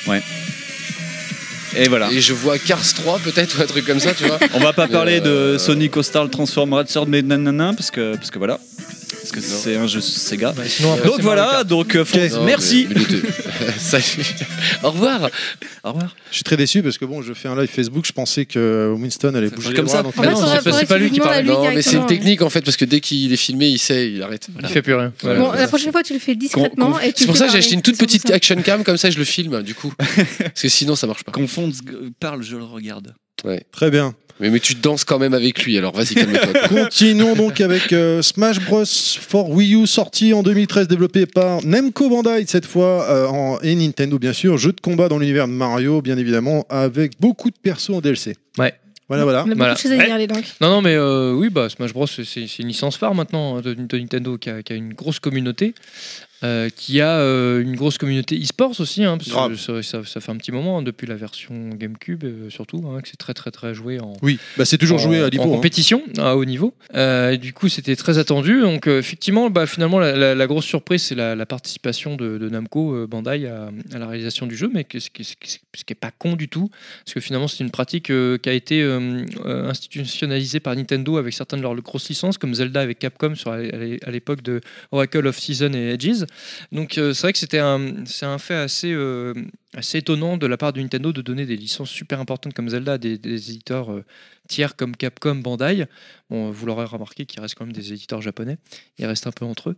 S7: Et voilà.
S6: Et je vois Cars 3 peut-être ou un truc comme ça, tu vois.
S7: On va pas
S6: Mais,
S7: parler de Sonic All-Star Transform Red Sword mais nanana parce que voilà. Parce que
S6: Non.
S7: c'est un jeu Sega.
S3: Bah, sinon, après,
S7: Donc
S3: c'est
S7: voilà,
S3: Mario Kart.
S7: donc Fonz,
S6: Non,
S7: merci.
S6: mais Salut. Au revoir.
S7: Au revoir.
S1: Je suis très déçu parce que bon, je fais un live Facebook, je pensais que Winston allait bouger
S7: comme
S1: les
S7: ça.
S1: bras, donc-
S2: En fait,
S3: non,
S2: faudrait-
S3: c'est
S2: faudrait
S3: pas
S2: que
S3: lui
S2: tu
S3: qui
S2: demandes
S3: parle.
S2: à lui
S6: Non, mais c'est une
S2: directement,
S6: technique en fait, parce que dès qu'il est filmé, il sait, il arrête.
S3: Il fait plus rien.
S2: ouais. Bon, la prochaine fois, tu le fais discrètement. et tu
S6: C'est pour
S2: fais
S6: ça que j'ai
S2: pareil,
S6: acheté une toute
S2: sans
S6: petite
S2: ça.
S6: action cam, comme ça je le filme, du coup. Parce que sinon ça marche pas.
S7: Quand Fonz parle, je le regarde.
S1: Très bien.
S6: Mais tu danses quand même avec lui, alors vas-y, calme-toi.
S1: Continuons donc avec Smash Bros for Wii U, sorti en 2013, développé par Namco Bandai cette fois, et Nintendo bien sûr. Jeu de combat dans l'univers de Mario, bien évidemment, avec beaucoup de persos en DLC.
S3: Ouais.
S1: Voilà, voilà.
S2: On a beaucoup
S3: Voilà.
S2: de choses à dire, les donc.
S3: Non, mais oui, bah, Smash Bros, c'est une licence phare maintenant de Nintendo qui a une grosse communauté. Qui a une grosse communauté e-sports aussi, hein, parce
S1: Grave.
S3: que ça fait un petit moment, hein, depuis la version GameCube surtout, hein, que c'est très très très joué en,
S1: Oui, bah, c'est toujours joué à
S3: en
S1: niveau. hein.
S3: compétition à haut niveau. Et du coup, c'était très attendu. Donc, effectivement, bah, finalement, la grosse surprise, c'est la participation de Namco Bandai à la réalisation du jeu, mais ce qui est pas con du tout, parce que finalement, c'est une pratique qui a été institutionnalisée par Nintendo avec certaines de leurs grosses licences, comme Zelda avec Capcom à l'époque de Oracle of Season et Edges. Donc, c'est vrai que c'est un fait assez étonnant de la part de Nintendo de donner des licences super importantes comme Zelda à des éditeurs tiers comme Capcom, Bandai. Bon, vous l'aurez remarqué qu'il reste quand même des éditeurs japonais. Ils restent un peu entre eux.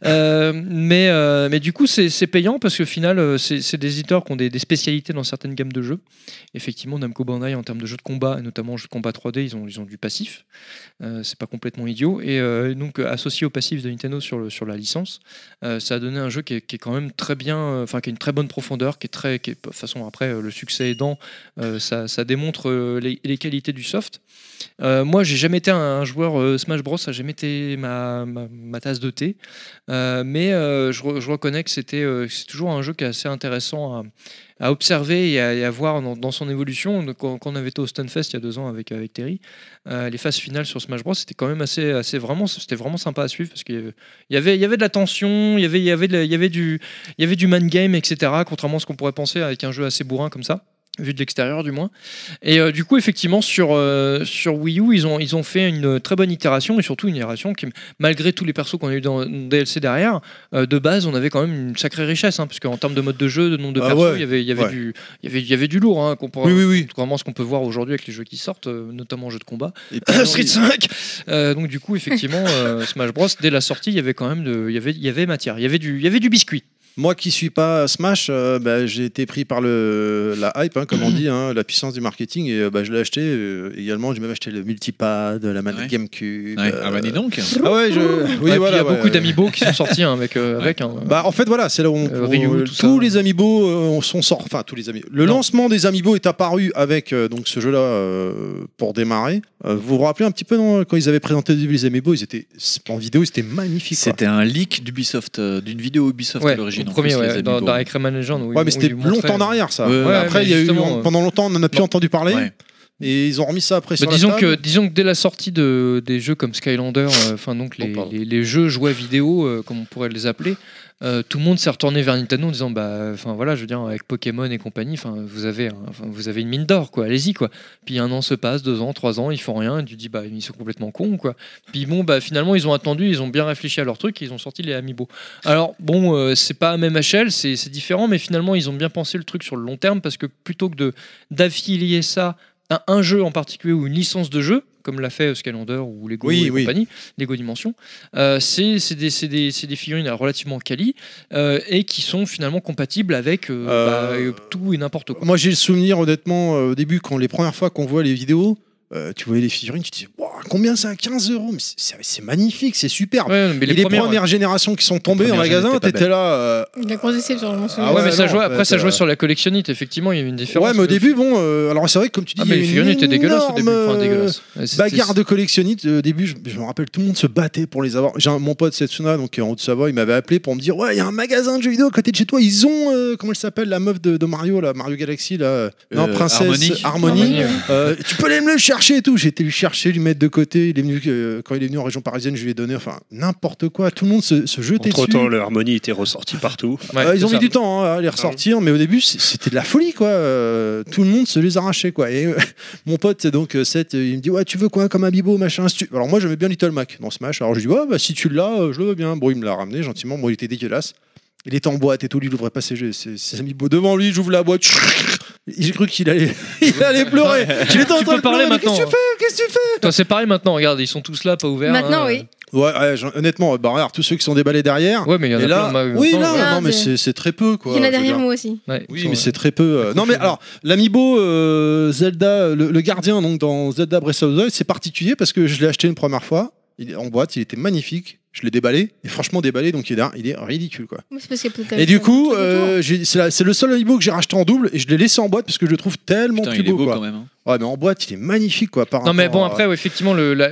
S3: Mais du coup, c'est payant parce qu'au final, c'est des éditeurs qui ont des spécialités dans certaines gammes de jeux. Effectivement, Namco Bandai, en termes de jeux de combat, et notamment jeux de combat 3D, ils ont du passif. C'est pas complètement idiot. Et donc, associé au passif de Nintendo sur la licence, ça a donné un jeu qui est quand même très bien, qui a une très bonne profondeur, de toute façon, après, le succès aidant, ça démontre les qualités du soft. Moi, j'ai jamais été un joueur Smash Bros, ça n'a jamais été ma tasse de thé, mais je reconnais que c'est toujours un jeu qui est assez intéressant à observer et à voir dans son évolution. Donc, quand on avait été au Stunfest il y a 2 ans avec Terry, les phases finales sur Smash Bros, c'était quand même c'était vraiment sympa à suivre parce qu'il y avait de la tension, il y avait du man game, etc. Contrairement à ce qu'on pourrait penser avec un jeu assez bourrin comme ça, vu de l'extérieur du moins. Et du coup, effectivement, sur Wii U, ils ont fait une très bonne itération, et surtout une itération qui, malgré tous les persos qu'on a eu dans le DLC derrière, de base, on avait quand même une sacrée richesse, hein, parce qu'en termes de mode de jeu, de nombre de persos,
S1: ouais.
S3: il y avait du lourd, hein,
S1: Oui.
S3: contrairement à ce qu'on peut voir aujourd'hui avec les jeux qui sortent, notamment en jeux de combat.
S1: Et puis,
S3: Street 5 Donc du coup, effectivement, Smash Bros, dès la sortie, il y avait quand même il y avait matière, il y avait du biscuit.
S1: Moi qui suis pas Smash, j'ai été pris par la hype, comme on dit, la puissance du marketing, et je l'ai acheté également. J'ai même acheté le multipad, la manette GameCube.
S7: dis donc.
S1: Ah ouais, oui,
S3: il
S1: voilà.
S3: y a beaucoup d'amiibo qui sont sortis avec.
S1: En fait, voilà, c'est là où
S3: Ryu,
S1: tous les amiibo sont sortis. Enfin, tous les amiibo. Le lancement des amiibo est apparu avec donc ce jeu-là pour démarrer. Vous vous rappelez un petit peu quand ils avaient présenté les amiibo, ils étaient en vidéo, c'était magnifique.
S5: C'était un leak d'Ubisoft, d'une vidéo Ubisoft à l'origine.
S3: Premier, dans Rayman Legends.
S1: Ouais, mais c'était longtemps en arrière, ça. Après, il y a eu pendant longtemps, on n'en a plus entendu parler. Ouais. Et ils ont remis ça après sur la table.
S3: Disons que dès la sortie des jeux comme Skylander, donc les jeux jouets vidéo, comme on pourrait les appeler, tout le monde s'est retourné vers Nintendo en disant je veux dire, avec Pokémon et compagnie, vous avez une mine d'or, quoi, allez-y, quoi. Puis un an se passe, 2 ans, 3 ans, ils font rien, et tu dis ils sont complètement cons, quoi. Puis finalement ils ont attendu, ils ont bien réfléchi à leur truc, et ils ont sorti les amiibo. Alors c'est pas à la même échelle, c'est différent, mais finalement ils ont bien pensé le truc sur le long terme, parce que plutôt que d'affilier ça à un jeu en particulier ou une licence de jeu, comme l'a fait Skylander ou Lego et compagnie, Lego Dimension, c'est des figurines relativement quali et qui sont finalement compatibles avec tout et n'importe quoi.
S1: Moi j'ai le souvenir honnêtement au début, les premières fois qu'on voit les vidéos, tu voyais les figurines, tu te dis combien ça, 15 €, mais c'est magnifique, c'est superbe.
S3: Ouais, mais
S1: les premières générations qui sont tombées en magasin, t'étais là.
S2: Il a croisé sur le
S3: ça jouait sur la collectionnite, effectivement, il y avait une différence.
S1: Ouais, mais au début, alors c'est vrai que comme tu dis,
S3: les figurines étaient dégueulasses au début.
S1: Bagarre de collectionnite. Au début, je me rappelle, tout le monde se battait pour les avoir. J'ai mon pote Setsuna, donc en Haute-Savoie, il m'avait appelé pour me dire il y a un magasin de jeux vidéo à côté de chez toi, ils ont, comment elle s'appelle, la meuf de Mario, là, Mario Galaxy, là, Princesse Harmony. Tu peux aller me le chercher et tout. J'ai été lui chercher, lui mettre de côté. Il est venu, quand il est venu en région parisienne, je lui ai donné, n'importe quoi. Tout le monde se jetait dessus.
S4: Entre-temps, le Harmony était ressorti partout.
S1: Ils ont mis du temps à les ressortir, mais au début, c'était de la folie, quoi. Tout le monde se les arrachait, quoi. Et mon pote, c'est donc Seth, il me dit tu veux quoi comme amiibo, machin. Alors moi, j'aimais bien Little Mac dans Smash. Alors je lui dis si tu l'as, je le veux bien. Bon, il me l'a ramené gentiment. Bon, il était dégueulasse. Il était en boîte et tout, lui, il n'ouvrait pas ses amiibo devant lui, j'ouvre la boîte. J'ai cru qu'il allait pleurer.
S3: Tu peux parler maintenant.
S1: Qu'est-ce que tu fais
S3: Toi, c'est pareil maintenant, regarde, ils sont tous là, pas ouverts.
S2: Maintenant, oui.
S1: Ouais, honnêtement, regarde, tous ceux qui sont déballés derrière.
S3: Ouais, mais il y en a plein.
S1: Oui, là, mais c'est très peu, quoi.
S2: Il y en a derrière moi aussi.
S1: Oui, mais c'est très peu. Non, mais alors, l'amiibo Zelda, le gardien, donc dans Zelda Breath of the Wild, c'est particulier parce que je l'ai acheté une première fois. Il est en boîte, il était magnifique. Je l'ai déballé, et franchement déballé, donc il est ridicule, quoi. Et du coup, c'est le seul amiibo que j'ai racheté en double, et je l'ai laissé en boîte parce que je le trouve tellement plus beau, quoi.
S7: Quand même, hein.
S1: Ouais, mais en boîte, il est magnifique, quoi.
S3: Non, mais bon, après, effectivement,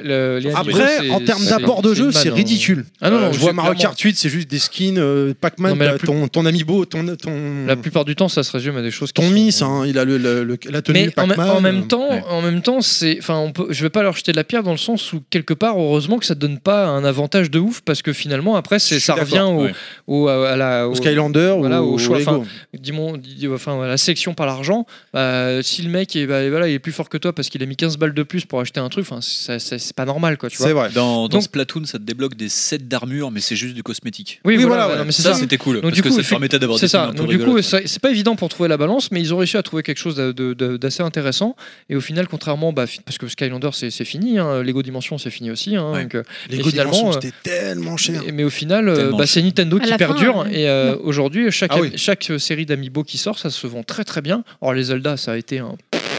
S1: après, en termes d'apport de jeu, c'est ridicule. Je vois Mario Kart 8, c'est juste des skins, Pac-Man, ton amiibo, ton.
S3: La plupart du temps, ça se résume à des choses.
S1: Ton Miss, il a la tenue Pac-Man.
S3: Mais en même temps, c'est, je vais pas leur jeter de la pierre dans le sens où quelque part, heureusement que ça donne pas un avantage de ouf, parce que finalement, après, ça revient
S1: au Skylander,
S3: au choix.
S1: Lego.
S3: À la section par l'argent. Si le mec il est plus fort que toi parce qu'il a mis 15 balles de plus pour acheter un truc, c'est pas normal, quoi, tu vois.
S1: C'est vrai.
S7: Dans Splatoon, ça te débloque des sets d'armure, mais c'est juste du cosmétique.
S3: Oui, voilà. Mais
S7: ça, c'était cool. Donc, parce que ça te permettait d'avoir des
S3: ça. Donc du coup, c'est pas évident pour trouver la balance, mais ils ont réussi à trouver quelque chose d'assez intéressant. Et au final, contrairement, parce que Skylander, c'est fini, Lego Dimension, c'est fini aussi.
S1: Lego Dimension, c'était tellement cher.
S3: Mais au final, c'est Nintendo qui perdure. Et aujourd'hui, chaque série d'amiibo qui sort, ça se vend très très bien. Alors les Zelda, ça a été un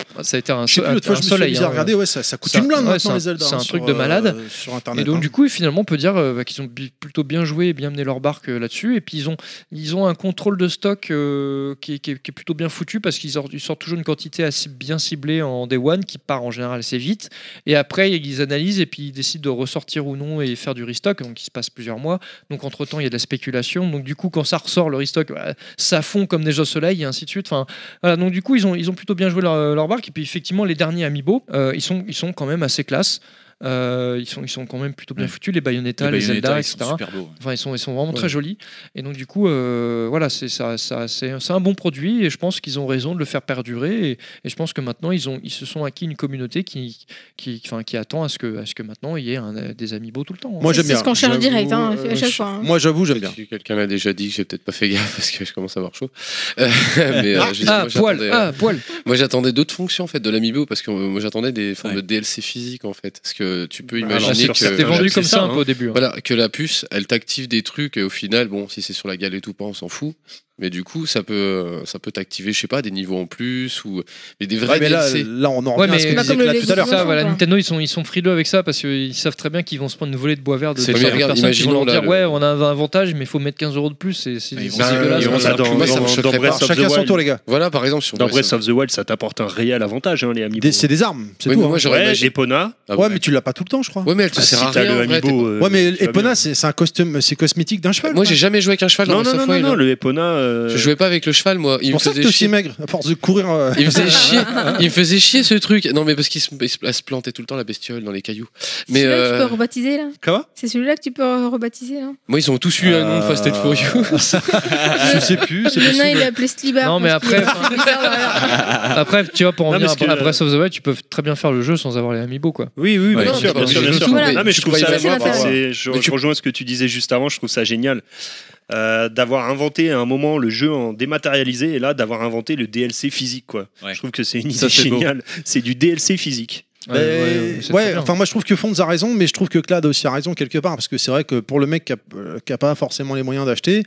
S3: soleil.
S1: Regardez, ça coûte une blinde maintenant, les Zelda.
S3: C'est un truc de malade.
S1: Sur Internet,
S3: et donc, du coup, finalement, on peut dire qu'ils ont plutôt bien joué et bien mené leur barque là-dessus. Et puis, ils ont un contrôle de stock qui est plutôt bien foutu parce qu'ils sortent toujours une quantité assez bien ciblée en Day One qui part en général assez vite. Et après, ils analysent et puis ils décident de ressortir ou non et faire du restock. Donc, il se passe plusieurs mois. Donc, entre-temps, il y a de la spéculation. Donc, du coup, quand ça ressort, le restock, ça fond comme des jeux au soleil et ainsi de suite. Enfin, voilà. Donc, du coup, ils ont plutôt bien joué leur barque. Et puis effectivement, les derniers amiibo, ils sont quand même assez classe. Ils sont quand même plutôt bien foutus, les Bayonetta, les Zelda, etc. Enfin, ils sont vraiment très jolis. Et donc du coup, voilà, c'est un bon produit et je pense qu'ils ont raison de le faire perdurer. Et je pense que maintenant ils se sont acquis une communauté qui attend à ce que maintenant il y ait des amiibo tout le temps.
S1: Moi j'aime bien.
S2: C'est ce qu'on cherche direct à chaque fois.
S1: Moi j'avoue j'aime bien.
S6: Quelqu'un m'a déjà dit que j'ai peut-être pas fait gaffe parce que je commence à avoir chaud.
S3: Poil.
S6: Moi j'attendais d'autres fonctions en fait de l'amiibo parce que moi j'attendais des formes de DLC physiques en fait. Parce que tu peux imaginer que
S3: c'était vendu comme ça un peu au début.
S6: Voilà, que la puce, elle t'active des trucs et au final, bon, si c'est sur la galette ou pas, on s'en fout. Mais du coup, ça peut t'activer, je sais pas, des niveaux en plus ou mais des vrais DLC.
S1: Là, on en revient à ce que disait Clad tout à l'heure.
S3: Ça, voilà, Nintendo, ils sont frileux avec ça parce qu'ils savent très bien qu'ils vont se prendre une volée de bois vert de
S6: personnes
S3: qui vont leur dire ouais, on a un avantage, mais il faut mettre 15 € de plus. C'est
S1: dégueulasse. Chacun son tour, les gars.
S6: Voilà, par exemple,
S4: dans Breath of the Wild, ça t'apporte un réel avantage, les amiibo.
S1: C'est des armes, c'est
S6: tout.
S1: Moi,
S6: j'aurais
S4: Epona.
S1: Ouais, mais tu l'as pas tout le temps, je crois.
S6: Ouais, mais elle te sert à rien.
S1: Ouais, mais Epona, c'est un costume, c'est cosmétique d'un cheval.
S6: Moi, j'ai jamais joué avec un cheval dans Breath of the Wild.
S4: Non, le Epona.
S6: Je jouais pas avec le cheval, moi.
S1: C'est pour ça que t'es aussi maigre, à force de courir.
S6: Il me faisait chier ce truc. Non, mais parce qu'il se plantait tout le temps la bestiole dans les cailloux. Mais
S2: c'est celui-là que tu peux rebaptiser là.
S1: Quoi ?
S2: C'est celui-là que tu peux rebaptiser là.
S6: Moi, ils ont tous eu un nom de Fast and Furious.
S1: Je sais plus.
S2: Le nain, il est appelé Slibar.
S3: Non, mais après, tu vois, pour en venir à Breath of the Wild, tu peux très bien faire le jeu sans avoir les amiibo, quoi.
S4: Oui, bien sûr. Non, mais je trouve ça.
S6: Je
S4: rejoins ce que tu disais juste avant. Je trouve ça génial. D'avoir inventé à un moment le jeu en dématérialisé et là d'avoir inventé le DLC physique quoi. Je trouve que c'est une idée géniale. C'est du DLC physique.
S1: Enfin moi je trouve que Fonz a raison, mais je trouve que Clad aussi a raison quelque part parce que c'est vrai que pour le mec qui a pas forcément les moyens d'acheter,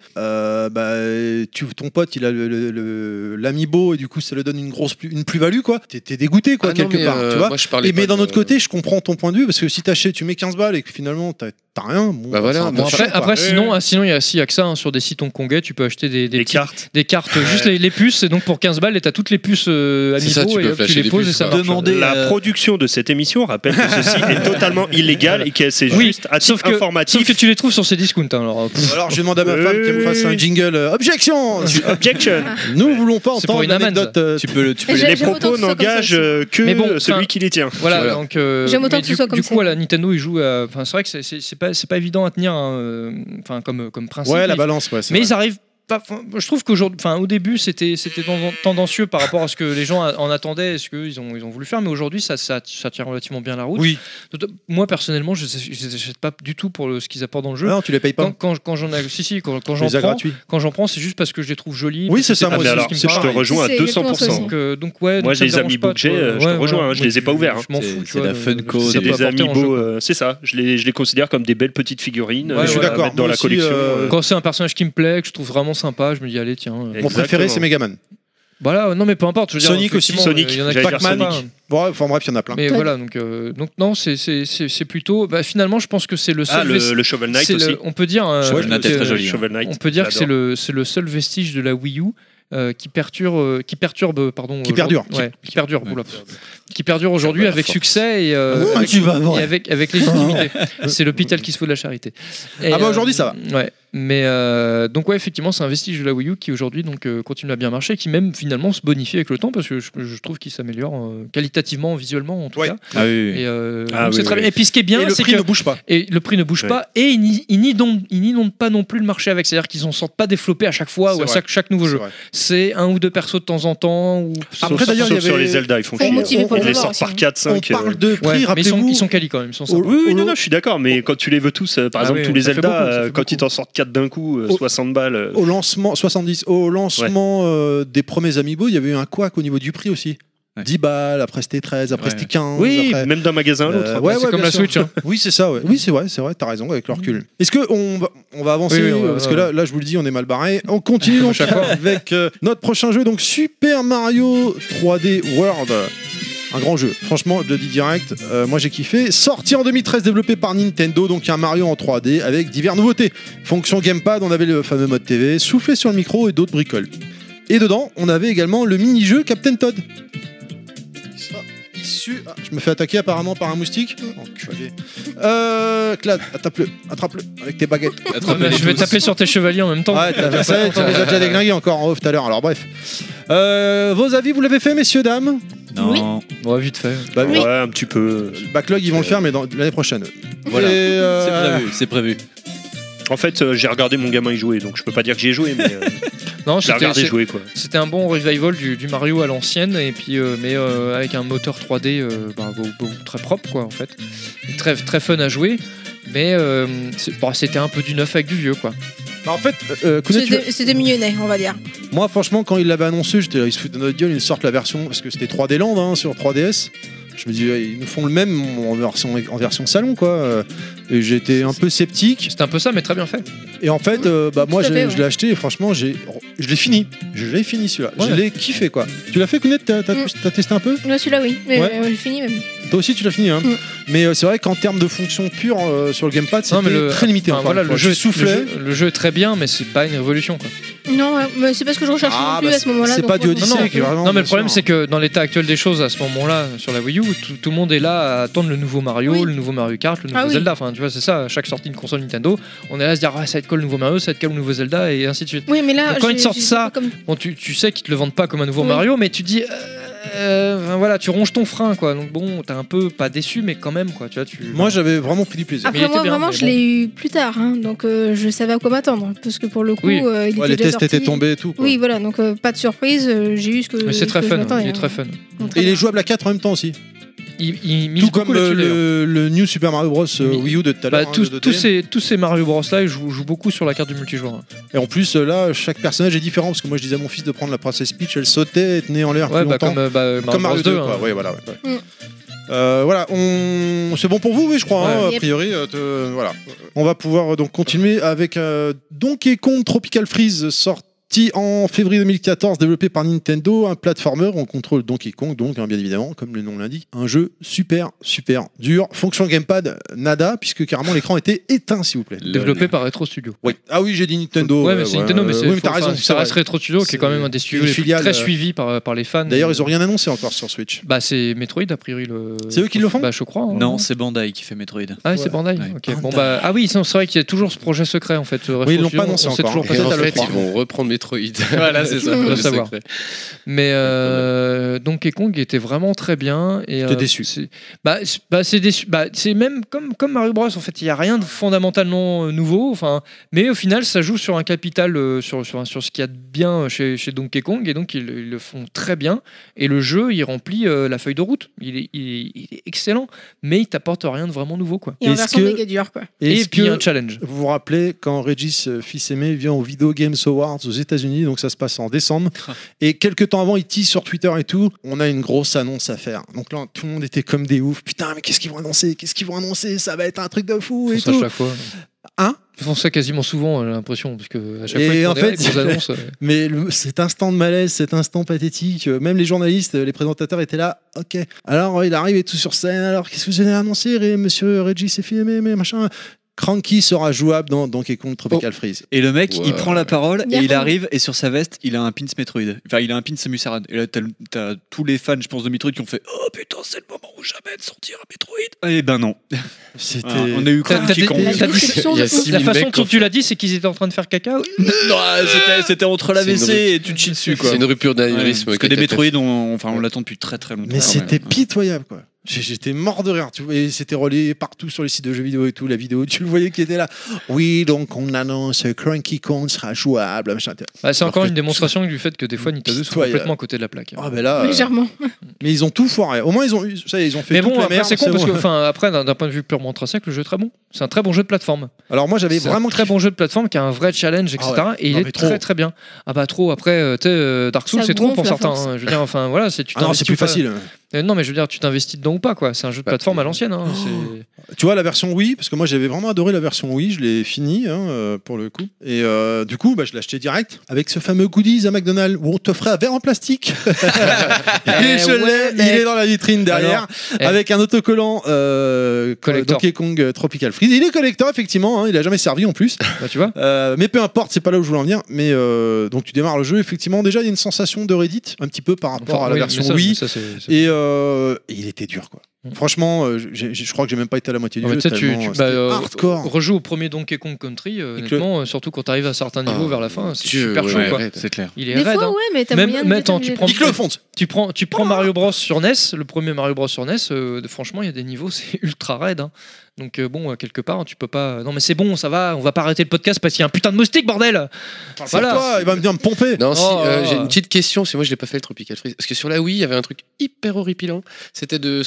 S1: ton pote il a l'amiibo et du coup ça lui donne une plus-value quoi. T'es dégoûté quoi quelque part, tu vois. Mais d'un autre côté, je comprends ton point de vue parce que si t'achètes, tu mets 15 balles et que finalement t'as rien. Bon,
S6: voilà.
S3: Après sinon il y a que ça sur des sites hongkongais, tu peux acheter des cartes, juste les puces et donc pour 15 balles et t'as toutes les puces amiibo et tu les poses et ça marche.
S4: La production de cette émission rappelle que ceci est totalement illégal et que c'est juste à titre informatif.
S3: Sauf que tu les trouves sur ces discounts. Alors
S1: je demande à ma femme qu'elle me fasse un jingle. Objection. Nous voulons pas entendre une anecdote.
S4: Les propos n'engagent que celui qui les tient.
S3: Voilà. Donc
S2: j'aime autant que ce soit comme ça.
S3: Du coup, Nintendo il joue. Enfin, c'est vrai que c'est pas évident à tenir. Enfin, comme principe.
S1: Ouais, la balance.
S3: Mais ils arrivent. Je trouve qu'aujourd'hui, au début, c'était tendancieux par rapport à ce que les gens en attendaient, ce qu'ils ont voulu faire, mais aujourd'hui, ça tient relativement bien la route.
S1: Oui.
S3: Moi, personnellement, je les achète pas du tout pour ce qu'ils apportent dans le jeu.
S1: Non, tu les payes pas.
S3: Quand j'en prends, c'est juste parce que je les trouve jolis.
S1: Oui, c'est ça. Moi
S4: aussi, je te rejoins à 200%. Moi, j'ai les amiibo que j'ai, je te rejoins. Je les ai pas ouverts.
S3: Je m'en fous.
S5: C'est la Funko.
S4: C'est des amiibo. C'est ça. Je les considère comme des belles petites figurines.
S1: Je suis d'accord.
S4: Dans la collection.
S3: Quand c'est un personnage qui me plaît, que je trouve vraiment sympa, je me dis allez tiens.
S1: Mon préféré c'est Megaman.
S3: Voilà, non mais peu importe. Je veux
S1: Sonic aussi.
S4: Sonic.
S1: Il y en a Pac-Man. Bon, enfin bref, il y en a plein.
S3: Mais voilà, donc non, c'est plutôt. Finalement, je pense que c'est le seul.
S4: Le Shovel Knight aussi.
S3: On peut dire.
S5: Shovel Knight est très joli.
S3: On peut dire que c'est le seul vestige de la Wii U. Qui perdure aujourd'hui avec succès et avec légitimité. C'est l'hôpital qui se fout de la charité.
S1: Aujourd'hui ça va.
S3: Ouais. Mais donc effectivement c'est un vestige de la Wii U qui aujourd'hui donc continue à bien marcher, qui même finalement se bonifie avec le temps parce que je trouve qu'il s'améliore qualitativement, visuellement en tout cas.
S5: Ah oui.
S3: Et c'est très bien. Et puis ce qui est bien, c'est que
S1: le prix ne bouge pas.
S3: Et le prix ne bouge pas et ils n'inondent pas non plus le marché avec. C'est-à-dire qu'ils en sortent pas développés à chaque fois ou à chaque nouveau jeu. C'est un ou deux persos de temps en temps ou.
S4: Après d'ailleurs sur les Zelda ils font chier. Ils les sortent par 4-5.
S1: On parle de prix, rappelez-vous.
S3: Ils sont quali quand même.
S4: Oui, non, je suis d'accord. Mais quand tu les veux tous, par exemple tous les Zelda, quand ils t'en sortent 4 d'un coup, 60 balles.
S1: Au lancement, 70. Au lancement des premiers Amiibo, il y avait eu un couac au niveau du prix aussi. 10 balles, après c'était 13, après c'était 15.
S4: Oui,
S1: après...
S4: même d'un magasin à l'autre.
S3: C'est comme la Switch. Hein.
S1: Oui, c'est ça. Ouais. Oui, c'est vrai, t'as raison avec le recul. Est-ce qu'on va avancer parce que là, je vous le dis, on est mal barré. On continue donc avec notre prochain jeu, donc Super Mario 3D World. Un grand jeu, franchement, je le dis direct, moi j'ai kiffé. Sorti en 2013, développé par Nintendo, donc un Mario en 3D avec diverses nouveautés. Fonction gamepad, on avait le fameux mode TV, souffler sur le micro et d'autres bricoles. Et dedans, on avait également le mini-jeu Captain Toad. Je me fais attaquer apparemment par un moustique. Enculé. Clad, attrape-le avec tes baguettes.
S3: Je vais taper sur tes chevaliers en même temps.
S1: Ouais, t'as les as déjà déglingués encore en off tout à l'heure. Alors bref. Vos avis, vous l'avez fait, messieurs, dames?
S5: Non.
S3: Ouais, vite fait.
S4: Ouais, un petit peu.
S1: Le backlog, ils vont le faire, mais l'année prochaine.
S5: Voilà. C'est prévu.
S4: En fait, j'ai regardé mon gamin y jouer, donc je peux pas dire que j'y ai joué, mais
S3: non,
S4: j'ai regardé jouer quoi.
S3: C'était un bon revival du Mario à l'ancienne, et puis mais avec un moteur 3D très propre quoi en fait, très très fun à jouer, mais c'était un peu du neuf avec du vieux quoi.
S1: Bah en fait,
S2: c'était mignonnet, on va dire.
S1: Moi, franchement, quand il l'avait annoncé, ils se foutent de notre gueule, ils sortent la version parce que c'était 3D Land sur 3DS. Je me dis, ils nous font le même en version salon, quoi. Et j'étais un peu sceptique.
S3: C'était un peu ça, mais très bien fait.
S1: Et en fait, moi, je l'ai acheté et franchement, je l'ai fini. Je l'ai fini celui-là.
S3: Ouais.
S1: Je l'ai kiffé, quoi. Tu l'as fait, Kounet? T'as testé un peu?
S2: Là, celui-là, oui. Mais
S1: Ouais.
S2: j'ai fini même.
S1: Toi aussi, tu l'as fini, hein. Mais c'est vrai qu'en termes de fonction pure sur le gamepad, c'était très limité.
S3: Enfin, voilà, le jeu est très bien, mais c'est pas une révolution, quoi.
S2: Non, mais c'est pas ce que je recherchais non plus à ce moment-là.
S1: C'est
S2: donc
S1: pas du
S2: voilà.
S1: Odyssey qui est vraiment.
S3: Non, mais le problème, c'est que dans l'état actuel des choses, à ce moment-là, sur la Wii U, tout le monde est là à attendre le nouveau Mario,
S2: Oui.
S3: le nouveau Mario Kart, le nouveau
S2: oui.
S3: Zelda. Enfin, tu vois, c'est ça. À chaque sortie de console Nintendo, on est là à se dire, ça va être quoi le nouveau Mario, ça va être quoi le nouveau Zelda, et ainsi de suite.
S2: Oui, mais là,
S3: Donc, quand ils te sortent
S2: j'ai
S3: ça,
S2: pas comme-
S3: bon, tu sais qu'ils te le vendent pas comme un nouveau
S2: Oui.
S3: Mario, mais tu dis. Enfin, voilà, tu ronges ton frein, quoi. Donc bon, t'es un peu pas déçu, mais quand même, quoi. Tu vois,
S1: Moi, j'avais vraiment pris du plaisir.
S3: Mais il
S2: Après, moi,
S3: était bien,
S2: vraiment,
S3: mais
S2: je
S3: bon.
S2: l'ai eu plus tard, hein, donc je savais à quoi m'attendre. Parce que pour le coup,
S3: Oui.
S2: il
S1: Ouais,
S2: était
S1: les
S2: déjà
S1: tests étaient
S2: sorti.
S1: tombés et tout, quoi.
S2: Oui, voilà, donc pas de surprise, j'ai eu ce que.
S3: Mais c'est
S2: ce
S3: très
S2: que je
S3: fun,
S2: m'attendais,
S3: il est
S2: hein.
S3: très fun.
S2: Donc, très
S1: Et il est
S2: bien.
S1: jouable à 4 en même temps aussi.
S3: Il mise
S1: Tout
S3: beaucoup
S1: comme
S3: là-dessus, d'ailleurs.
S1: le New Super Mario Bros. Wii U de tout à l'heure.
S3: Bah,
S1: hein,
S3: tous,
S1: de
S3: tous,
S1: 2D.
S3: ces Mario Bros là, ils jouent beaucoup sur la carte du multijoueur.
S1: Et en plus, là, chaque personnage est différent. Parce que moi, je disais à mon fils de prendre la Princess Peach, elle sautait et tenait en l'air
S3: Ouais,
S1: plus
S3: bah,
S1: longtemps.
S3: comme
S1: Mario 2,
S3: hein.
S1: quoi. Ouais, voilà. Ouais.
S2: Mm.
S1: Voilà, c'est bon pour vous, oui, je crois.
S3: Ouais.
S1: Hein, a
S2: Yep.
S1: priori, voilà. On va pouvoir donc continuer avec Donkey Kong Tropical Freeze, sorti en février 2014, développé par Nintendo, un platformer. On contrôle Donkey Kong, donc bien évidemment, comme le nom l'indique, un jeu super dur. Fonction gamepad, nada, puisque carrément l'écran était éteint, s'il vous plaît.
S3: Développé par Retro Studio.
S1: Oui. Ah oui, j'ai dit Nintendo.
S3: Ouais, mais c'est Nintendo, mais c'est
S1: oui, mais t'as raison.
S3: ça reste Retro Studio, qui est quand même un des studios
S1: une
S3: les plus
S1: filiale,
S3: très suivis par les fans.
S1: D'ailleurs, ils ont rien annoncé encore sur Switch.
S3: Bah, c'est Metroid, a priori.
S1: C'est eux qui le font
S3: Bah, je crois. hein.
S7: Non, c'est Bandai qui fait Metroid.
S3: Ah, c'est Bandai.
S7: Ouais.
S3: Ok. Bon, bah, ah oui, c'est vrai qu'il y a toujours ce projet secret, en fait.
S1: Oui, ils l'ont pas annoncé
S3: on sait
S1: encore,
S3: toujours
S1: hein.
S3: pas
S6: Et
S1: Peut-être
S6: en
S1: à le
S6: fait,
S1: croire.
S6: ils vont reprendre Metroid.
S7: Voilà, c'est ça.
S3: le
S6: Le
S3: savoir.
S6: secret.
S3: Mais Donkey Kong était vraiment très bien. Et
S1: T'es déçu.
S3: C'est déçu. Bah, c'est même comme Mario Bros. En fait, il y a rien de fondamentalement nouveau. Enfin, mais au final, ça joue sur un capital sur ce qu'il y a de bien chez Donkey Kong, et donc ils le font très bien. Et le jeu, il remplit la feuille de route. Il est excellent, mais il t'apporte rien de vraiment nouveau, quoi.
S2: Et en
S1: Est-ce
S2: version
S1: que-
S2: méga dure, quoi.
S3: Et
S1: Est-ce
S3: puis
S1: que
S3: un challenge.
S1: vous vous rappelez quand Régis Fils-Aimé vient au Video Games Awards aux États-Unis, donc ça se passe en décembre, et quelques temps avant, il tease sur Twitter et tout, on a une grosse annonce à faire. Donc là, tout le monde était comme des oufs. Putain, mais qu'est-ce qu'ils vont annoncer? Ça va être un truc de fou et
S3: Ils font ça
S1: tout.
S3: à chaque fois.
S1: Hein?
S3: Ils font ça quasiment souvent, j'ai l'impression, parce que à chaque
S1: Et
S3: fois ils font
S1: en
S3: des
S1: fait,
S3: grosses annonces.
S1: Mais cet instant de malaise, cet instant pathétique, même les journalistes, les présentateurs étaient là. Ok. Alors il arrive et tout sur scène. Alors qu'est-ce que vous allez annoncer, monsieur Régis Fils-Aimé, mais machin. Cranky sera jouable dans Donkey Kong Tropical Freeze.
S7: Et le mec, il prend la parole et il
S2: Yahoo.
S7: arrive et sur sa veste, il a un pins Metroid. Enfin, il a un pins Samus Aran. Et là, t'as tous les fans, je pense, de Metroid qui ont fait Oh putain, c'est le moment où jamais de sortir un Metroid. Eh ben non.
S1: C'était.
S7: On a eu
S3: T'as
S7: Cranky
S3: dit-
S7: Kong.
S2: La
S3: t'as dit-
S2: déception
S6: il y a
S2: de ouf.
S6: six-
S3: La
S6: 000
S3: façon
S6: mecs
S3: dont
S6: qui
S3: tu
S6: ont
S3: l'as dit, c'est qu'ils étaient en train de faire caca.
S7: Non, c'était entre la
S6: C'est une
S7: WC et tu te chies dessus, quoi.
S6: C'est une rupture d'anévrisme.
S7: Parce que des Metroid, on l'attend depuis très très longtemps.
S1: Mais
S7: quand
S1: c'était
S7: même.
S1: pitoyable, quoi. J'étais mort de rire, tu vois, et c'était relayé partout sur les sites de jeux vidéo et tout, la vidéo, tu le voyais qui était là. Oui, donc on annonce Cranky Kong sera jouable, machin.
S3: Bah, c'est
S1: Alors
S3: encore
S1: que
S3: une démonstration du fait que des fois Nintendo sont
S1: Pitoyable.
S3: complètement à côté de la plaque.
S1: Ah ben là,
S2: Légèrement.
S1: mais ils ont tout foiré. Au moins ils ont eu, ça, ils ont fait
S3: Mais
S1: toutes
S3: bon,
S1: les
S3: après
S1: merdes,
S3: c'est con
S1: c'est
S3: parce
S1: bon.
S3: que, enfin, après d'un point de vue purement intrinsèque, le jeu est très bon. C'est un très bon jeu de plateforme.
S1: Alors moi j'avais
S3: C'est
S1: vraiment
S3: un très bon jeu de plateforme qui a un vrai challenge, etc.
S1: Ah ouais.
S3: Et il
S1: Non,
S3: est
S1: mais trop.
S3: très très bien. Ah bah trop. Après, tu sais, Dark Souls
S2: Ça
S3: c'est trop pour
S2: gonfle à
S3: certains.
S2: force.
S3: hein. Je veux dire, enfin voilà, c'est tu
S1: Ah non,
S3: t'investis
S1: c'est plus
S3: ou pas.
S1: facile.
S3: Non, mais je veux dire, tu t'investis dedans ou pas, quoi. C'est un jeu de
S6: Bah,
S3: plateforme à l'ancienne. Hein. C'est-
S1: Tu vois la version Wii, parce que moi j'avais vraiment adoré la version Wii, je l'ai fini pour le coup. Et du coup, bah, je l'ai acheté direct avec ce fameux goodies à McDonald's où on t'offrait un verre en plastique. Et je l'ai, il est dans la vitrine derrière,
S3: Alors,
S1: avec un autocollant
S3: Collector.
S1: Donkey Kong Tropical Freeze. Il est collector effectivement, hein, il a jamais servi en plus.
S3: Bah, tu vois.
S1: Mais peu importe, c'est pas là où je voulais en venir. Mais donc tu démarres le jeu, effectivement déjà il y a une sensation de Reddit un petit peu par rapport
S3: Enfin,
S1: à la
S3: oui,
S1: version
S3: mais ça,
S1: Wii.
S3: mais ça, c'est-
S1: Et il était dur quoi. Franchement, je crois que j'ai même pas été à la moitié du
S3: Non, mais
S1: jeu.
S3: tu sais,
S1: Tellement, c'était hardcore.
S3: rejoue au premier Donkey Kong Country, honnêtement, surtout quand tu arrives à certains niveaux vers la fin, c'est super chaud. Quoi.
S7: C'est clair.
S3: Il est
S2: Des
S3: raide.
S2: fois,
S3: hein.
S2: ouais, mais t'as
S3: Même-
S2: moyen de
S3: mais
S2: mettre
S3: attends, tu prends-
S1: Nique-le au fond.
S3: Tu prends Mario Bros sur NES, le premier Mario Bros sur NES, franchement, il y a des niveaux, c'est ultra raide. Hein. Donc bon, quelque part, tu peux pas. Non, mais c'est bon, ça va, on va pas arrêter le podcast parce qu'il y a un putain de moustique, bordel.
S1: Voilà. Toi, il va me dire me pomper.
S6: Non, si,
S3: Oh.
S6: j'ai une petite question, c'est moi je l'ai pas fait le Tropical Freeze. Parce que sur la Wii, il y avait un truc hyper horripilant, c'était de sauter comme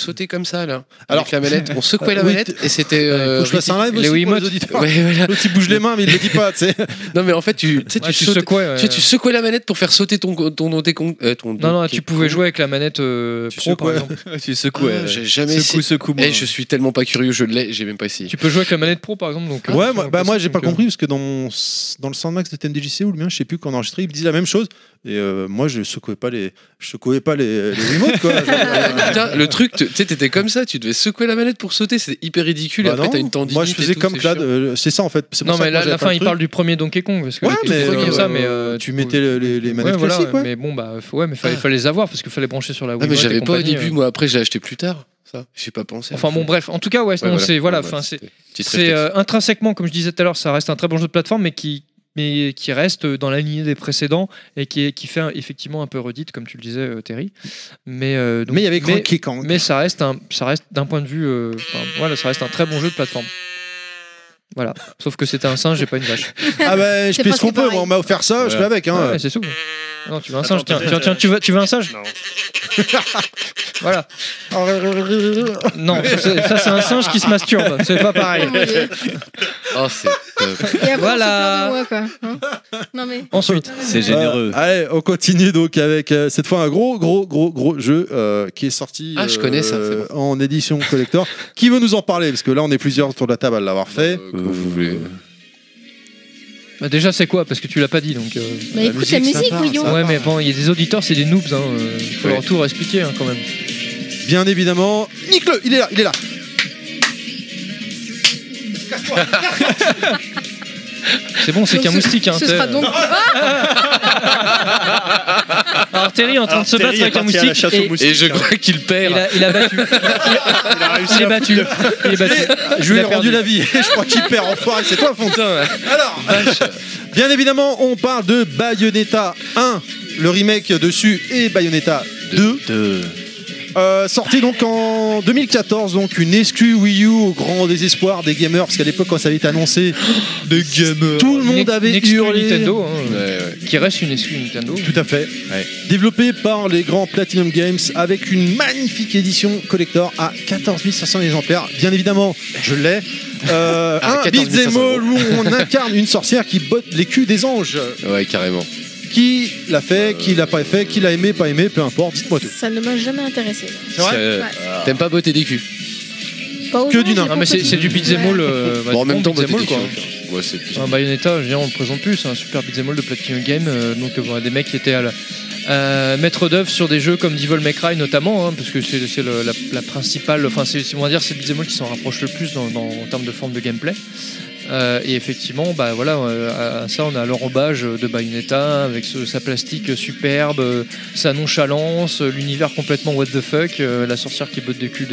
S6: comme ça là.
S1: Alors,
S6: Avec la manette, on secouait la manette et c'était.
S1: Faut que je fasse un live
S3: les
S1: aussi pour les
S3: Wiimotes.
S1: auditeurs.
S6: Ouais, voilà.
S1: L'autre il bouge les mains mais il le dit pas, tu sais.
S6: Non mais en fait tu
S3: secouais.
S6: tu secouais la manette pour faire sauter ton
S3: Non, tu pouvais jouer avec la manette pro par exemple.
S5: Tu secouais.
S6: J'ai jamais essayé.
S5: Secoue.
S6: Je suis tellement pas curieux, je l'ai, j'ai même pas essayé.
S3: Tu peux jouer avec la manette pro par exemple. Donc,
S1: Ouais, moi j'ai pas compris parce que dans le Soundmax de TMDJC ou le mien, je sais plus, quand on a enregistré, ils me disent la même chose. Et moi je secouais pas les Wiimotes quoi.
S6: Putain, le truc, tu sais, t'étais comme ça, tu devais secouer la manette pour sauter, c'est hyper ridicule. Et après t'as une tendinite.
S1: Moi je faisais comme Clad, c'est ça en fait.
S3: Non mais là, la fin il parle du premier Donkey Kong parce que
S1: tu mettais les manettes classiques.
S3: Mais bon bah mais fallait les avoir parce qu'il fallait brancher sur la Wiimote.
S6: Mais j'avais pas au début, moi après j'ai acheté plus tard. Ça, j'ai pas pensé.
S3: Enfin bon bref, en tout cas c'est intrinsèquement comme je disais tout à l'heure, ça reste un très bon jeu de plateforme mais qui reste dans la lignée des précédents et qui fait effectivement un peu redite comme tu le disais Terry. Mais il
S1: y avait Cranky Kang.
S3: Mais ça reste d'un point de vue ça reste un très bon jeu de plateforme. Voilà, sauf que c'était un singe et pas une vache.
S1: Ah bah je fais ce qu'on peut, on m'a offert ça, je fais avec hein.
S3: Ouais, c'est tout. Non, tu veux un singe, tiens, tu veux un singe?
S4: Non.
S3: Voilà. Non, ça c'est un singe qui se masturbe, c'est pas pareil.
S6: Oh, c'est top.
S2: Et après,
S3: Voilà.
S2: on se plaint de moi, quoi. Non mais.
S3: Ensuite,
S5: c'est généreux.
S1: Allez, on continue donc avec cette fois un gros jeu qui est sorti
S6: je connais ça, c'est bon.
S1: en édition collector. Qui veut nous en parler? Parce que là on est plusieurs autour de la table à l'avoir fait.
S6: Comme vous voulez.
S3: bah déjà c'est quoi? Parce que tu l'as pas dit donc.
S2: Bah écoute la musique, Guillaume.
S3: Ouais mais bon, il y a des auditeurs, c'est des noobs, hein. Faut leur tout expliquer quand même.
S1: Bien évidemment, nique-le, il est là.
S3: C'est bon, c'est qu'un moustique. Hein,
S2: ce sera donc.
S3: Alors Terry est en train de se battre avec un moustique
S6: et je crois qu'il perd.
S3: Il a battu. Il est battu.
S1: Je lui ai rendu la vie. Je crois qu'il perd. Enfoiré, c'est toi, Fontaine. Alors, bien évidemment, on parle de Bayonetta 1, le remake dessus, et Bayonetta 2. Sorti donc en 2014, donc une exclue Wii U au grand désespoir des gamers, parce qu'à l'époque quand ça avait été annoncé, tout le monde avait hurlé.
S3: Nintendo, qui reste une exclue Nintendo.
S1: Tout à fait. Développé par les grands Platinum Games avec une magnifique édition collector à 14 500 exemplaires. Bien évidemment, je l'ai. Un beat'em all où on incarne une sorcière qui botte les culs des anges.
S6: Ouais, carrément.
S1: Qui l'a fait, qui l'a pas fait, qui l'a aimé, pas aimé, peu importe, dites-moi tout.
S2: Ça ne m'a jamais intéressé.
S1: C'est vrai
S6: T'aimes pas botter des culs?
S2: Pas
S1: que du nain.
S3: Non mais c'est du beat'em all.
S6: En même temps,
S3: beat'em all quoi.
S6: Ouais, c'est plus.
S3: Un Bayonetta, je veux dire, on le présente plus, c'est un super beat'em all de Platinum Game, donc des mecs qui étaient maître d'œuvre sur des jeux comme Devil May Cry notamment, parce que c'est la principale, enfin on va dire c'est le beat'em all qui s'en rapproche le plus en termes de forme de gameplay. Et effectivement, bah voilà, à ça on a l'enrobage de Bayonetta avec sa plastique superbe, sa nonchalance, l'univers complètement what the fuck, la sorcière qui botte le cul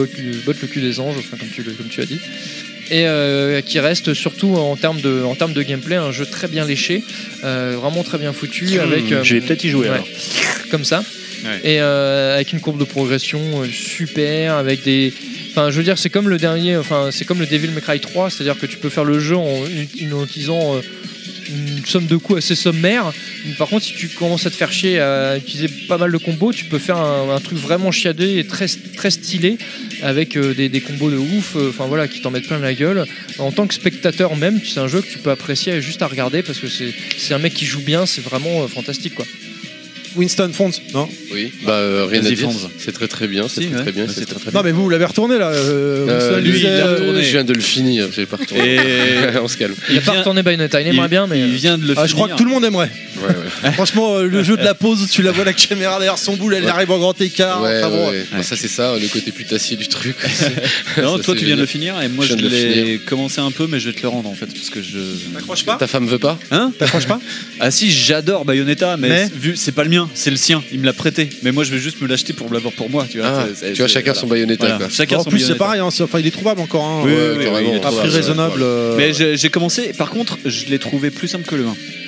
S3: des anges, enfin comme tu as dit. Et qui reste surtout en termes de gameplay un jeu très bien léché, vraiment très bien foutu avec.
S4: Je vais peut-être y jouer alors.
S3: Comme ça. Ouais. Et avec une courbe de progression super, avec des. Enfin, je veux dire, c'est comme le dernier, c'est comme le Devil May Cry 3, c'est-à-dire que tu peux faire le jeu en utilisant une somme de coups assez sommaire. Par contre, si tu commences à te faire chier à utiliser pas mal de combos, tu peux faire un truc vraiment chiadé et très, très stylé avec des combos de ouf, qui t'en mettent plein la gueule. En tant que spectateur même, c'est un jeu que tu peux apprécier juste à regarder parce que c'est un mec qui joue bien, c'est vraiment fantastique quoi.
S1: Winston Fonds, non?
S6: Oui, rien à dire. C'est très très bien, c'est très bien.
S1: Non mais vous l'avez retourné là.
S6: Lui, il l'a retourné. Je viens de le finir, j'ai pas retourné. On se calme.
S3: Il a pas retourné Bayonetta, il aimerait bien, mais
S5: il vient de le finir.
S1: Je crois que tout le monde aimerait.
S6: Ouais.
S1: Franchement, le jeu de la pause, tu la vois la caméra derrière son boule, elle arrive en grand écart.
S6: Ça c'est ça, le côté putassier du truc.
S5: Non, toi tu viens de le finir et moi je l'ai commencé un peu, mais je vais te le rendre en fait parce que je.
S1: T'accroches pas?
S6: Ta femme veut pas?
S5: Hein?
S1: T'accroches pas?
S5: Ah si, j'adore Bayonetta, mais vu c'est pas le mien. C'est le sien, il me l'a prêté. Mais moi je vais juste me l'acheter pour l'avoir pour moi. Tu vois,
S6: tu vois chacun son Bayonetta.
S1: En plus c'est pareil, il est trouvable encore.
S5: Oui,
S1: il est à prix raisonnable.
S5: Mais j'ai commencé, par contre je l'ai trouvé plus simple que le 1.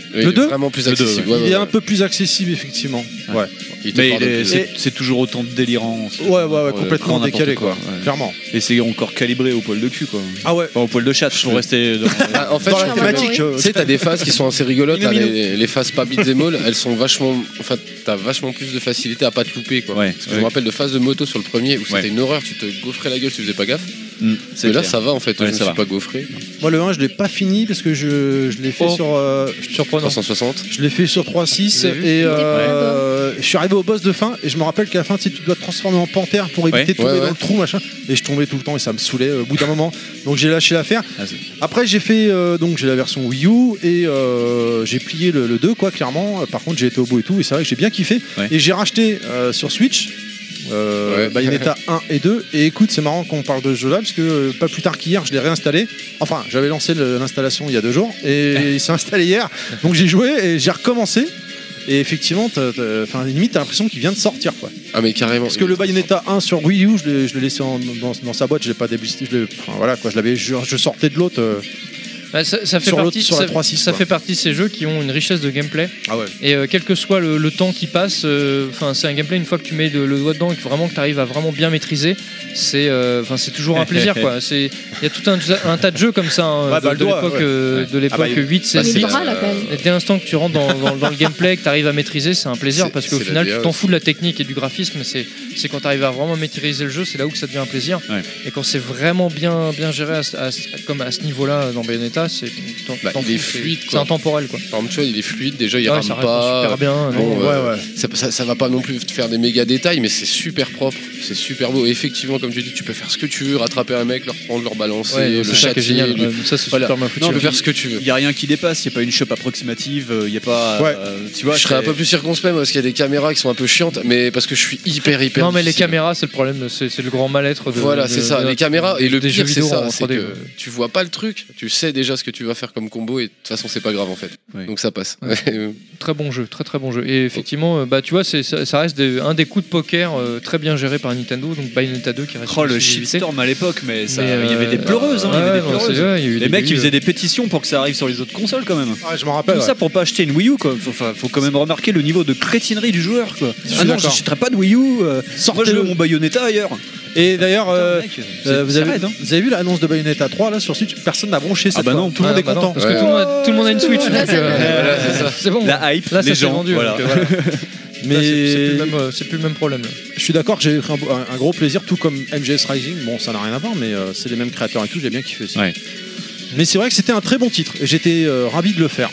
S1: Le 2
S6: vraiment plus
S5: Le 2,
S6: accessible.
S1: Il est un peu plus accessible, effectivement. Ouais,
S6: Il te
S5: Mais
S6: pardonne plus.
S5: c'est toujours autant délirant.
S1: ouais, complètement
S5: n'importe
S1: décalé,
S5: quoi.
S1: quoi.
S5: Ouais.
S1: Clairement.
S5: Et c'est encore calibré au poil de cul, quoi.
S1: Ah ouais.
S5: Enfin, au poil de chatte, pour rester dans...
S6: Ah, en fait,
S1: Dans la
S2: Normalement,
S1: thématique.
S2: oui.
S6: tu sais, t'as des phases qui sont assez rigolotes. Là,
S1: Minou.
S6: les phases pas beat'em all, elles sont vachement. Enfin, t'as vachement plus de facilité à pas te louper, quoi.
S5: Ouais,
S6: Parce que je me rappelle de phases de moto sur le premier où c'était
S5: Ouais.
S6: une horreur, tu te gaufrais la gueule si tu faisais pas gaffe.
S5: C'est
S6: Mais là,
S5: clair.
S6: ça va en fait,
S5: Ouais,
S6: je me
S5: ça
S6: suis
S5: va.
S6: pas gaufré.
S1: Moi, le 1, je l'ai pas fini parce que je l'ai fait
S3: Oh. Surprenant.
S6: 360.
S1: Je l'ai fait sur 3.6
S3: Vous avez vu
S1: et
S2: T'es
S1: je suis arrivé au boss de fin et je me rappelle qu'à la fin tu dois te transformer en panthère pour éviter
S5: Ouais.
S1: de tomber
S6: Ouais,
S1: dans
S6: ouais.
S1: le trou machin et je tombais tout le temps et ça me saoulait au bout d'un moment donc j'ai lâché l'affaire.
S5: Ah, c'est-
S1: Après j'ai fait donc j'ai la version Wii U et j'ai plié le 2 quoi clairement. Par contre j'ai été au bout et tout et c'est vrai que j'ai bien kiffé
S5: Ouais.
S1: et j'ai racheté sur Switch
S6: Ouais.
S1: Bayonetta 1 et 2 et écoute c'est marrant qu'on parle de ce jeu là parce que pas plus tard qu'hier je l'ai réinstallé, enfin j'avais lancé l'installation il y a 2 jours et il s'est installé hier donc j'ai joué et j'ai recommencé et effectivement enfin limite t'as l'impression qu'il vient de sortir quoi
S6: Ah, mais carrément.
S1: parce que le Bayonetta 1 sur Wii U je l'ai laissé dans sa boîte, je l'ai pas débusté, enfin, voilà quoi, je sortais de l'autre
S3: Bah, ça fait
S1: Sur
S3: partie,
S1: l'autre- sur la
S3: ça,
S1: 3.6,
S3: ça
S1: quoi.
S3: fait partie de ces jeux qui ont une richesse de gameplay.
S1: ah ouais
S3: Et quel que soit le temps qui passe, c'est un gameplay, une fois que tu mets le doigt dedans et que vraiment que tu arrives à vraiment bien maîtriser, c'est toujours un plaisir quoi. Il y a tout un tas de jeux comme ça hein,
S1: Ouais, bah,
S3: de
S1: le doigt,
S3: l'époque
S1: ouais.
S3: de l'époque
S1: Ah, bah,
S3: 8, 16,
S2: Mais
S3: 6.
S2: le bras, là, quand même.
S3: Et dès l'instant que tu rentres dans le gameplay, que tu arrives à maîtriser, c'est un plaisir
S6: C'est-
S3: parce qu'au
S6: c'est la
S3: final
S6: DA
S3: tu t'en
S6: aussi.
S3: fous de la technique et du graphisme, c'est quand tu arrives à vraiment maîtriser le jeu, c'est là où que ça devient un plaisir.
S5: Ouais.
S3: Et quand c'est vraiment bien géré comme à ce niveau-là dans Bayonetta, c'est
S6: Bah,
S3: t'en
S6: il est
S3: fous,
S6: fluide,
S3: c'est
S6: quoi.
S3: intemporel quoi.
S6: Par exemple, tu vois, il est fluide, déjà, il
S3: Ouais,
S6: rame
S3: ça
S6: pas.
S3: super bien.
S6: Bon,
S3: non,
S1: ouais.
S6: Ça va pas non plus te faire des méga détails, mais c'est super propre, c'est super beau. Et effectivement, comme tu dis, tu peux faire ce que tu veux, rattraper un mec, leur prendre, leur balancer,
S3: Ouais,
S6: le
S3: c'est ça qui est
S6: châtier.
S3: génial.
S6: lui-
S3: Ouais, ça c'est
S6: Voilà.
S3: super bien foutu.
S6: Tu peux faire ce que tu veux.
S5: Il n'y a rien qui dépasse, il n'y a pas une shop approximative, il n'y a pas.
S1: Ouais.
S5: Tu vois,
S6: Je serais un
S5: c'est-
S6: peu plus circonspect moi, parce qu'il y a des caméras qui sont un peu chiantes, mais parce que je suis hyper
S3: Non mais les
S6: difficile.
S3: caméras c'est le problème, c'est le grand mal-être de.
S6: Voilà, c'est ça, les caméras. Et le
S3: des jeux
S6: pire, c'est
S3: vidéo
S6: ça,
S3: en
S6: c'est
S3: 3D,
S6: que
S3: ouais.
S6: tu vois pas le truc, tu sais déjà ce que tu vas faire comme combo, et de toute façon, c'est pas grave en fait.
S5: Ouais.
S6: Donc ça passe.
S3: Très bon jeu, très bon jeu. Et effectivement, bah tu vois, ça reste un des coups de poker très bien géré par Nintendo, donc Bayonetta 2 qui reste.
S5: Oh
S3: une
S5: le
S3: exclusivité.
S5: shitstorm à l'époque, mais ça,
S3: Mais,
S5: il y avait des pleureuses, hein, il y avait
S3: ouais,
S5: des
S3: non,
S5: pleureuses.
S3: c'est vrai, il y a eu
S5: Les
S3: des
S5: mecs ils
S3: débuts,
S5: faisaient des pétitions pour que ça arrive sur les autres consoles quand même.
S1: je me rappelle
S5: Tout
S1: ouais.
S5: ça pour pas acheter une Wii U quoi. Faut quand même remarquer le niveau de crétinerie du joueur quoi.
S1: suis
S5: Ah non,
S1: d'accord.
S5: j'achèterai pas de Wii U. Moi je
S1: Sortez-le.
S5: veux mon Bayonetta ailleurs.
S1: et d'ailleurs
S5: Putain, mec,
S1: vous,
S5: c'est
S1: avez,
S5: raide, hein.
S1: vous avez vu l'annonce de Bayonetta 3 là sur Switch, personne n'a bronché cette
S5: bah
S1: fois.
S5: non.
S1: Tout le monde est
S3: bah non,
S1: content
S3: parce que
S6: Ouais.
S3: tout le monde a une Switch.
S2: Là,
S3: donc,
S2: ça-
S6: Voilà, c'est ça.
S3: c'est bon.
S5: La hype,
S3: Là, ça
S5: les
S3: s'est
S5: gens,
S3: vendu.
S5: voilà.
S3: donc, voilà.
S1: mais
S3: Là, c'est plus le même problème. là.
S1: je suis d'accord que j'ai pris un gros plaisir tout comme MGS Rising, bon ça n'a rien à voir mais c'est les mêmes créateurs et tout, j'ai bien kiffé aussi.
S5: Ouais.
S1: Mais c'est vrai que c'était un très bon titre et j'étais ravi de le faire.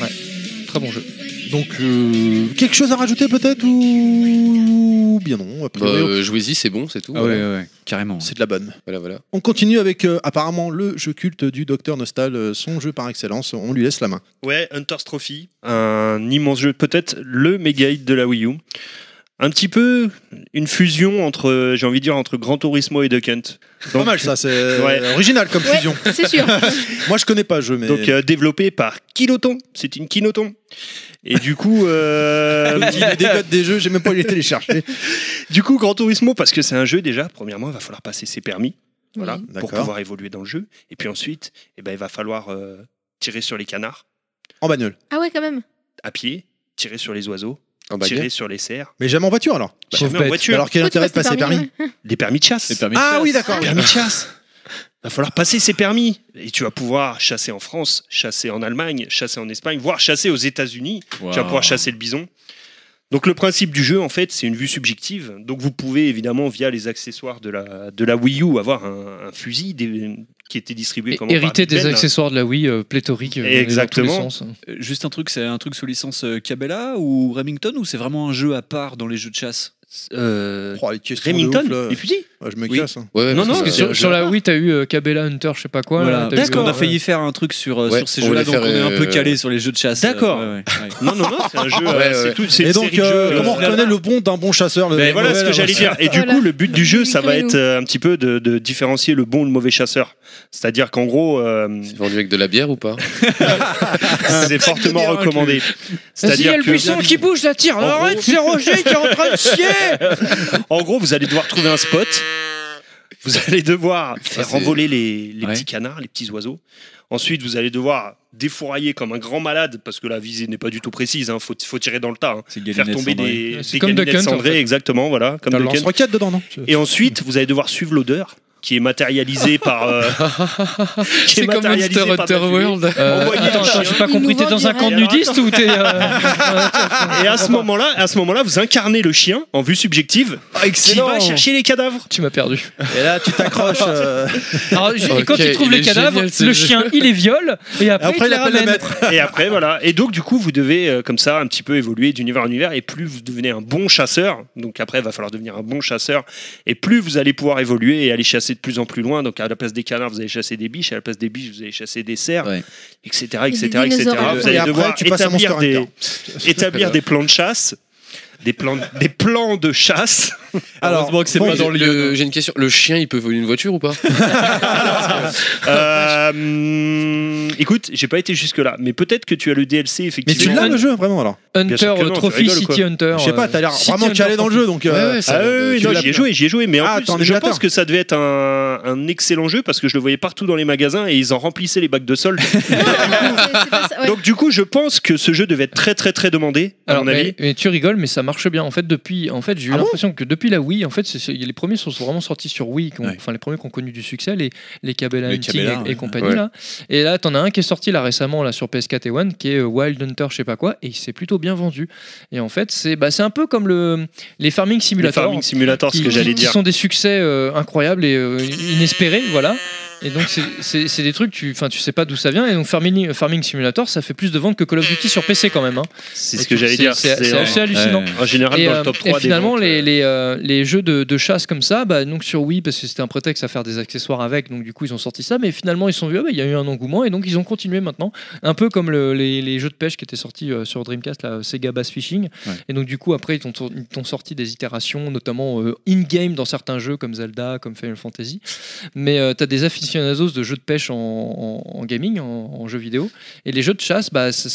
S3: Très bon jeu.
S1: Donc quelque chose à rajouter peut-être ou bien non a
S6: Bah,
S1: priori,
S6: jouez-y, c'est bon, c'est tout.
S5: Ah ouais, carrément.
S1: c'est de la bonne.
S6: Voilà.
S1: On continue avec apparemment le jeu culte du Docteur Nostal, son jeu par excellence, on lui laisse la main.
S4: Ouais, Hunter's Trophy, un immense jeu, peut-être le méga hit de la Wii U. Un petit peu une fusion entre, j'ai envie de dire, entre Gran Turismo et Duck Hunt.
S1: Pas mal ça, c'est
S4: Ouais.
S1: original comme
S2: Ouais,
S1: fusion.
S2: c'est sûr.
S1: Moi je connais pas le jeu mais
S4: Donc développé par Kiloton, c'est une Kinoton. Et du coup,
S1: l'outil de dégote des jeux, j'ai même pas eu les télécharger.
S4: du coup, Gran Turismo, parce que c'est un jeu déjà, premièrement, il va falloir passer ses permis. Voilà,
S2: Oui.
S4: pour
S1: D'accord.
S4: pouvoir évoluer dans le jeu. Et puis ensuite, il va falloir tirer sur les canards
S1: En bagnole.
S2: Ah ouais, quand même.
S4: à pied, tirer sur les oiseaux,
S6: En
S4: tirer
S6: baguette.
S4: sur les cerfs.
S1: Mais jamais en voiture alors.
S4: Bah,
S3: Pauvre
S4: jamais en
S3: bête.
S4: voiture.
S1: Alors quel
S2: Pourquoi
S1: intérêt de
S2: tu passes
S1: passer
S2: tes
S1: permis
S4: Les permis de chasse.
S5: Les permis de
S1: Ah
S5: chasse.
S1: oui d'accord.
S4: Permis de chasse. Il va falloir passer ses permis. Et tu vas pouvoir chasser en France, chasser en Allemagne, chasser en Espagne, voire chasser aux États-Unis.
S5: Wow.
S4: Tu vas pouvoir chasser le bison. Donc le principe du jeu, en fait, c'est une vue subjective. Donc vous pouvez évidemment, via les accessoires de la Wii U, avoir un fusil qui était distribué comme
S3: Hériter des accessoires de la Wii pléthoriques.
S4: Exactement.
S3: Dans tous les sens.
S5: Juste un truc, c'est un truc sous licence Cabela ou Remington ou c'est vraiment un jeu à part dans les jeux de chasse?
S1: Oh, les questions de
S4: Remington,
S1: ouf, là.
S4: les fusils.
S1: Ouais, je me
S5: Oui.
S1: casse. Hein.
S6: Ouais,
S4: Non,
S6: parce
S4: non,
S6: que
S3: Parce
S6: c'est
S3: que
S6: un
S3: sur
S6: jeu.
S3: la Wii, t'as eu Cabela Hunter, je sais pas quoi.
S5: Voilà.
S3: là, t'as
S5: Parce
S3: eu,
S5: qu'on a
S3: ouais.
S5: failli faire un truc sur
S6: Ouais,
S5: ces
S6: on
S5: jeux-là,
S6: voulait
S5: donc on est
S6: faire,
S5: un peu calé sur les jeux de chasse.
S4: D'accord.
S5: Ouais.
S4: Non, c'est un jeu.
S6: Ouais,
S4: c'est
S6: ouais.
S4: tout- c'est
S1: Et
S4: une
S1: donc
S4: série de jeux,
S1: comment on reconnaît le bon d'un bon chasseur le
S4: Mais voilà
S1: mauvais,
S4: ce que
S1: là,
S4: j'allais dire. Et du
S2: Voilà.
S4: coup, le but du jeu, ça va
S2: Écrivez-nous.
S4: être un petit peu de différencier le bon ou le mauvais chasseur. C'est-à-dire qu'en gros,
S6: C'est vendu avec de la bière ou pas?
S4: c'est fortement
S5: bien
S4: recommandé.
S3: Vas-y,
S4: C'est-à-dire
S3: il y a le
S4: que,
S3: buisson qui bouge, la tire.
S4: En
S3: Arrête,
S4: gros-
S3: c'est Roger qui est en train de chier.
S4: en gros, vous allez devoir trouver un spot. vous allez devoir faire
S6: c'est-
S4: envoler les
S5: Ouais.
S4: petits canards, les petits oiseaux. Ensuite, vous allez devoir défourailler comme un grand malade, parce que la visée n'est pas du tout précise, hein, faut tirer dans le tas. Hein.
S5: C'est
S4: Faire
S5: Galinette
S4: tomber
S5: cendrée.
S3: C'est
S4: des
S3: comme
S4: galinettes
S3: Duck Hunt, en
S4: cendrées,
S3: fait.
S4: exactement, voilà, comme
S1: T'as le
S4: Duck Hunt.
S1: lance-roquette dedans, non
S4: Et ensuite, vous allez devoir suivre l'odeur qui est matérialisée par. Qui est
S6: C'est comme
S4: matérialisée
S6: Monster
S4: par de la
S6: Hunter
S4: fumée.
S6: World.
S4: Envoyé dans le
S3: Attends,
S4: chien.
S3: j'ai pas
S2: Il
S3: compris,
S2: nous
S3: t'es
S2: vend
S3: dans
S2: du
S3: un camp
S2: rêve.
S3: nudiste ou t'es.
S4: Et à ce moment-là, vous incarnez le chien en vue subjective qui va chercher les cadavres.
S3: Tu m'as perdu.
S1: Et là, tu t'accroches.
S3: Alors, et quand
S6: Ok,
S3: il trouve
S6: il
S3: les
S6: est
S3: cadavres,
S6: génial, ce
S3: le
S6: jeu.
S3: chien, il les viole et après,
S1: Après, il
S3: les
S1: appelle le
S3: ramène.
S1: maître.
S4: Et après, voilà. Et donc, du coup, vous devez, comme ça, un petit peu évoluer d'univers en univers. Et plus vous devenez un bon chasseur, donc après, il va falloir devenir un bon chasseur. Et plus vous allez pouvoir évoluer et aller chasser de plus en plus loin. Donc, à la place des canards, vous allez chasser des biches. À la place des biches, vous allez chasser des cerfs,
S5: Ouais.
S4: etc.,
S2: Et
S4: etc.,
S2: des
S4: etc.
S2: dinosaures.
S4: Vous allez
S1: Et après,
S4: devoir
S1: tu passes à
S4: établir
S1: Monster
S4: établir des plans de chasse. Des plans de chasse.
S1: Alors,
S5: Heureusement que c'est
S1: bon,
S5: pas dans le lieu.
S6: J'ai une question. Le chien, il peut voler une voiture ou pas?
S4: Écoute, j'ai pas été jusque là, mais peut-être que tu as le DLC
S1: Mais
S4: effectivement.
S1: tu l'as le jeu, vraiment alors
S4: Bien
S3: Hunter
S4: sûr que non, tu
S3: Trophy
S4: rigoles ou
S3: City
S4: quoi
S3: Hunter.
S1: Je sais pas, t'as l'air
S3: City
S1: vraiment
S3: Hunter
S1: calé dans le
S3: Trophy.
S1: jeu, donc.
S6: Ouais, ouais, ça-
S4: Ah oui,
S1: tu
S4: non,
S1: l'as
S4: j'y ai joué, mais en
S1: Ah,
S4: plus,
S1: t'es en
S4: je
S1: émulateur.
S4: pense que ça devait être un excellent jeu parce que je le voyais partout dans les magasins et ils en remplissaient les bacs de solde.
S2: Non, c'est pas ça, ouais.
S4: Donc du coup, je pense que ce jeu devait être très très très demandé, à
S3: Alors,
S4: mon avis.
S3: mais tu rigoles, mais ça marche bien. En fait, j'ai eu
S1: Ah bon
S3: l'impression que depuis la Wii, en fait, les premiers sont vraiment sortis sur Wii,
S5: Ouais.
S3: enfin les premiers qui ont connu du succès, les Cabela
S5: Les
S3: Hunting
S5: Cabela,
S3: et
S5: ouais.
S3: compagnie
S6: Ouais.
S3: là. Et là, t'en as un qui est sorti là récemment là sur PS4 et One, qui est Wild Hunter, je sais pas quoi, et il s'est plutôt bien vendu. Et en fait, c'est un peu comme les Farming
S4: Les
S3: Simulator.
S4: Farming Simulator, ce que j'allais
S3: qui
S4: dire.
S3: sont des succès incroyables et inespérés, voilà. Et donc c'est des trucs, tu sais pas d'où ça vient. Et donc Farming Simulator, ça fait plus de ventes que Call of Duty sur PC quand même. Hein.
S4: C'est
S3: Et
S4: ce que j'allais dire.
S3: C'est assez hallucinant.
S5: Ouais.
S4: En général,
S3: Et,
S4: dans le top 3
S3: et finalement,
S4: des ventes,
S3: les jeux de chasse comme ça, donc sur Wii, parce que c'était un prétexte à faire des accessoires avec, donc du coup ils ont sorti ça, mais finalement ils se sont vus, il y a eu un engouement, et donc ils ont continué maintenant, un peu comme les jeux de pêche qui étaient sortis sur Dreamcast, là, Sega Bass Fishing,
S5: Ouais.
S3: et donc du coup après ils t'ont sorti des itérations, notamment in-game dans certains jeux comme Zelda, comme Final Fantasy, mais t'as des aficionados de jeux de pêche en gaming, en jeux vidéo, et les jeux de chasse,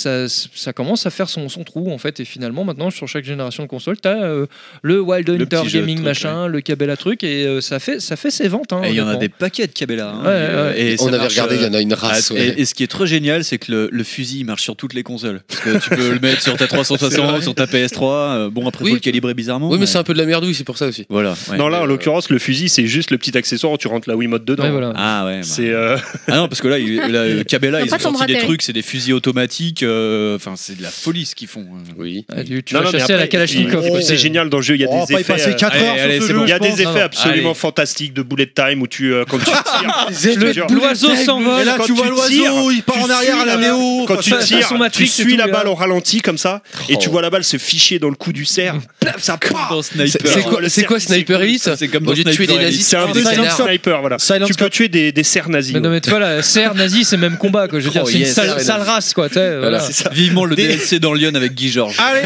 S3: ça commence à faire son trou en fait, et finalement maintenant sur chaque génération de console, t'as le Wild
S5: Le
S3: Hunter
S5: petit jeu,
S3: Gaming
S5: truc,
S3: machin, le Cabela truc, et ça fait ses ventes. Hein,
S5: Et il y en a
S3: honnêtement.
S5: des paquets de Cabela. Hein.
S3: Ouais,
S5: Et
S6: On
S5: ça
S6: avait
S5: marche,
S6: regardé, il y en a une race. ouais.
S5: Et ce qui est très génial, c'est que le fusil il marche sur toutes les consoles. Parce que tu peux le mettre sur ta 360, sur ta PS3. Bon, après,
S6: Oui.
S5: faut le calibrer bizarrement.
S6: Oui, mais c'est un peu de la merdouille, c'est pour ça aussi.
S5: Voilà. ouais.
S4: Non, là, en l'occurrence, le fusil, c'est juste le petit accessoire où tu rentres la Wiimote dedans.
S3: Ouais, voilà.
S5: Ah ouais. bah.
S4: C'est
S5: Ah non, parce que là, Cabela,
S2: Ils ont
S5: ils
S2: pas
S5: ont
S2: de
S5: sorti des
S2: bras
S5: trucs, c'est des fusils automatiques. Enfin, c'est de la folie ce qu'ils font.
S6: Oui.
S3: Ah, tu
S4: Non,
S3: vas
S4: non, mais
S3: chasser à la
S4: après,
S3: Kalachnikov.
S4: c'est
S3: peut-être.
S4: génial dans le jeu. Il y a
S1: On va
S4: des
S1: pas y
S4: effets.
S1: passer 4 heures
S5: allez,
S1: sur ce
S5: c'est
S1: jeu.
S5: bon.
S4: Il y a
S1: je
S4: des
S1: pense.
S4: effets
S3: non.
S4: absolument
S5: Allez.
S4: fantastiques de bullet time où tu quand tu tires.
S3: L'oiseau s'envole.
S1: Et là,
S4: Quand
S1: tu vois
S4: tu
S1: l'oiseau,
S4: tires,
S1: il part
S4: tu
S1: en arrière à la
S4: suis
S1: Néo.
S4: Quand
S1: Enfin,
S4: tu
S1: ça-
S4: tires,
S3: façon Matrix
S4: tu
S3: et
S4: suis
S3: tout,
S4: la
S3: là.
S4: balle au ralenti comme ça, et tu
S6: Oh.
S4: vois la balle se ficher dans le cou du cerf. Ça part.
S5: Dans Sniper.
S6: C'est quoi Sniper Elite?
S5: C'est comme
S6: Au
S5: dans
S6: lieu de tuer
S5: Sniper
S6: des nazis,
S5: Elite.
S4: C'est un
S6: des
S4: deuxième
S6: canards.
S4: sniper, voilà.
S1: Silent
S4: Tu peux
S1: Scope.
S4: tuer des cerfs nazis.
S3: Mais non, mais tu vois, la serre nazie, c'est même combat, quoi. Je veux dire,
S5: Oh,
S3: c'est une
S5: yes.
S3: sale race, quoi. Tu sais, voilà.
S4: C'est ça.
S5: Vivement le
S4: Des-
S5: DLC dans Lyon avec Guy Georges.
S4: Allez,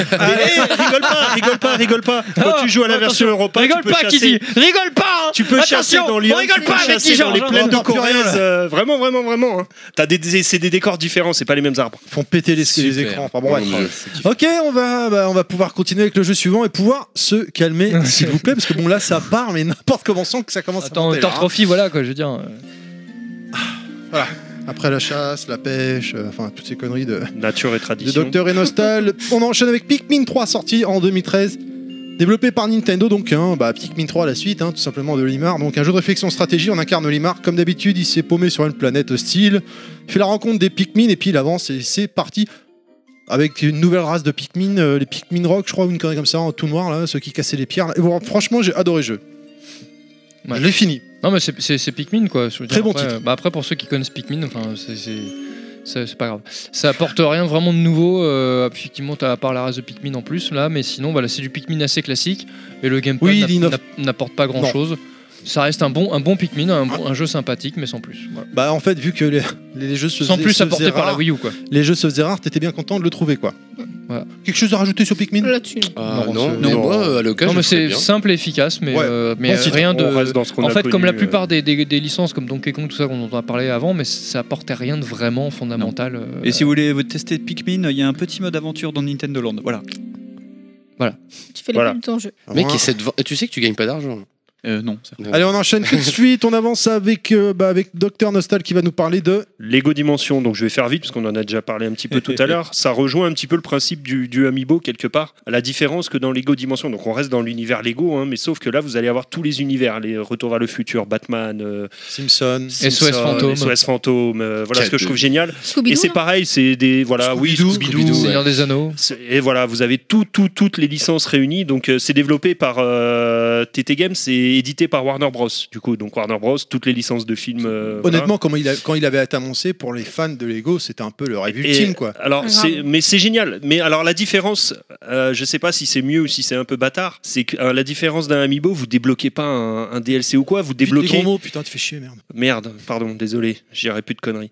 S4: rigole pas. Quand tu joues à la version Europa,
S3: Rigole
S4: tu peux
S3: pas, qui
S4: chasser.
S3: dit rigole pas.
S4: Tu peux chasser
S3: Attention,
S4: dans Lyon,
S3: on rigole
S4: tu peux
S3: pas avec
S4: chasser
S3: Guy
S4: dans les
S3: Georges,
S4: plaines de
S1: on entend plus rien,
S4: Corrèze. Vraiment. Hein. C'est des décors différents, c'est pas les mêmes arbres.
S1: Ils font péter les
S5: Super.
S1: écrans. Enfin, bon, bref.
S6: Mon Dieu.
S1: Ok, on va pouvoir continuer avec le jeu suivant et pouvoir se calmer, s'il vous plaît, parce que bon là ça part, mais n'importe comment sans que ça commence à
S3: Attends,
S1: monter. là,
S3: Hunter Trophy, voilà, quoi. Je veux dire.
S1: Après la chasse, la pêche, enfin toutes ces conneries de
S4: Nature et tradition.
S1: Docteur et Nostal. On enchaîne avec Pikmin 3 sorti en 2013. Développé par Nintendo, donc Pikmin 3 la suite, tout simplement de Olimar. Donc un jeu de réflexion stratégie, on incarne Olimar. Comme d'habitude, il s'est paumé sur une planète hostile. Il fait la rencontre des Pikmin et puis il avance et c'est parti. Avec une nouvelle race de Pikmin, les Pikmin Rock, je crois, ou une connerie comme ça, en tout noir, là, ceux qui cassaient les pierres. Et bon, franchement, j'ai adoré le jeu.
S3: Ouais.
S1: Je l'ai fini.
S3: Non, mais c'est Pikmin, quoi. Je veux
S1: Très
S3: dire,
S1: bon
S3: après,
S1: titre.
S3: Après, pour ceux qui connaissent Pikmin, enfin, c'est pas grave. Ça apporte rien vraiment de nouveau. Effectivement, t'as à part la race de Pikmin en plus, là, mais sinon, voilà, c'est du Pikmin assez classique. Et le gameplay
S1: Oui, il innove.
S3: n'apporte pas grand chose. Ça reste un bon Pikmin, un jeu sympathique, mais sans plus. Voilà.
S1: Bah en fait, vu que les jeux se
S3: Sans plus
S1: se
S3: apporté
S1: faisaient
S3: par la
S1: rares,
S3: Wii U, quoi.
S1: les jeux se faisaient rares, t'étais bien content de le trouver, quoi.
S3: Voilà.
S1: Quelque chose à rajouter sur Pikmin?
S2: Là-dessus.
S6: Ah,
S3: Non,
S6: non,
S3: c'est-
S6: mais
S1: non.
S6: moi, à l'occasion,
S3: Non, mais
S6: je ferais
S3: c'est
S6: bien.
S3: simple et efficace, mais,
S1: Ouais.
S3: mais
S1: Bon titre.
S3: rien
S4: On
S3: de.
S4: reste dans ce qu'on
S3: En
S4: a
S3: fait,
S4: connu,
S3: comme la plupart des licences comme Donkey Kong, tout ça qu'on a parlé avant, mais ça apportait rien de vraiment fondamental.
S5: Et si vous voulez tester Pikmin, il y a un petit mode aventure dans Nintendo Land. Voilà.
S2: Tu fais les
S4: Voilà.
S2: pubs de ton jeu.
S6: Mec,
S1: Moi,
S6: essaie de vendre. Tu sais que tu gagnes pas d'argent.
S5: Non.
S1: Allez, on enchaîne tout de suite. On avance avec Dr Nostal qui va nous parler de
S4: Lego Dimension. Donc je vais faire vite parce qu'on en a déjà parlé un petit peu tout à l'heure. Ça rejoint un petit peu le principe du Amiibo quelque part. À la différence que dans Lego Dimension, donc on reste dans l'univers Lego, mais sauf que là vous allez avoir tous les univers, les Retour vers le futur, Batman,
S1: Simpson,
S3: SOS Fantôme.
S4: Voilà ce que je trouve génial.
S2: Scooby-Doo,
S4: Et c'est
S2: non
S4: pareil, c'est des Scooby-Doo,
S3: Seigneur des Anneaux.
S4: Et voilà, vous avez toutes les licences réunies. Donc c'est développé par TT Games, c'est édité par Warner Bros. Du coup, donc Warner Bros, toutes les licences de films.
S1: Honnêtement, quand il avait été annoncé pour les fans de Lego, c'était un peu le rêve ultime, quoi.
S4: Alors, mais c'est génial. Mais alors la différence, je sais pas si c'est mieux ou si c'est un peu bâtard, c'est que la différence d'un Amiibo, vous débloquez pas un DLC ou quoi, vous débloquez.
S1: Les gros mots, putain, tu fais chier, merde.
S4: Merde, pardon, désolé, j'irai plus de conneries.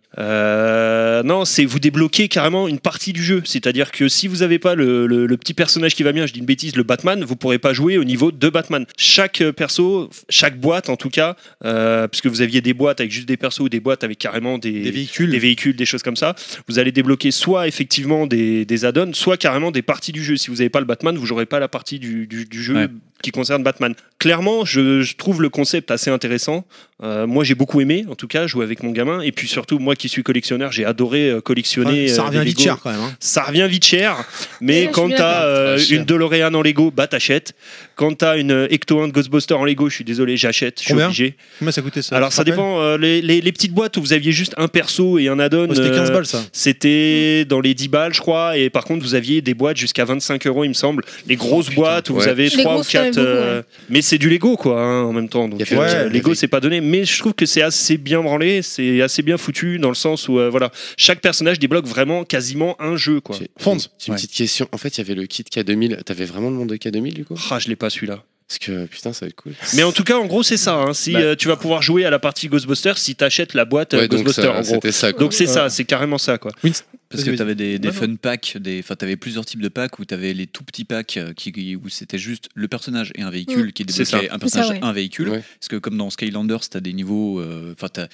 S4: Non, c'est vous débloquez carrément une partie du jeu. C'est-à-dire que si vous avez pas le petit personnage qui va bien, je dis une bêtise, le Batman, vous pourrez pas jouer au niveau de Batman. Chaque perso, chaque boîte en tout cas, puisque vous aviez des boîtes avec juste des persos ou des boîtes avec carrément des véhicules, des choses comme ça, vous allez débloquer soit effectivement des add-ons, soit carrément des parties du jeu. Si vous n'avez pas le Batman, vous n'aurez pas la partie du jeu qui concerne Batman. Clairement, je trouve le concept assez intéressant. Moi, j'ai beaucoup aimé, en tout cas, jouer avec mon gamin. Et puis surtout, moi qui suis collectionneur, j'ai adoré collectionner.
S1: Ça revient vite
S4: Lego.
S1: cher quand même.
S4: Ça revient vite cher, mais
S2: Ouais,
S4: quand
S2: je suis
S4: t'as
S6: d'accord.
S4: une DeLorean en Lego, bah t'achètes. Quand t'as une Ecto-1 de Ghostbuster en Lego, je suis désolé, j'achète, je suis
S1: Combien
S4: obligé.
S1: Combien ça coûtait ça?
S4: Alors ça dépend, les petites boîtes où vous aviez juste un perso et un add-on,
S1: C'était 15 balles ça.
S4: c'était dans les 10 balles je crois, et par contre vous aviez des boîtes jusqu'à 25 € il me semble, les grosses boîtes où vous
S6: ouais.
S4: avez
S2: Les
S4: 3 ou
S2: grosses, quand même
S4: 4
S2: beaucoup, ouais.
S4: mais c'est du Lego quoi en même temps, donc
S6: Il y a fait-
S4: Lego c'est pas donné, mais je trouve que c'est assez bien branlé, c'est assez bien foutu dans le sens où voilà, chaque personnage débloque vraiment quasiment un jeu quoi.
S1: Fonz.
S6: J'ai une petite question. En fait, il y avait le kit K2000. T'avais vraiment le monde de K2000 du coup?
S4: Ah, je l'ai pas celui-là.
S6: Parce que putain, ça va être cool.
S4: Mais en tout cas, en gros, c'est ça. Si tu vas pouvoir jouer à la partie Ghostbusters si t'achètes la boîte
S6: Ouais, donc
S4: Ghostbusters, en gros.
S6: c'était ça. Quoi.
S4: Donc c'est ça, c'est carrément ça, quoi.
S5: Parce que
S1: Vas-y,
S5: tu avais des
S1: Non,
S5: fun packs, t'avais plusieurs types de packs où tu avais les tout petits packs où c'était juste le personnage et un véhicule qui
S4: c'est
S5: débloquait
S4: ça.
S5: un personnage,
S2: C'est ça, ouais.
S5: un véhicule.
S6: Ouais.
S5: Parce que comme dans Skylanders, tu as des niveaux, t'as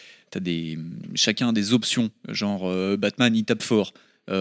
S5: chacun des options, genre Batman il tape fort.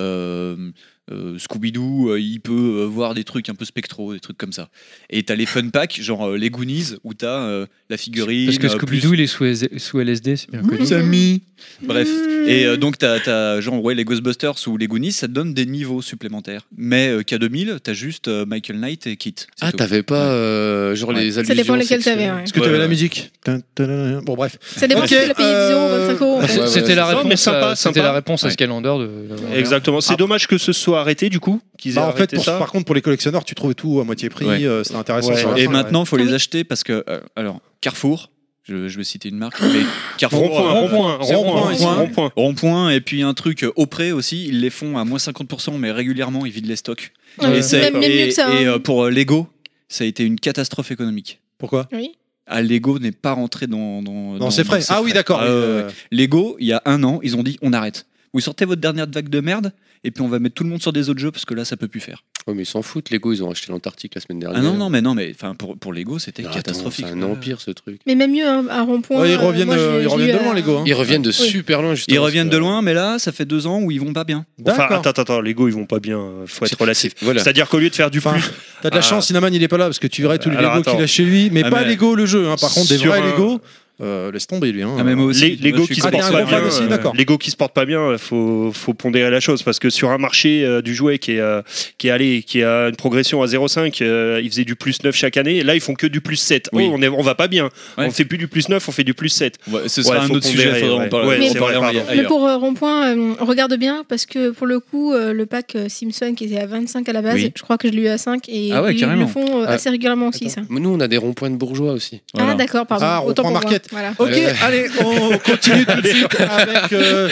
S5: Scooby-Doo, il peut voir des trucs un peu spectraux, des trucs comme ça. Et t'as les fun packs, genre les Goonies, où t'as la figurine.
S3: Parce que Scooby-Doo, il est sous LSD, c'est bien connu.
S5: Sammy. Bref. Et donc, t'as genre, les Ghostbusters ou les Goonies, ça te donne des niveaux supplémentaires. Mais K2000, t'as juste Michael Knight et Kit. C'est
S6: Ah,
S5: tout.
S6: t'avais pas genre les allusions.
S2: Ça dépend lesquels
S6: sexuelles.
S2: t'avais. Ouais.
S1: Est-ce que tu avais la musique? Bon, bref.
S2: Ça dépend
S1: Ok,
S2: si tu l'as payé 10 €, 25 €. en fait.
S6: Ouais,
S3: C'était
S6: ouais,
S3: la
S4: c'est ça.
S3: réponse,
S4: Mais sympa,
S3: c'était la réponse à
S6: Ouais.
S3: Skylander de
S4: Exactement. C'est dommage que ce soit arrêté, du coup, qu'ils aient
S1: En fait,
S4: arrêté ça.
S1: par contre, pour les collectionneurs, tu trouvais tout à moitié prix.
S5: Ouais.
S1: C'était intéressant.
S4: Ouais.
S1: sur la
S5: Et
S1: fin,
S5: maintenant, il faut
S2: Ah
S5: les
S2: oui.
S5: acheter parce que, alors, Carrefour, je vais citer une marque, mais Carrefour,
S4: Rond-point.
S5: Rond-point, et puis un truc Auprès aussi, ils les font à moins 50%, mais régulièrement, ils vident les stocks.
S2: Ouais,
S5: Et, c'est-
S2: même mieux que ça.
S5: et,
S2: hein.
S5: pour Lego, ça a été une catastrophe économique.
S1: Pourquoi?
S2: Oui.
S5: Lego n'est pas rentré dans
S1: C'est frais. Ah oui, d'accord.
S5: Lego, il y a un an, ils ont dit on arrête. Vous sortez votre dernière vague de merde, et puis on va mettre tout le monde sur des autres jeux parce que là, ça peut plus faire.
S6: Ouais, mais ils s'en foutent. Lego, ils ont acheté l'Antarctique la semaine dernière.
S5: Ah non, mais enfin pour Lego, c'était
S6: Non,
S5: catastrophique.
S6: attends, c'est un empire ce truc.
S2: Mais même mieux, hein, à rond-point.
S1: Ouais, ils reviennent,
S2: moi, je
S1: ils reviennent
S2: l'ai
S1: de
S2: eu
S1: loin,
S2: à-
S1: Lego. Hein.
S6: Ils reviennent de super loin justement.
S5: Ils reviennent
S6: parce
S5: de
S6: que-
S5: loin, mais là, ça fait 2 ans où ils vont pas bien.
S4: Enfin,
S1: D'accord.
S4: attends, Lego, ils vont pas bien. Faut être relatif.
S6: Voilà.
S4: C'est-à-dire qu'au lieu de faire du
S1: Enfin,
S4: plus.
S1: T'as de la
S4: Ah.
S1: chance, Inaman il est pas là parce que tu verrais tous les
S4: Alors,
S1: Lego
S4: attends.
S1: qu'il a chez lui, mais
S5: Ah,
S1: pas
S5: mais-
S1: Lego le jeu. Par contre, des
S4: Sur
S1: vrais
S4: un-
S1: Lego, laisse tomber lui. Hein.
S5: Ah, mais moi aussi.
S4: Lego
S5: Moi, je suis
S4: qui se
S1: Ah, t'es
S4: porte
S1: un
S4: pas
S1: gros fan
S4: bien,
S1: aussi, d'accord.
S4: Lego qui se porte pas bien, faut pondérer la chose parce que sur un marché du jouet qui a une progression à 0,5, ils faisaient du plus 9 chaque année, et là ils font que du plus 7.
S5: Oui.
S4: Oh, on va pas bien.
S5: Ouais.
S4: On fait plus du plus 9, on fait du plus 7.
S5: Ouais, ce sera
S4: Ouais,
S5: un
S4: faut
S5: autre sujet,
S4: pondérer,
S5: faudra
S4: ouais.
S5: en parler.
S4: Ouais,
S5: en
S4: c'est
S5: parler
S4: vrai,
S5: ailleurs.
S2: Mais pour Rond-point, regarde bien parce que pour le coup, le pack Simpson qui était à 25 à la base,
S5: Oui.
S2: je crois que je l'ai eu à 5 et
S5: Ah ouais,
S2: ils
S5: carrément.
S2: le font
S6: Ah.
S2: assez régulièrement aussi, ça.
S6: Mais nous, on a des ronds-points de bourgeois aussi.
S5: Voilà.
S2: Ah d'accord, pardon.
S1: Ah,
S2: Autant
S1: Rond-point
S2: pour
S1: Market.
S2: moi. Voilà.
S1: Ok,
S6: Ouais.
S1: allez, on continue tout de suite avec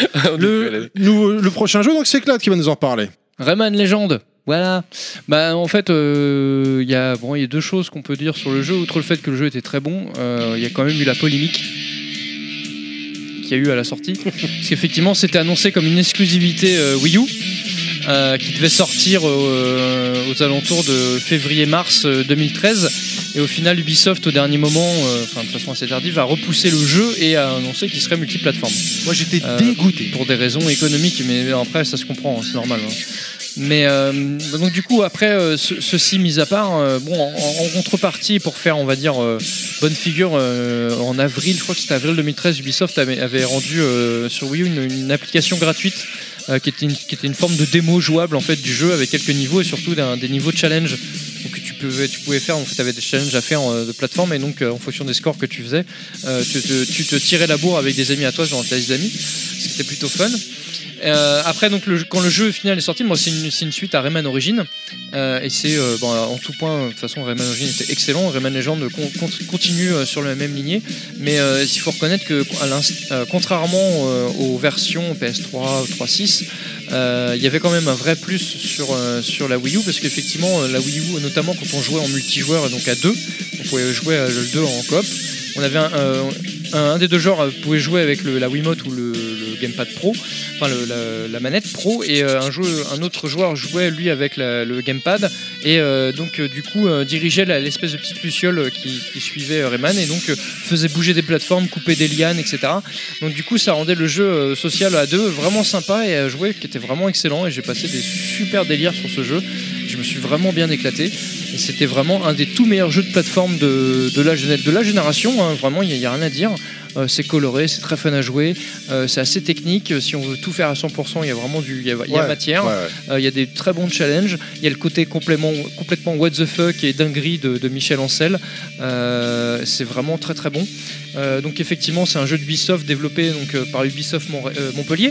S1: le prochain jeu. Donc c'est Claude qui va nous en parler.
S3: Rayman Legend. Voilà. Bah en fait, il y a 2 choses qu'on peut dire sur le jeu. Outre le fait que le jeu était très bon, il y a quand même eu la polémique qu'il y a eu à la sortie. Parce qu'effectivement, c'était annoncé comme une exclusivité Wii U. Qui devait sortir aux alentours de février-mars 2013, et au final Ubisoft au dernier moment, de façon assez tardive, a repoussé le jeu et a annoncé qu'il serait multiplateforme.
S1: Moi j'étais dégoûté.
S3: Pour des raisons économiques, mais après ça se comprend, hein, c'est normal. Hein. Mais donc du coup après ceci mis à part, en contrepartie pour faire on va dire bonne figure en avril, je crois que c'était avril 2013, Ubisoft avait rendu sur Wii U une application gratuite qui était une forme de démo jouable en fait du jeu avec quelques niveaux et surtout des niveaux de challenge. Donc tu pouvais faire, en fait, tu avais des challenges à faire de plateforme et donc en fonction des scores que tu faisais, tu te tirais la bourre avec des amis à toi dans ta liste d'amis, ce qui était plutôt fun. Après donc quand le jeu final est sorti, moi c'est une suite à Rayman Origins et c'est en tout point de toute façon Rayman Origins était excellent, Rayman Legends continue sur la même lignée, mais il faut reconnaître que contrairement aux versions PS3 3.6, il y avait quand même un vrai plus sur la Wii U parce qu'effectivement la Wii U, notamment quand on jouait en multijoueur donc à deux, on pouvait jouer à le 2 en coop. On avait un des deux genres pouvait jouer avec la Wiimote ou le Gamepad Pro, enfin la manette Pro, et un autre joueur jouait lui avec le Gamepad et donc du coup dirigeait l'espèce de petite luciole qui suivait Rayman et donc faisait bouger des plateformes, couper des lianes, etc. Donc du coup ça rendait le jeu social à deux vraiment sympa et à jouer, qui était vraiment excellent, et j'ai passé des super délires sur ce jeu. Je me suis vraiment bien éclaté et c'était vraiment un des tout meilleurs jeux de plateforme de la génération, hein. Vraiment il n'y a rien à dire. C'est coloré, c'est très fun à jouer, c'est assez technique. Si on veut tout faire à 100%, il y a vraiment il y a matière. Il y a des très bons challenges. Il y a le côté complètement what the fuck et dinguerie de Michel Ancel. C'est vraiment très très bon. Donc effectivement, c'est un jeu d'Ubisoft développé par Ubisoft Montpellier.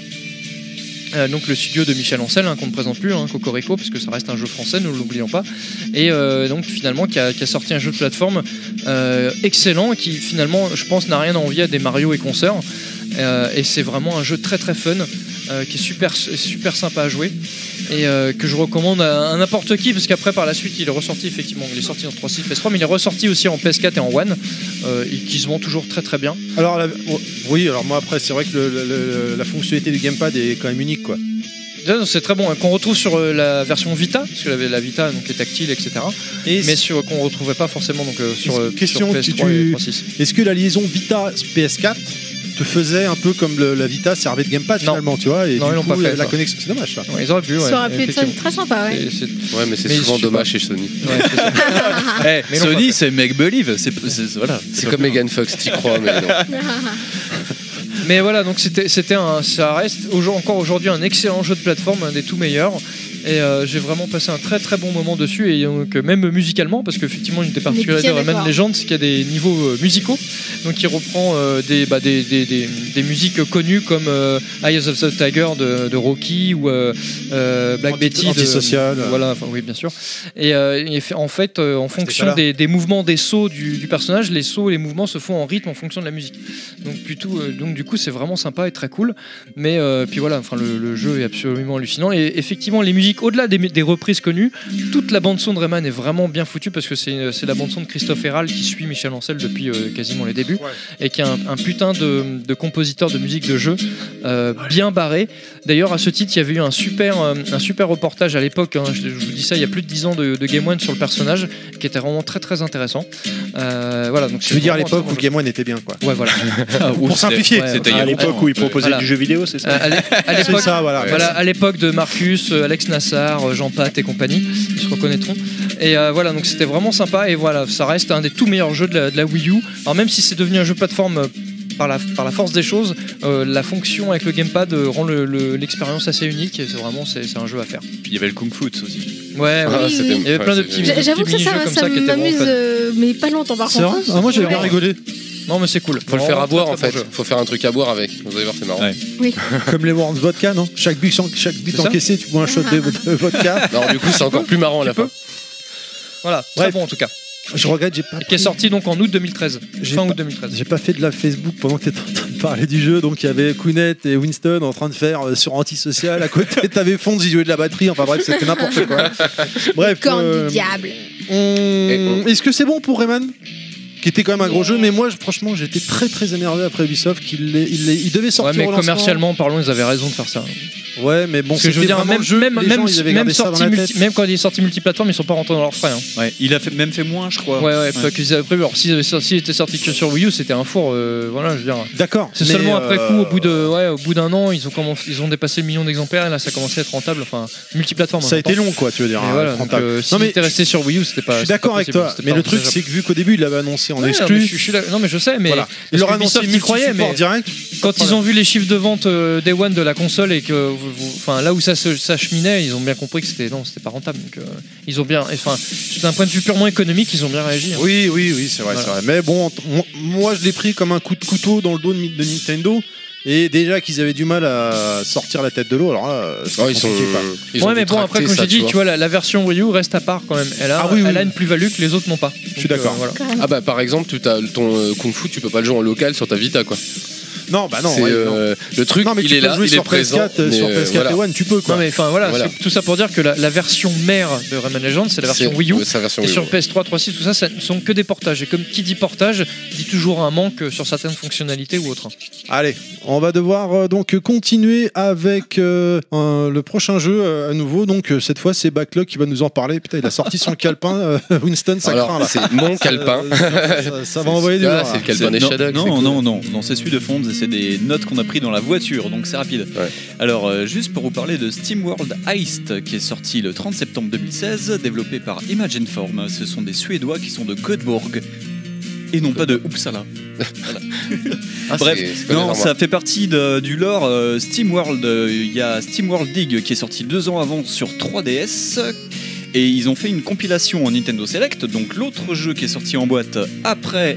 S3: Donc le studio de Michel Ancel, qu'on ne présente plus, Cocorico, parce que ça reste un jeu français, ne l'oublions pas, et donc finalement qui a sorti un jeu de plateforme excellent, qui finalement je pense n'a rien à envier à des Mario et consorts, et c'est vraiment un jeu très très fun, qui est super sympa à jouer, et que je recommande à n'importe qui, parce qu'après par la suite il est ressorti, effectivement il est sorti en 3.6 PS3, mais il est ressorti aussi en PS4 et en One, et qui se vend toujours très très bien.
S1: Alors oui, alors moi après c'est vrai que la fonctionnalité du gamepad est quand même unique, quoi.
S3: C'est très bon, qu'on retrouve sur la version Vita, parce que la Vita donc est tactile, etc. Mais qu'on ne retrouvait pas forcément sur PS3 et 3.6.
S1: Est-ce que la liaison Vita PS4 te faisait un peu comme la Vita servait de gamepad finalement, tu vois, et
S3: non,
S1: du
S3: ils
S1: coup,
S3: l'ont pas fait,
S1: la connexion, c'est dommage ça.
S3: Ouais, ils auraient pu,
S2: ça aurait pu être très sympa, ouais.
S6: Ouais, mais c'est souvent dommage chez Sony.
S3: Ouais,
S5: mais Sony, c'est make believe, voilà.
S6: C'est comme Megan Fox, t'y crois, mais non.
S3: Mais voilà, donc ça reste encore aujourd'hui un excellent jeu de plateforme, un des tout meilleurs. Et j'ai vraiment passé un très très bon moment dessus, et donc même musicalement, parce qu'effectivement une des particularités de Rayman Legends, c'est qu'il y a des niveaux musicaux, donc il reprend des musiques connues comme Eye of the Tiger de Rocky ou Black Betty
S1: Antisocial,
S3: voilà, enfin, oui bien sûr, et en fait en fonction des mouvements des sauts du personnage, les sauts et les mouvements se font en rythme en fonction de la musique, donc du coup c'est vraiment sympa et très cool. Mais puis voilà, enfin le jeu est absolument hallucinant, et effectivement les musiques, au-delà des reprises connues, toute la bande-son de Rayman est vraiment bien foutue, parce que c'est la bande-son de Christophe Herral qui suit Michel Ancel depuis quasiment les débuts, et qui est un putain de compositeur de musique de jeu bien barré. D'ailleurs, à ce titre, il y avait eu un super reportage à l'époque, je vous dis ça, il y a plus de 10 ans de Game One sur le personnage, qui était vraiment très très intéressant. Voilà, donc
S1: je veux dire à l'époque où Game One était bien, quoi.
S3: Ouais, voilà.
S1: Pour simplifier,
S4: c'était à l'époque où il proposait du jeu vidéo, c'est ça.
S3: À l'époque,
S1: ça, voilà.
S3: À l'époque de Marcus, Alex Nassar, Jean Pat et compagnie, ils se reconnaîtront. Et voilà, donc c'était vraiment sympa, et voilà, ça reste un des tout meilleurs jeux de la Wii U. Alors même si c'est devenu un jeu plateforme par la force des choses, la fonction avec le gamepad rend l'expérience assez unique, et c'est un jeu à faire.
S5: Puis il y avait le Kung Fu aussi.
S3: Ouais, il y avait plein de petits
S2: j'avoue que
S3: mini-jeux comme ça qui étaient
S2: m'amuse, mais pas longtemps par contre.
S1: C'est vrai, moi j'avais bien rigolé.
S3: Non mais c'est cool.
S6: Faut le faire à boire en fait. Faut faire un truc à boire avec. Vous allez voir, c'est marrant.
S5: Ouais.
S2: Oui.
S1: Comme les Worms Vodka, non? Chaque but encaissé, tu bois un shot de vodka.
S6: Non, du coup, c'est encore plus marrant à la fin.
S3: Voilà, très bon en tout cas.
S1: Je regrette,
S3: qui est sorti donc en août 2013. Fin août 2013.
S1: J'ai pas fait de live Facebook pendant que t'étais en train de parler du jeu, donc il y avait Kounet et Winston en train de faire sur Antisocial. À côté, t'avais Fonds, ils jouaient de la batterie. Enfin bref, c'était n'importe quoi. Bref.
S2: Corne du diable.
S1: Est-ce que c'est bon pour Rayman? Qui était quand même un gros jeu, mais moi franchement j'étais très très énervé après Ubisoft qu'il devait sortir.
S3: Ouais, mais commercialement parlons, ils avaient raison de faire ça.
S1: Ouais, mais bon,
S3: Parce que je veux
S1: c'était
S3: dire,
S1: vraiment
S3: même,
S1: le jeu,
S3: même,
S1: les gens,
S3: même,
S1: ils avaient
S3: même,
S1: gardé ça dans la
S3: sorti
S1: tête.
S3: même quand il est sorti multiplateforme, ils sont pas rentrés dans leurs frais. Hein.
S7: Ouais, il a même fait moins, je crois.
S3: Ouais, pas qu'ils avaient prévu. Alors, s'il était sorti que sur Wii U, c'était un four. Voilà, je veux dire.
S1: D'accord.
S3: C'est
S1: mais,
S3: seulement après coup, au bout d'un an, ils ont dépassé le million d'exemplaires et là, ça commençait à être rentable. Enfin, multiplateforme.
S1: Ça a été long, quoi, tu veux dire.
S3: Et voilà, donc, s'il était resté sur Wii U, c'était pas.
S1: Je suis d'accord avec toi, mais le truc, c'est que vu qu'au début, il l'avait annoncé en exclu.
S3: Non, mais je sais, mais.
S1: Voilà. Il leur a annoncé multi-support direct.
S3: Quand ils ont vu les chiffres de vente Day One de la console et que, enfin, là où ça cheminait, ils ont bien compris que c'était pas rentable. Donc, ils ont bien, enfin, d'un point de vue purement économique, ils ont bien réagi. Hein.
S1: Oui, c'est vrai, c'est vrai. Mais bon, moi, je l'ai pris comme un coup de couteau dans le dos de Nintendo. Et déjà qu'ils avaient du mal à sortir la tête de l'eau, alors là, c'est compliqué, quoi.
S3: Ouais, mais bon, après, comme j'ai dit, tu vois, la version Wii U reste à part quand même. Elle a une plus-value que les autres n'ont pas.
S1: Je suis d'accord.
S3: Voilà.
S6: Ah bah par exemple, ton Kung Fu, tu peux pas le jouer en local sur ta Vita, quoi.
S1: Non, bah non.
S6: Le truc,
S1: non, mais
S6: il est là, il est présent.
S1: Sur PS4 et One, tu peux, quoi.
S3: Non, mais enfin voilà, c'est tout ça pour dire que la version mère de Rayman Legends, c'est la version Wii U. Et sur PS3, 3.6, tout ça, ça ne sont que des portages. Et comme qui dit portage, dit toujours un manque sur certaines fonctionnalités ou autres.
S1: Allez, on va devoir donc continuer avec le prochain jeu à nouveau. Donc cette fois, c'est Backlog qui va nous en parler. Putain, il a sorti son calepin. Winston, ça craint là.
S6: C'est mon calepin.
S1: Ça va envoyer du lourd.
S6: C'est le calepin des Shadows.
S7: Non, c'est celui de Fonds. C'est des notes qu'on a pris dans la voiture, donc c'est rapide.
S6: Ouais.
S7: Alors, juste pour vous parler de SteamWorld Heist, qui est sorti le 30 septembre 2016, développé par Imagine Form. Ce sont des Suédois qui sont de Göteborg et non pas de Uppsala. Voilà. Bref, ça fait partie du lore SteamWorld. Il y a SteamWorld Dig qui est sorti 2 ans avant sur 3DS. Et ils ont fait une compilation en Nintendo Select, donc l'autre jeu qui est sorti en boîte après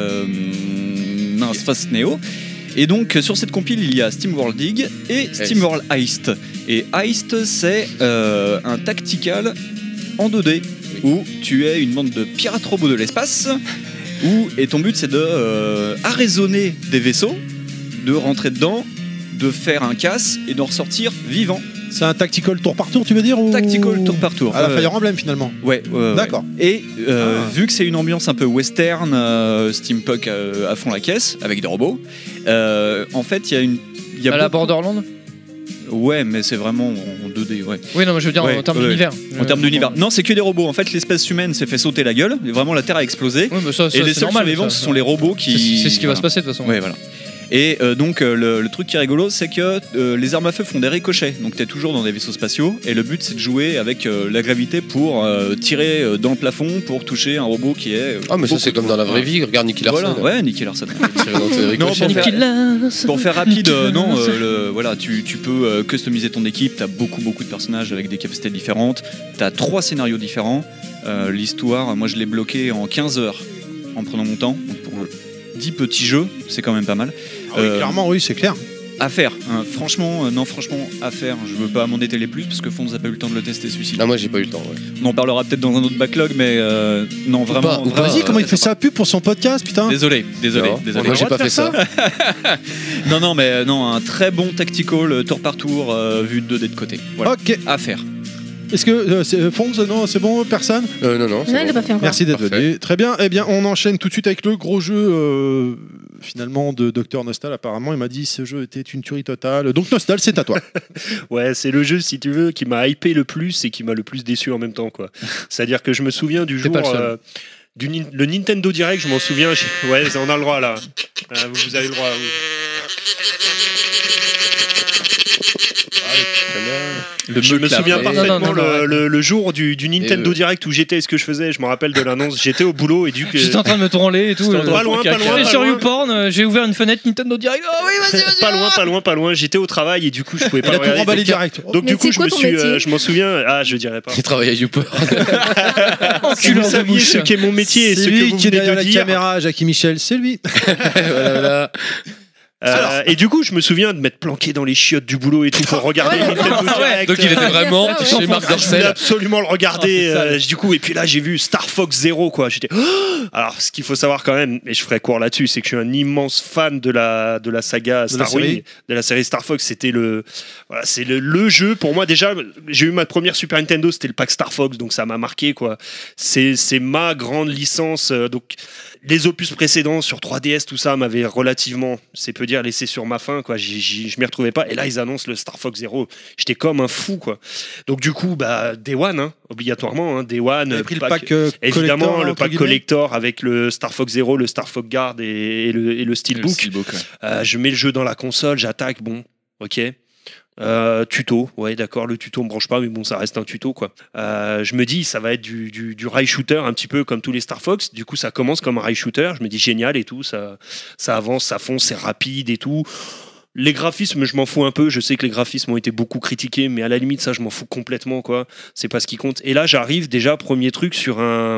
S7: Fast Neo. Et donc sur cette compile il y a SteamWorld Dig et SteamWorld Heist. Et Heist c'est un tactical en 2D où tu es une bande de pirates robots de l'espace et ton but c'est de arraisonner des vaisseaux, de rentrer dedans, de faire un casse et d'en ressortir vivant.
S1: C'est un tactical tour par tour, tu veux dire, ou...
S7: Tactical tour par tour.
S1: À la Fire Emblem finalement.
S7: Ouais.
S1: D'accord.
S7: Et vu que c'est une ambiance un peu western, steampunk à fond la caisse, avec des robots, en fait il y a
S3: la Borderlands.
S7: Ouais, mais c'est vraiment en 2D, ouais.
S3: Oui, non, mais je veux dire en termes d'univers.
S7: En termes d'univers. Non, c'est que des robots. En fait, l'espèce humaine s'est fait sauter la gueule. Vraiment, la Terre a explosé.
S3: Oui, mais ça,
S7: et les seuls survivants, ce sont les robots qui.
S3: C'est ce qui va se passer de toute façon.
S7: Ouais, voilà. Et donc le truc qui est rigolo, c'est que les armes à feu font des ricochets. Donc t'es toujours dans des vaisseaux spatiaux. Et le but, c'est de jouer avec la gravité pour tirer dans le plafond pour toucher un robot qui est.
S6: Ah, mais ça, c'est comme dans la vraie vie. Regarde Nicky Larson.
S7: Voilà. Ouais, Nicky Larson.
S6: Non,
S7: pour faire rapide, voilà, tu peux customiser ton équipe. T'as beaucoup de personnages avec des capacités différentes. T'as 3 scénarios différents. L'histoire, moi, je l'ai bloqué en 15 heures en prenant mon temps. Donc, pour 10 petits jeux, c'est quand même pas mal.
S1: Ah oui, clairement, oui, c'est clair.
S7: À faire, hein. Franchement, à faire. Je veux pas m'en détailler plus parce que Fonds n'a pas eu le temps de le tester celui-ci.
S6: Ah, moi j'ai pas eu le temps. Ouais.
S7: On en parlera peut-être dans un autre backlog, mais non, vraiment.
S1: Vas-y, comment il fait sa pub pour son podcast, putain.
S7: Désolé.
S6: Moi j'ai pas fait ça.
S7: non, mais un très bon tactical tour par tour vu de 2D de côté. Voilà.
S1: Ok.
S7: À faire.
S1: Est-ce que Fonds, non, c'est bon, personne?
S6: Non,
S2: il l'a pas fait encore.
S1: Merci d'être venu. Très bien. Eh bien, on enchaîne tout de suite avec le gros jeu finalement de Dr Nostal. Apparemment, il m'a dit ce jeu était une tuerie totale. Donc Nostal, c'est à toi.
S4: Ouais, c'est le jeu, si tu veux, qui m'a hypé le plus et qui m'a le plus déçu en même temps, quoi. C'est-à-dire que je me souviens du jour le Nintendo Direct, je m'en souviens. Ouais, on a le droit là. Vous avez le droit. Je me souviens parfaitement le jour du Nintendo Direct où j'étais, ce que je faisais, je me rappelle de l'annonce, j'étais au boulot et du coup
S3: j'étais en train de me branler et tout.
S4: Pas loin.
S3: Sur YouPorn, j'ai ouvert une fenêtre Nintendo Direct. Oh oui, vas-y.
S4: Pas loin, j'étais au travail et du coup je pouvais pas
S1: regarder. Il a tout remballé direct.
S4: Donc du coup je m'en souviens, je dirais pas.
S6: Il travaille à YouPorn.
S4: Si vous saviez ce qu'est mon métier et ce que vous
S1: qui est derrière
S4: venez de
S1: la
S4: dire.
S1: caméra, Jackie Michel, c'est lui.
S6: Voilà.
S4: Et du coup, je me souviens de m'être planqué dans les chiottes du boulot et tout pour regarder Nintendo Direct.
S6: Donc il était vraiment chez Marc
S4: Je voulais
S6: Dorcel.
S4: absolument le regarder. Du coup, et puis là, j'ai vu Star Fox Zero, quoi. J'étais. Alors, ce qu'il faut savoir quand même, et je ferai court là-dessus, c'est que je suis un immense fan de la saga Star Wing, de la série Star Fox. C'était c'est le jeu pour moi. Déjà, j'ai eu ma première Super Nintendo, c'était le pack Star Fox, donc ça m'a marqué, quoi. C'est ma grande licence. Donc, les opus précédents sur 3DS, tout ça m'avait relativement, c'est peu dire, dire, laissé sur ma faim, quoi. Je m'y retrouvais pas. Et là, ils annoncent le Star Fox Zero. J'étais comme un fou, quoi. Donc, du coup, Day One, hein, obligatoirement. Day One.
S1: T'avais pris le pack
S4: évidemment,
S1: collector,
S4: le pack collector avec le Star Fox Zero, le Star Fox Guard et le Steelbook. Je mets le jeu dans la console, j'attaque, bon, ok. Tuto, ouais, d'accord, le tuto me branche pas, mais bon, ça reste un tuto, quoi. Je me dis, ça va être du rail shooter, un petit peu comme tous les Star Fox. Du coup, ça commence comme un rail shooter. Je me dis, génial et tout, ça avance, ça fonce, c'est rapide et tout. Les graphismes, je m'en fous un peu. Je sais que les graphismes ont été beaucoup critiqués, mais à la limite, ça, je m'en fous complètement, quoi. C'est pas ce qui compte. Et là, j'arrive déjà, premier truc, sur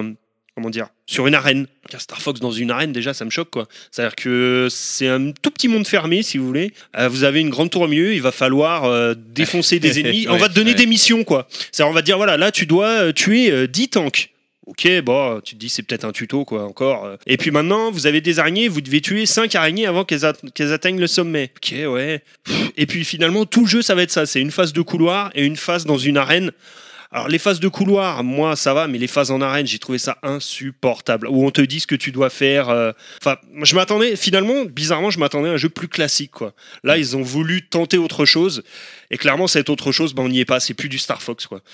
S4: une arène. Star Fox dans une arène, déjà, ça me choque, quoi. C'est-à-dire que c'est un tout petit monde fermé, si vous voulez. Vous avez une grande tour au milieu, il va falloir défoncer des ennemis. On va te donner des missions, quoi. C'est-à-dire, on va te dire, voilà, là, tu dois tuer 10 tanks. Ok, bon, tu te dis c'est peut-être un tuto, quoi, encore. Et puis maintenant, vous avez des araignées, vous devez tuer 5 araignées avant qu'elles atteignent le sommet. Ok, ouais. Et puis finalement, tout le jeu, ça va être ça. C'est une phase de couloir et une phase dans une arène. Alors les phases de couloir, moi ça va, mais les phases en arène, j'ai trouvé ça insupportable. Où on te dit ce que tu dois faire. Enfin, je m'attendais, finalement, bizarrement, je m'attendais à un jeu plus classique, quoi. Là, ils ont voulu tenter autre chose. Et clairement, cette autre chose, on n'y est pas. C'est plus du Star Fox, quoi.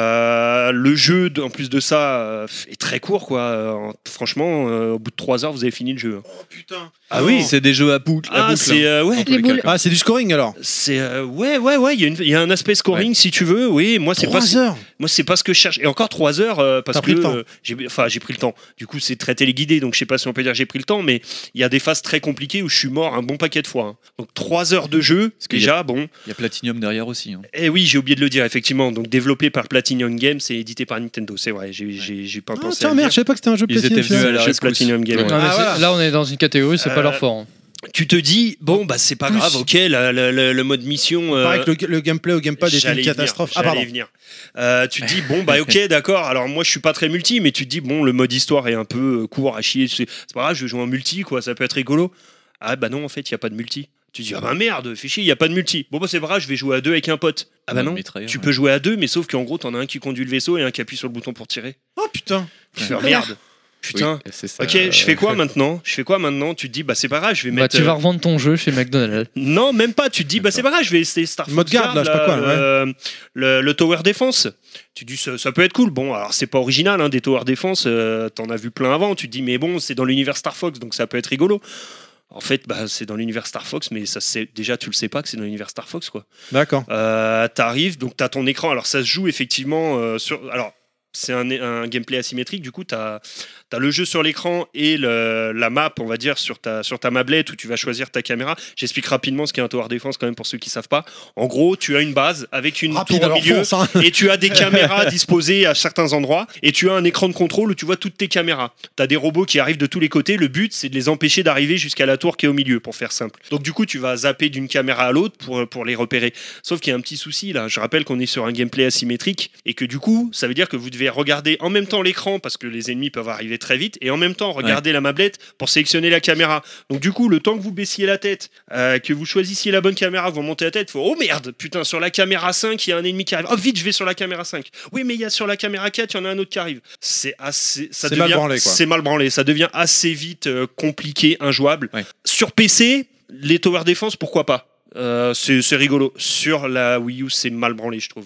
S4: Le jeu, en plus de ça, est très court, quoi. Franchement, au bout de 3 heures, vous avez fini le jeu.
S1: Oh putain.
S5: Ah oui, c'est des jeux à boucle.
S4: C'est
S2: ouais. Les boules.
S1: Ah, c'est du scoring alors.
S4: C'est ouais. Il y a un aspect scoring, si tu veux. Oui, moi c'est
S1: 3 heures.
S4: Moi c'est pas ce que je cherche. Et encore 3 heures parce
S1: T'as pris le temps.
S4: j'ai pris le temps. Du coup, c'est très téléguidé, donc je sais pas si on peut dire j'ai pris le temps, mais il y a des phases très compliquées où je suis mort un bon paquet de fois. Hein. Donc 3 heures de jeu, déjà bon.
S5: Il y a Platinum derrière aussi. Hein.
S4: Et oui, j'ai oublié de le dire effectivement. Donc développé par Platinum Games et édité par Nintendo. C'est vrai. J'ai pas pensé.
S1: Tiens, merde, je savais pas que c'était un jeu
S5: Platinum.
S1: Platinum.
S5: Ils étaient venus à la
S4: Platinum Games.
S3: Voilà. Là, on est dans une catégorie, c'est pas leur fort. Hein.
S4: Tu te dis, bon, c'est pas grave, ok, le mode mission.
S1: Pareil que le gameplay au gamepad était une catastrophe.
S4: Venir. Tu te dis, bon, ok, d'accord, alors moi je suis pas très multi, mais tu te dis, bon, le mode histoire est un peu court à chier, c'est pas grave, je vais jouer en multi, quoi, ça peut être rigolo. Ah bah non, en fait, il y a pas de multi. Tu te dis, ah bah merde, fais chier, il y a pas de multi. Bon, c'est pas grave, je vais jouer à 2 avec un pote. Ah bah non, tu peux jouer à 2, mais sauf qu'en gros, t'en as un qui conduit le vaisseau et un qui appuie sur le bouton pour tirer.
S1: Oh putain.
S4: Merde. Putain, oui, ça, ok, je fais quoi maintenant ? Tu te dis, c'est pas grave, je vais mettre.
S3: Tu vas revendre ton jeu chez McDonald's.
S4: Non, même pas. Tu te dis, c'est pas grave, je vais essayer Star Fox.
S1: Mode garde, là, je sais pas quoi.
S4: Le Tower Defense. Tu te dis, ça peut être cool. Bon, alors c'est pas original, hein, des Tower Defense. T'en as vu plein avant. Tu te dis, mais bon, c'est dans l'univers Star Fox, donc ça peut être rigolo. En fait, c'est dans l'univers Star Fox, mais déjà, tu le sais pas que c'est dans l'univers Star Fox, quoi.
S1: D'accord.
S4: T'arrives, donc t'as ton écran. Alors, ça se joue effectivement sur. Alors, c'est un gameplay asymétrique. Du coup, t'as le jeu sur l'écran et la map, on va dire, sur ta mablette où tu vas choisir ta caméra. J'explique rapidement ce qu'est un Tower Defense quand même pour ceux qui savent pas. En gros, tu as une base avec une tour au milieu et tu as des caméras disposées à certains endroits et tu as un écran de contrôle où tu vois toutes tes caméras. Tu as des robots qui arrivent de tous les côtés. Le but, c'est de les empêcher d'arriver jusqu'à la tour qui est au milieu, pour faire simple. Donc du coup, tu vas zapper d'une caméra à l'autre pour les repérer. Sauf qu'il y a un petit souci là. Je rappelle qu'on est sur un gameplay asymétrique et que du coup, ça veut dire que vous devez regarder en même temps l'écran parce que les ennemis peuvent arriver très vite et en même temps regarder la mablette pour sélectionner la caméra. Donc du coup, le temps que vous baissiez la tête, que vous choisissiez la bonne caméra, vous montez la tête, faut oh merde, putain, sur la caméra 5, il y a un ennemi qui arrive. Oh vite, je vais sur la caméra 5. Oui, mais il y a sur la caméra 4, il y en a un autre qui arrive. C'est mal branlé, quoi. C'est mal branlé, ça devient assez vite compliqué, injouable. Ouais. Sur PC, les Tower Defense, pourquoi pas ? C'est rigolo. Sur la Wii U, c'est mal branlé, je trouve.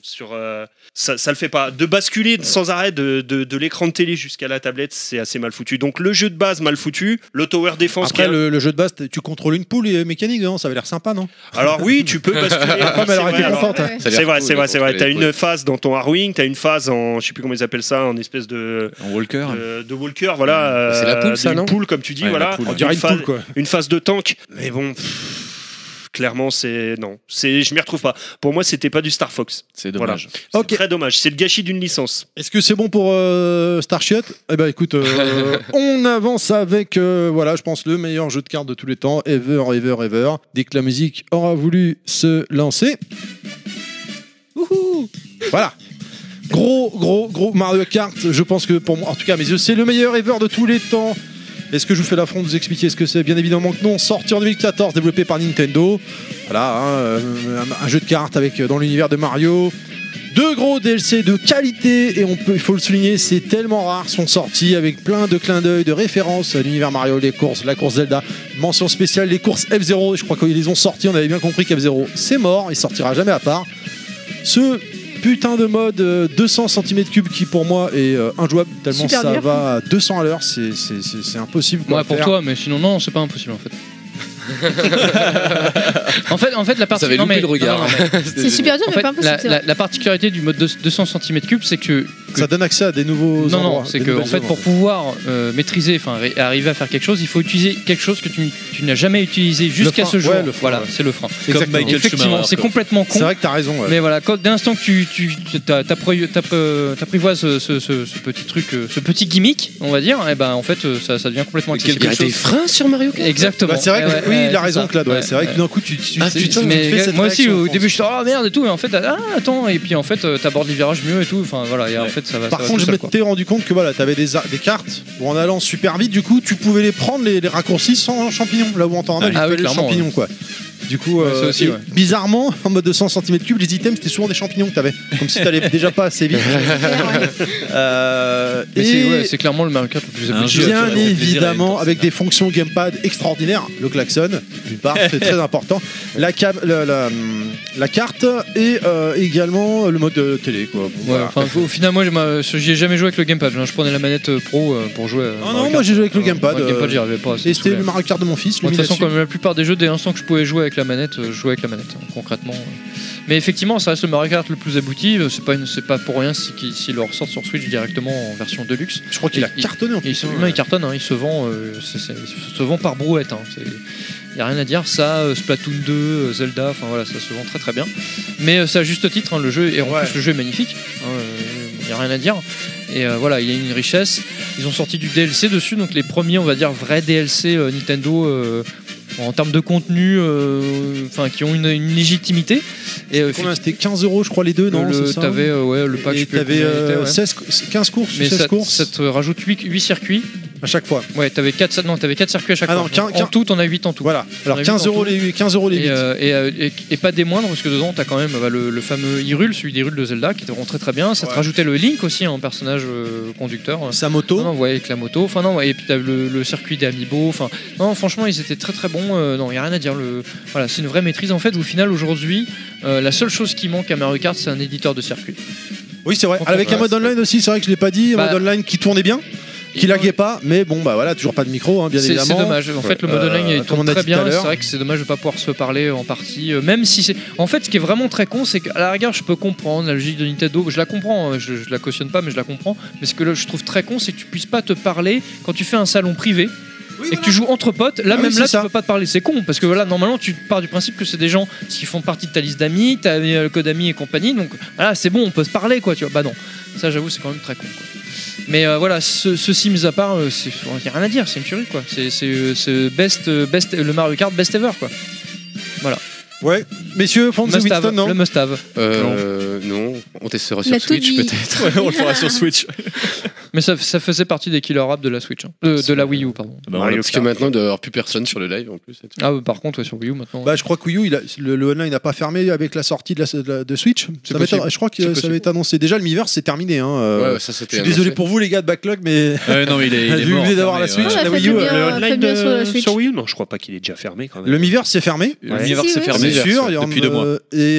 S4: Ça le fait pas. De basculer sans arrêt de l'écran de télé jusqu'à la tablette, c'est assez mal foutu. Donc le jeu de base mal foutu, le Tower Defense.
S1: Après le jeu de base, tu contrôles une poule mécanique, non ? Ça avait l'air sympa, non ?
S4: Alors oui, tu peux basculer.
S1: Elle aurait été contente.
S4: C'est vrai. T'as une phase dans ton Harrowing, t'as une phase en, je sais plus comment ils appellent ça, en espèce de.
S5: En walker.
S4: De walker, voilà.
S6: C'est la poule, ça, non ?
S4: Une poule, comme tu dis, voilà.
S1: On dirait une poule, quoi.
S4: Une phase de tank. Mais bon. Clairement, je m'y retrouve pas. Pour moi, c'était pas du Star Fox.
S5: C'est dommage.
S4: Voilà. C'est très dommage. C'est le gâchis d'une licence.
S1: Est-ce que c'est bon pour Starshot ? Eh ben, écoute, on avance avec, je pense, le meilleur jeu de cartes de tous les temps, ever. Dès que la musique aura voulu se lancer. Voilà. Gros Mario Kart. Je pense que pour moi, en tout cas, à mes yeux, c'est le meilleur ever de tous les temps. Est-ce que je vous fais l'affront de vous expliquer ce que c'est ? Bien évidemment que non. Sorti en 2014, développé par Nintendo. Voilà, un jeu de cartes avec dans l'univers de Mario. 2 gros DLC de qualité et il faut le souligner, c'est tellement rare, sont sortis avec plein de clins d'œil, de références à l'univers Mario, les courses, la course Zelda, mention spéciale les courses F-Zero. Je crois qu'ils les ont sortis, on avait bien compris qu'F-Zero c'est mort, il sortira jamais à part. Ce putain de mode 200 cm3 qui pour moi est injouable tellement
S2: Super
S1: ça
S2: dur.
S1: va à 200 à l'heure, c'est impossible.
S3: Ouais, pour toi, mais sinon non, c'est pas impossible en fait. en fait, la partie.
S6: Vous avez loupé le regard.
S2: C'est super dur,
S3: En
S2: mais
S3: fait,
S2: pas impossible. c'est vrai.
S3: la particularité du mode 200 cm3, c'est que
S1: ça donne accès à des nouveaux
S3: non,
S1: endroits,
S3: c'est
S1: des
S3: que en
S1: nouvelles
S3: fait,
S1: zones,
S3: pour pouvoir maîtriser, enfin arriver à faire quelque chose, il faut utiliser quelque chose que tu n'as jamais utilisé jusqu'à
S1: frein,
S3: ce jour.
S1: ouais, le frein,
S3: Voilà,
S1: ouais.
S3: c'est le frein.
S1: Exactement.
S7: Michael
S3: Effectivement,
S7: Schumacher,
S3: c'est
S7: quoi.
S3: complètement con.
S1: C'est vrai que t'as raison. Ouais.
S3: Mais voilà, dès l'instant que tu t'apprivoises ce petit truc, ce petit gimmick, on va dire, et ben en fait, ça devient complètement accessible.
S6: Il y a des freins sur Mario Kart.
S3: Exactement.
S1: Bah, c'est vrai que
S3: Ouais,
S1: oui,
S3: ouais,
S1: il a
S3: c'est
S1: raison,
S3: ça.
S1: Claude. Ouais,
S3: Ouais,
S1: c'est vrai
S3: ouais.
S1: que d'un coup, tu
S3: Mais
S1: fais cette
S3: moi aussi,
S1: réaction,
S3: au
S1: je
S3: début,
S1: pense.
S3: je suis oh merde et tout, et en fait, attends, et puis en fait, t'abordes les virages mieux et tout. Enfin voilà, et en fait, ça va.
S1: Par
S3: ça va
S1: contre,
S3: tout
S1: je
S3: seul, quoi.
S1: m'étais rendu compte que voilà, t'avais des cartes où en allant super vite, du coup, tu pouvais les prendre, les raccourcis sans champignons. Là où en temps normal, il
S3: Ah oui,
S1: fallait les
S3: clairement,
S1: champignons, quoi. Du coup,
S3: Ouais, ça aussi,
S1: et
S3: ouais.
S1: bizarrement, en mode 200 cm3, les items, c'était souvent des champignons que t'avais. Comme si t'allais déjà pas assez vite.
S3: Mais
S1: Et
S3: c'est clairement le Mario Kart le plus
S7: Un
S3: abouti.
S7: jeu
S1: bien
S7: qui aurait fait plaisir à
S1: évidemment,
S7: une
S1: avec des fonctions gamepad extraordinaires. Le klaxon, d'une part, c'est très important. La carte et également le mode télé, quoi. Bon,
S3: Ouais,
S1: voilà.
S3: enfin, au final, moi, j'y ai jamais joué avec le gamepad. Je prenais la manette pro pour jouer.
S1: Ah non, moi j'ai joué avec le gamepad.
S3: Moi, le gamepad, j'y arrivais pas. ça
S1: Et
S3: me
S1: c'était
S3: saoulait.
S1: le Mario Kart de mon fils.
S3: Moi, de toute façon,
S1: là-dessus.
S3: comme la plupart des jeux, dès l'instant que je pouvais jouer avec la manette, je jouais avec la manette, concrètement. Mais effectivement, ça reste le Mario Kart le plus abouti. C'est pas pour rien s'il le ressort sur Switch directement en version Deluxe.
S1: Je crois qu'il a
S3: Il-
S1: cartonné en
S3: Et
S1: plus.
S3: il cartonne, hein, il se vend, se vend par brouette. Il n'y a rien à dire. Ça, Splatoon 2, Zelda, enfin voilà, ça se vend très très bien. Mais c'est à juste titre, hein, le jeu, et en
S1: Ouais.
S3: plus le jeu est magnifique. Il n'y a rien à dire. Et voilà, il y a une richesse. Ils ont sorti du DLC dessus, donc les premiers, on va dire, vrais DLC Nintendo. En termes de contenu, enfin qui ont une légitimité. Et
S1: Combien c'était 15 € je crois les deux, non c'est ça
S3: t'avais le pack. je
S1: Et
S3: sais plus
S1: t'avais
S3: combien il était, ouais.
S1: 15 courses ou
S3: Mais
S1: 16 courses
S3: ça te rajoute 8 circuits.
S1: à chaque fois.
S3: Ouais, t'avais 4 circuits à chaque
S1: Ah
S3: fois.
S1: non,
S3: En tout, t'en as 8 en tout.
S1: Voilà. Alors
S3: On a vu
S1: 15
S3: en
S1: € les 15 € les 8.
S3: Et pas des moindres, parce que dedans, t'as quand même le fameux Hyrule, celui d'Hyrule de Zelda, qui était vraiment très très bien. Ça te
S1: Ouais.
S3: rajoutait le Link aussi en personnage conducteur.
S1: Sa moto.
S3: Non, ouais, avec la moto. Enfin, non, ouais, et puis t'as le circuit des Amiibo. Enfin, non, franchement, ils étaient très très bons. Non, il n'y a rien à dire. Voilà, c'est une vraie maîtrise. En fait, au final, aujourd'hui, la seule chose qui manque à Mario Kart, c'est un éditeur de circuit.
S1: Oui, c'est vrai.
S3: Enfin,
S1: Avec un mode online aussi, c'est vrai que je l'ai pas dit, un
S3: Bah,
S1: mode online qui tournait bien, qui laguait pas, mais bon bah voilà, toujours pas de micro hein, bien
S3: C'est
S1: évidemment.
S3: dommage. En fait, le mode online il
S1: comme on
S3: tourne
S1: a
S3: très
S1: dit tout à
S3: bien.
S1: l'heure.
S3: C'est vrai que c'est dommage de pas pouvoir se parler en partie. Même si c'est. En fait, ce qui est vraiment très con, c'est qu'à la rigueur, je peux comprendre la logique de Nintendo. Je la comprends. Je la cautionne pas, mais je la comprends. Mais ce que je trouve très con, c'est que tu puisses pas te parler quand tu fais un salon privé.
S1: Oui,
S3: Et que tu joues entre potes, là
S1: Ah oui,
S3: même
S1: c'est
S3: là
S1: ça.
S3: tu peux pas te parler, c'est con parce que voilà normalement tu pars du principe que c'est des gens qui font partie de ta liste d'amis, t'as le code amis et compagnie, donc voilà c'est bon on peut se parler quoi tu vois, bah non, ça j'avoue c'est quand même très con quoi. Mais voilà, ceci mis à part, y a rien à dire, c'est une tuerie quoi, c'est le Mario Kart best ever quoi. Voilà.
S1: Ouais, messieurs, Fonzie
S3: Must have,
S1: Winston, non
S3: le must have.
S6: Non, on testera
S2: Il a
S6: sur
S2: tout
S6: Switch
S2: dit.
S6: peut-être.
S7: Ouais, on le fera sur Switch.
S3: Mais ça faisait partie des killer apps de la Switch, hein. de la Wii U pardon.
S6: Parce que maintenant, il doit y avoir plus personne sur le live en plus.
S3: Ah par contre ouais, sur Wii U maintenant.
S1: Bah, je crois que Wii U, le online n'a pas fermé avec la sortie de Switch. Ça va être-
S3: possible.
S1: je crois
S3: C'est
S1: que ça
S3: possible.
S1: va être annoncé. Déjà, le Miiverse, c'est terminé. Hein,
S6: Ouais, ça
S1: je
S6: c'était.
S1: suis désolé
S6: annoncé.
S1: pour vous, les gars de Backlog, mais
S7: Non, mais il est
S1: Vu que
S7: mort.
S1: vous venez d'avoir la
S7: fermé,
S1: Switch,
S2: Ouais,
S1: la
S2: faites
S1: Wii U,
S2: bien,
S4: Le
S2: faites
S4: online
S2: bien sur la Switch.
S4: sur Wii U, non, je crois pas qu'il est déjà fermé quand même.
S1: le Miiverse, c'est fermé.
S7: Le
S4: Ouais.
S7: Miiverse
S2: Si,
S7: s'est
S2: oui.
S7: fermé.
S1: C'est sûr,
S7: Depuis 2 mois.
S1: Et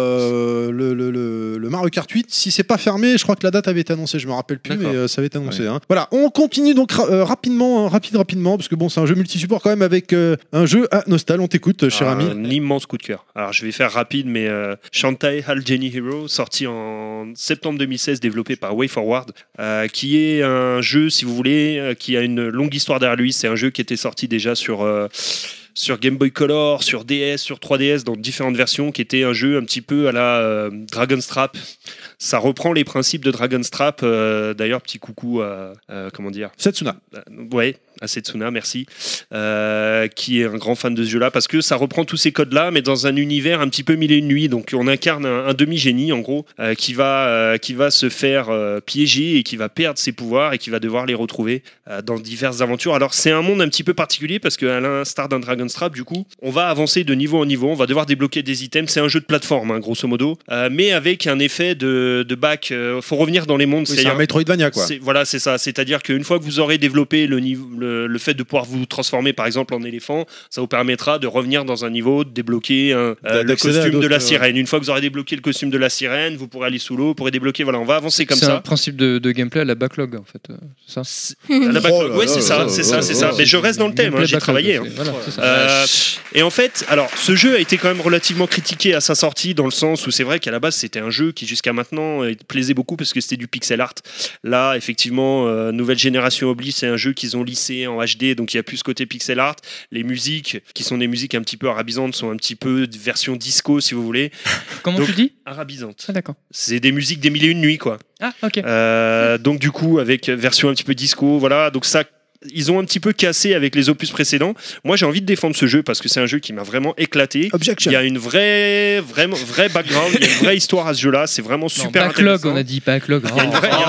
S1: le Mario Kart 8, si c'est pas fermé, je crois que la date avait été annoncée, je me rappelle plus,
S4: D'accord.
S1: mais ça avait été annoncé. Hein. Voilà, on continue donc rapidement, parce que bon, c'est un jeu multi-support quand même avec un jeu à Nostal. On t'écoute, cher ami.
S4: Un immense coup de cœur. Alors je vais faire rapide, mais Shantae Hal Genie Hero, sorti en septembre 2016, développé par WayForward, qui est un jeu, si vous voulez, qui a une longue histoire derrière lui. C'est un jeu qui était sorti déjà sur Game Boy Color, sur DS, sur 3DS, dans différentes versions, qui était un jeu un petit peu à la Dragon's Trap. Ça reprend les principes de Dragon's Trap. D'ailleurs, petit coucou à comment dire,
S1: Setsuna.
S4: ouais, à Setsuna, merci, qui est un grand fan de ce jeu-là, parce que ça reprend tous ces codes-là, mais dans un univers un petit peu mille et une nuits. Donc on incarne un demi-génie, en gros, qui va se faire piéger et qui va perdre ses pouvoirs et qui va devoir les retrouver dans diverses aventures. Alors c'est un monde un petit peu particulier, parce qu'à l'instar d'un Dragon's Strap, du coup, on va avancer de niveau en niveau, on va devoir débloquer des items. C'est un jeu de plateforme, hein, grosso modo, mais avec un effet de back. Faut revenir dans les mondes.
S1: Oui, c'est un Metroidvania, quoi.
S4: Voilà, c'est ça. C'est-à-dire qu'une fois que vous aurez développé le fait de pouvoir vous transformer, par exemple, en éléphant, ça vous permettra de revenir dans un niveau, de débloquer le costume de la sirène. Une fois que vous aurez débloqué le costume de la sirène, vous pourrez aller sous l'eau, vous pourrez débloquer. Voilà, on va avancer comme ça.
S3: C'est un principe de gameplay à la backlog, en fait. C'est ça.
S4: La backlog, ouais, c'est ça. Mais je reste dans le thème. J'ai travaillé. Hein.
S3: Voilà, c'est ça.
S4: Et en fait, alors, ce jeu a été quand même relativement critiqué à sa sortie, dans le sens où c'est vrai qu'à la base, c'était un jeu qui, jusqu'à maintenant, plaisait beaucoup parce que c'était du pixel art. Là, effectivement, nouvelle génération oblige, c'est un jeu qu'ils ont lissé en HD, donc il y a plus ce côté pixel art. Les musiques, qui sont des musiques un petit peu arabisantes, sont un petit peu de version disco, si vous voulez.
S3: Comment tu dis ?
S4: Arabisantes.
S3: Ah, d'accord.
S4: C'est des musiques des mille et une nuits, quoi.
S3: Ah, ok.
S4: Donc du coup, avec version un petit peu disco, voilà. Donc ça, ils ont un petit peu cassé avec les opus précédents. Moi, j'ai envie de défendre ce jeu parce que c'est un jeu qui m'a vraiment éclaté.
S1: Objection.
S4: Il y a une vraie background, il y a une vraie histoire à ce jeu-là. C'est vraiment super intéressant.
S3: On a dit backlog.
S4: Il y a une vraie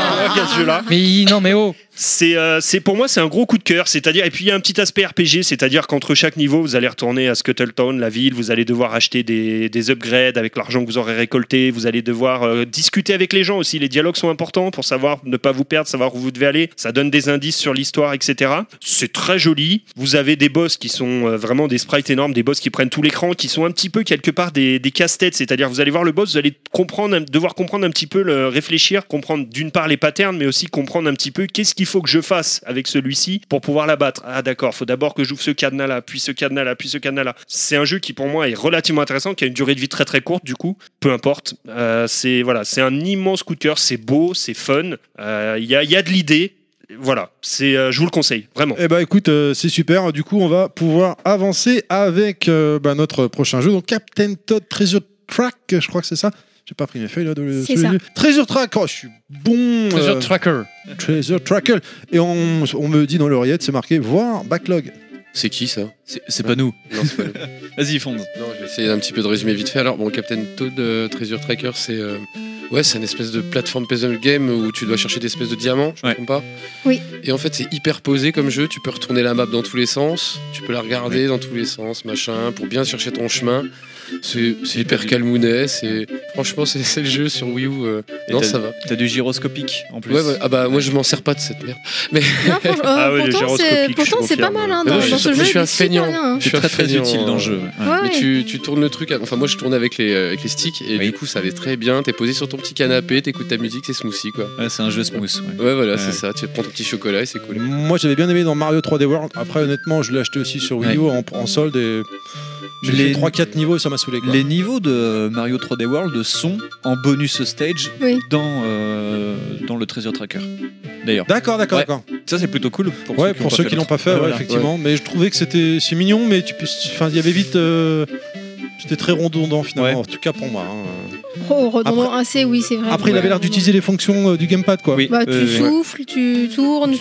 S4: à ce jeu-là.
S3: Mais non, mais oh.
S4: C'est pour moi, c'est un gros coup de cœur. C'est-à-dire, et puis il y a un petit aspect RPG, c'est-à-dire qu'entre chaque niveau, vous allez retourner à Scuttletown, la ville. Vous allez devoir acheter des upgrades avec l'argent que vous aurez récolté. Vous allez devoir discuter avec les gens aussi. Les dialogues sont importants pour savoir ne pas vous perdre, savoir où vous devez aller. Ça donne des indices sur l'histoire, etc. C'est très joli. Vous avez des boss qui sont vraiment des sprites énormes, des boss qui prennent tout l'écran, qui sont un petit peu quelque part des casse-têtes. C'est-à-dire, vous allez voir le boss, vous allez devoir comprendre un petit peu, réfléchir, comprendre d'une part les patterns, mais aussi comprendre un petit peu qu'est-ce qu'il faut que je fasse avec celui-ci pour pouvoir l'abattre. Ah d'accord, faut d'abord que j'ouvre ce cadenas-là, puis ce cadenas-là, puis ce cadenas-là. C'est un jeu qui pour moi est relativement intéressant, qui a une durée de vie très très courte du coup, peu importe. C'est un immense coup de cœur, c'est beau, c'est fun, il y a de l'idée. Voilà, je vous le conseille, vraiment.
S1: Eh bah écoute, c'est super. Du coup, on va pouvoir avancer avec notre prochain jeu. Donc Captain Toad Treasure Track, je crois que c'est ça. J'ai pas pris mes feuilles là.
S2: C'est ça.
S1: Treasure Track, oh, je suis bon.
S3: Treasure Tracker.
S1: Treasure Tracker. Et on me dit dans l'oreillette, c'est marqué voir backlog.
S6: C'est qui ça ?
S5: C'est pas nous.
S6: Non, c'est pas nous.
S5: Vas-y, fonde.
S6: Non, je vais essayer un petit peu de résumer vite fait. Alors, bon, Captain Toad Treasure Tracker, c'est une espèce de plateforme puzzle game où tu dois chercher des espèces de diamants, je ne me trompe pas.
S2: Oui.
S6: Et en fait, c'est hyper posé comme jeu. Tu peux retourner la map dans tous les sens, tu peux la regarder dans tous les sens, machin, pour bien chercher ton chemin. C'est hyper calmounet. Franchement, c'est le jeu sur Wii U. Non, ça va.
S5: T'as du gyroscopique en plus.
S6: Ouais. Ah bah, moi, je m'en sers pas de cette merde. Mais
S2: non, pourtant, c'est pas mal. Hein, dans ce jeu,
S6: je suis un feignant.
S5: Je suis très utile dans le jeu.
S6: Mais tu tournes le truc. Enfin, moi, je tournais avec les sticks et du coup, ça allait très bien. T'es posé sur ton petit canapé, t'écoutes ta musique, c'est smoothie, quoi.
S5: Ouais, c'est un jeu smooth.
S6: Ouais, voilà, c'est ça. Tu prends ton petit chocolat et c'est cool.
S1: Moi, j'avais bien aimé dans Mario 3D World. Après, honnêtement, je l'ai acheté aussi sur Wii U en solde et j'ai fait 3-4 niveaux et ça m'a saoulé, quoi.
S5: Les niveaux de Mario 3D World sont en bonus stage dans le Treasure Tracker. D'ailleurs.
S1: D'accord.
S5: Ça, c'est plutôt cool
S1: pour ceux qui l'ont pas fait, effectivement. Mais je trouvais que c'est mignon, mais il y avait vite. C'était très redondant finalement, en tout cas pour moi.
S2: Redondant assez, oui, c'est vrai.
S1: Après, il avait l'air d'utiliser les fonctions du gamepad, quoi.
S5: Oui.
S2: Tu souffles, tu tournes,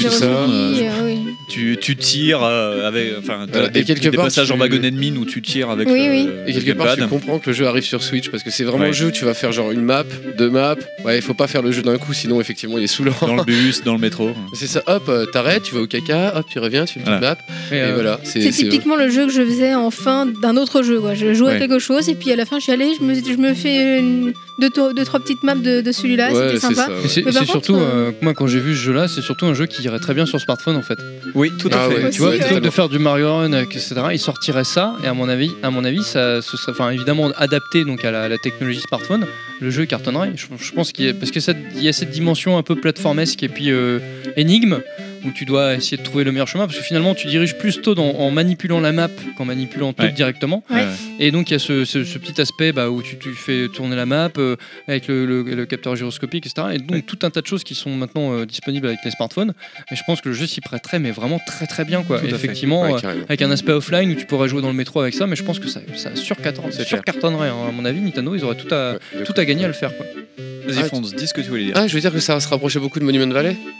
S5: tu tires avec. Enfin, des passages en wagon mine où tu tires avec.
S6: Et quelque part, tu comprends que le jeu arrive sur Switch parce que c'est vraiment le jeu où tu vas faire genre une map, 2 maps. Ouais, il faut pas faire le jeu d'un coup, sinon effectivement il est saoulant.
S5: Dans le bus, dans le métro.
S6: C'est ça, hop, t'arrêtes, tu vas au caca, hop, tu reviens, tu fais une petite map. Et voilà.
S2: C'est typiquement le jeu que je faisais en fin d'un autre jeu, quoi. Je jouais à quelque chose et puis à la fin je suis allé, je me fais 2-3 petites maps de celui-là, c'était sympa.
S3: C'est surtout, moi quand j'ai vu ce jeu-là, c'est surtout un jeu qui irait très bien sur smartphone en fait.
S5: Oui, tout à fait.
S3: Tu vois, plutôt que de faire du Mario Run, etc., il sortirait ça et à mon avis, ça ce serait, évidemment adapté donc à la technologie smartphone. Le jeu cartonnerait. Je pense qu'il y a, parce que il y a cette dimension un peu plateformesque et puis énigme, où tu dois essayer de trouver le meilleur chemin, parce que finalement tu diriges plus Toad en manipulant la map qu'en manipulant Toad directement. Et donc il y a ce petit aspect où tu fais tourner la map avec le capteur gyroscopique, etc. Et donc tout un tas de choses qui sont maintenant disponibles avec les smartphones. Mais je pense que le jeu s'y prêterait, mais vraiment très très bien, quoi. Et effectivement, avec un aspect offline où tu pourrais jouer dans le métro avec ça, mais je pense que ça surcartonnerait. À mon avis, Nintendo, ils auraient tout à gagner à le faire, quoi.
S5: Vas-y, Fonz, dis ce que tu voulais dire.
S6: Ah, je veux dire que ça va se rapprocher beaucoup de Monument Valley.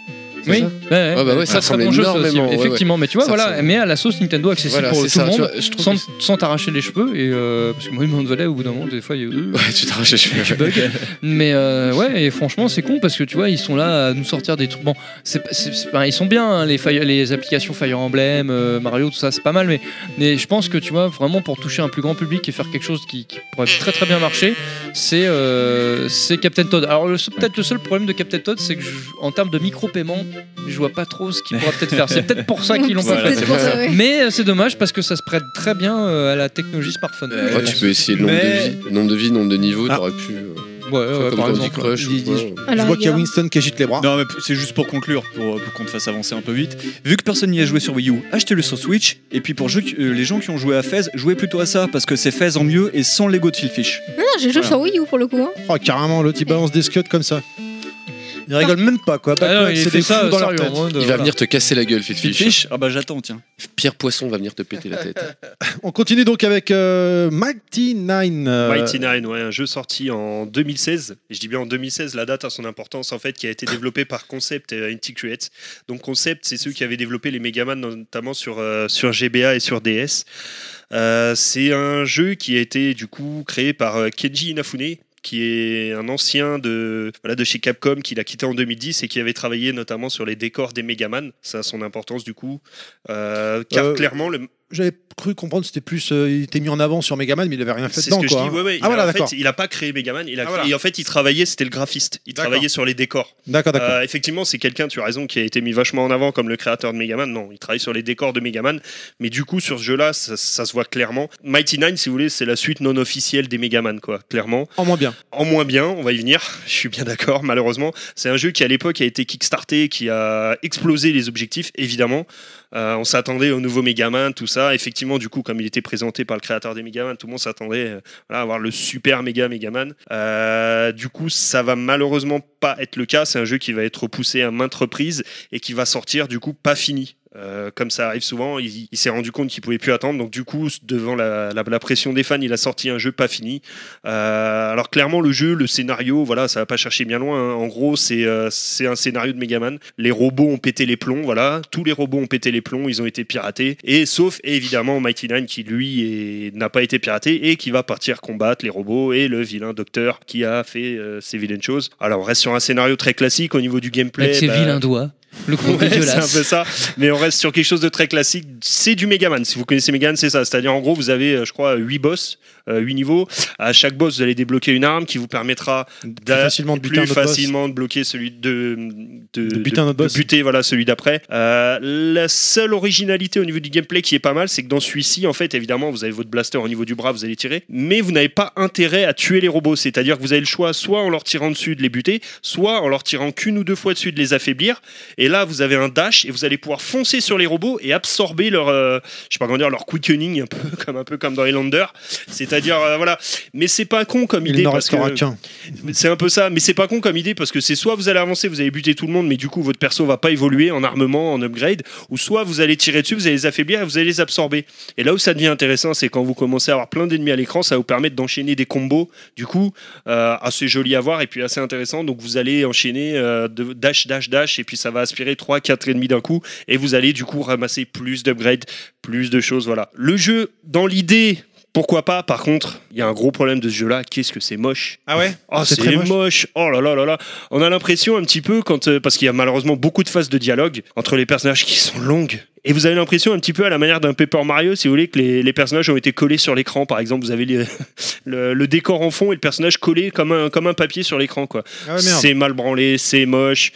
S3: Oui,
S6: ça
S3: très
S6: ressemble
S3: bon jeu, ça aussi,
S6: énormément.
S3: effectivement. Mais tu vois,
S6: Ça
S3: voilà,
S6: ressemble.
S3: mais à la sauce Nintendo accessible
S6: Voilà,
S3: pour
S6: c'est
S3: tout le
S6: ça, tu
S3: monde,
S6: vois, je trouve
S3: sans t'arracher les cheveux. Et parce que moi, il m'en valait au bout d'un moment, des fois, il y a
S6: Ouais, tu t'arraches les cheveux.
S3: tu bugs. Mais ouais, et franchement, c'est con parce que tu vois, ils sont là à nous sortir des trucs. Bon, ils sont bien, hein, les applications Fire Emblem, Mario, tout ça, c'est pas mal. Mais je pense que tu vois, vraiment pour toucher un plus grand public et faire quelque chose qui pourrait très très bien marcher, c'est Captain Toad. Alors peut-être le seul problème de Captain Toad, c'est que en termes de micro-paiement, je vois pas trop ce qu'il pourra peut-être faire. C'est peut-être pour ça qu'ils l'ont pas fait. Mais c'est dommage parce que ça se prête très bien à la technologie smartphone.
S6: Ouais, tu peux essayer le nombre de vie, nombre de niveaux, t'aurais pu.
S3: Ouais,
S6: comme
S3: par
S6: Candy
S3: exemple.
S6: Crush.
S1: Je vois qu'il y a Winston qui agite les bras.
S7: Non, mais c'est juste pour conclure, pour qu'on te fasse avancer un peu vite. Vu que personne n'y a joué sur Wii U, achetez-le sur Switch. Et puis pour les gens qui ont joué à Fez, jouez plutôt à ça parce que c'est Fez en mieux et sans Lego de Phil Fish.
S2: Non, j'ai joué sur Wii U pour le coup. Hein.
S1: Oh, carrément, l'autre il balance des scuds comme ça. Il rigole même pas quoi.
S3: Alors, il
S1: c'est
S3: fait
S1: des
S3: ça
S1: fous dans leur
S3: sérieux,
S1: tête.
S3: en mode,
S6: Il va
S3: voilà.
S6: venir te casser la gueule, Phil
S7: Phil
S6: Fish.
S7: Fish Ah bah j'attends, tiens.
S6: Pierre Poisson va venir te péter la tête.
S1: On continue donc avec Mighty Nine.
S4: Mighty Nine, ouais, un jeu sorti en 2016. Et je dis bien en 2016, la date a son importance en fait, qui a été développé par Concept et Inti-Create. Donc Concept, c'est ceux qui avaient développé les Megaman, notamment sur GBA et sur DS. C'est un jeu qui a été du coup créé par Keiji Inafune, qui est un ancien de chez Capcom, qui l'a quitté en 2010 et qui avait travaillé notamment sur les décors des Megaman. Ça a son importance du coup. Car clairement,
S1: J'avais cru comprendre que c'était plus. Il était mis en avant sur Megaman, mais il avait rien fait
S4: c'est
S1: dedans.
S4: ce que
S1: quoi,
S4: je dis, ouais.
S1: Ah voilà,
S4: en
S1: d'accord.
S4: fait, il a pas créé Megaman,
S1: voilà.
S4: et en fait, il travaillait, c'était le graphiste. Il
S1: D'accord.
S4: travaillait sur les décors.
S1: D'accord.
S4: Effectivement, c'est quelqu'un, tu as raison, qui a été mis vachement en avant comme le créateur de Megaman. Non, il travaille sur les décors de Megaman, mais du coup, sur ce jeu-là, ça se voit clairement. Mighty Nine, si vous voulez, c'est la suite non officielle des Megaman, quoi, clairement.
S1: En moins bien.
S4: En moins bien, on va y venir, je suis bien d'accord, malheureusement. C'est un jeu qui, à l'époque, a été kickstarté, qui a explosé les objectifs, évidemment. On s'attendait au nouveau Megaman, tout ça. Effectivement, du coup, comme il était présenté par le créateur des Megaman, tout le monde s'attendait à avoir le super Megaman. Du coup, ça va malheureusement pas être le cas. C'est un jeu qui va être repoussé à maintes reprises et qui va sortir, du coup, pas fini. Comme ça arrive souvent, il s'est rendu compte qu'il pouvait plus attendre, donc du coup, devant la pression des fans, il a sorti un jeu pas fini. Alors clairement, le jeu, le scénario, voilà, ça va pas chercher bien loin. Hein. En gros, c'est un scénario de Megaman. Les robots ont pété les plombs, voilà, tous les robots ont pété les plombs, ils ont été piratés. Et sauf évidemment Mighty Nine qui lui n'a pas été piraté et qui va partir combattre les robots et le vilain docteur qui a fait ces vilaines choses. Alors on reste sur un scénario très classique au niveau du gameplay.
S3: Avec ses vilains doigts. Le gros
S4: Ouais,
S3: dégueulasse.
S4: c'est un peu ça, mais on reste sur quelque chose de très classique. C'est du Megaman. Si vous connaissez Megaman, c'est ça. C'est-à-dire, en gros, vous avez, je crois, 8 boss, 8 niveaux. À chaque boss, vous allez débloquer une arme qui vous permettra
S1: facilement de buter un autre boss.
S4: de bloquer celui de
S1: buter un autre boss.
S4: buter, voilà, celui d'après. La seule originalité au niveau du gameplay qui est pas mal, c'est que dans celui-ci, en fait, évidemment, vous avez votre blaster au niveau du bras, vous allez tirer, mais vous n'avez pas intérêt à tuer les robots. C'est-à-dire que vous avez le choix, soit en leur tirant dessus de les buter, soit en leur tirant qu'une ou deux fois dessus de les affaiblir. Et là, vous avez un dash et vous allez pouvoir foncer sur les robots et absorber leur, je sais pas comment dire, leur quickening, un peu comme dans Highlander. C'est-à-dire, voilà. Mais c'est pas con comme idée.
S1: Il n'en
S4: parce
S1: restera
S4: que
S1: qu'un.
S4: c'est un peu ça, mais c'est pas con comme idée parce que c'est soit vous allez avancer, vous allez buter tout le monde, mais du coup votre perso va pas évoluer en armement, en upgrade, ou soit vous allez tirer dessus, vous allez les affaiblir et vous allez les absorber. Et là où ça devient intéressant, c'est quand vous commencez à avoir plein d'ennemis à l'écran, ça va vous permettre d'enchaîner des combos, du coup assez joli à voir et puis assez intéressant. Donc vous allez enchaîner de dash, et puis ça va aspirer 3-4 ennemis d'un coup, et vous allez du coup ramasser plus d'upgrades, plus de choses. Voilà. Le jeu, dans l'idée, pourquoi pas. Par contre, il y a un gros problème de ce jeu-là. Qu'est-ce que c'est moche.
S1: Ah ouais.
S4: Oh, c'est
S1: très
S4: moche. Oh là là là là. On a l'impression un petit peu parce qu'il y a malheureusement beaucoup de phases de dialogue entre les personnages qui sont longues. Et vous avez l'impression un petit peu à la manière d'un Paper Mario, si vous voulez, que les personnages ont été collés sur l'écran. Par exemple, vous avez le décor en fond et le personnage collé comme un papier sur l'écran, quoi.
S1: Ah ouais, merde.
S4: C'est mal branlé, c'est moche.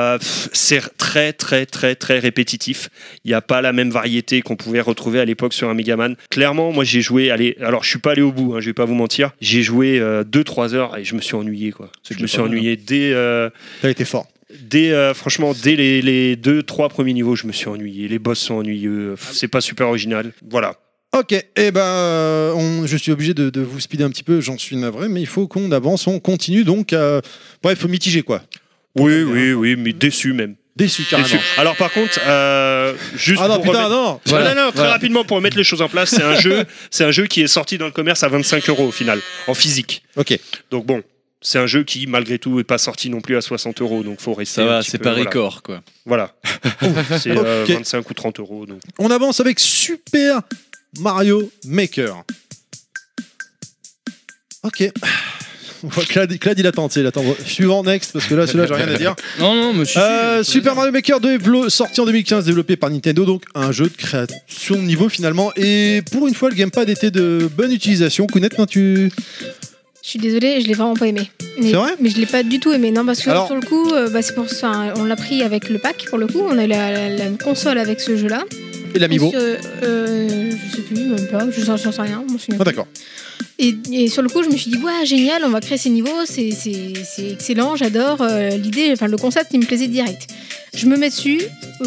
S4: C'est très très très très répétitif. Il n'y a pas la même variété qu'on pouvait retrouver à l'époque sur un Megaman. Clairement, moi j'ai joué. Alors je suis pas allé au bout, hein, je vais pas vous mentir. J'ai joué 2-3 heures et je me suis ennuyé, quoi. Je me suis ennuyé dès.
S1: T'as été fort.
S4: Franchement, dès les 2-3 premiers niveaux, je me suis ennuyé. Les boss sont ennuyeux. C'est pas super original. Voilà.
S1: Ok, et je suis obligé de vous speeder un petit peu, j'en suis navré, mais il faut qu'on avance, on continue donc. Bref, faut mitiger quoi.
S4: Oui, mais déçu même.
S1: Déçu carrément.
S4: Déçu. Alors par contre, juste
S1: Ah non,
S4: pour
S1: putain,
S4: remettre...
S1: non.
S3: Voilà.
S4: Non, très rapidement pour mettre les choses en place, c'est un jeu qui est sorti dans le commerce à 25 € au final, en physique.
S1: Ok.
S4: Donc bon. c'est un jeu qui, malgré tout, n'est pas sorti non plus à 60 €, donc faut rester.
S5: Ça va, c'est pas record, quoi.
S4: Voilà. C'est
S1: Ok.
S4: 25 ou 30 €. Donc.
S1: On avance avec Super Mario Maker. Ok. On voit Clad, il attend. Suivant, next, parce que là, celui-là, j'ai rien à dire.
S3: Non, mais
S1: Super Mario Maker sorti en 2015, développé par Nintendo, donc un jeu de création de niveau finalement. Et pour une fois, le gamepad était de bonne utilisation. Kounet, non, tu.
S2: Je suis désolée, je l'ai vraiment pas aimé.
S1: C'est vrai ?
S2: Mais je l'ai pas du tout aimé, non, parce que
S1: Alors-
S2: sur le coup, c'est pour ça, on l'a pris avec le pack pour le coup. On a eu la console avec ce jeu-là.
S1: Et l'amiibo.
S2: Je sais plus, même pas, j'en sais rien. Je m'en souviens
S1: Ah,
S2: plus.
S1: d'accord.
S2: Et sur le coup, je me suis dit, ouais, génial, on va créer ces niveaux, c'est excellent, j'adore l'idée, enfin le concept, il me plaisait direct. Je me mets dessus,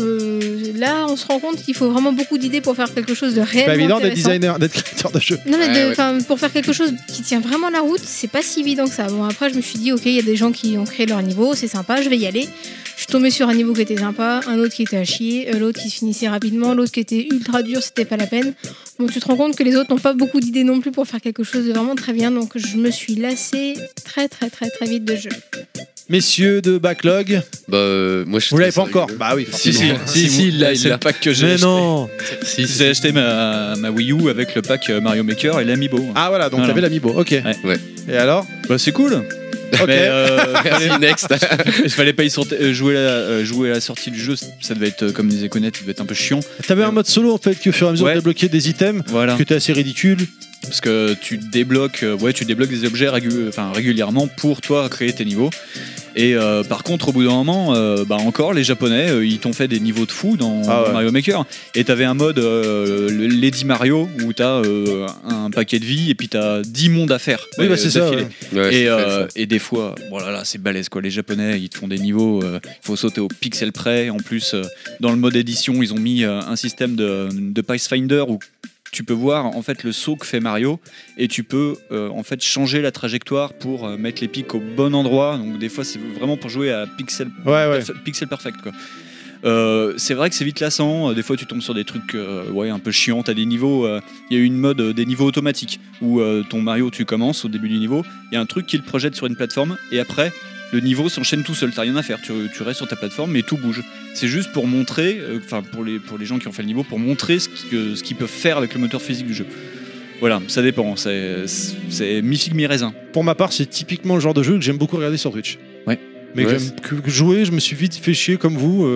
S2: là, on se rend compte qu'il faut vraiment beaucoup d'idées pour faire quelque chose de
S1: C'est
S2: réellement
S1: pas évident d'être
S2: intéressant.
S1: designer, d'être créateur de jeu.
S2: Non, mais
S6: Ouais.
S2: pour faire quelque chose qui tient vraiment la route, c'est pas si évident que ça. Bon, après, je me suis dit, ok, il y a des gens qui ont créé leur niveau, c'est sympa, je vais y aller. Je suis tombée sur un niveau qui était sympa, un autre qui était à chier, l'autre qui se finissait rapidement, l'autre qui était ultra dur, c'était pas la peine. Donc tu te rends compte que les autres n'ont pas beaucoup d'idées non plus pour faire quelque chose de vraiment très bien. Donc je me suis lassée très vite de jeu.
S1: Messieurs de Backlog,
S6: Moi, je
S1: vous l'avez pas
S6: trouve ça
S1: encore.
S6: rigolo.
S1: Bah oui,
S5: Si,
S1: forcément.
S3: il l'a.
S5: C'est le pack que j'ai
S1: Mais
S5: acheté.
S1: non.
S5: J'ai acheté ma Wii U avec le pack Mario Maker et l'amiibo.
S1: Ah voilà, donc
S5: Voilà.
S1: t'avais l'amiibo. Ok.
S6: Ouais.
S1: Et alors ?
S5: Bah, c'est cool.
S1: Ok.
S5: Mais
S6: Merci, next.
S5: il fallait pas jouer à la sortie du jeu, ça devait être, comme disait Kounet, ça devait être un peu chiant.
S1: T'avais un mode solo en fait qui au fur et à mesure
S5: Ouais.
S1: débloquait des items
S5: Voilà.
S1: qui étaient assez ridicules.
S5: Parce que tu débloques des objets régulièrement pour toi créer tes niveaux. Et par contre, au bout d'un moment, encore les Japonais, ils t'ont fait des niveaux de fou dans Mario Maker. Et t'avais un mode le Lady Mario où t'as un paquet de vie et puis t'as 10 mondes à faire.
S1: Oui, bah c'est ça.
S5: d'affilée.
S1: Ouais.
S6: Ouais, c'est vrai, ça.
S5: Et des fois, là, c'est balèze quoi. Les Japonais, ils te font des niveaux, il faut sauter au pixel près. En plus, dans le mode édition, ils ont mis un système de Pathfinder où tu peux voir en fait le saut que fait Mario et tu peux en fait changer la trajectoire pour mettre les pics au bon endroit. Donc des fois, c'est vraiment pour jouer à pixel perfect quoi. C'est vrai que c'est vite lassant. Des fois, tu tombes sur des trucs un peu chiants. T'as des niveaux. Il y a une mode des niveaux automatiques où ton Mario, tu commences au début du niveau. Il y a un truc qui le projette sur une plateforme et après, le niveau s'enchaîne tout seul. T'as rien à faire. Tu restes sur ta plateforme, mais tout bouge. C'est juste pour montrer, pour les gens qui ont fait le niveau, pour montrer ce qu'ils peuvent faire avec le moteur physique du jeu. Voilà, ça dépend. C'est mi-figue, mi-raisin.
S1: Pour ma part, c'est typiquement le genre de jeu que j'aime beaucoup regarder sur Twitch.
S5: Ouais.
S1: Mais
S6: Ouais,
S1: que jouer, je me suis vite fait chier comme vous.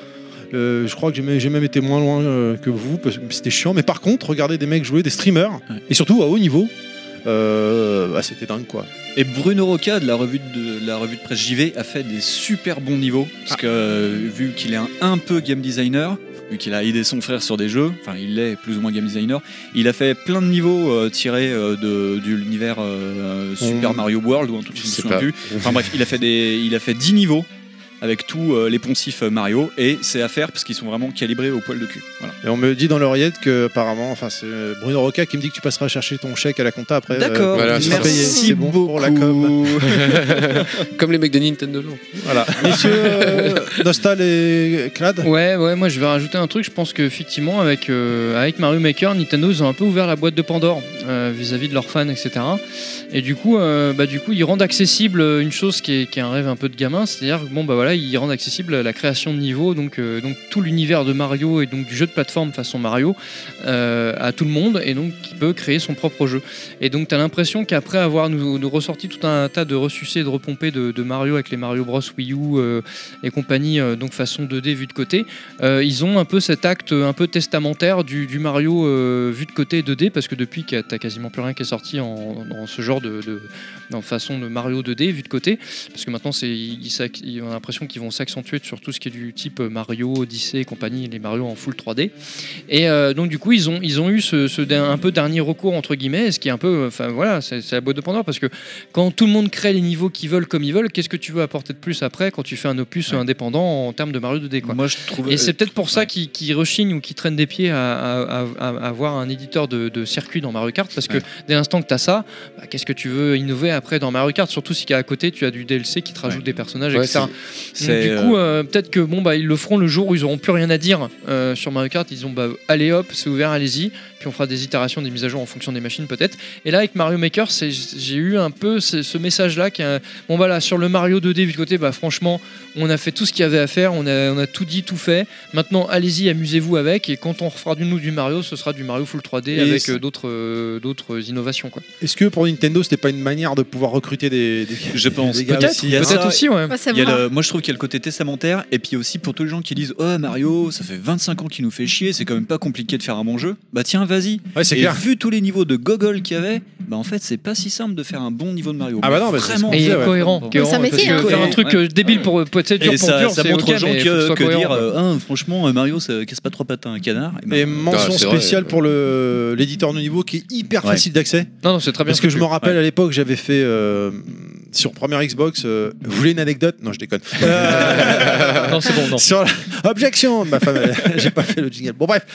S1: Je crois que j'ai même été moins loin que vous parce que c'était chiant. Mais par contre, regarder des mecs jouer, des streamers, et surtout à haut niveau, c'était dingue quoi.
S5: Et Bruno Roca de la revue de presse JV a fait des super bons niveaux parce que vu qu'il est un peu game designer, vu qu'il a aidé son frère sur des jeux, enfin il est plus ou moins game designer, il a fait plein de niveaux tirés de l'univers Super Mario World ou un truc que je me souviens plus. Enfin bref, il a fait 10 niveaux avec tous les poncifs Mario et c'est à faire parce qu'ils sont vraiment calibrés au poil de cul. Voilà.
S1: Et on me dit dans l'oreillette que apparemment, c'est Bruno Roca qui me dit que tu passeras chercher ton chèque à la compta après.
S5: D'accord,
S6: voilà,
S1: il sera
S6: merci
S1: payé. C'est bon
S5: beaucoup.
S1: pour la com.
S6: Comme les mecs de Nintendo.
S1: Voilà. Messieurs, Nostal et Clad.
S3: Ouais, moi je vais rajouter un truc. Je pense qu'effectivement, avec Mario Maker, Nintendo, ils ont un peu ouvert la boîte de Pandore vis-à-vis de leurs fans, etc. Et du coup, ils rendent accessible une chose qui est un rêve un peu de gamin, c'est-à-dire ils rendent accessible la création de niveaux, donc tout l'univers de Mario et donc du jeu de plateforme façon Mario à tout le monde, et donc qui peut créer son propre jeu. Et donc tu as l'impression qu'après avoir nous ressorti tout un tas de ressucés et de repompés de Mario avec les Mario Bros Wii U et compagnie, donc façon 2D vue de côté, ils ont un peu cet acte un peu testamentaire du Mario vue de côté 2D, parce que depuis que t'as quasiment plus rien qui est sorti dans ce genre dans façon de Mario 2D vue de côté, parce que maintenant on a l'impression qu'ils vont s'accentuer sur tout ce qui est du type Mario, Odyssey et compagnie, les Mario en full 3D. Et donc du coup ils ont eu un peu dernier recours entre guillemets, ce qui est un peu, c'est la boîte de Pandore, parce que quand tout le monde crée les niveaux qu'ils veulent comme ils veulent, qu'est-ce que tu veux apporter de plus après quand tu fais un opus indépendant en termes de Mario 2D quoi.
S5: Moi, je trouve,
S3: et c'est peut-être pour ça qu'ils rechignent ou qu'ils traînent des pieds à avoir un éditeur de circuit dans Mario Kart, parce que dès l'instant que tu as ça, qu'est-ce que tu veux innover après dans Mario Kart, surtout si à côté tu as du DLC qui te rajoute des personnages, etc. Donc, du coup, peut-être que ils le feront le jour où ils auront plus rien à dire sur Mario Kart. Ils ont allez hop, c'est ouvert, allez-y. puis on fera des itérations, des mises à jour en fonction des machines peut-être. Et là avec Mario Maker, j'ai eu un peu ce message-là bon voilà, sur le Mario 2D vu de côté, franchement, on a fait tout ce qu'il y avait à faire, on a tout dit, tout fait. Maintenant, allez-y, amusez-vous avec, et quand on refera du Mario, ce sera du Mario Full 3D et avec d'autres innovations, quoi.
S1: Est-ce que pour Nintendo, c'était pas une manière de pouvoir recruter des
S5: je pense
S1: des gars
S3: peut-être aussi, ouais.
S5: Moi je trouve qu'il y a le côté testamentaire, et puis aussi pour tous les gens qui disent oh Mario, ça fait 25 ans qu'il nous fait chier, c'est quand même pas compliqué de faire un bon jeu. Bah tiens, vas-y.
S1: Ouais, c'est
S5: et
S1: clair.
S5: Vu tous les niveaux de gogol qu'il y avait, en fait c'est pas si simple de faire un bon niveau de Mario.
S1: Ah bah non,
S5: vraiment.
S3: Et cohérent.
S2: C'est un métier,
S3: parce que faire un truc débile pour être dur
S5: et
S3: pour
S5: ça,
S3: dur,
S5: ça
S3: c'est
S5: montre
S3: ok,
S5: aux gens
S3: mais faut que ce soit
S5: que
S3: cohérent,
S5: dire franchement Mario ça casse pas trois pattes à un canard.
S1: Et mention
S6: c'est
S1: spéciale
S6: vrai.
S1: pour l'éditeur de niveau qui est hyper facile d'accès.
S3: Non, c'est très bien.
S1: Parce que je me rappelle à l'époque, j'avais fait sur première Xbox. Vous voulez une anecdote? Non, je déconne.
S3: Non, c'est bon, non.
S1: Sur objection, ma femme, j'ai pas fait le jingle. Bon bref,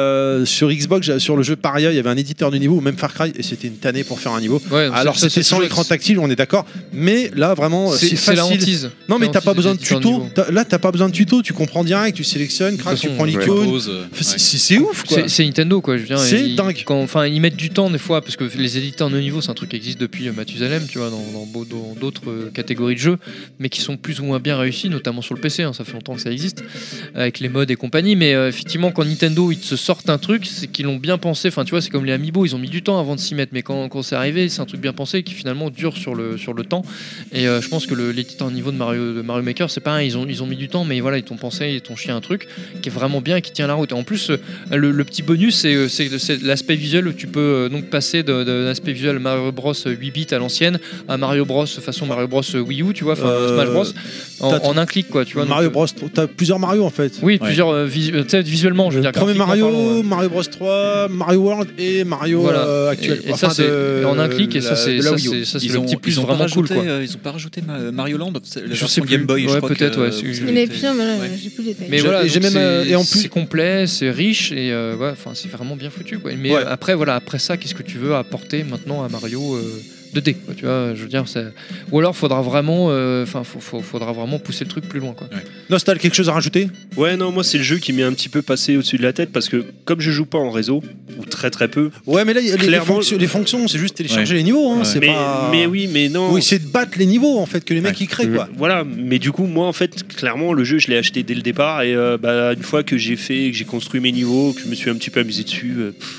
S1: sur Xbox, sur le jeu Paria, il y avait un éditeur de niveau, ou même Far Cry, et c'était une tannée pour faire un niveau.
S3: Ouais,
S1: alors c'était sans l'écran tactile, on est d'accord. Mais là vraiment, c'est
S3: c'est la
S1: facile.
S3: hantise.
S1: Non mais t'as pas besoin de
S3: l'éditeur
S1: tuto.
S3: niveau.
S1: Là t'as pas besoin de tuto, tu comprends direct, tu sélectionnes, crac, tu
S3: façon,
S1: prends l'icône. C'est ouf quoi.
S3: C'est Nintendo, quoi. Je veux dire,
S1: C'est dingue.
S3: Ils mettent du temps des fois, parce que les éditeurs de niveau, c'est un truc qui existe depuis Mathusalem, tu vois, dans d'autres catégories de jeux, mais qui sont plus ou moins bien réussis, notamment sur le PC. Ça fait longtemps que ça existe, avec les mods et compagnie. Mais effectivement, quand Nintendo ils se sortent un truc, c'est qu'ils l'ont bien pensé. Enfin, tu vois, c'est comme les Amiibo, ils ont mis du temps avant de s'y mettre, mais quand c'est arrivé, c'est un truc bien pensé qui finalement dure sur le temps. Et je pense que l'éditeur niveau de Mario Maker, c'est pareil, ils ont mis du temps, mais voilà, ils t'ont pensé, ils t'ont chié un truc qui est vraiment bien et qui tient la route. Et en plus, le petit bonus, c'est l'aspect visuel où tu peux donc passer de l'aspect visuel Mario Bros 8 bits à l'ancienne à Mario Bros façon Mario Bros Wii U, tu vois, Smash Bros en un clic, quoi, tu vois.
S1: Mario Bros, t'as plusieurs Mario en fait.
S3: Oui, plusieurs visuellement, je veux dire.
S1: Premier Mario,
S3: parlant,
S1: Mario Bros 3, Mario World et Mario actuel.
S3: Et ça, c'est en un clic, et ça, c'est le petit plus vraiment cool, quoi.
S5: Ils ont pas rajouté Mario Land, la
S3: Je
S5: version
S3: sais
S5: Game Boy, je crois.
S3: Peut-être, ouais.
S2: Il y en a plus, j'ai plus les détails.
S3: Mais voilà,
S1: j'ai même et en plus
S3: c'est complet, c'est riche, et c'est vraiment bien foutu, quoi. Mais après ça, qu'est-ce que tu veux apporter maintenant à Mario 2D, quoi, tu vois, je veux dire, ou alors faudra vraiment faudra vraiment pousser le truc plus loin, quoi.
S1: Nostal, quelque chose à rajouter?
S4: Ouais, non, moi c'est le jeu qui m'est un petit peu passé au-dessus de la tête, parce que comme je joue pas en réseau, ou très très peu.
S1: Ouais, mais là
S4: clairement,
S1: les fonctions, c'est juste télécharger les niveaux, hein, c'est pas...
S4: mais oui, mais non.
S1: Oui, c'est de battre les niveaux en fait que les mecs ils créent, quoi.
S4: Voilà, mais du coup moi en fait clairement le jeu je l'ai acheté dès le départ, et une fois que j'ai construit mes niveaux, que je me suis un petit peu amusé dessus,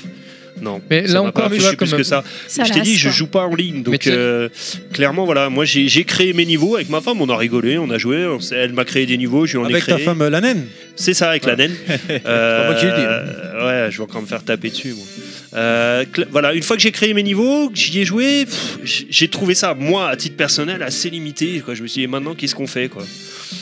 S4: non.
S3: Mais là encore, tu vois,
S4: plus que ça. Je t'ai dit, je joue pas en ligne, donc clairement voilà, moi j'ai créé mes niveaux avec ma femme, on a rigolé, on a joué, elle m'a créé des niveaux, je lui en ai créé.
S1: Avec ta femme la naine.
S4: C'est ça, avec la naine.
S1: pas moi qui l'ai dit.
S4: Ouais, je vais encore me faire taper dessus, moi. Voilà, une fois que j'ai créé mes niveaux, que j'y ai joué, j'ai trouvé ça, moi, à titre personnel, assez limité, quoi. Je me suis dit, maintenant, qu'est-ce qu'on fait, quoi?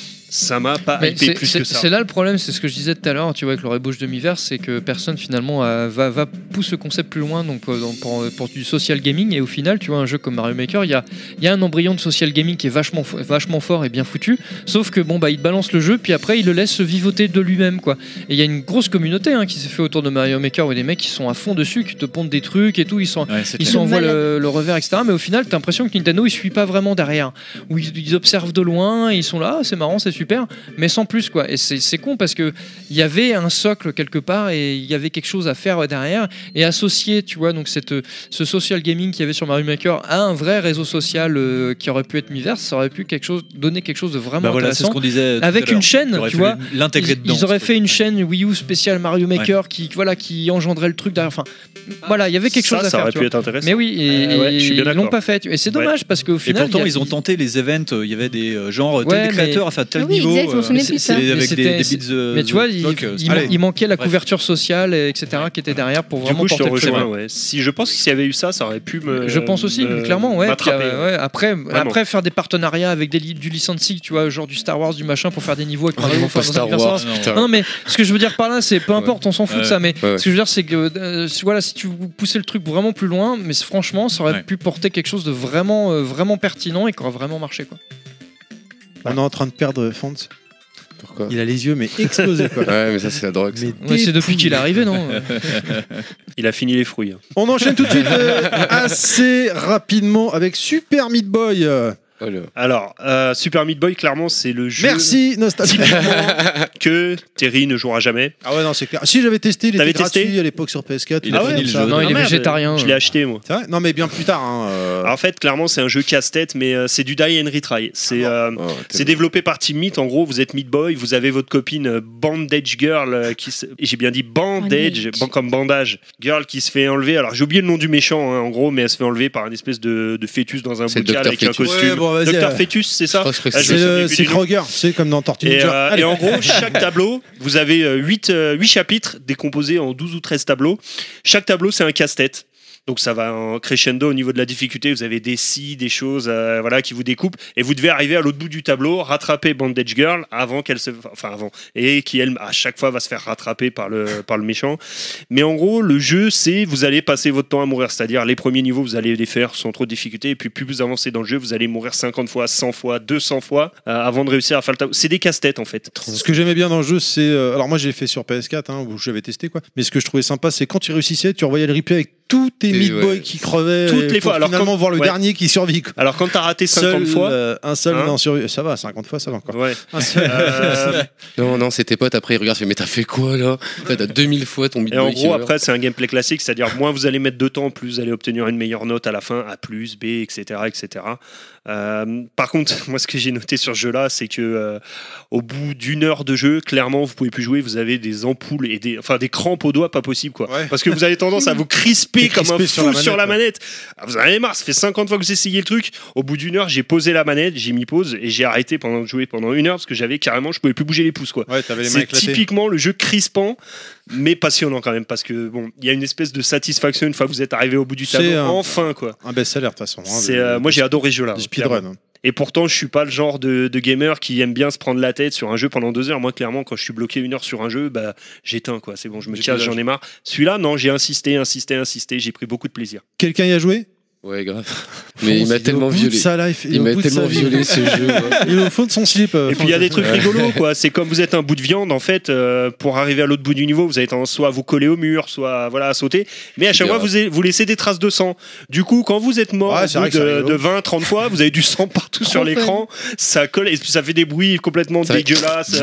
S4: Ça m'a pas hypé plus que ça.
S3: C'est là le problème, c'est ce que je disais tout à l'heure, tu vois, avec le rebouche demi-verse, c'est que personne finalement va pousser le concept plus loin, donc pour du social gaming, et au final, tu vois, un jeu comme Mario Maker, il y a un embryon de social gaming qui est vachement fort et bien foutu, sauf que il te balance le jeu, puis après il le laisse se vivoter de lui-même, quoi. Et il y a une grosse communauté qui s'est fait autour de Mario Maker, où des mecs qui sont à fond dessus, qui te pondent des trucs et tout, ils s'envoient le revers, etc. Mais au final, t'as l'impression que Nintendo il suit pas vraiment derrière, où ils observent de loin, et ils sont là, c'est marrant, c'est super, mais sans plus, quoi. Et c'est con parce que il y avait un socle quelque part, et il y avait quelque chose à faire derrière, et associer, tu vois, donc ce social gaming qu'il y avait sur Mario Maker à un vrai réseau social qui aurait pu être Miiverse, ça aurait pu donner quelque chose de vraiment intéressant,
S5: c'est ce qu'on disait
S3: avec une chaîne, tu vois,
S5: l'intégrer dedans.
S3: Ils auraient fait une chaîne Wii U spéciale Mario Maker qui engendrait le truc derrière. Enfin, voilà, il y avait quelque chose à faire.
S4: Ça aurait pu être intéressant.
S3: Mais oui, ils l'ont pas fait. Et c'est dommage parce qu'au final.
S5: Et pourtant, ils ont tenté les events. Il y avait des genres tel créateur, enfin tel niveau. Avec des bits.
S3: Mais tu vois, il manquait la couverture sociale, etc., qui était derrière pour vraiment porter le
S4: projet. Si je pense que s'il y avait eu ça, ça aurait pu me.
S3: Je pense aussi, clairement, ouais. Après, faire des partenariats avec du licensing, tu vois, genre du Star Wars, du machin, pour faire des niveaux avec Mario.
S6: Star Wars.
S3: Non, mais ce que je veux dire par là, c'est peu importe, on s'en fout de ça. Mais ce que je veux dire, c'est que voilà, si tu poussais le truc vraiment plus loin, mais franchement, ça aurait pu porter quelque chose de vraiment pertinent et qui aurait vraiment marché, quoi.
S1: On est en train de perdre Fonds.
S6: Pourquoi?
S1: Il a les yeux mais explosés, quoi.
S6: Ouais, mais ça c'est la drogue.
S3: C'est depuis qu'il est arrivé, non?
S4: Il a fini les fruits.
S1: On enchaîne tout de suite assez rapidement avec Super Meat Boy.
S6: Voilà.
S4: Alors, Super Meat Boy, clairement, c'est le jeu
S1: Merci, Nostalgie.
S4: que Terry ne jouera jamais.
S1: Ah ouais, non, c'est clair. Si j'avais testé, il
S4: T'avais
S1: était
S4: testé
S1: gratuit à l'époque sur PS4.
S5: Il a fini le jeu.
S3: Non, il est
S4: merde,
S3: végétarien.
S4: Je l'ai acheté, moi.
S1: C'est vrai. Non, mais bien plus tard. Hein,
S4: Alors, en fait, clairement, c'est un jeu casse-tête, mais c'est du die and retry. C'est c'est développé par Team Meat. En gros, vous êtes Meat Boy, vous avez votre copine Bandage Girl, et j'ai bien dit Bandage, comme bandage, Girl qui se fait enlever. Alors, j'ai oublié le nom du méchant, hein, en gros, mais elle se fait enlever par une espèce de fœtus dans un
S6: C'est
S4: bocal
S6: Dr.
S4: avec un
S6: Fœtus.
S4: costume.
S1: Ouais, bon, vas-y,
S4: Dr. Fœtus, c'est ça?
S1: c'est Kroger, c'est comme dans Tortue Ninja.
S4: Et en gros, chaque tableau, vous avez 8 chapitres décomposés en 12 ou 13 tableaux. Chaque tableau, c'est un casse-tête. Donc ça va en crescendo au niveau de la difficulté. Vous avez des scies, des choses voilà, qui vous découpent. Et vous devez arriver à l'autre bout du tableau, rattraper Bandage Girl avant qu'elle se... Enfin avant. Et qui, elle, à chaque fois, va se faire rattraper par le méchant. Mais en gros, le jeu, c'est... Vous allez passer votre temps à mourir. C'est-à-dire, les premiers niveaux, vous allez les faire sans trop de difficulté. Et puis, plus vous avancez dans le jeu, vous allez mourir 50 fois, 100 fois, 200 fois avant de réussir à faire le tableau. C'est des casse-têtes, en fait.
S1: Ce que j'aimais bien dans le jeu, c'est... alors moi, j'ai fait sur PS4, hein, où j'avais testé, quoi. Mais ce que je trouvais sympa, c'est quand tu réussissais, tu revoyais le replay avec tous tes Meat Boy qui crevaient.
S4: Toutes les fois.
S1: Alors finalement, voir le dernier qui survit. Quoi.
S4: Alors, quand t'as raté 50 fois...
S1: un seul
S4: hein
S1: n'en survit. Ça va, 50 fois, ça va encore.
S4: Ouais.
S1: Un seul.
S6: Non, c'est tes potes, après ils regardent, mais t'as fait quoi là? T'as 2000 fois ton Meat
S4: Et en
S6: Boy qui
S4: gros,
S6: meurt.
S4: après, c'est un gameplay classique, c'est-à-dire moins vous allez mettre de temps, plus vous allez obtenir une meilleure note à la fin, A+, B, etc. etc. Par contre, moi, ce que j'ai noté sur ce jeu-là, c'est que au bout d'une heure de jeu, clairement, vous pouvez plus jouer, vous avez des ampoules et des crampes aux doigts, pas possible, quoi.
S1: Ouais.
S4: Parce que vous avez tendance à vous crisper comme un fou sur la manette. Ah, vous en avez marre, ça fait 50 fois que vous essayez le truc. Au bout d'une heure, j'ai posé la manette, j'ai mis pause et j'ai arrêté de jouer pendant une heure parce que j'avais carrément, je pouvais plus bouger les pouces, quoi.
S1: Ouais, t'avais les mains
S4: C'est
S1: éclatées.
S4: typiquement le jeu crispant, mais passionnant quand même, parce que bon, il y a une espèce de satisfaction une fois que vous êtes arrivé au bout du tableau, enfin, quoi.
S1: Un best-seller de toute façon.
S4: Moi, j'ai adoré ce jeu-là.
S1: Du speedrun. Hein.
S4: Et pourtant, je suis pas le genre de gamer qui aime bien se prendre la tête sur un jeu pendant 2 heures. Moi, clairement, quand je suis bloqué 1 heure sur un jeu, bah, j'éteins, quoi. C'est bon, je me casse, j'en ai marre. Celui-là, non, j'ai insisté. J'ai pris beaucoup de plaisir.
S1: Quelqu'un y a joué?
S6: Ouais, grave. Mais il m'a tellement violé. Il m'a tellement violé ce jeu.
S1: Il est au fond de son slip.
S4: Et puis il y a des trucs rigolos, quoi. C'est comme vous êtes un bout de viande, en fait, pour arriver à l'autre bout du niveau, vous avez tendance soit à vous coller au mur, soit voilà, à sauter. Mais à chaque fois, vous laissez des traces de sang. Du coup, quand vous êtes mort au bout de 20, 30 fois, vous avez du sang partout sur l'écran. Ça colle et puis ça fait des bruits complètement dégueulasses.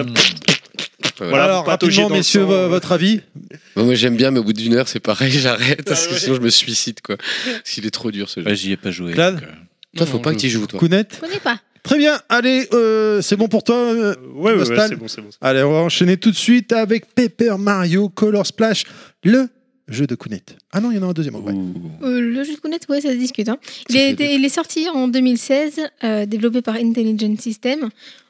S1: Voilà, alors, rapidement, messieurs, votre avis?
S6: Moi, j'aime bien, mais au bout d'une heure, c'est pareil, j'arrête. Parce que sinon, je me suicide, quoi. Parce qu'il est trop dur, ce jeu.
S5: J'y ai pas joué.
S1: Claude,
S6: toi, faut pas que tu y joues, toi.
S1: Kounet?
S2: Je connais pas.
S1: Très bien, allez, c'est bon pour toi,
S4: Ouais,
S1: Nostal?
S4: c'est bon.
S1: Allez, on va enchaîner tout de suite avec Paper Mario Color Splash, le jeu de Kounet. Ah non, il y en a un deuxième. Ouais.
S2: Le jeu de Kounet, ouais, ça se discute. Hein. Il est sorti en 2016, développé par Intelligent System.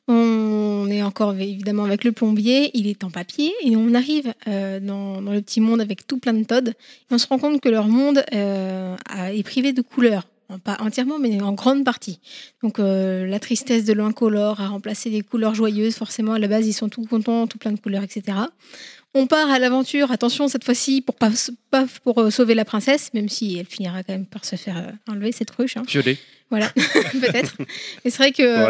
S2: On est encore évidemment avec le plombier, il est en papier et on arrive dans le petit monde avec tout plein de Todd et on se rend compte que leur monde est privé de couleurs. Pas entièrement, mais en grande partie. Donc la tristesse de l'incolore a remplacé des couleurs joyeuses. Forcément, à la base, ils sont tout contents, tout plein de couleurs, etc. On part à l'aventure, attention cette fois-ci, pour sauver la princesse, même si elle finira quand même par se faire enlever cette ruche. Hein.
S3: Violet.
S2: Voilà, peut-être. Mais c'est vrai que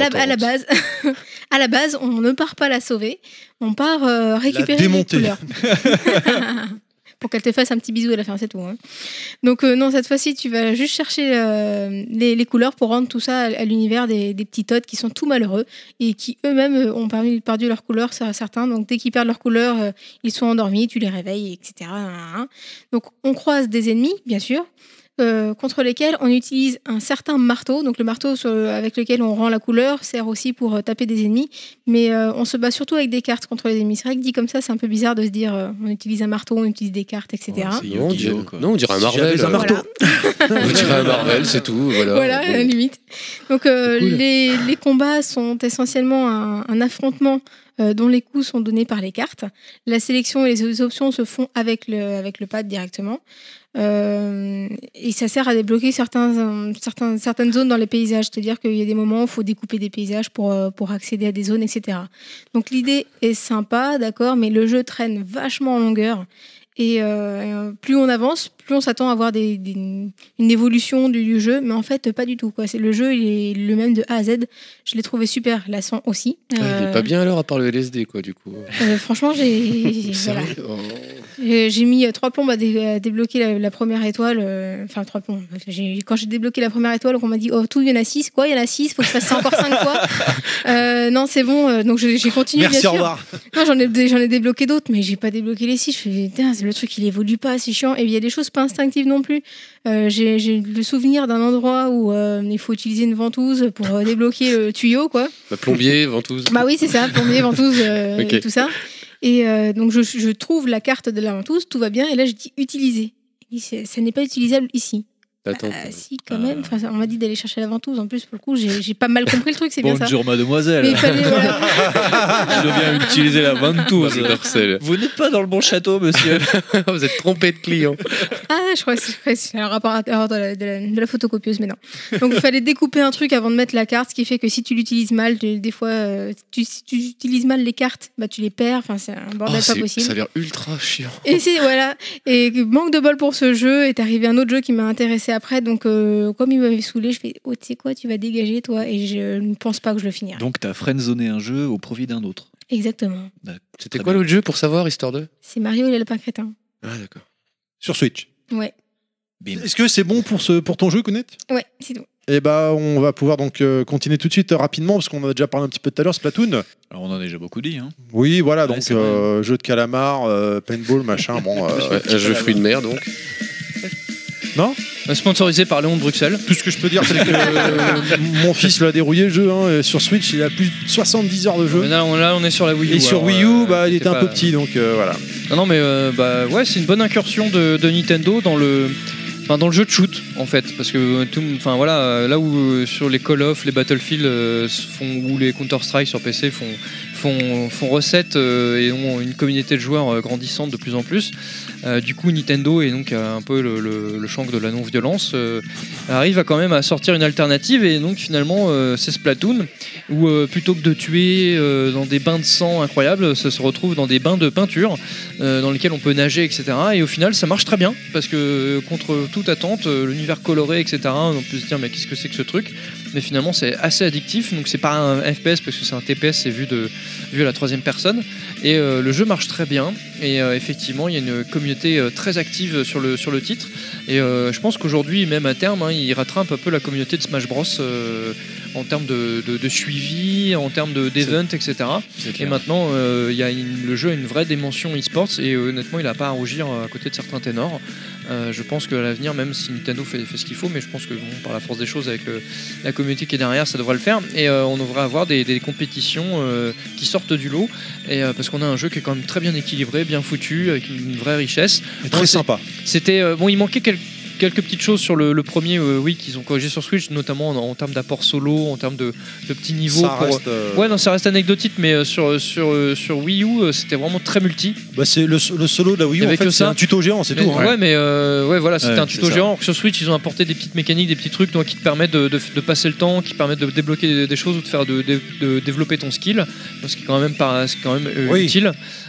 S2: à la base, on ne part pas la sauver, on part récupérer les couleurs. Pour qu'elle te fasse un petit bisou à la fin, c'est tout. Hein. Donc non, cette fois-ci, tu vas juste chercher les couleurs pour rendre tout ça à l'univers des petits Todd qui sont tout malheureux et qui eux-mêmes ont perdu leur couleur, certains. Donc dès qu'ils perdent leur couleur, ils sont endormis, tu les réveilles, etc. Donc on croise des ennemis, bien sûr. Contre lesquels on utilise un certain marteau. Donc le marteau avec lequel on rend la couleur sert aussi pour taper des ennemis, mais on se bat surtout avec des cartes contre les ennemis. C'est vrai que dit comme ça, c'est un peu bizarre de se dire on utilise un marteau, on utilise des cartes, etc.
S6: Non, on dirait un Marvel.
S1: Un marteau.
S6: On dirait un Marvel, c'est tout. Voilà,
S2: à la limite. Donc cool. les combats sont essentiellement un affrontement dont les coups sont donnés par les cartes. La sélection et les options se font avec le pad directement. Et ça sert à débloquer certaines zones dans les paysages, c'est-à-dire qu'il y a des moments où il faut découper des paysages pour accéder à des zones, etc. Donc l'idée est sympa, d'accord, mais le jeu traîne vachement en longueur. Et plus on avance, plus on s'attend à voir une évolution du jeu, mais en fait pas du tout quoi. Le jeu il est le même de A à Z. Je l'ai trouvé super lassant aussi.
S6: Il est pas bien alors à part le LSD quoi du coup.
S2: Franchement j'ai mis 3 plombes à débloquer la première étoile. Enfin 3 plombs. Quand j'ai débloqué la première étoile, on m'a dit tout il y en a 6 quoi, il y en a 6, faut que je fasse ça encore 5 fois. Non c'est bon. Donc j'ai continué.
S1: Merci,
S2: bien sûr.
S1: au revoir.
S2: Non j'en ai débloqué d'autres, mais j'ai pas débloqué les 6. Je fais le truc il évolue pas, c'est chiant. Et il y a des choses pas instinctives non plus. J'ai le souvenir d'un endroit où il faut utiliser une ventouse pour débloquer le tuyau quoi.
S6: Plombier, ventouse.
S2: Bah oui c'est ça, plombier, ventouse,
S6: Okay.
S2: et tout ça. Et donc je trouve la carte de la ventouse, tout va bien. Et là je dis utiliser. Ça n'est pas utilisable ici.
S6: Attends.
S2: Si quand même. Enfin, on m'a dit d'aller chercher la ventouse. En plus pour le coup j'ai pas mal compris le truc, c'est bien ça.
S7: Bonjour mademoiselle.
S2: Mais il fallait, voilà.
S7: Je viens utiliser la ventouse.
S6: Marcel.
S7: Vous n'êtes pas dans le bon château, monsieur.
S6: Vous êtes trompé de client.
S2: Ah, je crois que c'est un rapport de la photocopieuse, mais non. Donc il fallait découper un truc avant de mettre la carte, ce qui fait que si tu l'utilises mal, des fois, si tu utilises mal les cartes, bah tu les perds. Enfin, c'est un bordel pas possible.
S6: Ça a l'air ultra chiant.
S2: Et voilà. Et manque de bol pour ce jeu. Est arrivé un autre jeu qui m'a intéressé après. Donc comme il m'avait saoulé, je fais tu sais quoi, tu vas dégager toi. Et je ne pense pas que je le finirai.
S7: Donc t'as friendzoné un jeu au profit d'un autre.
S2: Exactement.
S6: C'était quoi l'autre jeu pour savoir, histoire de
S2: C'est Mario et le lapin crétin.
S6: Ah d'accord.
S1: Sur Switch.
S2: Ouais.
S7: Bim.
S1: Est-ce que c'est bon pour ton jeu, Kounet?
S2: Ouais, c'est tout.
S1: Et bah on va pouvoir donc continuer tout de suite rapidement parce qu'on en a déjà parlé un petit peu tout à l'heure, Splatoon.
S7: Alors on en a déjà beaucoup dit. Hein.
S1: Oui, voilà,
S7: Ouais,
S1: donc
S7: c'est vrai.
S1: jeu de calamar, paintball, machin, bon.
S6: Un jeu fruit de mer donc.
S1: Non,
S3: Sponsorisé par Léon de Bruxelles.
S1: tout ce que je peux dire, c'est que mon fils l'a dérouillé le jeu hein, et sur Switch, il a plus de 70 heures de jeu.
S3: Mais là, on est sur la Wii U.
S1: Et sur
S3: alors,
S1: Wii U, bah, il
S3: c'est
S1: était un
S3: pas-
S1: peu petit, donc voilà.
S3: Non, mais bah ouais, c'est une bonne incursion de Nintendo dans le jeu de shoot en fait, parce que enfin voilà, là où sur les Call of, les Battlefield ou les Counter Strike sur PC font recette et ont une communauté de joueurs grandissante de plus en plus. Du coup, Nintendo et donc un peu le champ de la non-violence arrive quand même à sortir une alternative et donc finalement c'est Splatoon où plutôt que de tuer dans des bains de sang incroyables, ça se retrouve dans des bains de peinture dans lesquels on peut nager, etc. Et au final, ça marche très bien parce que contre toute attente, l'univers coloré, etc. On peut se dire mais qu'est-ce que c'est que ce truc? Mais finalement, c'est assez addictif. Donc c'est pas un FPS parce que c'est un TPS, c'est vu à la troisième personne. Et le jeu marche très bien. Et effectivement, il y a une communauté très active sur le titre. Et je pense qu'aujourd'hui, même à terme, il rattrape un peu la communauté de Smash Bros. En termes de suivi, en termes d'event, etc. Et maintenant, le jeu a une vraie dimension e-sports. Et honnêtement, il n'a pas à rougir à côté de certains ténors. Je pense qu'à l'avenir, même si Nintendo fait ce qu'il faut, mais je pense que par la force des choses, avec la communauté qui est derrière, ça devrait le faire. Et on devrait avoir des compétitions qui sortent du lot. Et parce qu'on a un jeu qui est quand même très bien équilibré, bien foutu, avec une vraie richesse.
S1: Et très sympa.
S3: C'était il manquait quelques petites choses sur le premier, oui, qu'ils ont corrigé sur Switch, notamment en termes d'apport solo, en termes de petits niveaux.
S1: Ça reste,
S3: Ouais, non, ça reste anecdotique, mais sur Wii U, c'était vraiment très multi.
S1: Bah, c'est le solo de la Wii U, en
S3: Avec
S1: fait,
S3: que
S1: c'est
S3: ça.
S1: un tuto géant, c'est
S3: Mais,
S1: tout. Hein.
S3: ouais, mais voilà, c'était
S7: Ouais,
S3: un tuto
S7: c'est ça.
S3: géant. Sur Switch, ils ont apporté des petites mécaniques, des petits trucs qui te permettent de passer le temps, qui permettent de débloquer des choses ou de développer ton skill, ce qui est quand même,
S1: Oui.
S3: utile.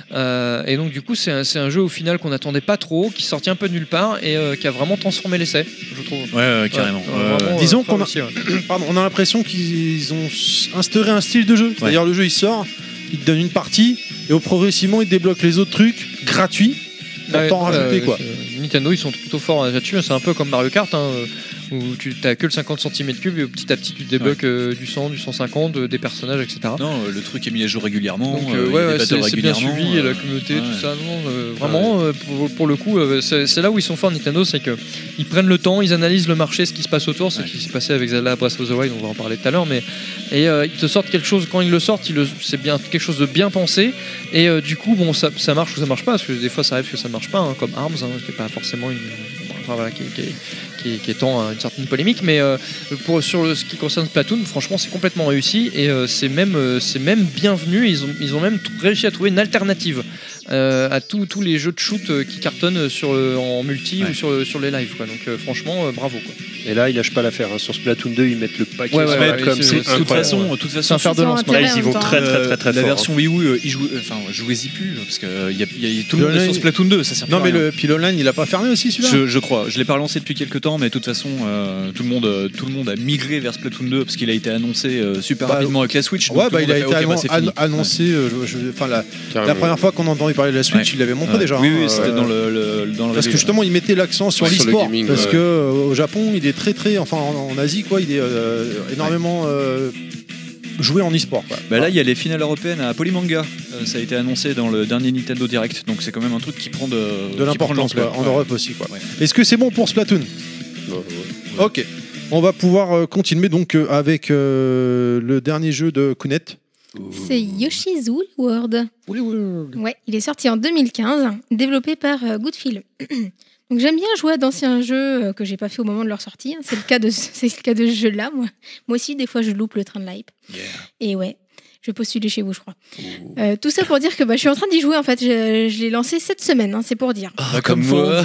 S3: Et donc du coup c'est un jeu au final qu'on n'attendait pas trop, qui sortit un peu de nulle part et qui a vraiment transformé l'essai, je trouve.
S7: Ouais, carrément.
S3: Vraiment,
S1: Disons
S3: très
S1: qu'on a-
S3: réussi, ouais.
S1: Pardon, on a l'impression qu'ils ont instauré un style de jeu. C'est-à-dire le jeu il sort, il te donne une partie et progressivement il te débloque les autres trucs gratuits pour t'en rajouter quoi.
S3: Nintendo ils sont plutôt forts là-dessus, c'est un peu comme Mario Kart où tu n'as que le 50 cm3 et petit à petit tu débloques du 100, du 150, des personnages, etc.
S7: Non, le truc est mis à jour régulièrement.
S3: Donc
S7: il y a des battles
S3: c'est bien
S7: régulièrement,
S3: suivi, la communauté,
S7: ouais.
S3: tout ça. Non, vraiment, pour le coup, c'est là où ils sont forts Nintendo, c'est qu'ils prennent le temps, ils analysent le marché, ce qui se passe autour, ce qui s'est passé avec Zelda Breath of the Wild, on va en parler tout à l'heure, et ils te sortent quelque chose, quand ils le sortent, c'est bien quelque chose de bien pensé, et du coup, bon, ça marche ou ça marche pas, parce que des fois ça arrive que ça marche pas, hein, comme ARMS, qui n'est pas forcément qui étend à une certaine polémique, mais sur ce qui concerne Splatoon, franchement c'est complètement réussi et c'est même bienvenu. Ils ont même réussi à trouver une alternative à tous les jeux de shoot qui cartonnent en multi ou sur les lives quoi. Donc franchement bravo quoi.
S4: Et là, ils lâchent pas l'affaire. Sur Splatoon 2, ils mettent le paquet comme
S7: c'est de toute façon,
S3: c'est un fer de lance.
S4: Là, ils y vont très
S7: la
S4: fort.
S7: version Wii U, jouez-y plus parce que tout le monde est sur Splatoon 2, ça sert.
S1: Non, mais puis l'online, il a pas fermé aussi celui-là.
S7: Je crois. Je l'ai pas relancé depuis quelques temps, mais de toute façon, tout le monde a migré vers Splatoon 2 parce qu'il a été annoncé super rapidement avec la Switch.
S1: Ouais, il a été annoncé. La première fois qu'on a entendu parler de la Switch, il l'avait montré déjà.
S7: Oui, c'était dans le.
S1: Parce que justement, il mettait l'accent sur l'e-sport. Parce que au Japon, il est très, enfin en Asie, quoi, il est énormément joué en e-sport.
S7: Là, il y a les finales européennes à Polymanga. Ça a été annoncé dans le dernier Nintendo Direct, donc c'est quand même un truc qui prend de
S1: l'importance en Europe aussi. Est-ce que c'est bon pour Splatoon ? Ok. On va pouvoir continuer donc avec le dernier jeu de Kounet.
S2: C'est Yoshi's Woolly World. Ouais, il est sorti en 2015, développé par Goodfield. Donc j'aime bien jouer à d'anciens jeux que j'ai pas fait au moment de leur sortie. C'est le cas de ce jeu-là. Moi aussi, des fois, je loupe le train de l'hype. Yeah. Et ouais, je vais postuler chez vous, je crois. Tout ça pour dire que je suis en train d'y jouer. En fait, je l'ai lancé cette semaine. C'est pour dire.
S6: Comme moi.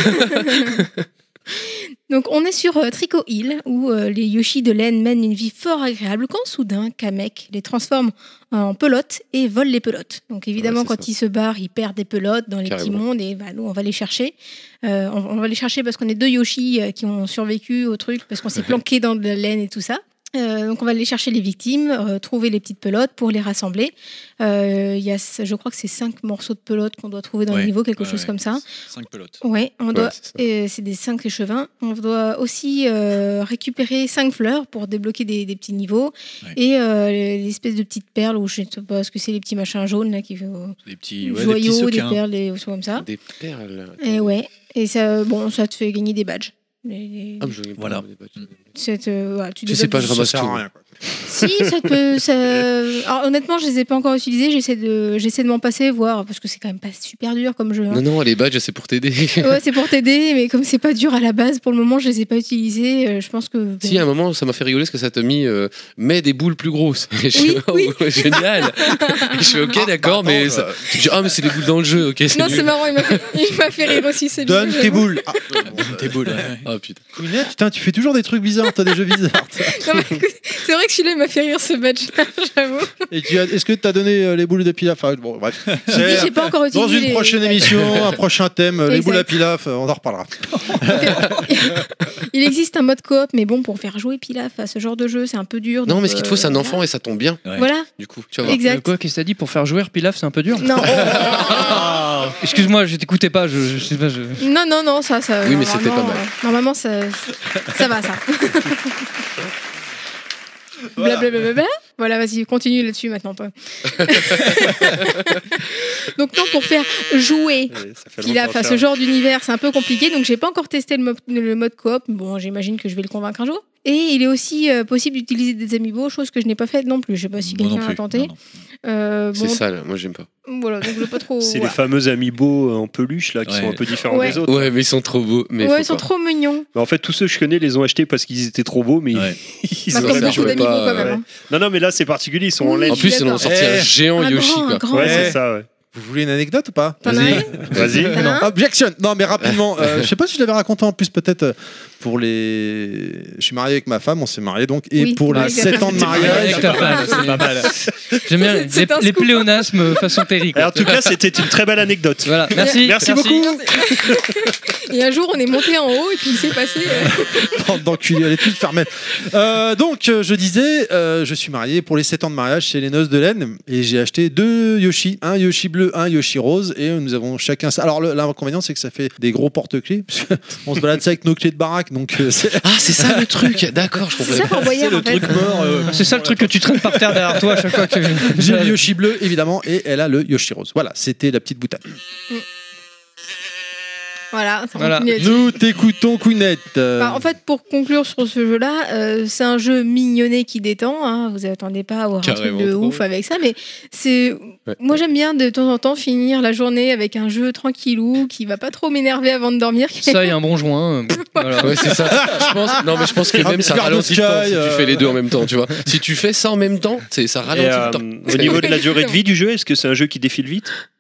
S2: Donc on est sur Trico Hill où les Yoshi de laine mènent une vie fort agréable quand soudain Kamek les transforme en pelotes et vole les pelotes. Donc évidemment quand ils se barrent, ils perdent des pelotes dans les petits mondes et nous on va les chercher. On va les chercher parce qu'on est 2 Yoshi qui ont survécu au truc parce qu'on s'est planqué dans de la laine et tout ça. Donc on va aller chercher les victimes, trouver les petites pelotes pour les rassembler. Je crois que c'est 5 morceaux de pelotes qu'on doit trouver dans le niveau, quelque chose comme ça.
S7: 5 pelotes.
S2: Ouais, c'est des 5 échevins. On doit aussi récupérer 5 fleurs pour débloquer des petits niveaux et l'espèce de petites perles ou je ne sais pas ce que c'est, les petits machins jaunes là qui
S7: des petits
S2: joyaux,
S7: des
S2: perles, des choses comme ça.
S6: Des perles.
S2: Et ça te fait gagner des badges.
S7: Voilà.
S6: Tu sais pas, je ramasse tout.
S2: Si, ça peut. Alors, honnêtement, je les ai pas encore utilisés. J'essaie de m'en passer, voir, parce que c'est quand même pas super dur comme jeu. Hein.
S6: Non, les badges, c'est pour t'aider.
S2: Ouais, c'est pour t'aider, mais comme c'est pas dur à la base, pour le moment, je les ai pas utilisés. Je pense que.
S6: Si, à un moment, ça m'a fait rigoler parce que ça t'a mis mets des boules plus grosses.
S2: Oui.
S6: Génial. Je suis ok, d'accord, mais ça... mais c'est des boules dans le jeu. Ok.
S2: Non, c'est marrant. Il m'a fait rire aussi.
S1: Donne tes boules.
S7: Tes boules.
S6: Ah putain.
S1: Kounet, putain, tu fais toujours des trucs bizarres. T'as des jeux bizarres.
S2: Non, mais écoute, c'est vrai que celui-là, il m'a fait rire ce badge, j'avoue.
S1: Et est-ce que tu as donné les boules de pilaf? Bon, bref.
S2: J'ai pas encore utilisé.
S1: Dans une prochaine émission, un prochain thème, les boules à pilaf, on en reparlera.
S2: Il existe un mode coop, mais bon, pour faire jouer pilaf à ce genre de jeu, c'est un peu dur.
S6: Non, mais ce qu'il te faut, c'est un enfant et ça tombe bien.
S2: Voilà.
S6: Du coup, tu vas voir.
S2: Exact.
S3: Quoi, qu'est-ce que t'as dit? Pour faire jouer pilaf, c'est un peu dur?
S2: Non.
S3: Excuse-moi, je t'écoutais pas. Je sais pas.
S2: Non, ça.
S6: Oui, mais c'était pas mal.
S2: Normalement, ça va, ça. Blablabla. Voilà, vas-y, continue là-dessus maintenant, toi. Donc non, pour faire jouer pilaf à ce genre d'univers, c'est un peu compliqué. Donc j'ai pas encore testé le mode coop. Bon, j'imagine que je vais le convaincre un jour. Et il est aussi possible d'utiliser des amiibo, chose que je n'ai pas faite non plus. Je sais pas si quelqu'un a tenté.
S6: C'est sale, moi j'aime pas.
S2: Voilà, donc je pas trop.
S4: C'est les fameux amiibo en peluche là qui sont un peu différents des autres.
S6: Ouais, mais ils sont trop beaux. Mais
S2: ils sont trop mignons.
S4: Mais en fait, tous ceux que je connais les ont achetés parce qu'ils étaient trop beaux, mais
S2: ils ont beaucoup d'amiibo quand même.
S4: Non, mais là c'est particulier, ils sont en laine.
S6: En plus, ils ont sorti un géant Yoshi.
S4: Ouais, c'est ça, ouais.
S1: Vous voulez une anecdote ou pas?
S4: Vas-y.
S1: Non. Objection. Non, mais rapidement. Je sais pas si je l'avais raconté en plus, peut-être pour les. Je suis marié avec ma femme, on s'est marié donc. Et pour les 7 ans de mariage.
S3: C'est pas mal. J'aime bien les pléonasmes façon Terry.
S4: En tout cas, c'était une très belle anecdote.
S3: Voilà. Merci
S4: beaucoup.
S2: Et un jour, on est monté en haut et puis il s'est passé.
S1: Bande d'enculés, allez tous faire mettre. Donc, je disais, je suis marié pour les 7 ans de mariage chez les Noces de Laine et j'ai acheté 2 Yoshi, un Yoshi bleu, un Yoshi rose et nous avons chacun ça. Alors, l'inconvénient, c'est que ça fait des gros porte-clés parce qu'on se balade ça avec nos clés de baraque. Donc,
S6: c'est ça le truc, d'accord, je comprends.
S2: C'est ça pour voyer,
S1: le truc mort.
S3: C'est ça le truc que tu traînes par terre derrière toi à chaque fois que
S1: j'ai le Yoshi bleu évidemment et elle a le Yoshi rose. Voilà, c'était la petite boutade.
S2: Voilà.
S1: Nous t'écoutons, Kounet.
S2: En fait, pour conclure sur ce jeu-là, c'est un jeu mignonné qui détend. Hein. Vous attendez pas à avoir un truc de ouf avec ça, mais c'est. Ouais. Moi, j'aime bien de temps en temps finir la journée avec un jeu tranquillou qui va pas trop m'énerver avant de dormir.
S3: Ça, il y a un bon joint.
S6: Voilà. Ouais, c'est ça. Je pense que même ça ralentit le temps si tu fais les deux en même temps. Tu vois. Si tu fais ça en même temps, ça ralentit le temps.
S4: Au niveau de la durée de vie du jeu, est-ce que c'est un jeu qui défile vite?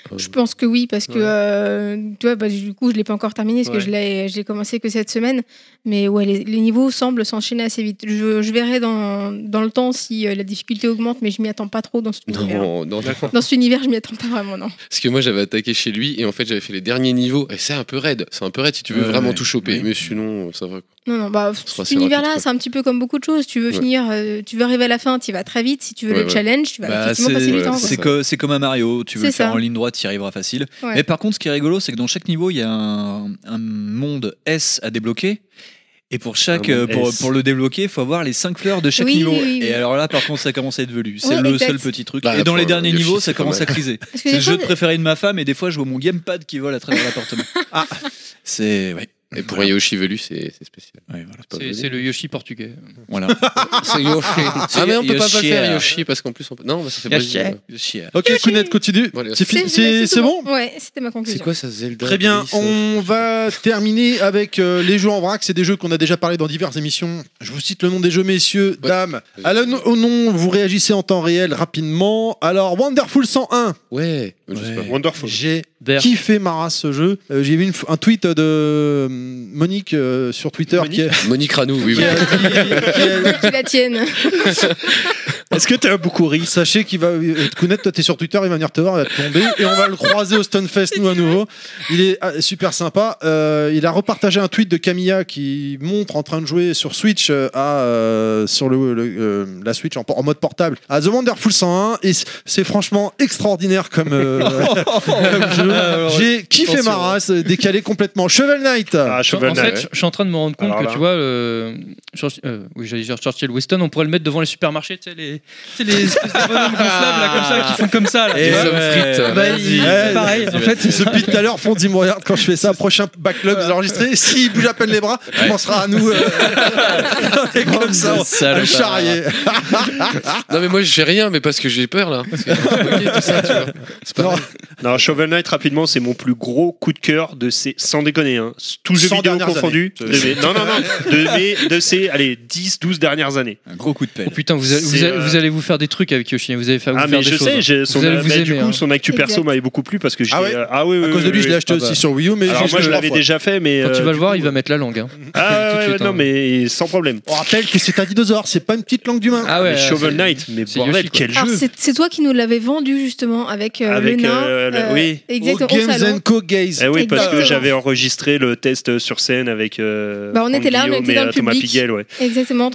S2: Je pense que oui, parce que tu vois, du coup, je l'ai pas encore terminé parce que j'ai commencé que cette semaine. Mais ouais, les niveaux semblent s'enchaîner assez vite. Je verrai dans le temps si la difficulté augmente, mais je m'y attends pas trop dans cet univers.
S6: Non, d'accord.
S2: Dans cet univers, je m'y attends pas vraiment, non.
S6: Parce que moi, j'avais attaqué chez lui et en fait, j'avais fait les derniers niveaux. Et c'est un peu raide. C'est un peu raide si tu veux vraiment tout choper.
S5: Oui.
S6: Mais sinon, ça va.
S2: Non, cet univers-là, c'est un petit peu comme beaucoup de choses. Tu veux finir, tu veux arriver à la fin, tu vas très vite. Si tu veux le challenge, tu vas effectivement passer du temps.
S5: C'est comme un Mario. Tu veux le faire en ligne droite, tu y arriveras facile. Ouais. Mais par contre, ce qui est rigolo, c'est que dans chaque niveau, il y a un monde S à débloquer. Et pour le débloquer, il faut avoir les 5 fleurs de chaque niveau. Oui. Et alors là, par contre, ça commence à être velu. C'est le seul petit truc. Et dans les derniers niveaux, ça commence à criser. C'est le jeu préféré de ma femme, et des fois, je vois mon gamepad qui vole à travers l'appartement. C'est. Ouais.
S6: Et pour un Yoshi velu, c'est spécial.
S3: Ouais, voilà. C'est le Yoshi portugais.
S5: Voilà.
S6: C'est Yoshi. Ah, mais on peut pas le faire, Yoshi, parce qu'en plus, on peut. Non, ça fait brésilien.
S1: Yoshi. Ok, Kounet, continue. C'est bon ?
S2: Ouais, c'était ma conclusion.
S6: C'est quoi ça, Zelda ?
S1: Très bien, on va terminer avec les jeux en vrac. C'est des jeux qu'on a déjà parlé dans diverses émissions. Je vous cite le nom des jeux, messieurs, dames. Au nom, vous réagissez en temps réel rapidement. Alors, Wonderful 101.
S6: Ouais, je sais pas.
S4: Wonderful.
S1: J'ai kiffé ma race ce jeu. J'ai vu un tweet de Monique sur Twitter
S6: Monique Ranou, oui.
S2: Qui la tienne.
S1: Est-ce que t'as beaucoup ri ? Sachez qu'il va. Kounet, toi t'es sur Twitter, il va venir te voir, il va te tomber et on va le croiser au Stunfest nous à nouveau. Il est super sympa. Il a repartagé un tweet de Camilla qui montre en train de jouer sur Switch sur la Switch en mode portable à The Wonderful 101 et c'est franchement extraordinaire comme jeu. J'ai kiffé ma race, décalé complètement. Shovel Knight.
S3: En fait, je suis en train de me rendre compte que tu vois, j'allais dire Churchill Weston, on pourrait le mettre devant les supermarchés, tu sais, les espèces de bonhommes gonflables là, comme ça, qui font comme ça. Là,
S6: et les hommes frites.
S3: C'est pareil. En fait,
S1: depuis tout à l'heure, Fondy me regarde quand je fais ça. Prochain backlog enregistré. S'il bouge à peine les bras, il pensera à nous. Comme ça, à le charrier.
S6: Non, mais moi, je fais rien, mais parce que j'ai peur là. Parce que tout ça, tu vois. C'est pas
S4: non, Shovel Knight, rapidement, c'est mon plus gros coup de cœur de ces. Sans déconner, hein. Tous jeux vidéo confondus. De ces 10-12 dernières années.
S5: Un gros coup de pelle.
S3: Oh putain, vous allez vous faire des trucs avec Yoshi. Vous allez faire des
S4: mais je
S3: choses.
S4: Sais, son actu perso m'avait beaucoup plu parce que j'ai.
S1: Oui, à cause de lui, je l'ai acheté aussi sur Wii U. Mais
S4: alors moi, je l'avais déjà fait, mais.
S3: Quand tu vas le voir, il va mettre la langue.
S4: Non, mais sans problème.
S1: On rappelle que c'est un dinosaure, c'est pas une petite langue d'humain.
S4: Ah ouais. Shovel Knight, mais bordel, quel jeu.
S2: C'est toi qui nous l'avais vendu justement avec le nain.
S4: Oui.
S2: Exactement.
S1: Games & Co Gaze.
S4: Oui, parce que j'avais enregistré le test sur scène avec.
S2: On était là, on était dans le
S4: Thomas
S2: public.
S4: Piguel, ouais.
S2: Exactement.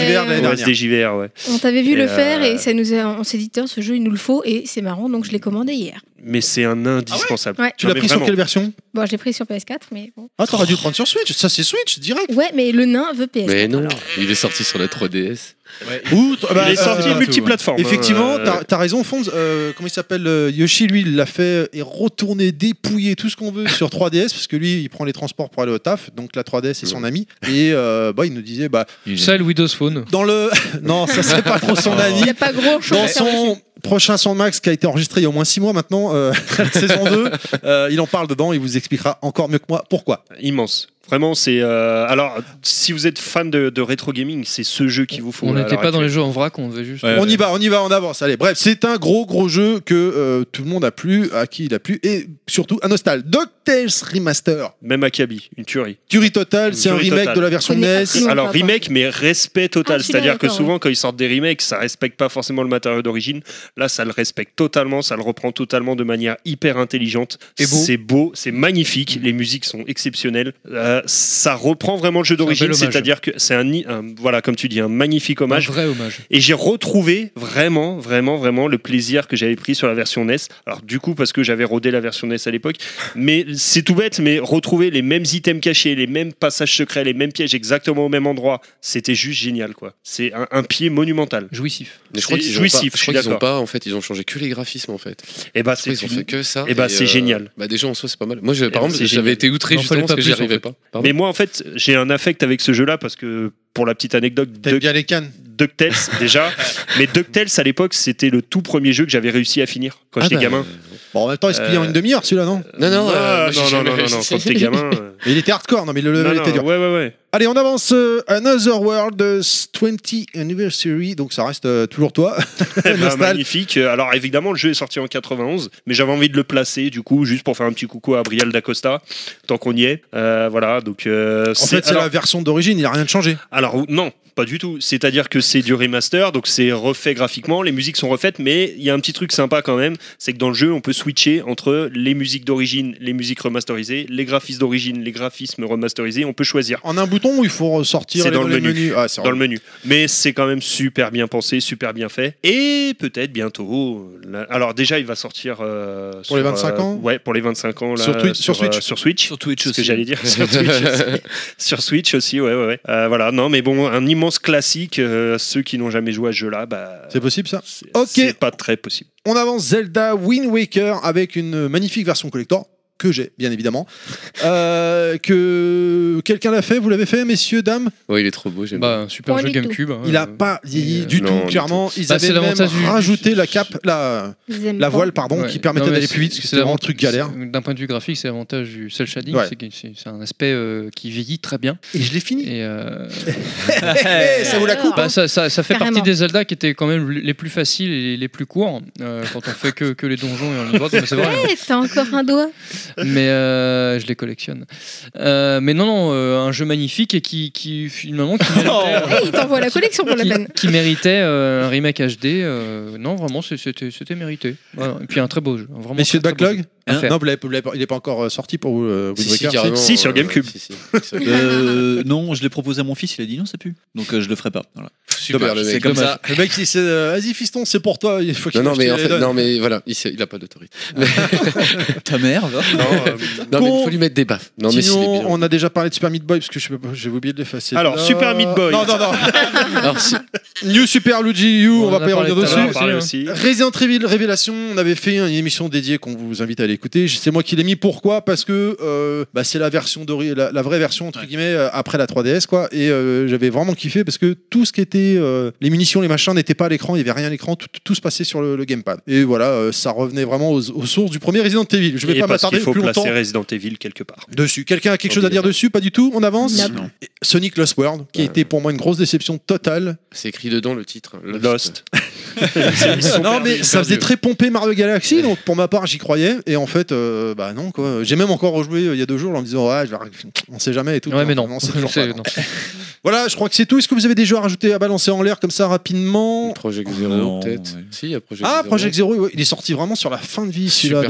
S4: SDJVR, ouais.
S2: On t'avait vu le faire et on s'est dit, ce jeu, il nous le faut et c'est marrant, donc je l'ai commandé hier.
S4: Mais c'est un indispensable.
S2: Ouais.
S1: Tu l'as pris sur quelle version ?
S2: Bon, je l'ai pris sur PS4, mais bon.
S1: Ah, t'aurais dû le prendre sur Switch. Ça, c'est Switch, direct.
S2: Ouais, mais le nain veut PS4.
S6: Mais non, il est sorti sur la 3DS.
S1: Ouais.
S4: Il est sorti multiplateforme.
S1: Effectivement, t'as raison, Fonds. Comment il s'appelle Yoshi, lui, il l'a fait et retourner, dépouiller tout ce qu'on veut sur 3DS parce que lui, il prend les transports pour aller au taf. Donc la 3DS, c'est son ami. Et il nous disait.
S3: Ça, le Windows Phone.
S1: Non, ça serait pas trop son ami.
S2: Il n'y a pas grand chose.
S1: Dans son prochain Soundmax qui a été enregistré il y a au moins 6 mois maintenant, la saison 2, il en parle dedans, il vous expliquera encore mieux que moi pourquoi.
S4: Immense. Vraiment, c'est. Alors, si vous êtes fan de rétro gaming, c'est ce jeu qu'il vous faut.
S3: On n'était pas dans les jeux en vrac, on devait juste.
S1: On y va, on avance. Allez, bref, c'est un gros jeu que tout le monde a plu, à qui il a plu, et surtout à Nostal. DuckTales Remaster.
S4: Même Akabi, une tuerie.
S1: Tuerie totale, c'est un remake de la version NES.
S4: Alors, remake, mais respect total. C'est-à-dire que souvent, quand ils sortent des remakes, ça respecte pas forcément le matériau d'origine. Là, ça le respecte totalement, ça le reprend totalement de manière hyper intelligente. C'est beau, c'est magnifique, les musiques sont exceptionnelles. Ça reprend vraiment le jeu d'origine, c'est-à-dire que c'est voilà, comme tu dis, un magnifique hommage.
S3: Un vrai hommage.
S4: Et j'ai retrouvé vraiment le plaisir que j'avais pris sur la version NES. Alors du coup, parce que j'avais rodé la version NES à l'époque, mais c'est tout bête, mais retrouver les mêmes items cachés, les mêmes passages secrets, les mêmes pièges exactement au même endroit, c'était juste génial, quoi. C'est un pied monumental.
S3: Jouissif.
S6: Mais je crois qu'ils ont pas, en fait, ils ont changé que les graphismes, en fait.
S4: Et ils
S6: ont fait que ça.
S4: Et c'est génial.
S6: Déjà en soi, c'est pas mal. Moi, par exemple, j'avais été outré justement parce que j'y arrivais pas.
S4: Mais moi, en fait, j'ai un affect avec ce jeu-là parce que, pour la petite anecdote,
S1: t'aimes bien les cannes.
S4: DuckTales déjà, mais DuckTales à l'époque, c'était le tout premier jeu que j'avais réussi à finir quand j'étais gamin.
S1: Bon, en même temps, il se plie en une demi-heure, celui-là, non?
S6: Non,
S4: quand t'es gamin.
S1: Mais il était hardcore, non, mais le level était dur.
S4: Ouais.
S1: Allez, on avance. Another World 20th Anniversary, donc ça reste toujours toi.
S4: Magnifique. Alors évidemment, le jeu est sorti en 91, mais j'avais envie de le placer, du coup, juste pour faire un petit coucou à Brielle d'Acosta, tant qu'on y est. Voilà, donc.
S1: En fait, c'est la version d'origine, il n'y a rien de changé.
S4: Alors, non. Pas du tout. C'est-à-dire que c'est du remaster, donc c'est refait graphiquement, les musiques sont refaites, mais il y a un petit truc sympa quand même, c'est que dans le jeu, on peut switcher entre les musiques d'origine, les musiques remasterisées, les graphismes d'origine, les graphismes remasterisés, on peut choisir.
S1: En un bouton ou il faut ressortir
S4: dans le menu.
S1: Ah,
S4: dans le menu. Mais c'est quand même super bien pensé, super bien fait. Et peut-être bientôt. Alors déjà, il va sortir
S1: pour les 25 ans.
S4: Ouais, pour les 25 ans là,
S1: sur Switch.
S4: Sur Switch.
S5: Sur Twitch
S4: ce
S5: aussi.
S4: que j'allais dire. Sur Twitch aussi. Sur Switch aussi, ouais. Voilà, non, mais bon, un immense classique. Ceux qui n'ont jamais joué à ce jeu-là,
S1: c'est possible ça.
S4: C'est pas très possible.
S1: On avance Zelda Wind Waker avec une magnifique version collector que j'ai bien évidemment. Que quelqu'un l'a fait, vous l'avez fait, messieurs, dames?
S6: Ouais, il est trop beau, j'aime
S3: bien. Super jeu GameCube.
S1: Il a pas vieilli du tout, clairement. Ils avaient même rajouté la voile, qui permettait d'aller plus vite, parce que c'était vraiment le truc galère.
S3: D'un point de vue graphique, c'est l'avantage du cel shading, c'est un aspect qui vieillit très bien.
S1: Et je l'ai fini.
S3: Et
S1: ça vaut la coupe.
S3: Ça fait partie des Zelda qui étaient quand même les plus faciles et les plus courts quand on fait que les donjons et on y va. C'est vrai.
S2: T'as encore un doigt.
S3: Mais je les collectionne. Mais non, un jeu magnifique et qui finalement
S2: il t'envoie la collection pour la peine.
S3: Qui méritait un remake HD. Non, vraiment, c'était mérité. Voilà. Et puis un très beau jeu. Vraiment.
S1: Messieurs de Backlog,
S3: non,
S1: il n'est pas encore sorti pour vous.
S4: Si, sur GameCube.
S5: Non, je l'ai proposé à mon fils, il a dit non, ça pue. Donc je le ferai pas. Voilà.
S6: Super, le mec.
S5: C'est comme ça.
S1: Le mec, il s'est vas-y fiston, c'est pour toi. Il faut qu'il
S6: non, mais voilà, il a pas d'autorité.
S5: Ta mère, va.
S6: Non, mais il faut lui mettre des baffes. Non, mais
S1: sinon, on a déjà parlé de Super Meat Boy parce que j'ai oublié de l'effacer.
S4: Alors, Super Meat Boy.
S1: Non. New Super Luigi U, on va pas y revenir dessus. Resident Evil Révélation, on avait fait une émission dédiée qu'on vous invite à aller écouter. C'est moi qui l'ai mis. Pourquoi? Parce que c'est la version la vraie version entre guillemets après la 3DS quoi. Et j'avais vraiment kiffé parce que tout ce qui était les munitions, les machins n'étaient pas à l'écran, il y avait rien à l'écran, tout se passait sur le gamepad. Et voilà, ça revenait vraiment aux sources du premier Resident Evil. Je vais pas m'attarder plus longtemps.
S4: Il faut placer Resident Evil quelque part.
S1: Dessus. Quelqu'un a quelque chose à dire dessus? Pas du tout. On avance.
S2: Non.
S1: Sonic Lost World, qui a été pour moi une grosse déception totale.
S6: C'est écrit dedans le titre.
S4: Lost.
S1: Non mais ça faisait très pompé Mario Galaxy, donc pour ma part j'y croyais. Et en fait, non quoi. J'ai même encore rejoué il y a 2 jours en me disant on sait jamais et tout.
S3: Ouais mais non.
S1: Non. Voilà, je crois que c'est tout. Est-ce que vous avez des jeux à rajouter, à balancer en l'air comme ça rapidement?
S6: Project Zero peut-être.
S5: Ouais.
S6: Si, il y a Project Zero.
S1: Project Zero, ouais. Il est sorti vraiment sur la fin de vie celui-là.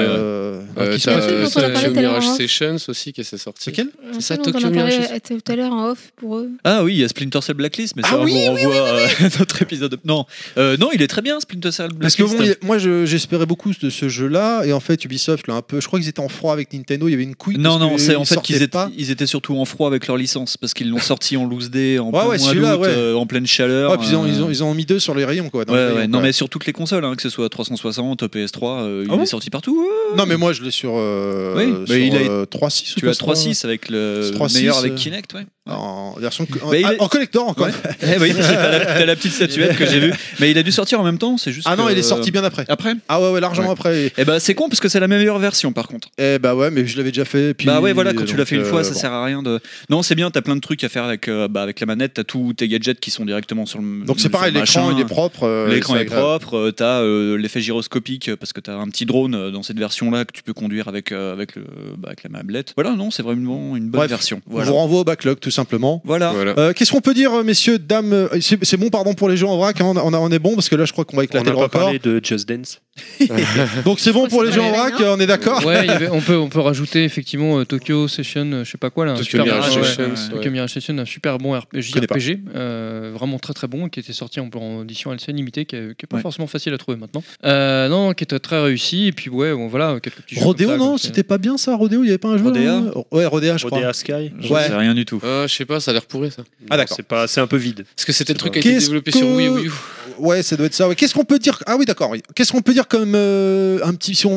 S6: Tokyo Mirage Sessions aussi qui s'est sorti.
S1: C'est quel?
S2: C'est ça, Tokyo Mirage tout à l'heure en off pour eux.
S5: Ah oui, il y a Splinter Cell Blacklist, mais ça on renvoie à notre épisode. Non, il est très bien Splinter Cell Blacklist.
S1: Parce que moi j'espérais beaucoup de ce jeu-là et en fait Ubisoft là un peu. Je crois qu'ils étaient en froid avec Nintendo. Il y avait une couille.
S5: Non, c'est en fait qu'ils étaient surtout en froid avec leur licence parce qu'ils l'ont sorti en loose day en plein mois d'août, en pleine chaleur.
S1: Puis ils ont mis 2 sur les rayons quoi.
S5: Non mais sur toutes les consoles, que ce soit 360, PS3, il est sorti partout.
S1: Non mais moi je l'ai sur 3.6.
S5: Tu as 3.6 avec le meilleur avec Kinect, ouais.
S1: En version en collector encore.
S5: Oui, t'as la petite statuette que j'ai vue. Mais il a dû sortir en même temps, c'est juste.
S1: Ah non, il est sorti bien après.
S5: Après?
S1: Ah ouais, largement après.
S5: Et c'est con parce que c'est la meilleure version par contre.
S1: Ouais, mais je l'avais déjà fait. Puis
S5: voilà, quand tu l'as fait une fois, ça sert à rien de. Non, c'est bien, t'as plein de trucs à faire avec la manette, t'as tous tes gadgets qui sont directement sur le.
S1: Donc c'est pareil, l'écran il est propre.
S5: L'écran est propre, t'as l'effet gyroscopique parce que t'as un petit drone dans cette version-là que tu peux conduire avec la mablette. Voilà, non, c'est vraiment une bonne version.
S1: On vous renvoie au backlog tout simplement.
S5: Voilà.
S1: Qu'est-ce qu'on peut dire, messieurs, dames? C'est bon, pardon pour les jeux en vrac, on est bon parce que là je crois qu'on va éclater le record.
S4: On a pas parlé de Just Dance.
S1: Donc c'est bon pour les jeux en vrac, on est d'accord?
S3: Ouais, on peut rajouter effectivement Tokyo Session, je sais pas quoi là,
S6: Tokyo Mirage
S3: Session, un super bon RPG, vraiment très très bon, qui était sorti en édition LCN limitée, qui est pas forcément facile à trouver maintenant. Non, qui était très réussi, et puis voilà, quelques petits jeux.
S1: Rodeo, non, c'était pas bien ça, Rodeo, il y avait pas un jeu.
S5: Rodea?
S1: Ouais, Rodea, je crois.
S4: Rodea Sky.
S5: C'est rien du tout.
S6: Je sais pas, ça a l'air pourri ça.
S1: Ah d'accord.
S4: C'est un peu vide.
S6: Parce que c'était le truc qui a été développé sur Wii U.
S1: Ouais, ça doit être ça. Qu'est-ce qu'on peut dire? Ah oui, d'accord. Qu'est-ce qu'on peut dire comme un petit, si on doit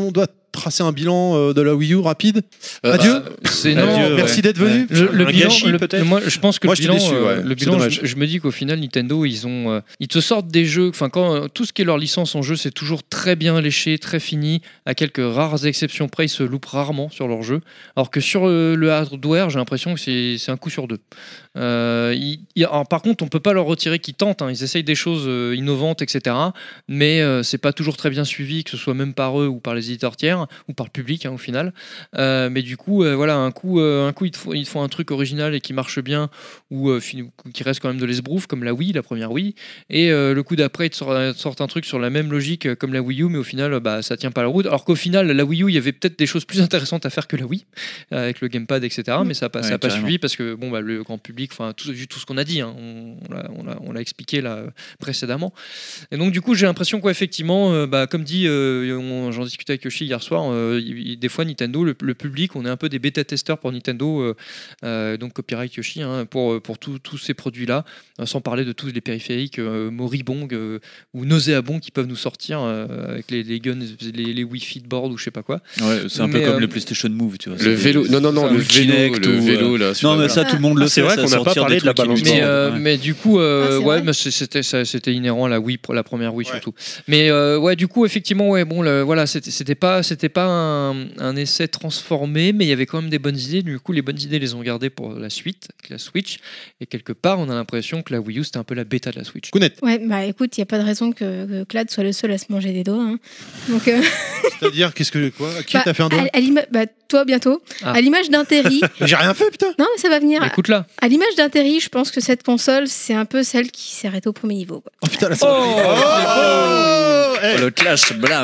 S1: tracer un bilan de la Wii U rapide. Adieu. Merci d'être venu.
S3: Le bilan,
S4: gâchis, peut-être.
S3: moi, je pense que
S1: Moi,
S3: le bilan,
S1: j'étais déçu, ouais.
S3: le
S1: C'est
S3: bilan,
S1: dommage.
S3: je me dis qu'au final, Nintendo, ils te sortent des jeux. Enfin, quand tout ce qui est leur licence en jeu, c'est toujours très bien léché, très fini. À quelques rares exceptions près, ils se loupent rarement sur leur jeu. Alors que sur le hardware, j'ai l'impression que c'est un coup sur deux. Alors, par contre, on peut pas leur retirer qu'ils tentent. Ils essayent des choses innovantes, etc. Mais c'est pas toujours très bien suivi, que ce soit même par eux ou par les éditeurs tiers ou par le public au final. Mais du coup, voilà, un coup ils te font un truc original et qui marche bien ou qui reste quand même de l'esbrouf comme la Wii, la première Wii. Et le coup d'après, ils te sortent un truc sur la même logique comme la Wii U, mais au final, ça tient pas la route. Alors qu'au final, la Wii U, il y avait peut-être des choses plus intéressantes à faire que la Wii avec le gamepad, etc. Mais ça n'a pas suivi parce que le grand public, vu tout ce qu'on a dit, on l'a expliqué là précédemment. Et donc du coup, j'ai l'impression qu'effectivement, comme dit, j'en discutais avec Yoshi hier soir, des fois Nintendo, le public, on est un peu des bêta-testeurs pour Nintendo, donc copyright Yoshi, pour tous ces produits-là, sans parler de tous les périphériques moribonds ou nauséabonds qui peuvent nous sortir avec les guns, les Wii Fit Board ou je sais pas quoi.
S5: Ouais, c'est un peu comme le PlayStation Move, tu vois.
S6: Le vélo, le vélo là.
S5: Non, mais ça, tout le monde le sait.
S4: C'est vrai qu'on n'a pas parlé de la balance.
S3: Mais du coup,
S2: vrai.
S3: mais c'était inhérent à la Wii, la première Wii surtout. Mais du coup, effectivement, voilà, c'était pas un essai transformé, mais il y avait quand même des bonnes idées. Du coup, les bonnes idées, les ont gardées pour la suite, avec la Switch. Et quelque part, on a l'impression que la Wii U, c'était un peu la bêta de la Switch.
S1: Kounet.
S2: Ouais, écoute, il n'y a pas de raison que Clad soit le seul à se manger des doigts. Donc,
S1: C'est-à-dire, qui t'a fait un doigt?
S2: toi, bientôt.
S3: Ah.
S2: À l'image d'un Terry.
S1: Mais j'ai rien fait, putain.
S2: Non, mais ça va venir.
S3: Écoute là.
S2: À l'image d'un Terry, je pense que cette console, c'est un peu celle qui s'est arrêtée au premier niveau, quoi.
S1: Oh putain, la saloperie.
S5: Le clash, blâme.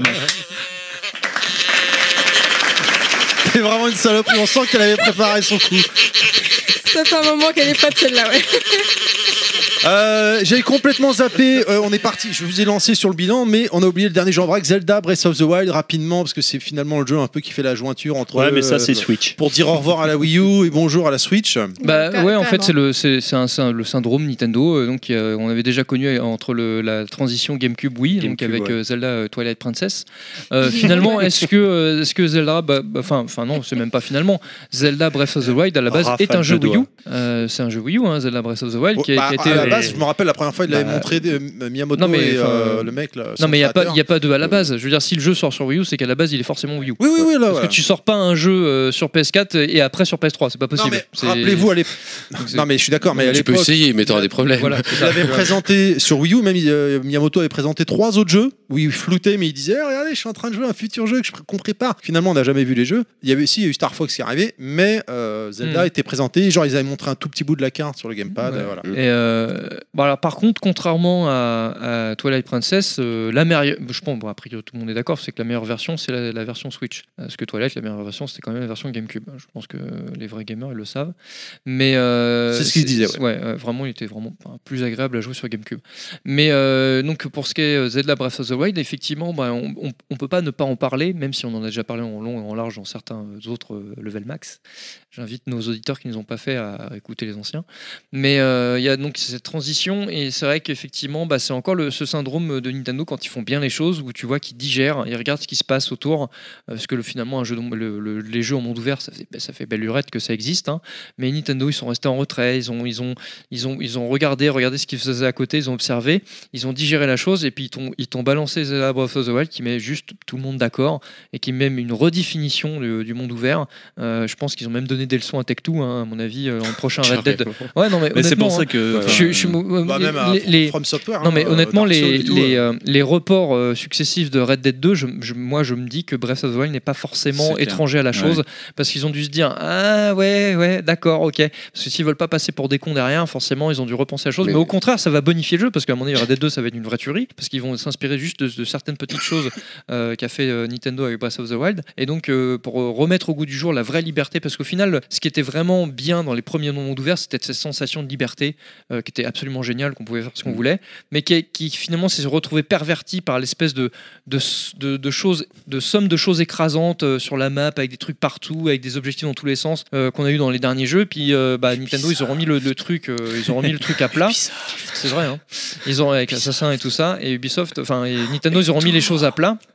S1: C'est vraiment une saloperie. On sent qu'elle avait préparé son coup.
S2: Ça fait un moment qu'elle est pas de celle-là, ouais.
S1: J'ai complètement zappé. On est parti. Je vous ai lancé sur le bilan, mais on a oublié le dernier jeu en vrac, Zelda Breath of the Wild, rapidement, parce que c'est finalement le jeu un peu qui fait la jointure entre.
S4: Ouais, mais ça, c'est Switch.
S1: Pour dire au revoir à la Wii U et bonjour à la Switch.
S3: En fait, c'est le syndrome Nintendo. Donc, on avait déjà connu entre la transition GameCube Wii, donc avec Zelda Twilight Princess. Finalement, est-ce que Zelda, non, c'est même pas finalement. Zelda Breath of the Wild à la base est un jeu Wii U. C'est un jeu Wii U, Zelda Breath of the Wild, qui a été.
S1: À la base, je me rappelle la première fois, il l'avait montré Miyamoto le mec là.
S3: Non, mais il y a pas de à la base. Je veux dire, si le jeu sort sur Wii U, c'est qu'à la base, il est forcément Wii U.
S1: Oui, là.
S3: Parce que tu sors pas un jeu sur PS4 et après sur PS3, c'est pas possible.
S1: Non, mais rappelez-vous à l'époque. Non, mais je suis d'accord, mais à
S6: tu peux
S1: l'époque.
S6: essayer, mais t'auras des problèmes.
S3: Voilà.
S1: Il avait présenté sur Wii U, même Miyamoto avait présenté 3 autres jeux où il floutait, mais il disait regardez, je suis en train de jouer un futur jeu qu'on prépare. Finalement, on n'a jamais vu les jeux. Il y a eu Star Fox qui est arrivé, mais Zelda était présenté. Genre, ils avaient montré un tout petit bout de la carte sur le gamepad.
S3: Ouais.
S1: Voilà.
S3: Et alors, par contre, contrairement à Twilight Princess, la meilleure, je pense, a priori tout le monde est d'accord, c'est que la meilleure version, c'est la version Switch. Parce que Twilight, la meilleure version, c'était quand même la version GameCube. Je pense que les vrais gamers, ils le savent. Mais
S1: c'est ce qu'ils disaient.
S3: Vraiment, il était vraiment plus agréable à jouer sur GameCube. Mais donc, pour ce qui est Zelda Breath of the Wild, effectivement, on peut pas ne pas en parler, même si on en a déjà parlé en long et en large dans certains autres level max. J'invite nos auditeurs qui ne nous ont pas fait à écouter les anciens. Mais il y a donc cette transition, et c'est vrai qu'effectivement, c'est encore ce syndrome de Nintendo quand ils font bien les choses, où tu vois qu'ils digèrent, ils regardent ce qui se passe autour, parce que finalement, les jeux en monde ouvert, ça fait belle lurette que ça existe, mais Nintendo, ils sont restés en retrait, ils ont regardé ce qu'ils faisaient à côté, ils ont observé, ils ont digéré la chose, et puis ils t'ont balancé Zelda Breath of the Wild qui met juste tout le monde d'accord, et qui met une redéfinition du monde ouvert. Je pense qu'ils ont même donné des leçons à Tech2, à mon avis, en prochain Red Dead. Ouais, non, mais
S5: c'est pour ça que
S1: même From Software.
S3: Non, mais honnêtement, les reports successifs de Red Dead 2, moi je me dis que Breath of the Wild n'est pas forcément étranger à la chose, parce qu'ils ont dû se dire ouais, d'accord, ok, parce que s'ils veulent pas passer pour des cons derrière, forcément ils ont dû repenser la chose, mais au contraire ça va bonifier le jeu, parce qu'à mon avis Red Dead 2 ça va être une vraie tuerie, parce qu'ils vont s'inspirer juste de certaines petites choses qu'a fait Nintendo avec Breath of the Wild, et donc pour remettre au goût du jour la vraie liberté, parce qu'au final ce qui était vraiment bien dans les premiers mondes ouverts, c'était cette sensation de liberté qui était absolument géniale, qu'on pouvait faire ce qu'on voulait, mais qui finalement s'est retrouvé perverti par l'espèce de choses, de somme de choses écrasantes sur la map, avec des trucs partout, avec des objectifs dans tous les sens qu'on a eu dans les derniers jeux. Puis Nintendo, ils ont remis le truc, à plat. C'est vrai, ils ont avec Assassin et tout ça, et Ubisoft, et Nintendo, ils ont remis les choses à plat.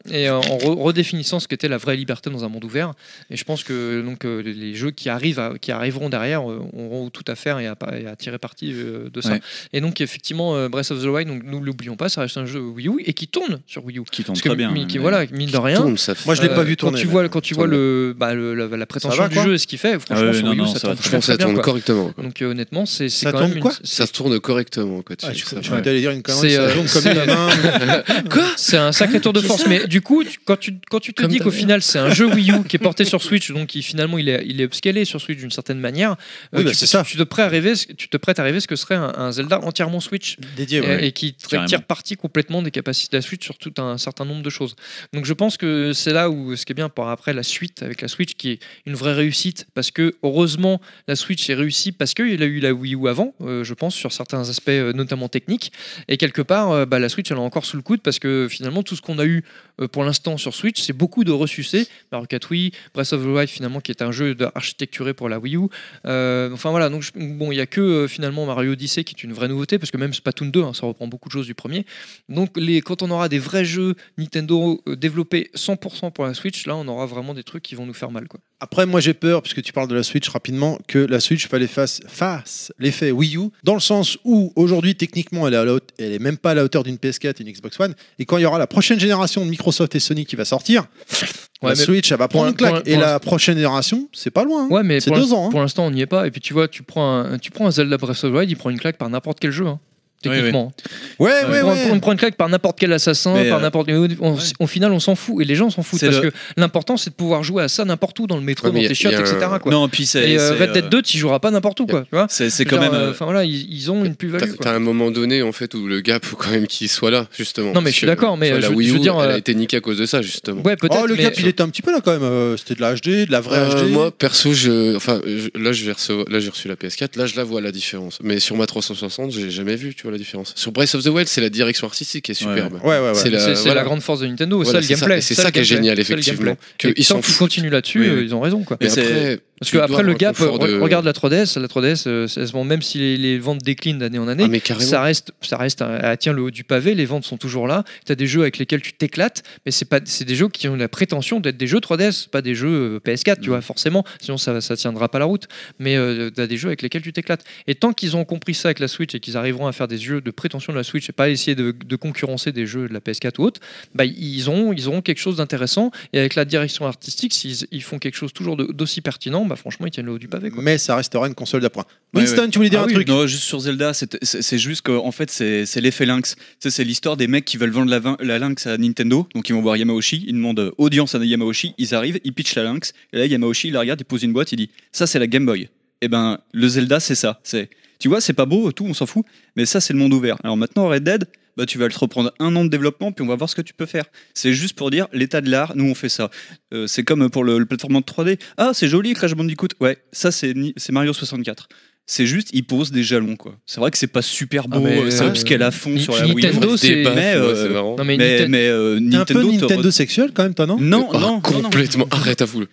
S3: et en redéfinissant ce qu'était la vraie liberté dans un monde ouvert. Et je pense que donc les jeux qui arriveront derrière auront tout à faire et à tirer parti de ça. Et donc effectivement, Breath of the Wild, donc nous l'oublions pas, ça reste un jeu Wii U et qui tourne sur Wii U.
S5: Qui tourne très bien.
S3: Voilà, mine de rien.
S1: Moi, je l'ai pas vu tourner.
S3: Quand tu vois la prétention du jeu et ce qu'il fait, franchement, sur Wii U, ça tourne
S6: ça tourne correctement.
S3: Donc honnêtement, c'est
S1: ça
S3: quand
S1: tourne
S3: même
S1: quoi
S6: ça tourne correctement.
S1: Je vais aller dire une connerie. Ça tourne comme la main.
S3: Quoi ? C'est un sacré tour de force. Mais du coup, quand tu te dis qu'au final, c'est un jeu Wii U qui est porté sur Switch, donc qui finalement il est upscalé sur Switch d'une certaine manière. Tu te prêtes à rêver ce que serait un Zelda entièrement Switch
S1: dédié
S3: et qui tire parti complètement des capacités de la Switch sur tout un certain nombre de choses. Donc je pense que c'est là où ce qui est bien par après la suite avec la Switch qui est une vraie réussite parce que heureusement la Switch est réussie parce qu'il a eu la Wii U avant, je pense sur certains aspects notamment techniques et quelque part la Switch elle est encore sous le coude parce que finalement tout ce qu'on a eu pour l'instant sur Switch c'est beaucoup de ressucés. Mario Kart Wii, Breath of the Wild finalement qui est un jeu architecturé pour la Wii U. Enfin voilà, donc il y a que finalement Mario Odyssey qui est une vraie nouveauté parce que même Splatoon 2 ça reprend beaucoup de choses du premier. Donc quand on aura des vrais jeux Nintendo développés 100% pour la Switch, là on aura vraiment des trucs qui vont nous faire mal quoi.
S1: Après moi j'ai peur puisque tu parles de la Switch rapidement que la Switch fasse l'effet Wii U dans le sens où aujourd'hui techniquement elle est même pas à la hauteur d'une PS4 et une Xbox One et quand il y aura la prochaine génération de Microsoft et Sony qui va sortir la Switch elle va prendre une claque et la prochaine génération c'est pas loin
S3: mais
S1: c'est 2 ans
S3: pour l'instant on n'y est pas et puis tu vois tu prends un Zelda Breath of the Wild il prend une claque par n'importe quel jeu techniquement. On prend une claque par n'importe quel assassin, par n'importe. Au final, on s'en fout et les gens s'en foutent parce que l'important c'est de pouvoir jouer à ça n'importe où dans le métro, dans tes chiottes, etc. Quoi.
S5: Non, puis
S3: Red Dead 2, tu joueras pas n'importe où, quoi. Tu vois.
S5: C'est quand même.
S3: Enfin voilà, ils ont une plus-value.
S6: T'as un moment donné en fait où le gap faut quand même qu'il soit là justement.
S3: Non mais je suis d'accord, mais
S6: la Wii U, elle a été niquée à cause de ça justement.
S3: Ouais, peut-être.
S1: Le gap il était un petit peu là quand même. C'était de la HD, de la vraie HD.
S6: Moi perso, là j'ai reçu la PS4, là je la vois la différence. Mais sur ma 360, j'ai jamais vu, tu vois la différence. Sur Breath of the Wild, c'est la direction artistique qui est superbe.
S1: C'est
S3: la grande force de Nintendo, ça le gameplay.
S6: C'est ça qui est génial, effectivement.
S3: Ils s'en foutent. Continuent là-dessus, ils ont raison. Quoi. Parce qu'après le gap, regarde la 3DS, même si les ventes déclinent d'année en année, ça reste elle tient le haut du pavé, les ventes sont toujours là. Tu as des jeux avec lesquels tu t'éclates, mais c'est des jeux qui ont la prétention d'être des jeux 3DS, pas des jeux PS4, tu vois, forcément, sinon ça tiendra pas la route. Mais tu as des jeux avec lesquels tu t'éclates. Et tant qu'ils ont compris ça avec la Switch et qu'ils arriveront à faire des jeux de prétention de la Switch et pas essayer de concurrencer des jeux de la PS4 ou autre, ils auront quelque chose d'intéressant. Et avec la direction artistique, s'ils font quelque chose toujours d'aussi pertinent, franchement, ils tiennent le haut du pavé. Quoi.
S1: Mais ça restera une console d'appoint. Winston, tu voulais dire un truc ?
S5: Non, juste sur Zelda, c'est juste qu'en fait, c'est l'effet Lynx. C'est l'histoire des mecs qui veulent vendre la Lynx à Nintendo. Donc, ils vont voir Yamauchi, ils demandent audience à Yamauchi, ils arrivent, ils pitchent la Lynx. Et là, Yamauchi, il la regarde, il pose une boîte, il dit ça, c'est la Game Boy. Et ben, le Zelda, c'est ça. Tu vois, c'est pas beau, tout, on s'en fout. Mais ça, c'est le monde ouvert. Alors maintenant, Red Dead, tu vas te reprendre 1 an de développement, puis on va voir ce que tu peux faire. C'est juste pour dire, l'état de l'art, nous on fait ça. C'est comme pour le plateforme de 3D. Ah, c'est joli, Crash Bandicoot. Ouais, ça c'est Mario 64. C'est juste, ils posent des jalons, quoi. C'est vrai que c'est pas super beau, ça upscale à fond sur la Wii U.
S3: Nintendo, c'est
S6: marrant.
S3: Non, mais
S1: Nintendo, un peu Nintendo sexuel quand même, toi, non ?
S6: Non, complètement. Arrête à foutre.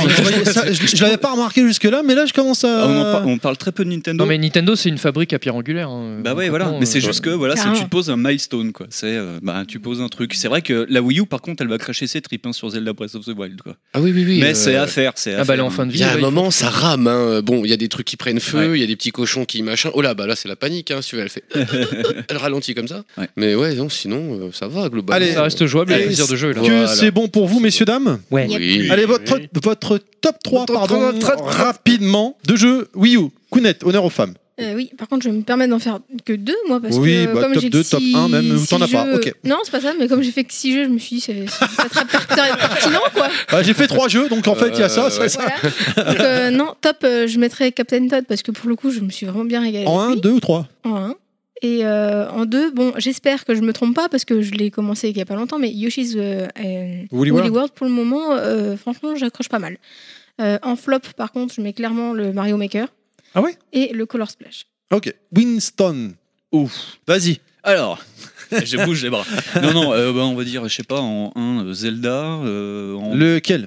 S1: Je l'avais pas remarqué jusque-là, mais là, je commence à.
S5: On parle très peu de Nintendo.
S3: Non, mais Nintendo, c'est une fabrique à pierre angulaire.
S5: Bah ouais, voilà. Mais c'est juste que tu poses un milestone, quoi. Tu poses un truc. C'est vrai que la Wii U, par contre, elle va cracher ses tripes sur Zelda Breath of the Wild, quoi.
S6: Ah oui.
S5: Mais c'est à faire.
S3: Elle est en fin de vie.
S6: Il y a un moment, ça rame. Bon, il y a des trucs qui prennent feu. Il y a des petits cochons qui machin. Oh là, là c'est la panique, si tu veux, elle fait. Elle ralentit comme ça. Ouais. Mais non, sinon, ça va, globalement.
S3: Allez, ça reste jouable, il y a plaisir de jeu. Là.
S1: Que c'est bon pour vous, messieurs, dames ?
S3: Ouais.
S6: Oui.
S1: Allez, votre top 3, rapidement, de jeux Wii U. Kounet, honneur aux femmes.
S2: Oui, par contre, je vais me permettre d'en faire que 2, moi, parce que comme
S1: top
S2: j'ai
S1: 2, top 1 même, ou t'en as pas, ok.
S2: Non, c'est pas ça, mais comme j'ai fait que 6 jeux, je me suis dit, c'est très pertinent, quoi.
S1: J'ai fait 3 jeux, donc en fait, il y a ça.
S2: Voilà. Donc, non, top, je mettrais Captain Todd, parce que pour le coup, je me suis vraiment bien régalée.
S1: En 1, 2 ou 3 ?
S2: En 1. Et en 2, bon, j'espère que je me trompe pas, parce que je l'ai commencé il y a pas longtemps, mais Yoshi's Woolly World, pour le moment, franchement, j'accroche pas mal. En flop, par contre, je mets clairement le Mario Maker.
S1: Ah ouais ?
S2: Et le Color Splash.
S1: Ok. Winston. Ouf. Vas-y.
S5: Alors, je bouge les bras. Non, on va dire, je sais pas, en 1, Zelda.
S1: Lequel ?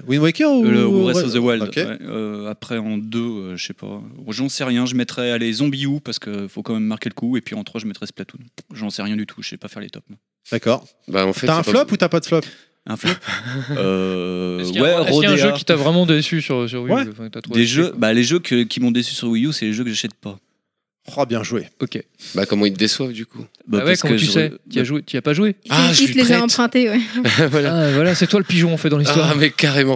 S1: Wind Waker ou
S5: le Breath of the Wild.
S1: Okay.
S5: Ouais. Après, en 2, je sais pas. J'en sais rien. Je mettrais Zombie U parce qu'il faut quand même marquer le coup. Et puis en 3, je mettrais Splatoon. J'en sais rien du tout. Je sais pas faire les tops.
S1: D'accord.
S6: En fait,
S1: t'as un flop ou t'as pas de flop ?
S5: Un flop
S3: Est-ce qu'il y a un jeu qui t'a vraiment déçu sur Wii U?
S1: Ouais.
S3: Enfin, que t'as trouvé
S5: Des jeux, les jeux qui m'ont déçu sur Wii U, c'est les jeux que j'achète pas.
S1: Oh, bien joué.
S3: Ok.
S6: Bah, comment ils te déçoivent du coup?
S3: Ah ouais,
S5: parce
S3: comment
S5: que
S3: tu sais? Tu y as pas joué?
S6: Ah, je
S2: Il
S6: lui
S2: te les a
S6: prête.
S2: empruntés, ouais.
S3: Voilà, c'est toi le pigeon en fait dans l'histoire.
S6: Ah, mais carrément.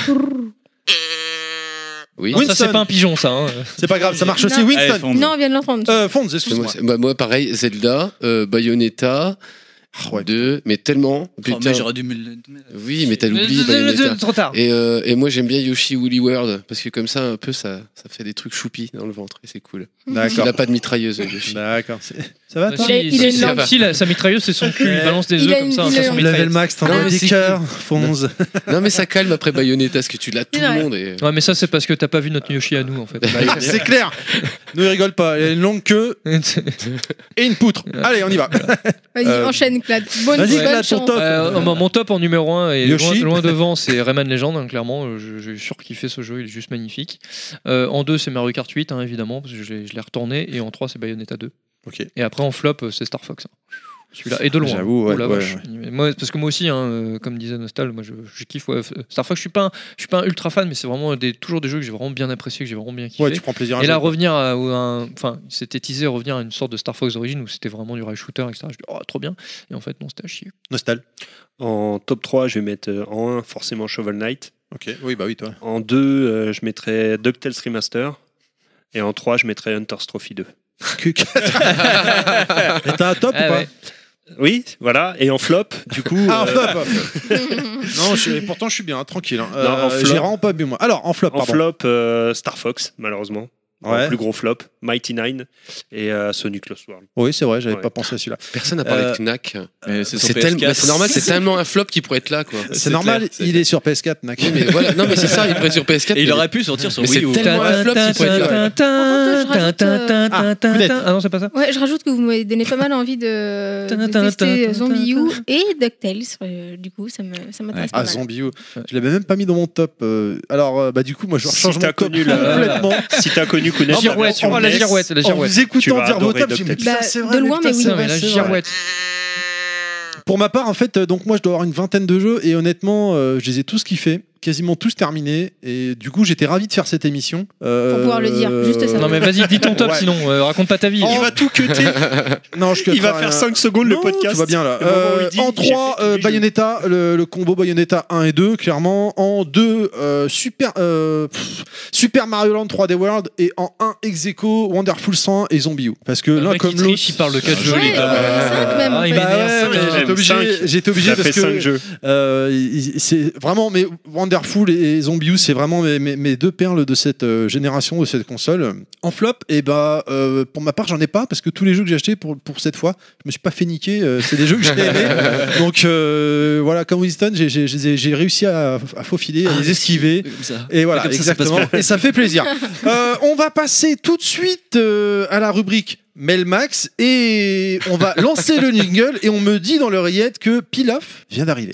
S6: Oui.
S3: Non, ça c'est pas un pigeon ça. Hein.
S1: C'est pas grave, ça marche aussi.
S2: Non.
S1: Winston.
S2: Non, on vient de l'entendre.
S1: Fonds, excuse-moi.
S6: Moi, pareil, Zelda, Bayonetta,
S1: Ah ouais.
S6: 2, mais tellement.
S5: Oh,
S6: Putain.
S5: mais j'aurais dû me le.
S6: Oui, mais t'as oublié Bayonetta.
S3: Trop tard.
S6: Et moi, j'aime bien Yoshi Woolly World, parce que comme ça, un peu, ça fait des trucs choupis dans le ventre, et c'est cool. Il
S1: D'accord.
S6: n'a pas de mitrailleuse, Yoshi.
S1: D'accord. Ça va, toi
S2: Il a une langue.
S3: Sa mitrailleuse c'est son cul, il balance des
S2: Il
S3: œufs
S2: a
S3: comme
S2: une-
S3: ça.
S2: il
S3: ça
S2: a
S3: son
S2: une-
S3: mitrailleuse.
S1: Level max, t'en
S6: Non,
S1: as
S6: mais
S1: des
S6: c'est
S1: cœurs, Fonz.
S6: Non, mais ça calme après Bayonetta, parce que tu l'as tout
S2: C'est
S6: le
S2: vrai.
S6: monde. Et...
S3: Ouais, mais ça c'est parce que t'as pas vu notre Yoshi à nous en fait.
S1: C'est clair. Ne rigole pas. Il a une longue queue et une poutre. Allez, on y va.
S2: Vas-y, enchaîne, Clad. Bonne
S1: Vas-y,
S2: bonne
S1: Clad, ton
S2: chance.
S1: top.
S3: Mon top en numéro 1 et
S1: Yoshi.
S3: loin devant c'est Rayman Legend hein, clairement j'ai surkiffé ce jeu, il est juste magnifique. En 2 c'est Mario Kart 8 hein, évidemment parce que je l'ai retourné et en 3 c'est Bayonetta 2.
S1: Ok.
S3: Et après en flop c'est Star Fox. Hein. Celui-là et de loin.
S1: J'avoue, ouais,
S3: Oh la
S1: ouais,
S3: vache. Moi, parce que moi aussi comme disait Nostal, moi je kiffe Star Fox, je suis pas un ultra fan mais c'est vraiment toujours des jeux que j'ai vraiment bien apprécié, que j'ai vraiment bien kiffé.
S1: Ouais, tu prends plaisir à
S3: Et là,
S1: jouer, quoi.
S3: revenir enfin, c'était teasé revenir à une sorte de Star Fox d'origine où c'était vraiment du rail shooter, etc. Je dis, oh, trop bien. Et en fait, non, c'était à chier.
S1: Nostal.
S4: En top 3, je vais mettre en 1 forcément Shovel Knight.
S1: Ok. Oui, bah oui, toi.
S4: En 2, je mettrais DuckTales Remaster. Et en 3, je mettrais Hunter's Trophy 2.
S1: Et t'as un top
S3: Ah
S1: ou pas
S3: ouais.
S4: Oui, voilà. Et en flop, du coup.
S1: Ah, en flop. Non, pourtant je suis bien, tranquille. Hein.
S4: Non, en flop.
S1: J'ai vraiment pas bu moi. Alors, en flop,
S4: En
S1: pardon.
S4: flop, Star Fox, malheureusement.
S1: Ouais.
S4: En plus gros flop, Mighty Nine et Sonic Lost World.
S1: Oui, c'est vrai, j'avais
S4: Ouais.
S1: pas pensé à celui-là.
S6: Personne n'a parlé de Knack.
S5: C'est sur
S6: C'est
S5: PS4.
S6: c'est normal, c'est tellement un flop qui pourrait être là, quoi.
S1: C'est normal,
S5: clair, c'est
S1: il est sur PS4, Nac.
S6: Oui, mais voilà. Non, mais c'est ça, il pourrait être sur PS4.
S5: Et il
S6: mais-
S5: aurait pu sortir sur
S6: Mais
S5: Wii U.
S6: c'est tellement un flop qu'il pourrait être là.
S3: Ah non, c'est pas ça.
S2: Ouais, je rajoute que vous m'avez donné pas mal envie de tester Zombie U et DuckTales. Du coup, ça m'intéresse pas
S1: Ah,
S2: mal.
S1: Zombie U. Je l'avais même pas mis dans mon top. Alors, bah, du coup, moi, je
S4: Si
S1: rechange
S4: t'as
S1: mon top
S4: connu la-
S1: complètement.
S4: Si t'as connu Kounet,
S1: Non,
S3: Girouette,
S1: en
S3: la
S1: NES,
S3: girouette, la
S1: En
S3: girouette.
S1: vous
S4: Tu
S1: écoutant
S4: vas
S1: dire vos
S4: adorer
S1: tops, je me dis,
S4: DuckTales.
S1: putain, c'est
S2: Bah,
S1: vrai.
S2: de loin,
S1: putain,
S2: mais oui.
S1: c'est
S3: Non,
S1: vrai,
S3: mais la
S1: c'est vrai.
S3: girouette.
S1: Pour ma part, en fait, donc moi, je dois avoir une vingtaine de jeux et honnêtement, je les ai tous kiffés, quasiment tous terminés. Et du coup, j'étais ravi de faire cette émission.
S2: Pour pouvoir le dire, juste ça.
S3: Non, mais vas-y, dis ton top
S1: Ouais.
S3: sinon, raconte pas ta vie.
S4: Il va tout cuter.
S1: Non, je
S4: Il va
S1: cutterai
S4: faire
S1: rien.
S4: 5 secondes le
S1: Non,
S4: podcast.
S1: Tu vas bien là.
S4: Le moment où il dit,
S1: En
S4: j'ai
S1: 3,
S4: fait tous les jeux.
S1: Bayonetta, le combo Bayonetta 1 et 2, clairement. En 2, Super Mario Land 3D World. Et en 1, Ex-Aequo, Wonderful 100 et Zombie U. Parce que
S3: Le
S1: l'un
S3: mec,
S1: comme
S3: il
S1: l'autre.
S3: triche, il parle de 4 jeux,
S2: Ouais,
S3: les gars.
S2: 5 même. en
S3: Ah, il
S2: fait.
S3: m'énerve.
S1: Bah ouais, mais
S4: Cinq,
S1: j'étais obligé,
S4: cinq.
S1: j'étais obligé
S4: Ça
S1: parce
S4: fait
S1: que
S4: 5 jeux.
S1: c'est vraiment, mais Wonderful et Zombie U, c'est vraiment mes deux perles de cette génération, de cette console. En flop, et bah, pour ma part, j'en ai pas parce que tous les jeux que j'ai achetés pour cette fois, je me suis pas fait niquer. C'est des jeux que j'ai aimés. Donc voilà, comme Winston, j'ai réussi à faufiler, à les esquiver.
S5: Comme ça.
S1: Et voilà,
S5: Comme ça, ça passe
S1: exactement. Et ça fait plaisir. On va passer tout de suite à la rubrique Melmax et on va lancer le jingle et on me dit dans l'oreillette que Pilaf vient d'arriver.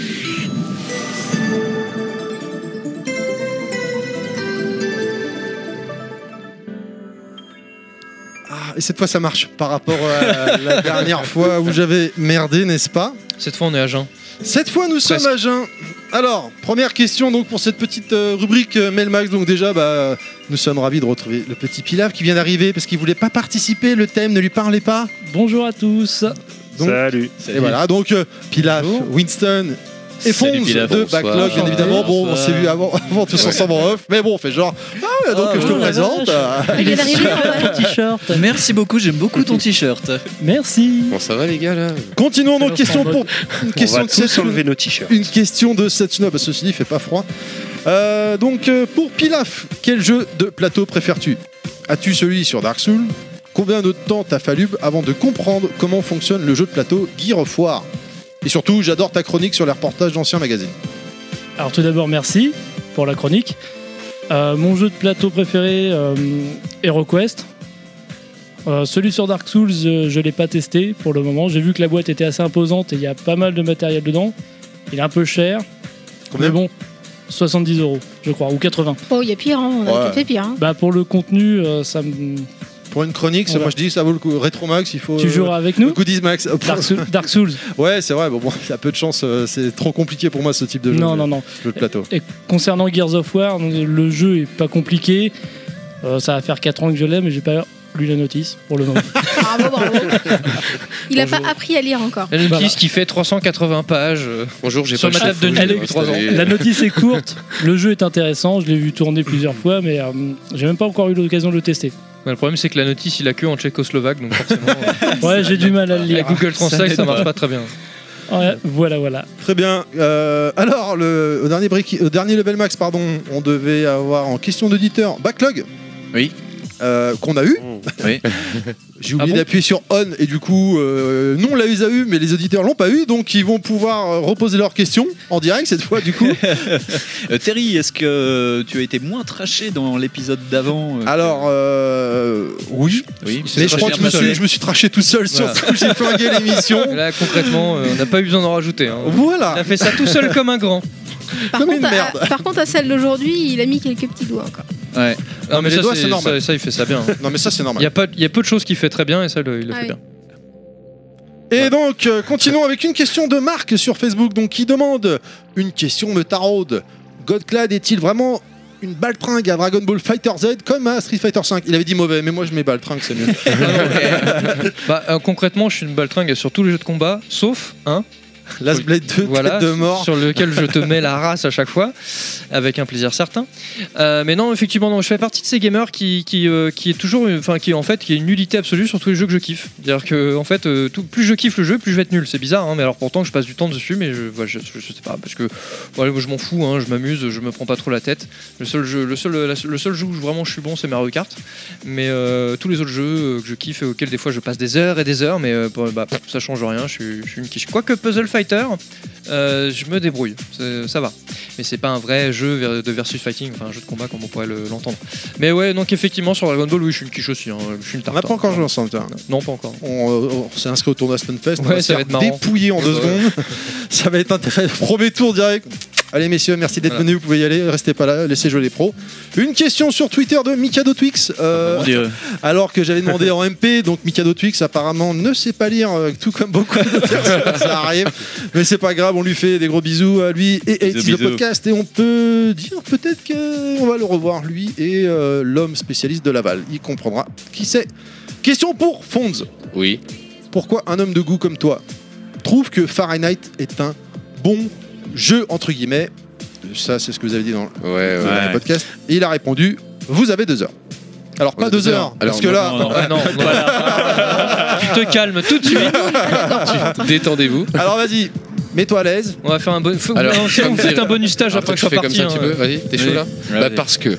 S1: Ah, et cette fois ça marche par rapport à la dernière fois où j'avais merdé, n'est-ce pas?
S3: Cette fois, on est à jeun.
S1: Cette fois, nous sommes à jeun. Alors, première question donc pour cette petite rubrique Melmax. Donc déjà, bah, nous sommes ravis de retrouver le petit Pilaf qui vient d'arriver parce qu'il voulait pas participer. Le thème ne lui parlait pas.
S8: Bonjour à tous.
S1: Donc,
S4: Salut.
S1: et voilà, donc Pilaf, Winston et
S5: Salut,
S1: Fonz
S5: Pilaf,
S1: de
S6: bonsoir.
S1: Backlog, bien évidemment. Bon, on s'est vu avant tous ensemble en off, mais bon, on fait genre. Ah, ouais, donc je te
S8: oh la
S1: présente.
S2: Il vient d'arriver,
S8: Ton t-shirt.
S5: Merci beaucoup, j'aime beaucoup ton t-shirt.
S8: Merci.
S6: Bon, ça va, les gars, là?
S1: Continuons donc,
S8: On
S1: question
S8: va
S1: pour une
S4: On
S1: question
S4: va
S1: de
S4: tous
S1: cette
S4: enlever nos t-shirts.
S1: Une question de Setsuna, bah, ceci dit, il fait pas froid. Donc, pour Pilaf, quel jeu de plateau préfères-tu? As-tu celui sur Dark Souls? Combien de temps t'as fallu avant de comprendre comment fonctionne le jeu de plateau Gear of War? Et surtout, j'adore ta chronique sur les reportages d'anciens magazines.
S8: Alors tout d'abord, merci pour la chronique. Mon jeu de plateau préféré, HeroQuest. Celui sur Dark Souls, je l'ai pas testé pour le moment. J'ai vu que la boîte était assez imposante et il y a pas mal de matériel dedans. Il est un peu cher.
S1: Combien?
S8: Mais bon, 70 €, je crois, ou 80.
S2: Oh, il y a pire, hein. On a
S1: Ouais.
S2: peut-être fait pire. Hein.
S8: Bah pour le contenu, ça me
S1: Pour une chronique,
S8: Voilà.
S1: moi je dis ça vaut le coup. Retromax, il faut.
S8: Tu joueras avec nous
S1: Goodies Max.
S8: Dark Souls.
S1: Ouais, c'est vrai. Bon, il y a peu de chance. C'est trop compliqué pour moi ce type de jeu.
S8: Non.
S1: Le plateau.
S8: Et concernant Gears of War, le jeu est pas compliqué. Ça va faire 4 ans que je l'ai, mais j'ai pas lu la notice pour le moment.
S2: Bravo. Il a pas appris à lire encore.
S3: La notice
S8: Voilà.
S3: qui fait 380 pages.
S6: Bonjour, j'ai
S3: Sur
S6: pas
S3: ma
S6: le
S3: table de
S6: chef,
S3: nuit
S6: j'ai
S3: depuis 3 ans.
S8: La notice est courte, le jeu est intéressant, je l'ai vu tourner plusieurs fois, mais j'ai même pas encore eu l'occasion de le tester.
S3: Ouais, le problème, c'est que la notice, il a que en tchécoslovaque, donc forcément.
S8: Ouais, j'ai du mal à le lire.
S3: Avec Google Translate, ça marche pas très bien.
S8: Ouais, voilà.
S1: Très bien. Alors, au dernier level max, on devait avoir en question d'auditeur Backlog.
S5: Oui.
S1: Qu'on a eu.
S5: Oui.
S1: J'ai oublié
S3: Ah bon
S1: d'appuyer sur on et du coup, nous on l'a eu, mais les auditeurs l'ont pas eu, donc ils vont pouvoir reposer leurs questions en direct cette fois du coup.
S5: Terry, est-ce que tu as été moins traché dans l'épisode d'avant
S1: Alors, oui.
S5: Oui.
S1: Mais je crois que je me suis traché tout seul sur
S5: Voilà.
S1: ça, j'ai flingué l'émission.
S3: Et là, concrètement, on n'a pas eu besoin d'en rajouter. Hein.
S1: Voilà.
S3: Il a fait ça tout seul comme un grand.
S1: Comme une merde.
S2: Par contre, à celle d'aujourd'hui, il a mis quelques petits doigts encore.
S5: Ouais.
S3: Non, mais
S1: les
S3: ça,
S1: doigts, c'est normal.
S3: ça, il fait ça bien. hein.
S1: Non mais ça c'est
S3: Il
S1: normal.
S3: y a peu de choses qu'il fait très bien et ça, il le
S2: Ah
S3: fait
S2: oui.
S3: bien.
S1: Et donc, continuons avec une question de Marc sur Facebook, donc qui demande une question me taraude. Godclad est-il vraiment une baltringue à Dragon Ball Fighter Z comme à Street Fighter V? Il avait dit mauvais, mais moi je mets baltringue, c'est mieux.
S3: Concrètement, je suis une baltringue sur tous les jeux de combat, sauf un.
S1: Last Blade 2,
S3: Voilà,
S1: tête de mort.
S3: sur lequel je te mets la race à chaque fois, avec un plaisir certain. Mais non, effectivement, non, je fais partie de ces gamers qui est toujours, qui a une nullité absolue sur tous les jeux que je kiffe. C'est-à-dire que en fait, plus je kiffe le jeu, plus je vais être nul. C'est bizarre, hein, mais alors pourtant que je passe du temps dessus, mais je sais pas, parce que moi, je m'en fous, hein, je m'amuse, je me prends pas trop la tête. Le seul jeu où vraiment je suis bon, c'est Mario Kart. Mais tous les autres jeux que je kiffe et auxquels des fois je passe des heures et des heures, mais ça change rien. Je suis une quiche. Quoique Puzzle Fighter, je me débrouille, ça va. Mais c'est pas un vrai jeu de versus fighting, enfin un jeu de combat comme on pourrait l'entendre. Mais ouais, donc effectivement sur Dragon Ball, oui, je suis une quiche aussi, hein, je suis une
S1: On
S3: tarte.
S1: n'a pas encore joué ensemble, tiens.
S3: Non, pas encore.
S1: On s'est inscrit au tournoi Stunfest, on
S3: Ouais,
S1: va
S3: ça
S1: se
S3: va être
S1: faire
S3: marrant.
S1: dépouiller en 2 secondes. Ça va être intéressant. Premier tour direct. Allez messieurs, merci d'être venus, vous pouvez y aller, restez pas là, laissez jouer les pros. Une question sur Twitter de Mikado Twix.
S5: Mon Dieu.
S1: Alors que j'avais demandé en MP, donc Mikado Twix apparemment ne sait pas lire, tout comme beaucoup de personnes, ça arrive. Mais c'est pas grave, on lui fait des gros bisous à lui et Aids le podcast. Et on peut dire peut-être qu'on va le revoir, lui et l'homme spécialiste de Laval. Il comprendra qui c'est. Question pour Fonz.
S6: Oui.
S1: Pourquoi un homme de goût comme toi trouve que Fahrenheit est un bon jeu entre guillemets? Ça c'est ce que vous avez dit dans le podcast. Et il a répondu, vous avez 2 heures. Alors pas 2 heures, parce que là...
S3: Non, voilà. Tu te calmes tout de suite.
S6: Détendez-vous.
S1: Alors vas-y, mets-toi à l'aise.
S3: On va faire un bon.
S6: Alors,
S3: vous faites un bonus stage
S6: Alors,
S3: après que je
S6: tu
S3: sois
S6: fais comme
S3: parti.
S6: ça un petit peu. Vas-y, t'es chaud là Bah parce que.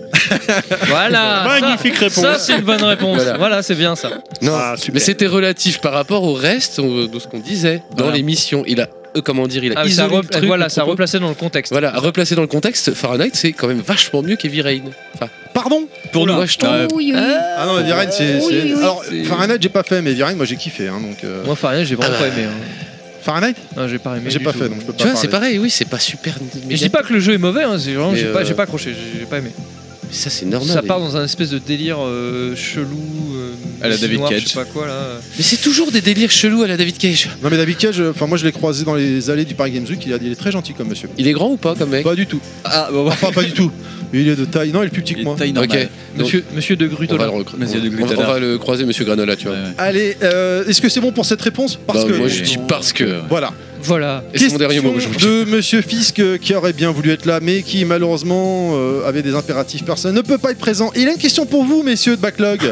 S3: Voilà.
S9: Magnifique réponse.
S3: Ça, c'est une bonne réponse.
S6: Voilà.
S3: Voilà, c'est bien ça.
S6: Non,
S9: Ah, super.
S6: mais c'était relatif par rapport au reste de ce qu'on disait dans
S5: Voilà.
S6: l'émission. Il a
S3: Ah,
S6: isolé
S3: ça
S6: le truc,
S3: voilà,
S6: le
S3: ça
S6: propos.
S3: replacé dans le contexte.
S6: Voilà, à replacer dans le contexte, Fahrenheit c'est quand même vachement mieux qu'Heavy Rain. Enfin,
S1: Pardon?
S6: pour nous, moi je trouve.
S2: Oui.
S1: Ah non, Heavy Rain c'est...
S2: Oui.
S1: Alors
S6: C'est-
S1: Fahrenheit j'ai pas fait, mais Heavy Rain moi j'ai kiffé. Hein, donc,
S3: Moi, Fahrenheit, j'ai vraiment
S6: Ah bah.
S3: pas aimé. Hein.
S1: Fahrenheit
S3: Non, j'ai pas aimé.
S1: j'ai
S3: du
S1: pas
S3: tout.
S1: fait, donc je peux pas
S6: Tu vois, c'est
S1: parler.
S6: pareil, oui, c'est pas super.
S3: Et je dis pas que le jeu est mauvais, hein, c'est vraiment,
S6: Mais,
S3: j'ai pas accroché, j'ai pas aimé.
S6: Ça c'est normal.
S3: Ça part dans un espèce de délire chelou.
S5: À la David
S3: chinois,
S5: Cage.
S3: Je sais pas quoi là.
S6: Mais c'est toujours des délires chelous à la David Cage.
S1: Non mais David Cage, enfin moi je l'ai croisé dans les allées du Paris Games Week, il est très gentil comme monsieur.
S6: Il est grand ou pas comme mec
S1: Pas du tout.
S5: Ah, bah,
S1: Enfin pas du tout. Il est de taille, non il est plus petit que moi.
S5: taille normale.
S6: Ok.
S3: Monsieur de
S6: On va,
S3: Grutola.
S5: Monsieur de
S6: on
S5: Glutala.
S6: va le croiser, monsieur Granola, tu vois.
S5: Ouais, ouais.
S1: Allez, est-ce que c'est bon pour cette réponse? Parce
S6: Bah,
S1: que...
S6: moi je dis parce que.
S1: Voilà.
S3: Voilà.
S6: Et c'est mon dernier mot
S1: Question
S6: aujourd'hui.
S1: de Monsieur Fisk qui aurait bien voulu être là, mais qui malheureusement avait des impératifs personnels, ne peut pas être présent. Il a une question pour vous, messieurs de Backlog.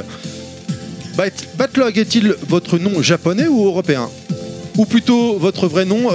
S1: Backlog est-il votre nom japonais ou européen? Ou plutôt votre vrai nom,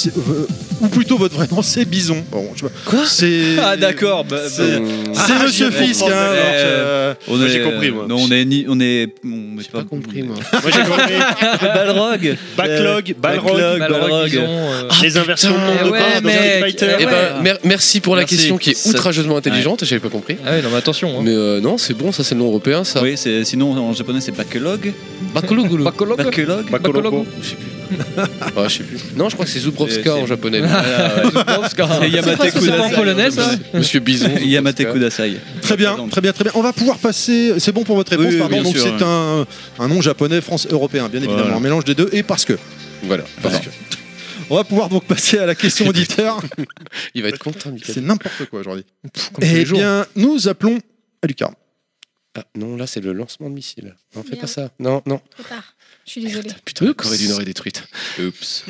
S1: c'est Bison. Bon, je sais pas.
S6: Quoi
S1: C'est.
S5: Ah d'accord.
S1: C'est Monsieur
S5: j'ai
S1: Fisk.
S5: compris.
S1: Hein,
S9: Moi, j'ai compris, moi.
S5: Non, on est
S6: J'ai pas compris moi.
S9: Moi j'ai compris.
S5: Balrog.
S9: Backlog, Balrog,
S3: Balrog, ils ont,
S9: les inversions de nom de
S3: ouais,
S9: part dans
S3: mec.
S9: Street Fighter.
S6: Eh
S3: Ouais.
S6: ben, merci pour la
S5: Merci.
S6: question qui est
S5: Ça-
S6: outrageusement intelligente, j'avais pas compris.
S3: Ah ouais, non, mais attention. Hein.
S6: Mais non, c'est bon, ça c'est le nom européen, ça.
S5: Oui, sinon en japonais c'est Backlog.
S6: Bakologulu.
S3: Backlog.
S5: Backlog.
S9: Bacologo.
S6: Je sais plus. Je sais plus. Non, je crois que c'est Zubrowska en japonais.
S5: C'est Yamate
S3: C'est pas en
S5: Kudasai.
S3: polonais, ça
S6: Monsieur Bison.
S5: Yamate Kudasai.
S1: Très bien. On va pouvoir passer. C'est bon pour votre réponse,
S5: Oui,
S1: pardon.
S5: bien
S1: Donc
S5: sûr,
S1: c'est un nom japonais, européen, bien évidemment.
S5: Voilà.
S1: Un mélange des deux et parce que.
S6: Voilà.
S1: Parce que. On va pouvoir donc passer à la question auditeur.
S6: Il va être content, Michael.
S1: C'est n'importe quoi aujourd'hui.
S3: Comme tous les
S1: Eh
S3: jours.
S1: bien, nous appelons Alucard.
S6: Ah, non, là, c'est le lancement de missile. Non, fais
S2: Merde.
S6: pas ça. Non.
S2: Trop tard. Je suis désolée.
S6: Putain, la Corée du Nord est détruite. Oups.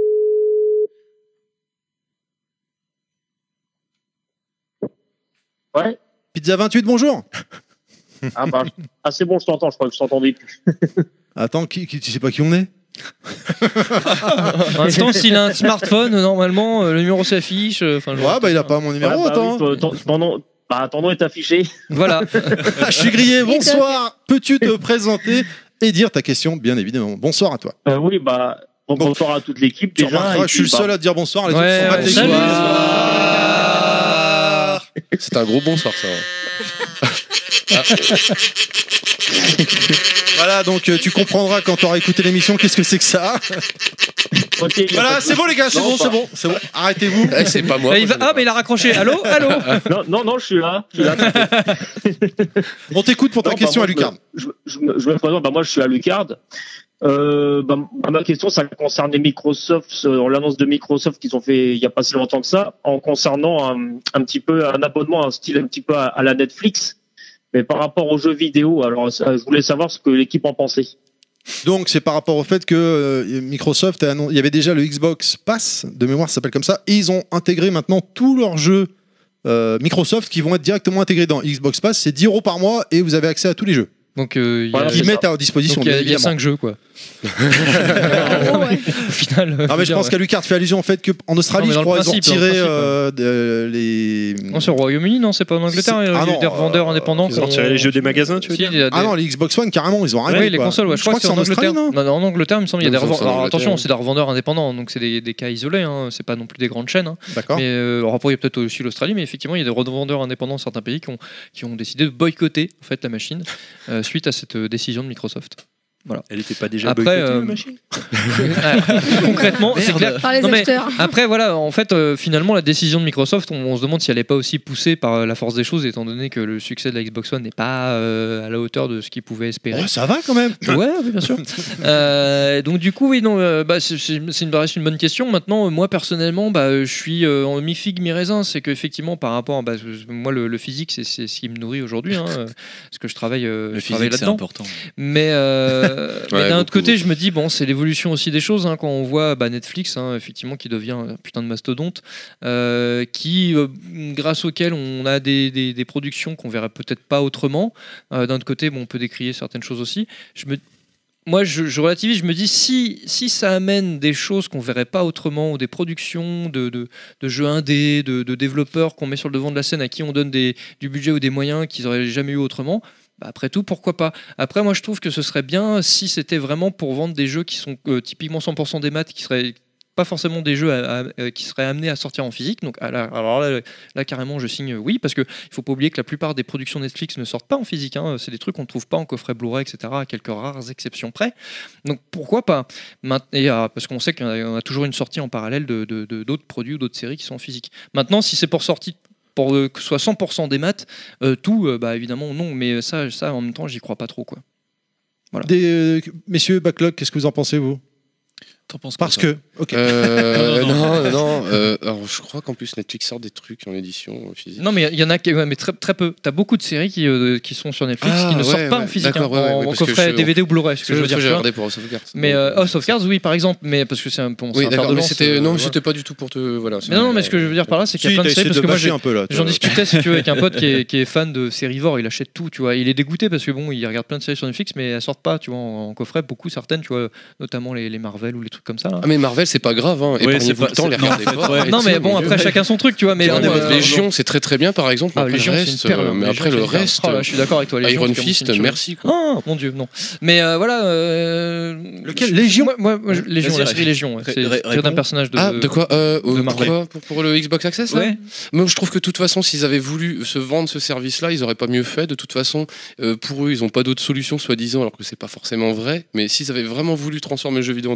S10: Ouais.
S1: Pizza 28, bonjour.
S10: C'est bon, je t'entends, je crois que je t'entendais plus.
S1: Attends, tu sais pas qui on est?
S3: En même temps, s'il a un smartphone, normalement, le numéro s'affiche.
S1: Il a pas mon numéro, attends.
S10: Ton nom est affiché.
S3: Voilà.
S1: Je suis grillé, bonsoir. Peux-tu te présenter et dire ta question, bien évidemment. Bonsoir à toi.
S10: Bonsoir à toute l'équipe.
S1: Tu
S10: Déjà,
S1: remarqueras, je suis le seul à te dire bonsoir. Les autres
S3: Ouais,
S1: sont pas
S3: ouais,
S1: tes
S3: salut.
S1: bonsoir.
S6: C'est un gros bonsoir, ça.
S1: Voilà, donc tu comprendras quand tu auras écouté l'émission qu'est-ce que c'est que ça. Voilà, c'est bon les gars, c'est bon. Arrêtez-vous.
S6: C'est pas moi.
S3: Mais il a raccroché. Allô.
S10: Non, je suis là.
S1: On t'écoute pour ta question, Alucard.
S10: Je me présente, moi je suis Alucard. Ma question, ça concerne les Microsoft, l'annonce de Microsoft qu'ils ont fait il y a pas si longtemps que ça, en concernant un petit peu un abonnement, un style un petit peu à la Netflix, mais par rapport aux jeux vidéo. Alors, je voulais savoir ce que l'équipe en pensait.
S1: Donc c'est par rapport au fait que Microsoft il y avait déjà le Xbox Pass, de mémoire ça s'appelle comme ça, et ils ont intégré maintenant tous leurs jeux Microsoft qui vont être directement intégrés dans Xbox Pass. C'est 10 € par mois et vous avez accès à tous les jeux.
S3: Donc
S1: ils mettent à disposition.
S3: Il y a 5 jeux, quoi. Au final.
S1: Non, mais je pense qu'Alucard fait allusion au fait qu'en Australie, je crois, ils ont retiré les.
S3: Non, c'est au Royaume-Uni, non, c'est pas en Angleterre. Il y a eu des revendeurs indépendants.
S4: Ils ont retiré les jeux des magasins, tu veux dire?
S1: Ah non, les Xbox One, carrément, ils ont arrêté.
S3: Oui, les consoles, je crois que c'est en Angleterre.
S1: non,
S3: en Angleterre, il me semble, il y a des
S6: Non,
S3: revendeurs.
S6: c'est en
S3: Alors attention,
S6: Angleterre.
S3: c'est des revendeurs indépendants, donc c'est des cas isolés, hein, c'est pas non plus des grandes chaînes. Hein.
S1: D'accord.
S3: Mais alors après, il y a peut-être aussi l'Australie, mais effectivement, il y a des revendeurs indépendants dans certains pays qui ont décidé de boycotter en fait, la machine suite à cette décision de Microsoft. Voilà.
S4: Elle n'était pas déjà
S3: Après,
S4: boycottée, la machine?
S3: Concrètement, c'est clair.
S2: Par les
S3: Non, mais
S2: acheteurs.
S3: après, voilà, en fait, finalement, la décision de Microsoft, on se demande si elle n'est pas aussi poussée par la force des choses, étant donné que le succès de la Xbox One n'est pas à la hauteur de ce qu'ils pouvaient espérer.
S1: Oh, ça va quand même.
S3: Ouais, oui, bien sûr. Donc du coup, oui, non, c'est une bonne question. Maintenant, moi personnellement, je suis en mi-figue, mi-raisin. C'est qu'effectivement, par rapport, moi, le physique, c'est ce qui me nourrit aujourd'hui, hein, parce que je travaille
S5: physique, c'est
S3: là-dedans.
S5: important.
S3: Mais d'un autre
S6: beaucoup.
S3: côté, je me dis, bon, c'est l'évolution aussi des choses. Hein, quand on voit Netflix, hein, effectivement, qui devient un putain de mastodonte, grâce auquel on a des productions qu'on verrait peut-être pas autrement. D'un autre côté, on peut décrier certaines choses aussi. Moi, je relativise, je me dis, si ça amène des choses qu'on verrait pas autrement, ou des productions de jeux indés, de développeurs qu'on met sur le devant de la scène, à qui on donne du budget ou des moyens qu'ils n'auraient jamais eu autrement, après tout, pourquoi pas. Après, moi, je trouve que ce serait bien si c'était vraiment pour vendre des jeux qui sont typiquement 100% des maths, qui seraient pas forcément des jeux qui seraient amenés à sortir en physique. Donc, alors là, carrément, je signe oui, parce qu'il ne faut pas oublier que la plupart des productions Netflix ne sortent pas en physique. Hein. C'est des trucs qu'on ne trouve pas en coffret Blu-ray, etc., à quelques rares exceptions près. Donc, pourquoi pas. Parce qu'on sait qu'il y en a toujours une sortie en parallèle de d'autres produits ou d'autres séries qui sont en physique. Maintenant, si c'est pour sortir pour que ce soit 100% des maths, évidemment non, mais ça en même temps j'y crois pas trop, quoi. Voilà.
S1: Messieurs, Backlog, qu'est-ce que vous en pensez, vous?
S5: T'en penses
S1: Parce que. Ok.
S6: Non. Alors, je crois qu'en plus Netflix sort des trucs en édition physique.
S3: Non, mais il y en a mais très, très peu. T'as beaucoup de séries qui sont sur Netflix qui ne sortent pas en physique, en coffret DVD ou Blu-ray. Ce que je veux dire.
S6: J'ai regardé pour House of Cards.
S3: Mais House of Cards, oui, par exemple, mais parce que c'est un peu.
S6: Oui, d'accord. Mais c'était pas du tout pour te. Voilà.
S3: Mais non, mais ce que je veux dire par là, c'est qu'il y a plein de séries, parce que moi j'en discutais, si tu veux, avec un pote qui est fan de Sérivore. Il achète tout, tu vois. Il est dégoûté parce que bon, il regarde plein de séries sur Netflix, mais elles sortent pas, tu vois, en coffret. Beaucoup, certaines, tu vois, notamment les Marvel ou les trucs comme ça.
S6: Ah, mais Marvel, c'est pas grave, hein. Épargnez-vous le temps, les regardez pas.
S3: Non, mais bon, après chacun son truc, tu vois. Mais
S6: Légion, c'est très très bien, par exemple.
S3: Légion, c'est une perle.
S6: Mais après le reste,
S3: je suis d'accord avec toi.
S6: Iron Fist, merci.
S3: Oh mon Dieu, non. Mais voilà.
S1: Lequel? Légion?
S3: Moi, Légion, la série Légion. C'est un personnage de.
S6: Ah, de quoi
S3: Marvel.
S6: Pour le Xbox Access, là?
S3: Ouais.
S6: Moi, je trouve que de toute façon, s'ils avaient voulu se vendre ce service-là, ils auraient pas mieux fait. De toute façon, pour eux, ils ont pas d'autre solution, soi-disant, alors que c'est pas forcément vrai. Mais s'ils avaient vraiment voulu transformer le jeu vidéo en tant que service,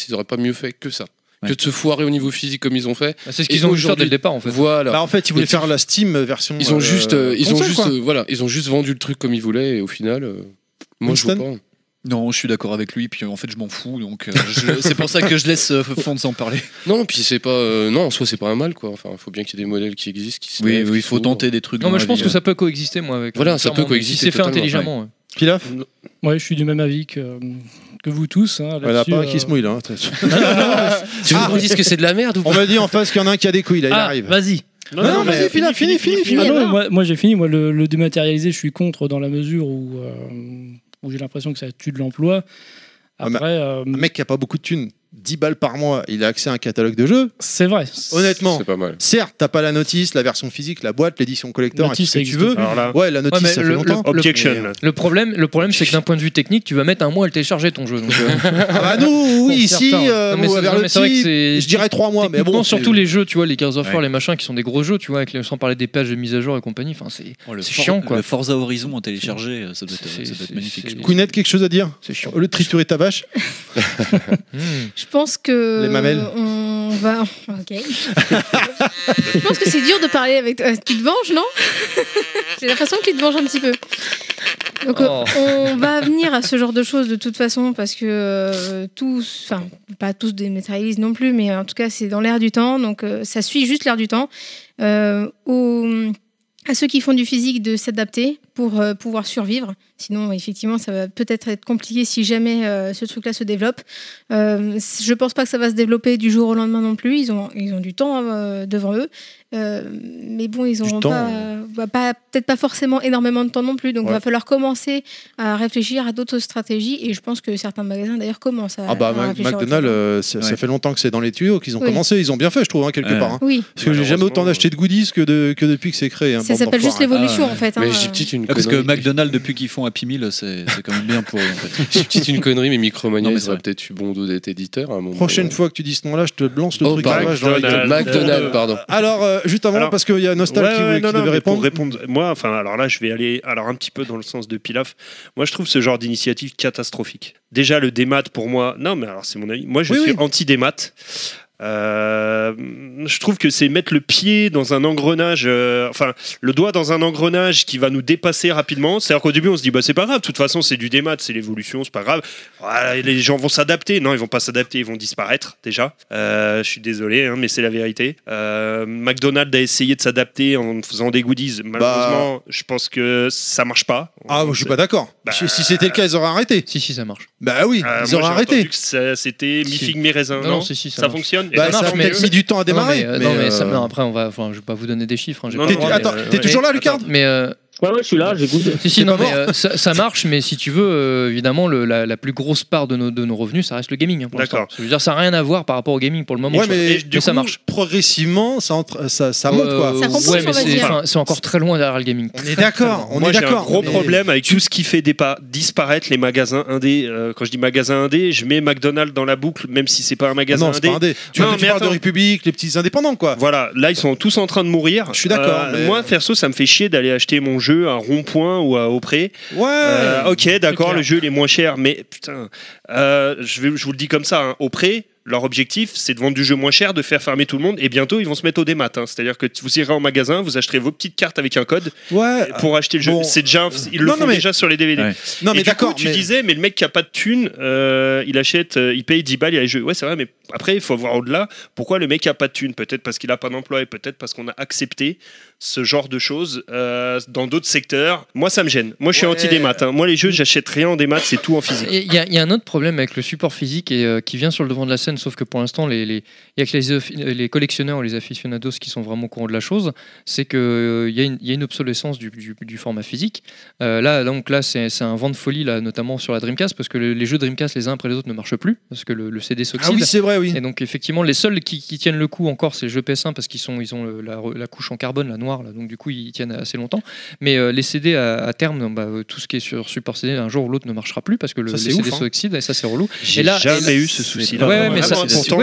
S6: s'ils auraient pas mieux fait que ça. Que de se foirer au niveau physique comme ils ont fait.
S3: C'est ce qu'ils ont voulu faire dès le départ en fait.
S6: Voilà.
S1: Bah, en fait, ils voulaient faire la Steam version.
S6: Ils ont juste
S1: console,
S6: ils ont juste vendu le truc comme ils voulaient et au final, moi je vois
S1: Winston
S6: pas.
S7: Non, je suis d'accord avec lui, puis en fait je m'en fous, donc c'est pour ça que je laisse Fonds en parler.
S6: Non, puis c'est pas, non, en soi c'est pas un mal quoi. Enfin, il faut bien qu'il y ait des modèles qui existent, qui se
S7: Oui,
S6: lèvent,
S7: il
S6: qui
S7: faut
S6: s'ouvrent.
S7: tenter des trucs.
S3: Non,
S7: dans
S3: mais
S7: la
S3: je pense
S7: vie,
S3: que ça peut coexister moi avec.
S6: Voilà, ça peut
S3: clairement,
S6: coexister
S3: si c'est fait
S6: totalement,
S3: intelligemment. Ouais.
S1: Pilaf
S8: Ouais, je suis du même avis que vous tous. Hein,
S1: Il y en a
S8: là-dessus,
S1: pas un qui se mouille là.
S6: Tu veux qu'on dise que c'est de la merde ou
S1: On
S6: pas?
S1: m'a dit en face qu'il y en a un qui a des couilles là, il
S8: Ah,
S1: arrive.
S8: vas-y.
S1: Non, vas-y, fini.
S8: Ah non, moi j'ai fini. Moi, le dématérialisé, je suis contre dans la mesure où j'ai l'impression que ça tue de l'emploi. Après,
S1: Un mec qui a pas beaucoup de thunes, 10 balles par mois, il a accès à un catalogue de jeux.
S8: c'est vrai.
S1: Honnêtement,
S6: C'est pas mal.
S1: certes, t'as pas la notice, la version physique, la boîte, l'édition collector,
S8: Notice,
S1: et tout ce que
S8: ça
S1: tu veux.
S8: existe
S9: Alors là,
S1: Ouais, la notice,
S3: mais
S1: ça fait longtemps.
S9: objection.
S3: Le problème, c'est que d'un point de vue technique, tu vas mettre un mois à le télécharger ton jeu. Donc,
S1: Ah bah nous, oui,
S3: Pour
S1: ici,
S3: certains. Non, mais c'est-
S1: vers
S3: non,
S1: le
S3: mais c'est vrai que
S1: petit,
S3: c'est-
S1: je dirais 3 mois, mais
S3: techniquement,
S1: bon.
S3: surtout les jeux, tu vois, les Gears of War,
S7: Ouais.
S3: les machins qui sont des gros jeux, tu vois, sans parler des pages de mise à jour et compagnie. Enfin, c'est
S7: le
S3: chiant, quoi.
S7: Le Forza Horizon en téléchargé, ça doit
S3: C'est-
S7: être magnifique.
S3: c'est-
S1: Queenette, quelque chose à dire
S3: c'est chiant.
S1: Au lieu de triturer ta vache.
S2: Je pense que.
S1: Les mamelles.
S2: On va. Ok. Je pense que c'est dur de parler avec toi. Tu te venges, non? J'ai l'impression que tu te venges un petit peu. Donc,
S3: Oh.
S2: on va venir à ce genre de choses de toute façon parce que tous, enfin, pas tous dématérialisent non plus, mais en tout cas, c'est dans l'air du temps. Donc, ça suit juste l'air du temps. À ceux qui font du physique de s'adapter pour pouvoir survivre. Sinon, effectivement, ça va peut-être être compliqué si jamais ce truc-là se développe. Je pense pas que ça va se développer du jour au lendemain non plus. Ils ont du temps devant eux. Mais bon, ils n'auront peut-être pas forcément énormément de temps non plus. Donc, il va falloir commencer à réfléchir à d'autres stratégies. Et je pense que certains magasins, d'ailleurs, commencent à réfléchir
S1: McDonald's, ça fait longtemps que c'est dans les tuyaux qu'ils ont commencé. Ils ont bien fait, je trouve, hein, quelque part. Hein.
S2: Oui.
S1: Parce que j'ai jamais autant acheté de goodies que depuis que c'est créé. Hein,
S2: Ça
S1: bande
S2: s'appelle juste
S1: d'enfoirés.
S2: l'évolution, en fait.
S6: Mais
S2: hein.
S6: j'ai petite une
S7: Parce que
S6: connerie.
S7: McDonald's, depuis qu'ils font Happy Meal, c'est quand même bien pour eux. En fait.
S6: J'ai petite une connerie, mais Micromania,
S7: Non, mais
S6: ils
S7: c'est
S6: auraient
S7: vrai.
S6: peut-être eu bon dos d'être éditeur à un moment.
S1: Prochaine fois que tu dis ce nom-là, je te lance le
S6: Oh,
S1: truc à la
S6: pardon.
S1: vache dans la gueule.
S6: McDonald's, pardon.
S1: Alors, juste avant,
S9: Alors-
S1: parce qu'il y a Nostal qui
S9: non,
S1: devait
S9: mais
S1: répondre.
S9: pour répondre, moi, enfin, alors là, je vais aller un petit peu dans le sens de Pilaf. Moi, je trouve ce genre d'initiative catastrophique. Déjà, le démat, pour moi, non, mais alors c'est mon avis. Moi, je suis anti-démat. Je trouve que c'est mettre le pied dans un engrenage, enfin le doigt dans un engrenage qui va nous dépasser rapidement. C'est-à-dire qu'au début on se dit bah c'est pas grave, de toute façon c'est du démat, c'est l'évolution, c'est pas grave. Voilà, les gens vont s'adapter. Non, ils vont pas s'adapter, ils vont disparaître déjà. Je suis désolé, hein, mais c'est la vérité. McDonald's a essayé de s'adapter en faisant des goodies. Malheureusement, je pense que ça marche pas.
S1: Ah, moi je suis pas d'accord. Si c'était le cas, ils auraient arrêté.
S3: Si, ça marche.
S1: Bah oui, ils
S9: moi,
S1: auraient
S9: j'ai
S1: arrêté.
S9: entendu que c'était mi figue mi raisin.
S3: Non,
S9: Non,
S3: si,
S9: ça
S3: marche.
S9: fonctionne.
S1: Bah,
S3: ça
S1: ça
S3: marche,
S1: a
S3: mais-
S1: peut-être mis du temps à démarrer.
S3: Non, mais ça, non, après, je vais pas vous donner des chiffres. Hein, j'ai
S9: Non,
S3: pas
S9: non,
S3: le droit,
S1: Attends,
S3: mais,
S1: t'es toujours là, Lucard
S3: Mais
S10: Ouais, je suis là, j'écoute.
S3: si, non,
S1: pas
S3: mais ça marche, mais si tu veux, évidemment, la plus grosse part de nos revenus, ça reste le gaming. Hein, pour
S9: D'accord.
S3: l'instant. Je veux dire, ça n'a rien à voir par rapport au gaming pour le moment.
S1: Ouais, mais
S3: mais ça
S1: coup,
S3: marche.
S1: Progressivement, ça monte quoi.
S2: Ça compense,
S3: ouais,
S2: on
S3: mais
S2: va dire.
S3: c'est encore très loin derrière le gaming.
S1: On est d'accord,
S9: Moi, j'ai un gros problème avec tout ce qui fait disparaître les magasins indés. Quand je dis magasin indé, je mets McDonald's dans la boucle, même si c'est pas un magasin
S1: Non, c'est
S9: indé.
S1: pas indé. Tu
S9: Non,
S1: parles
S9: mais
S1: de
S9: attends.
S1: République, les petits indépendants, quoi.
S9: Voilà, là ils sont tous en train de mourir.
S1: Je suis d'accord, mais-
S9: Moi, perso, ça me fait chier d'aller acheter mon jeu à Rond-Point ou à Auprès.
S1: Ouais.
S9: Ok, d'accord,
S8: clair.
S9: le jeu il est moins cher, mais putain, je vous le dis comme ça, hein, Auprès. Leur objectif, c'est de vendre du jeu moins cher, de faire fermer tout le monde, et bientôt ils vont se mettre au démat. Hein. C'est-à-dire que vous irez en magasin, vous acheterez vos petites cartes avec un code
S1: Ouais.
S9: pour acheter le jeu.
S1: bon.
S9: C'est déjà, ils le
S1: Non,
S9: font
S1: non, mais-
S9: déjà sur les DVD.
S7: Ouais.
S1: Non,
S9: Et
S1: mais
S9: du coup,
S1: d'accord.
S9: tu disais, mais le mec qui a pas de thune, il achète, il paye 10 balles, il a les jeux. Ouais, c'est vrai, mais après, il faut voir au-delà. Pourquoi le mec qui a pas de thune? Peut-être parce qu'il a pas d'emploi, et peut-être parce qu'on a accepté ce genre de choses dans d'autres secteurs. Moi, ça me gêne. Moi, je suis
S1: Ouais.
S9: anti-démat. Hein. Moi, les jeux, j'achète rien en démat, c'est tout en physique.
S3: Il y a un autre problème avec le support physique et qui vient sur le devant de la scène, sauf que pour l'instant, il y a que les collectionneurs ou les aficionados qui sont vraiment au courant de la chose, c'est qu'il y a une obsolescence du format physique. Là, c'est un vent de folie, là, notamment sur la Dreamcast, parce que les jeux Dreamcast, les uns après les autres, ne marchent plus, parce que le CD
S1: Ah
S3: s'oxyde.
S1: oui, c'est vrai, oui.
S3: Et donc, effectivement, les seuls qui tiennent le coup encore, c'est les jeux PS1, parce qu'ils ont la couche en carbone, là, noir là, donc du coup ils tiennent assez longtemps. Mais les CD à terme, tout ce qui est sur support CD, un jour ou l'autre ne marchera plus parce que les CD s'oxydent et ça c'est relou.
S9: J'ai jamais eu ce souci-là.
S3: Ouais, mais ça,
S9: pourtant,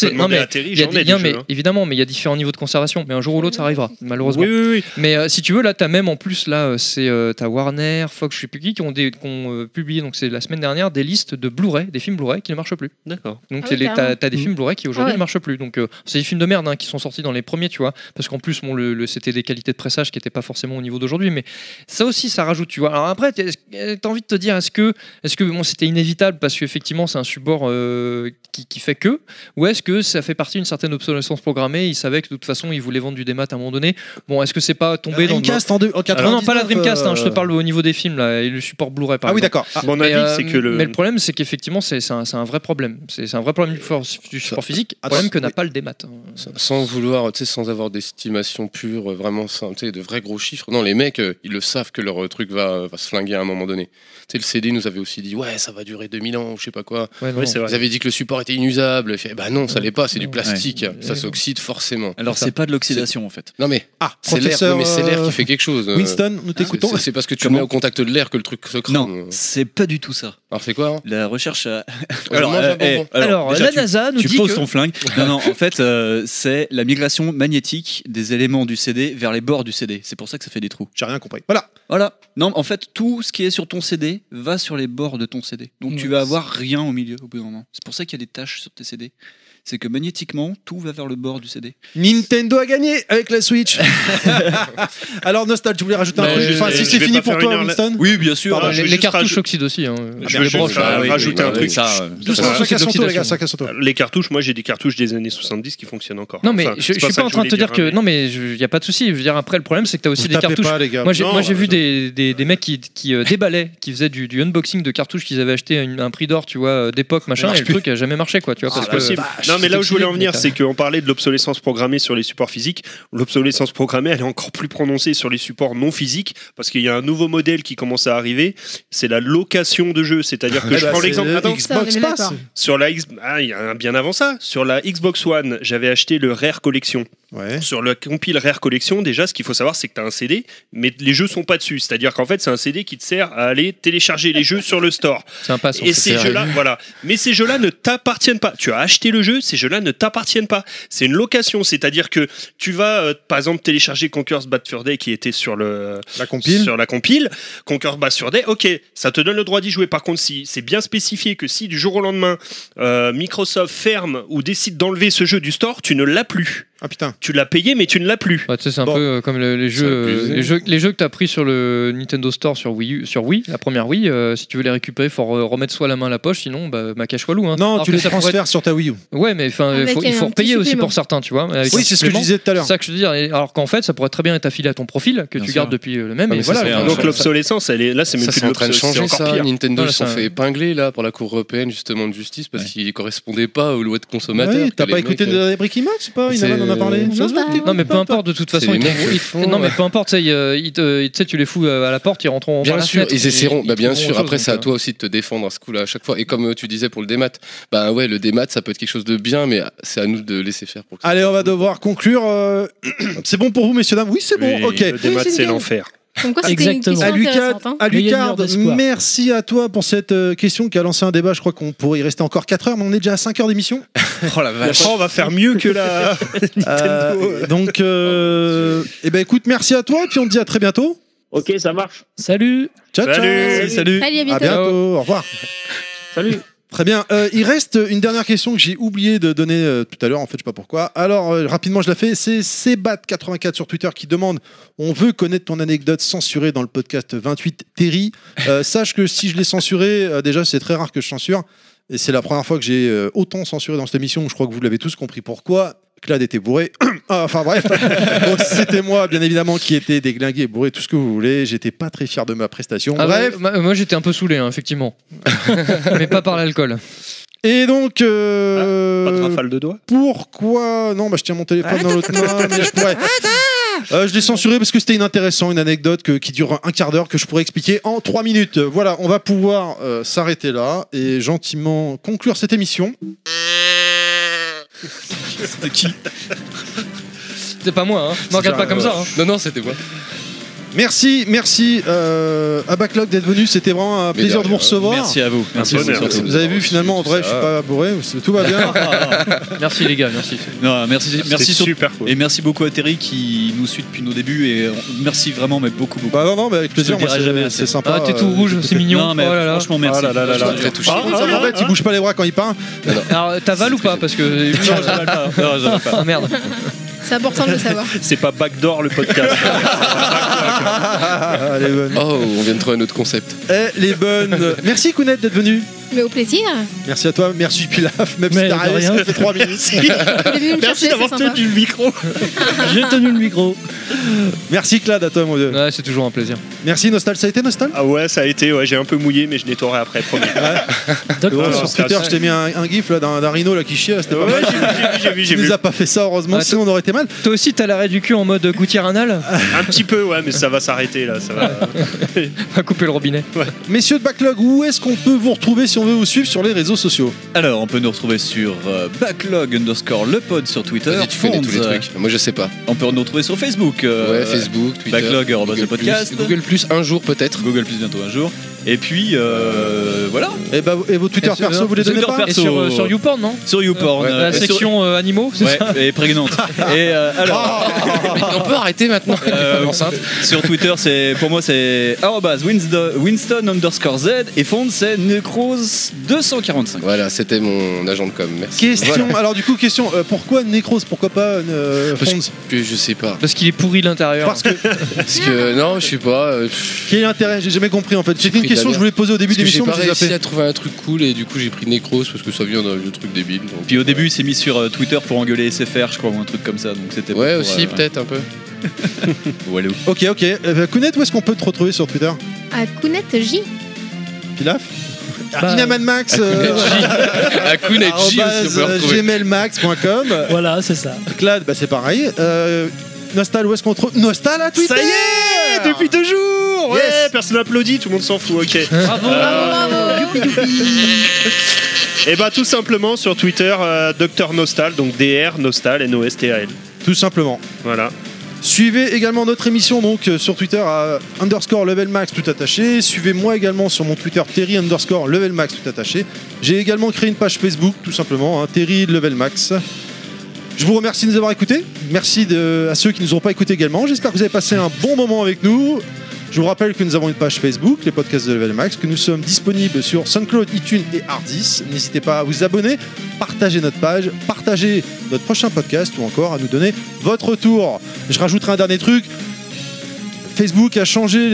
S3: évidemment, mais il y a différents niveaux de conservation. Mais un jour ou l'autre, ça arrivera, malheureusement.
S9: Oui.
S3: Mais si tu veux, là, t'as même en plus, là, t'as Warner, Fox, je sais plus qui ont publié, donc c'est la semaine dernière, des listes de Blu-ray, des films Blu-ray qui ne marchent plus.
S9: D'accord.
S3: Donc t'as des films Blu-ray qui aujourd'hui ne marchent plus. Donc c'est des films de merde qui sont sortis dans les premiers, tu vois. Parce qu'en plus, c'était des qualités de pressage qui n'étaient pas forcément au niveau d'aujourd'hui. Mais ça aussi, ça rajoute, tu vois. Alors après, t'as envie de te dire, est-ce que c'était inévitable parce qu'effectivement, c'est un support qui fait que, ou est-ce que ça fait partie d'une certaine obsolescence programmée? Ils savaient que de toute façon ils voulaient vendre du démat à un moment donné. Bon, est-ce que c'est pas tombé dans
S1: Dreamcast en 99,
S3: non, pas la Dreamcast, je te parle au niveau des films là, et le support Blu-ray par exemple.
S1: Oui, d'accord.
S9: Mon avis, c'est que
S3: mais le problème, c'est qu'effectivement, c'est un vrai problème. C'est un vrai problème du support physique, problème que n'a pas le démat.
S6: Sans vouloir, sans avoir d'estimation pure, vraiment, de vrais gros chiffres. Non, les mecs, ils le savent que leur truc va se flinguer à un moment donné. Le CD nous avait aussi dit, ouais, ça va durer 2000 ans, ou je sais pas quoi.
S3: Ouais,
S6: ils avaient dit que le support était inusable. Bah non, ça l'est pas, c'est du plastique. Ça s'oxyde forcément.
S5: Alors c'est pas de l'oxydation en fait.
S6: Non mais c'est l'air qui fait quelque chose.
S1: Winston, nous t'écoutons.
S6: C'est parce que tu le mets au contact de l'air que le truc se crame.
S5: Non, c'est pas du tout ça.
S6: Alors c'est quoi
S5: La recherche.
S3: Alors la NASA nous dit
S5: tu poses ton flingue. Non, en fait, c'est la migration magnétique des éléments du CD vers les bords du CD. C'est pour ça que ça fait des trous.
S1: J'ai rien compris.
S5: Voilà. Non, en fait, tout ce qui est sur ton CD va sur les bords de ton CD. Donc tu vas avoir rien au milieu au bout d'un moment. C'est pour ça qu'il y a des taches sur tes CD. C'est que magnétiquement, tout va vers le bord du CD.
S1: Nintendo a gagné avec la Switch. Alors Nostal, tu voulais rajouter un truc? Enfin, si c'est fini pour toi, Winston.
S5: Oui, bien sûr.
S3: Pardon, les cartouches s'oxydent aussi.
S9: Je vais rajouter un truc.
S1: Chacun son tour.
S9: Les cartouches, moi j'ai des cartouches des années 70 qui fonctionnent encore.
S3: Non, mais je suis pas en train de te dire que. Non, mais il n'y a pas de souci. Je veux dire, après, le problème, c'est que tu as aussi des cartouches. Moi, j'ai vu des mecs qui déballaient, qui faisaient du unboxing de cartouches qu'ils avaient acheté à un prix d'or, tu vois, d'époque, machin, et le truc a jamais marché, quoi. Tu vois, parce que.
S9: Non, mais là où je voulais en venir, c'est qu'on parlait de l'obsolescence programmée sur les supports physiques. L'obsolescence programmée, elle est encore plus prononcée sur les supports non physiques, parce qu'il y a un nouveau modèle qui commence à arriver, c'est la location de jeux. C'est-à-dire que je prends l'exemple.
S1: Xbox Pass.
S9: Sur la il y a bien avant ça. Sur la Xbox One, j'avais acheté le Rare Collection.
S1: Ouais.
S9: Sur le compile Rare Collection, déjà, ce qu'il faut savoir, c'est que tu as un CD, mais les jeux sont pas dessus. C'est-à-dire qu'en fait, c'est un CD qui te sert à aller télécharger les jeux sur le store.
S3: C'est un pass.
S9: Et ces jeux-là, voilà. Mais ces jeux-là ne t'appartiennent pas. Tu as acheté le jeu, ces jeux-là ne t'appartiennent pas. C'est une location. C'est-à-dire que tu vas, par exemple, télécharger Conker's Bad Fur Day qui était sur la compile. Conker's Bad Fur Day, ok, ça te donne le droit d'y jouer. Par contre, si c'est bien spécifié que si du jour au lendemain, Microsoft ferme ou décide d'enlever ce jeu du store, tu ne l'as plus.
S1: Ah putain.
S9: Tu l'as payé, mais tu ne l'as plus.
S3: Ouais, c'est un peu comme les jeux que tu as pris sur le Nintendo Store sur Wii, la première Wii. Si tu veux les récupérer, il faut remettre soit la main à la poche, sinon ma cache walou. Hein.
S1: Non, tu les transfères sur ta Wii U.
S3: Ouais, mais il faut repayer aussi pour certains, tu vois.
S1: Oui, c'est ce que je disais tout à l'heure.
S3: C'est ça que je veux dire. Alors qu'en fait, ça pourrait très bien être affilié à ton profil que tu gardes depuis le même. Et voilà.
S9: Donc l'obsolescence, là, c'est même plus
S6: en train de changer.
S9: C'est encore pire.
S6: Nintendo s'en fait épingler là pour la Cour européenne justement de justice parce qu'il correspondait pas aux lois de consommateurs.
S1: T'as pas écouté de Bricky Max, pas Inaman en a parlé.
S3: Non, mais peu importe, de toute façon. Non, mais peu importe, tu les fous à la porte, ils rentreront.
S6: Bien sûr, ils essaieront. Bien sûr, après, c'est à toi aussi de te défendre à ce coup-là à chaque fois. Et comme tu disais pour le démat, le démat, ça peut être quelque chose de bien, mais c'est à nous de laisser faire.
S1: Allez, on va devoir conclure. C'est bon pour vous, messieurs, dames? Oui, c'est bon, ok.
S9: Le démat, c'est l'enfer.
S2: Comme quoi, c'était une question intéressante.
S1: Alucard, merci à toi pour cette question qui a lancé un débat. Je crois qu'on pourrait y rester encore 4 heures, mais on est déjà à 5 heures d'émission.
S9: Oh la vache. Après, on va faire mieux que la Nintendo.
S1: Donc, écoute, merci à toi, et puis on te dit à très bientôt.
S10: Ok, ça marche.
S8: Salut.
S1: Ciao, salut.
S2: Allez,
S1: à bientôt. Au revoir.
S10: Salut.
S1: Très bien. Il reste une dernière question que j'ai oublié de donner tout à l'heure. En fait, je sais pas pourquoi. Alors, rapidement, je la fais. C'est Cbat84 sur Twitter qui demande: on veut connaître ton anecdote censurée dans le podcast 28 Terry. Sache que si je l'ai censurée, déjà, c'est très rare que je censure. Et c'est la première fois que j'ai autant censuré dans cette émission. Je crois que vous l'avez tous compris pourquoi. Claude était bourré. Enfin bref. Donc, c'était moi, bien évidemment, qui était déglingué, bourré, tout ce que vous voulez. J'étais pas très fier de ma prestation. Bref.
S3: Moi, j'étais un peu saoulé, effectivement. Mais pas par l'alcool.
S1: Et donc.
S9: Pas de rafale de doigts.
S1: Pourquoi? Non, je tiens mon téléphone dans l'autre main, mais je pourrais. Je l'ai censuré parce que c'était inintéressant, une anecdote qui dure un quart d'heure que je pourrais expliquer en 3 minutes. Voilà, on va pouvoir s'arrêter là et gentiment conclure cette émission.
S5: C'était qui?
S3: C'était pas moi, hein. Ne regarde pas comme ça. Hein.
S6: Non, c'était moi.
S1: Merci à Backlog d'être venu, c'était vraiment un plaisir de vous recevoir.
S5: Merci à vous. Merci
S1: vous avez vu finalement en vrai, je suis pas bourré, tout va bien.
S3: Merci les gars, merci.
S5: Non, merci
S9: super cool.
S5: Et merci beaucoup à Terry qui nous suit depuis nos débuts et merci vraiment mais beaucoup.
S1: Bah non avec plaisir, moi, c'est sympa.
S3: Ah t'es tout rouge, c'est mignon.
S5: Non mais franchement merci.
S6: Très touché.
S1: En fait, il bouge pas les bras quand il peint.
S3: Alors t'avales ou pas parce que
S5: Non, j'avale pas.
S3: Ah merde.
S2: C'est important de le savoir.
S9: C'est pas Backdoor le podcast.
S1: Elle est bonne.
S6: Oh, on vient de trouver un autre concept.
S1: Elle est bonne. Merci Kounet d'être venu.
S2: Mais au plaisir.
S1: Merci à toi, merci Pilaf, même
S8: Mais
S1: si t'as
S8: de
S1: réussi,
S8: rien.
S1: ça fait 3 minutes.
S2: Merci d'avoir tenu
S9: le micro.
S8: J'ai tenu le micro.
S1: Merci Clad, à toi mon dieu.
S3: Ouais, c'est toujours un plaisir.
S1: Merci Nostal, ça a été Nostal.
S9: Ah ouais, ça a été, j'ai un peu mouillé, mais je nettoierai après, promis.
S1: Sur Twitter, je t'ai mis un gif là, d'un rhino là, qui chie, là, c'était pas mal.
S9: J'ai
S1: Tu
S9: vu.
S1: nous as pas fait ça, heureusement, sinon on aurait été mal.
S3: Toi aussi t'as l'arrêt du cul en mode gouttière anal.
S9: Un petit peu, ouais, mais ça va s'arrêter là. Ça va.
S3: Va couper le robinet.
S1: Messieurs de Backlog, où est-ce qu'on peut vous retrouver si on veut vous suivre sur les réseaux sociaux?
S5: Alors on peut nous retrouver sur backlog_lepod sur Twitter.
S6: Vas-y, tu connais tous les
S5: Fonds,
S6: trucs. Moi, je sais pas.
S5: On peut nous retrouver sur Facebook.
S6: Ouais, Facebook, Twitter.
S5: Backlog,
S6: Google
S5: le podcast.
S6: Google Plus, un jour peut-être.
S5: Google Plus bientôt un jour. Et puis voilà.
S1: Et vos Twitter
S3: Et sur-
S1: perso, vous les donnez
S5: Twitter
S1: pas?
S3: Et sur YouPorn, non?
S5: Sur YouPorn.
S3: La section animaux, c'est
S5: Ouais,
S3: ça?
S5: et prégnante. Et alors,
S6: On peut arrêter maintenant. Les femmes enceintes.
S5: sur Twitter, pour moi, c'est @Winston_Z et Fond, c'est Necrose245.
S6: Voilà, c'était mon agent de com. Merci.
S1: Question,
S6: Voilà.
S1: alors du coup, question, pourquoi Necrose? Pourquoi pas Fonds?
S6: Je sais pas.
S3: Parce qu'il est pourri l'intérieur.
S1: Parce que,
S6: Parce que non, je sais pas.
S1: quel est l'intérêt? J'ai jamais compris en fait. C'était une
S6: pris
S1: question
S6: de
S1: que
S6: la
S1: je voulais poser au début de
S6: Parce que j'ai
S1: l'émission,
S6: pas
S1: mais j'ai
S6: réussi
S1: zappé.
S6: à trouver un truc cool et du coup j'ai pris Necros parce que ça vient d'un vieux truc débile. Donc,
S5: Puis au début, il s'est mis sur Twitter pour engueuler SFR, je crois, ou un truc comme ça. Donc c'était
S6: ouais,
S5: pour,
S6: aussi peut-être un peu.
S5: Walou.
S1: Ok. Kounet, où est-ce qu'on peut te retrouver sur Twitter?
S2: À Kounet J.
S1: Pilaf?
S8: Bah,
S1: Inaman Max,
S6: À Kounet J aussi, on peut le retrouver.
S1: gmailmax.com.
S8: Voilà, c'est ça.
S1: Clad, c'est pareil. Nostal, où est-ce qu'on te retrouve? Nostal à Twitter.
S9: Ça y est, depuis 2 jours. Ouais,
S1: Yes.
S9: personne applaudit, tout le monde s'en fout. Ok.
S3: Bravo.
S9: Et bah tout simplement sur Twitter, Dr Nostal, donc DR Nostal Nostal.
S1: Tout simplement.
S9: Voilà.
S1: Suivez également notre émission donc sur Twitter à _levelmax tout attaché. Suivez-moi également sur mon Twitter Terry _levelmax tout attaché. J'ai également créé une page Facebook tout simplement, Terry Levelmax. Je vous remercie de nous avoir écoutés. Merci à ceux qui ne nous ont pas écoutés également. J'espère que vous avez passé un bon moment avec nous. Je vous rappelle que nous avons une page Facebook, les podcasts de Level Max, que nous sommes disponibles sur SoundCloud, iTunes et Hardis. N'hésitez pas à vous abonner, partager notre page, partager notre prochain podcast ou encore à nous donner votre retour. Je rajouterai un dernier truc. Facebook a changé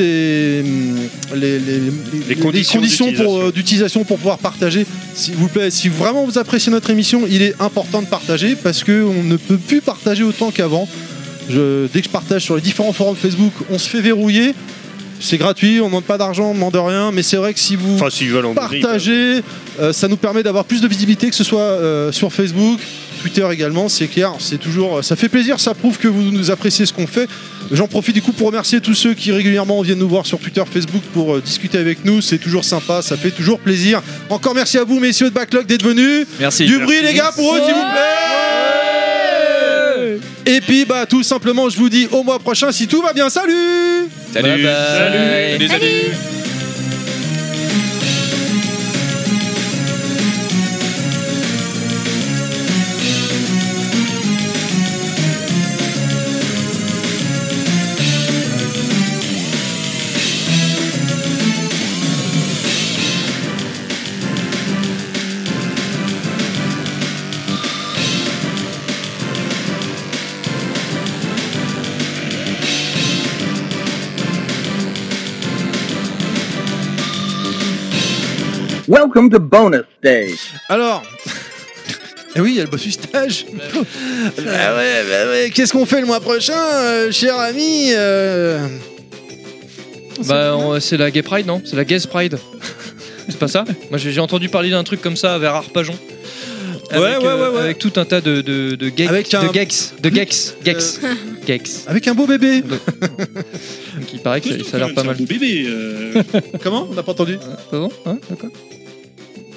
S1: les conditions d'utilisation pour pouvoir partager. S'il vous plaît, si vraiment vous appréciez notre émission, il est important de partager parce qu'on ne peut plus partager autant qu'avant. Dès que je partage sur les différents forums Facebook, on se fait verrouiller. C'est gratuit, on ne demande pas d'argent, on ne demande rien, mais c'est vrai que si vous partagez, ça nous permet d'avoir plus de visibilité, que ce soit sur Facebook, Twitter également, c'est clair, c'est toujours, ça fait plaisir, ça prouve que vous nous appréciez ce qu'on fait. J'en profite du coup pour remercier tous ceux qui régulièrement viennent nous voir sur Twitter, Facebook pour discuter avec nous, c'est toujours sympa, ça fait toujours plaisir. Encore merci à vous messieurs de Backlog d'être venus.
S5: Merci.
S1: Du bruit les gars pour eux s'il vous plaît. Et puis tout simplement je vous dis au mois prochain si tout va bien. Salut.
S5: Salut.
S3: Bye bye.
S2: Salut.
S11: Welcome to bonus day.
S1: Alors, eh oui, il y a le boss du stage. Bah ouais. Qu'est-ce qu'on fait le mois prochain, cher ami
S3: C'est la Gay Pride, non? C'est la Gaze Pride. C'est pas ça? Moi j'ai entendu parler d'un truc comme ça vers Arpajon.
S1: Ouais.
S3: Avec tout un tas de gags.
S1: Avec un-
S3: De gags.
S1: Avec un beau bébé.
S3: Donc il paraît que ça a l'air pas mal.
S1: Comment? On n'a pas entendu.
S3: Pas bon? Hein? D'accord.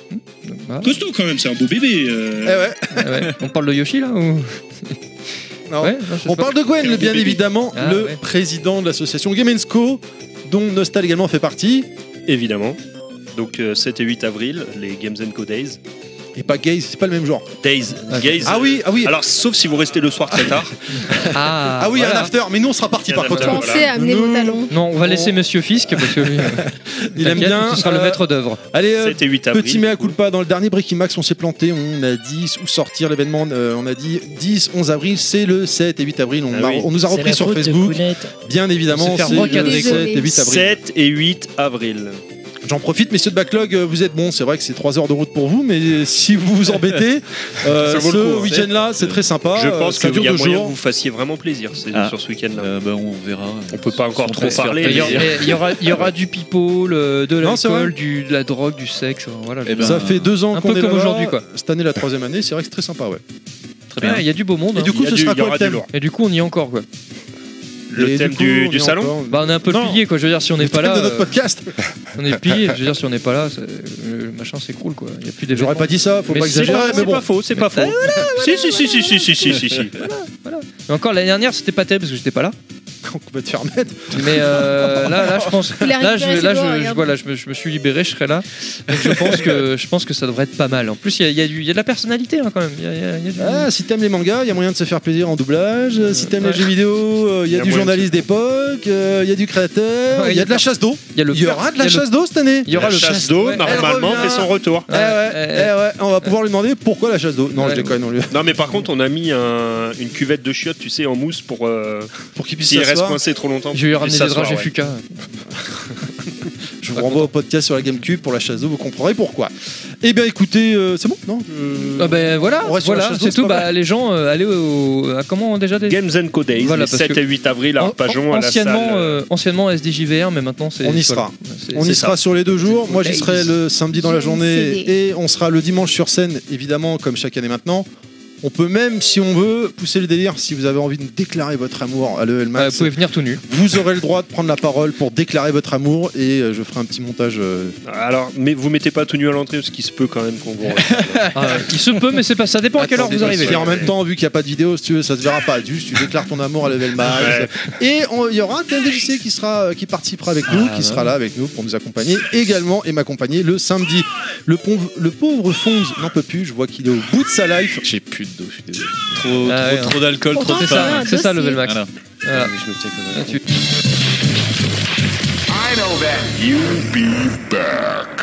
S12: Costaud quand même, c'est un beau bébé.
S1: Eh ouais.
S3: Ah ouais. On parle de Yoshi là ou...
S1: Non.
S3: Ouais, non,
S1: On parle de Gwen, bien évidemment,
S3: Ah,
S1: le
S3: ouais.
S1: président de l'association Game & Co, dont Nostal également fait partie.
S9: Évidemment. Donc 7 et 8 avril, les Games & Co Days.
S1: Et pas Gaze, c'est pas le même genre.
S9: Days. Gaze.
S1: Ah oui.
S9: Alors, sauf si vous restez le soir très tard.
S1: Ah oui,
S3: voilà.
S1: un after, mais nous on sera partis
S9: Il y a
S1: par
S9: un
S1: contre.
S9: after.
S2: Pensez à amener vos talons.
S3: Non, on va laisser Monsieur Fisk parce que lui,
S1: Il aime
S3: t'inquiète,
S1: bien.
S3: Ce sera le maître d'œuvre.
S1: Allez,
S9: 7 et 8 avril.
S1: petit mea culpa, dans le dernier Breaking Max on s'est planté, on a dit où sortir l'événement, on a dit 10, 11 avril, c'est le 7 et 8 avril,
S9: Ah oui.
S1: on nous a
S8: C'est
S1: repris
S8: la
S1: sur
S8: faute de
S1: Facebook,
S8: Coulette.
S1: bien évidemment,
S3: On s'est fait
S1: c'est le
S3: recadrer,
S1: 7
S2: quoi.
S1: et 8 avril.
S9: 7 et 8 avril.
S1: J'en profite, messieurs de Backlog, vous êtes bons, c'est vrai que c'est 3 heures de route pour vous, mais si vous vous embêtez,
S9: Ça vaut
S1: ce
S9: le coup, hein.
S1: week-end-là c'est très sympa,
S9: Je pense
S1: ça
S9: qu'il
S1: dure
S9: y a
S1: 2
S9: moyen que
S1: jours.
S9: vous fassiez vraiment plaisir sur ce week-end-là.
S5: On verra.
S9: On peut pas encore
S5: On
S9: trop
S5: peut se faire
S9: parler.
S5: plaisir.
S9: mais-
S3: Il y aura du people, de
S1: Non, c'est
S3: l'alcool,
S1: vrai.
S3: de la drogue, du sexe. Voilà.
S5: Eh ben,
S1: Ça fait 2 ans
S3: un
S1: qu'on
S3: peu
S1: est
S3: comme
S1: là-bas.
S3: aujourd'hui, quoi.
S1: Cette année, la 3e année, c'est vrai que c'est très sympa, ouais.
S5: Très bien.
S3: Il y a du beau monde.
S1: Et
S3: hein.
S1: du coup,
S9: Il y a
S1: ce
S9: du-
S1: sera
S9: il y
S1: quoi
S9: aura
S1: le thème
S9: du lourd.
S3: Et du coup, on y est encore quoi.
S9: Le
S1: Et
S9: thème
S1: coup, on
S9: du
S1: est
S9: salon
S1: encore-
S3: Bah, on est un peu
S1: Non.
S3: plié quoi. Je veux dire, si on n'est
S1: Le
S3: pas
S1: thème
S3: là,
S1: de notre podcast.
S3: on est plié. Je veux dire, si on n'est pas là, le machin c'est cool quoi. Il y a plus d'événements.
S1: J'aurais pas dit ça, faut
S3: Mais
S1: pas
S3: c'est
S1: exagérer,
S3: pas-
S1: mais
S9: C'est
S1: bon.
S9: pas faux, c'est pas faux. Si.
S3: Mais encore l'année dernière, c'était pas terrible parce que j'étais pas là.
S1: On va te faire mettre.
S3: Mais là, je pense.
S2: Il a
S3: Là,
S2: récupéré ses doigts, regarde.
S3: voilà, je me suis libéré, je serai là. Donc je pense que ça devrait être pas mal. En plus, il y a de la personnalité hein, quand même. Il y a du-
S1: Ah, si t'aimes les mangas, il y a moyen de se faire plaisir en doublage. Si t'aimes les jeux vidéo, il y a du
S9: moyen
S1: journaliste d'époque, il y a du créateur,
S3: Ouais,
S1: il y a de la chasse d'eau.
S3: il y a le
S1: Il y aura de la
S3: il y a le-
S1: chasse d'eau cette année.
S3: Il y aura
S9: La
S3: le
S9: chasse d'eau,
S3: ouais.
S9: normalement,
S1: Elle revient.
S9: fait son retour.
S1: Ouais, on va pouvoir lui demander pourquoi la chasse d'eau. Non,
S3: Ouais.
S1: je déconne, on lui...
S9: Non, mais par contre, on a mis une cuvette de chiottes, tu sais, en mousse pour
S1: pour qu'il puisse
S9: s'il reste
S1: s'asseoir.
S9: coincé trop longtemps.
S3: Je vais lui ramener des
S9: s'asseoir,
S3: dragées
S9: ouais.
S3: Fuka.
S1: Je vous renvoie au podcast sur la GameCube pour la chasse d'eau, vous comprendrez pourquoi. Eh bien écoutez, c'est bon, non
S3: Ah ben voilà,
S1: On reste sur la
S3: voilà,
S1: chasse d'eau,
S3: c'est tout.
S1: pas mal.
S3: Bah, les gens, allez à comment déjà des...
S9: Games & Co Days,
S3: Voilà,
S9: les
S3: parce
S9: 7
S3: que-
S9: et 8 avril à Arpajon, à la salle.
S3: anciennement SDJVR, mais maintenant c'est.
S1: On y
S3: voilà.
S1: sera.
S3: C'est-
S1: On y
S3: c'est
S1: sera sur les 2 jours. Moi, j'y
S3: Days.
S1: serai le samedi dans la
S2: J'ai
S1: journée
S2: une CD.
S1: et on sera le dimanche sur scène, évidemment, comme chaque année maintenant. On peut même, si on veut, pousser le délire. Si vous avez envie de déclarer votre amour à l'EL
S3: Vous
S1: Max,
S3: pouvez venir tout nu.
S1: vous aurez le droit de prendre la parole pour déclarer votre amour et je ferai un petit montage.
S9: Alors, mais vous mettez pas tout nu à l'entrée parce qu'il se peut quand même qu'on vous
S3: Il se peut, mais c'est pas. Ça dépend à quelle heure vous arrivez.
S1: Et en même temps, vu qu'il n'y a pas de vidéo, si tu veux, ça se verra pas. Juste, tu déclares ton amour à Level Max.
S9: Ouais.
S1: Et il y aura un TMDJC qui participera avec nous, qui sera là avec nous pour nous accompagner également et m'accompagner le samedi. Le pauvre Fonz n'en peut plus. Je vois qu'il est au bout de sa life.
S6: J'ai plus de dos, je suis désolé.
S5: Trop d'alcool, trop
S2: Pourtant,
S5: de
S3: C'est
S2: ça
S3: ça,
S2: va, un
S3: c'est ça le
S2: dossier.
S3: level max.
S5: Voilà.
S3: Voilà.
S6: Je me tiens comme
S3: Ah, tu-
S12: I know that. You be back.